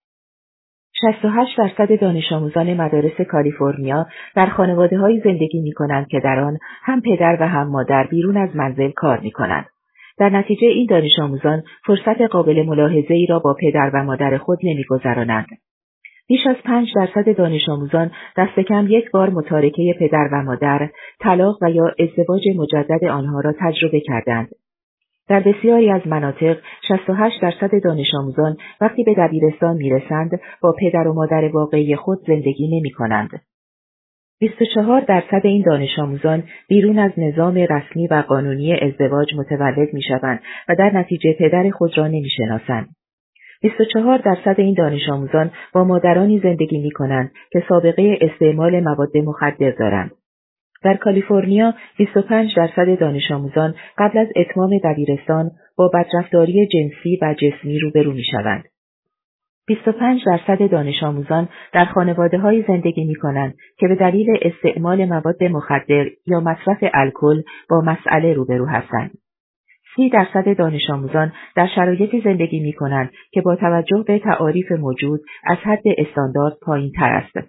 68% دانش آموزان مدارس کالیفرنیا در خانواده‌هایی زندگی می‌کنند که در آن هم پدر و هم مادر بیرون از منزل کار می‌کنند. در نتیجه این دانش آموزان فرصت قابل ملاحظه‌ای را با پدر و مادر خود نمی‌گذرانند. بیش از 5% دانش آموزان دست کم یک بار متارکه پدر و مادر، طلاق و یا ازدواج مجدد آنها را تجربه کردند. در بسیاری از مناطق 68% دانش آموزان وقتی به دبیرستان میرسند با پدر و مادر واقعی خود زندگی نمی کنند. 24% این دانش آموزان بیرون از نظام رسمی و قانونی ازدواج متولد می شوند و در نتیجه پدر خود را نمی شناسند. 24% این دانش آموزان با مادرانی زندگی می کنند که سابقه استعمال مواد مخدر دارند. در کالیفرنیا 25% دانش آموزان قبل از اتمام دبیرستان با بدرفتاری جنسی و جسمی روبرو می شوند. 25% دانش آموزان در خانواده‌هایی زندگی می کنند که به دلیل استعمال مواد مخدر یا مصرف الکل با مسئله روبرو هستند. 30% دانش آموزان در شرایطی زندگی می کنند که با توجه به تعاریف موجود از حد استاندارد پایین تر است.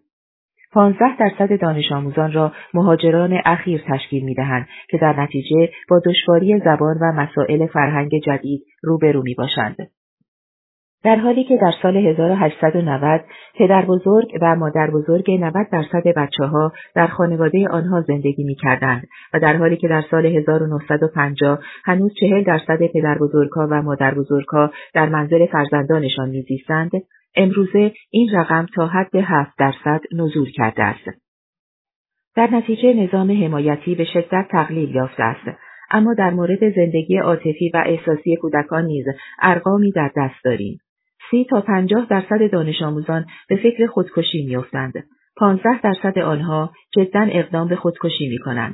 15% دانش آموزان را مهاجران اخیر تشکیل می دهند که در نتیجه با دشواری زبان و مسائل فرهنگ جدید روبرو می باشند. در حالی که در سال 1890 پدر بزرگ و مادر بزرگ 90% بچه‌ها در خانواده آنها زندگی می کردند و در حالی که در سال 1950 هنوز 40% پدر بزرگها و مادر بزرگها در منزل فرزندانشان می زیستند، امروزه این رقم تا حد 7% نزول کرده است. در نتیجه نظام حمایتی به شدت تقلیل یافته است، اما در مورد زندگی عاطفی و احساسی کودکان نیز ارقامی در دست داریم. 30 تا 50% دانش آموزان به فکر خودکشی می‌افتند. 15% آنها جداً اقدام به خودکشی می‌کنند.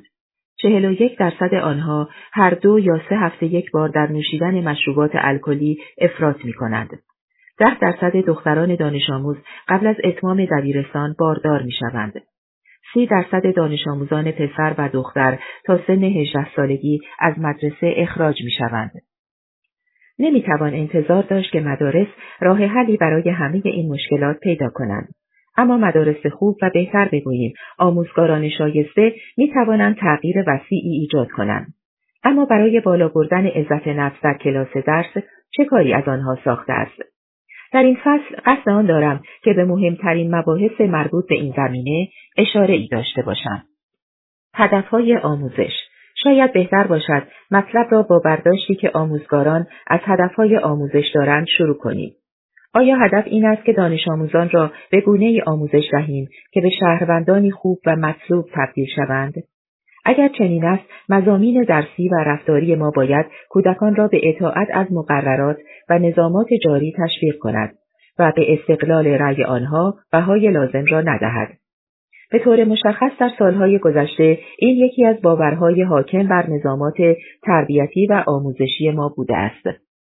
41% آنها هر 2 یا 3 هفته یک بار در نوشیدن مشروبات الکلی افراط می‌کنند. 10% دختران دانش آموز قبل از اتمام دبیرستان باردار می‌شوند. 30% دانش آموزان پسر و دختر تا سن 18 سالگی از مدرسه اخراج می‌شوند. نمی‌توان انتظار داشت که مدارس راه حلی برای همه این مشکلات پیدا کنند. اما مدارس خوب و بهتر بگوییم آموزگاران شایسته می‌توانند تغییر وسیعی ایجاد کنند. اما برای بالا بردن عزت نفس در کلاس درس چه کاری از آنها ساخته است؟ در این فصل قصد آن دارم که به مهمترین مباحث مربوط به این زمینه اشاره‌ای داشته باشم. هدفهای آموزش. شاید بهتر باشد مطلب را با برداشتی که آموزگاران از هدفهای آموزش دارند شروع کنیم. آیا هدف این است که دانش آموزان را به گونه‌ای آموزش دهیم که به شهروندانی خوب و مطلوب تبدیل شوند؟ اگر چنین است، مضامین درسی و رفتاری ما باید کودکان را به اطاعت از مقررات و نظامات جاری تشویق کند و به استقلال رأی آنها بهای لازم را ندهد. به طور مشخص در سالهای گذشته این یکی از باورهای حاکم بر نظامات تربیتی و آموزشی ما بوده است.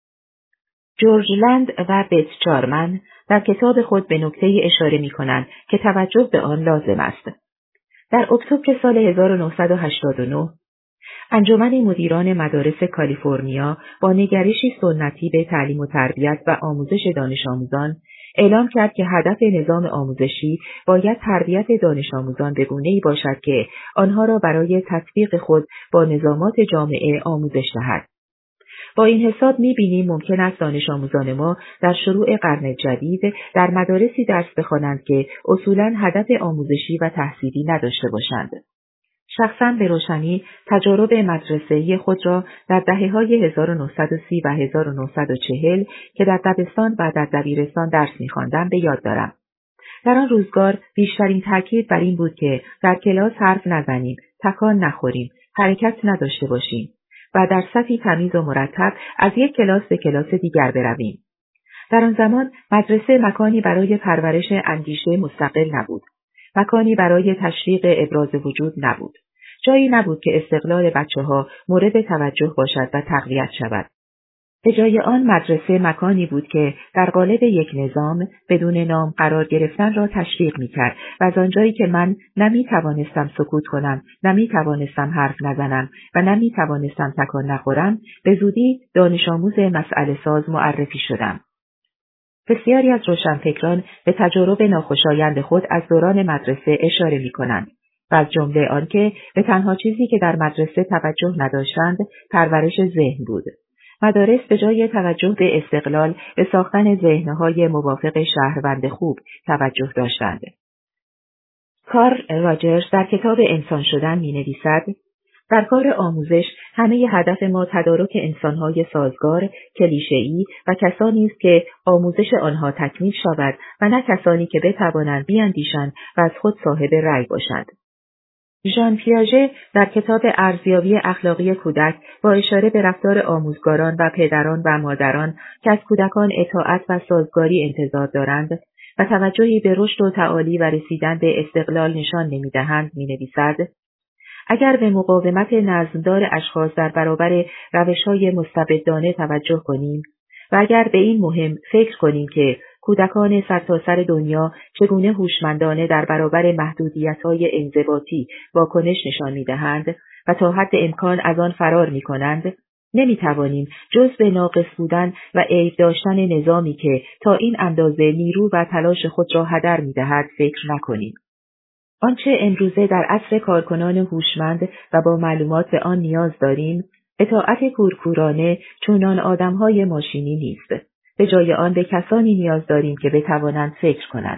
جورج لند و بیت چارمن در کتاب خود به نکته‌ای اشاره می‌کنند که توجه به آن لازم است. در اکتبر سال 1989 انجمن مدیران مدارس کالیفرنیا با نگرشی سنتی به تعلیم و تربیت و آموزش دانش آموزان اعلام کرد که هدف نظام آموزشی باید تربیت دانش آموزان به گونه‌ای باشد که آنها را برای تطبیق خود با نظامات جامعه آموزش دهد. با این حساب می‌بینیم ممکن است دانش آموزان ما در شروع قرن جدید در مدارسی درس بخوانند که اصولاً هدف آموزشی و تحصیلی نداشته باشند. شخصاً به روشنی تجارب مدرسه‌ای خود را در دهه‌های 1930 و 1940 که در دبستان و در دبیرستان درس می‌خواندم به یاد دارم. در آن روزگار بیشترین تاکید بر این بود که در کلاس حرف نزنیم، تکان نخوریم، حرکت نداشته باشیم و در صفی تمیز و مرتب از یک کلاس به کلاس دیگر برویم. در آن زمان مدرسه مکانی برای پرورش اندیشه مستقل نبود. مکانی برای تشویق ابراز وجود نبود. جایی نبود که استقلال بچه‌ها مورد توجه باشد و تقویت شود. به جای آن مدرسه مکانی بود که در قالب یک نظام بدون نام قرار گرفتن را تشویق می‌کرد و از آنجایی که من نمی‌توانستم سکوت کنم، نمی‌توانستم حرف نزنم و نمی‌توانستم تکان نخورم، به زودی دانش آموز مسئله ساز معرفی شدم. بسیاری از روشنفکران به تجارب ناخوشایند خود از دوران مدرسه اشاره می‌کنند و از جمله آنکه به تنها چیزی که در مدرسه توجه نداشتند پرورش ذهن بود. مدارس به جای توجه به استقلال به ساختن ذهن‌های موافق شهروند خوب توجه داشتند. کارل راجرز در کتاب انسان شدن می‌نویسد: در کار آموزش همه هدف ما تدارک انسان‌های سازگار، کلیشه‌ای و کسانی است که آموزش آنها تکمیل شود و نه کسانی که بتوانند بیاندیشند و از خود صاحب رأی باشند. ژان پیاژه در کتاب ارزیابی اخلاقی کودک با اشاره به رفتار آموزگاران و پدران و مادران که از کودکان اطاعت و سازگاری انتظار دارند و توجهی به رشد و تعالی و رسیدن به استقلال نشان نمی‌دهند می‌نویسد: اگر به مقاومت نظمدار اشخاص در برابر روش‌های مستبدانه توجه کنیم و اگر به این مهم فکر کنیم که کودکان سرتاسر دنیا چگونه هوشمندانه در برابر محدودیت‌های انضباطی واکنش نشان می‌دهند و تا حد امکان از آن فرار می‌کنند، نمی‌توانیم جز به ناقص بودن و عیب داشتن نظامی که تا این اندازه نیرو و تلاش خود را هدر می‌دهد فکر نکنیم. آنچه امروزه در عصر کارکنان هوشمند و با معلومات به آن نیاز داریم، اطاعت کورکورانه چونان آدم‌های ماشینی نیست. به جای آن به کسانی نیاز داریم که بتوانند فکر کنند.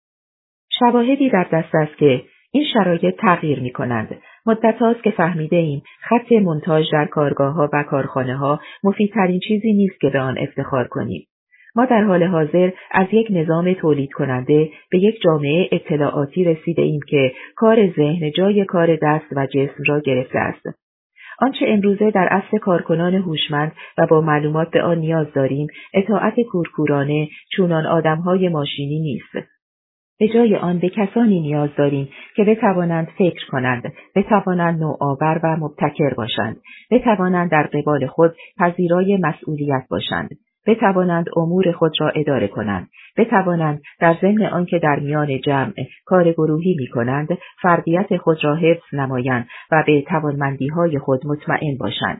شواهدی در دست است که این شرایط تغییر می‌کنند. مدت هاست که فهمیده ایم خط مونتاژ در کارگاه‌ها و کارخانه‌ها مفیدترین چیزی نیست که به آن افتخار کنیم. ما در حال حاضر از یک نظام تولید کننده به یک جامعه اطلاعاتی رسیده ایم که کار ذهن جای کار دست و جسم را گرفته است. آنچه امروزه در اصل کارکنان هوشمند و با معلومات به آن نیاز داریم، اطاعت کورکورانه چونان آدم‌های ماشینی نیست. به جای آن به کسانی نیاز داریم که بتوانند فکر کنند، بتوانند نوآور و مبتکر باشند، بتوانند در قبال خود پذیرای مسئولیت باشند، بتوانند امور خود را اداره کنند، بتوانند در ضمن آنکه در میان جمع کار گروهی می‌کنند، فردیت خود را حفظ نمایند و به توانمندی‌های خود مطمئن باشند.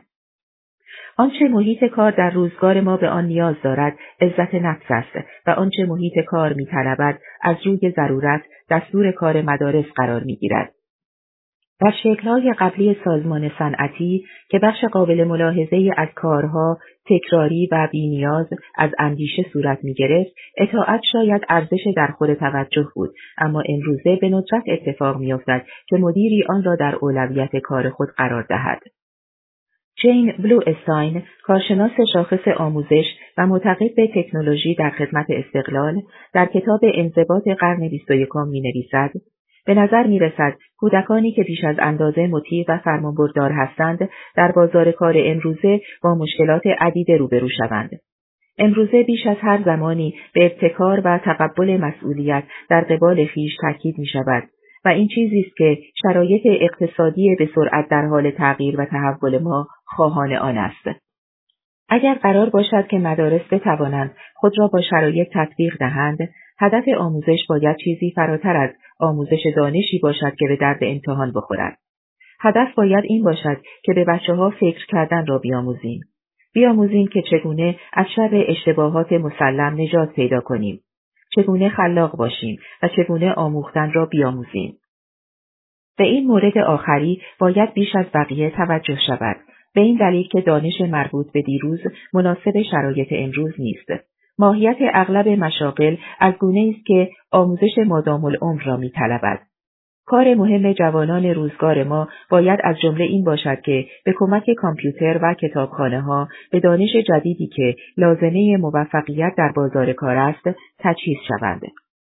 آنچه محیط کار در روزگار ما به آن نیاز دارد، عزت نفس است و آنچه محیط کار می‌طلبد، از روی ضرورت دستور کار مدارس قرار می‌گیرد. در شکل‌های قبلی سازمان صنعتی که بخش قابل ملاحظه‌ای از کارها تکراری و بی‌نیاز از اندیشه صورت می‌گرفت، اطاعت شاید ارزش در خور توجه بود، اما امروزه به ندرت اتفاق می‌افتد که مدیری آن را در اولویت کار خود قرار دهد. جین بلو استاین، کارشناس شاخص آموزش و معتقد به تکنولوژی در خدمت استقلال، در کتاب انضباط قرن 21 می‌نویسد: به نظر می‌رسد کودکانی که بیش از اندازه مطیع و فرمانبردار هستند، در بازار کار امروزه با مشکلات عدیده روبرو شوند. امروزه بیش از هر زمانی به ابتکار و تقبل مسئولیت در قبال خویش تاکید می‌شود و این چیزی است که شرایط اقتصادی به سرعت در حال تغییر و تحول ما خواهان آن است. اگر قرار باشد که مدارس بتوانند خود را با شرایط تطبیق دهند، هدف آموزش باید چیزی فراتر از آموزش دانشی باشد که به درد امتحان بخورد. هدف باید این باشد که به بچه‌ها فکر کردن را بیاموزیم. بیاموزیم که چگونه از شر اشتباهات مسلم نجات پیدا کنیم. چگونه خلاق باشیم و چگونه آموختن را بیاموزیم. به این مورد آخری باید بیش از بقیه توجه شود، به این دلیل که دانش مربوط به دیروز مناسب شرایط امروز نیست. ماهیت اغلب مشاغل از گونه‌ای است که آموزش مادام العمر را می‌طلبد. کار مهم جوانان روزگار ما باید از جمله این باشد که به کمک کامپیوتر و کتابخانه‌ها به دانش جدیدی که لازمه موفقیت در بازار کار است تجهیز شوند.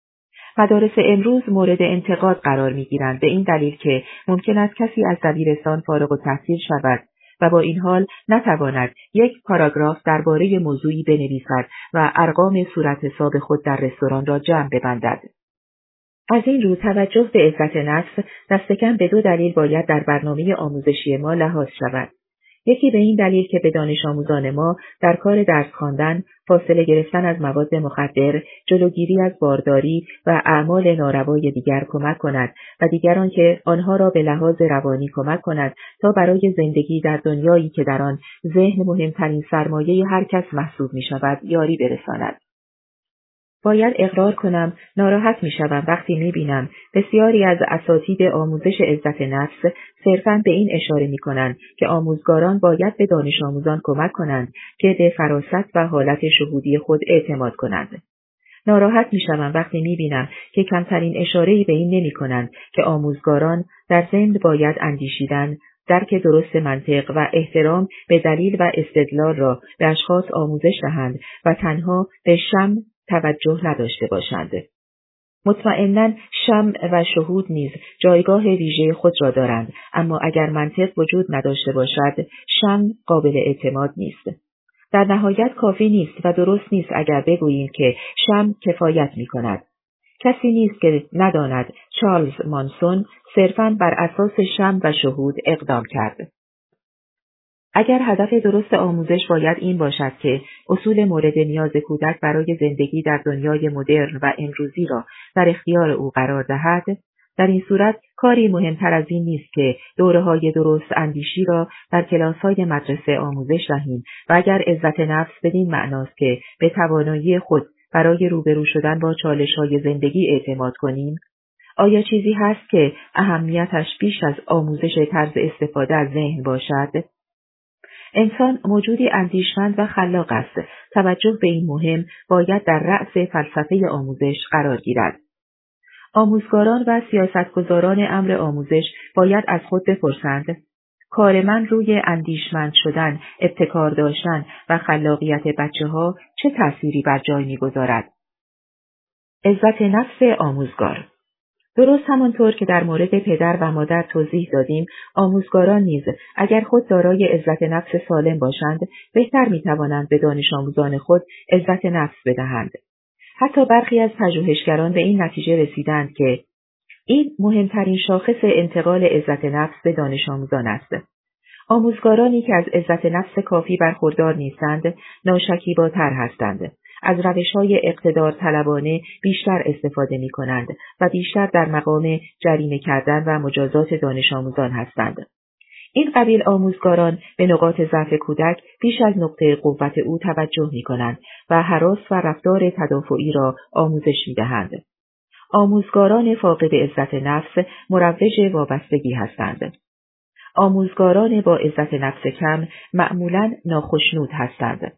مدارس امروز مورد انتقاد قرار می‌گیرند به این دلیل که ممکن است کسی از دبیرستان فارغ التحصیل شود و با این حال نتواند یک پاراگراف درباره موضوعی بنویسد و ارقام صورتحساب خود در رستوران را جمع ببندد. از این رو توجه به عزت نفس دست کم به 2 دلیل باید در برنامه آموزشی ما لحاظ شود. یکی به این دلیل که به دانش آموزان ما در کار درس خواندن، فاصله گرفتن از مواد مخدر، جلوگیری از بارداری و اعمال ناروای دیگر کمک کند و دیگران که آنها را به لحاظ روانی کمک کند تا برای زندگی در دنیایی که در آن ذهن مهمترین سرمایه هر کس محسوب می شود یاری برساند. باید اقرار کنم ناراحت می شدم وقتی می بینم بسیاری از اساتید آموزش عزت نفس صرفاً به این اشاره می کنند که آموزگاران باید به دانش آموزان کمک کنند که به فراست و حالت شهودی خود اعتماد کنند. ناراحت می شدم وقتی می بینم که کمترین اشاره‌ای به این نمی کنند که آموزگاران در ضمن باید اندیشیدن، درک درست منطق و احترام به دلیل و استدلال را به اشخاص آموزش دهند و تنها به شم توجه نداشته باشند. مطمئناً شمع و شهود نیز جایگاه ویژه خود را دارند، اما اگر منطق وجود نداشته باشد، شمع قابل اعتماد نیست. در نهایت کافی نیست و درست نیست اگر بگوییم که شمع کفایت می کند. کسی نیست که نداند چارلز مانسون صرفاً بر اساس شمع و شهود اقدام کرد. اگر هدف درست آموزش باید این باشد که اصول مورد نیاز کودک برای زندگی در دنیای مدرن و امروزی را در اختیار او قرار دهد، در این صورت کاری مهمتر از این نیست که دوره‌های درست اندیشی را در کلاس‌های مدرسه آموزش دهیم و اگر عزت نفس بدین معناست که به توانایی خود برای روبرو شدن با چالش‌های زندگی اعتماد کنیم، آیا چیزی هست که اهمیتش بیش از آموزش طرز استفاده از ذهن باشد؟ انسان موجودی اندیشمند و خلاق است. توجه به این مهم باید در رأس فلسفه آموزش قرار گیرد. آموزگاران و سیاستگزاران امر آموزش باید از خود بپرسند: کار من روی اندیشمند شدن، ابتکار داشتن و خلاقیت بچه‌ها چه تأثیری بر جای می‌گذارد؟ عزت نفس آموزگار. درست همانطور که در مورد پدر و مادر توضیح دادیم، آموزگاران نیز اگر خود دارای عزت نفس سالم باشند، بهتر می‌توانند به دانش آموزان خود عزت نفس بدهند. حتی برخی از پژوهشگران به این نتیجه رسیدند که این مهمترین شاخص انتقال عزت نفس به دانش آموزان است. آموزگارانی که از عزت نفس کافی برخوردار نیستند، ناشکیباتر هستند. از روش‌های اقتدار طلبانه بیشتر استفاده می‌کنند و بیشتر در مقام جریمه کردن و مجازات دانش آموزان هستند. این قبیل آموزگاران به نقاط ضعف کودک بیش از نقطه قوت او توجه می‌کنند و هراس و رفتار تدافعی را آموزش می‌دهند. آموزگاران فاقد عزت نفس مروج وابستگی هستند. آموزگاران با عزت نفس کم معمولاً ناخشنود هستند.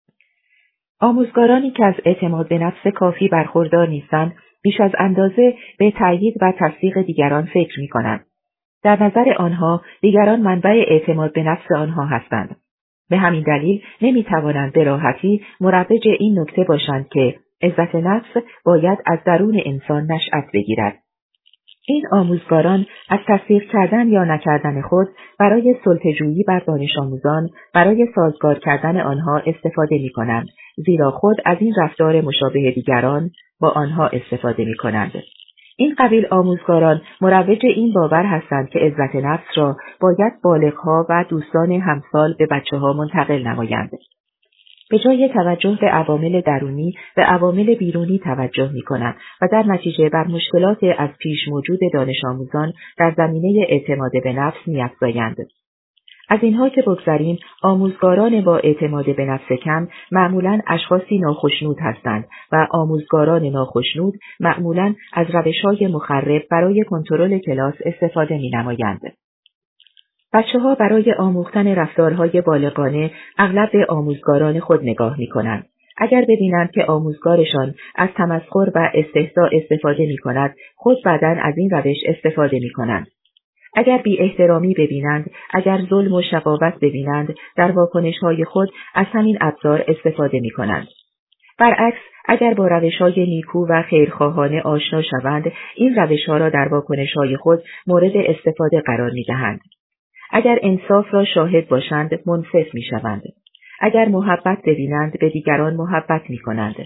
آموزگارانی که از اعتماد به نفس کافی برخوردار نیستند، بیش از اندازه به تأیید و تصدیق دیگران فکر می‌کنند. در نظر آنها دیگران منبع اعتماد به نفس آنها هستند. به همین دلیل نمی‌توانند به راحتی مروج این نکته باشند که عزت نفس باید از درون انسان نشأت بگیرد. این آموزگاران از تصدیق کردن یا نکردن خود برای سلطه‌جویی بر دانش آموزان، برای سازگار کردن آنها استفاده می‌کنند، زیرا خود از این رفتار مشابه دیگران با آنها استفاده می‌کنند. این قبیل آموزگاران مروج این باور هستند که عزت نفس را باید بالغ‌ها و دوستان همسال به بچه‌ها منتقل نمایند. به جای توجه به عوامل درونی به عوامل بیرونی توجه می‌کنند و در نتیجه بر مشکلات از پیش موجود دانش آموزان در زمینه اعتماد به نفس می‌افزایند. از اینها که بگذریم، آموزگاران با اعتماد به نفس کم معمولاً اشخاصی ناخشنود هستند و آموزگاران ناخشنود معمولاً از روش‌های مخرب برای کنترل کلاس استفاده می‌نمایند. بچه‌ها برای آموختن رفتارهای بالغانه اغلب به آموزگاران خود نگاه می‌کنند. اگر ببینند که آموزگارشان از تمسخر و استهزاء استفاده می‌کند، خود بعداً از این روش استفاده می‌کنند. اگر بی احترامی ببینند، اگر ظلم و شقاوت ببینند، در واکنش‌های خود از همین ابزار استفاده می‌کنند. برعکس، اگر با روش‌های نیکو و خیرخواهانه آشنا شوند، این روش‌ها را در واکنش‌های خود مورد استفاده قرار می‌دهند. اگر انصاف را شاهد باشند، منصف می‌شوند. اگر محبت ببینند، به دیگران محبت می‌کنند.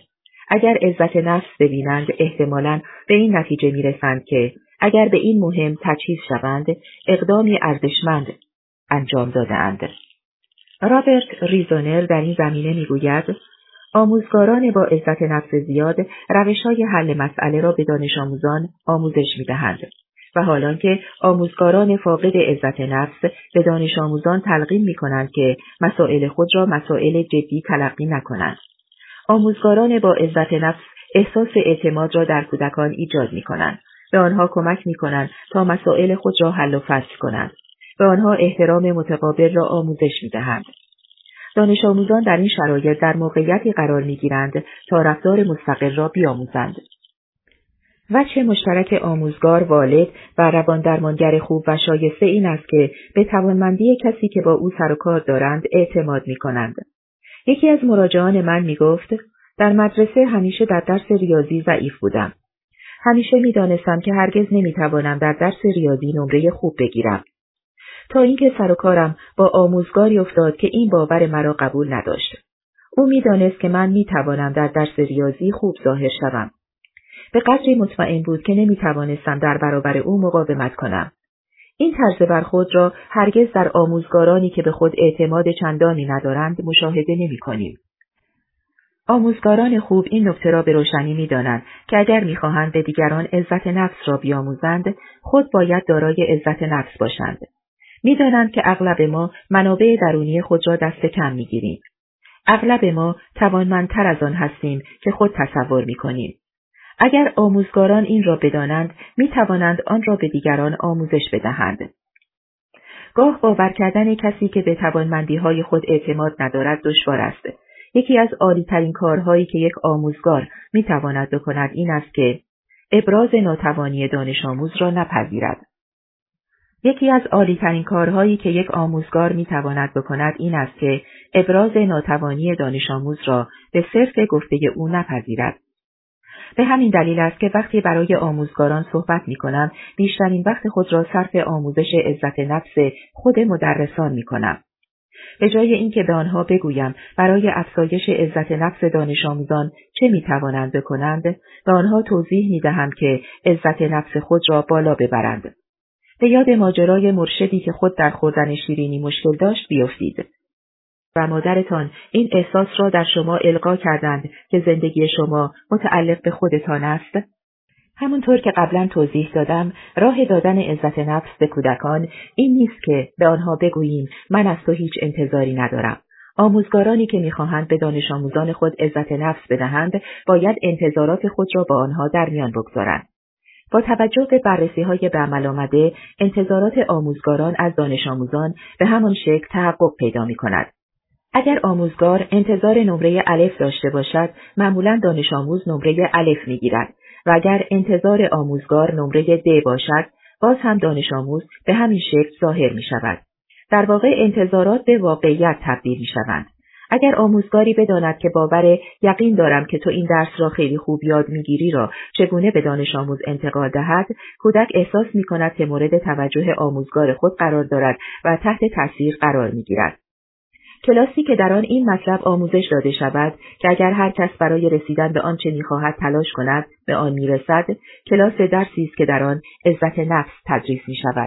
اگر عزت نفس ببینند احتمالاً به این نتیجه میرسند که اگر به این مهم تجهیز شوند اقدامی ارزشمند انجام داده‌اند. رابرت ریزونر در این زمینه میگوید آموزگاران با عزت نفس زیاد روش‌های حل مسئله را به دانش آموزان آموزش می‌دهند و حالان که آموزگاران فاقد عزت نفس به دانش آموزان تلقین می‌کنند که مسائل خود را مسائل جدی تلقی نکنند. آموزگاران با عزت نفس احساس اعتماد را در کودکان ایجاد می‌کنند. به آنها کمک می‌کنند تا مسائل خود را حل و فصل کنند. به آنها احترام متقابل را آموزش می‌دهند. دانش آموزان در این شرایط در موقعیتی قرار می‌گیرند تا رفتار مستقل را بیاموزند. وجه مشترک آموزگار، والد و رواندرمانگر خوب و شایسته این است که به توانمندی کسی که با او سر و کار دارند اعتماد می‌کنند. یکی از مراجعان من می‌گفت در مدرسه همیشه در درس ریاضی ضعیف بودم. همیشه می‌دانستم که هرگز نمی‌توانم در درس ریاضی نمره خوب بگیرم. تا اینکه سر و کارم با آموزگاری افتاد که این باور مرا قبول نداشت. او می‌دانست که من می‌توانم در درس ریاضی خوب ظاهر شوم. به قدری مطمئن بود که نمی‌توانستم در برابر او مقاومت کنم. این طرز برخورد را هرگز در آموزگارانی که به خود اعتماد چندانی ندارند مشاهده نمی‌کنیم. آموزگاران خوب این نکته را به روشنی می‌دانند که اگر می‌خواهند به دیگران عزت نفس را بیاموزند، خود باید دارای عزت نفس باشند. می‌دانند که اغلب ما منابع درونی خود را دست کم می‌گیریم. اغلب ما توانمندتر از آن هستیم که خود تصور می‌کنیم. اگر آموزگاران این را بدانند، می‌توانند آن را به دیگران آموزش بدهند. گاه باور کردن کسی که به توانمندی‌های خود اعتماد ندارد دشوار است. یکی از عالی‌ترین کارهایی که یک آموزگار می‌تواند بکند این است که ابراز ناتوانی دانش آموز را نپذیرد. یکی از عالی‌ترین کارهایی که یک آموزگار می‌تواند بکند این است که ابراز ناتوانی دانش آموز را به صرف گفته او نپذیرد. به همین دلیل است که وقتی برای آموزگاران صحبت می‌کنم، بیشترین وقت خود را صرف آموزش عزت نفس خود مدرسان می‌کنم. به جای اینکه به آنها بگویم برای افزایش عزت نفس دانش آموزان چه می‌توانند بکنند، به آنها توضیح می‌دهم که عزت نفس خود را بالا ببرند. به یاد ماجرای مرشدی که خود در خوردن شیرینی مشکل داشت بیفتید. و مادرتان این احساس را در شما القا کردند که زندگی شما متعلق به خودتان است؟ همونطور که قبلا توضیح دادم، راه دادن عزت نفس به کودکان این نیست که به آنها بگوییم من از تو هیچ انتظاری ندارم. آموزگارانی که می‌خواهند به دانش آموزان خود عزت نفس بدهند، باید انتظارات خود را با آنها در میان بگذارند. با توجه به بررسی‌های به عمل آمده، انتظارات آموزگاران از دانش آموزان به همان شکل تحقق پیدا می‌کند. اگر آموزگار انتظار نمره الف داشته باشد، معمولاً دانش آموز نمره الف می‌گیرد و اگر انتظار آموزگار نمره د باشد، باز هم دانش آموز به همین شکل ظاهر می‌شود. در واقع انتظارات به واقعیت تبدیل می‌شوند. اگر آموزگاری بداند که باور یقین دارم که تو این درس را خیلی خوب یاد می‌گیری را چگونه به دانش آموز انتقال دهد، کودک احساس می‌کند که مورد توجه آموزگار خود قرار دارد و تحت تاثیر قرار می‌گیرد. کلاسی که در آن این مطلب آموزش داده شود که اگر هر کس برای رسیدن به آنچه می‌خواهد تلاش کند به آن می‌رسد، کلاس درسی است که در آن عزت نفس تدریس می‌شود.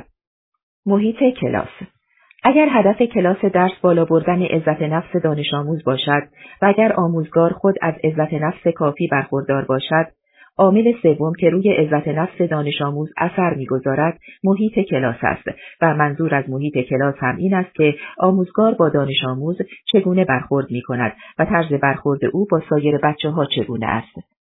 محیط کلاس. اگر هدف کلاس درس بالا بردن عزت نفس دانش آموز باشد و اگر آموزگار خود از عزت نفس کافی برخوردار باشد، عامل سوم که روی عزت نفس دانش آموز اثر می‌گذارد محیط کلاس است و منظور از محیط کلاس هم این است که آموزگار با دانش آموز چگونه برخورد می‌کند و طرز برخورد او با سایر بچه‌ها چگونه است.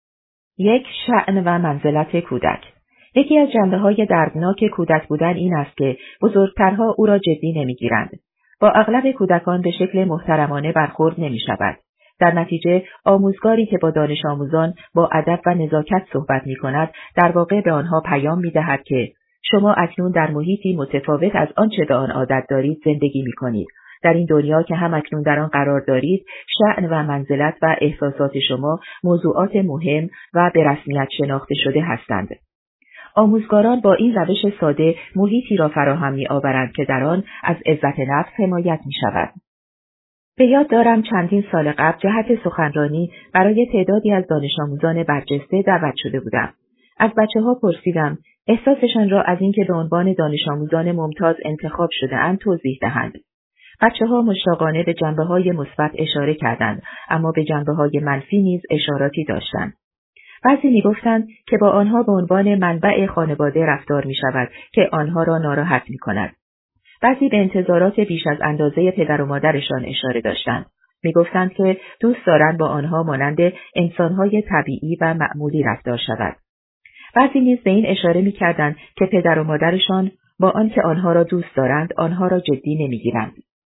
1. شأن و منزلت کودک. یکی از جنبه‌های دردناک کودک بودن این است که بزرگترها او را جدی نمی‌گیرند. با اغلب کودکان به شکل محترمانه برخورد نمی‌شود. در نتیجه آموزگاری که با دانش آموزان با ادب و نزاکت صحبت می‌کند، در واقع به آنها پیام می‌دهد که شما اکنون در محیطی متفاوت از آنچه به آن عادت دارید زندگی می‌کنید. در این دنیا که هم اکنون در آن قرار دارید، شأن و منزلت و احساسات شما موضوعات مهم و به رسمیت شناخته شده هستند. آموزگاران با این روش ساده محیطی را فراهم می‌آورند که در آن از عزت نفس حمایت می‌شود. به یاد دارم چندین سال قبل جهت سخنرانی برای تعدادی از دانش آموزان برجسته دعوت شده بودم. از بچه‌ها پرسیدم احساسشان را از اینکه به عنوان دانش آموزان ممتاز انتخاب شده‌اند توضیح دهند. بچه‌ها مشتاقانه به جنبه‌های مثبت اشاره کردند، اما به جنبه‌های منفی نیز اشاراتی داشتند. بعضی می‌گفتند که با آنها به عنوان منبع خانواده رفتار می‌شود که آنها را ناراحت می‌کند. بعضی به انتظارات بیش از اندازه پدر و مادرشان اشاره داشتند. می‌گفتند که دوست دارند با آنها مانند انسان‌های طبیعی و معمولی رفتار شود. بعضی نیز به این اشاره می‌کردند که پدر و مادرشان با آنکه آنها را دوست دارند، آنها را جدی نمی‌گیرند.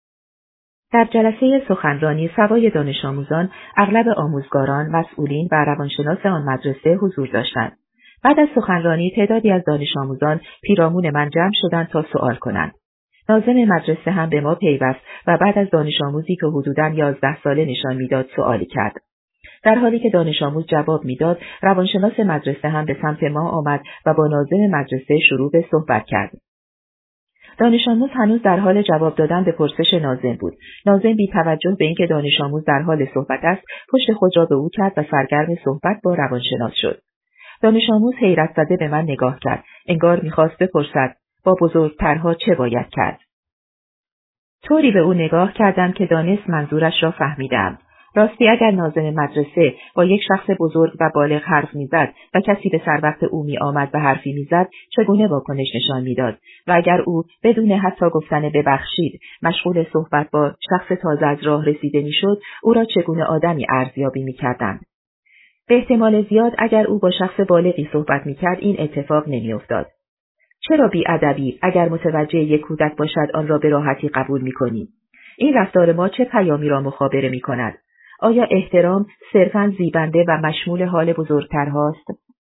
در جلسه سخنرانی سوای دانش آموزان، اغلب آموزگاران، مسئولین و روانشناس آن مدرسه حضور داشتند. بعد از سخنرانی تعدادی از دانش آموزان پیرامون من جمع شدند تا سؤال کنند. ناظم مدرسه هم به ما پیوست و بعد از دانش آموزی که حدوداً 11 ساله نشان میداد سؤالی کرد. در حالی که دانش آموز جواب میداد، روانشناس مدرسه هم به سمت ما آمد و با ناظم مدرسه شروع به صحبت کرد. دانش آموز هنوز در حال جواب دادن به پرسش ناظم بود. ناظم بی توجه به اینکه دانش آموز در حال صحبت است، پشت خود را به او کرد و سرگرم صحبت با روانشناس شد. دانش آموز حیرت زده به من نگاه کرد. انگار می‌خواست بپرسد با بزرگترها چه باید کرد. طوری به او نگاه کردم که دانست منظورش را فهمیدم. راستی اگر ناظم مدرسه با یک شخص بزرگ و بالغ حرف میزد و کسی به سر وقت او می آمد و حرفی میزد، چگونه واکنش نشان میداد؟ و اگر او بدون حتی گفتن ببخشید مشغول صحبت با شخص تازه از راه رسیده میشد، او را چگونه آدمی ارزیابی میکردند؟ به احتمال زیاد اگر او با شخص بالغی صحبت میکرد این اتفاق نمیافتاد. چرا بی‌ادبی اگر متوجه یک کودک باشد آن را به راحتی قبول میکنیم؟ این رفتار ما چه پیامی را مخابره میکند؟ آیا احترام صرفاً زیبنده و مشمول حال بزرگترهاست؟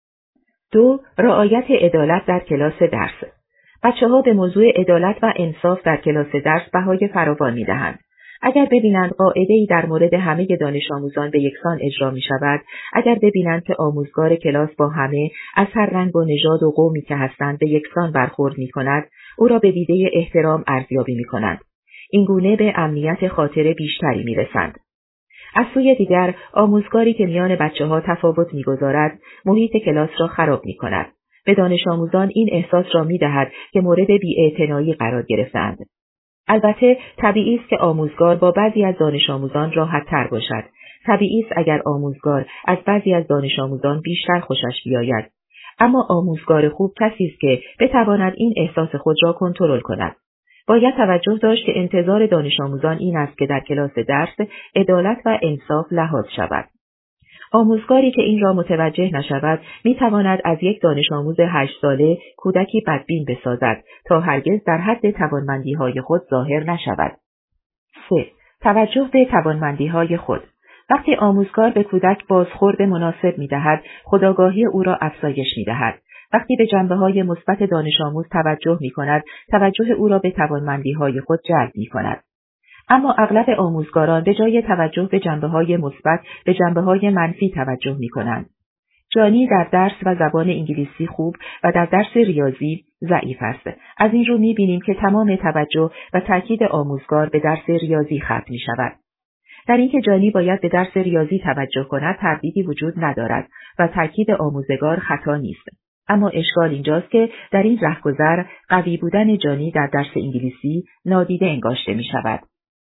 2. رعایت عدالت در کلاس درس. بچه‌ها به موضوع عدالت و انصاف در کلاس درس بهای فراوان می‌دهند. اگر ببینند قاعده‌ای در مورد همه دانش آموزان به یکسان اجرا می‌شود، اگر ببینند که آموزگار کلاس با همه از هر رنگ و نژاد و قومی که هستند به یکسان برخورد می‌کند، او را به دیده احترام ارزیابی می‌کنند. این گونه به امنیت خاطر بیشتری می‌رسند. از سوی دیگر، آموزگاری که میان بچه‌ها تفاوت می‌گذارد، محیط کلاس را خراب می‌کند. به دانش آموزان این احساس را می‌دهد که مورد بی‌اعتنایی قرار گرفتند. البته طبیعی است که آموزگار با بعضی از دانش آموزان راحت‌تر باشد. طبیعی است اگر آموزگار از بعضی از دانش آموزان بیشتر خوشش بیاید. اما آموزگار خوب کسی است که بتواند این احساس خود را کنترل کند. باید توجه داشت که انتظار دانش آموزان این است که در کلاس درس عدالت و انصاف لحاظ شود. آموزگاری که این را متوجه نشود میتواند از یک دانش آموز 8 ساله کودکی بدبین بسازد تا هرگز در حد توانمندی‌های خود ظاهر نشود. 3. توجه به توانمندی‌های خود. وقتی آموزگار به کودک بازخورد مناسب می‌دهد، خودآگاهی او را افزایش می‌دهد. وقتی به جنبه‌های مثبت دانش آموز توجه می‌کند، توجه او را به توانمندی‌های خود جلب می‌کند. اما اغلب آموزگاران به جای توجه به جنبه‌های مثبت به جنبه‌های منفی توجه می‌کنند. جانی در درس و زبان انگلیسی خوب و در درس ریاضی ضعیف است. از این رو می‌بینیم که تمام توجه و تاکید آموزگار به درس ریاضی ختم می‌شود. در اینکه جانی باید به درس ریاضی توجه کند تردیدی وجود ندارد و تاکید آموزگار خطا نیست. اما اشکال اینجاست که در این رهگذر قوی بودن جانی در درس انگلیسی نادیده انگاشته می‌شود.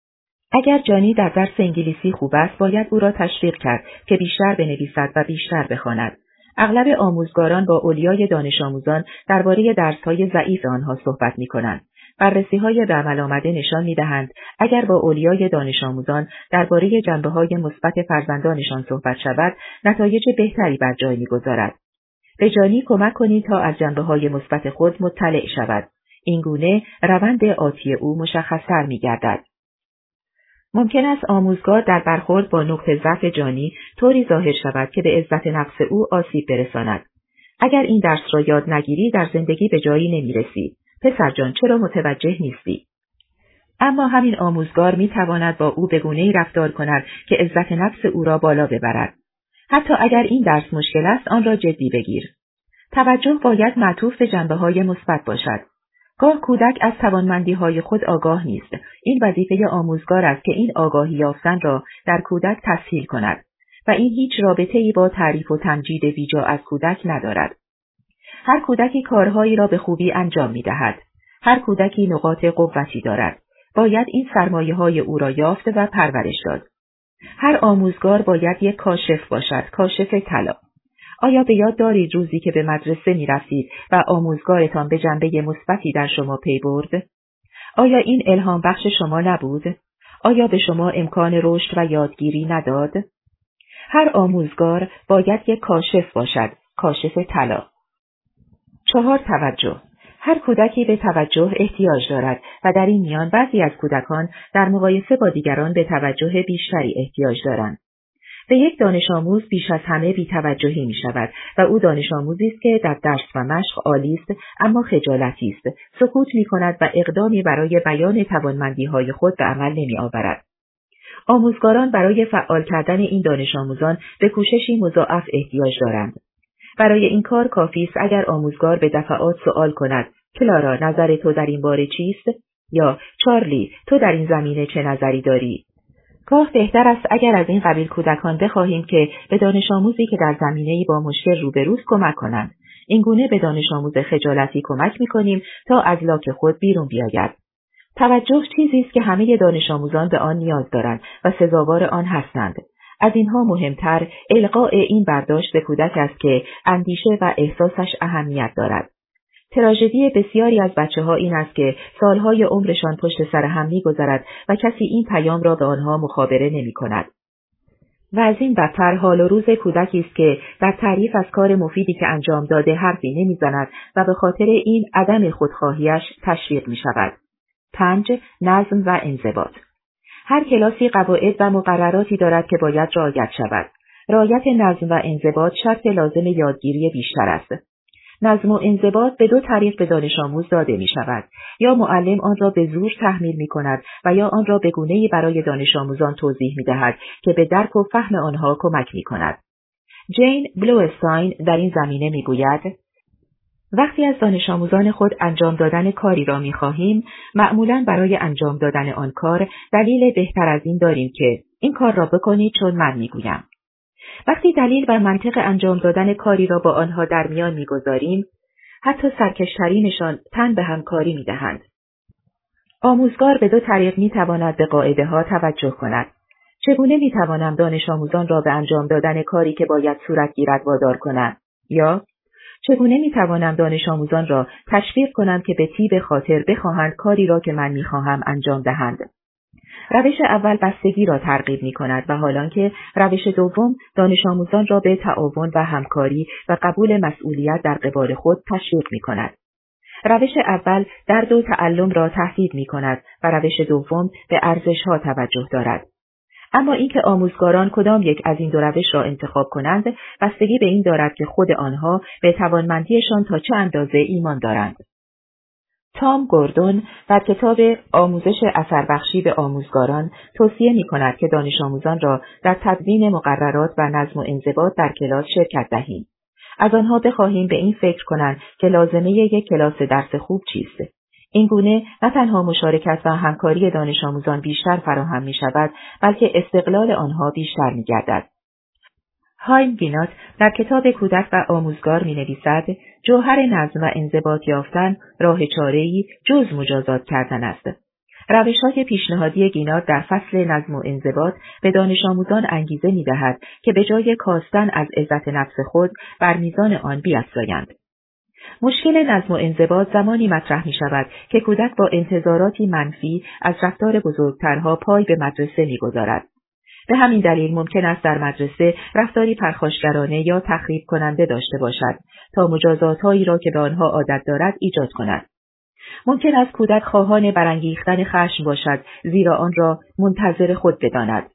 اگر جانی در درس انگلیسی خوب است، باید او را تشویق کرد که بیشتر بنویسد و بیشتر بخواند. اغلب آموزگاران با اولیای دانش آموزان درباره درس‌های ضعیف آنها صحبت می‌کنند. بررسی‌های به عمل آمده نشان می‌دهند اگر با اولیای دانش آموزان درباره جنبه‌های مثبت فرزندانشان صحبت شود، نتایج بهتری بر جای می‌گذارد. به جانی کمک کنید تا از جنبه‌های مثبت خود مطلع شود. این گونه روند آتی او مشخص‌تر می‌گردد. ممکن است آموزگار در برخورد با نقطه ضعف جانی طوری ظاهر شود که به عزت نفس او آسیب برساند. اگر این درس را یاد نگیری در زندگی به جایی نمی‌رسی. پسر جان چرا متوجه نیستی؟ اما همین آموزگار می‌تواند با او به گونه‌ای رفتار کند که عزت نفس او را بالا ببرد. حتی اگر این درس مشکل است آن را جدی بگیر. توجه باید معطوف به جنبه‌های مثبت باشد. گاه کودک از توانمندی‌های خود آگاه نیست. این وظیفه آموزگار است که این آگاهی یافتن را در کودک تسهیل کند و این هیچ رابطه‌ای با تعریف و تمجید بیجا از کودک ندارد. هر کودکی کارهایی را به خوبی انجام می‌دهد. هر کودکی نقاط قوتی دارد. باید این سرمایه‌های او را یافت و پرورش داد. هر آموزگار باید یک کاشف باشد، کاشف طلا. آیا به یاد دارید روزی که به مدرسه می رفتید و آموزگارتان به جنبه مثبتی در شما پی برد؟ آیا این الهام بخش شما نبود؟ آیا به شما امکان رشد و یادگیری نداد؟ هر آموزگار باید یک کاشف باشد، کاشف طلا. 4. توجه. هر کودکی به توجه احتیاج دارد و در این میان بعضی از کودکان در مقایسه با دیگران به توجه بیشتری احتیاج دارند. به یک دانش آموز بیش از همه بی‌توجهی می شود و او دانش آموزی است که در درس و مشق عالی است اما خجالتی است، سکوت می کند و اقدامی برای بیان توانمندی‌های خود به عمل نمی آورد. آموزگاران برای فعال کردن این دانش آموزان به کوششی مضاعف احتیاج دارند. برای این کار کافی است اگر آموزگار به دفعات سوال کند: کلارا، نظر تو در این باره چیست؟ یا چارلی، تو در این زمینه چه نظری داری؟ گاه بهتر است اگر از این قبیل کودکان بخواهیم که به دانش آموزی که در زمینه‌ای با مشکل روبروست کمک کنند. این گونه به دانش آموز خجالتی کمک می‌کنیم تا از لاک خود بیرون بیاید. توجه چیزی است که همه دانش آموزان به آن نیاز دارند و سزاوار آن هستند. از اینها مهمتر القاء این برداشت به کودک است که اندیشه و احساسش اهمیت دارد. تراژدی بسیاری از بچه‌ها این است که سالهای عمرشان پشت سر هم می‌گذرد و کسی این پیام را به آنها مخابره نمی‌کند. و از این بدتر حال و روز کودکی است که در تعریف از کار مفیدی که انجام داده حرفی نمی‌زند و به خاطر این عدم خودخواهیش تشویق می‌شود. 5. نظم و انضباط. هر کلاسی قواعد و مقرراتی دارد که باید رعایت شود. رعایت نظم و انضباط شرط لازم یادگیری بیشتر است. نظم و انضباط به دو طریق به دانش آموز داده می شود. یا معلم آن را به زور تحمیل می کند و یا آن را به گونه‌ای برای دانش آموزان توضیح می دهد که به درک و فهم آنها کمک می کند. جین بلوستاین در این زمینه می گوید: وقتی از دانش آموزان خود انجام دادن کاری را می خواهیم، معمولاً برای انجام دادن آن کار دلیل بهتر از این داریم که این کار را بکنید چون من می گویم. وقتی دلیل و منطق انجام دادن کاری را با آنها در میان می‌گذاریم، حتی سرکشترینشان تن به همکاری می‌دهند. آموزگار به دو طریق می‌تواند به قاعده‌ها توجه کند. چگونه می‌توانم دانش آموزان را به انجام دادن کاری که باید صورت گیرد وادار کنم؟ یا چگونه می‌توانم دانش آموزان را تشویق کنم که به طیب خاطر بخواهند کاری را که من می‌خواهم انجام دهند؟ روش اول بستگی را ترغیب می کند و حالانکه روش دوم دانش آموزان را به تعاون و همکاری و قبول مسئولیت در قبال خود تشویق می کند. روش اول درد و تعلم را تهدید می کند و روش دوم به ارزش‌ها توجه دارد. اما اینکه آموزگاران کدام یک از این دو روش را انتخاب کنند بستگی به این دارد که خود آنها به توانمندیشان تا چه اندازه ایمان دارند. تام گوردون در کتاب آموزش اثربخشی به آموزگاران توصیه می کند که دانش آموزان را در تدوین مقررات و نظم و انضباط در کلاس شرکت دهیم. از آنها بخواهیم به این فکر کنند که لازمه یک کلاس درس خوب چیست. این گونه نه تنها مشارکت و همکاری دانش آموزان بیشتر فراهم می شود، بلکه استقلال آنها بیشتر می گردد. هایم گینات در کتاب کودک و آموزگار می نویسد: جوهر نظم و انضباط یافتن راه چاره‌ای جز مجازات کردن است. روش‌های پیشنهادی گینات در فصل نظم و انضباط به دانش آموزان انگیزه می دهد که به جای کاستن از عزت نفس خود بر میزان آن بیفزایند. مشکل نظم و انضباط زمانی مطرح می شود که کودک با انتظاراتی منفی از رفتار بزرگترها پای به مدرسه می گذارد. به همین دلیل ممکن است در مدرسه رفتاری پرخاشگرانه یا تخریب کننده داشته باشد تا مجازات‌هایی را که به آنها عادت دارد ایجاد کند. ممکن است کودک خواهان برانگیختن خشم باشد زیرا آن را منتظر خود بداند.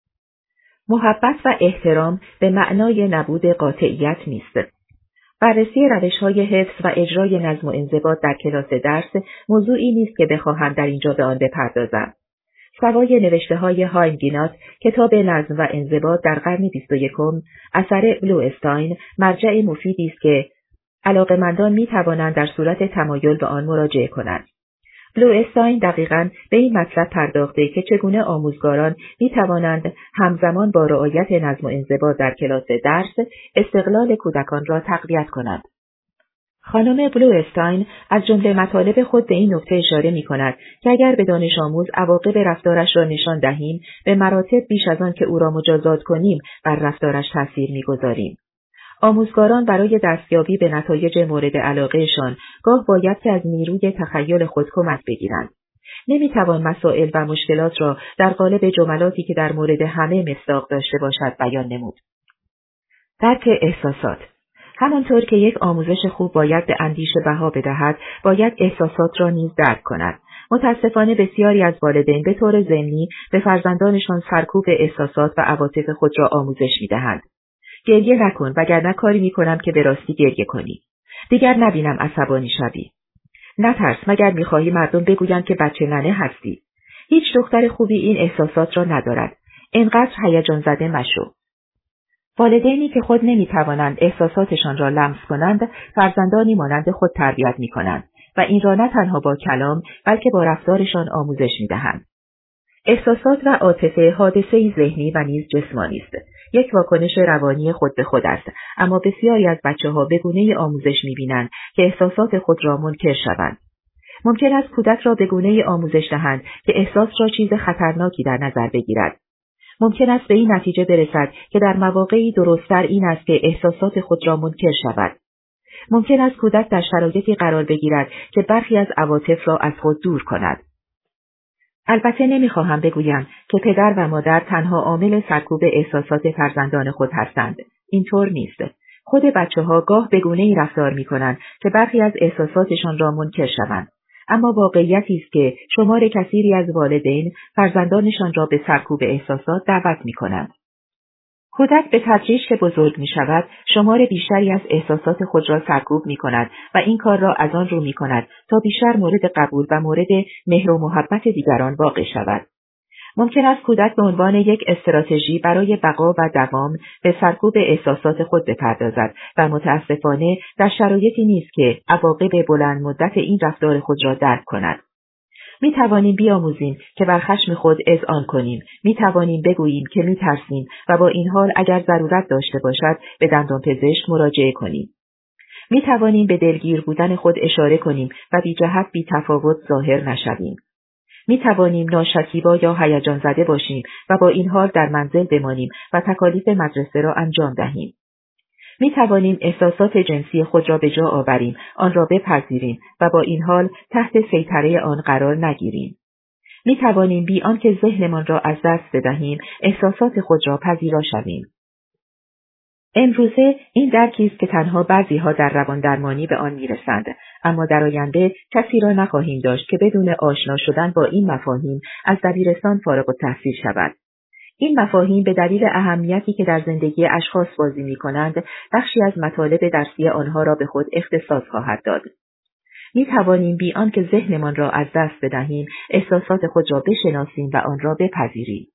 محبت و احترام به معنای نبود قاطعیت نیست. بررسی روش‌های حفظ و اجرای نظم و انضباط در کلاس درس موضوعی نیست که بخواهم در اینجا به آن بپردازم. سوای نوشته‌های هایم گینات، کتاب نظم و انضباط در قرن 21 اثر بلوستاین مرجع مفیدی است که علاقه‌مندان می‌توانند در صورت تمایل به آن مراجعه کنند. بلو استاین دقیقاً به این مطلب پرداخته که چگونه آموزگاران می‌توانند همزمان با رعایت نظم و انضباط در کلاس درس استقلال کودکان را تقویت کنند. خانم بلو استاین از جمله مطالب خود به این نکته اشاره می‌کند که اگر به دانش آموز عواقب رفتارش را نشان دهیم، به مراتب بیش از آن که او را مجازات کنیم، بر رفتارش تأثیر می‌گذاریم. آموزگاران برای دستیابی به نتایج مورد علاقهشان گاه باید که از نیروی تخیل خود کمک بگیرند. نمیتوان مسائل و مشکلات را در قالب جملاتی که در مورد همه مصداق داشته باشد بیان نمود. درک احساسات. همانطور که یک آموزش خوب باید به اندیشه بها بدهد، باید احساسات را نیز درک کند. متاسفانه بسیاری از والدین به طور ضمنی به فرزندانشان سرکوب احساسات و عواطف خود را آموزش میدهند. گریه نکن وگرنه کاری میکنم که به راستی گریه کنی. دیگر نبینم عصبانی شوی. نترس مگر میخواهی مردم بگویند که بچه ننه هستی. هیچ دختر خوبی این احساسات را ندارد. انقدر هیجان زده مشو. والدینی که خود نمیتوانند احساساتشان را لمس کنند، فرزندانی مانند خود تربیت میکنند و این را نه تنها با کلام بلکه با رفتارشان آموزش میدهند. احساسات و عاطفه حادثه‌ای ذهنی و نیز جسمانی است. یک واکنش روانی خود به خود است، اما بسیاری از بچه‌ها به گونه‌ای آموزش می‌بینند که احساسات خود را منکر شوند. ممکن است کودک را به گونه‌ای آموزش دهند که احساس را چیز خطرناکی در نظر بگیرد. ممکن است به این نتیجه برسد که در مواقعی درست‌تر این است که احساسات خود را منکر شود. ممکن است کودک در شرایطی قرار بگیرد که برخی از عواطف را از خود دور کند. البته نمیخواهم بگویم که پدر و مادر تنها عامل سرکوب احساسات فرزندان خود هستند. اینطور نیست. خود بچه‌ها گاه به گونه‌ای رفتار می‌کنند که برخی از احساساتشان را منکر شوند. اما واقعیتی است که شمار کثیری از والدین فرزندانشان را به سرکوب احساسات دعوت می‌کنند. کودک به تدریج که بزرگ می شود، شمار بیشتری از احساسات خود را سرکوب می کند و این کار را از آن رو می کند تا بیشتر مورد قبول و مورد مهر و محبت دیگران واقع شود. ممکن است کودک به عنوان یک استراتژی برای بقا و دوام به سرکوب احساسات خود بپردازد و متاسفانه در شرایطی نیست که عواقب بلند مدت این رفتار خود را درک کند. می توانیم بیاموزیم که بر خشم خود اذعان کنیم. می توانیم بگوییم که می ترسیم و با این حال اگر ضرورت داشته باشد به دندانپزشک مراجعه کنیم. می توانیم به دلگیر بودن خود اشاره کنیم و بی جهت بی تفاوت ظاهر نشویم. می توانیم ناشکیبا یا هیجان زده باشیم و با این حال در منزل بمانیم و تکالیف مدرسه را انجام دهیم. می توانیم احساسات جنسی خود را به جا آوریم، آن را بپذیریم و با این حال تحت سیطره آن قرار نگیریم. می توانیم بی آنکه ذهنمان را از دست بدهیم، احساسات خود را پذیرا شویم. امروزه این درکی است که تنها بعضی‌ها در رواندرمانی به آن می‌رسند، اما در آینده کسی را نخواهیم داشت که بدون آشنا شدن با این مفاهیم از دبیرستان فارغ التحصیل شود. این مفاهیم به دلیل اهمیتی که در زندگی اشخاص بازی می‌کنند، بخشی از مطالب درسی آنها را به خود اختصاص خواهد داد. می توانیم بی آنکه ذهنمان را از دست بدهیم، احساسات خود را بشناسیم و آن را بپذیریم.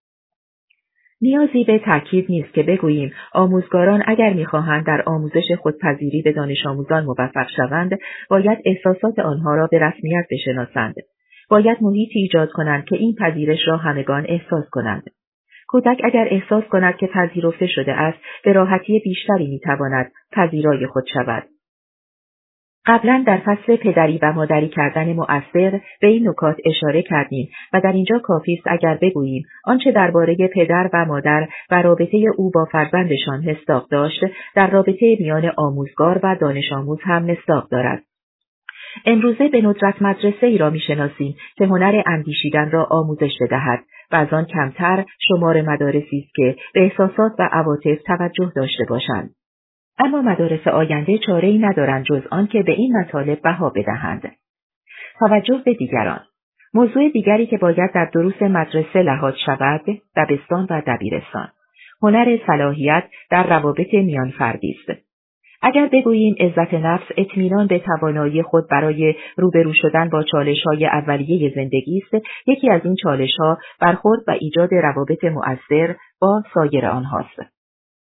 نیازی به تأکید نیست که بگوییم آموزگاران اگر می‌خواهند در آموزش خودپذیری به دانش آموزان موفق شوند، باید احساسات آنها را به رسمیت بشناسند. باید محیطی ایجاد کنند که این پذیرش را همگان احساس کنند. کودک اگر احساس کند که پذیرفته شده است، به راحتی بیشتری می‌تواند پذیرای خود شود. قبلا در فصل پدری و مادری کردن مؤثر به این نکات اشاره کردیم و در اینجا کافی است اگر بگوییم آنچه درباره پدر و مادر و رابطه او با فرزندشان مصداق داشت، در رابطه میان آموزگار و دانش آموز هم مصداق دارد. امروزه به ندرت مدرسه‌ای را می‌شناسیم که هنر اندیشیدن را آموزش بدهد و از آن کمتر شمار مدارسی است که به احساسات و عواطف توجه داشته باشند. اما مدارس آینده چاره‌ای ندارند جز آن که به این مطالب بها بدهند. توجه به دیگران. موضوع دیگری که باید در دروس مدرسه لحاظ شود، دبستان و دبیرستان. هنر صلاحیت در روابط میان فردی است. اگر بگوییم عزت نفس اطمینان به توانایی خود برای روبرو شدن با چالش‌های اولیه زندگی است، یکی از این چالش‌ها برخورد و ایجاد روابط مؤثر با سایر آنهاست.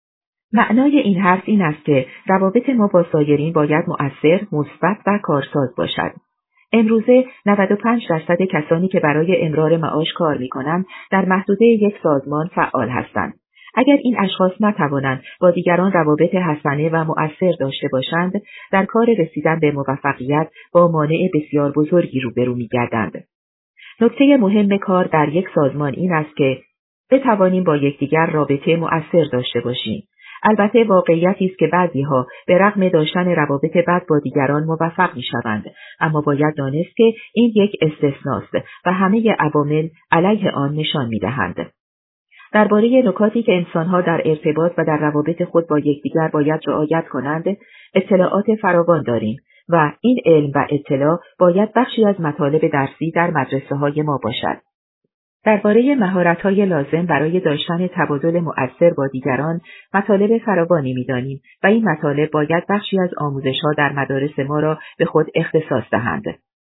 معنای این حرف این است که روابط ما با سایرین باید مؤثر، مثبت و کارساز باشد. امروزه 95% کسانی که برای امرار معاش کار می‌کنند در محدوده یک سازمان فعال هستند. اگر این اشخاص نتوانند با دیگران روابط حسنه و مؤثر داشته باشند، در کار رسیدن به موفقیت با مانع بسیار بزرگی روبرو می‌گردند. نکته مهم کار در یک سازمان این است که بتوانیم با یکدیگر رابطه مؤثر داشته باشیم. البته واقعیتی است که بعضی‌ها به رغم داشتن روابط بد با دیگران موفق می‌شوند، اما باید دانست که این یک استثناست و همه عوامل علیه آن نشان می‌دهند. درباره نکاتی که انسان‌ها در ارتباط و در روابط خود با یکدیگر باید رعایت کنند، اطلاعات فراوان داریم و این علم و اطلاع باید بخشی از مطالب درسی در مدرسه‌های ما باشد. درباره مهارت‌های لازم برای داشتن تبادل مؤثر با دیگران مطالب فراوانی می‌دانیم و این مطالب باید بخشی از آموزش‌ها در مدارس ما را به خود اختصاص دهند.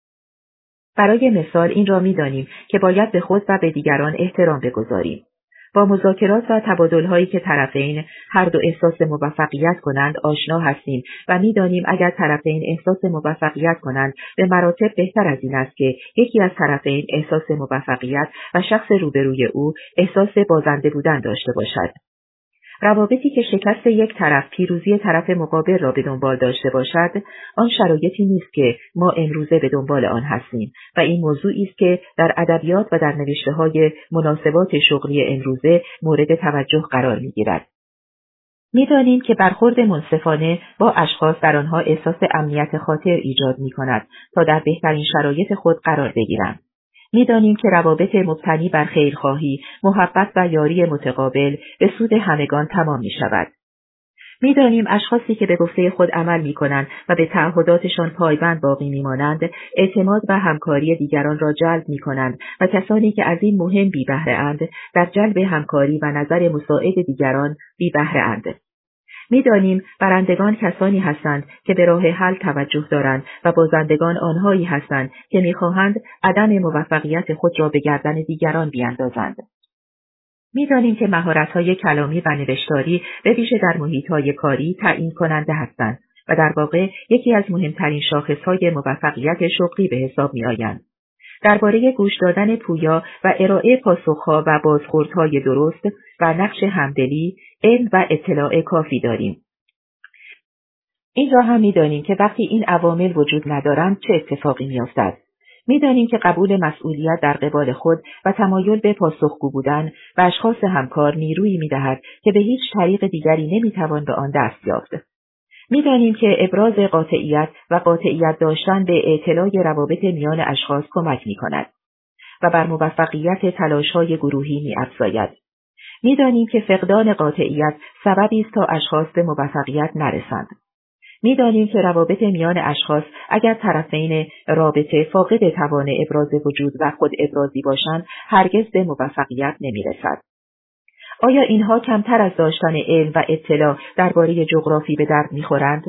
برای مثال این را می‌دانیم که باید به خود و به دیگران احترام بگذاریم. با مذاکرات و تبادل‌هایی که طرفین هر دو احساس موفقیت کنند آشنا هستیم و می‌دانیم اگر طرفین احساس موفقیت کنند به مراتب بهتر از این است که یکی از طرفین احساس موفقیت و شخص روبروی او احساس بازنده بودن داشته باشد. روابطی که شکست یک طرف پیروزی طرف مقابل را به دنبال داشته باشد، آن شرایطی نیست که ما امروزه به دنبال آن هستیم و این موضوعی است که در ادبیات و در نوشته‌های مناسبات شغلی امروزه مورد توجه قرار می‌گیرد. می‌دانیم که برخورد منصفانه با اشخاص در آنها احساس امنیت خاطر ایجاد می‌کند تا در بهترین شرایط خود قرار بگیرند. می‌دانیم که روابط مبتنی بر خیرخواهی، محبت و یاری متقابل به سود همگان تمام می‌شود. می‌دانیم اشخاصی که به گفته خود عمل می‌کنند و به تعهداتشان پایبند باقی می‌مانند، اعتماد و همکاری دیگران را جلب می‌کنند و کسانی که از این مهم بی‌بهره‌اند، در جلب همکاری و نظر مساعد دیگران بی‌بهره‌اند. می‌دانیم برندگان کسانی هستند که به راه حل توجه دارند و بازندگان آنهایی هستند که می‌خواهند عدم موفقیت خود را به گردن دیگران بیاندازند. می‌دانیم که مهارت‌های کلامی و نوشتاری به ویژه در محیط‌های کاری تعیین کننده هستند و در واقع یکی از مهمترین شاخص‌های موفقیت شغلی به حساب می‌آیند. درباره گوش دادن پویا و ارائه پاسخ‌ها و بازخوردهای درست و نقش همدلی، علم و اطلاع کافی داریم. این را هم می‌دانیم که وقتی این عوامل وجود ندارند چه اتفاقی می‌افتد. می‌دانیم که قبول مسئولیت در قبال خود و تمایل به پاسخگو بودن و اشخاص همکار نیرویی می‌دهد که به هیچ طریق دیگری نمی‌توان به آن دست یافت. می‌دانیم که ابراز قاطعیت و قاطعیت داشتن به اطلاع روابط میان اشخاص کمک می‌کند و بر موفقیت تلاش‌های گروهی می‌افزاید. می‌دانیم که فقدان قاطعیت سببی است تا اشخاص به موفقیت نرسند. می‌دانیم که روابط میان اشخاص اگر طرفین رابطه فاقد توان ابراز وجود و خود ابرازی باشند هرگز به موفقیت نمی‌رسد. آیا اینها کمتر از داشتن علم و اطلاع درباره جغرافی به درد می‌خورند؟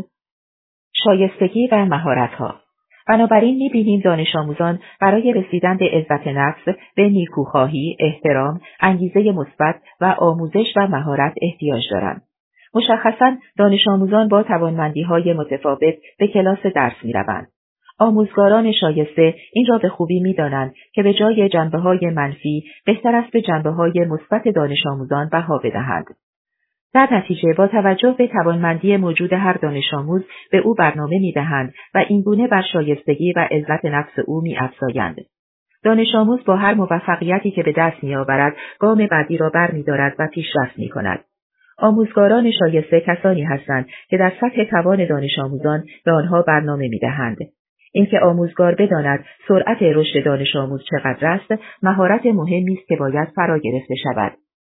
شایستگی و مهارت‌ها. بنابراین می‌بینیم دانش آموزان برای رسیدن به عزت نفس، به نیکوخواهی، احترام، انگیزه مثبت و آموزش و مهارت احتیاج دارند. مشخصاً دانش آموزان با توانمندی‌های متفاوت به کلاس درس می‌روند. آموزگاران شایسته این را به خوبی می‌دانند که به جای جنبه‌های منفی بهتر است به جنبه‌های مثبت دانش آموزان بها بدهند. در نتیجه با توجه به توانمندی موجود هر دانش آموز به او برنامه می‌دهند و اینگونه بر شایستگی و عزت نفس او می‌افزایند. دانش آموز با هر موفقیتی که به دست می‌آورد گام بعدی را برمی‌دارد و پیشرفت می‌کند. آموزگاران شایسته کسانی هستند که در سطح توان دانش آموزان به آنها برنامه می‌دهند. اینکه آموزگار بداند سرعت رشد دانش آموز چقدر است، مهارت مهمی است که باید فرا گرفته شود.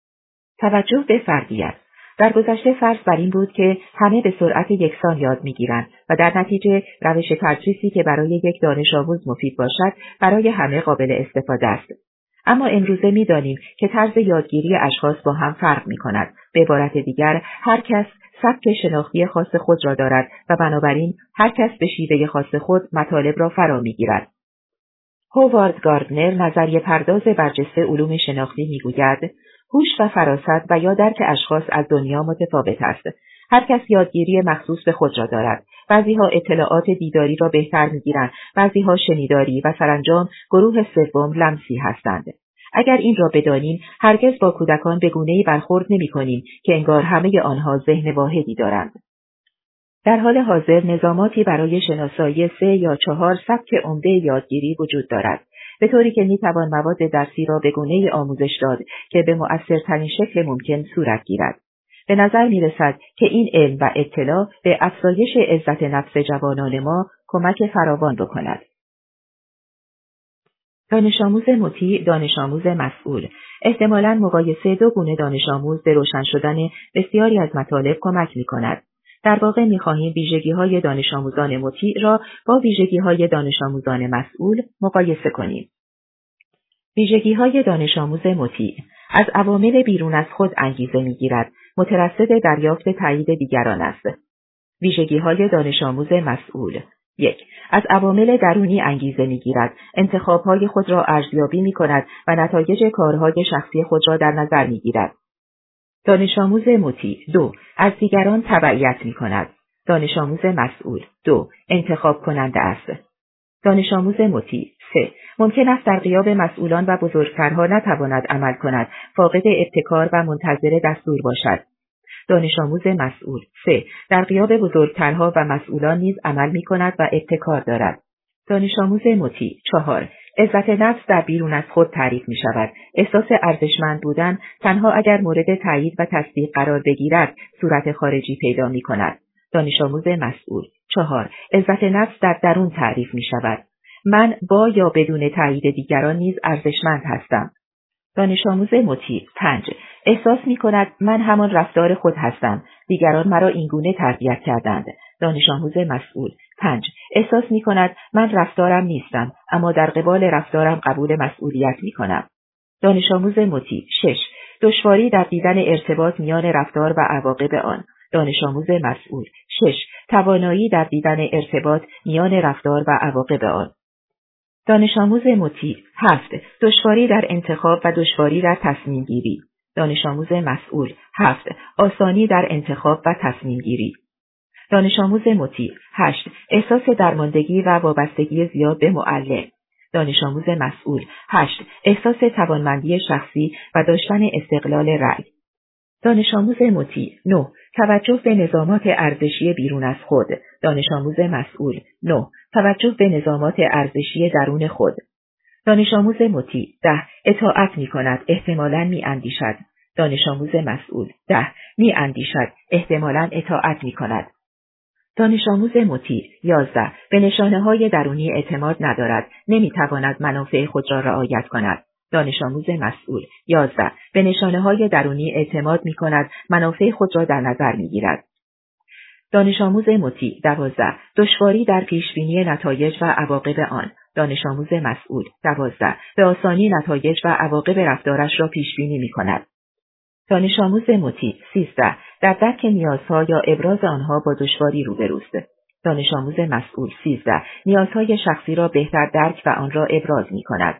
توجه به فردیت. در گذشته فرض بر این بود که همه به سرعت یکسان یاد می‌گیرند و در نتیجه روش تدریسی که برای یک دانش آموز مفید باشد برای همه قابل استفاده است. اما امروزه می‌دانیم که طرز یادگیری اشخاص با هم فرق می‌کند. به عبارت دیگر هر کس سبک شناختی خاص خود را دارد و بنابراین هر کس به شیوه خاص خود مطالب را فرا می‌گیرد. هوارد گاردنر نظریه پرداز برجسته علوم شناختی می‌گوید هوش و فراست و یا درک اشخاص از دنیا متفاوت است. هر کس یادگیری مخصوص به خود را دارد. بعضی‌ها اطلاعات دیداری را بهتر می‌گیرند، بعضی‌ها شنیداری و سرانجام گروه سوم لمسی هستند. اگر این را بدانیم، هرگز با کودکان به گونه‌ای برخورد نمی‌کنیم که انگار همه آنها ذهن واحدی دارند. در حال حاضر نظاماتی برای شناسایی 3 یا 4 سبک عمده یادگیری وجود دارد، به طوری که می‌توان مواد درسی را به گونه‌ای آموزش داد که به مؤثرترین شکل ممکن صورت گیرد. به نظر می‌رسد که این علم و اطلاع به افزایش عزت نفس جوانان ما کمک فراوان بکند. دانش آموز مطیع، دانش آموز مسئول. احتمالاً مقایسه دو گونه دانش آموز به روشن شدن بسیاری از مطالب کمک می‌کند. در واقع می‌خواهیم ویژگی‌های دانش آموزان مطیع را با ویژگی‌های دانش آموزان مسئول مقایسه کنیم. ویژگی‌های دانش آموز مطیع از عوامل بیرون از خود انگیزه می‌گیرد، مترصد دریافت تایید دیگران است. ویژگی‌های دانش آموز مسئول: 1. از عوامل درونی انگیزه می‌گیرد، انتخاب‌های خود را ارزیابی می‌کند و نتایج کارهای شخصی خود را در نظر می‌گیرد. دانش آموز مطیع: 2. از دیگران تبعیت می‌کند. دانش آموز مسئول: 2. انتخاب کننده است. دانش آموز مطیع: 3. ممکن است در غیاب مسئولان و بزرگترها نتواند عمل کند، فاقد ابتکار و منتظر دستور باشد. دانش آموز مسئول: 3. در غیاب بزرگترها و مسئولان نیز عمل می‌کند و ابتکار دارد. دانش آموز مطیع: 4. عزت نفس در بیرون از خود تعریف می‌شود. احساس ارزشمند بودن تنها اگر مورد تایید و تصدیق قرار بگیرد صورت خارجی پیدا می‌کند. دانش آموز مسئول: 4. عزت نفس در درون تعریف می‌شود. من با یا بدون تایید دیگران نیز ارزشمند هستم. دانش آموز مطیع: 5. احساس می‌کند من همان رفتار خود هستم. دیگران مرا اینگونه تربیت کردند. دانش آموز مسئول: 5. احساس می‌کند من رفتارم نیستم، اما در قبال رفتارم قبول مسئولیت می‌کنم. دانش آموز مطیع: 6. دشواری در دیدن ارتباط میان رفتار و عواقب آن. دانش آموز مسئول: 6. توانایی در دیدن ارتباط میان رفتار و عواقب آن. دانش آموز مطیع: 7. دشواری در انتخاب و دشواری در تصمیم گیری. دانش آموز مسئول: 7. آسانی در انتخاب و تصمیم گیری. دانش آموز مطیع: 8. احساس درماندگی و وابستگی زیاد به معلم. دانش آموز مسئول: 8. احساس توانمندی شخصی و داشتن استقلال رأی. دانش آموز مطیع: 9. توجه به نظامات ارزشی بیرون از خود. دانش آموز مسئول: 9. توجه به نظامات ارزشی درون خود. دانش آموز مطیع: 10. اطاعت می‌کند، احتمالاً می‌اندیشد. دانش آموز مسئول: 10. می‌اندیشد، احتمالاً اطاعت می‌کند. دانش آموز مطیع: 11. به نشانه‌های درونی اعتماد ندارد، نمی‌تواند منافع خود را رعایت کند. دانش آموز مسئول: 11. به نشانه‌های درونی اعتماد می‌کند، منافع خود را در نظر می‌گیرد. دانش آموز مطیع: 12. دشواری در پیشبینی نتایج و عواقب آن. دانش آموز مسئول: 12. به آسانی نتایج و عواقب رفتارش را پیشبینی می‌کند. دانش آموز مطیع: 13. در درک نیازها یا ابراز آنها با دشواری روبروست. دانش آموز مسئول: 13. نیازهای شخصی را بهتر درک و آن را ابراز می‌کند.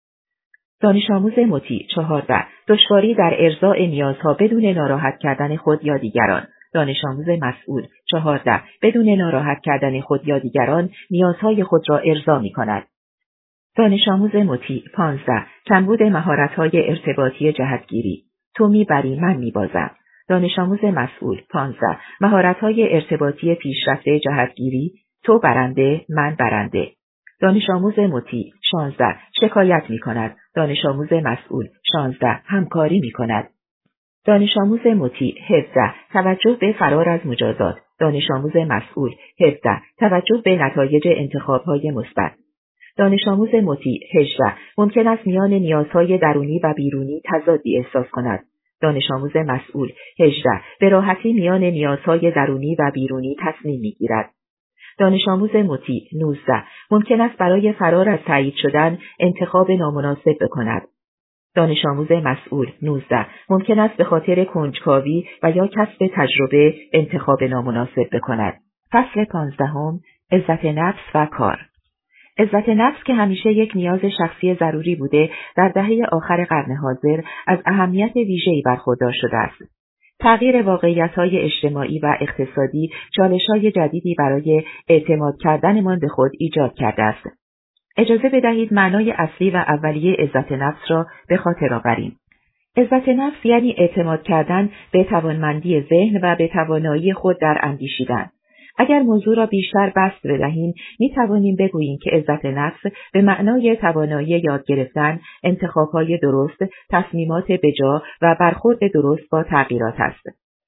دانش آموز مطیع: 14. دشواری در ارضاء نیازها بدون ناراحت کردن خود یا دیگران. دانش آموز مسئول: 14. بدون ناراحت کردن خود یا دیگران نیازهای خود را ارضا می‌کند. دانش آموز مطیع: 15. کمبود مهارت‌های ارتباطی جهتگیری. تو میبری من میبازم. دانش آموز مسئول: 15. مهارت‌های ارتباطی پیشرفته جهتگیری. تو برنده، من برنده. دانش آموز مطیع: 16. شکایت می‌کند. دانش آموز مسئول: 16. همکاری می‌کند. دانش آموز مطیع: 17. توجه به فرار از مجازات. دانش آموز مسئول: 17. توجه به نتایج انتخاب‌های مثبت. دانش آموز مطیع: 18. ممکن است میان نیازهای درونی و بیرونی تضادی احساس کند. دانش آموز مسئول: 18. به راحتی میان نیازهای درونی و بیرونی تصمیم می‌گیرد. دانش آموز مطیع: 19. ممکن است برای فرار از تایید شدن انتخاب نامناسب بکند. دانش آموز مسئول: 19. ممکن است به خاطر کنجکاوی و یا کسب تجربه انتخاب نامناسب بکند. فصل 15. عزت نفس و کار. عزت نفس که همیشه یک نیاز شخصی ضروری بوده، در دهه آخر قرن حاضر از اهمیت ویژه‌ای برخوردار شده است. تغییر واقعیت‌های اجتماعی و اقتصادی چالش‌های جدیدی برای اعتماد کردنمان به خود ایجاد کرده است. اجازه بدهید معنای اصلی و اولیه عزت نفس را به خاطر آوریم. عزت نفس یعنی اعتماد کردن به توانمندی ذهن و به توانایی خود در اندیشیدن. اگر موضوع را بیشتر بسط بدهیم، می توانیم بگوییم که عزت نفس به معنای توانایی یاد گرفتن، انتخاب‌های درست، تصمیمات بجا و برخورد درست با تغییرات است.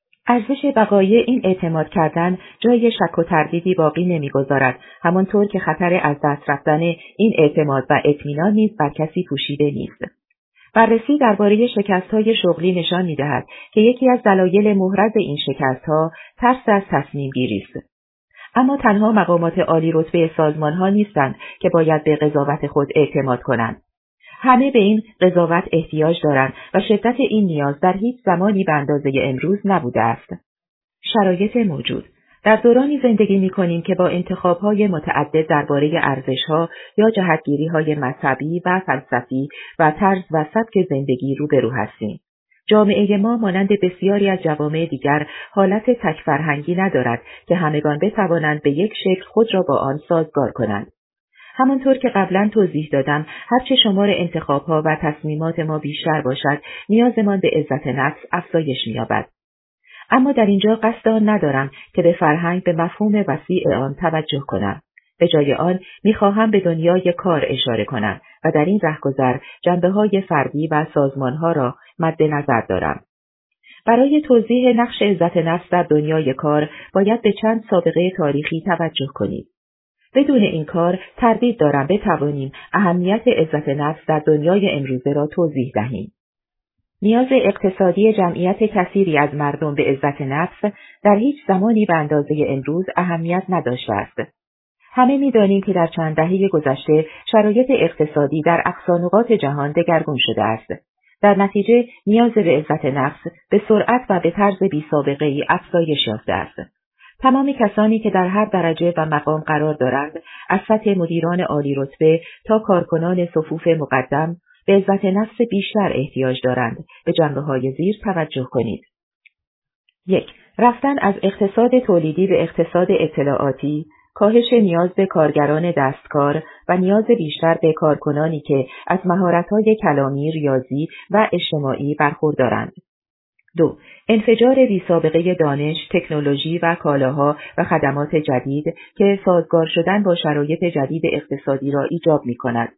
ارزش بقایی این اعتماد کردن جای شک و تردیدی باقی نمی‌گذارد، همانطور که خطر از دست رفتن این اعتماد و اطمینان نیز بر کسی پوشیده نیست. بررسی درباره شکست‌های شغلی نشان می‌دهد که یکی از دلایل محرز این شکست‌ها ترس از تصمیم گیری است. اما تنها مقامات عالی رتبه سازمان‌ها نیستند که باید به قضاوت خود اعتماد کنند. همه به این قضاوت احتیاج دارند و شدت این نیاز در هیچ زمانی به اندازه امروز نبوده است. شرایط موجود در دورانی زندگی می‌کنیم که با انتخاب‌های متعدد درباره ارزش‌ها یا جهت‌گیری‌های مذهبی و فلسفی و طرز و سبک زندگی روبرو هستیم. جامعه ما مانند بسیاری از جوامع دیگر حالت تک فرهنگی ندارد که همگان بتوانند به یک شکل خود را با آن سازگار کنند. همانطور که قبلا توضیح دادم، هرچه شمار انتخاب‌ها و تصمیمات ما بیشتر باشد، نیازمان به عزت نفس افزایش می‌یابد. اما در اینجا قصد آن ندارم که به فرهنگ به مفهوم وسیع آن توجه کنم. به جای آن می‌خواهم به دنیای کار اشاره کنم و در این رهگذر جنبه‌های فردی و سازمان‌ها را مد نظر دارم. برای توضیح نقش عزت نفس در دنیای کار باید به چند سابقه تاریخی توجه کنید. بدون این کار تردید دارم بتوانیم اهمیت عزت نفس در دنیای امروزه را توضیح دهیم. نیاز اقتصادی جمعیت کثیری از مردم به عزت نفس در هیچ زمانی به اندازه امروز اهمیت نداشته است. همه می‌دانیم که در چند دهه گذشته شرایط اقتصادی در اقصانقاط جهان دگرگون شده است. در نتیجه نیاز به عزت نفس به سرعت و به طرز بی‌سابقه‌ای افزایش یافته است. تمام کسانی که در هر درجه و مقام قرار دارند، از سطح مدیران عالی رتبه تا کارکنان صفوف مقدم، به عزت نفس بیشتر احتیاج دارند. به جنبه‌های زیر توجه کنید. 1. رفتن از اقتصاد تولیدی به اقتصاد اطلاعاتی، کاهش نیاز به کارگران دستکار و نیاز بیشتر به کارکنانی که از مهارت‌های کلامی، ریاضی و اجتماعی برخوردارند. 2. انفجار بی‌سابقه دانش، تکنولوژی و کالاها و خدمات جدید که سازگار شدن با شرایط جدید اقتصادی را ایجاب می‌کند.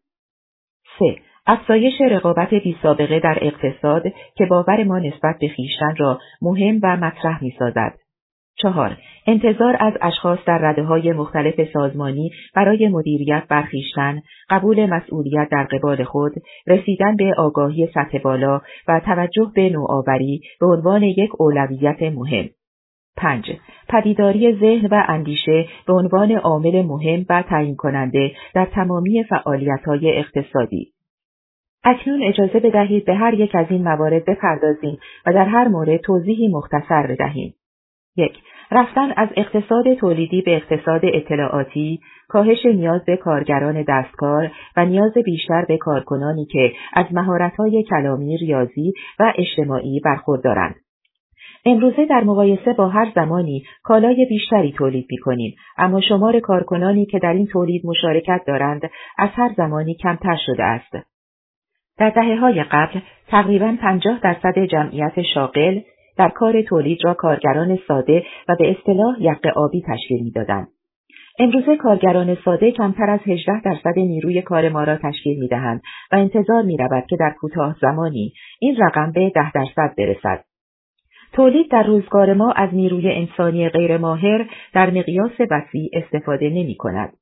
3. افزایش رقابت بی‌سابقه در اقتصاد که باور ما نسبت به خویشتن را مهم و مطرح می‌سازد. 4. انتظار از اشخاص در رده‌های مختلف سازمانی برای مدیریت بر خویشتن، قبول مسئولیت در قبال خود، رسیدن به آگاهی سطح بالا و توجه به نوآوری به عنوان یک اولویت مهم. 5. پدیداری ذهن و اندیشه به عنوان عامل مهم و تعیین کننده در تمامی فعالیت‌های اقتصادی. اکنون اجازه بدهید به هر یک از این موارد بپردازیم و در هر مورد توضیحی مختصر بدهیم. 1. رفتن از اقتصاد تولیدی به اقتصاد اطلاعاتی، کاهش نیاز به کارگران دستکار و نیاز بیشتر به کارکنانی که از مهارت‌های کلامی، ریاضی و اجتماعی برخوردارند. امروزه در مقایسه با هر زمانی کالای بیشتری تولید می‌کنیم، اما شمار کارکنانی که در این تولید مشارکت دارند از هر زمانی کمتر شده است. در دهه‌های قبل تقریباً 50% جمعیت شاغل در کار تولید را کارگران ساده و به اصطلاح یقه آبی تشکیل می‌دادند. امروزه کارگران ساده کمتر از 18% نیروی کار ما را تشکیل می‌دهند و انتظار می‌رود که در کوتاه زمانی این رقم به 10% برسد. تولید در روزگار ما از نیروی انسانی غیرماهر در مقیاس وسیع استفاده نمی‌کند.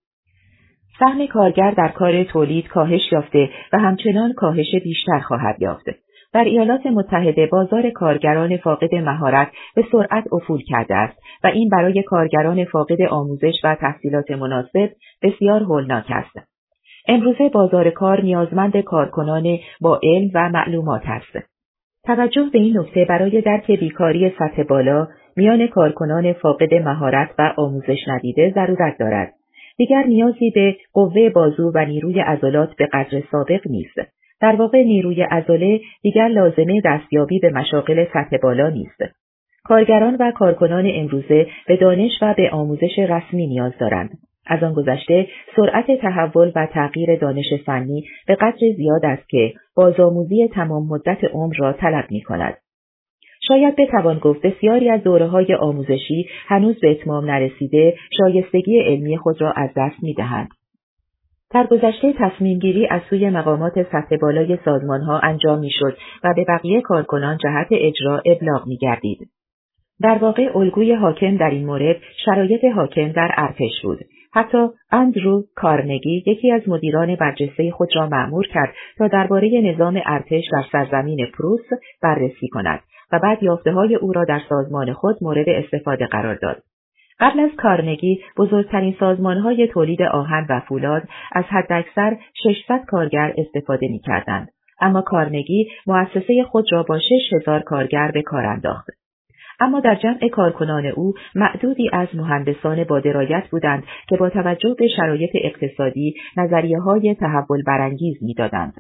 سهم کارگر در کار تولید کاهش یافته و همچنان کاهش بیشتر خواهد یافت. در ایالات متحده بازار کارگران فاقد مهارت به سرعت افول کرده است و این برای کارگران فاقد آموزش و تحصیلات مناسب بسیار هولناک است. امروزه بازار کار نیازمند کارکنان با علم و معلومات است. توجه به این نکته برای درک بیکاری سطح بالا میان کارکنان فاقد مهارت و آموزش ندیده ضرورت دارد. دیگر نیازی به قوه بازو و نیروی عضلات به قدر سابق نیست. در واقع نیروی عضله دیگر لازمه دستیابی به مشاغل سطح بالا نیست. کارگران و کارکنان امروزه به دانش و به آموزش رسمی نیاز دارند. از آن گذشته سرعت تحول و تغییر دانش فنی به قدر زیاد است که بازآموزی تمام مدت عمر را طلب می‌کند. شاید بتوان گفت بسیاری از دوره‌های آموزشی هنوز به اتمام نرسیده شایستگی علمی خود را از دست می‌دهند. در گذشته تصمیم‌گیری از سوی مقامات سطح بالای سازمان‌ها انجام می‌شد و به بقیه کارکنان جهت اجرا ابلاغ می‌گردید. در واقع الگوی حاکم در این مورد شرایط حاکم در ارتش بود. حتی اندرو کارنگی یکی از مدیران برجسته خود را مأمور کرد تا درباره نظام ارتش در سرزمین پروس بررسی کند و بعد یافته‌های او را در سازمان خود مورد استفاده قرار داد. قبل از کارنگی بزرگترین سازمان‌های تولید آهن و فولاد از حداکثر 600 کارگر استفاده می‌کردند، اما کارنگی مؤسسه خود را با 6000 کارگر به کار انداخت. اما در جمع کارکنان او معدودی از مهندسان با درایت بودند که با توجه به شرایط اقتصادی نظریه‌های تحول برانگیز می‌دادند.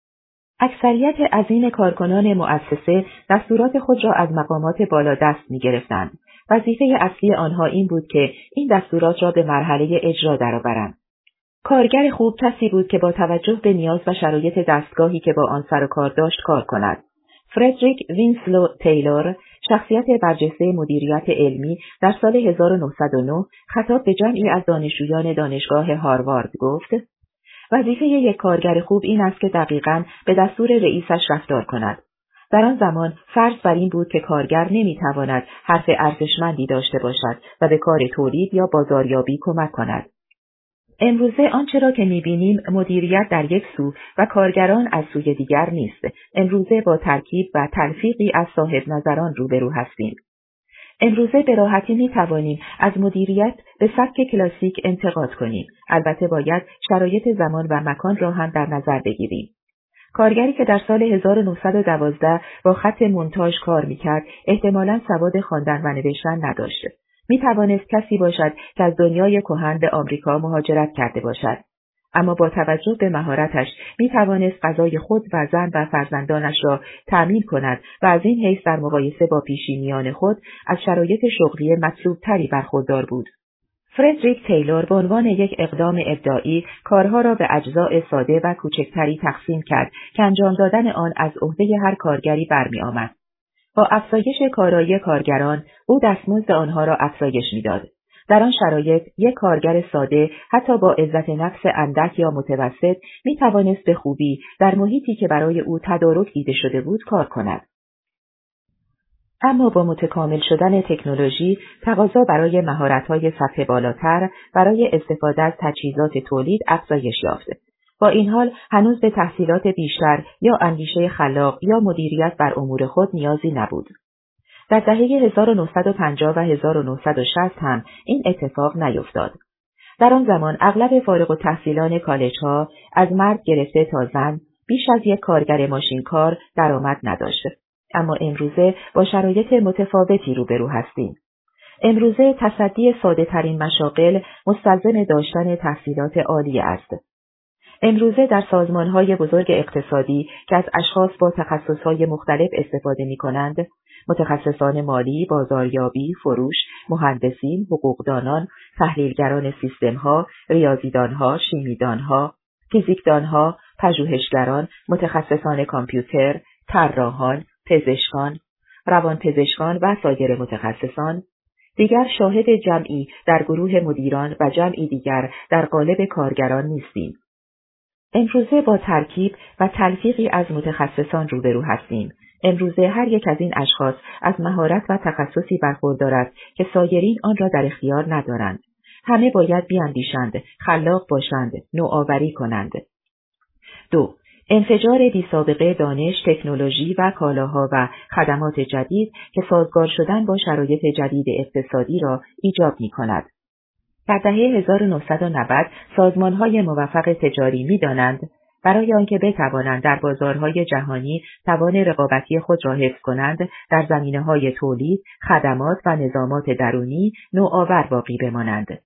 اکثریت عظیم کارکنان مؤسسه دستورات خود را از مقامات بالادست می‌گرفتند. وظیفه اصلی آنها این بود که این دستورات را به مرحله اجرا درآورند. کارگر خوب کسی بود که با توجه به نیاز و شرایط دستگاهی که با آن سر و کار داشت کار کند. فردریک وینسلو تیلور، شخصیت برجسته مدیریت علمی، در سال 1909 خطاب به جمعی از دانشجویان دانشگاه هاروارد گفت: وظیفه یک کارگر خوب این است که دقیقاً به دستور رئیسش رفتار کند. در آن زمان فرض بر این بود که کارگر نمیتواند حرف ارزشمندی داشته باشد و به کار تولید یا بازاریابی کمک کند. امروزه آنچه را که می‌بینیم مدیریت در یک سو و کارگران از سوی دیگر نیست. امروزه با ترکیب و تلفیقی از صاحب نظران روبرو هستیم. امروزه به راحتی می‌توانیم از مدیریت به سبک کلاسیک انتقاد کنیم. البته باید شرایط زمان و مکان را هم در نظر بگیریم. کارگری که در سال 1912 با خط مونتاژ کار می‌کرد، احتمالاً سواد خواندن و نوشتن نداشت. می‌توانست کسی باشد که از دنیای کهن به آمریکا مهاجرت کرده باشد، اما با توجه به مهارتش می‌توانست غذای خود و زن و فرزندانش را تأمین کند و از این حیث در مقایسه با پیشینیان خود از شرایط شغلی مطلوب‌تری برخوردار بود. فردریک تیلور به عنوان یک اقدام ابداعی کارها را به اجزاء ساده و کوچکتری تقسیم کرد که انجام دادن آن از عهده هر کارگری برمی‌آمد. با افزایش کارایی کارگران، او دستمزد آنها را افزایش می‌داد. در آن شرایط، یک کارگر ساده، حتی با عزت نفس اندک یا متوسط، می‌توانست به خوبی در محیطی که برای او تدارک دیده شده بود کار کند. اما با متکامل شدن تکنولوژی، تقاضا برای مهارت‌های سطح بالاتر برای استفاده از تجهیزات تولید افزایش یافت. با این حال هنوز به تحصیلات بیشتر یا اندیشه خلاق یا مدیریت بر امور خود نیازی نبود. در دهه 1950 و 1960 هم این اتفاق نیفتاد. در آن زمان اغلب فارغ التحصیلان کالج‌ها از مرد گرفته تا زن بیش از یک کارگر ماشینکار درآمد نداشت. اما امروزه با شرایط متفاوتی روبرو هستیم. امروزه تصدی ساده ترین مشاغل مستلزم داشتن تحصیلات عالی است. امروزه در سازمان‌های بزرگ اقتصادی که از اشخاص با تخصص‌های مختلف استفاده می‌کنند، متخصصان مالی، بازاریابی، فروش، مهندسین، حقوقدانان، تحلیلگران سیستم‌ها، ریاضیدان‌ها، شیمیدان‌ها، فیزیکدان‌ها، پژوهشگران، متخصصان کامپیوتر، طراحان، پزشکان، روانپزشکان و سایر متخصصان، دیگر شاهد جمعی در گروه مدیران و جمعی دیگر در قالب کارگران نیستیم. امروزه با ترکیب و تلفیقی از متخصصان روبرو هستیم. امروزه هر یک از این اشخاص از مهارت و تخصصی برخوردار است که سایرین آن را در اختیار ندارند. همه باید بیاندیشند، خلاق باشند، نوآوری کنند. 2. انفجار بی‌سابقه دانش، تکنولوژی و کالاها و خدمات جدید که سازگار شدن با شرایط جدید اقتصادی را ایجاب می‌کند. در دهه 1990 سازمان‌های موفق تجاری می‌دانند برای آنکه بتوانند در بازارهای جهانی توان رقابتی خود را حفظ کنند، در زمینه‌های تولید، خدمات و نظامات درونی نوآور باقی بمانند.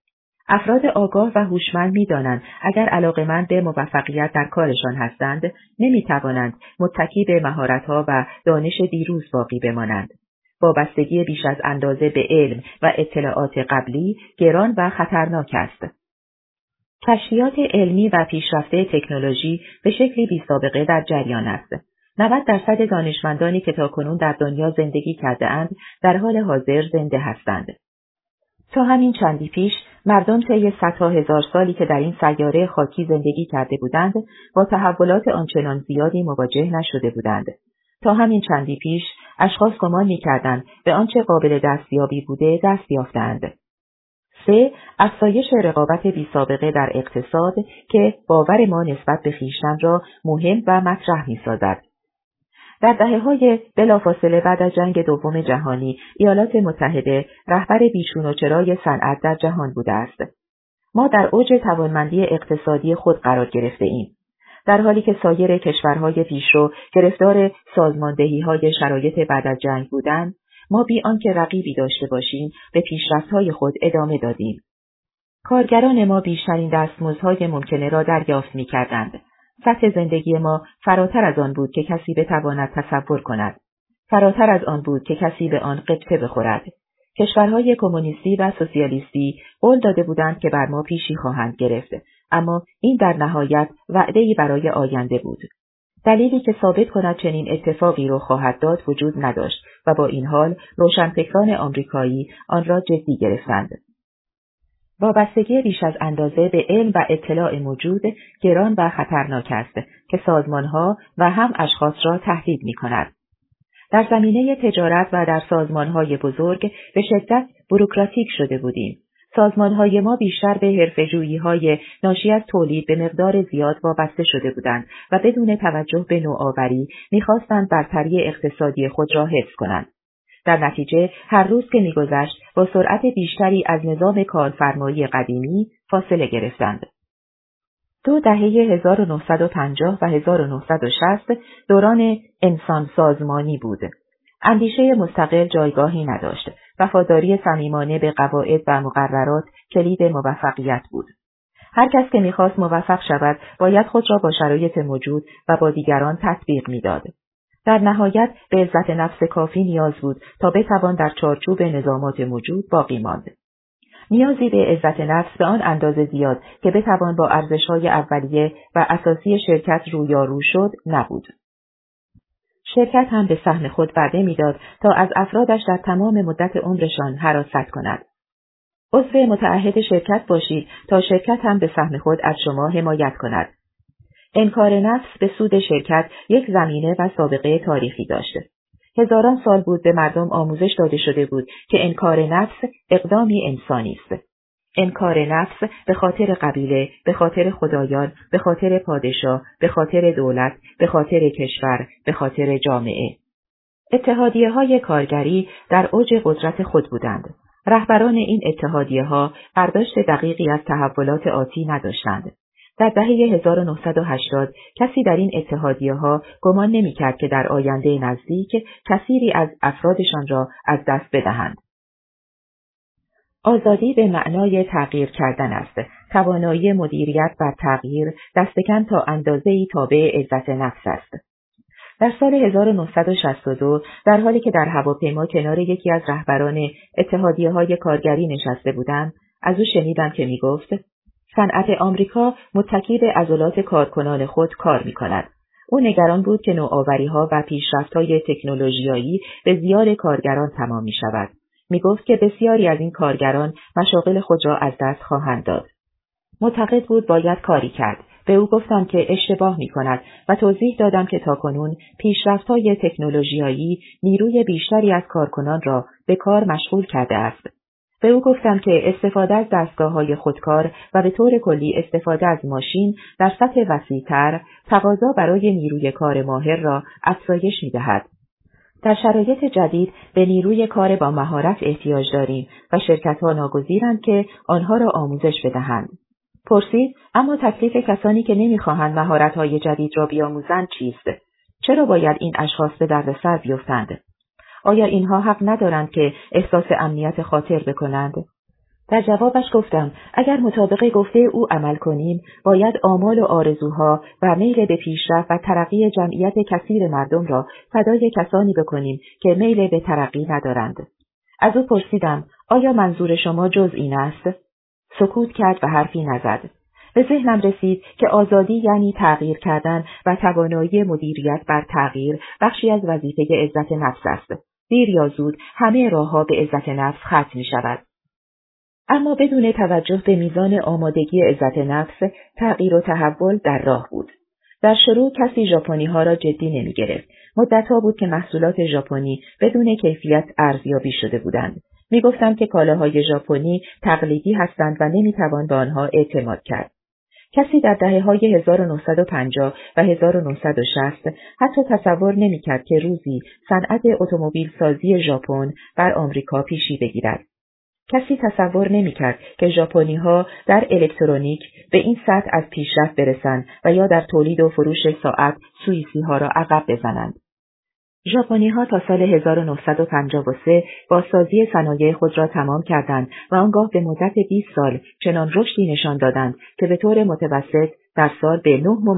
افراد آگاه و هوشمند می‌دانند اگر علاقه‌مند به موفقیت در کارشان هستند، نمی‌توانند متکی به مهارت‌ها و دانش دیروز باقی بمانند. وابستگی بیش از اندازه به علم و اطلاعات قبلی گران و خطرناک است. کشفیات علمی و پیشرفته تکنولوژی به شکلی بی‌سابقه در جریان است. 90% دانشمندانی که تاکنون در دنیا زندگی کرده‌اند، در حال حاضر زنده هستند. تا همین چندی پیش، مردم طی صدها هزار سالی که در این سیاره خاکی زندگی کرده بودند، با تحولات آنچنان زیادی مواجه نشده بودند. تا همین چندی پیش، اشخاص گمان می‌کردند به آنچه قابل دستیابی بوده دست یافته‌اند. 3. افزایش رقابت بی‌سابقه در اقتصاد که باور ما نسبت به خویشتن را مهم و مطرح می‌سازد. در دهه‌های بلافاصله بعد از جنگ دوم جهانی، ایالات متحده رهبر بیچون و چرای صنعت در جهان بوده است. ما در اوج توانمندی اقتصادی خود قرار گرفته‌ایم. در حالی که سایر کشورهای پیشرو گرفتار سازماندهی‌های شرایط بعد از جنگ بودند، ما بی آنکه رقیبی داشته باشیم به پیشرفت‌های خود ادامه دادیم. کارگران ما بیشترین دستمزدهای ممکنه را دریافت می‌کردند. سطح زندگی ما فراتر از آن بود که کسی بتواند تصور کند. فراتر از آن بود که کسی به آن غبطه بخورد. کشورهای کمونیستی و سوسیالیستی قول داده بودند که بر ما پیشی خواهند گرفت، اما این در نهایت وعده‌ای برای آینده بود. دلیلی که ثابت کند چنین اتفاقی رخ خواهد داد وجود نداشت و با این حال روشنفکران آمریکایی آن را جدی گرفتند. وابستگی بیش از اندازه به علم و اطلاع موجود گران و خطرناک است که سازمانها و هم اشخاص را تهدید می‌کند. در زمینه تجارت و در سازمانهای بزرگ به شدت بوروکراتیک شده بودیم. سازمانهای ما بیشتر به حرفه‌جویی‌های ناشی از تولید به مقدار زیاد وابسته شده بودند و بدون توجه به نوآوری می‌خواستند برتری اقتصادی خود را حفظ کنند. در نتیجه هر روز که می‌گذشت با سرعت بیشتری از نظام کارفرمایی قدیمی فاصله گرفتند. 2 دهه 1950 و 1960 دوران انسان سازمانی بود. اندیشه مستقل جایگاهی نداشت. وفاداری صمیمانه به قواعد و مقررات کلید موفقیت بود. هر کس که می‌خواست موفق شود باید خود را با شرایط موجود و با دیگران تطبیق می‌داد. در نهایت به عزت نفس کافی نیاز بود تا بتوان در چارچوب نظامات موجود باقی ماند. نیازی به عزت نفس به آن اندازه زیاد که بتوان با ارزش‌های اولیه و اساسی شرکت رویارو شد نبود. شرکت هم به سهم خود وعده می‌داد تا از افرادش در تمام مدت عمرشان حراست کند. عضو متعهد شرکت باشید تا شرکت هم به سهم خود از شما حمایت کند. انکار نفس به سود شرکت یک زمینه و سابقه تاریخی داشت. هزاران سال بود به مردم آموزش داده شده بود که انکار نفس اقدامی انسانی است. انکار نفس به خاطر قبیله، به خاطر خدایان، به خاطر پادشاه، به خاطر دولت، به خاطر کشور، به خاطر جامعه. اتحادیه‌های کارگری در اوج قدرت خود بودند. رهبران این اتحادیه‌ها برداشت دقیقی از تحولات آتی نداشتند. در دهه 1980 کسی در این اتحادیه‌ها گمان نمی‌کرد که در آینده نزدیک کثیری از افرادشان را از دست بدهند. آزادی به معنای تغییر کردن است. توانایی مدیریت بر تغییر دستکم تا اندازه‌ای تابع عزت نفس است. در سال 1962 در حالی که در هواپیما کنار یکی از رهبران اتحادیه‌های کارگری نشسته بودم، از او شنیدم که می‌گفت صنعت آمریکا متکی به عضلات کارکنان خود کار می‌کند. او نگران بود که نوآوری‌ها و پیشرفت‌های تکنولوژیایی به زیان کارگران تمام می‌شود. می‌گفت که بسیاری از این کارگران مشاغل خود را از دست خواهند داد. معتقد بود باید کاری کرد. به او گفتم که اشتباه می‌کند و توضیح دادم که تاکنون پیشرفت‌های تکنولوژیایی نیروی بیشتری از کارکنان را به کار مشغول کرده است. به او گفتم که استفاده از دستگاه‌های خودکار و به طور کلی استفاده از ماشین در سطح وسیع‌تر تقاضا برای نیروی کار ماهر را افزایش می‌دهد. در شرایط جدید به نیروی کار با مهارت احتیاج داریم و شرکت‌ها ناگزیرند که آنها را آموزش بدهند. پرسید اما تکلیف کسانی که نمی‌خواهند مهارت‌های جدید را بیاموزند چیست؟ چرا باید این اشخاص به دردسر بیفتند؟ آیا اینها حق ندارند که احساس امنیت خاطر بکنند؟ در جوابش گفتم اگر مطابق گفته او عمل کنیم، باید آمال و آرزوها و میل به پیشرفت و ترقی جمعیت کثیر مردم را فدای کسانی بکنیم که میل به ترقی ندارند. از او پرسیدم آیا منظور شما جز این است؟ سکوت کرد و حرفی نزد. به ذهنم رسید که آزادی یعنی تغییر کردن و توانایی مدیریت بر تغییر بخشی از وظیفه عزت نفس است. دیر یا زود همه راهها به عزت نفس ختم می شود. اما بدون توجه به میزان آمادگی عزت نفس، تغییر و تحول در راه بود. در شروع کسی ژاپنی‌ها را جدی نمی گرفت. مدت‌ها بود که محصولات ژاپنی بدون کیفیت ارزیابی شده بودند. می گفتند که کالاهای ژاپنی تقلیدی هستند و نمی توان به آنها اعتماد کرد. کسی در دهه‌های 1950 و 1960 حتی تصور نمی‌کرد که روزی صنعت اتومبیل سازی ژاپن بر آمریکا پیشی بگیرد. کسی تصور نمی‌کرد که ژاپنی‌ها در الکترونیک به این سطح از پیشرفت برسند و یا در تولید و فروش ساعت سوئیسی‌ها را عقب بزنند. ژاپنی‌ها تا سال 1953 بازسازی صنایع خود را تمام کردند و آنگاه به مدت 20 سال چنان رشدی نشان دادند که به طور متوسط در سال به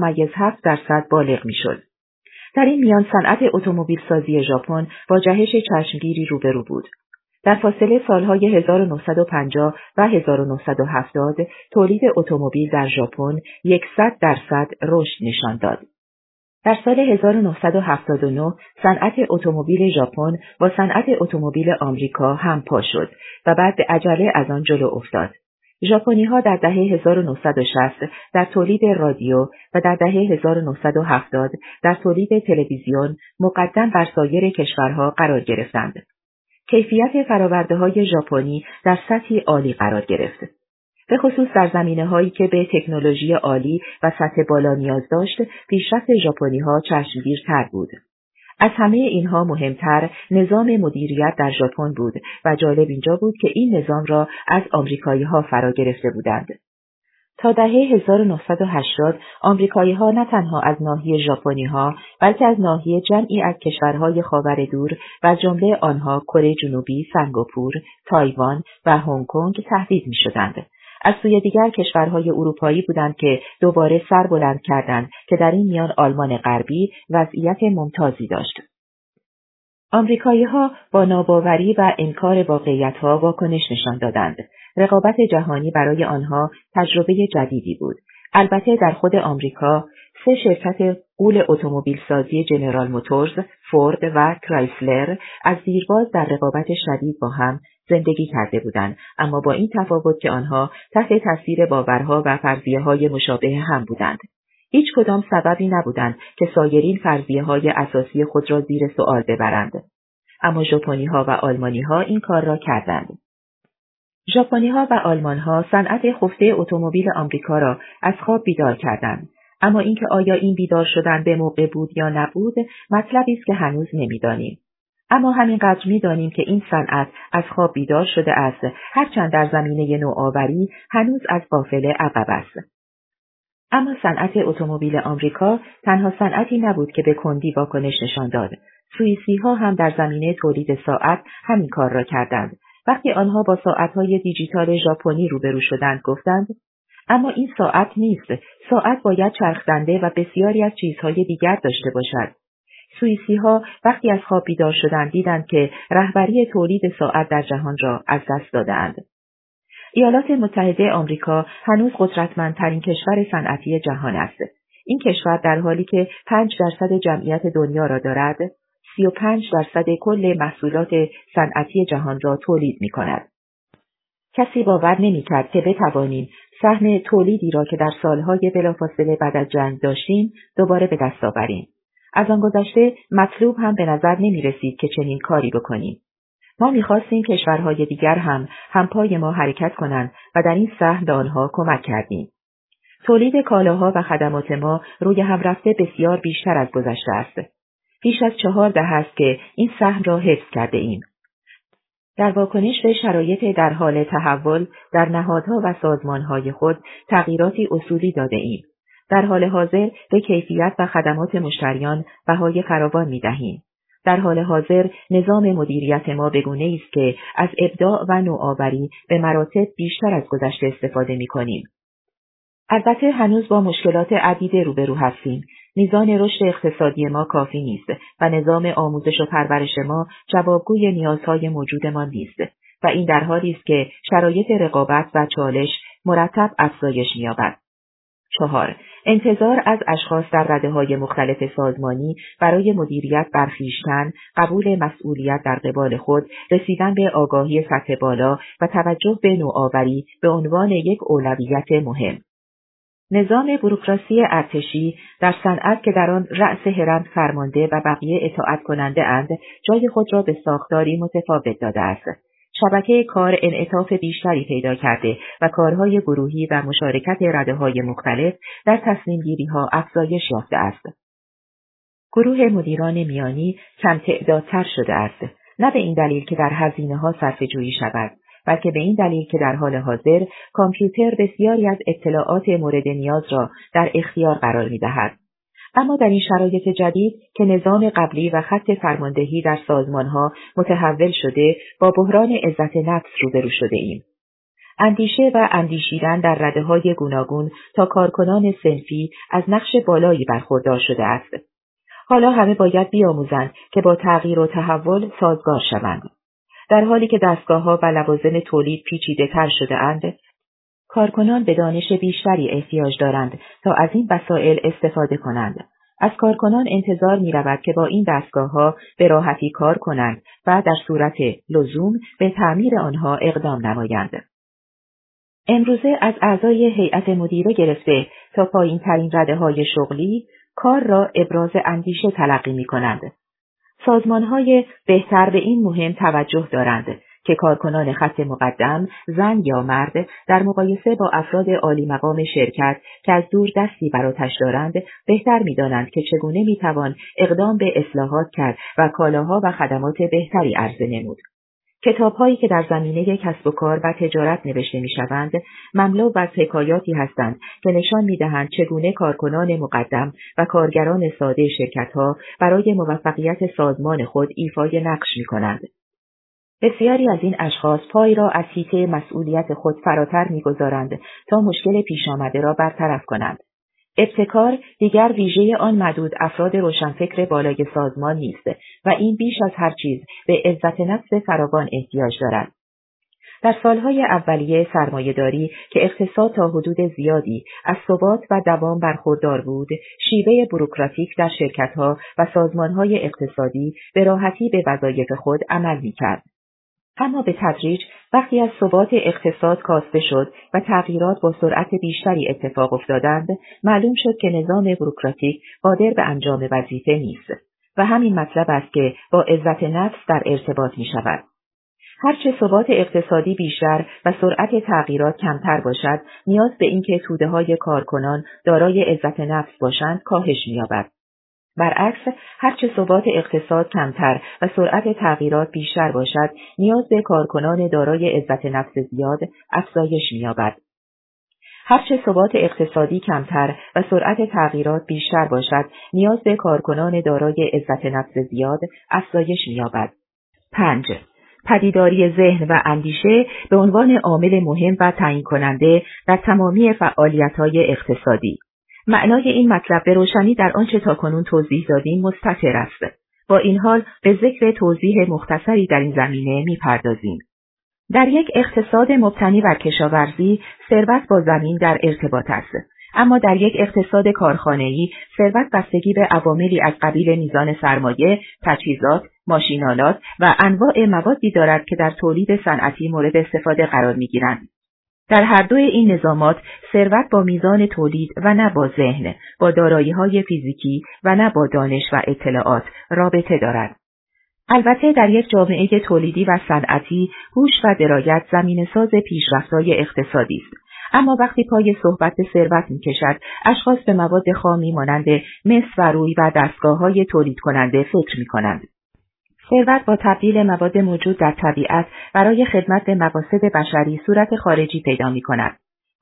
9.7% بالغ می‌شد. در این میان صنعت اتومبیل سازی ژاپن با جهش چشمگیری روبرو بود. در فاصله سالهای 1950 و 1970 تولید اتومبیل در ژاپن 100% رشد نشان داد. در سال 1979 صنعت اتومبیل ژاپن با صنعت اتومبیل آمریکا همپا شد و بعد به عجله از آن جلو افتاد. ژاپنی‌ها در دهه 1960 در تولید رادیو و در دهه 1970 در تولید تلویزیون مقدم بر سایر کشورها قرار گرفتند. کیفیت فرآورده‌های ژاپنی در سطحی عالی قرار گرفت. به خصوص در زمینه‌هایی که به تکنولوژی عالی و سطح بالا نیاز داشت، پیشرفت ژاپنی‌ها چشمگیرتر بود. از همه اینها مهمتر نظام مدیریت در ژاپن بود و جالب اینجا بود که این نظام را از آمریکایی‌ها فرا گرفته بودند. تا دهه 1980 آمریکایی‌ها نه تنها از ناحیه ژاپنی‌ها بلکه از ناحیه جمعی از کشورهای خاور دور و از جمله آنها کره جنوبی، سنگاپور، تایوان و هنگ کنگ تهدید می‌شدند. از سوی دیگر کشورهای اروپایی بودند که دوباره سر بلند کردند که در این میان آلمان غربی وضعیت ممتازی داشت. آمریکایی‌ها با ناباوری و انکار واقعیت‌ها واکنش نشان دادند. رقابت جهانی برای آنها تجربه جدیدی بود. البته در خود آمریکا 3 شرکت غول اتومبیل سازی جنرال موتورز، فورد و کرایسلر از دیرباز در رقابت شدید با هم زندگی کرده بودند، اما با این تفاوت که آنها تحت تاثیر باورها و فرضیه‌های مشابه هم بودند. هیچ کدام سببی نبودند که سایرین فرضیه‌های اساسی خود را زیر سؤال ببرند. اما ژاپنی‌ها و آلمانی‌ها این کار را کردند. ژاپنی‌ها و آلمان‌ها صنعت خفته اتومبیل آمریکا را از خواب بیدار کردند. اما اینکه آیا این بیدار شدن به موقع بود یا نبود، مطلبی است که هنوز نمی‌دانیم. اما همینقدر می‌دانیم که این صنعت از خواب بیدار شده است، هرچند در زمینه نوآوری هنوز از قافله عقب است. اما صنعت اتومبیل آمریکا تنها صنعتی نبود که به کندی واکنش نشان داد. سوئیسی‌ها هم در زمینه تولید ساعت همین کار را کردند. وقتی آنها با ساعت‌های دیجیتال ژاپنی روبرو شدند گفتند: اما این ساعت نیست. ساعت باید چرخدنده و بسیاری از چیزهای دیگر داشته باشد. سوئیسی‌ها وقتی از خواب بیدار شدند دیدند که رهبری تولید ساعت در جهان را از دست داده‌اند. ایالات متحده آمریکا هنوز قدرتمندترین کشور صنعتی جهان است. این کشور در حالی که 5% جمعیت دنیا را دارد، 35% کل محصولات صنعتی جهان را تولید می‌کند. کسی باور نمی‌کرد که بتوانیم سهم تولیدی را که در سالهای بلافاصله بعد از جنگ داشتیم دوباره به دست آوریم. از آن گذشته مطلوب هم به نظر نمی‌رسید که چنین کاری بکنیم. ما می‌خواستیم کشورهای دیگر هم همپای ما حرکت کنند و در این سهم به آنها کمک کردیم. تولید کالاها و خدمات ما روی هم رفته بسیار بیشتر از گذشته است. بیش از 4 دهه است که این سهم را حفظ کرده ایم. در واکنش به شرایط در حال تحول در نهادها و سازمانهای خود تغییراتی اصولی داده ایم. در حال حاضر به کیفیت و خدمات مشتریان بهای فراوان می‌دهیم. در حال حاضر نظام مدیریت ما به گونه‌ای است که از ابداع و نوآوری به مراتب بیشتر از گذشته استفاده می‌کنیم. البته هنوز با مشکلات عدیده روبرو هستیم. میزان رشد اقتصادی ما کافی نیست و نظام آموزش و پرورش ما جوابگوی نیازهای موجودمان نیست و این در حالی است که شرایط رقابت و چالش مرتب افزایش می‌یابد. 4. انتظار از اشخاص در رده‌های مختلف سازمانی برای مدیریت بر خویشتن، قبول مسئولیت در قبال خود، رسیدن به آگاهی سطح بالا و توجه به نوآوری به عنوان یک اولویت مهم. نظام بوروکراسی ارتشی در صنعت که در آن رأس هرم فرمانده و بقیه اطاعت کننده اند، جای خود را به ساختاری متفاوت داده است. شبکه کار انعطاف بیشتری پیدا کرده و کارهای گروهی و مشارکت رده‌های مختلف در تصمیم‌گیری‌ها افزایش یافته است. گروه مدیران میانی کم تعدادتر شده است، نه به این دلیل که در هزینه‌ها صرفه‌جویی شود، بلکه به این دلیل که در حال حاضر کامپیوتر بسیاری از اطلاعات مورد نیاز را در اختیار قرار می‌دهد. اما در این شرایط جدید که نظام قبلی و خط فرماندهی در سازمانها متحول شده، با بحران عزت نفس روبرو شده ایم. اندیشه و اندیشیدن در رده‌های گوناگون تا کارکنان صنفی از نقش بالایی برخوردار شده است. حالا همه باید بیاموزند که با تغییر و تحول سازگار شوند. در حالی که دستگاه‌ها و لوازم تولید پیچیده‌تر شده اند، کارکنان به دانش بیشتری احتیاج دارند تا از این وسایل استفاده کنند. از کارکنان انتظار می‌رود که با این دستگاه‌ها به راحتی کار کنند و در صورت لزوم به تعمیر آنها اقدام نمایند. امروزه از اعضای هیئت مدیره گرفته تا پایین‌ترین رده‌های شغلی کار را ابراز اندیشه تلقی می‌کنند. سازمان‌های بهتر به این مهم توجه دارند که کارکنان خط مقدم، زن یا مرد، در مقایسه با افراد عالی مقام شرکت که از دور دستی بر آتش دارند، بهتر می‌دانند که چگونه می‌توان اقدام به اصلاحات کرد و کالاها و خدمات بهتری عرضه نمود. کتاب‌هایی که در زمینه کسب و کار و تجارت نوشته می‌شوند، مملو از حکایاتی هستند که نشان می‌دهند چگونه کارکنان مقدم و کارگران ساده شرکت‌ها برای موفقیت سازمان خود ایفای نقش می‌کنند. بسیاری از این اشخاص پای را از حیطه مسئولیت خود فراتر می‌گذارند تا مشکل پیش آمده را برطرف کنند. ابتکار دیگر ویژه آن معدود افراد روشنفکر بالای سازمان نیست و این بیش از هر چیز به عزت نفس فراوان احتیاج دارد. در سالهای اولیه سرمایه‌داری که اقتصاد تا حدود زیادی از ثبات و دوام برخوردار بود، شیوه بوروکراتیک در شرکت‌ها و سازمان‌های اقتصادی به راحتی به وظایف خود عمل می‌کرد. اما به تدریج وقتی از ثبات اقتصاد کاسته شد و تغییرات با سرعت بیشتری اتفاق افتادند، معلوم شد که نظام بوروکراتیک قادر به انجام وظیفه نیست و همین مطلب است که با عزت نفس در ارتباط می شود. هرچه ثبات اقتصادی بیشتر و سرعت تغییرات کمتر باشد، نیاز به اینکه توده‌های کارکنان دارای عزت نفس باشند کاهش می‌یابد. برعکس، هرچه ثبات اقتصاد کمتر و سرعت تغییرات بیشتر باشد، نیاز به کارکنان دارای عزت نفس زیاد افزایش می‌یابد. هرچه ثبات اقتصادی کمتر و سرعت تغییرات بیشتر باشد، نیاز به کارکنان دارای عزت نفس زیاد افزایش می‌یابد. 5. پدیداری ذهن و اندیشه به عنوان عامل مهم و تعیین کننده در تمامی فعالیت‌های اقتصادی. معنای این مطلب به روشنی در آنچه تاکنون توضیح دادیم مستتر است. با این حال به ذکر توضیح مختصری در این زمینه می‌پردازیم. در یک اقتصاد مبتنی بر کشاورزی، ثروت با زمین در ارتباط است. اما در یک اقتصاد کارخانه‌ای، ثروت بستگی به عواملی از قبیل میزان سرمایه، تجهیزات، ماشین‌آلات و انواع موادی دارد که در تولید صنعتی مورد استفاده قرار می‌گیرند. در هر دوی این نظامات ثروت با میزان تولید و نه با ذهن، با دارایی‌های فیزیکی و نه با دانش و اطلاعات رابطه دارد. البته در یک جامعه تولیدی و صنعتی، هوش و درایت زمینه‌ساز پیشرفت‌های اقتصادی است. اما وقتی پای صحبت به ثروت می‌کشد، اشخاص به مواد خامی مانند مس و روی و دستگاه‌های تولید کننده فکر می‌کنند. ثروت با تبدیل مواد موجود در طبیعت برای خدمت به مقاصد بشری صورت خارجی پیدا می‌کند.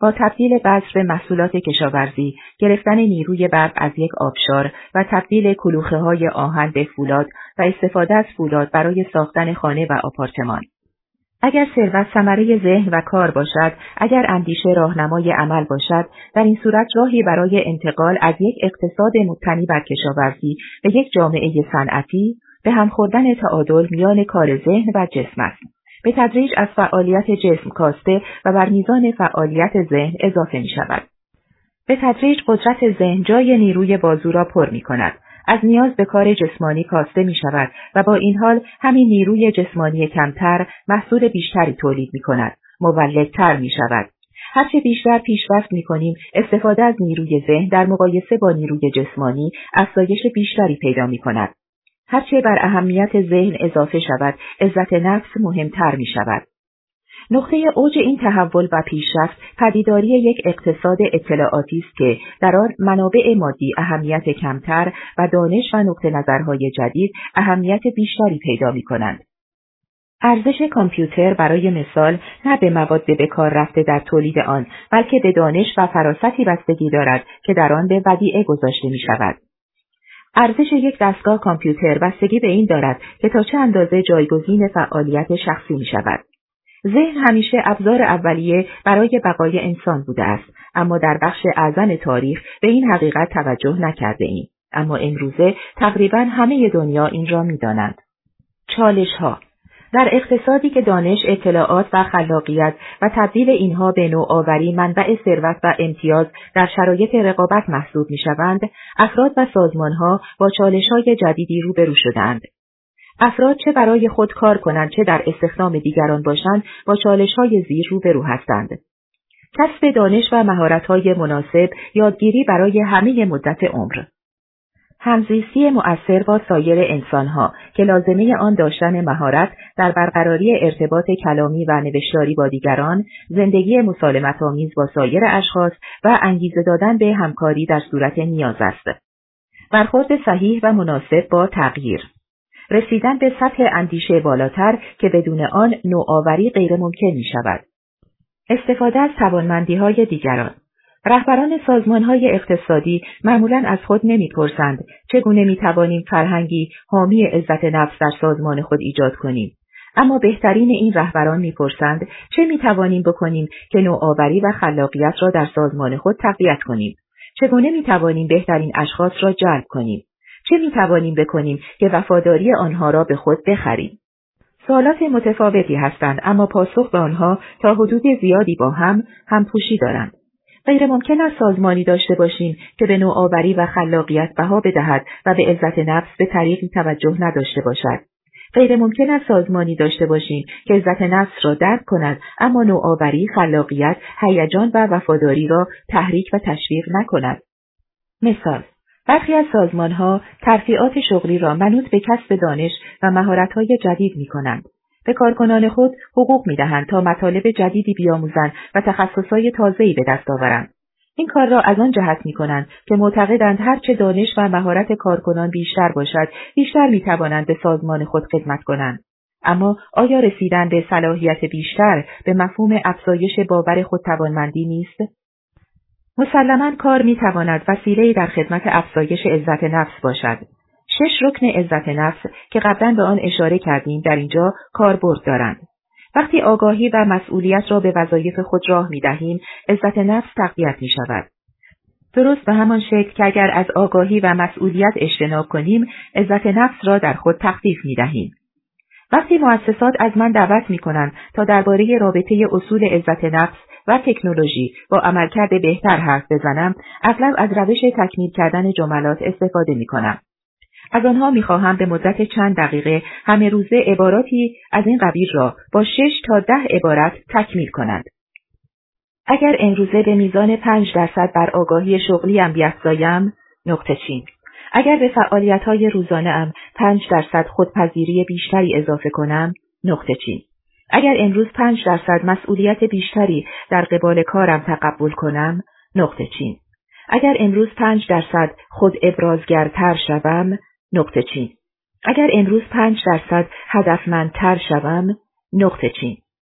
با تبدیل بذر به محصولات کشاورزی، گرفتن نیروی برق از یک آبشار و تبدیل کلوخه‌های آهن به فولاد و استفاده از فولاد برای ساختن خانه و آپارتمان. اگر ثروت ثمره ذهن و کار باشد، اگر اندیشه راهنمای عمل باشد، در این صورت راهی برای انتقال از یک اقتصاد مبتنی بر کشاورزی به یک جامعه صنعتی، به هم خوردن تعادل میان کار ذهن و جسم است. به تدریج از فعالیت جسم کاسته و بر میزان فعالیت ذهن اضافه می شود. به تدریج قدرت ذهن جای نیروی بازو را پر می کند. از نیاز به کار جسمانی کاسته می شود و با این حال همین نیروی جسمانی کمتر محصول بیشتری تولید می کند. مولدتر می شود. هرچه بیشتر پیشرفت می کنیم، استفاده از نیروی ذهن در مقایسه با نیروی جسمانی افزایش بیشتری پیدا می کند. هرچه بر اهمیت ذهن اضافه شود، عزت نفس مهمتر می شود. نقطه اوج این تحول و پیشرفت پدیداری یک اقتصاد اطلاعاتی است که در آن منابع مادی اهمیت کمتر و دانش و نقطه نظرهای جدید اهمیت بیشتری پیدا می کنند. ارزش کامپیوتر برای مثال نه به مواد به کار رفته در تولید آن، بلکه به دانش و فراستی بستگی دارد که در آن به ودیعه گذاشته می شود. ارزش یک دستگاه کامپیوتر بستگی به این دارد که تا چه اندازه جایگزین فعالیت شخصی می شود. ذهن همیشه ابزار اولیه برای بقای انسان بوده است، اما در بخش اعظم تاریخ به این حقیقت توجه نکرده ایم. اما امروزه تقریباً همه دنیا این را می دانند. چالش‌ها در اقتصادی که دانش، اطلاعات و خلاقیت و تبدیل اینها به نوآوری منبع ثروت و امتیاز در شرایط رقابت محسوب می‌شوند، افراد و سازمان‌ها با چالش‌های جدیدی روبرو شدند. افراد چه برای خود کار کنند چه در استخدام دیگران باشند با چالش‌های زیر روبرو هستند. کسب دانش و مهارت‌های مناسب، یادگیری برای همه مدت عمر. همزیستی مؤثر با سایر انسانها که لازمه آن داشتن مهارت در برقراری ارتباط کلامی و نوشتاری با دیگران، زندگی مسالمت‌آمیز با سایر اشخاص و انگیزه دادن به همکاری در صورت نیاز است. برخورد صحیح و مناسب با تغییر. رسیدن به سطح اندیشه بالاتر که بدون آن نوآوری غیر ممکن می شود. استفاده از توانمندی‌های دیگران. رهبران سازمان‌های اقتصادی معمولاً از خود نمی‌پرسند چگونه می‌توانیم فرهنگی حامی عزت نفس در سازمان خود ایجاد کنیم، اما بهترین این رهبران می‌پرسند چه می‌توانیم بکنیم که نوآوری و خلاقیت را در سازمان خود تقویت کنیم، چگونه می‌توانیم بهترین اشخاص را جلب کنیم، چه می‌توانیم بکنیم که وفاداری آنها را به خود بخریم. سوالات متفاوتی هستند، اما پاسخ به آنها تا حدود زیادی با همپوشی دارند. غیر ممکن است سازمانی داشته باشیم که به نوآوری و خلاقیت بها بدهد و به عزت نفس به طریقی توجه نداشته باشد. غیر ممکن است سازمانی داشته باشیم که عزت نفس را درک کند اما نوآوری، خلاقیت، هیجان و وفاداری را تحریک و تشویق نکند. مثال: برخی از سازمان‌ها ترفیعات شغلی را منوط به کسب دانش و مهارت‌های جدید می‌کنند. به کارکنان خود حقوق می‌دهند تا مطالب جدیدی بیاموزند و تخصصهای تازه‌ای به دست آورند. این کار را از آن جهت می‌کنند که معتقدند هرچه دانش و مهارت کارکنان بیشتر باشد، بیشتر می‌توانند به سازمان خود خدمت کنند. اما آیا رسیدن به صلاحیت بیشتر به مفهوم افزایش باور خودتوانمندی نیست؟ مسلماً کار می‌تواند وسیله‌ای در خدمت افزایش عزت نفس باشد. 6 رکن عزت نفس که قبلا به آن اشاره کردیم در اینجا کاربرد دارند. وقتی آگاهی و مسئولیت را به وظایف خود راه می‌دهیم، عزت نفس تقویت می‌شود. درست به همان شکل که اگر از آگاهی و مسئولیت اجتناب کنیم، عزت نفس را در خود تخفیف می‌دهیم. وقتی مؤسسات از من دعوت می‌کنند تا درباره رابطه اصول عزت نفس و تکنولوژی با عملکرد بهتر حرف بزنم، اغلب از روش تکمیل کردن جملات استفاده می‌کنم. از آنها می‌خواهم به مدت چند دقیقه همه روزه عباراتی از این قبیل را با 6 تا 10 عبارت تکمیل کنند. اگر امروزه به میزان 5% بر آگاهی شغلیم بیفزایم، نقطه چین. اگر به فعالیت‌های روزانه‌ام 5% خودپذیری بیشتری اضافه کنم، نقطه چین. اگر امروز 5% مسئولیت بیشتری در قبال کارم تقبل کنم، نقطه چین. اگر امروز 5% خود ابرازگرتر شوم، نقطه چین. اگر امروز 5% هدفمندتر شوم، نقطه چین.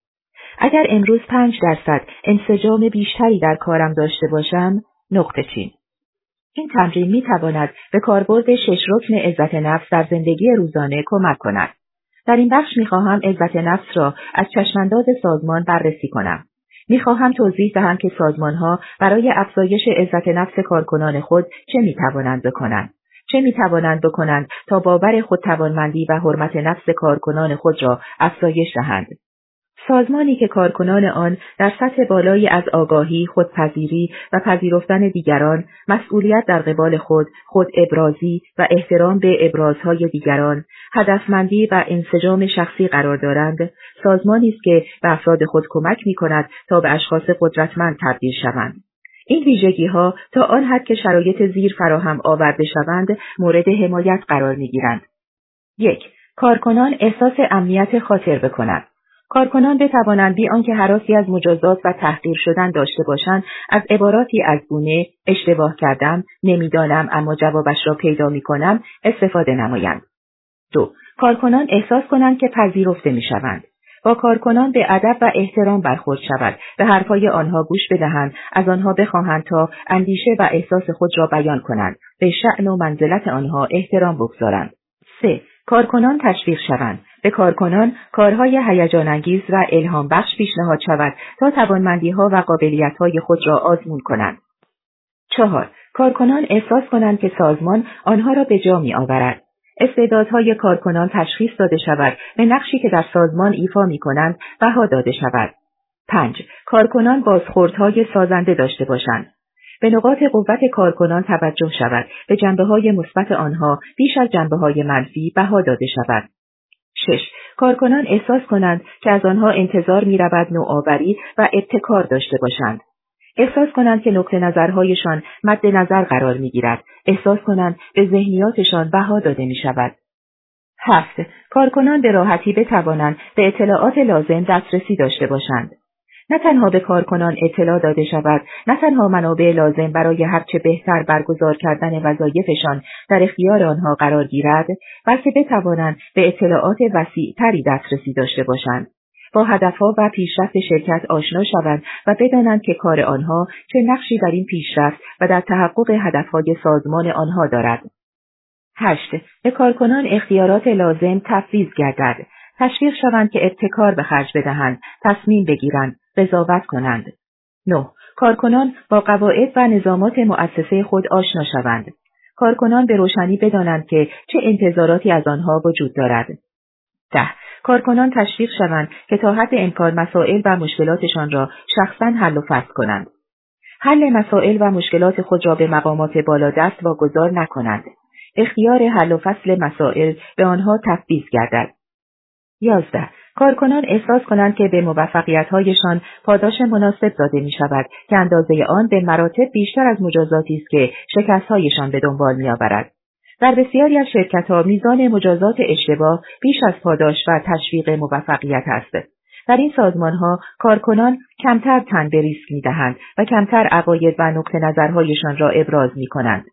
اگر امروز 5% انسجام بیشتری در کارم داشته باشم، نقطه چین. این تمرین می تواند به کاربرد 6 رکن عزت نفس در زندگی روزانه کمک کند. در این بخش می خواهم عزت نفس را از چشمانداز سازمان بررسی کنم. می خواهم توضیح دهم که سازمانها برای افزایش عزت نفس کارکنان خود چه می توانند بکنند. چه می توانند بکنند تا باور خودتوانمندی و حرمت نفس کارکنان خود را افزایش دهند. سازمانی که کارکنان آن در سطح بالایی از آگاهی، خودپذیری و پذیرفتن دیگران، مسئولیت در قبال خود ابرازی و احترام به ابرازهای دیگران، هدفمندی و انسجام شخصی قرار دارند، سازمانی است که به افراد خود کمک می‌کند تا به اشخاص قدرتمند تبدیل شوند. این ویژگی‌ها تا آن حد که شرایط زیر فراهم آورده شوند، مورد حمایت قرار می‌گیرند. 1. کارکنان احساس امنیت خاطر بکنند. کارکنان بتوانند بی آنکه هراسی از مجازات و تحقیر شدن داشته باشند، از عباراتی از گونه اشتباه کردم، نمیدانم اما جوابش را پیدا می‌کنم استفاده نمایند. 2. کارکنان احساس کنند که پذیرفته می‌شوند. با کارکنان به ادب و احترام برخورد شود، به حرفهای آنها گوش بدهند، از آنها بخواهند تا اندیشه و احساس خود را بیان کنند، به شأن و منزلت آنها احترام بگذارند. 3. کارکنان تشویق شوند. به کارکنان کارهای هیجان‌انگیز و الهام بخش پیشنهاد شود تا توانمندی‌ها و قابلیت‌های خود را آزمون کنند. 4. کارکنان احساس کنند که سازمان آنها را به جا می‌آورد. استعدادهای کارکنان تشخیص داده شود، به نقشی که در سازمان ایفا می‌کنند بها داده شود. 5. کارکنان بازخوردهای سازنده داشته باشند. به نقاط قوت کارکنان توجه شود، به جنبه‌های مثبت آنها بیش از جنبه‌های منفی بها داده شود. 6. کارکنان احساس کنند که از آنها انتظار می‌رود نوآوری و ابتکار داشته باشند. احساس کنند که نقطه نظرهایشان مد نظر قرار می‌گیرد. احساس کنند به ذهنیاتشان بها داده می‌شود. 7. کارکنان به راحتی بتوانند به اطلاعات لازم دسترسی داشته باشند. نه تنها به کارکنان اطلاع داده شود، نه تنها منابع لازم برای هرچه بهتر برگزار کردن وظایفشان در اختیار آنها قرار گیرد، بلکه بتوانند به اطلاعات وسیع‌تری دسترسی داشته باشند. با هدفها و پیشرفت شرکت آشنا شوند و بدانند که کار آنها چه نقشی در این پیشرفت و در تحقق هدفهای سازمان آنها دارد. 8. به کارکنان اختیارات لازم تفویض گردد. تشویق شوند که ابتکار به خرج بدهند، تصمیم بگیرند، قضاوت کنند. 9. کارکنان با قواعد و نظامات مؤسسه خود آشنا شوند. کارکنان به روشنی بدانند که چه انتظاراتی از آنها وجود دارد. 10. کارکنان تشویق شوند که تا حد امکان مسائل و مشکلاتشان را شخصاً حل و فصل کنند. حل مسائل و مشکلات خود را به مقامات بالادست واگذار نکنند. اختیار حل و فصل مسائل به آنها تفویض گردد. 11. کارکنان احساس کنند که به موفقیت‌هایشان پاداش مناسب داده می‌شود که اندازه آن به مراتب بیشتر از مجازاتی است که شکست‌هایشان به دنبال می‌آورد. در بسیاری از شرکت‌ها میزان مجازات اشتباه بیش از پاداش و تشویق موفقیت است. در این سازمان‌ها کارکنان کمتر تن به ریسک می‌دهند و کمتر عقاید و نقطه نظرهایشان را ابراز می‌کنند.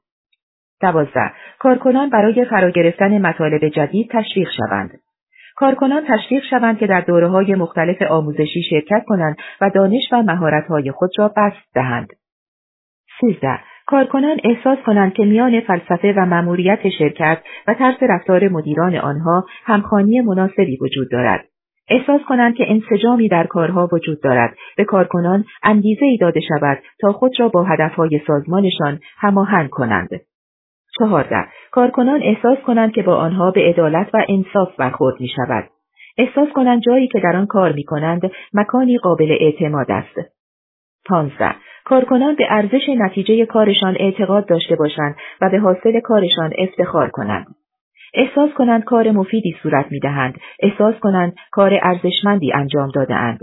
12. کارکنان برای فرا گرفتن مطالب جدید تشویق شوند. کارکنان تشویق شوند که در دوره‌های مختلف آموزشی شرکت کنند و دانش و مهارت‌های خود را بسط دهند. 13. کارکنان احساس کنند که میان فلسفه و مأموریت شرکت و طرز رفتار مدیران آنها همخوانی مناسبی وجود دارد. احساس کنند که انسجامی در کارها وجود دارد، به کارکنان انگیزه‌ای داده شود تا خود را با هدفهای سازمانشان هماهنگ کنند. 14. کارکنان احساس کنند که با آنها به عدالت و انصاف برخورد می شود. احساس کنند جایی که در آن کار می کنند مکانی قابل اعتماد است. 15. کارکنان به ارزش نتیجه کارشان اعتقاد داشته باشند و به حاصل کارشان افتخار کنند. احساس کنند کار مفیدی صورت می دهند. احساس کنند کار ارزشمندی انجام داده اند.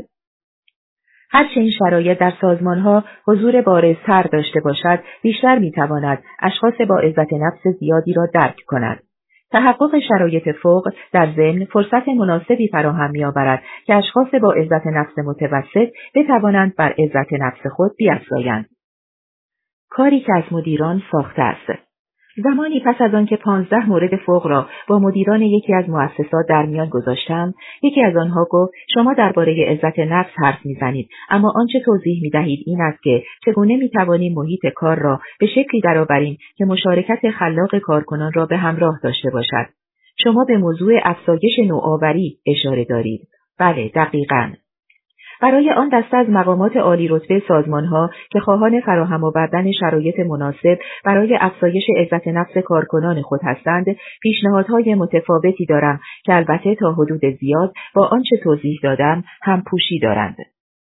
هرچه این شرایط در سازمانها حضور بارزتر داشته باشد، بیشتر میتواند اشخاص با عزت نفس زیادی را درک کند. تحقق شرایط فوق در ضمن فرصت مناسبی فراهم می‌آورد که اشخاص با عزت نفس متوسط بتوانند بر عزت نفس خود بیفزایند. کاری که از مدیران ساخته است. زمانی پس از آنکه 15 مورد فوق را با مدیران یکی از مؤسسات در میان گذاشتم، یکی از آنها گفت شما درباره عزت نفس حرف میزنید، اما آنچه توضیح میدهید این است که چگونه میتوانیم محیط کار را به شکلی درآوریم که مشارکت خلاق کارکنان را به همراه داشته باشد. شما به موضوع افزایش نوآوری اشاره دارید. بله، دقیقاً. برای آن دسته از مقامات عالی رتبه سازمان‌ها که خواهان فراهم آوردن شرایط مناسب برای افزایش عزت نفس کارکنان خود هستند، پیشنهادهای متفاوتی دارم که البته تا حدود زیاد با آنچه توضیح دادم هم پوشی دارند.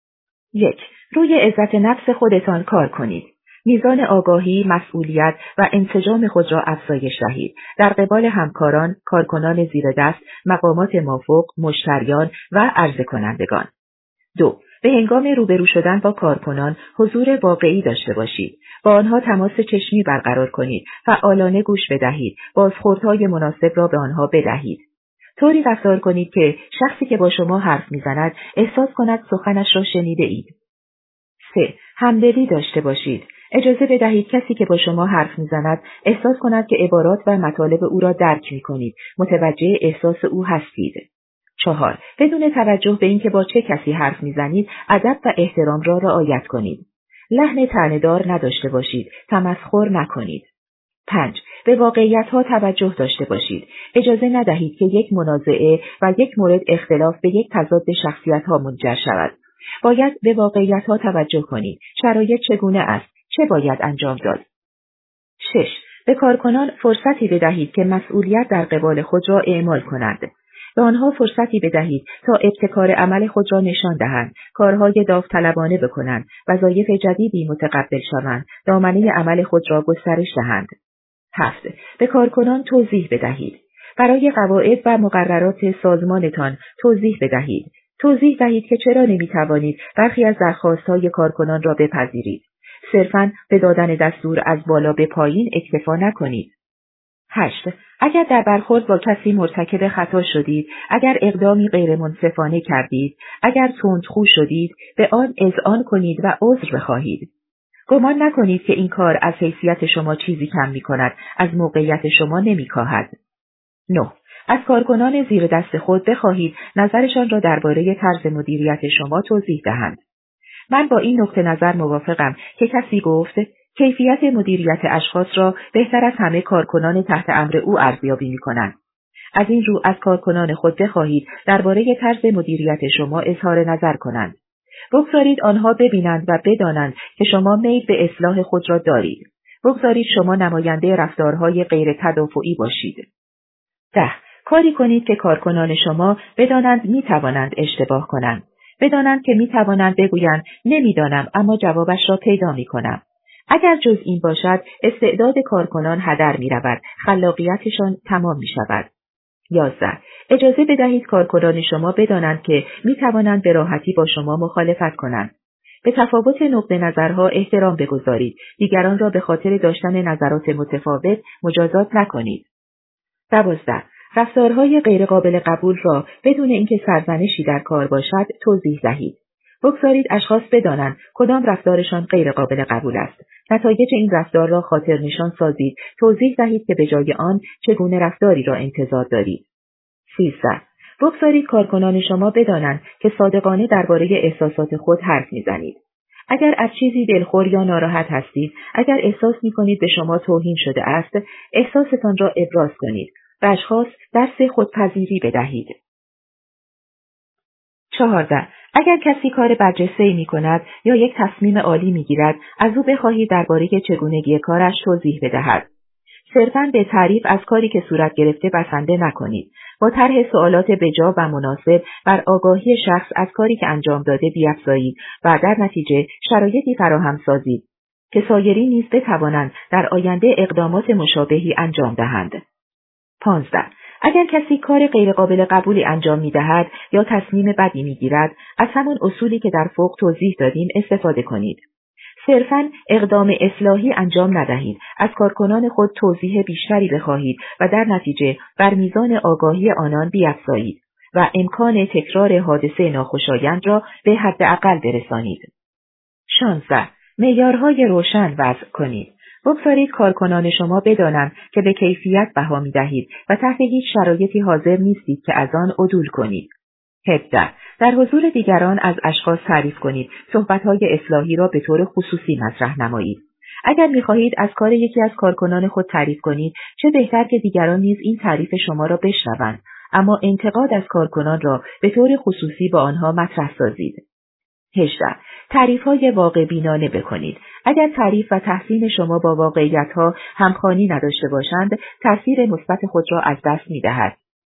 1. روی عزت نفس خودتان کار کنید. میزان آگاهی، مسئولیت و انسجام خود را افزایش دهید. در قبال همکاران، کارکنان زیر دست، مقامات مافوق، مشتریان و عرضه کنندگان. 2. به هنگام روبرو شدن با کارکنان حضور واقعی داشته باشید. با آنها تماس چشمی برقرار کنید، فعالانه گوش بدهید، بازخوردهای مناسب را به آنها بدهید. طوری رفتار کنید که شخصی که با شما حرف میزند احساس کند سخنش را شنیده اید. 3. همدلی داشته باشید. اجازه بدهید کسی که با شما حرف میزند احساس کند که عبارات و مطالب او را درک میکنید، متوجه احساس او هستید. 4. بدون توجه به اینکه با چه کسی حرف میزنید، ادب و احترام را رعایت کنید. لحن طعنه‌دار نداشته باشید، تمسخر نکنید. 5. به واقعیت‌ها توجه داشته باشید. اجازه ندهید که یک منازعه و یک مورد اختلاف به یک تضاد شخصیت‌ها منجر شود. باید به واقعیت‌ها توجه کنید. شرایط چگونه است؟ چه باید انجام داد؟ 6. به کارکنان فرصتی بدهید که مسئولیت در قبال خود را اعمال کنند. به آنها فرصتی بدهید تا ابتکار عمل خود را نشان دهند، کارهای داوطلبانه بکنند، وظایف جدیدی متقبل شوند، دامنه عمل خود را گسترش دهند. 7. به کارکنان توضیح بدهید. برای قواعد و مقررات سازمانتان توضیح بدهید. توضیح دهید که چرا نمیتوانید برخی از درخواستهای کارکنان را بپذیرید. صرفاً به دادن دستور از بالا به پایین اکتفا نکنید. 8. اگر در برخورد با کسی مرتکب خطا شدید، اگر اقدامی غیر منصفانه کردید، اگر تندخو شدید، به آن اذعان کنید و عذر بخواهید. گمان نکنید که این کار از حیثیت شما چیزی کم می کند، از موقعیت شما نمی کاهد. 9. از کارکنان زیر دست خود بخواهید نظرشان را درباره طرز مدیریت شما توضیح دهند. من با این نقطه نظر موافقم که کسی گفت کیفیت مدیریت اشخاص را بهتر از همه کارکنان تحت امر او ارزیابی می‌کنند. از این رو از کارکنان خود بخواهید درباره طرز مدیریت شما اظهار نظر کنند. بگذارید آنها ببینند و بدانند که شما میل به اصلاح خود را دارید. بگذارید شما نماینده رفتارهای غیر تدافعی باشید. 10. کاری کنید که کارکنان شما بدانند می‌توانند اشتباه کنند. بدانند که می‌توانند بگویند نمی‌دانم اما جوابش را پیدا می‌کنم. اگر جز این باشد استعداد کارکنان هدر می‌رود، خلاقیتشان تمام می‌شود. 11. اجازه بدهید کارکنان شما بدانند که می‌توانند به راحتی با شما مخالفت کنند. به تفاوت نقطه نظرها احترام بگذارید. دیگران را به خاطر داشتن نظرات متفاوت مجازات نکنید. 12. رفتارهای غیرقابل قبول را بدون اینکه سرزنشی در کار باشد توضیح دهید. بگذارید اشخاص بدانند کدام رفتارشان غیرقابل قبول است. نتایج این رفتار را خاطر نشان سازید. توضیح دهید که به جای آن چگونه رفتاری را انتظار دارید. 13. بگذارید کارکنان شما بدانند که صادقانه درباره احساسات خود حرف میزنید. اگر از چیزی دلخور یا ناراحت هستید، اگر احساس می‌کنید به شما توهین شده است، احساستان را ابراز کنید. به اشخاص درس خودپذیری بدهید. 14. اگر کسی کار برجسته‌ای می‌کند یا یک تصمیم عالی می‌گیرد، از او بخواهید درباره چگونگی کارش توضیح بدهد. صرفاً به تعریف از کاری که صورت گرفته بسنده نکنید. با طرح سوالات بجا و مناسب بر آگاهی شخص از کاری که انجام داده بیفزایید و در نتیجه شرایطی فراهم سازید که سایرین نیز بتوانند در آینده اقدامات مشابهی انجام دهند. 15. اگر کسی کار غیرقابل قبولی انجام می‌دهد یا تصمیم بدی می‌گیرد، از همان اصولی که در فوق توضیح دادیم استفاده کنید. صرفاً اقدام اصلاحی انجام ندهید، از کارکنان خود توضیح بیشتری بخواهید و در نتیجه بر میزان آگاهی آنان بیفزایید و امکان تکرار حادثه ناخوشایند را به حداقل برسانید. 16. معیارهای روشن وضع کنید. بگذارید کارکنان شما بدانند که به کیفیت بها می‌دهید و تحت هیچ شرایطی حاضر نیستید که از آن عدول کنید. 17. در حضور دیگران از اشخاص تعریف کنید. صحبت‌های اصلاحی را به طور خصوصی مطرح نمایید. اگر می‌خواهید از کار یکی از کارکنان خود تعریف کنید، چه بهتر که دیگران نیز این تعریف شما را بشنوند، اما انتقاد از کارکنان را به طور خصوصی با آنها مطرح سازید. 18. تعریف‌های واقع بینانه بکنید. اگر تعریف و تحسین شما با واقعیت‌ها همخوانی نداشته باشند، تأثیر مثبت خود را از دست می‌دهد.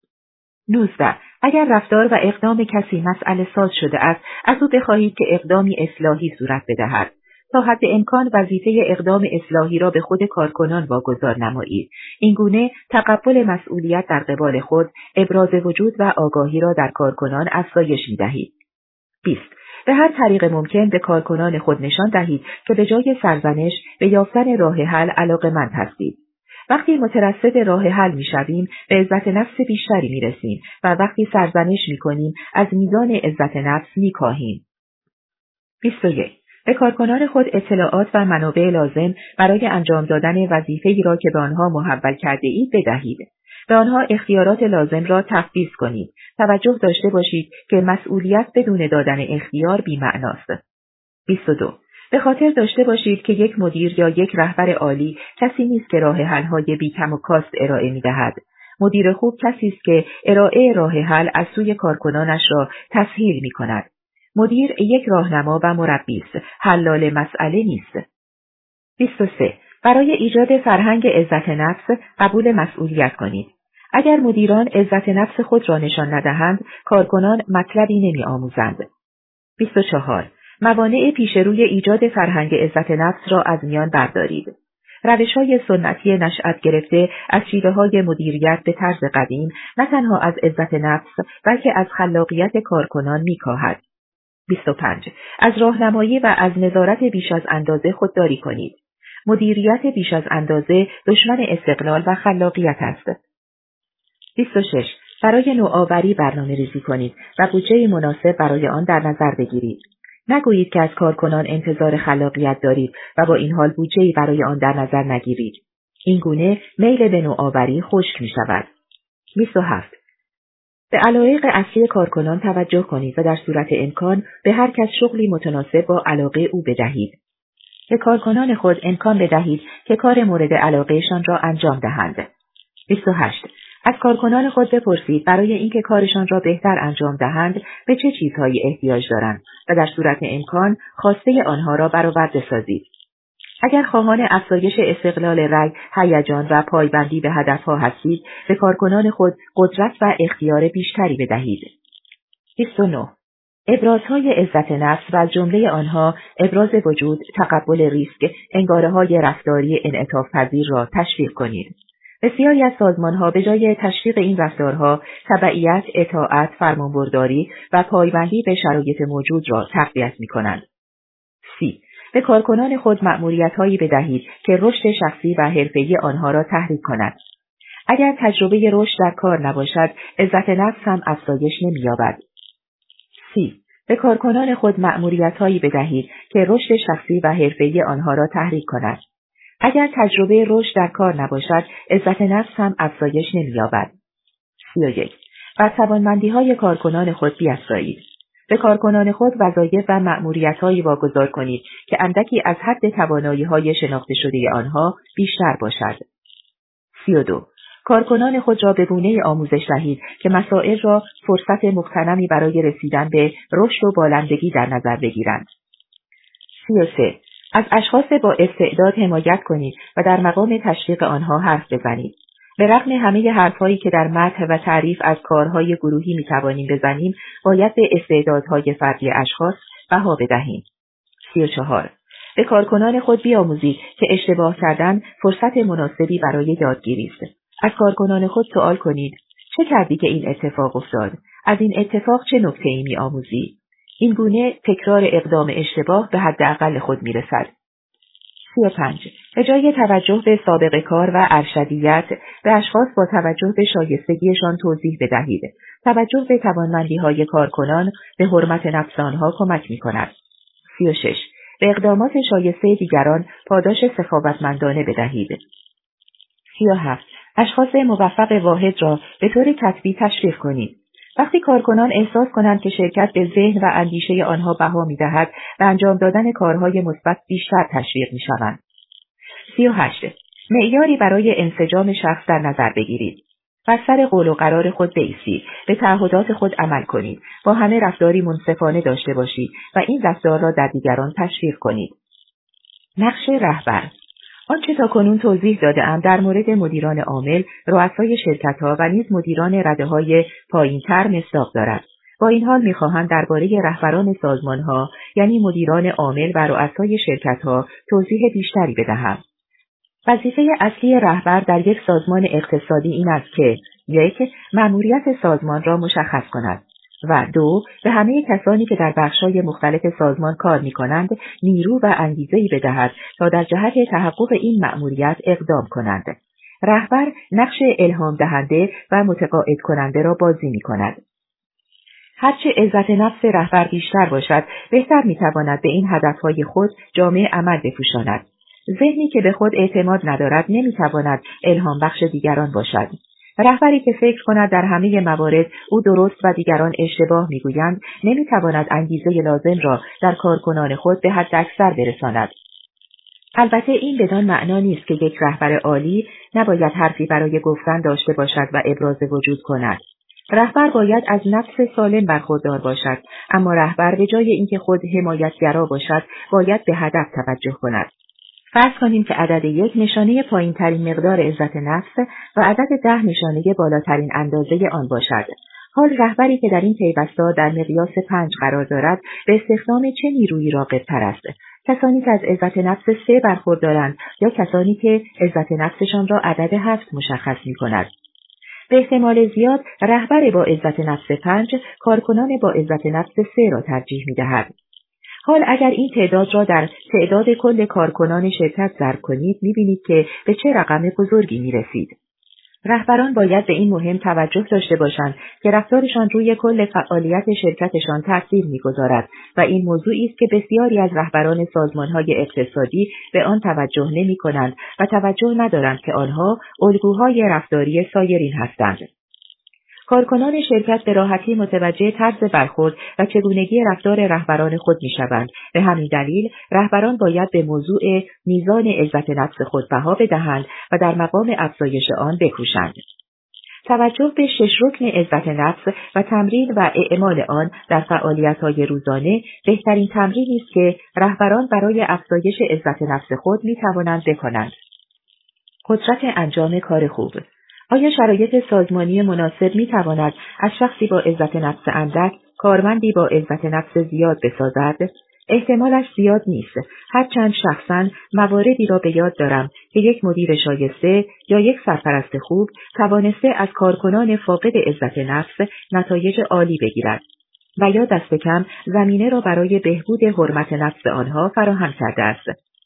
19. اگر رفتار و اقدام کسی مسئله ساز شده است، از او بخواهید که اقدامی اصلاحی صورت بدهد. تا حد امکان وظیفه اقدام اصلاحی را به خود کارکنان واگذار نمایید. این گونه تقبل مسئولیت در قبال خود، ابراز وجود و آگاهی را در کارکنان افزایش می‌دهید. 20. به هر طریق ممکن به کارکنان خود نشان دهید که به جای سرزنش به یافتن راه حل علاقه‌مند هستید. وقتی مترصد راه حل می‌شویم، به عزت نفس بیشتری می‌رسیم و وقتی سرزنش می‌کنیم، از میزان عزت نفس می‌کاهیم. 21. به کارکنان خود اطلاعات و منابع لازم برای انجام دادن وظیفه‌ای را که به آنها محول کرده اید بدهید. به آنها اختیارات لازم را تفویض کنید. توجه داشته باشید که مسئولیت بدون دادن اختیار بی‌معناست. 22. به خاطر داشته باشید که یک مدیر یا یک رهبر عالی کسی نیست که راه حل‌های بی‌کم و کاست ارائه می‌دهد. مدیر خوب کسی است که ارائه راه حل از سوی کارکنانش را تسهیل می‌کند. مدیر یک راهنما و مربی است، حلال مسئله نیست. 23. برای ایجاد فرهنگ عزت نفس قبول مسئولیت کنید. اگر مدیران عزت نفس خود را نشان ندهند، کارکنان مطلبی نمی‌آموزند. 24. موانع پیش روی ایجاد فرهنگ عزت نفس را از میان بردارید. روش‌های سنتی نشأت گرفته از شیوه‌های مدیریت به طرز قدیم نه تنها از عزت نفس بلکه از خلاقیت کارکنان می‌کاهد. 25. از راهنمایی و از نظارت بیش از اندازه خودداری کنید. مدیریت بیش از اندازه دشمن استقلال و خلاقیت است. 26. برای نوآوری برنامه‌ریزی کنید و بودجه مناسب برای آن در نظر بگیرید. نگویید که از کارکنان انتظار خلاقیت دارید و با این حال بودجه‌ای برای آن در نظر نگیرید. این گونه میل به نوآوری خشک می‌شود. 27. به علایق اصلی کارکنان توجه کنید و در صورت امکان به هر کس شغلی متناسب با علاقه او بدهید. به کارکنان خود امکان بدهید که کار مورد علاقهشان را انجام دهند. 28. از کارکنان خود بپرسید برای اینکه کارشان را بهتر انجام دهند به چه چیزهایی احتیاج دارند و در صورت امکان خواسته آنها را برآورده سازید. اگر خواهان افزایش استقلال رأی، هیجان و پایبندی به هدفها هستید، به کارکنان خود قدرت و اختیار بیشتری بدهید. 29. ابرازهای عزت نفس و از جمله آنها ابراز وجود، تقبل ریسک، انگاره‌های رفتاری انعطاف پذیر را تشویق کنید. بسیاری از سازمان‌ها به جای تشویق این رفتارها، تبعیت، اطاعت، فرمانبرداری و پایبندی به شرایط موجود را تقویت می‌کنند. 30. به کارکنان خود مأموریت‌هایی بدهید که رشد شخصی و حرفه‌ای آنها را تحریک کند. اگر تجربه رشد در کار نباشد، عزت نفس هم افزایش نمی‌یابد. 30. به کارکنان خود مأموریت‌هایی بدهید که رشد شخصی و حرفه‌ای آنها را تحریک کند. اگر تجربه رشد در کار نباشد، عزت نفس هم افزایش نمی‌یابد. 31. بر توانمندی‌های کارکنان خود بیفزایید. به کارکنان خود وظایف و مأموریت‌هایی واگذار کنید که اندکی از حد توانایی‌های شناخته شده آنها بیشتر باشد. 32. کارکنان خود را به گونه‌ای آموزش دهید که مسائل را فرصت مغتنمی برای رسیدن به رشد و بالندگی در نظر بگیرند. 33. از اشخاص با استعداد حمایت کنید و در مقام تشویق آنها حرف بزنید. به رغم همه حرفهایی که در مدح و تعریف از کارهای گروهی میتوانیم بزنیم، باید به استعدادهای فردی اشخاص بها بدهیم. 34. به کارکنان خود بیاموزید که اشتباه کردن فرصت مناسبی برای یادگیری است. از کارکنان خود سوال کنید: چه کردی که این اتفاق افتاد؟ از این اتفاق چه نکته‌ای می‌آموزی؟ این گونه تکرار اقدام اشتباه به حداقل خود می‌رسد. 35. به جای توجه به سابقه کار و ارشدیت، به اشخاص با توجه به شایستگیشان توضیح بدهید. توجه به توانمندی‌های کارکنان به حرمت نفس آنها کمک می‌کند. 36. به اقدامات شایسته دیگران پاداش سخاوتمندانه بدهید. 37. اشخاص موفق واحد را به طور کسبی تشویق کنید. وقتی کارکنان احساس کنند که شرکت به ذهن و اندیشه آنها بها می‌دهد، به انجام دادن کارهای مثبت بیشتر تشویق می‌شوند. 38. معیاری برای انسجام شخص در نظر بگیرید. بر سر قول و قرار خود بایستید، به تعهدات خود عمل کنید، با همه رفتاری منصفانه داشته باشید و این رفتار را در دیگران تشویق کنید. نقش رهبر. آنچه تاکنون توضیح داده‌ام در مورد مدیران عامل، رؤسای شرکت‌ها و نیز مدیران رده‌های پایین‌تر مصداق دارد. با این حال می‌خواهم درباره رهبران سازمان‌ها، یعنی مدیران عامل و رؤسای شرکت‌ها، توضیح بیشتری بدهم. وظیفه اصلی رهبر در یک سازمان اقتصادی این است که 1. مأموریت سازمان را مشخص کند و 2. به همه کسانی که در بخش‌های مختلف سازمان کار می‌کنند نیرو و انگیزه‌ای بدهد تا در جهت تحقق این مأموریت اقدام کنند. رهبر نقش الهام دهنده و متقاعد کننده را بازی می‌کند. هرچه عزت نفس رهبر بیشتر باشد، بهتر می‌تواند به این هدف‌های خود جامع عمل بپوشاند. ذهنی که به خود اعتماد ندارد نمی‌تواند الهام بخش دیگران باشد. رهبری که فکر کند در همه موارد او درست و دیگران اشتباه می‌گویند، نمی‌تواند انگیزه لازم را در کارکنان خود به حداکثر برساند. البته این بدان معنا نیست که یک رهبر عالی نباید حرفی برای گفتن داشته باشد و ابراز وجود کند. رهبر باید از نفس سالم برخوردار باشد، اما رهبر به جای اینکه خود حمایتگرا باشد، باید به هدف توجه کند. فرض کنیم که عدد 1 نشانه پایین‌ترین مقدار عزت نفس و عدد 10 نشانه بالاترین اندازه آن باشد. حال رهبری که در این پیوستا در مقیاس 5 قرار دارد، به استخدام چه نیرویی راغب‌تر است؟ کسانی که از عزت نفس 3 برخوردارند یا کسانی که عزت نفسشان را عدد 7 مشخص می‌کند؟ به احتمال زیاد رهبر با عزت نفس 5 کارکنان با عزت نفس 3 را ترجیح می‌دهد. حال اگر این تعداد را در تعداد کل کارکنان شرکت ضرب کنید، می‌بینید که به چه رقم بزرگی می‌رسید. رهبران باید به این مهم توجه داشته باشند که رفتارشان روی کل فعالیت شرکتشان تأثیر می‌گذارد و این موضوعی است که بسیاری از رهبران سازمان‌های اقتصادی به آن توجه نمی‌کنند و توجه ندارند که آنها الگوهای رفتاری سایرین هستند. کارکنان شرکت به راحتی متوجه طرز برخورد و چگونگی رفتار رهبران خود می‌شوند. به همین دلیل رهبران باید به موضوع میزان عزت نفس خود بها بدهند و در مقام افزایش آن بکوشند. توجه به 6 رکن عزت نفس و تمرین و اعمال آن در فعالیت‌های روزانه بهترین تمرینی است که رهبران برای افزایش عزت نفس خود می‌توانند بکنند. قدرت انجام کار خوب. آیا شرایط سازمانی مناسب می‌تواند از شخصی با عزت نفس اندک کارمندی با عزت نفس زیاد بسازد؟ احتمالش زیاد نیست، هرچند شخصاً مواردی را به یاد دارم که یک مدیر شایسته یا یک سرپرست خوب توانسته از کارکنان فاقد عزت نفس نتایج عالی بگیرد و یا دست کم زمینه را برای بهبود حرمت نفس آنها فراهم کرده است.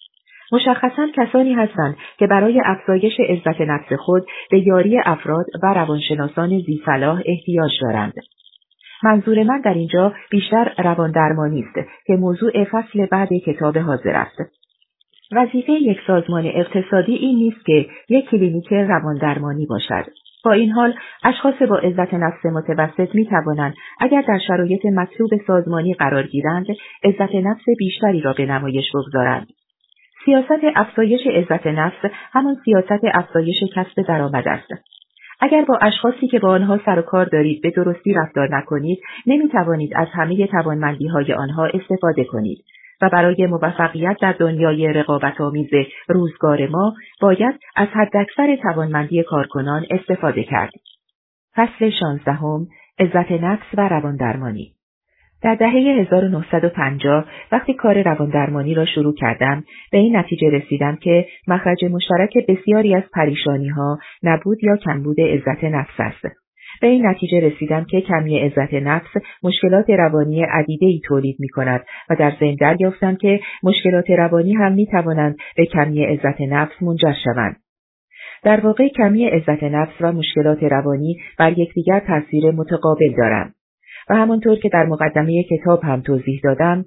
مشخصاً کسانی هستند که برای افزایش عزت نفس خود به یاری افراد و روانشناسان ذی‌صلاح احتیاج دارند. منظور من در اینجا بیشتر رواندرمانی است که موضوع فصل بعد کتاب حاضر است. وظیفه یک سازمان اقتصادی این نیست که یک کلینیک رواندرمانی باشد. با این حال اشخاص با عزت نفس متوسط می توانند اگر در شرایط مطلوب سازمانی قرار گیرند عزت نفس بیشتری را به نمایش بگذارند. سیاست افزایش عزت نفس همان سیاست افزایش کسب درآمد است. اگر با اشخاصی که با آنها سر و کار دارید به درستی رفتار نکنید، نمی توانید از همه توانمندی‌های آنها استفاده کنید و برای موفقیت در دنیای رقابت‌آمیز روزگار ما باید از حداکثر توانمندی کارکنان استفاده کرد. فصل 16 عزت نفس و رواندرمانی. در دهه 1950 وقتی کار رواندرمانی را شروع کردم، به این نتیجه رسیدم که مخرج مشترک بسیاری از پریشانی‌ها نبود یا کمبود عزت نفس است. به این نتیجه رسیدم که کمی عزت نفس مشکلات روانی عدیده‌ای تولید می‌کند و در ذهن دریافتم که مشکلات روانی هم می‌توانند به کمی عزت نفس منجر شوند. در واقع کمی عزت نفس و مشکلات روانی بر یکدیگر تاثیر متقابل دارند. و همانطور که در مقدمه کتاب هم توضیح دادم،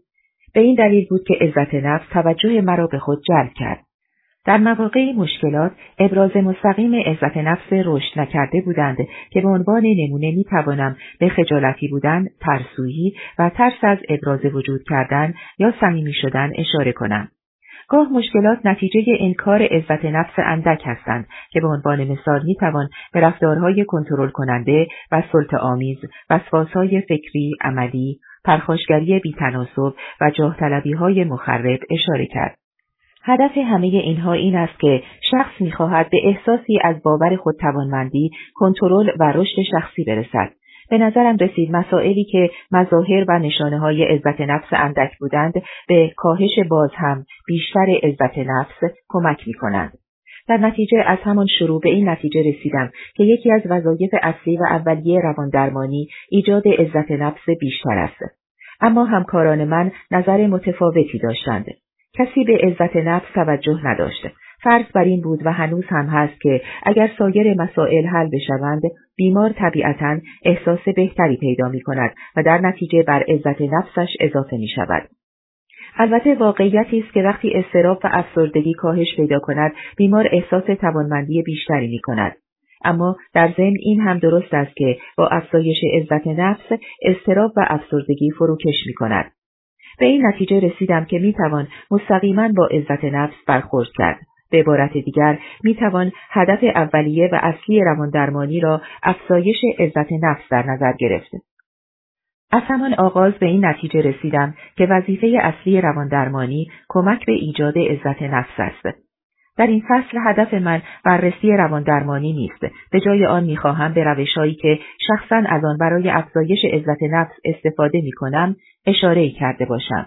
به این دلیل بود که عزت نفس توجه مرا به خود جلب کرد. در مواقع مشکلات ابراز مستقیم عزت نفس رشد نکرده بودند که به عنوان نمونه می توانم به خجالتی بودن، ترسویی و ترس از ابراز وجود کردن یا صمیمی شدن اشاره کنم. گاه مشکلات نتیجه انکار عزت نفس اندک هستند که به عنوان مثال می توان به رفتارهای کنترل کننده و سلطه‌آمیز، وسواس‌های فکری، عملی، پرخاشگری بی‌تناسب و جاه طلبی‌های مخرب اشاره کرد. هدف همه اینها این است که شخص می‌خواهد به احساسی از باور خودتوانمندی، کنترل و رشد شخصی برسد. به نظرم رسید مسائلی که مظاهر و نشانه‌های عزت نفس اندک بودند به کاهش باز هم بیشتر عزت نفس کمک می‌کنند. در نتیجه از همان شروع به این نتیجه رسیدم که یکی از وظایف اصلی و اولیه رواندرمانی ایجاد عزت نفس بیشتر است. اما همکاران من نظر متفاوتی داشتند. کسی به عزت نفس توجه نداشت. فرض بر این بود و هنوز هم هست که اگر سایر مسائل حل بشوند، بیمار طبیعتاً احساس بهتری پیدا می کند و در نتیجه بر عزت نفسش اضافه می شود. البته واقعیتی است که وقتی اضطراب و افسردگی کاهش پیدا کند، بیمار احساس توانمندی بیشتری می کند. اما در ضمن این هم درست است که با افزایش عزت نفس، اضطراب و افسردگی فروکش می کند. به این نتیجه رسیدم که میتوان مستقیما با عزت نفس برخورد کرد. به عبارت دیگر میتوان هدف اولیه و اصلی رواندرمانی را افزایش عزت نفس در نظر گرفت. از همان آغاز به این نتیجه رسیدم که وظیفه اصلی رواندرمانی کمک به ایجاد عزت نفس است. در این فصل هدف من بررسی رواندرمانی نیست. به جای آن میخواهم به روش‌هایی که شخصاً از آن برای افزایش عزت نفس استفاده میکنم اشاره کرده باشم.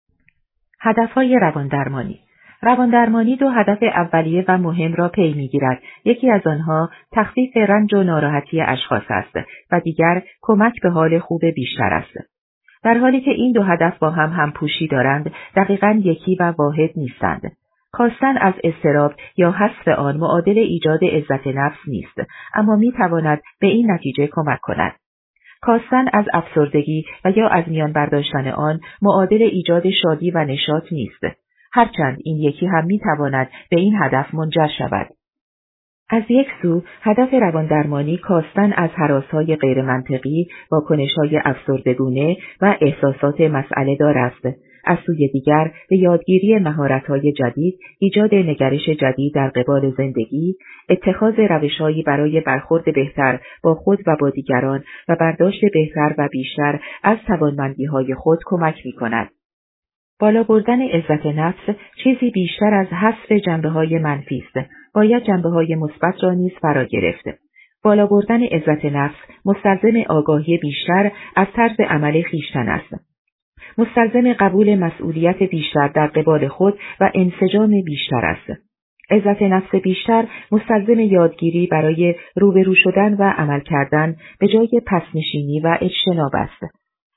هدفهای رواندرمانی. رواندرمانی دو هدف اولیه و مهم را پی میگیرد. یکی از آنها تخفیف رنج و ناراحتی اشخاص است و دیگر کمک به حال خوب بیشتر است. در حالی که این دو هدف با هم همپوشی دارند، دقیقاً یکی و واحد نیستند. کاستن از اضطراب یا حذف آن معادل ایجاد عزت نفس نیست، اما میتواند به این نتیجه کمک کند. کاستن از افسردگی و یا از میان برداشتن آن معادل ایجاد شادی و نشاط نیست، هرچند این یکی هم میتواند به این هدف منجر شود. از یک سو هدف رواندرمانی کاستن از هراس‌های غیر منطقی، واکنش‌های افسردگونه و احساسات مسئله دار است. از سوی دیگر به یادگیری مهارت‌های جدید، ایجاد نگرش جدید در قبال زندگی، اتخاذ روش‌هایی برای برخورد بهتر با خود و با دیگران و برداشت بهتر و بیشتر از توانمندی‌های خود کمک می‌کند. بالا بردن عزت نفس چیزی بیشتر از حذف جنبه‌های منفی است. باید جنبه‌های مثبت را نیز فرا گرفت. بالا بردن عزت نفس مستلزم آگاهی بیشتر از طرز عمل خویشتن است. مستلزم قبول مسئولیت بیشتر در قبال خود و انسجام بیشتر است. عزت نفس بیشتر مستلزم یادگیری برای روبرو شدن و عمل کردن به جای پس‌نشینی و اجتناب است.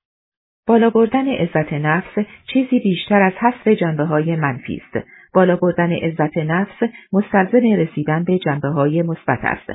بالا بردن عزت نفس چیزی بیشتر از حذف جنبه‌های منفی است. بالا بردن عزت نفس مستلزم رسیدن به جنبه‌های مثبت است.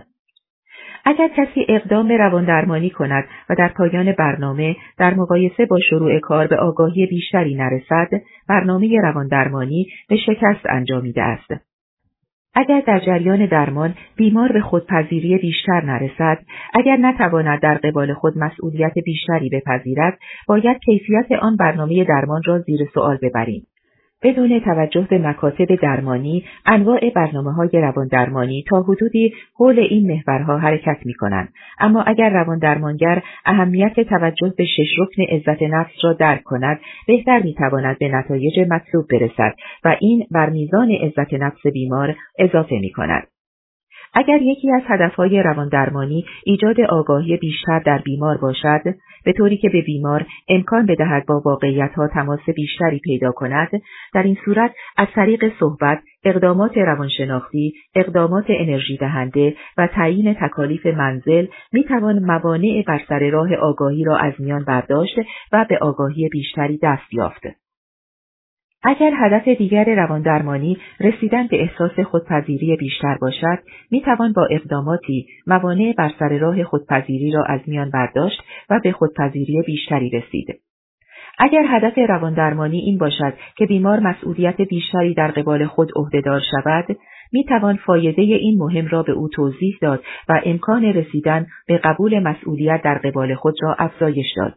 اگر کسی اقدام رواندرمانی کند و در پایان برنامه در مقایسه با شروع کار به آگاهی بیشتری نرسد، برنامه رواندرمانی به شکست انجامیده است. اگر در جریان درمان بیمار به خودپذیری بیشتر نرسد، اگر نتواند در قبال خود مسئولیت بیشتری بپذیرد، باید کیفیت آن برنامه درمان را زیر سوال ببریم. بدون توجه به مکاتب درمانی، انواع برنامه‌های رواندرمانی تا حدودی حول این محورها حرکت می‌کنند. اما اگر رواندرمانگر اهمیت توجه به 6 رکن عزت نفس را درک کند، بهتر می‌تواند به نتایج مطلوب برسد و این بر میزان عزت نفس بیمار اضافه می‌کند. اگر یکی از هدفهای رواندرمانی ایجاد آگاهی بیشتر در بیمار باشد، به طوری که به بیمار امکان بدهد با واقعیت‌ها تماس بیشتری پیدا کند، در این صورت از طریق صحبت، اقدامات روانشناختی، اقدامات انرژی دهنده و تعیین تکالیف منزل میتوان موانع بر سر راه آگاهی را از میان برداشت و به آگاهی بیشتری دست یافت. اگر هدف دیگر رواندرمانی رسیدن به احساس خودپذیری بیشتر باشد، میتوان با اقداماتی موانع بر سر راه خودپذیری را از میان برداشت و به خودپذیری بیشتری رسید. اگر هدف رواندرمانی این باشد که بیمار مسئولیت بیشتری در قبال خود عهده‌دار شود، میتوان فایده این مهم را به او توضیح داد و امکان رسیدن به قبول مسئولیت در قبال خود را افزایش داد.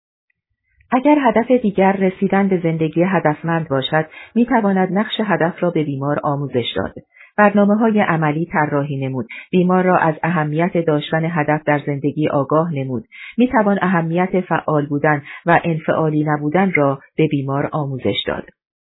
اگر هدف دیگر رسیدن به زندگی هدفمند باشد، میتواند نقش هدف را به بیمار آموزش داد. برنامه‌های عملی طراحی نمود، بیمار را از اهمیت داشتن هدف در زندگی آگاه نمود. میتوان اهمیت فعال بودن و انفعالی نبودن را به بیمار آموزش داد.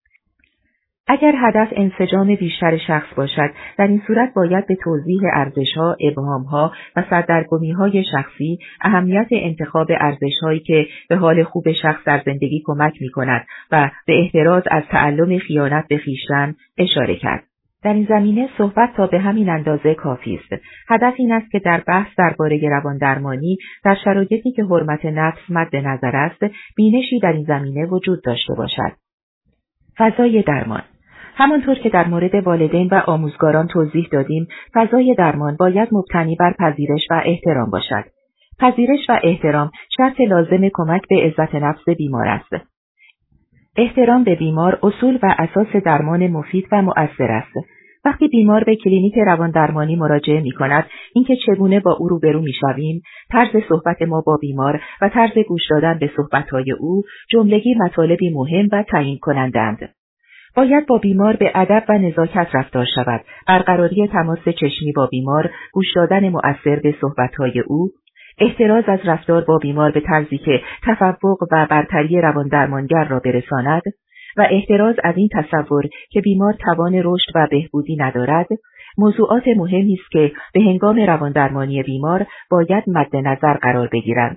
اگر هدف انسجام بیشتر شخص باشد، در این صورت باید به توضیح ارزش‌ها، ابهام‌ها و سردرگمی‌های شخصی، اهمیت انتخاب ارزش‌هایی که به حال خوب شخص در زندگی کمک می‌کند و به احتراز از تعلم خیانت به خویشتن اشاره کرد. در این زمینه صحبت تا به همین اندازه کافی است. هدف این است که در بحث درباره رواندرمانی در شرایطی که حرمت نفس مد نظر است، بینشی در این زمینه وجود داشته باشد. فضای درمان. همانطور که در مورد والدین و آموزگاران توضیح دادیم، فضای درمان باید مبتنی بر پذیرش و احترام باشد. پذیرش و احترام شرط لازم کمک به عزت نفس بیمار است. احترام به بیمار اصول و اساس درمان مفید و مؤثر است. وقتی بیمار به کلینیک رواندرمانی مراجعه می‌کند، اینکه چگونه با او روبرو می‌شویم، طرز صحبت ما با بیمار و طرز گوش دادن به صحبت‌های او، جملگی مطالبی مهم و تعیین کننده‌اند. باید با بیمار به ادب و نزاکت رفتار شود. برقراری تماس چشمی با بیمار، گوش دادن مؤثر به صحبت‌های او، احتراز از رفتار با بیمار به طرزی که تفوق و برتری رواندرمانگر را برساند و احتراز از این تصور که بیمار توان رشد و بهبودی ندارد، موضوعات مهمی است که به هنگام رواندرمانی بیمار باید مد نظر قرار بگیرند.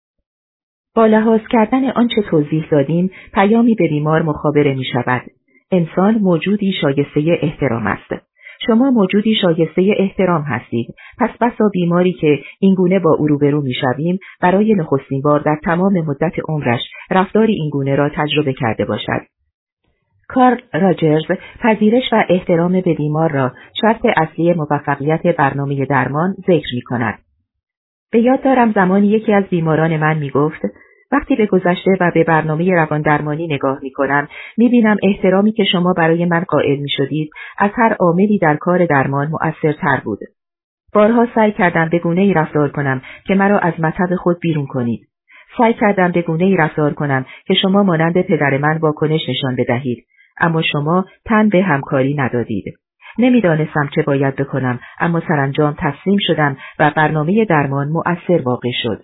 با لحاظ کردن آنچه توضیح دادیم، پیامی به بیمار مخابره می شود. انسان موجودی شایسته احترام است. شما موجودی شایسته احترام هستید. پس بسا بیماری که اینگونه با او روبرو می‌شویم برای نخستین بار در تمام مدت عمرش رفتاری اینگونه را تجربه کرده باشد. کارل راجرز پذیرش و احترام به بیمار را شرط اصلی موفقیت برنامه درمان ذکر می‌کند. به یاد دارم زمانی یکی از بیماران من می‌گفت: وقتی به گذشته و به برنامه رواندرمانی نگاه می‌کنم، می‌بینم احترامی که شما برای من قائل می‌شدید از هر عاملی در کار درمان مؤثرتر بود. بارها سعی کردم به گونه‌ای رفتار کنم که مرا از مطب خود بیرون کنید. سعی کردم به گونه‌ای رفتار کنم که شما مانند پدر من واکنش نشان بدهید، اما شما تن به همکاری ندادید. نمی‌دانستم چه باید بکنم، اما سرانجام تسلیم شدم و برنامه درمان مؤثر واقع شد.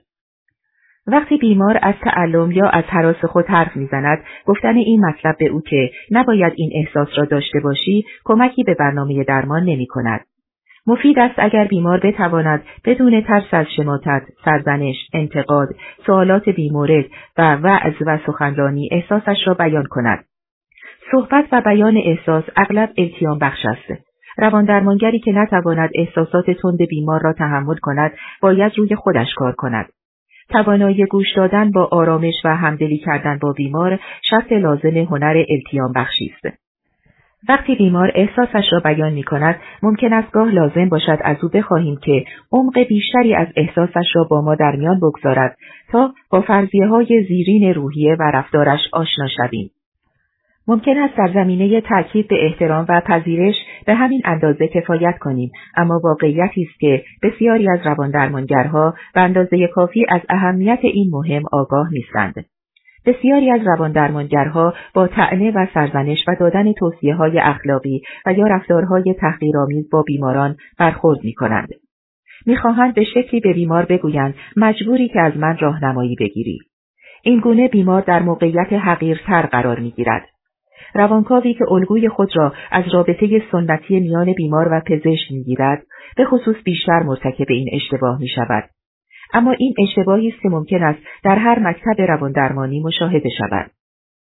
وقتی بیمار از تعلم یا از هراس خود حرف می‌زند، گفتن این مطلب به او که نباید این احساس را داشته باشی، کمکی به برنامه درمان نمی‌کند. مفید است اگر بیمار بتواند بدون ترس از شماتت، سرزنش، انتقاد، سوالات بیمورد و وعظ و سخنرانی احساسش را بیان کند. صحبت و بیان احساس اغلب التیام بخش است. رواندرمانگری که نتواند احساسات تند بیمار را تحمل کند، باید روی خودش کار کند. توانایی گوش دادن با آرامش و همدلی کردن با بیمار شرط لازم هنر التیام بخشی است. وقتی بیمار احساسش را بیان می کند، ممکن است گاه لازم باشد از او بخواهیم که عمق بیشتری از احساسش را با ما در میان بگذارد تا با فرضیه‌های زیرین روحیه و رفتارش آشنا شویم. ممکن است در زمینه تأکید به احترام و پذیرش به همین اندازه کفایت کنیم، اما واقعیتی است که بسیاری از رواندرمانگرها به اندازه کافی از اهمیت این مهم آگاه نیستند. بسیاری از رواندرمانگرها با طعنه و سرزنش و دادن توصیه‌های اخلاقی و یا رفتارهای تحقیرآمیز با بیماران برخورد می‌کنند. می‌خواهند به شکلی به بیمار بگویند مجبوری که از من راهنمایی بگیری. این گونه بیمار در موقعیت حقیرتر قرار می‌گیرد. روانکاوی که الگوی خود را از رابطه سنتی میان بیمار و پزشک می‌گیرد، به خصوص بیشتر مرتکب این اشتباه می‌شود. اما این اشتباهی است که ممکن است در هر مکتب رواندرمانی مشاهده شود.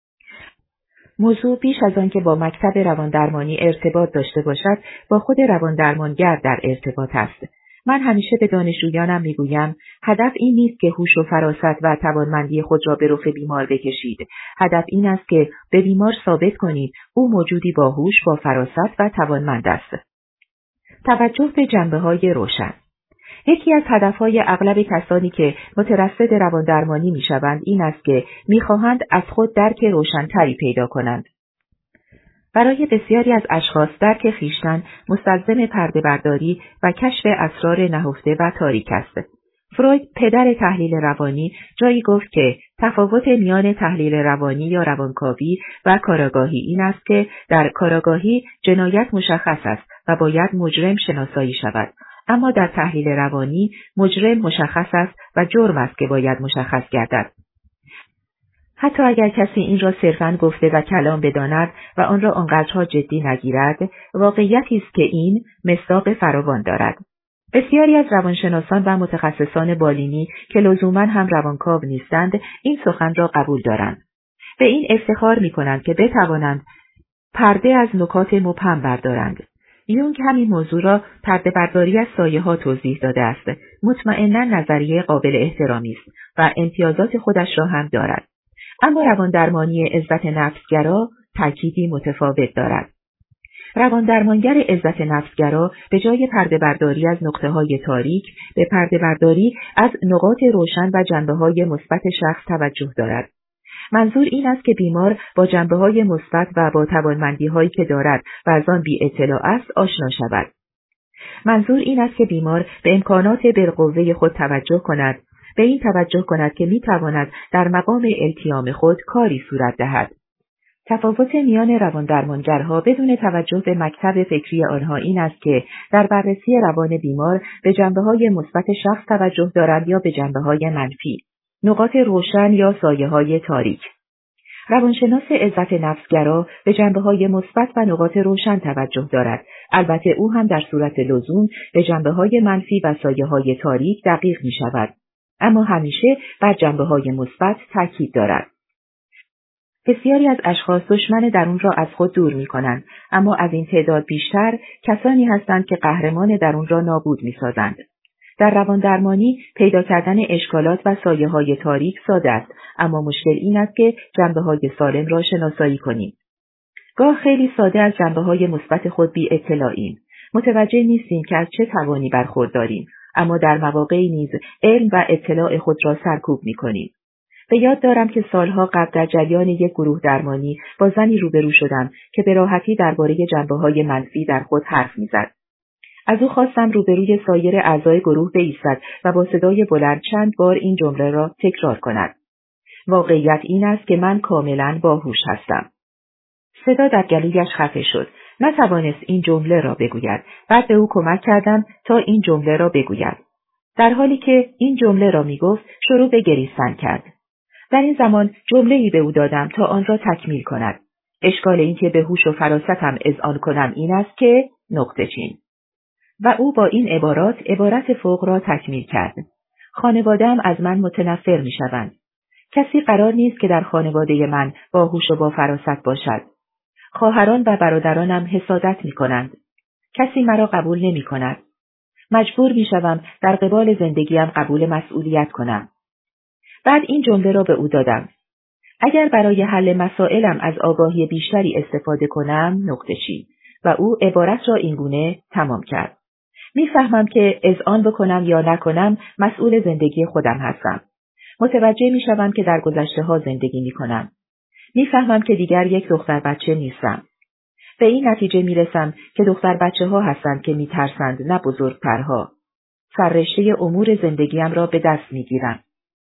موضوع بیش از آن که با مکتب رواندرمانی ارتباط داشته باشد، با خود رواندرمانگر در ارتباط است. من همیشه به دانشجویانم میگویم هدف این نیست که هوش و فراست و توانمندی خود را به رخ بیمار بکشید. هدف این است که به بیمار ثابت کنید او موجودی باهوش، با فراست و توانمند است. توجه به جنبه‌های روشن. یکی از هدفهای اغلب کسانی که مترصد رواندرمانی میشوند این است که میخواهند از خود درک روشن‌تری پیدا کنند. برای بسیاری از اشخاص درک خویشتن مستلزم پرده‌برداری و کشف اسرار نهفته و تاریک است. فروید پدر تحلیل روانی جایی گفت که تفاوت میان تحلیل روانی یا روانکاوی و کاراگاهی این است که در کاراگاهی جنایت مشخص است و باید مجرم شناسایی شود، اما در تحلیل روانی مجرم مشخص است و جرم است که باید مشخص گردد. حتی اگر کسی این را صرفاً گفته و کلام بداند و آن را آنقدرها جدی نگیرد، واقعیتی است که این مصداق فراوان دارد. بسیاری از روانشناسان و متخصصان بالینی که لزوماً هم روانکاو نیستند، این سخن را قبول دارند. به این افتخار می‌کنند که بتوانند پرده از نکات مبهم بردارند. یونگ همین موضوع را پرده برداری از سایه‌ها توضیح داده است. مطمئناً نظریه قابل احترامی است و امتیازات خودش را هم دارد. اما رواندرمانی عزت نفسگرا تأکیدی متفاوت دارد. رواندرمانگر عزت نفسگرا به جای پرده‌برداری از نقطه‌های تاریک به پرده‌برداری از نقاط روشن و جنبه‌های مثبت شخص توجه دارد. منظور این است که بیمار با جنبه‌های مثبت و با توانمندی‌هایی که دارد و از آن بی‌اطلاع است آشنا شود. منظور این است که بیمار به امکانات بالقوه خود توجه کند، به این توجه کند که می‌تواند در مقام التیام خود کاری صورت دهد. تفاوت میان رواندرمانگرها بدون توجه به مکتب فکری آنها این است که در بررسی روان بیمار به جنبه‌های مثبت شخص توجه دارند یا به جنبه‌های منفی، نقاط روشن یا سایه‌های تاریک. روانشناس عزت نفسگرا به جنبه‌های مثبت و نقاط روشن توجه دارد. البته او هم در صورت لزوم به جنبه‌های منفی و سایه‌های تاریک دقیق می‌شود، اما همیشه بر جنبه‌های مثبت تاکید دارد. بسیاری از اشخاص دشمن درون را از خود دور می‌کنند، اما از این تعداد بیشتر کسانی هستند که قهرمان درون را نابود می‌سازند. در رواندرمانی پیدا کردن اشکالات و سایه‌های تاریک ساده است، اما مشکل این است که جنبه‌های سالم را شناسایی کنیم. گاه خیلی ساده از جنبه‌های مثبت خود بی اطلاعیم. متوجه نیستیم که از چه توانی برخورداریم، اما در مواقعی نیز علم و اطلاع خود را سرکوب می‌کنیم. به یاد دارم که سالها قبل در جریان یک گروه درمانی با زنی روبرو شدم که به راحتی درباره جنبه‌های منفی در خود حرف می‌زد. از او خواستم روبروی سایر اعضای گروه بایستد و با صدای بلند چند بار این جمله را تکرار کند. واقعیت این است که من کاملاً باهوش هستم. صدا در گلویش خفه شد. نتوانست این جمله را بگوید. بعد به او کمک کردم تا این جمله را بگوید. در حالی که این جمله را میگفت شروع به گریستن کرد. در این زمان جمله‌ای به او دادم تا آن را تکمیل کند. اشکال این که به هوش و فراستم اذعان کنم این است که نقطه چین. و او با این عبارت فوق را تکمیل کرد. خانواده‌ام از من متنفر می‌شوند. کسی قرار نیست که در خانواده من با هوش و با فراست باشد. خواهران و برادرانم حسادت می‌کنند. کسی مرا قبول نمی‌کند. مجبور می‌شوم در قبال زندگیم قبول مسئولیت کنم. بعد این جمله را به او دادم. اگر برای حل مسائلم از آگاهی بیشتری استفاده کنم نقطه چین. و او عبارت را اینگونه تمام کرد. میفهمم که اذعان بکنم یا نکنم مسئول زندگی خودم هستم. متوجه میشوم که در گذشته ها زندگی میکنم. میفهمم که دیگر یک دختر بچه نیستم. به این نتیجه میرسم که دختر بچه ها هستند که میترسند نه بزرگترها. سررشته امور زندگیم را به دست میگیرم.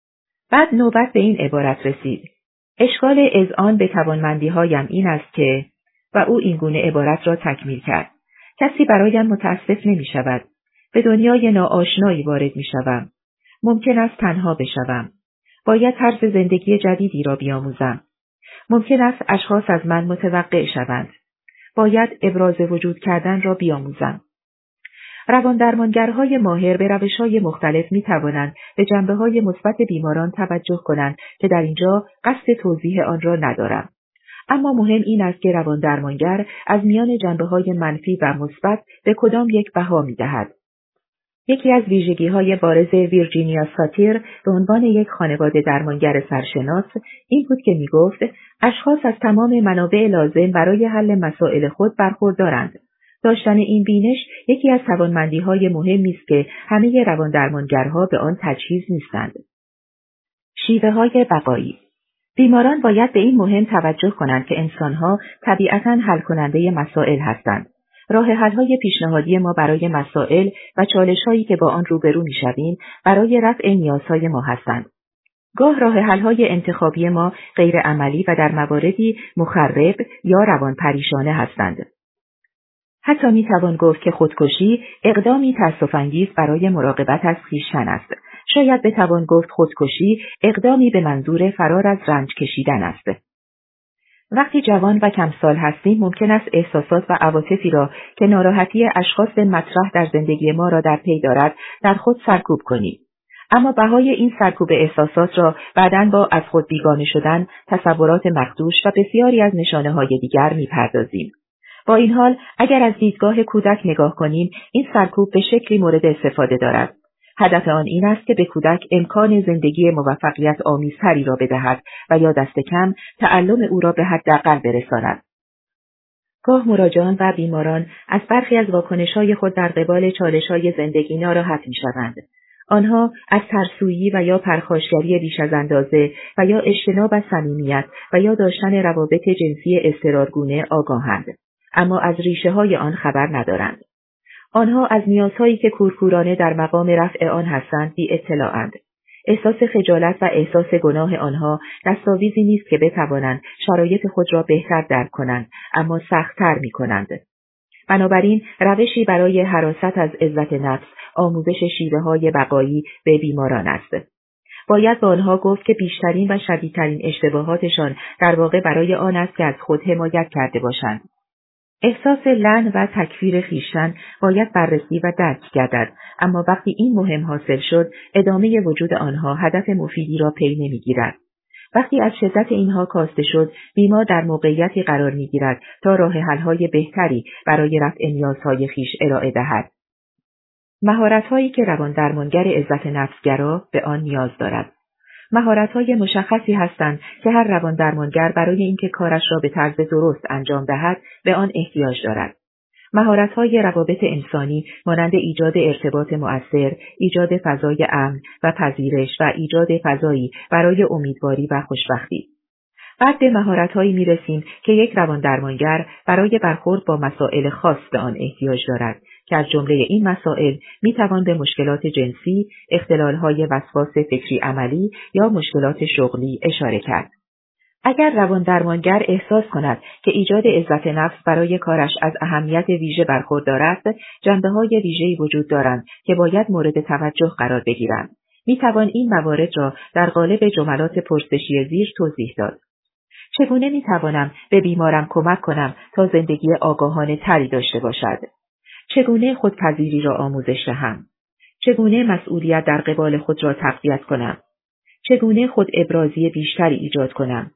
بعد نوبت به این عبارت رسید. اشکال اذعان به توانمندی هایم این است که و او اینگونه عبارت را تکمیل کرد. کسی برایم متاسف نمی شود. به دنیای ناآشنایی وارد می شوم. ممکن است تنها بشوم. باید طرز زندگی جدیدی را بیاموزم. ممکن است اشخاص از من متوقع شوند. باید ابراز وجود کردن را بیاموزم. رواندرمانگرهای ماهر به روش‌های مختلف می توانند به جنبه‌های مثبت بیماران توجه کنند که در اینجا قصد توضیح آن را ندارم. اما مهم این است که رواندرمانگر از میان جنبه‌های منفی و مثبت به کدام یک بها می‌دهد. یکی از ویژگی‌های بارز ویرجینیا ساتیر به عنوان یک خانواده درمانگر سرشناس این بود که می‌گفت اشخاص از تمام منابع لازم برای حل مسائل خود برخوردارند. داشتن این بینش یکی از توانمندی‌های مهمی است که همه رواندرمانگرها به آن تجهیز نیستند. شیوه‌های بقایی. بیماران باید به این مهم توجه کنند که انسان‌ها طبیعتاً حل کننده مسائل هستند. راه حل‌های پیشنهادی ما برای مسائل و چالش‌هایی که با آن روبرو می‌شویم برای رفع نیازهای ما هستند. گاه راه حل‌های انتخابی ما غیر عملی و در مواردی مخرب یا روانپریشانه هستند. حتی می‌توان گفت که خودکشی اقدامی تأسف‌انگیز برای مراقبت از خویشتن است. شاید بتوان گفت خودکشی اقدامی به منظور فرار از رنج کشیدن است. وقتی جوان و کمسال هستیم ممکن است احساسات و عواطفی را که ناراحتی اشخاص مطرح در زندگی ما را در پی دارد در خود سرکوب کنیم. اما بهای این سرکوب احساسات را بعداً با از خود بیگانه شدن، تصورات مخدوش و بسیاری از نشانه‌های دیگر می‌پردازیم. با این حال اگر از دیدگاه کودک نگاه کنیم این سرکوب به شکلی مورد استفاده دارد. هدف آن این است که به کودک امکان زندگی موفقیت آمیزتری را بدهد و یا دست کم تعلم او را به حداقل برساند. گاه مراجعان و بیماران از برخی از واکنش‌های خود در قبال چالش‌های زندگی ناراحت می‌شوند. آنها از ترسویی و یا پرخاشگری بیش از اندازه و یا اجتناب از صمیمیت و یا داشتن روابط جنسی اضطرارگونه آگاهند، اما از ریشه‌های آن خبر ندارند. آنها از نیازهایی که کورکورانه در مقام رفع آن هستند بی اطلاعند. احساس خجالت و احساس گناه آنها دستاویزی نیست که بتوانند شرایط خود را بهتر درک کنند، اما سخت‌تر می‌کنند. بنابراین روشی برای هراست از عزت نفس آموزش شیوه‌های بقایی به بیماران است. باید به آنها گفت که بیشترین و شدیدترین اشتباهاتشان در واقع برای آن است که از خود حمایت کرده باشند. احساس لعن و تکفیر خویشتن باید بررسی و درک گردد، اما وقتی این مهم حاصل شد، ادامه وجود آنها هدف مفیدی را پی نمیگیرد. وقتی از شدت اینها کاسته شد، بیمار در موقعیتی قرار میگیرد تا راه حل‌های بهتری برای رفع نیازهای خویش ارائه دهد. مهارت‌هایی که رواندرمانگر عزت نفسگرا به آن نیاز دارد. مهارت‌های مشخصی هستند که هر رواندرمانگر برای اینکه کارش را به طرز درست انجام دهد به آن احتیاج دارد. مهارت‌های روابط انسانی مانند ایجاد ارتباط مؤثر، ایجاد فضای امن و پذیرش و ایجاد فضایی برای امیدواری و خوشبختی. بعد به مهارت‌هایی می‌رسیم که یک رواندرمانگر برای برخورد با مسائل خاص به آن احتیاج دارد که از جمله این مسائل می‌توان به مشکلات جنسی، اختلال‌های وسواس فکری عملی یا مشکلات شغلی اشاره کرد. اگر رواندرمانگر احساس کند که ایجاد عزت نفس برای کارش از اهمیت ویژه برخوردار است، جنبه‌های ویژه‌ای وجود دارند که باید مورد توجه قرار بگیرند. می‌توان این موارد را در قالب جملات پرسشی زیر توضیح داد. چگونه می‌توانم به بیمارم کمک کنم تا زندگی آگاهانه تری داشته باشد؟ چگونه خودپذیری را آموزش دهم؟ چگونه مسئولیت در قبال خود را تقویت کنم؟ چگونه خود ابرازی بیشتری ایجاد کنم؟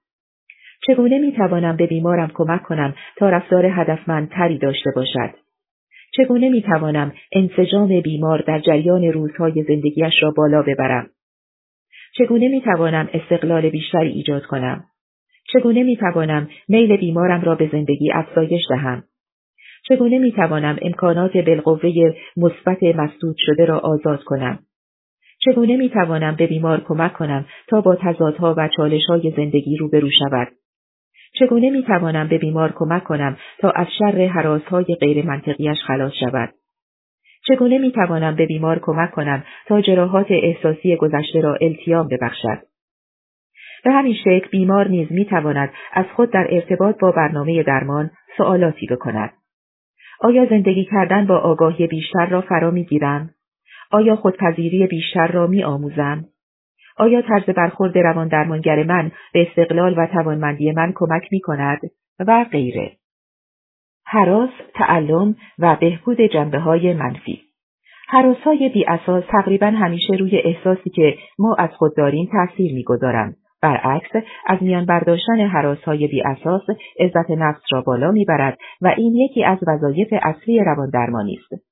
چگونه می‌توانم به بیمارم کمک کنم تا رفتار هدفمندتری داشته باشد؟ چگونه می‌توانم انسجام بیمار در جریان روزهای زندگیش را بالا ببرم؟ چگونه می‌توانم استقلال بیشتری ایجاد کنم؟ چگونه می‌توانم میل بیمارم را به زندگی افزایش دهم؟ چگونه می‌توانم امکانات بالقوه مثبت مسدود شده را آزاد کنم؟ چگونه می‌توانم به بیمار کمک کنم تا با تضادها و چالش‌های زندگی روبرو شود؟ چگونه می‌توانم به بیمار کمک کنم تا از شر هراس‌های غیر منطقیش خلاص شود؟ چگونه می‌توانم به بیمار کمک کنم تا جراحات احساسی گذشته را التیام ببخشد؟ به همین شکل بیمار نیز می‌تواند از خود در ارتباط با برنامه درمان سوالاتی بکند. آیا زندگی کردن با آگاهی بیشتر را فرا می‌گیرم؟ آیا خودپذیری بیشتر را می‌آموزم؟ آیا طرز برخورد رواندرمانگر من به استقلال و توانمندی من کمک می‌کند؟ و غیره. هراس، تعلم و بهبود جنبه‌های منفی. هراس‌های بی‌اساس تقریباً همیشه روی احساسی که ما از خود داریم تأثیر می‌گذارند. برعکس، از میان برداشتن هراس‌های بی‌اساس عزت نفس را بالا می‌برد و این یکی از وظایف اصلی رواندرمانی است.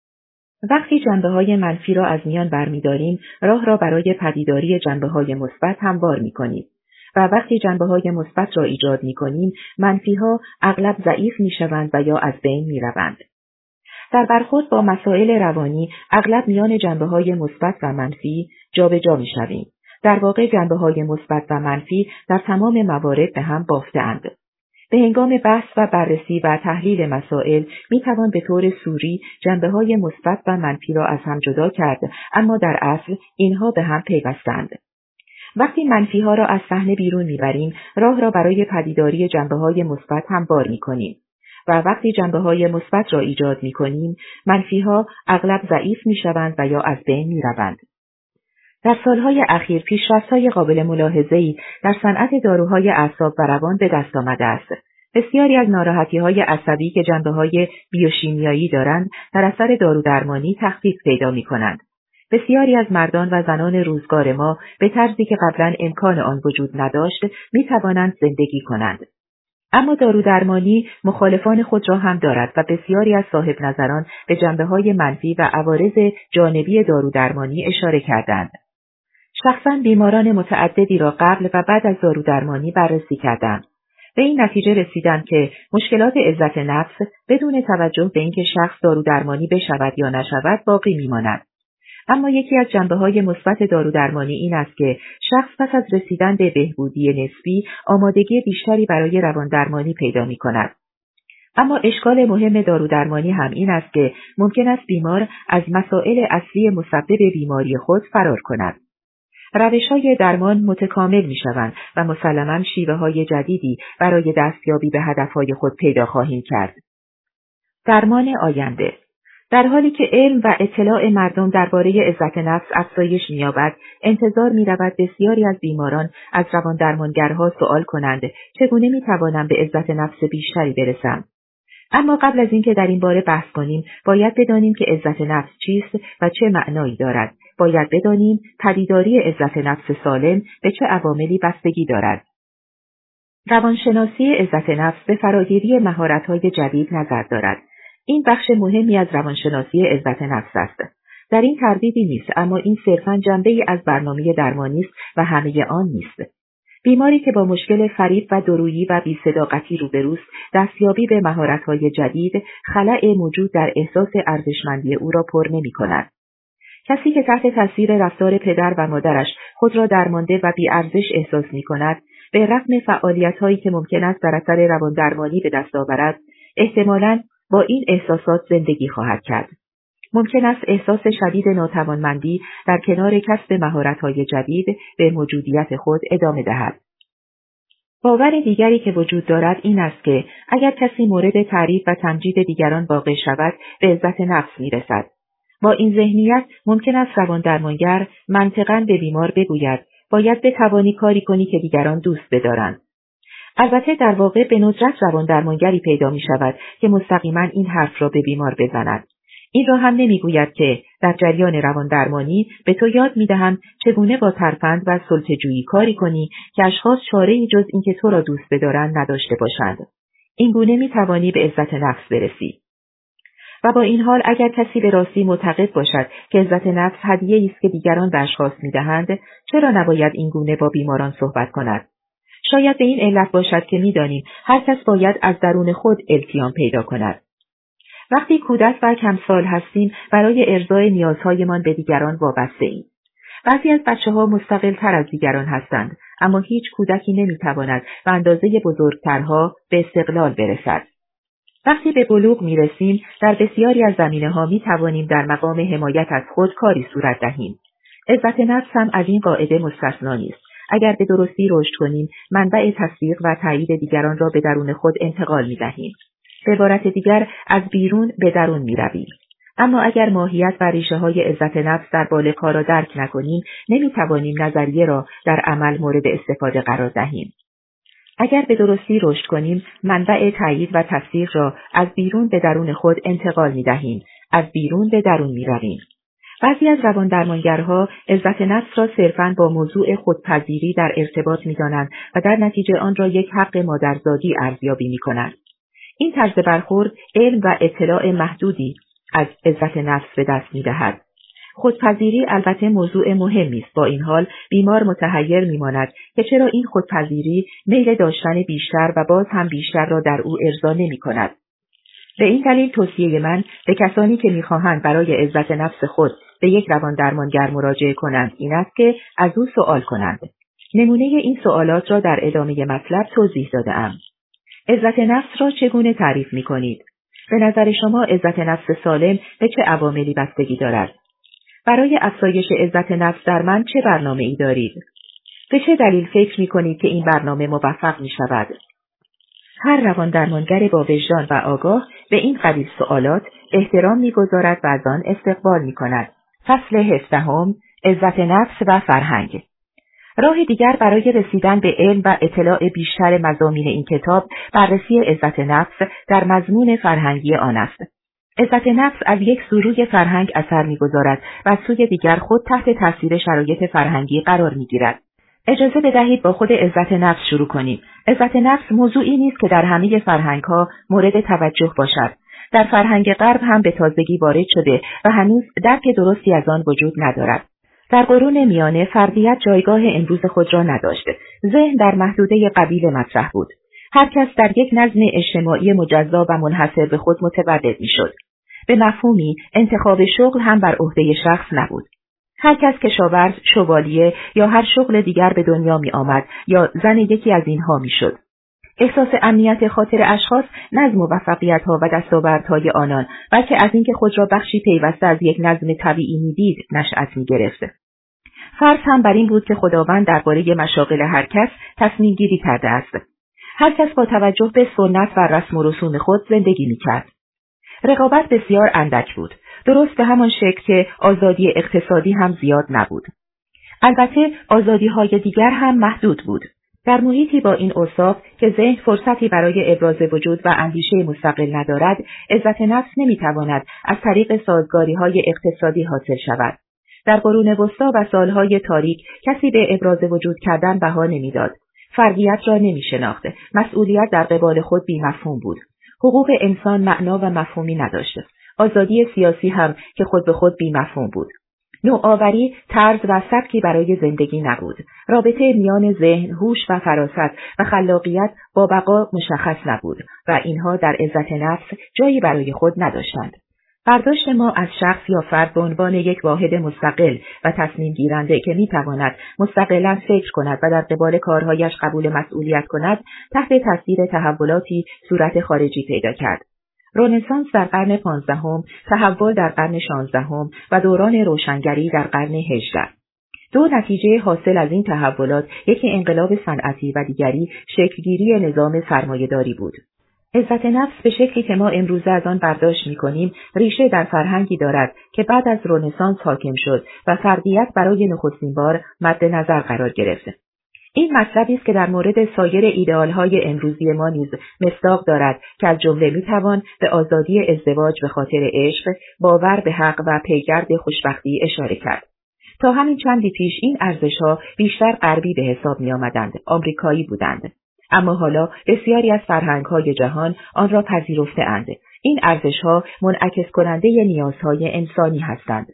وقتی جنبه‌های منفی را از میان برمی‌داریم، راه را برای پدیداری جنبه‌های مثبت هموار می‌کنیم. و وقتی جنبه‌های مثبت را ایجاد می‌کنیم، منفی‌ها اغلب ضعیف می‌شوند و یا از بین می‌روند. در برخورد با مسائل روانی اغلب میان جنبه‌های مثبت و منفی جابجا می‌شویم. در واقع جنبه‌های مثبت و منفی در تمام موارد به هم بافته‌اند. به هنگام بحث و بررسی و تحلیل مسائل می‌توان به طور سوری جنبه‌های مثبت و منفی را از هم جدا کرد، اما در اصل اینها به هم پیوستند. وقتی منفی‌ها را از صحنه بیرون می‌بریم، راه را برای پدیداری جنبه‌های مثبت هموار می‌کنیم. و وقتی جنبه‌های مثبت را ایجاد می‌کنیم، منفی‌ها اغلب ضعیف می‌شوند و یا از بین می‌روند. در سالهای اخیر پیشرفت‌های قابل ملاحظه‌ای در صنعت داروهای اعصاب و روان به دست آمده است. بسیاری از ناراحتی‌های عصبی که جنبه‌های بیوشیمیایی دارند، در اثر دارودرمانی تخفیف پیدا می‌کنند. بسیاری از مردان و زنان روزگار ما به طرزی که قبلا امکان آن وجود نداشت، می‌توانند زندگی کنند. اما دارودرمانی مخالفان خود را هم دارد و بسیاری از صاحب نظران به جنبه‌های منفی و عوارض جانبی دارودرمانی اشاره کردند. شخصاً بیماران متعددی را قبل و بعد از دارودرمانی بررسی کردم. به این نتیجه رسیدم که مشکلات عزت نفس بدون توجه به اینکه شخص دارودرمانی بشود یا نشود باقی میماند. اما یکی از جنبه‌های مثبت دارودرمانی این است که شخص پس از رسیدن به بهبودی نسبی آمادگی بیشتری برای رواندرمانی پیدا می‌کند. اما اشکال مهم دارودرمانی هم این است که ممکن است بیمار از مسائل اصلی مسبب بیماری خود فرار کند. روش‌های درمان متکامل می‌شوند و مسلماً شیوه‌های جدیدی برای دستیابی به هدف‌های خود پیدا خواهیم کرد. درمان آینده در حالی که علم و اطلاع مردم درباره عزت نفس افزایش می‌یابد، انتظار می‌رود بسیاری از بیماران از رواندرمانگرها سوال کنند چگونه می‌توانم به عزت نفس بیشتری برسم. اما قبل از اینکه در این باره بحث کنیم، باید بدانیم که عزت نفس چیست و چه معنایی دارد. باید بدانیم پدیداری عزت نفس سالم به چه عواملی بستگی دارد. روانشناسی عزت نفس به فراگیری مهارت‌های جدید نظر دارد. این بخش مهمی از روانشناسی عزت نفس است. در این تردیدی نیست، اما این صرفاً جنبه‌ای از برنامه درمانی است و همه آن نیست. بیماری که با مشکل فریب و دورویی و بی‌صداقتی روبروست، دستیابی به مهارت‌های جدید خلأ موجود در احساس ارزشمندی او را پر نمی‌کند. کسی که تحت تاثیر رفتار پدر و مادرش خود را درمانده و بی‌ارزش احساس می‌کند، به رغم فعالیت‌هایی که ممکن است در اثر رواندرمانی به دست آورد، احتمالاً با این احساسات زندگی خواهد کرد. ممکن است احساس شدید ناتوانمندی در کنار کسب مهارت‌های جدید به موجودیت خود ادامه دهد. باور دیگری که وجود دارد این است که اگر کسی مورد تعریف و تمجید دیگران واقع شود، به عزت نفس می‌رسد. با این ذهنیت ممکن است رواندرمانگر منطقاً به بیمار بگوید باید بتوانی کاری کنی که دیگران دوست بدارند. البته در واقع به ندرت رواندرمانگری پیدا می شود که مستقیما این حرف را به بیمار بزند. این را هم نمیگوید که در جریان رواندرمانی به تو یاد می‌دهم چگونه با ترفند و سلطه‌جویی کاری کنی که اشخاص چاره‌ای جز اینکه تو را دوست بدارند نداشته باشند. این گونه می‌توانی به عزت نفس برسی. و با این حال اگر کسی به راستی معتقد باشد که عزت نفس هدیه‌ای است که دیگران به اشخاص می‌دهند، چرا نباید این گونه با بیماران صحبت کند؟ شاید به این علت باشد که می‌دانیم هر کس باید از درون خود التیام پیدا کند. وقتی کودک و کمسال هستیم برای ارضای نیازهایمان به دیگران وابسته ایم. بعضی از بچه‌ها مستقل‌تر از دیگران هستند، اما هیچ کودکی نمی‌تواند به اندازه بزرگترها به استقلال برسد. وقتی به بلوغ می‌رسیم، در بسیاری از زمینه‌ها می‌توانیم در مقام حمایت از خود کاری صورت دهیم. عزت نفس هم از این قاعده مستثنا نیست. اگر به درستی رشد کنیم، منبع تصدیق و تایید دیگران را به درون خود انتقال می‌دهیم. به عبارت دیگر از بیرون به درون می‌رویم. اما اگر ماهیت و ریشه‌های عزت نفس در بالغ‌ها را درک نکنیم، نمی‌توانیم نظریه را در عمل مورد استفاده قرار دهیم. اگر به درستی رشد کنیم، منبع تایید و تصدیق را از بیرون به درون خود انتقال می‌دهیم، از بیرون به درون می‌رویم. بعضی از رواندرمانگرها عزت نفس را صرفاً با موضوع خودپذیری در ارتباط می‌دانند و در نتیجه آن را یک حق مادرزادی ارزیابی می‌کنند. این طرز برخورد علم و اطلاع محدودی از عزت نفس به دست می‌دهد. خودپذیری البته موضوع مهمی است، با این حال بیمار متحیر می‌ماند که چرا این خودپذیری میل داشتن بیشتر و باز هم بیشتر را در او ارضا نمی‌کند. به این دلیل توصیه من به کسانی که می‌خواهند برای عزت نفس خود به یک روان درمانگر مراجعه کنند این است که از او سوال کنند. نمونه این سوالات را در ادامه مطلب توضیح داده‌ام. عزت نفس را چگونه تعریف می‌کنید؟ به نظر شما عزت نفس سالم به چه عواملی بستگی دارد؟ برای افزایش عزت نفس در من چه برنامه‌ای دارید؟ به چه دلیل فکر می‌کنید که این برنامه موفق می‌شود؟ هر روان درمانگر با وجدان و آگاه به این قبیل سوالات احترام می‌گذارد و از آن استقبال می‌کند. فصل 17 عزت نفس و فرهنگ. راه دیگر برای رسیدن به علم و اطلاع بیشتر مضامین این کتاب بررسی عزت نفس در مضمون فرهنگی آن است. عزت نفس از یک سوی فرهنگ اثر می‌گذارد و از سوی دیگر خود تحت تاثیر شرایط فرهنگی قرار می‌گیرد. اجازه بدهید با خود عزت نفس شروع کنیم. عزت نفس موضوعی نیست که در همه فرهنگ‌ها مورد توجه باشد. در فرهنگ غرب هم به تازگی وارد شده و هنوز درک درستی از آن وجود ندارد. در قرون میانه فردیت جایگاه امروز خود را نداشت. ذهن در محدوده قبیله مطرح بود. هر کس در یک نظم اجتماعی مجزا و منحصر به خود متولد می‌شد. به مفهومی انتخاب شغل هم بر عهده شخص نبود. هر کس کشاورز، شوالیه یا هر شغل دیگر به دنیا می آمد یا زن یکی از اینها می شد. احساس امنیت خاطر اشخاص نه از موفقیت‌ها و دستاوردهای آنان، بلکه از اینکه خود را بخشی پیوسته از یک نظم طبیعی می‌دید نشأت می‌گرفت. فرض هم بر این بود که خداوند درباره مشاغل هر کس تصمیم گیری کرده است. هر کس با توجه به سنت و رسم و رسوم خود زندگی می‌کرد. رقابت بسیار اندک بود. درست به همان شکل که آزادی اقتصادی هم زیاد نبود. البته آزادی‌های دیگر هم محدود بود. در محیطی با این اوصاف که ذهن فرصتی برای ابراز وجود و اندیشه مستقل ندارد، عزت نفس نمی‌تواند از طریق سازگاری‌های اقتصادی حاصل شود. در قرون وسطی و سالهای تاریک کسی به ابراز وجود کردن بها نمی‌داد. فردیت را نمی‌شناخت. مسئولیت در قبال خود بی‌مفهوم بود. حقوق انسان معنا و مفهومی نداشت. آزادی سیاسی هم که خود به خود بی‌مفهوم بود. نوآوری، طرز و سبکی برای زندگی نبود. رابطه میان ذهن، هوش و فراست و خلاقیت با بقا مشخص نبود و اینها در عزت نفس جایی برای خود نداشتند. برداشت ما از شخص یا فرد به عنوان یک واحد مستقل و تصمیم گیرنده که میتواند مستقلاً فکر کند و در قبال کارهایش قبول مسئولیت کند، تحت تاثیر تحولاتی صورت خارجی پیدا کرد. رنسانس در قرن 15، تحول در قرن 16 و دوران روشنگری در قرن 18. دو نتیجه حاصل از این تحولات، یکی انقلاب صنعتی و دیگری شکلگیری نظام سرمایه‌داری بود. عزت نفس به شکلی که ما امروزه از آن برداشت می‌کنیم، ریشه در فرهنگی دارد که بعد از رنسانس حاکم شد و فردیت برای نخستین بار مد نظر قرار گرفت. این مطلبی است که در مورد سایر ایدئال‌های امروزی ما نیز مصداق دارد که از جمله می‌توان به آزادی ازدواج به خاطر عشق، باور به حق و پیگرد خوشبختی اشاره کرد. تا همین چندی پیش این ارزش‌ها بیشتر غربی به حساب می‌آمدند، آمریکایی بودند. اما حالا بسیاری از فرهنگ‌های جهان آن را پذیرفته‌اند. این ارزش‌ها منعکس کننده نیازهای انسانی هستند.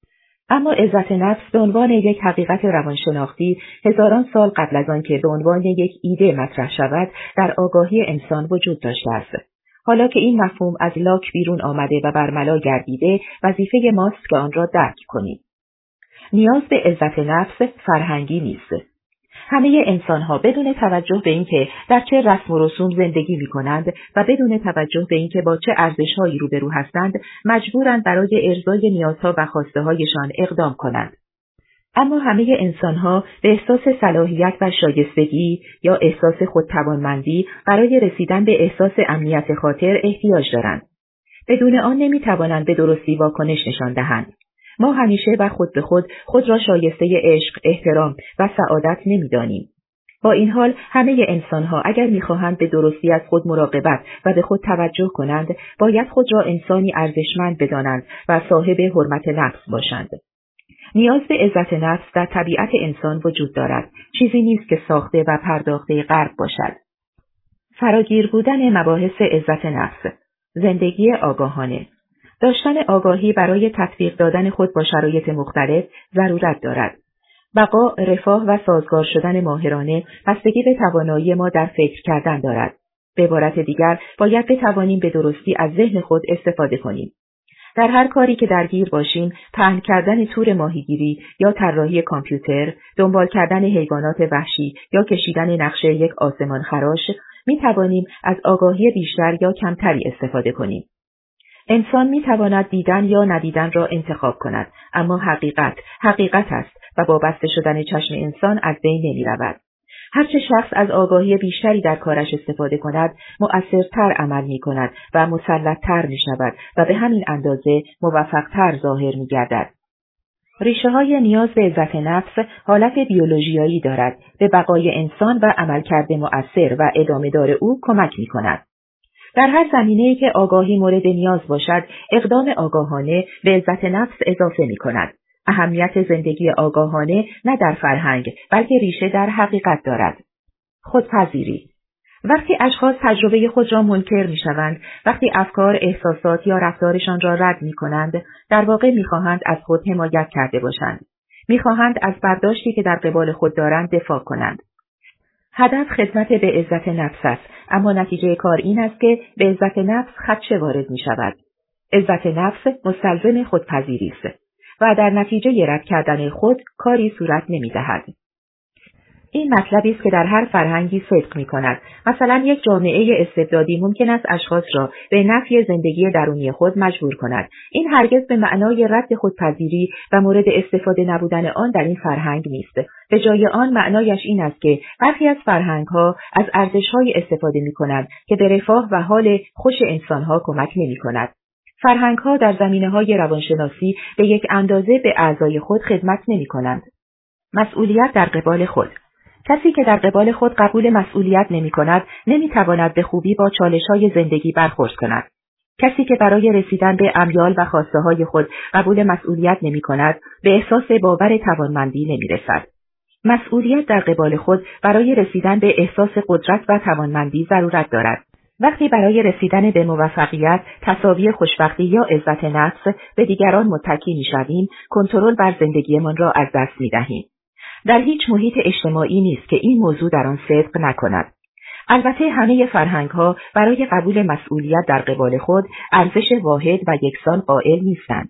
اما عزت نفس به عنوان یک حقیقت روانشناختی هزاران سال قبل از آن که به عنوان یک ایده مطرح شود در آگاهی انسان وجود داشته است. حالا که این مفهوم از لاک بیرون آمده و برملا گردیده، وظیفه ماست که آن را درک کنیم. نیاز به عزت نفس فرهنگی نیست. همه انسان‌ها بدون توجه به اینکه در چه رسم و رسوم زندگی می‌کنند و بدون توجه به اینکه با چه ارزش‌هایی روبرو هستند، مجبورند برای ارضای نیازها و خواسته‌هایشان اقدام کنند. اما همه انسان‌ها به احساس صلاحیت و شایستگی یا احساس خودتوانمندی برای رسیدن به احساس امنیت خاطر احتیاج دارند. بدون آن نمی‌توانند به درستی واکنش نشان دهند. ما همیشه و خود به خود را شایسته عشق، احترام و سعادت نمی‌دانیم. با این حال همه انسان‌ها اگر می‌خواهند به درستی از خود مراقبت و به خود توجه کنند، باید خود را انسانی ارزشمند بدانند و صاحب حرمت نفس باشند. نیاز به عزت نفس در طبیعت انسان وجود دارد، چیزی نیست که ساخته و پرداخته غرب باشد. فراگیر بودن مباحث عزت نفس، زندگی آگاهانه. داشتن آگاهی برای تطبیق دادن خود با شرایط مختلف ضرورت دارد. بقا، رفاه و سازگار شدن ماهرانه بستگی به توانایی ما در فکر کردن دارد. به عبارت دیگر، باید بتوانیم به درستی از ذهن خود استفاده کنیم. در هر کاری که درگیر باشیم، پهن کردن تور ماهیگیری یا طراحی کامپیوتر، دنبال کردن حیوانات وحشی یا کشیدن نقشه یک آسمان خراش، می توانیم از آگاهی بیشتر یا کمتری استفاده کنیم. انسان می تواند دیدن یا ندیدن را انتخاب کند، اما حقیقت است و با بسته شدن چشم انسان از بین نمی رود. هرچه شخص از آگاهی بیشتری در کارش استفاده کند، مؤثرتر عمل می کند و مسلط‌تر می شود و به همین اندازه موفق‌تر ظاهر می گردد. ریشه های نیاز به عزت نفس حالت بیولوژیایی دارد، به بقای انسان و عملکرد مؤثر و ادامه دار او کمک می کند. در هر زمینه‌ای که آگاهی مورد نیاز باشد، اقدام آگاهانه به عزت نفس اضافه می کند. اهمیت زندگی آگاهانه نه در فرهنگ، بلکه ریشه در حقیقت دارد. خودپذیری. وقتی اشخاص تجربه خود را منکر می‌شوند، وقتی افکار، احساسات یا رفتارشان را رد می‌کنند، در واقع می‌خواهند از خود حمایت کرده باشند. می‌خواهند از برداشتی که در قبال خود دارند دفاع کنند. هدف خدمت به عزت نفس است، اما نتیجه کار این است که به عزت نفس خدشه وارد می‌شود. عزت نفس مستلزم خودپذیری است و در نتیجه رد کردن خود کاری صورت نمی‌دهد. این مطلبی است که در هر فرهنگی صدق می‌کند. مثلا یک جامعه استبدادی ممکن است اشخاص را به نفی زندگی درونی خود مجبور کند. این هرگز به معنای رد خودپذیری و مورد استفاده نبودن آن در این فرهنگ نیست. به جای آن معنایش این است که برخی از فرهنگ‌ها از ارزش‌های استفاده می‌کنند که به رفاه و حال خوش انسان‌ها کمک نمی‌کند. فرهنگ‌ها در زمینه‌های روانشناسی به یک اندازه به اعضای خود خدمت نمی‌کنند. مسئولیت در قبال خود. کسی که در قبال خود قبول مسئولیت نمی‌کند، نمی‌تواند به خوبی با چالش‌های زندگی برخورد کند. کسی که برای رسیدن به امیال و خواسته‌های خود قبول مسئولیت نمی‌کند، به احساس باور توانمندی نمی‌رسد. مسئولیت در قبال خود برای رسیدن به احساس قدرت و توانمندی ضرورت دارد. وقتی برای رسیدن به موفقیت، تساوی خوشبختی یا عزت نفس به دیگران متکی می‌شویم، کنترل بر زندگیمان را از دست می‌دهیم. در هیچ محیط اجتماعی نیست که این موضوع در آن صدق نکند. البته همه فرهنگ‌ها برای قبول مسئولیت در قبال خود ارزش واحد و یکسان قائل نیستند.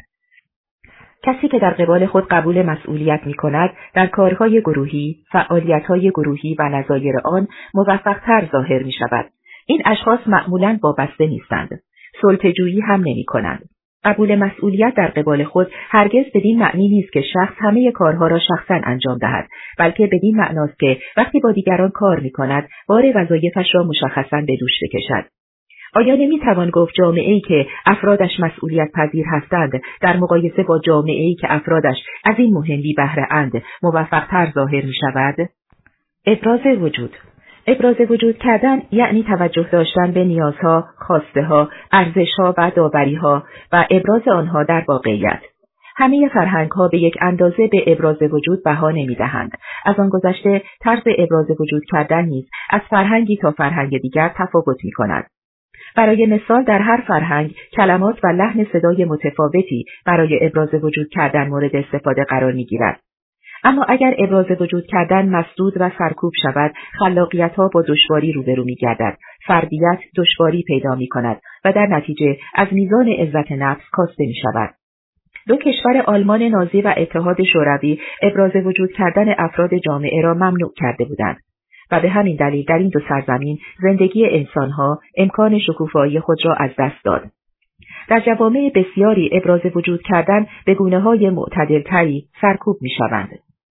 کسی که در قبال خود قبول مسئولیت می‌کند، در کارهای گروهی، فعالیت‌های گروهی و نظایر آن موفق‌تر ظاهر می‌شود. این اشخاص معمولاً وابسته نیستند. سلطه‌جویی هم نمی‌کنند. قبول مسئولیت در قبال خود هرگز بدین معنی نیست که شخص همه کارها را شخصاً انجام دهد، بلکه بدین معناست که وقتی با دیگران کار می‌کند، بار وظایفش را مشخصاً به دوش بکشد. آیا نمی‌توان گفت جامعه‌ای که افرادش مسئولیت پذیر هستند، در مقایسه با جامعه‌ای که افرادش از این مهم بی بهره اند، موفق‌تر ظاهر می‌شود؟ ابراز وجود. ابراز وجود کردن یعنی توجه داشتن به نیازها، خواسته‌ها، ارزش‌ها و داوری‌ها و ابراز آنها در واقعیت. همه فرهنگ‌ها به یک اندازه به ابراز وجود بها نمی‌دهند. از آن گذشته طرز ابراز وجود کردن نیز از فرهنگی تا فرهنگ دیگر تفاوت می‌کند. برای مثال در هر فرهنگ کلمات و لحن صدای متفاوتی برای ابراز وجود کردن مورد استفاده قرار می‌گیرد. اما اگر ابراز وجود کردن مسدود و سرکوب شود، خلاقیت‌ها با دشواری روبرو می‌گردد، فردیت دشواری پیدا می‌کند و در نتیجه از میزان عزت نفس کاسته می‌شود. دو کشور آلمان نازی و اتحاد شوروی ابراز وجود کردن افراد جامعه را ممنوع کرده بودند و به همین دلیل در این دو سرزمین زندگی انسان‌ها امکان شکوفایی خود را از دست داد. در جوامع بسیاری ابراز وجود کردن به گونه‌های معتدل‌تری سرکوب می‌شوند.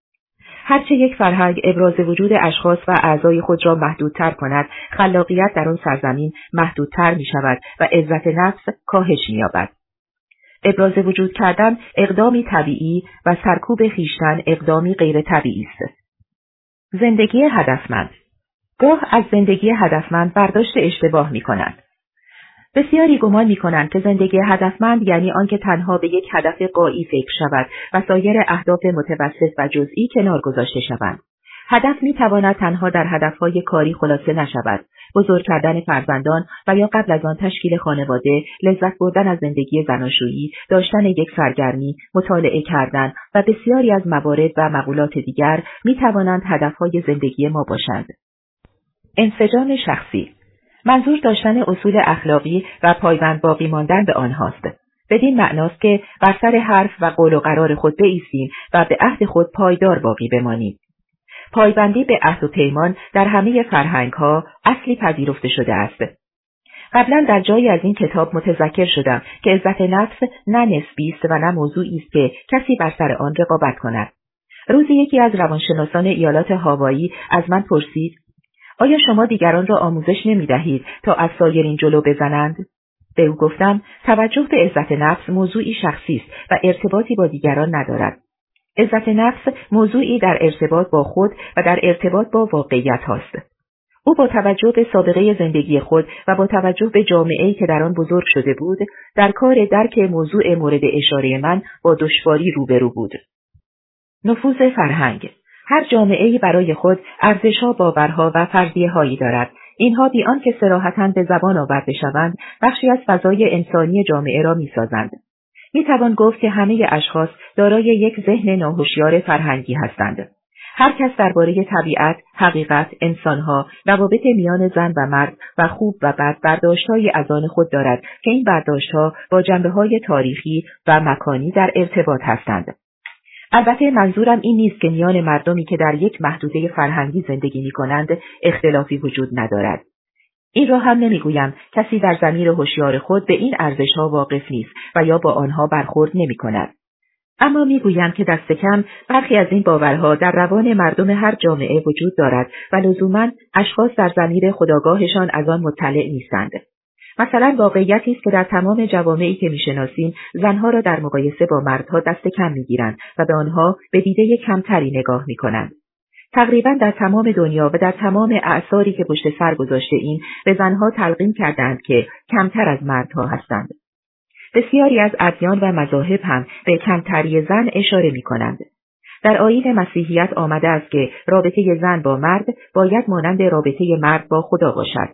هرچه یک فرهنگ ابراز وجود اشخاص و اعضای خود را محدودتر کند، خلاقیت در آن سرزمین محدودتر می شود و عزت نفس کاهش می یابد. ابراز وجود کردن اقدامی طبیعی و سرکوب خویشتن اقدامی غیر طبیعی است. زندگی هدفمند. گاه از زندگی هدفمند برداشت اشتباه می کنند. بسیاری گمان می‌کنند که زندگی هدفمند یعنی آنکه تنها به یک هدف غایی فکر شود و سایر اهداف متوسط و جزئی کنار گذاشته شوند. هدف می‌تواند تنها در هدف‌های کاری خلاصه نشود. بزرگ کردن فرزندان و یا قبل از آن تشکیل خانواده، لذت بردن از زندگی زناشویی، داشتن یک سرگرمی، مطالعه کردن و بسیاری از موارد و مقولات دیگر می‌توانند هدف‌های زندگی ما باشند. انسجام شخصی. منظور داشتن اصول اخلاقی و پایبند باقی ماندن به آنهاست. بدین معناست که بر سر حرف و قول و قرار خود بایستیم و به عهد خود پایدار باقی بمانیم. پایبندی به عهد و پیمان در همه فرهنگ‌ها اصلی پذیرفته شده است. قبلا در جایی از این کتاب متذکر شدم که عزت نفس نه نسبی است و نه موضوعی است که کسی بر سر آن رقابت کند. روزی یکی از روانشناسان ایالات هاوایی از من پرسید: آیا شما دیگران را آموزش نمی دهید تا از سایرین جلو بزنند؟ به او گفتم توجه به عزت نفس موضوعی شخصی است و ارتباطی با دیگران ندارد. عزت نفس موضوعی در ارتباط با خود و در ارتباط با واقعیت هاست. او با توجه به سابقه زندگی خود و با توجه به جامعه‌ای که در آن بزرگ شده بود، در کار درک موضوع مورد اشاره من با دشواری روبرو بود. نفوذ فرهنگ. هر جامعه‌ای برای خود ارزش‌ها، باورها و فرضیه‌هایی دارد. اینها بی آنکه صراحتاً به زبان آورده شوند، بخشی از فضای انسانی جامعه را می‌سازند. می‌توان گفت که همه اشخاص دارای یک ذهن ناهوشیار فرهنگی هستند. هر کس درباره طبیعت، حقیقت، انسانها، روابط میان زن و مرد و خوب و بد برداشت‌هایی از آن خود دارد که این برداشت‌ها با جنبه‌های تاریخی و مکانی در ارتباط هستند. البته منظورم این نیست که میان مردمی که در یک محدوده فرهنگی زندگی می‌کنند اختلافی وجود ندارد. این را هم نمی‌گویم کسی در ضمیر هوشیار خود به این ارزش‌ها واقف نیست و یا با آنها برخورد نمی‌کند. اما می‌گویم که دست کم برخی از این باورها در روان مردم هر جامعه وجود دارد و لزوماً اشخاص در ضمیر خودآگاهشان از آن مطلع نیستند. مثلا واقعیتی است که در تمام جوامعی که می‌شناسیم زنها را در مقایسه با مردها دست کم می‌گیرند و به آنها به دیده کمتری نگاه می‌کنند. تقریباً در تمام دنیا و در تمام اعصاری که پشت سر گذاشته این به زنها تلقین کردند که کمتر از مردها هستند. بسیاری از ادیان و مذاهب هم به کمتری زن اشاره می‌کنند. در آیین مسیحیت آمده است که رابطه زن با مرد باید مانند رابطه مرد با خدا باشد.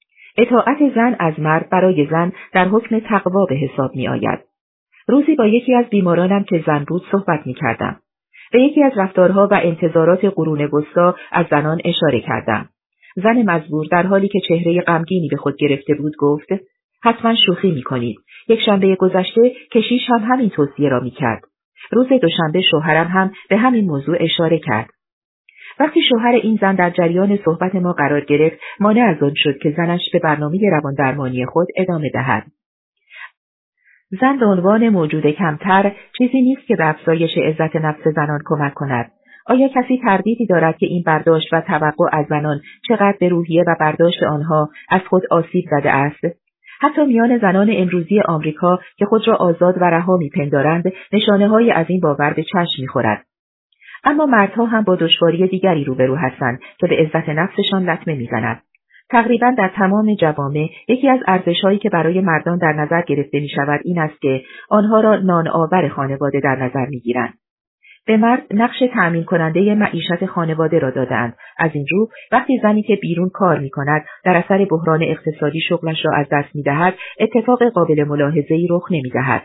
اطاعت زن از مرد برای زن در حکم تقوا به حساب می آید. روزی با یکی از بیمارانم که زن بود صحبت می کردم. به یکی از رفتارها و انتظارات قرون وسطی از زنان اشاره کردم. زن مزبور در حالی که چهره غمگینی به خود گرفته بود گفت: حتما شوخی می کنید. یک شنبه گذشته کشیش هم همین توصیه را می کرد. روز دوشنبه شوهرم هم به همین موضوع اشاره کرد. وقتی شوهر این زن در جریان صحبت ما قرار گرفت، مانع از آن شد که زنش به برنامه رواندرمانی خود ادامه دهد. زن به عنوان موجود کمتر چیزی نیست که به افزایش عزت نفس زنان کمک کند. آیا کسی تردیدی دارد که این برداشت و توقع از زنان چقدر به روحیه و برداشت آنها از خود آسیب زده است؟ حتی میان زنان امروزی آمریکا که خود را آزاد و رها می‌پندارند، نشانه‌هایی از این باور به چشم می‌خورد. اما مردها هم با دشواری دیگری روبرو هستند که به عزت نفسشان لطمه می‌زند. تقریباً در تمام جوامع یکی از ارزش‌هایی که برای مردان در نظر گرفته می‌شود این است که آنها را نان آور خانواده در نظر می‌گیرند. به مرد نقش تأمین کننده معیشت خانواده را دادند. از این رو وقتی زنی که بیرون کار می‌کند در اثر بحران اقتصادی شغلش را از دست می‌دهد، اتفاق قابل ملاحظه‌ای رخ نمی‌دهد.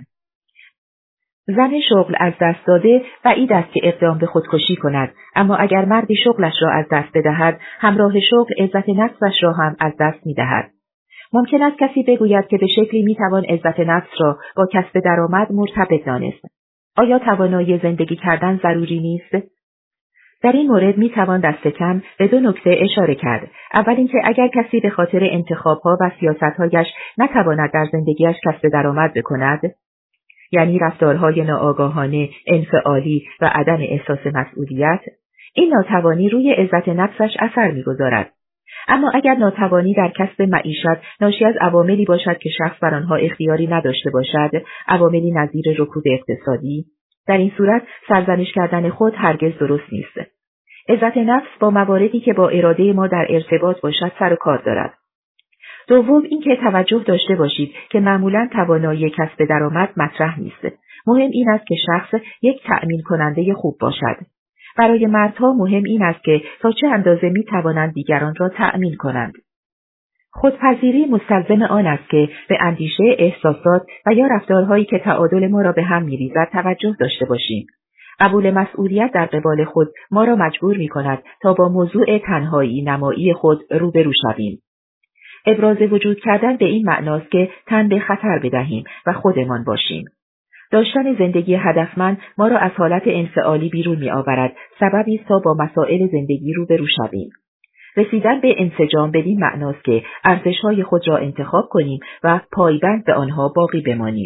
زن شغل از دست داده بعید است که اقدام به خودکشی کند، اما اگر مردی شغلش را از دست بدهد، همراه شغل عزت نفسش را هم از دست می‌دهد. ممکن است کسی بگوید که به شکلی می‌توان عزت نفس را با کسب درآمد مرتبط دانست. آیا توانایی زندگی کردن ضروری نیست؟ در این مورد می‌توان دست کم به دو نکته اشاره کرد. اول اینکه اگر کسی به خاطر انتخاب‌ها و سیاست‌هایش نتواند در زندگیش کسب درآمد بکند، یعنی رفتارهای ناآگاهانه، انفعالی و عدم احساس مسئولیت، این ناتوانی روی عزت نفسش اثر می‌گذارد. اما اگر ناتوانی در کسب معیشت ناشی از عواملی باشد که شخص بر آنها اختیاری نداشته باشد، عواملی نظیر رکود اقتصادی، در این صورت سرزنش کردن خود هرگز درست نیست. عزت نفس با مواردی که با اراده ما در ارتباط باشد سر و کار دارد. دوم اینکه توجه داشته باشید که معمولاً توانایی کسب درآمد مطرح نیست. مهم این است که شخص یک تأمین کننده خوب باشد. برای مردها مهم این است که تا چه اندازه می توانند دیگران را تأمین کنند. خودپذیری مستلزم آن است که به اندیشه، احساسات و یا رفتارهایی که تعادل ما را به هم می‌ریزد توجه داشته باشیم. قبول مسئولیت در قبال خود ما را مجبور می کند تا با موضوع تنهایی نمایی خود روبرو شویم. ابراز وجود کردن به این معناست که تن به خطر بدهیم و خودمان باشیم. داشتن زندگی هدفمند ما را از حالت انفعالی بیرون می‌آورد، سببی است تا با مسائل زندگی روبرو شویم. رسیدن به انسجام بدین معناست که ارزش‌های خود را انتخاب کنیم و پایبند به آنها باقی بمانیم.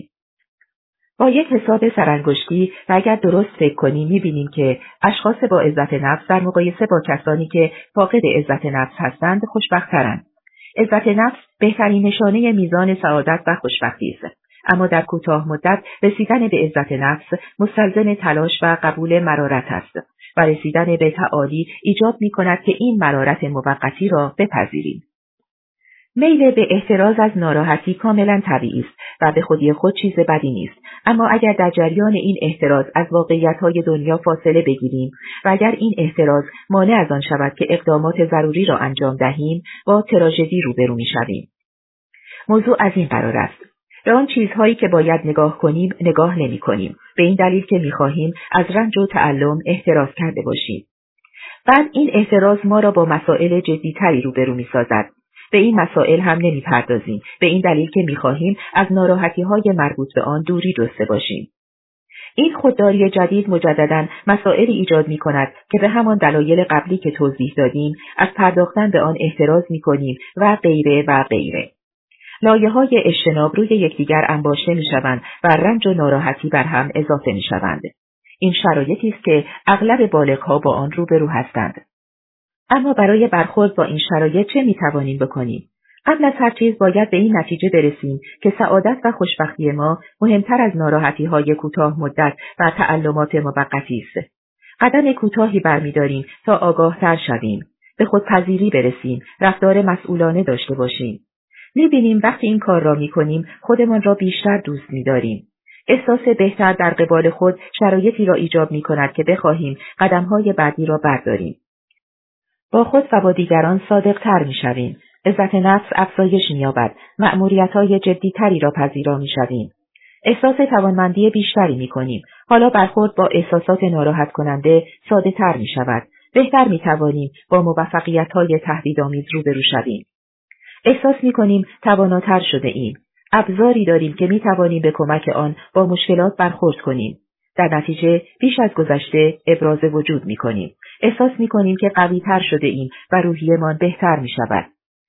با یک حساب سرانگشتی و اگر درست فکر کنیم می‌بینیم که اشخاص با عزت نفس در مقایسه با کسانی که فاقد عزت نفس هستند خوشبخت‌ترند. عزت نفس بهترین نشانه میزان سعادت و خوشبختی است. اما در کوتاه مدت رسیدن به عزت نفس مستلزم تلاش و قبول مرارت است و رسیدن به تعالی ایجاب می‌کند که این مرارت موقتی را بپذیریم. میل به احتراز از ناراحتی کاملا طبیعی است و به خودی خود چیز بدی نیست، اما اگر در جریان این احتراز از واقعیت‌های دنیا فاصله بگیریم و اگر این احتراز مانع از آن شود که اقدامات ضروری را انجام دهیم، با تراژدی روبرو می‌شویم. موضوع از این قرار است: به آن چیزهایی که باید نگاه کنیم نگاه نمی‌کنیم، به این دلیل که می‌خواهیم از رنج و تألم احتراز کرده باشیم. بعد این احتراز ما را با مسائل جدی‌تری روبرو می‌سازد. به این مسائل هم نمی‌پردازیم، به این دلیل که می‌خواهیم از ناراحتی‌های مربوط به آن دوری جسته باشیم. این خودداری جدید مجدداً مسائلی ایجاد می‌کند که به همان دلایل قبلی که توضیح دادیم از پرداختن به آن احتراز می‌کنیم و غیره و غیره. لایه‌های اجتناب روی یکدیگر انباشته می‌شوند و رنج و ناراحتی بر هم اضافه می‌شوند. این شرایطی است که اغلب بالغ‌ها با آن روبرو هستند. اما برای برخورد با این شرایط چه می‌توانیم بکنیم؟ قبل از هر چیز باید به این نتیجه برسیم که سعادت و خوشبختی ما مهمتر از ناراحتی‌های کوتاه مدت و تألمات موقتی است. قدم کوتاهی برمی‌داریم تا آگاه‌تر شویم، به خودپذیری برسیم، رفتار مسئولانه داشته باشیم. می‌بینیم وقتی این کار را می‌کنیم خودمان را بیشتر دوست می‌داریم. احساس بهتر در قبال خود شرایطی را ایجاب می‌کند که بخواهیم قدم‌های بعدی را برداریم. با خود و با دیگران صادق‌تر می‌شویم. عزت نفس افزایش می‌یابد. مأموریت‌های جدی‌تری را پذیرا می‌شویم. احساس توانمندی بیشتری می‌کنیم. حالا برخورد با احساسات ناراحت کننده ساده‌تر می‌شود. بهتر می‌توانیم با موفقیت‌های تهدیدآمیز روبرو شویم. احساس می‌کنیم تواناتر شده ایم. ابزاری داریم که می‌توانیم به کمک آن با مشکلات برخورد کنیم. در نتیجه بیش از گذشته ابراز وجود می‌کنیم. احساس می‌کنیم که قوی‌تر شده ایم و روحیه‌مان بهتر می‌شود.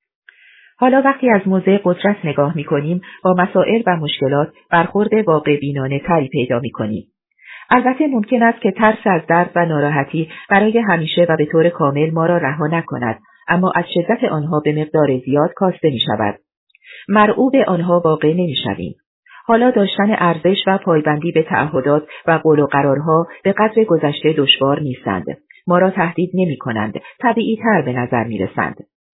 حالا وقتی از موضع قدرت نگاه می‌کنیم، با مسائل و مشکلات برخورد واقع بینانه تری پیدا می‌کنیم. البته ممکن است که ترس از درد و ناراحتی برای همیشه و به طور کامل ما را رها نکند، اما از شدت آنها به مقدار زیاد کاسته می‌شود. مرعوب آنها واقع نمی‌شویم. حالا داشتن ارزش و پایبندی به تعهدات و قول و قرارها به قدر گذشته دشوار نیستند. ما را تهدید نمی‌کنند، طبیعی‌تر به نظر می‌رسند.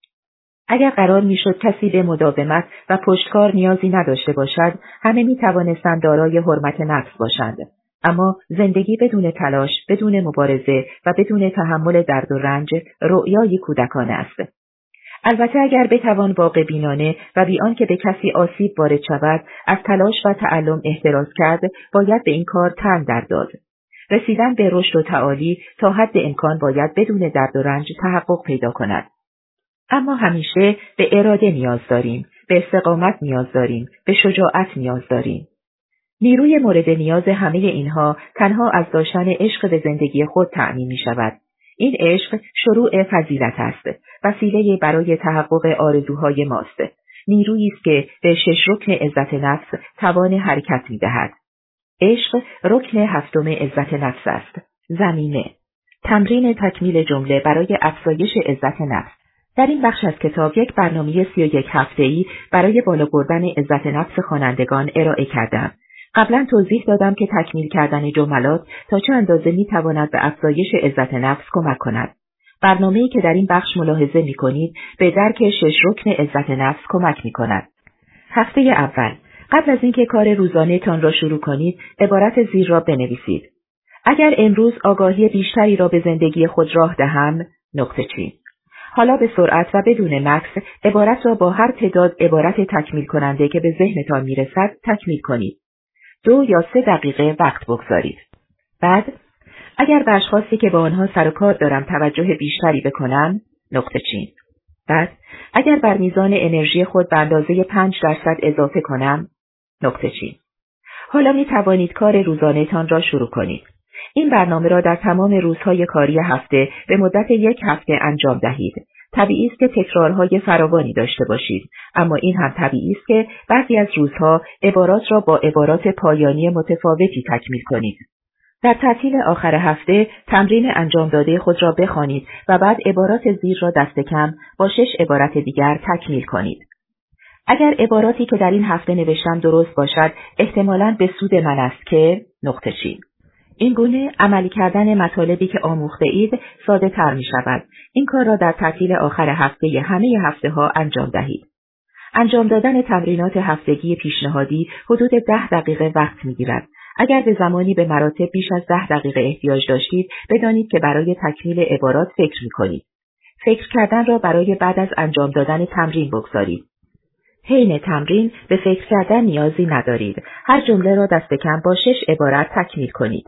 اگر قرار می‌شد کسی به مداومت و پشتکار نیازی نداشته باشد، همه می‌توانستند دارای حرمت نفس باشند. اما زندگی بدون تلاش، بدون مبارزه و بدون تحمل درد و رنج رؤیای کودکانه است. البته اگر بتوان واقع بینانه و بی آنکه به کسی آسیب وارد شود از تلاش و تعلم احتراز کرد، باید به این کار تن در داد. رسیدن به رشد و تعالی تا حد امکان باید بدون درد و رنج تحقق پیدا کند. اما همیشه به اراده نیاز داریم، به استقامت نیاز داریم، به شجاعت نیاز داریم. نیروی مورد نیاز همه اینها تنها از داشتن عشق به زندگی خود تأمین می شود. این عشق شروع فضیلت است، وسیله برای تحقق آرزوهای ماست. نیرویی است که به 6 رکن عزت نفس توان حرکت می دهد. عشق رکن 7 عزت نفس است. زمینه تمرین تکمیل جمله برای افزایش عزت نفس. در این بخش از کتاب یک برنامه 31 هفته‌ای برای بالا بردن عزت نفس خوانندگان ارائه کردم. قبلا توضیح دادم که تکمیل کردن جملات تا چه اندازه می‌تواند به افزایش عزت نفس کمک کند. برنامه‌ای که در این بخش ملاحظه می‌کنید به درک 6 رکن عزت نفس کمک می‌کند. هفته اول، قبل از اینکه کار روزانه تان را شروع کنید، عبارت زیر را بنویسید. اگر امروز آگاهی بیشتری را به زندگی خود راه دهم، نقطه چین. حالا به سرعت و بدون مکث عبارت را با هر تعداد عبارت تکمیل کننده که به ذهنتان می‌رسد تکمیل کنید. 2 یا 3 دقیقه وقت بگذارید. بعد اگر به اشخاصی که با آنها سر و کار دارم توجه بیشتری بکنم، نقطه چین. بعد اگر بر میزان انرژی خود به اندازه 5% اضافه کنم، نقطه چین. حالا می توانید کار روزانه‌تان را شروع کنید. این برنامه را در تمام روزهای کاری هفته به مدت 1 هفته انجام دهید. طبیعی است که تکرارهای فراوانی داشته باشید، اما این هم طبیعی است که بعضی از روزها عبارات را با عبارات پایانی متفاوتی تکمیل کنید. در تعطیل آخر هفته تمرین انجام داده خود را بخوانید و بعد عبارات زیر را دست کم با 6 عبارت دیگر تکمیل کنید. اگر عباراتی که در این هفته نوشتم درست باشد، احتمالاً به سود من است که نقطه چین. این گونه عملی کردن مطالبی که آموخته اید ساده تر می شود. این کار را در تعطیل آخر هفته همه هفته ها انجام دهید. انجام دادن تمرینات هفتگی پیشنهادی حدود 10 دقیقه وقت می گیرد. اگر به زمانی به مراتب بیش از 10 دقیقه احتیاج داشتید، بدانید که برای تکمیل عبارات فکر می کنید. فکر کردن را برای بعد از انجام دادن تمرین بگذارید. حین تمرین به فکر کردن نیازی ندارید. هر جمله را دست کم با 6 عبارت تکمیل کنید.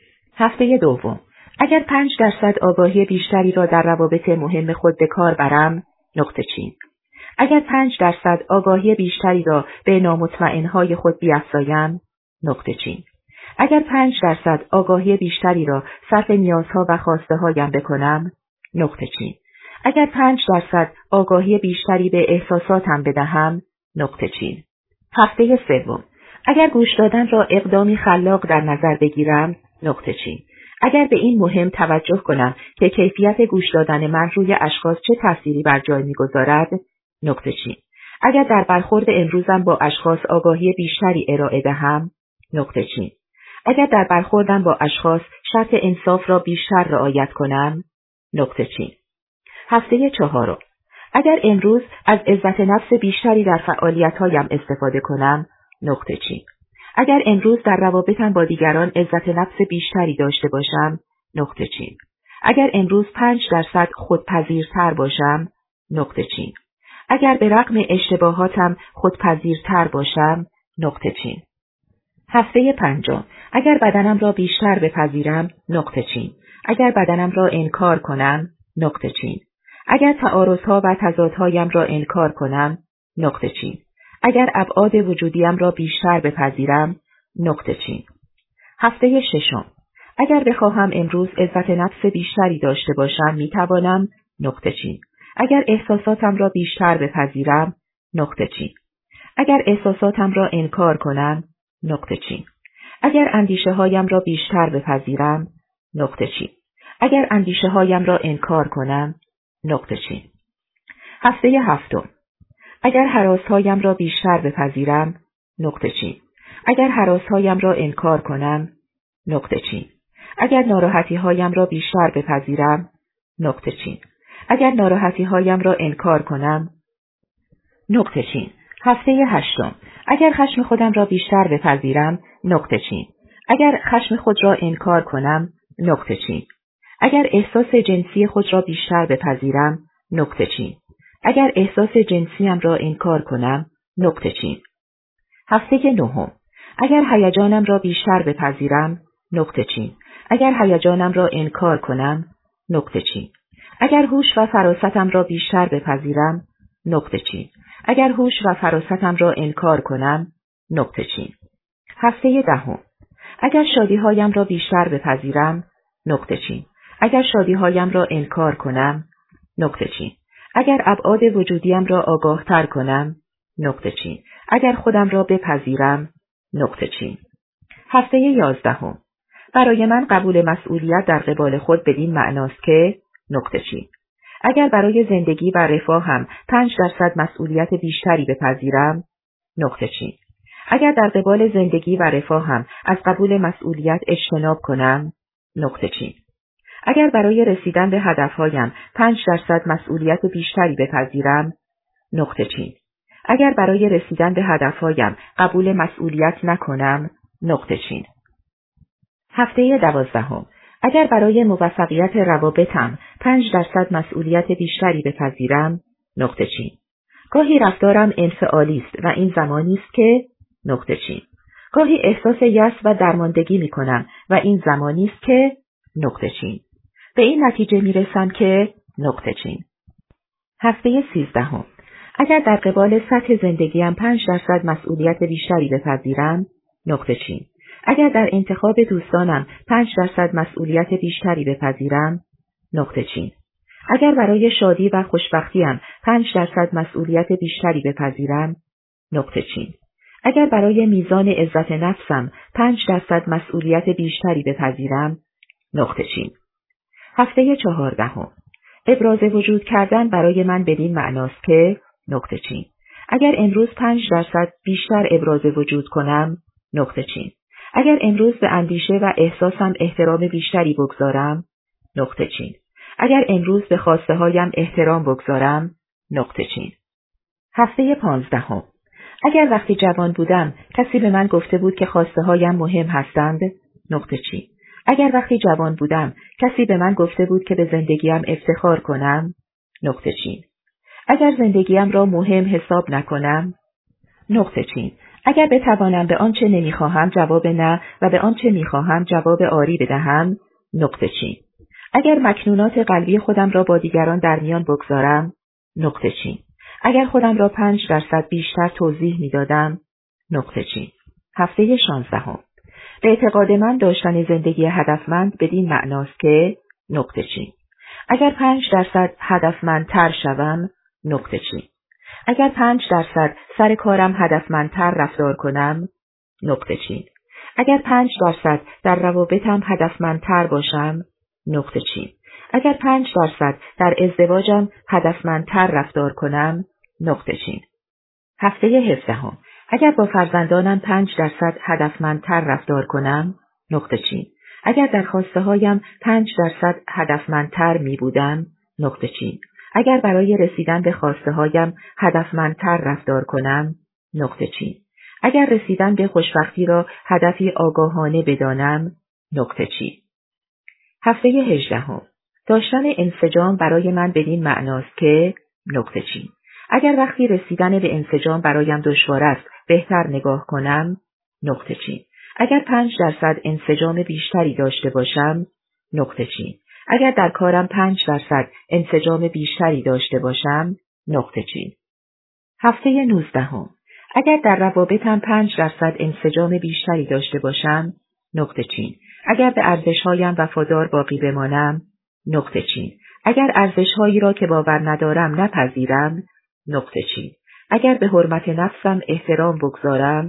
هفته دوم. اگر 5% آگاهی بیشتری را در روابط مهم خود به کار برم، نقطه چین. اگر 5% آگاهی بیشتری را به نامطمئنهای خود بیفزایم، نقطه چین. اگر 5% آگاهی بیشتری را صرف نیازها و خواسته هایم بکنم، نقطه چین. اگر 5% آگاهی بیشتری به احساساتم بدهم، نقطه چین. هفته سوم. اگر گوش دادن را اقدامی خلاق در نظر بگیرم، نقطه چین. اگر به این مهم توجه کنم که کیفیت گوش دادن من روی اشخاص چه تأثیری بر جای می‌گذارد، نقطه چین. اگر در برخورد امروزم با اشخاص آگاهی بیشتری ارائه دهم، نقطه چین. اگر در برخوردم با اشخاص شرط انصاف را بیشتر رعایت کنم، نقطه چین. هفته چهارم. اگر امروز از عزت نفس بیشتری در فعالیت‌هایم استفاده کنم، نقطه چین. اگر امروز در روابطم با دیگران عزت نفس بیشتری داشته باشم، نقطه چین. اگر امروز 5% خودپذیرتر باشم، نقطه چین. اگر به رغم اشتباهاتم خودپذیرتر باشم، نقطه چین. هفته پنجم. اگر بدنم را بیشتر بپذیرم، نقطه چین. اگر بدنم را انکار کنم، نقطه چین. اگر تعارضها و تضادهایم را انکار کنم، نقطه چین. اگر ابعاد وجودیم را بیشتر بپذیرم، نقطه چین. هفته ششم. اگر بخواهم امروز عزت نفس بیشتری داشته باشم، میتوانم، نقطه چین. اگر احساساتم را بیشتر بپذیرم، نقطه چین. اگر احساساتم را انکار کنم، نقطه چین. اگر اندیشه هایم را بیشتر بپذیرم، نقطه چین. اگر اندیشه هایم را انکار کنم، نقطه چین. هفته هفتم. اگر هراس‌هایم را بیشتر بپذیرم، نقطه چین. اگر هراس‌هایم را انکار کنم، نقطه چین. اگر ناراحتی‌هایم را بیشتر بپذیرم، نقطه چین. اگر ناراحتی‌هایم را انکار کنم، نقطه چین. هفته هشتم. اگر خشم خودم را بیشتر بپذیرم، نقطه چین. اگر خشم خود را انکار کنم، نقطه چین. اگر احساس جنسی خود را بیشتر بپذیرم، نقطه چین. اگر احساس جنسیم را انکار کنم، نقطه چین. هفته نهم. اگر هیجانم را بیشتر بپذیرم، نقطه چین. اگر هیجانم را انکار کنم، نقطه چین. اگر هوش و فراستم را بیشتر بپذیرم، نقطه چین. اگر هوش و فراستم را انکار کنم، نقطه چین. هفته دهم. اگر شادی‌هایم را بیشتر بپذیرم، نقطه چین. اگر شادی‌هایم را انکار کنم، نقطه چین. اگر ابعاد وجودیم را آگاه‌تر کنم، نقطه چین. اگر خودم را بپذیرم، نقطه چین. هفته 11. برای من قبول مسئولیت در قبال خود بدین معناست که نقطه چین. اگر برای زندگی و رفاهم 5% مسئولیت بیشتری بپذیرم، نقطه چین. اگر در قبال زندگی و رفاهم از قبول مسئولیت اجتناب کنم، نقطه چین. اگر برای رسیدن به هدفهایم 5% مسئولیت بیشتری بپذیرم، نقطه چین. اگر برای رسیدن به هدفهایم قبول مسئولیت نکنم، نقطه چین. هفته 12. اگر برای موفقیت روابطم 5% مسئولیت بیشتری بپذیرم، نقطه چین. گاهی رفتارم انفعالی است و این زمانی است که نقطه چین. گاهی احساس یأس و درماندگی می کنم و این زمانی است که نقطه چین. به این نتیجه می رسم که نقطه چین. هفته 13. اگر در قبال سطح زندگیم 5% مسئولیت بیشتری بپذیرم، نقطه چین. اگر در انتخاب دوستانم 5% مسئولیت بیشتری بپذیرم، نقطه چین. اگر برای شادی و خوشبختیم 5% مسئولیت بیشتری بپذیرم، نقطه چین. اگر برای میزان عزت نفسم 5% مسئولیت بیشتری بپذیرم، نقطه چین. هفته 14. ابراز وجود کردن برای من بدین معناست که نقطه چین. اگر امروز 5% بیشتر ابراز وجود کنم، نقطه چین. اگر امروز به اندیشه و احساسم احترام بیشتری بگذارم، نقطه چین. اگر امروز به خواسته هایم احترام بگذارم، نقطه چین. هفته 15. اگر وقتی جوان بودم کسی به من گفته بود که خواسته هایم مهم هستند، نقطه چین. اگر وقتی جوان بودم کسی به من گفته بود که به زندگیم افتخار کنم، نقطه چین. اگر زندگیم را مهم حساب نکنم، نقطه چین. اگر بتوانم به آنچه نمیخواهم جواب نه و به آنچه میخواهم جواب آری بدهم، نقطه چین. اگر مکنونات قلبی خودم را با دیگران در میان بگذارم، نقطه چین. اگر خودم را 5% بیشتر توضیح میدادم، نقطه چین. هفته 16. به اعتقاد من داشتن زندگی هدفمند بدین معناست که نقطه چین. اگر 5% هدفمندتر شوم، نقطه چین. اگر 5% سر کارم هدفمندتر رفتار کنم، نقطه چین. اگر 5% در روابطم هدفمندتر باشم، نقطه چین. اگر 5% در ازدواجم هدفمندتر رفتار کنم، نقطه چین. هفته 17. اگر با فرزندانم 5% هدفمندتر رفتار کنم، نقطه چین. اگر در خواسته هایم 5% هدفمندتر می بودم، نقطه چین. اگر برای رسیدن به خواسته هایم هدفمندتر رفتار کنم، نقطه چین. اگر رسیدن به خوشبختی را هدفی آگاهانه بدانم، نقطه چین. هفته 18. داشتن انسجام برای من بدین معناست که نقطه چین. اگر وقتی رسیدن به انسجام برایم دشوار است بهتر نگاه کنم، نقطه چین. اگر 5% انسجام بیشتری داشته باشم، نقطه چین. اگر در کارم 5% انسجام بیشتری داشته باشم، نقطه چین. هفته 19. اگر در روابطم 5% انسجام بیشتری داشته باشم، نقطه چین. اگر به ارزش‌هایم وفادار باقی بمانم، نقطه چین. اگر ارزش‌هایی را که باور ندارم نپذیرم، نقطه چین. اگر به حرمت نفسم احترام بگذارم،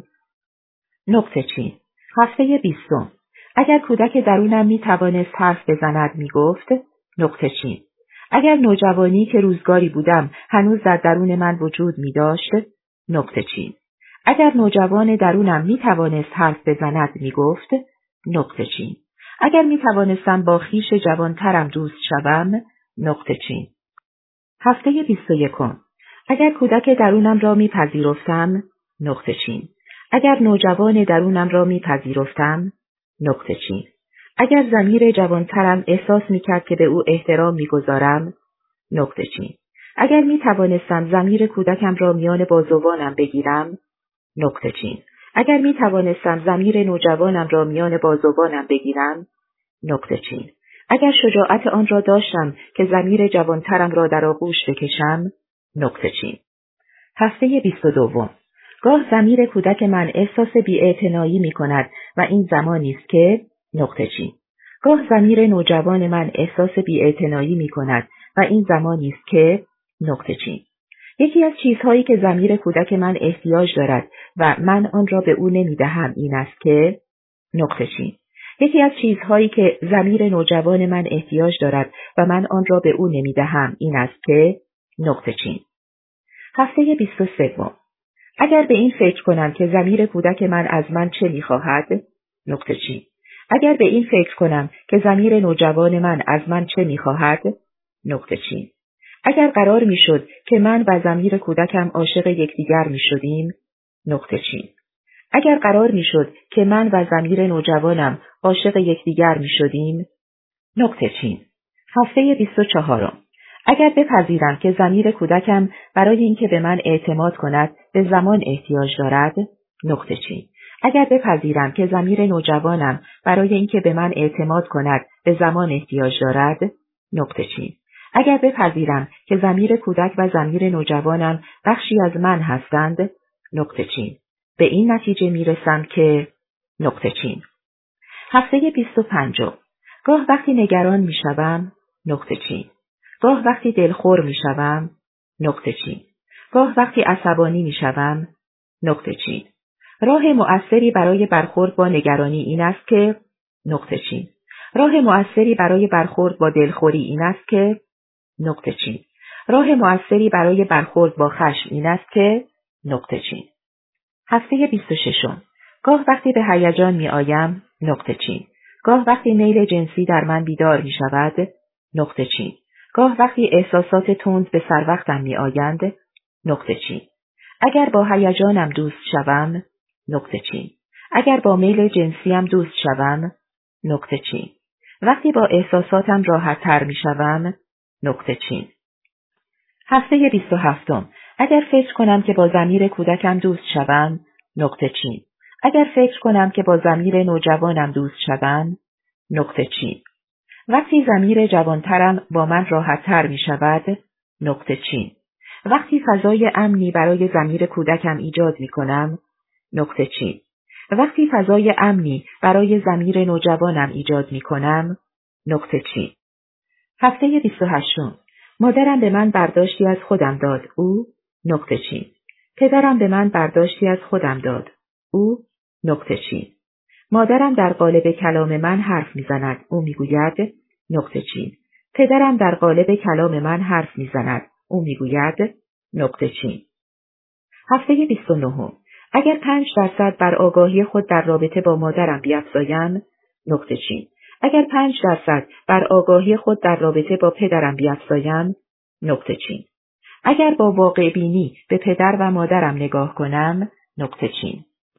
نقطه چین. هفته 20. اگر کودک درونم می توانست حرف بزند می گفت، نقطه چین. اگر نوجوانی که روزگاری بودم هنوز در درون من وجود می داشت، نقطه چین. اگر نوجوان درونم می توانست حرف بزند می گفت، نقطه چین. اگر می توانستم با خویش جوانترم دوست شوم، نقطه چین. هفته 21. اگر کودک درونم را می پذیرفتم، نقطه چین. اگر نوجوان درونم را می پذیرفتم، نقطه چین. اگر ضمیر جوانترم احساس می کرد که به او احترام می گذارم، نقطه چین. اگر می توانستم ضمیر کودکم را میان بازوانم بگیرم، نقطه چین. اگر می توانستم ضمیر نوجوانم را میان بازوانم بگیرم، نقطه چین. اگر شجاعت آن را داشتم که ضمیر جوانترم را در آغوش بکشم، نقطه چین. هفته 22. گاه ضمیر کودک من احساس بی‌اعتنایی می کند و این زمانی است که نقطه چین. گاه ضمیر نوجوان من احساس بی‌اعتنایی می کند و این زمانی است که نقطه چین. یکی از چیزهایی که ضمیر کودک من احتیاج دارد و من آن را به او نمی دهم این است که نقطه چین. یکی از چیزهایی که ضمیر نوجوان من احتیاج دارد و من آن را به او نمی دهم این است که نقطه چین. هفته 23. اگر به این فکر کنم که ضمیر کودک من از من چه می‌خواهد، نقطه چین. اگر به این فکر کنم که ضمیر نوجوان من از من چه می‌خواهد، نقطه چین. اگر قرار می‌شد که من و ضمیر کودکم عاشق یکدیگر می‌شدیم، نقطه چین. اگر قرار می‌شد که من و ضمیر نوجوانم عاشق یکدیگر می‌شدیم، نقطه چین. هفته 24. اگر بپذیرم که ضمیر کودکم برای اینکه به من اعتماد کند به زمان احتیاج دارد، نقطه چین. اگر بپذیرم که ضمیر نوجوانم برای اینکه به من اعتماد کند به زمان احتیاج دارد، نقطه چین. اگر بپذیرم که ضمیر کودک و ضمیر نوجوانم بخشی از من هستند، نقطه چین. به این نتیجه میرسم که نقطه چین. هفته 25. گاه وقتی نگران میشوم، نقطه چین. گاه وقتی دلخور میشوم، نقطه چین. گاه وقتی عصبانی میشوم، نقطه چین. راه مؤثری برای برخورد با نگرانی این است که نقطه چین. راه مؤثری برای برخورد با دلخوری این است که نقطه چین. راه مؤثری برای برخورد با خشم این است که نقطه چین. هفته 26. گاه وقتی به هیجان می آیم، نقطه چین. گاه وقتی میل جنسی در من بیدار می شود، نقطه چین. گاه وقتی احساسات تند به سر وقتم می آیند، نقطه چین. اگر با هیجانم دوست شوم، نقطه چین. اگر با میل جنسیم دوست شوم، نقطه چین. وقتی با احساساتم راحت تر می شوم، نقطه چین. هفته 27. اگر فکر کنم که با ضمیر کودکم دوست شوم، نقطه چین. اگر فکر کنم که با ضمیر نوجوانم دوست شوم، نقطه چین. وقتی ضمیر جوانترم با من راحت تر می شود، نقطه چین. وقتی فضای امنی برای ضمیر کودکم ایجاد می کنم، نقطه چین. وقتی فضای امنی برای ضمیر نوجوانم ایجاد می کنم، نقطه چین. هفته 28. مادرم به من برداشتی از خودم داد، او، نقطه چین. پدرم به من برداشتی از خودم داد، او، نقطه چین. مادرم در قالب کلام من حرف میزند، او میگوید، نقطه چین. پدرم در قالب کلام من حرف میزند، او میگوید، نقطه چین. هفته 29. اگر 5% بر آگاهی خود در رابطه با مادرم بیفزایم، نقطه چین. اگر 5% بر آگاهی خود در رابطه با پدرم بیفزایم، نقطه چین. اگر با واقع بینی به پدر و مادرم نگاه کنم، نقطه چین.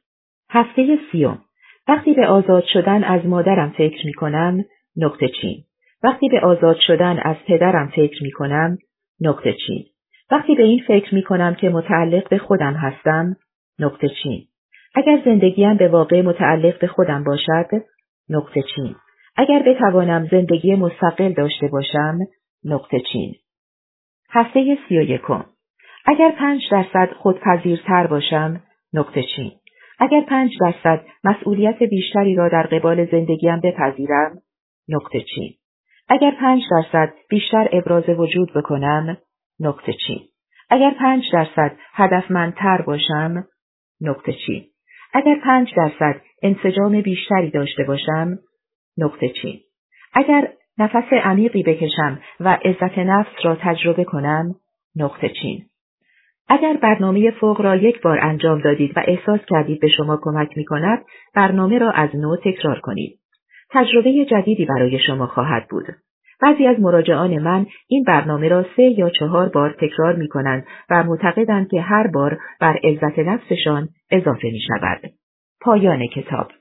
هفته 30. وقتی به آزاد شدن از مادرم فکر می کنم، نقطه چین. وقتی به آزاد شدن از پدرم فکر می کنم، نقطه چین. وقتی به این فکر می کنم که متعلق به خودم هستم، نقطه چین. اگر زندگیم به واقع متعلق به خودم باشد، نقطه چین. اگر بتوانم زندگی مستقل داشته باشم، نقطه چین. هفته 31. اگر 5% خودپذیرتر باشم، نقطه چین. اگر 5% مسئولیت بیشتری را در قبال زندگیم بپذیرم، نقطه چین. اگر 5% بیشتر ابراز وجود بکنم، نقطه چین. اگر 5% هدفمندتر باشم، نقطه چین. اگر 5% انسجام بیشتری داشته باشم، نقطه چین. اگر نفس عمیقی بکشم و عزت نفس را تجربه کنم، نقطه چین. اگر برنامه فوق را یک بار انجام دادید و احساس کردید به شما کمک می کند، برنامه را از نو تکرار کنید. تجربه جدیدی برای شما خواهد بود. بعضی از مراجعان من این برنامه را 3 یا 4 بار تکرار می کنند و معتقدند که هر بار بر عزت نفسشان اضافه می شود. پایان کتاب.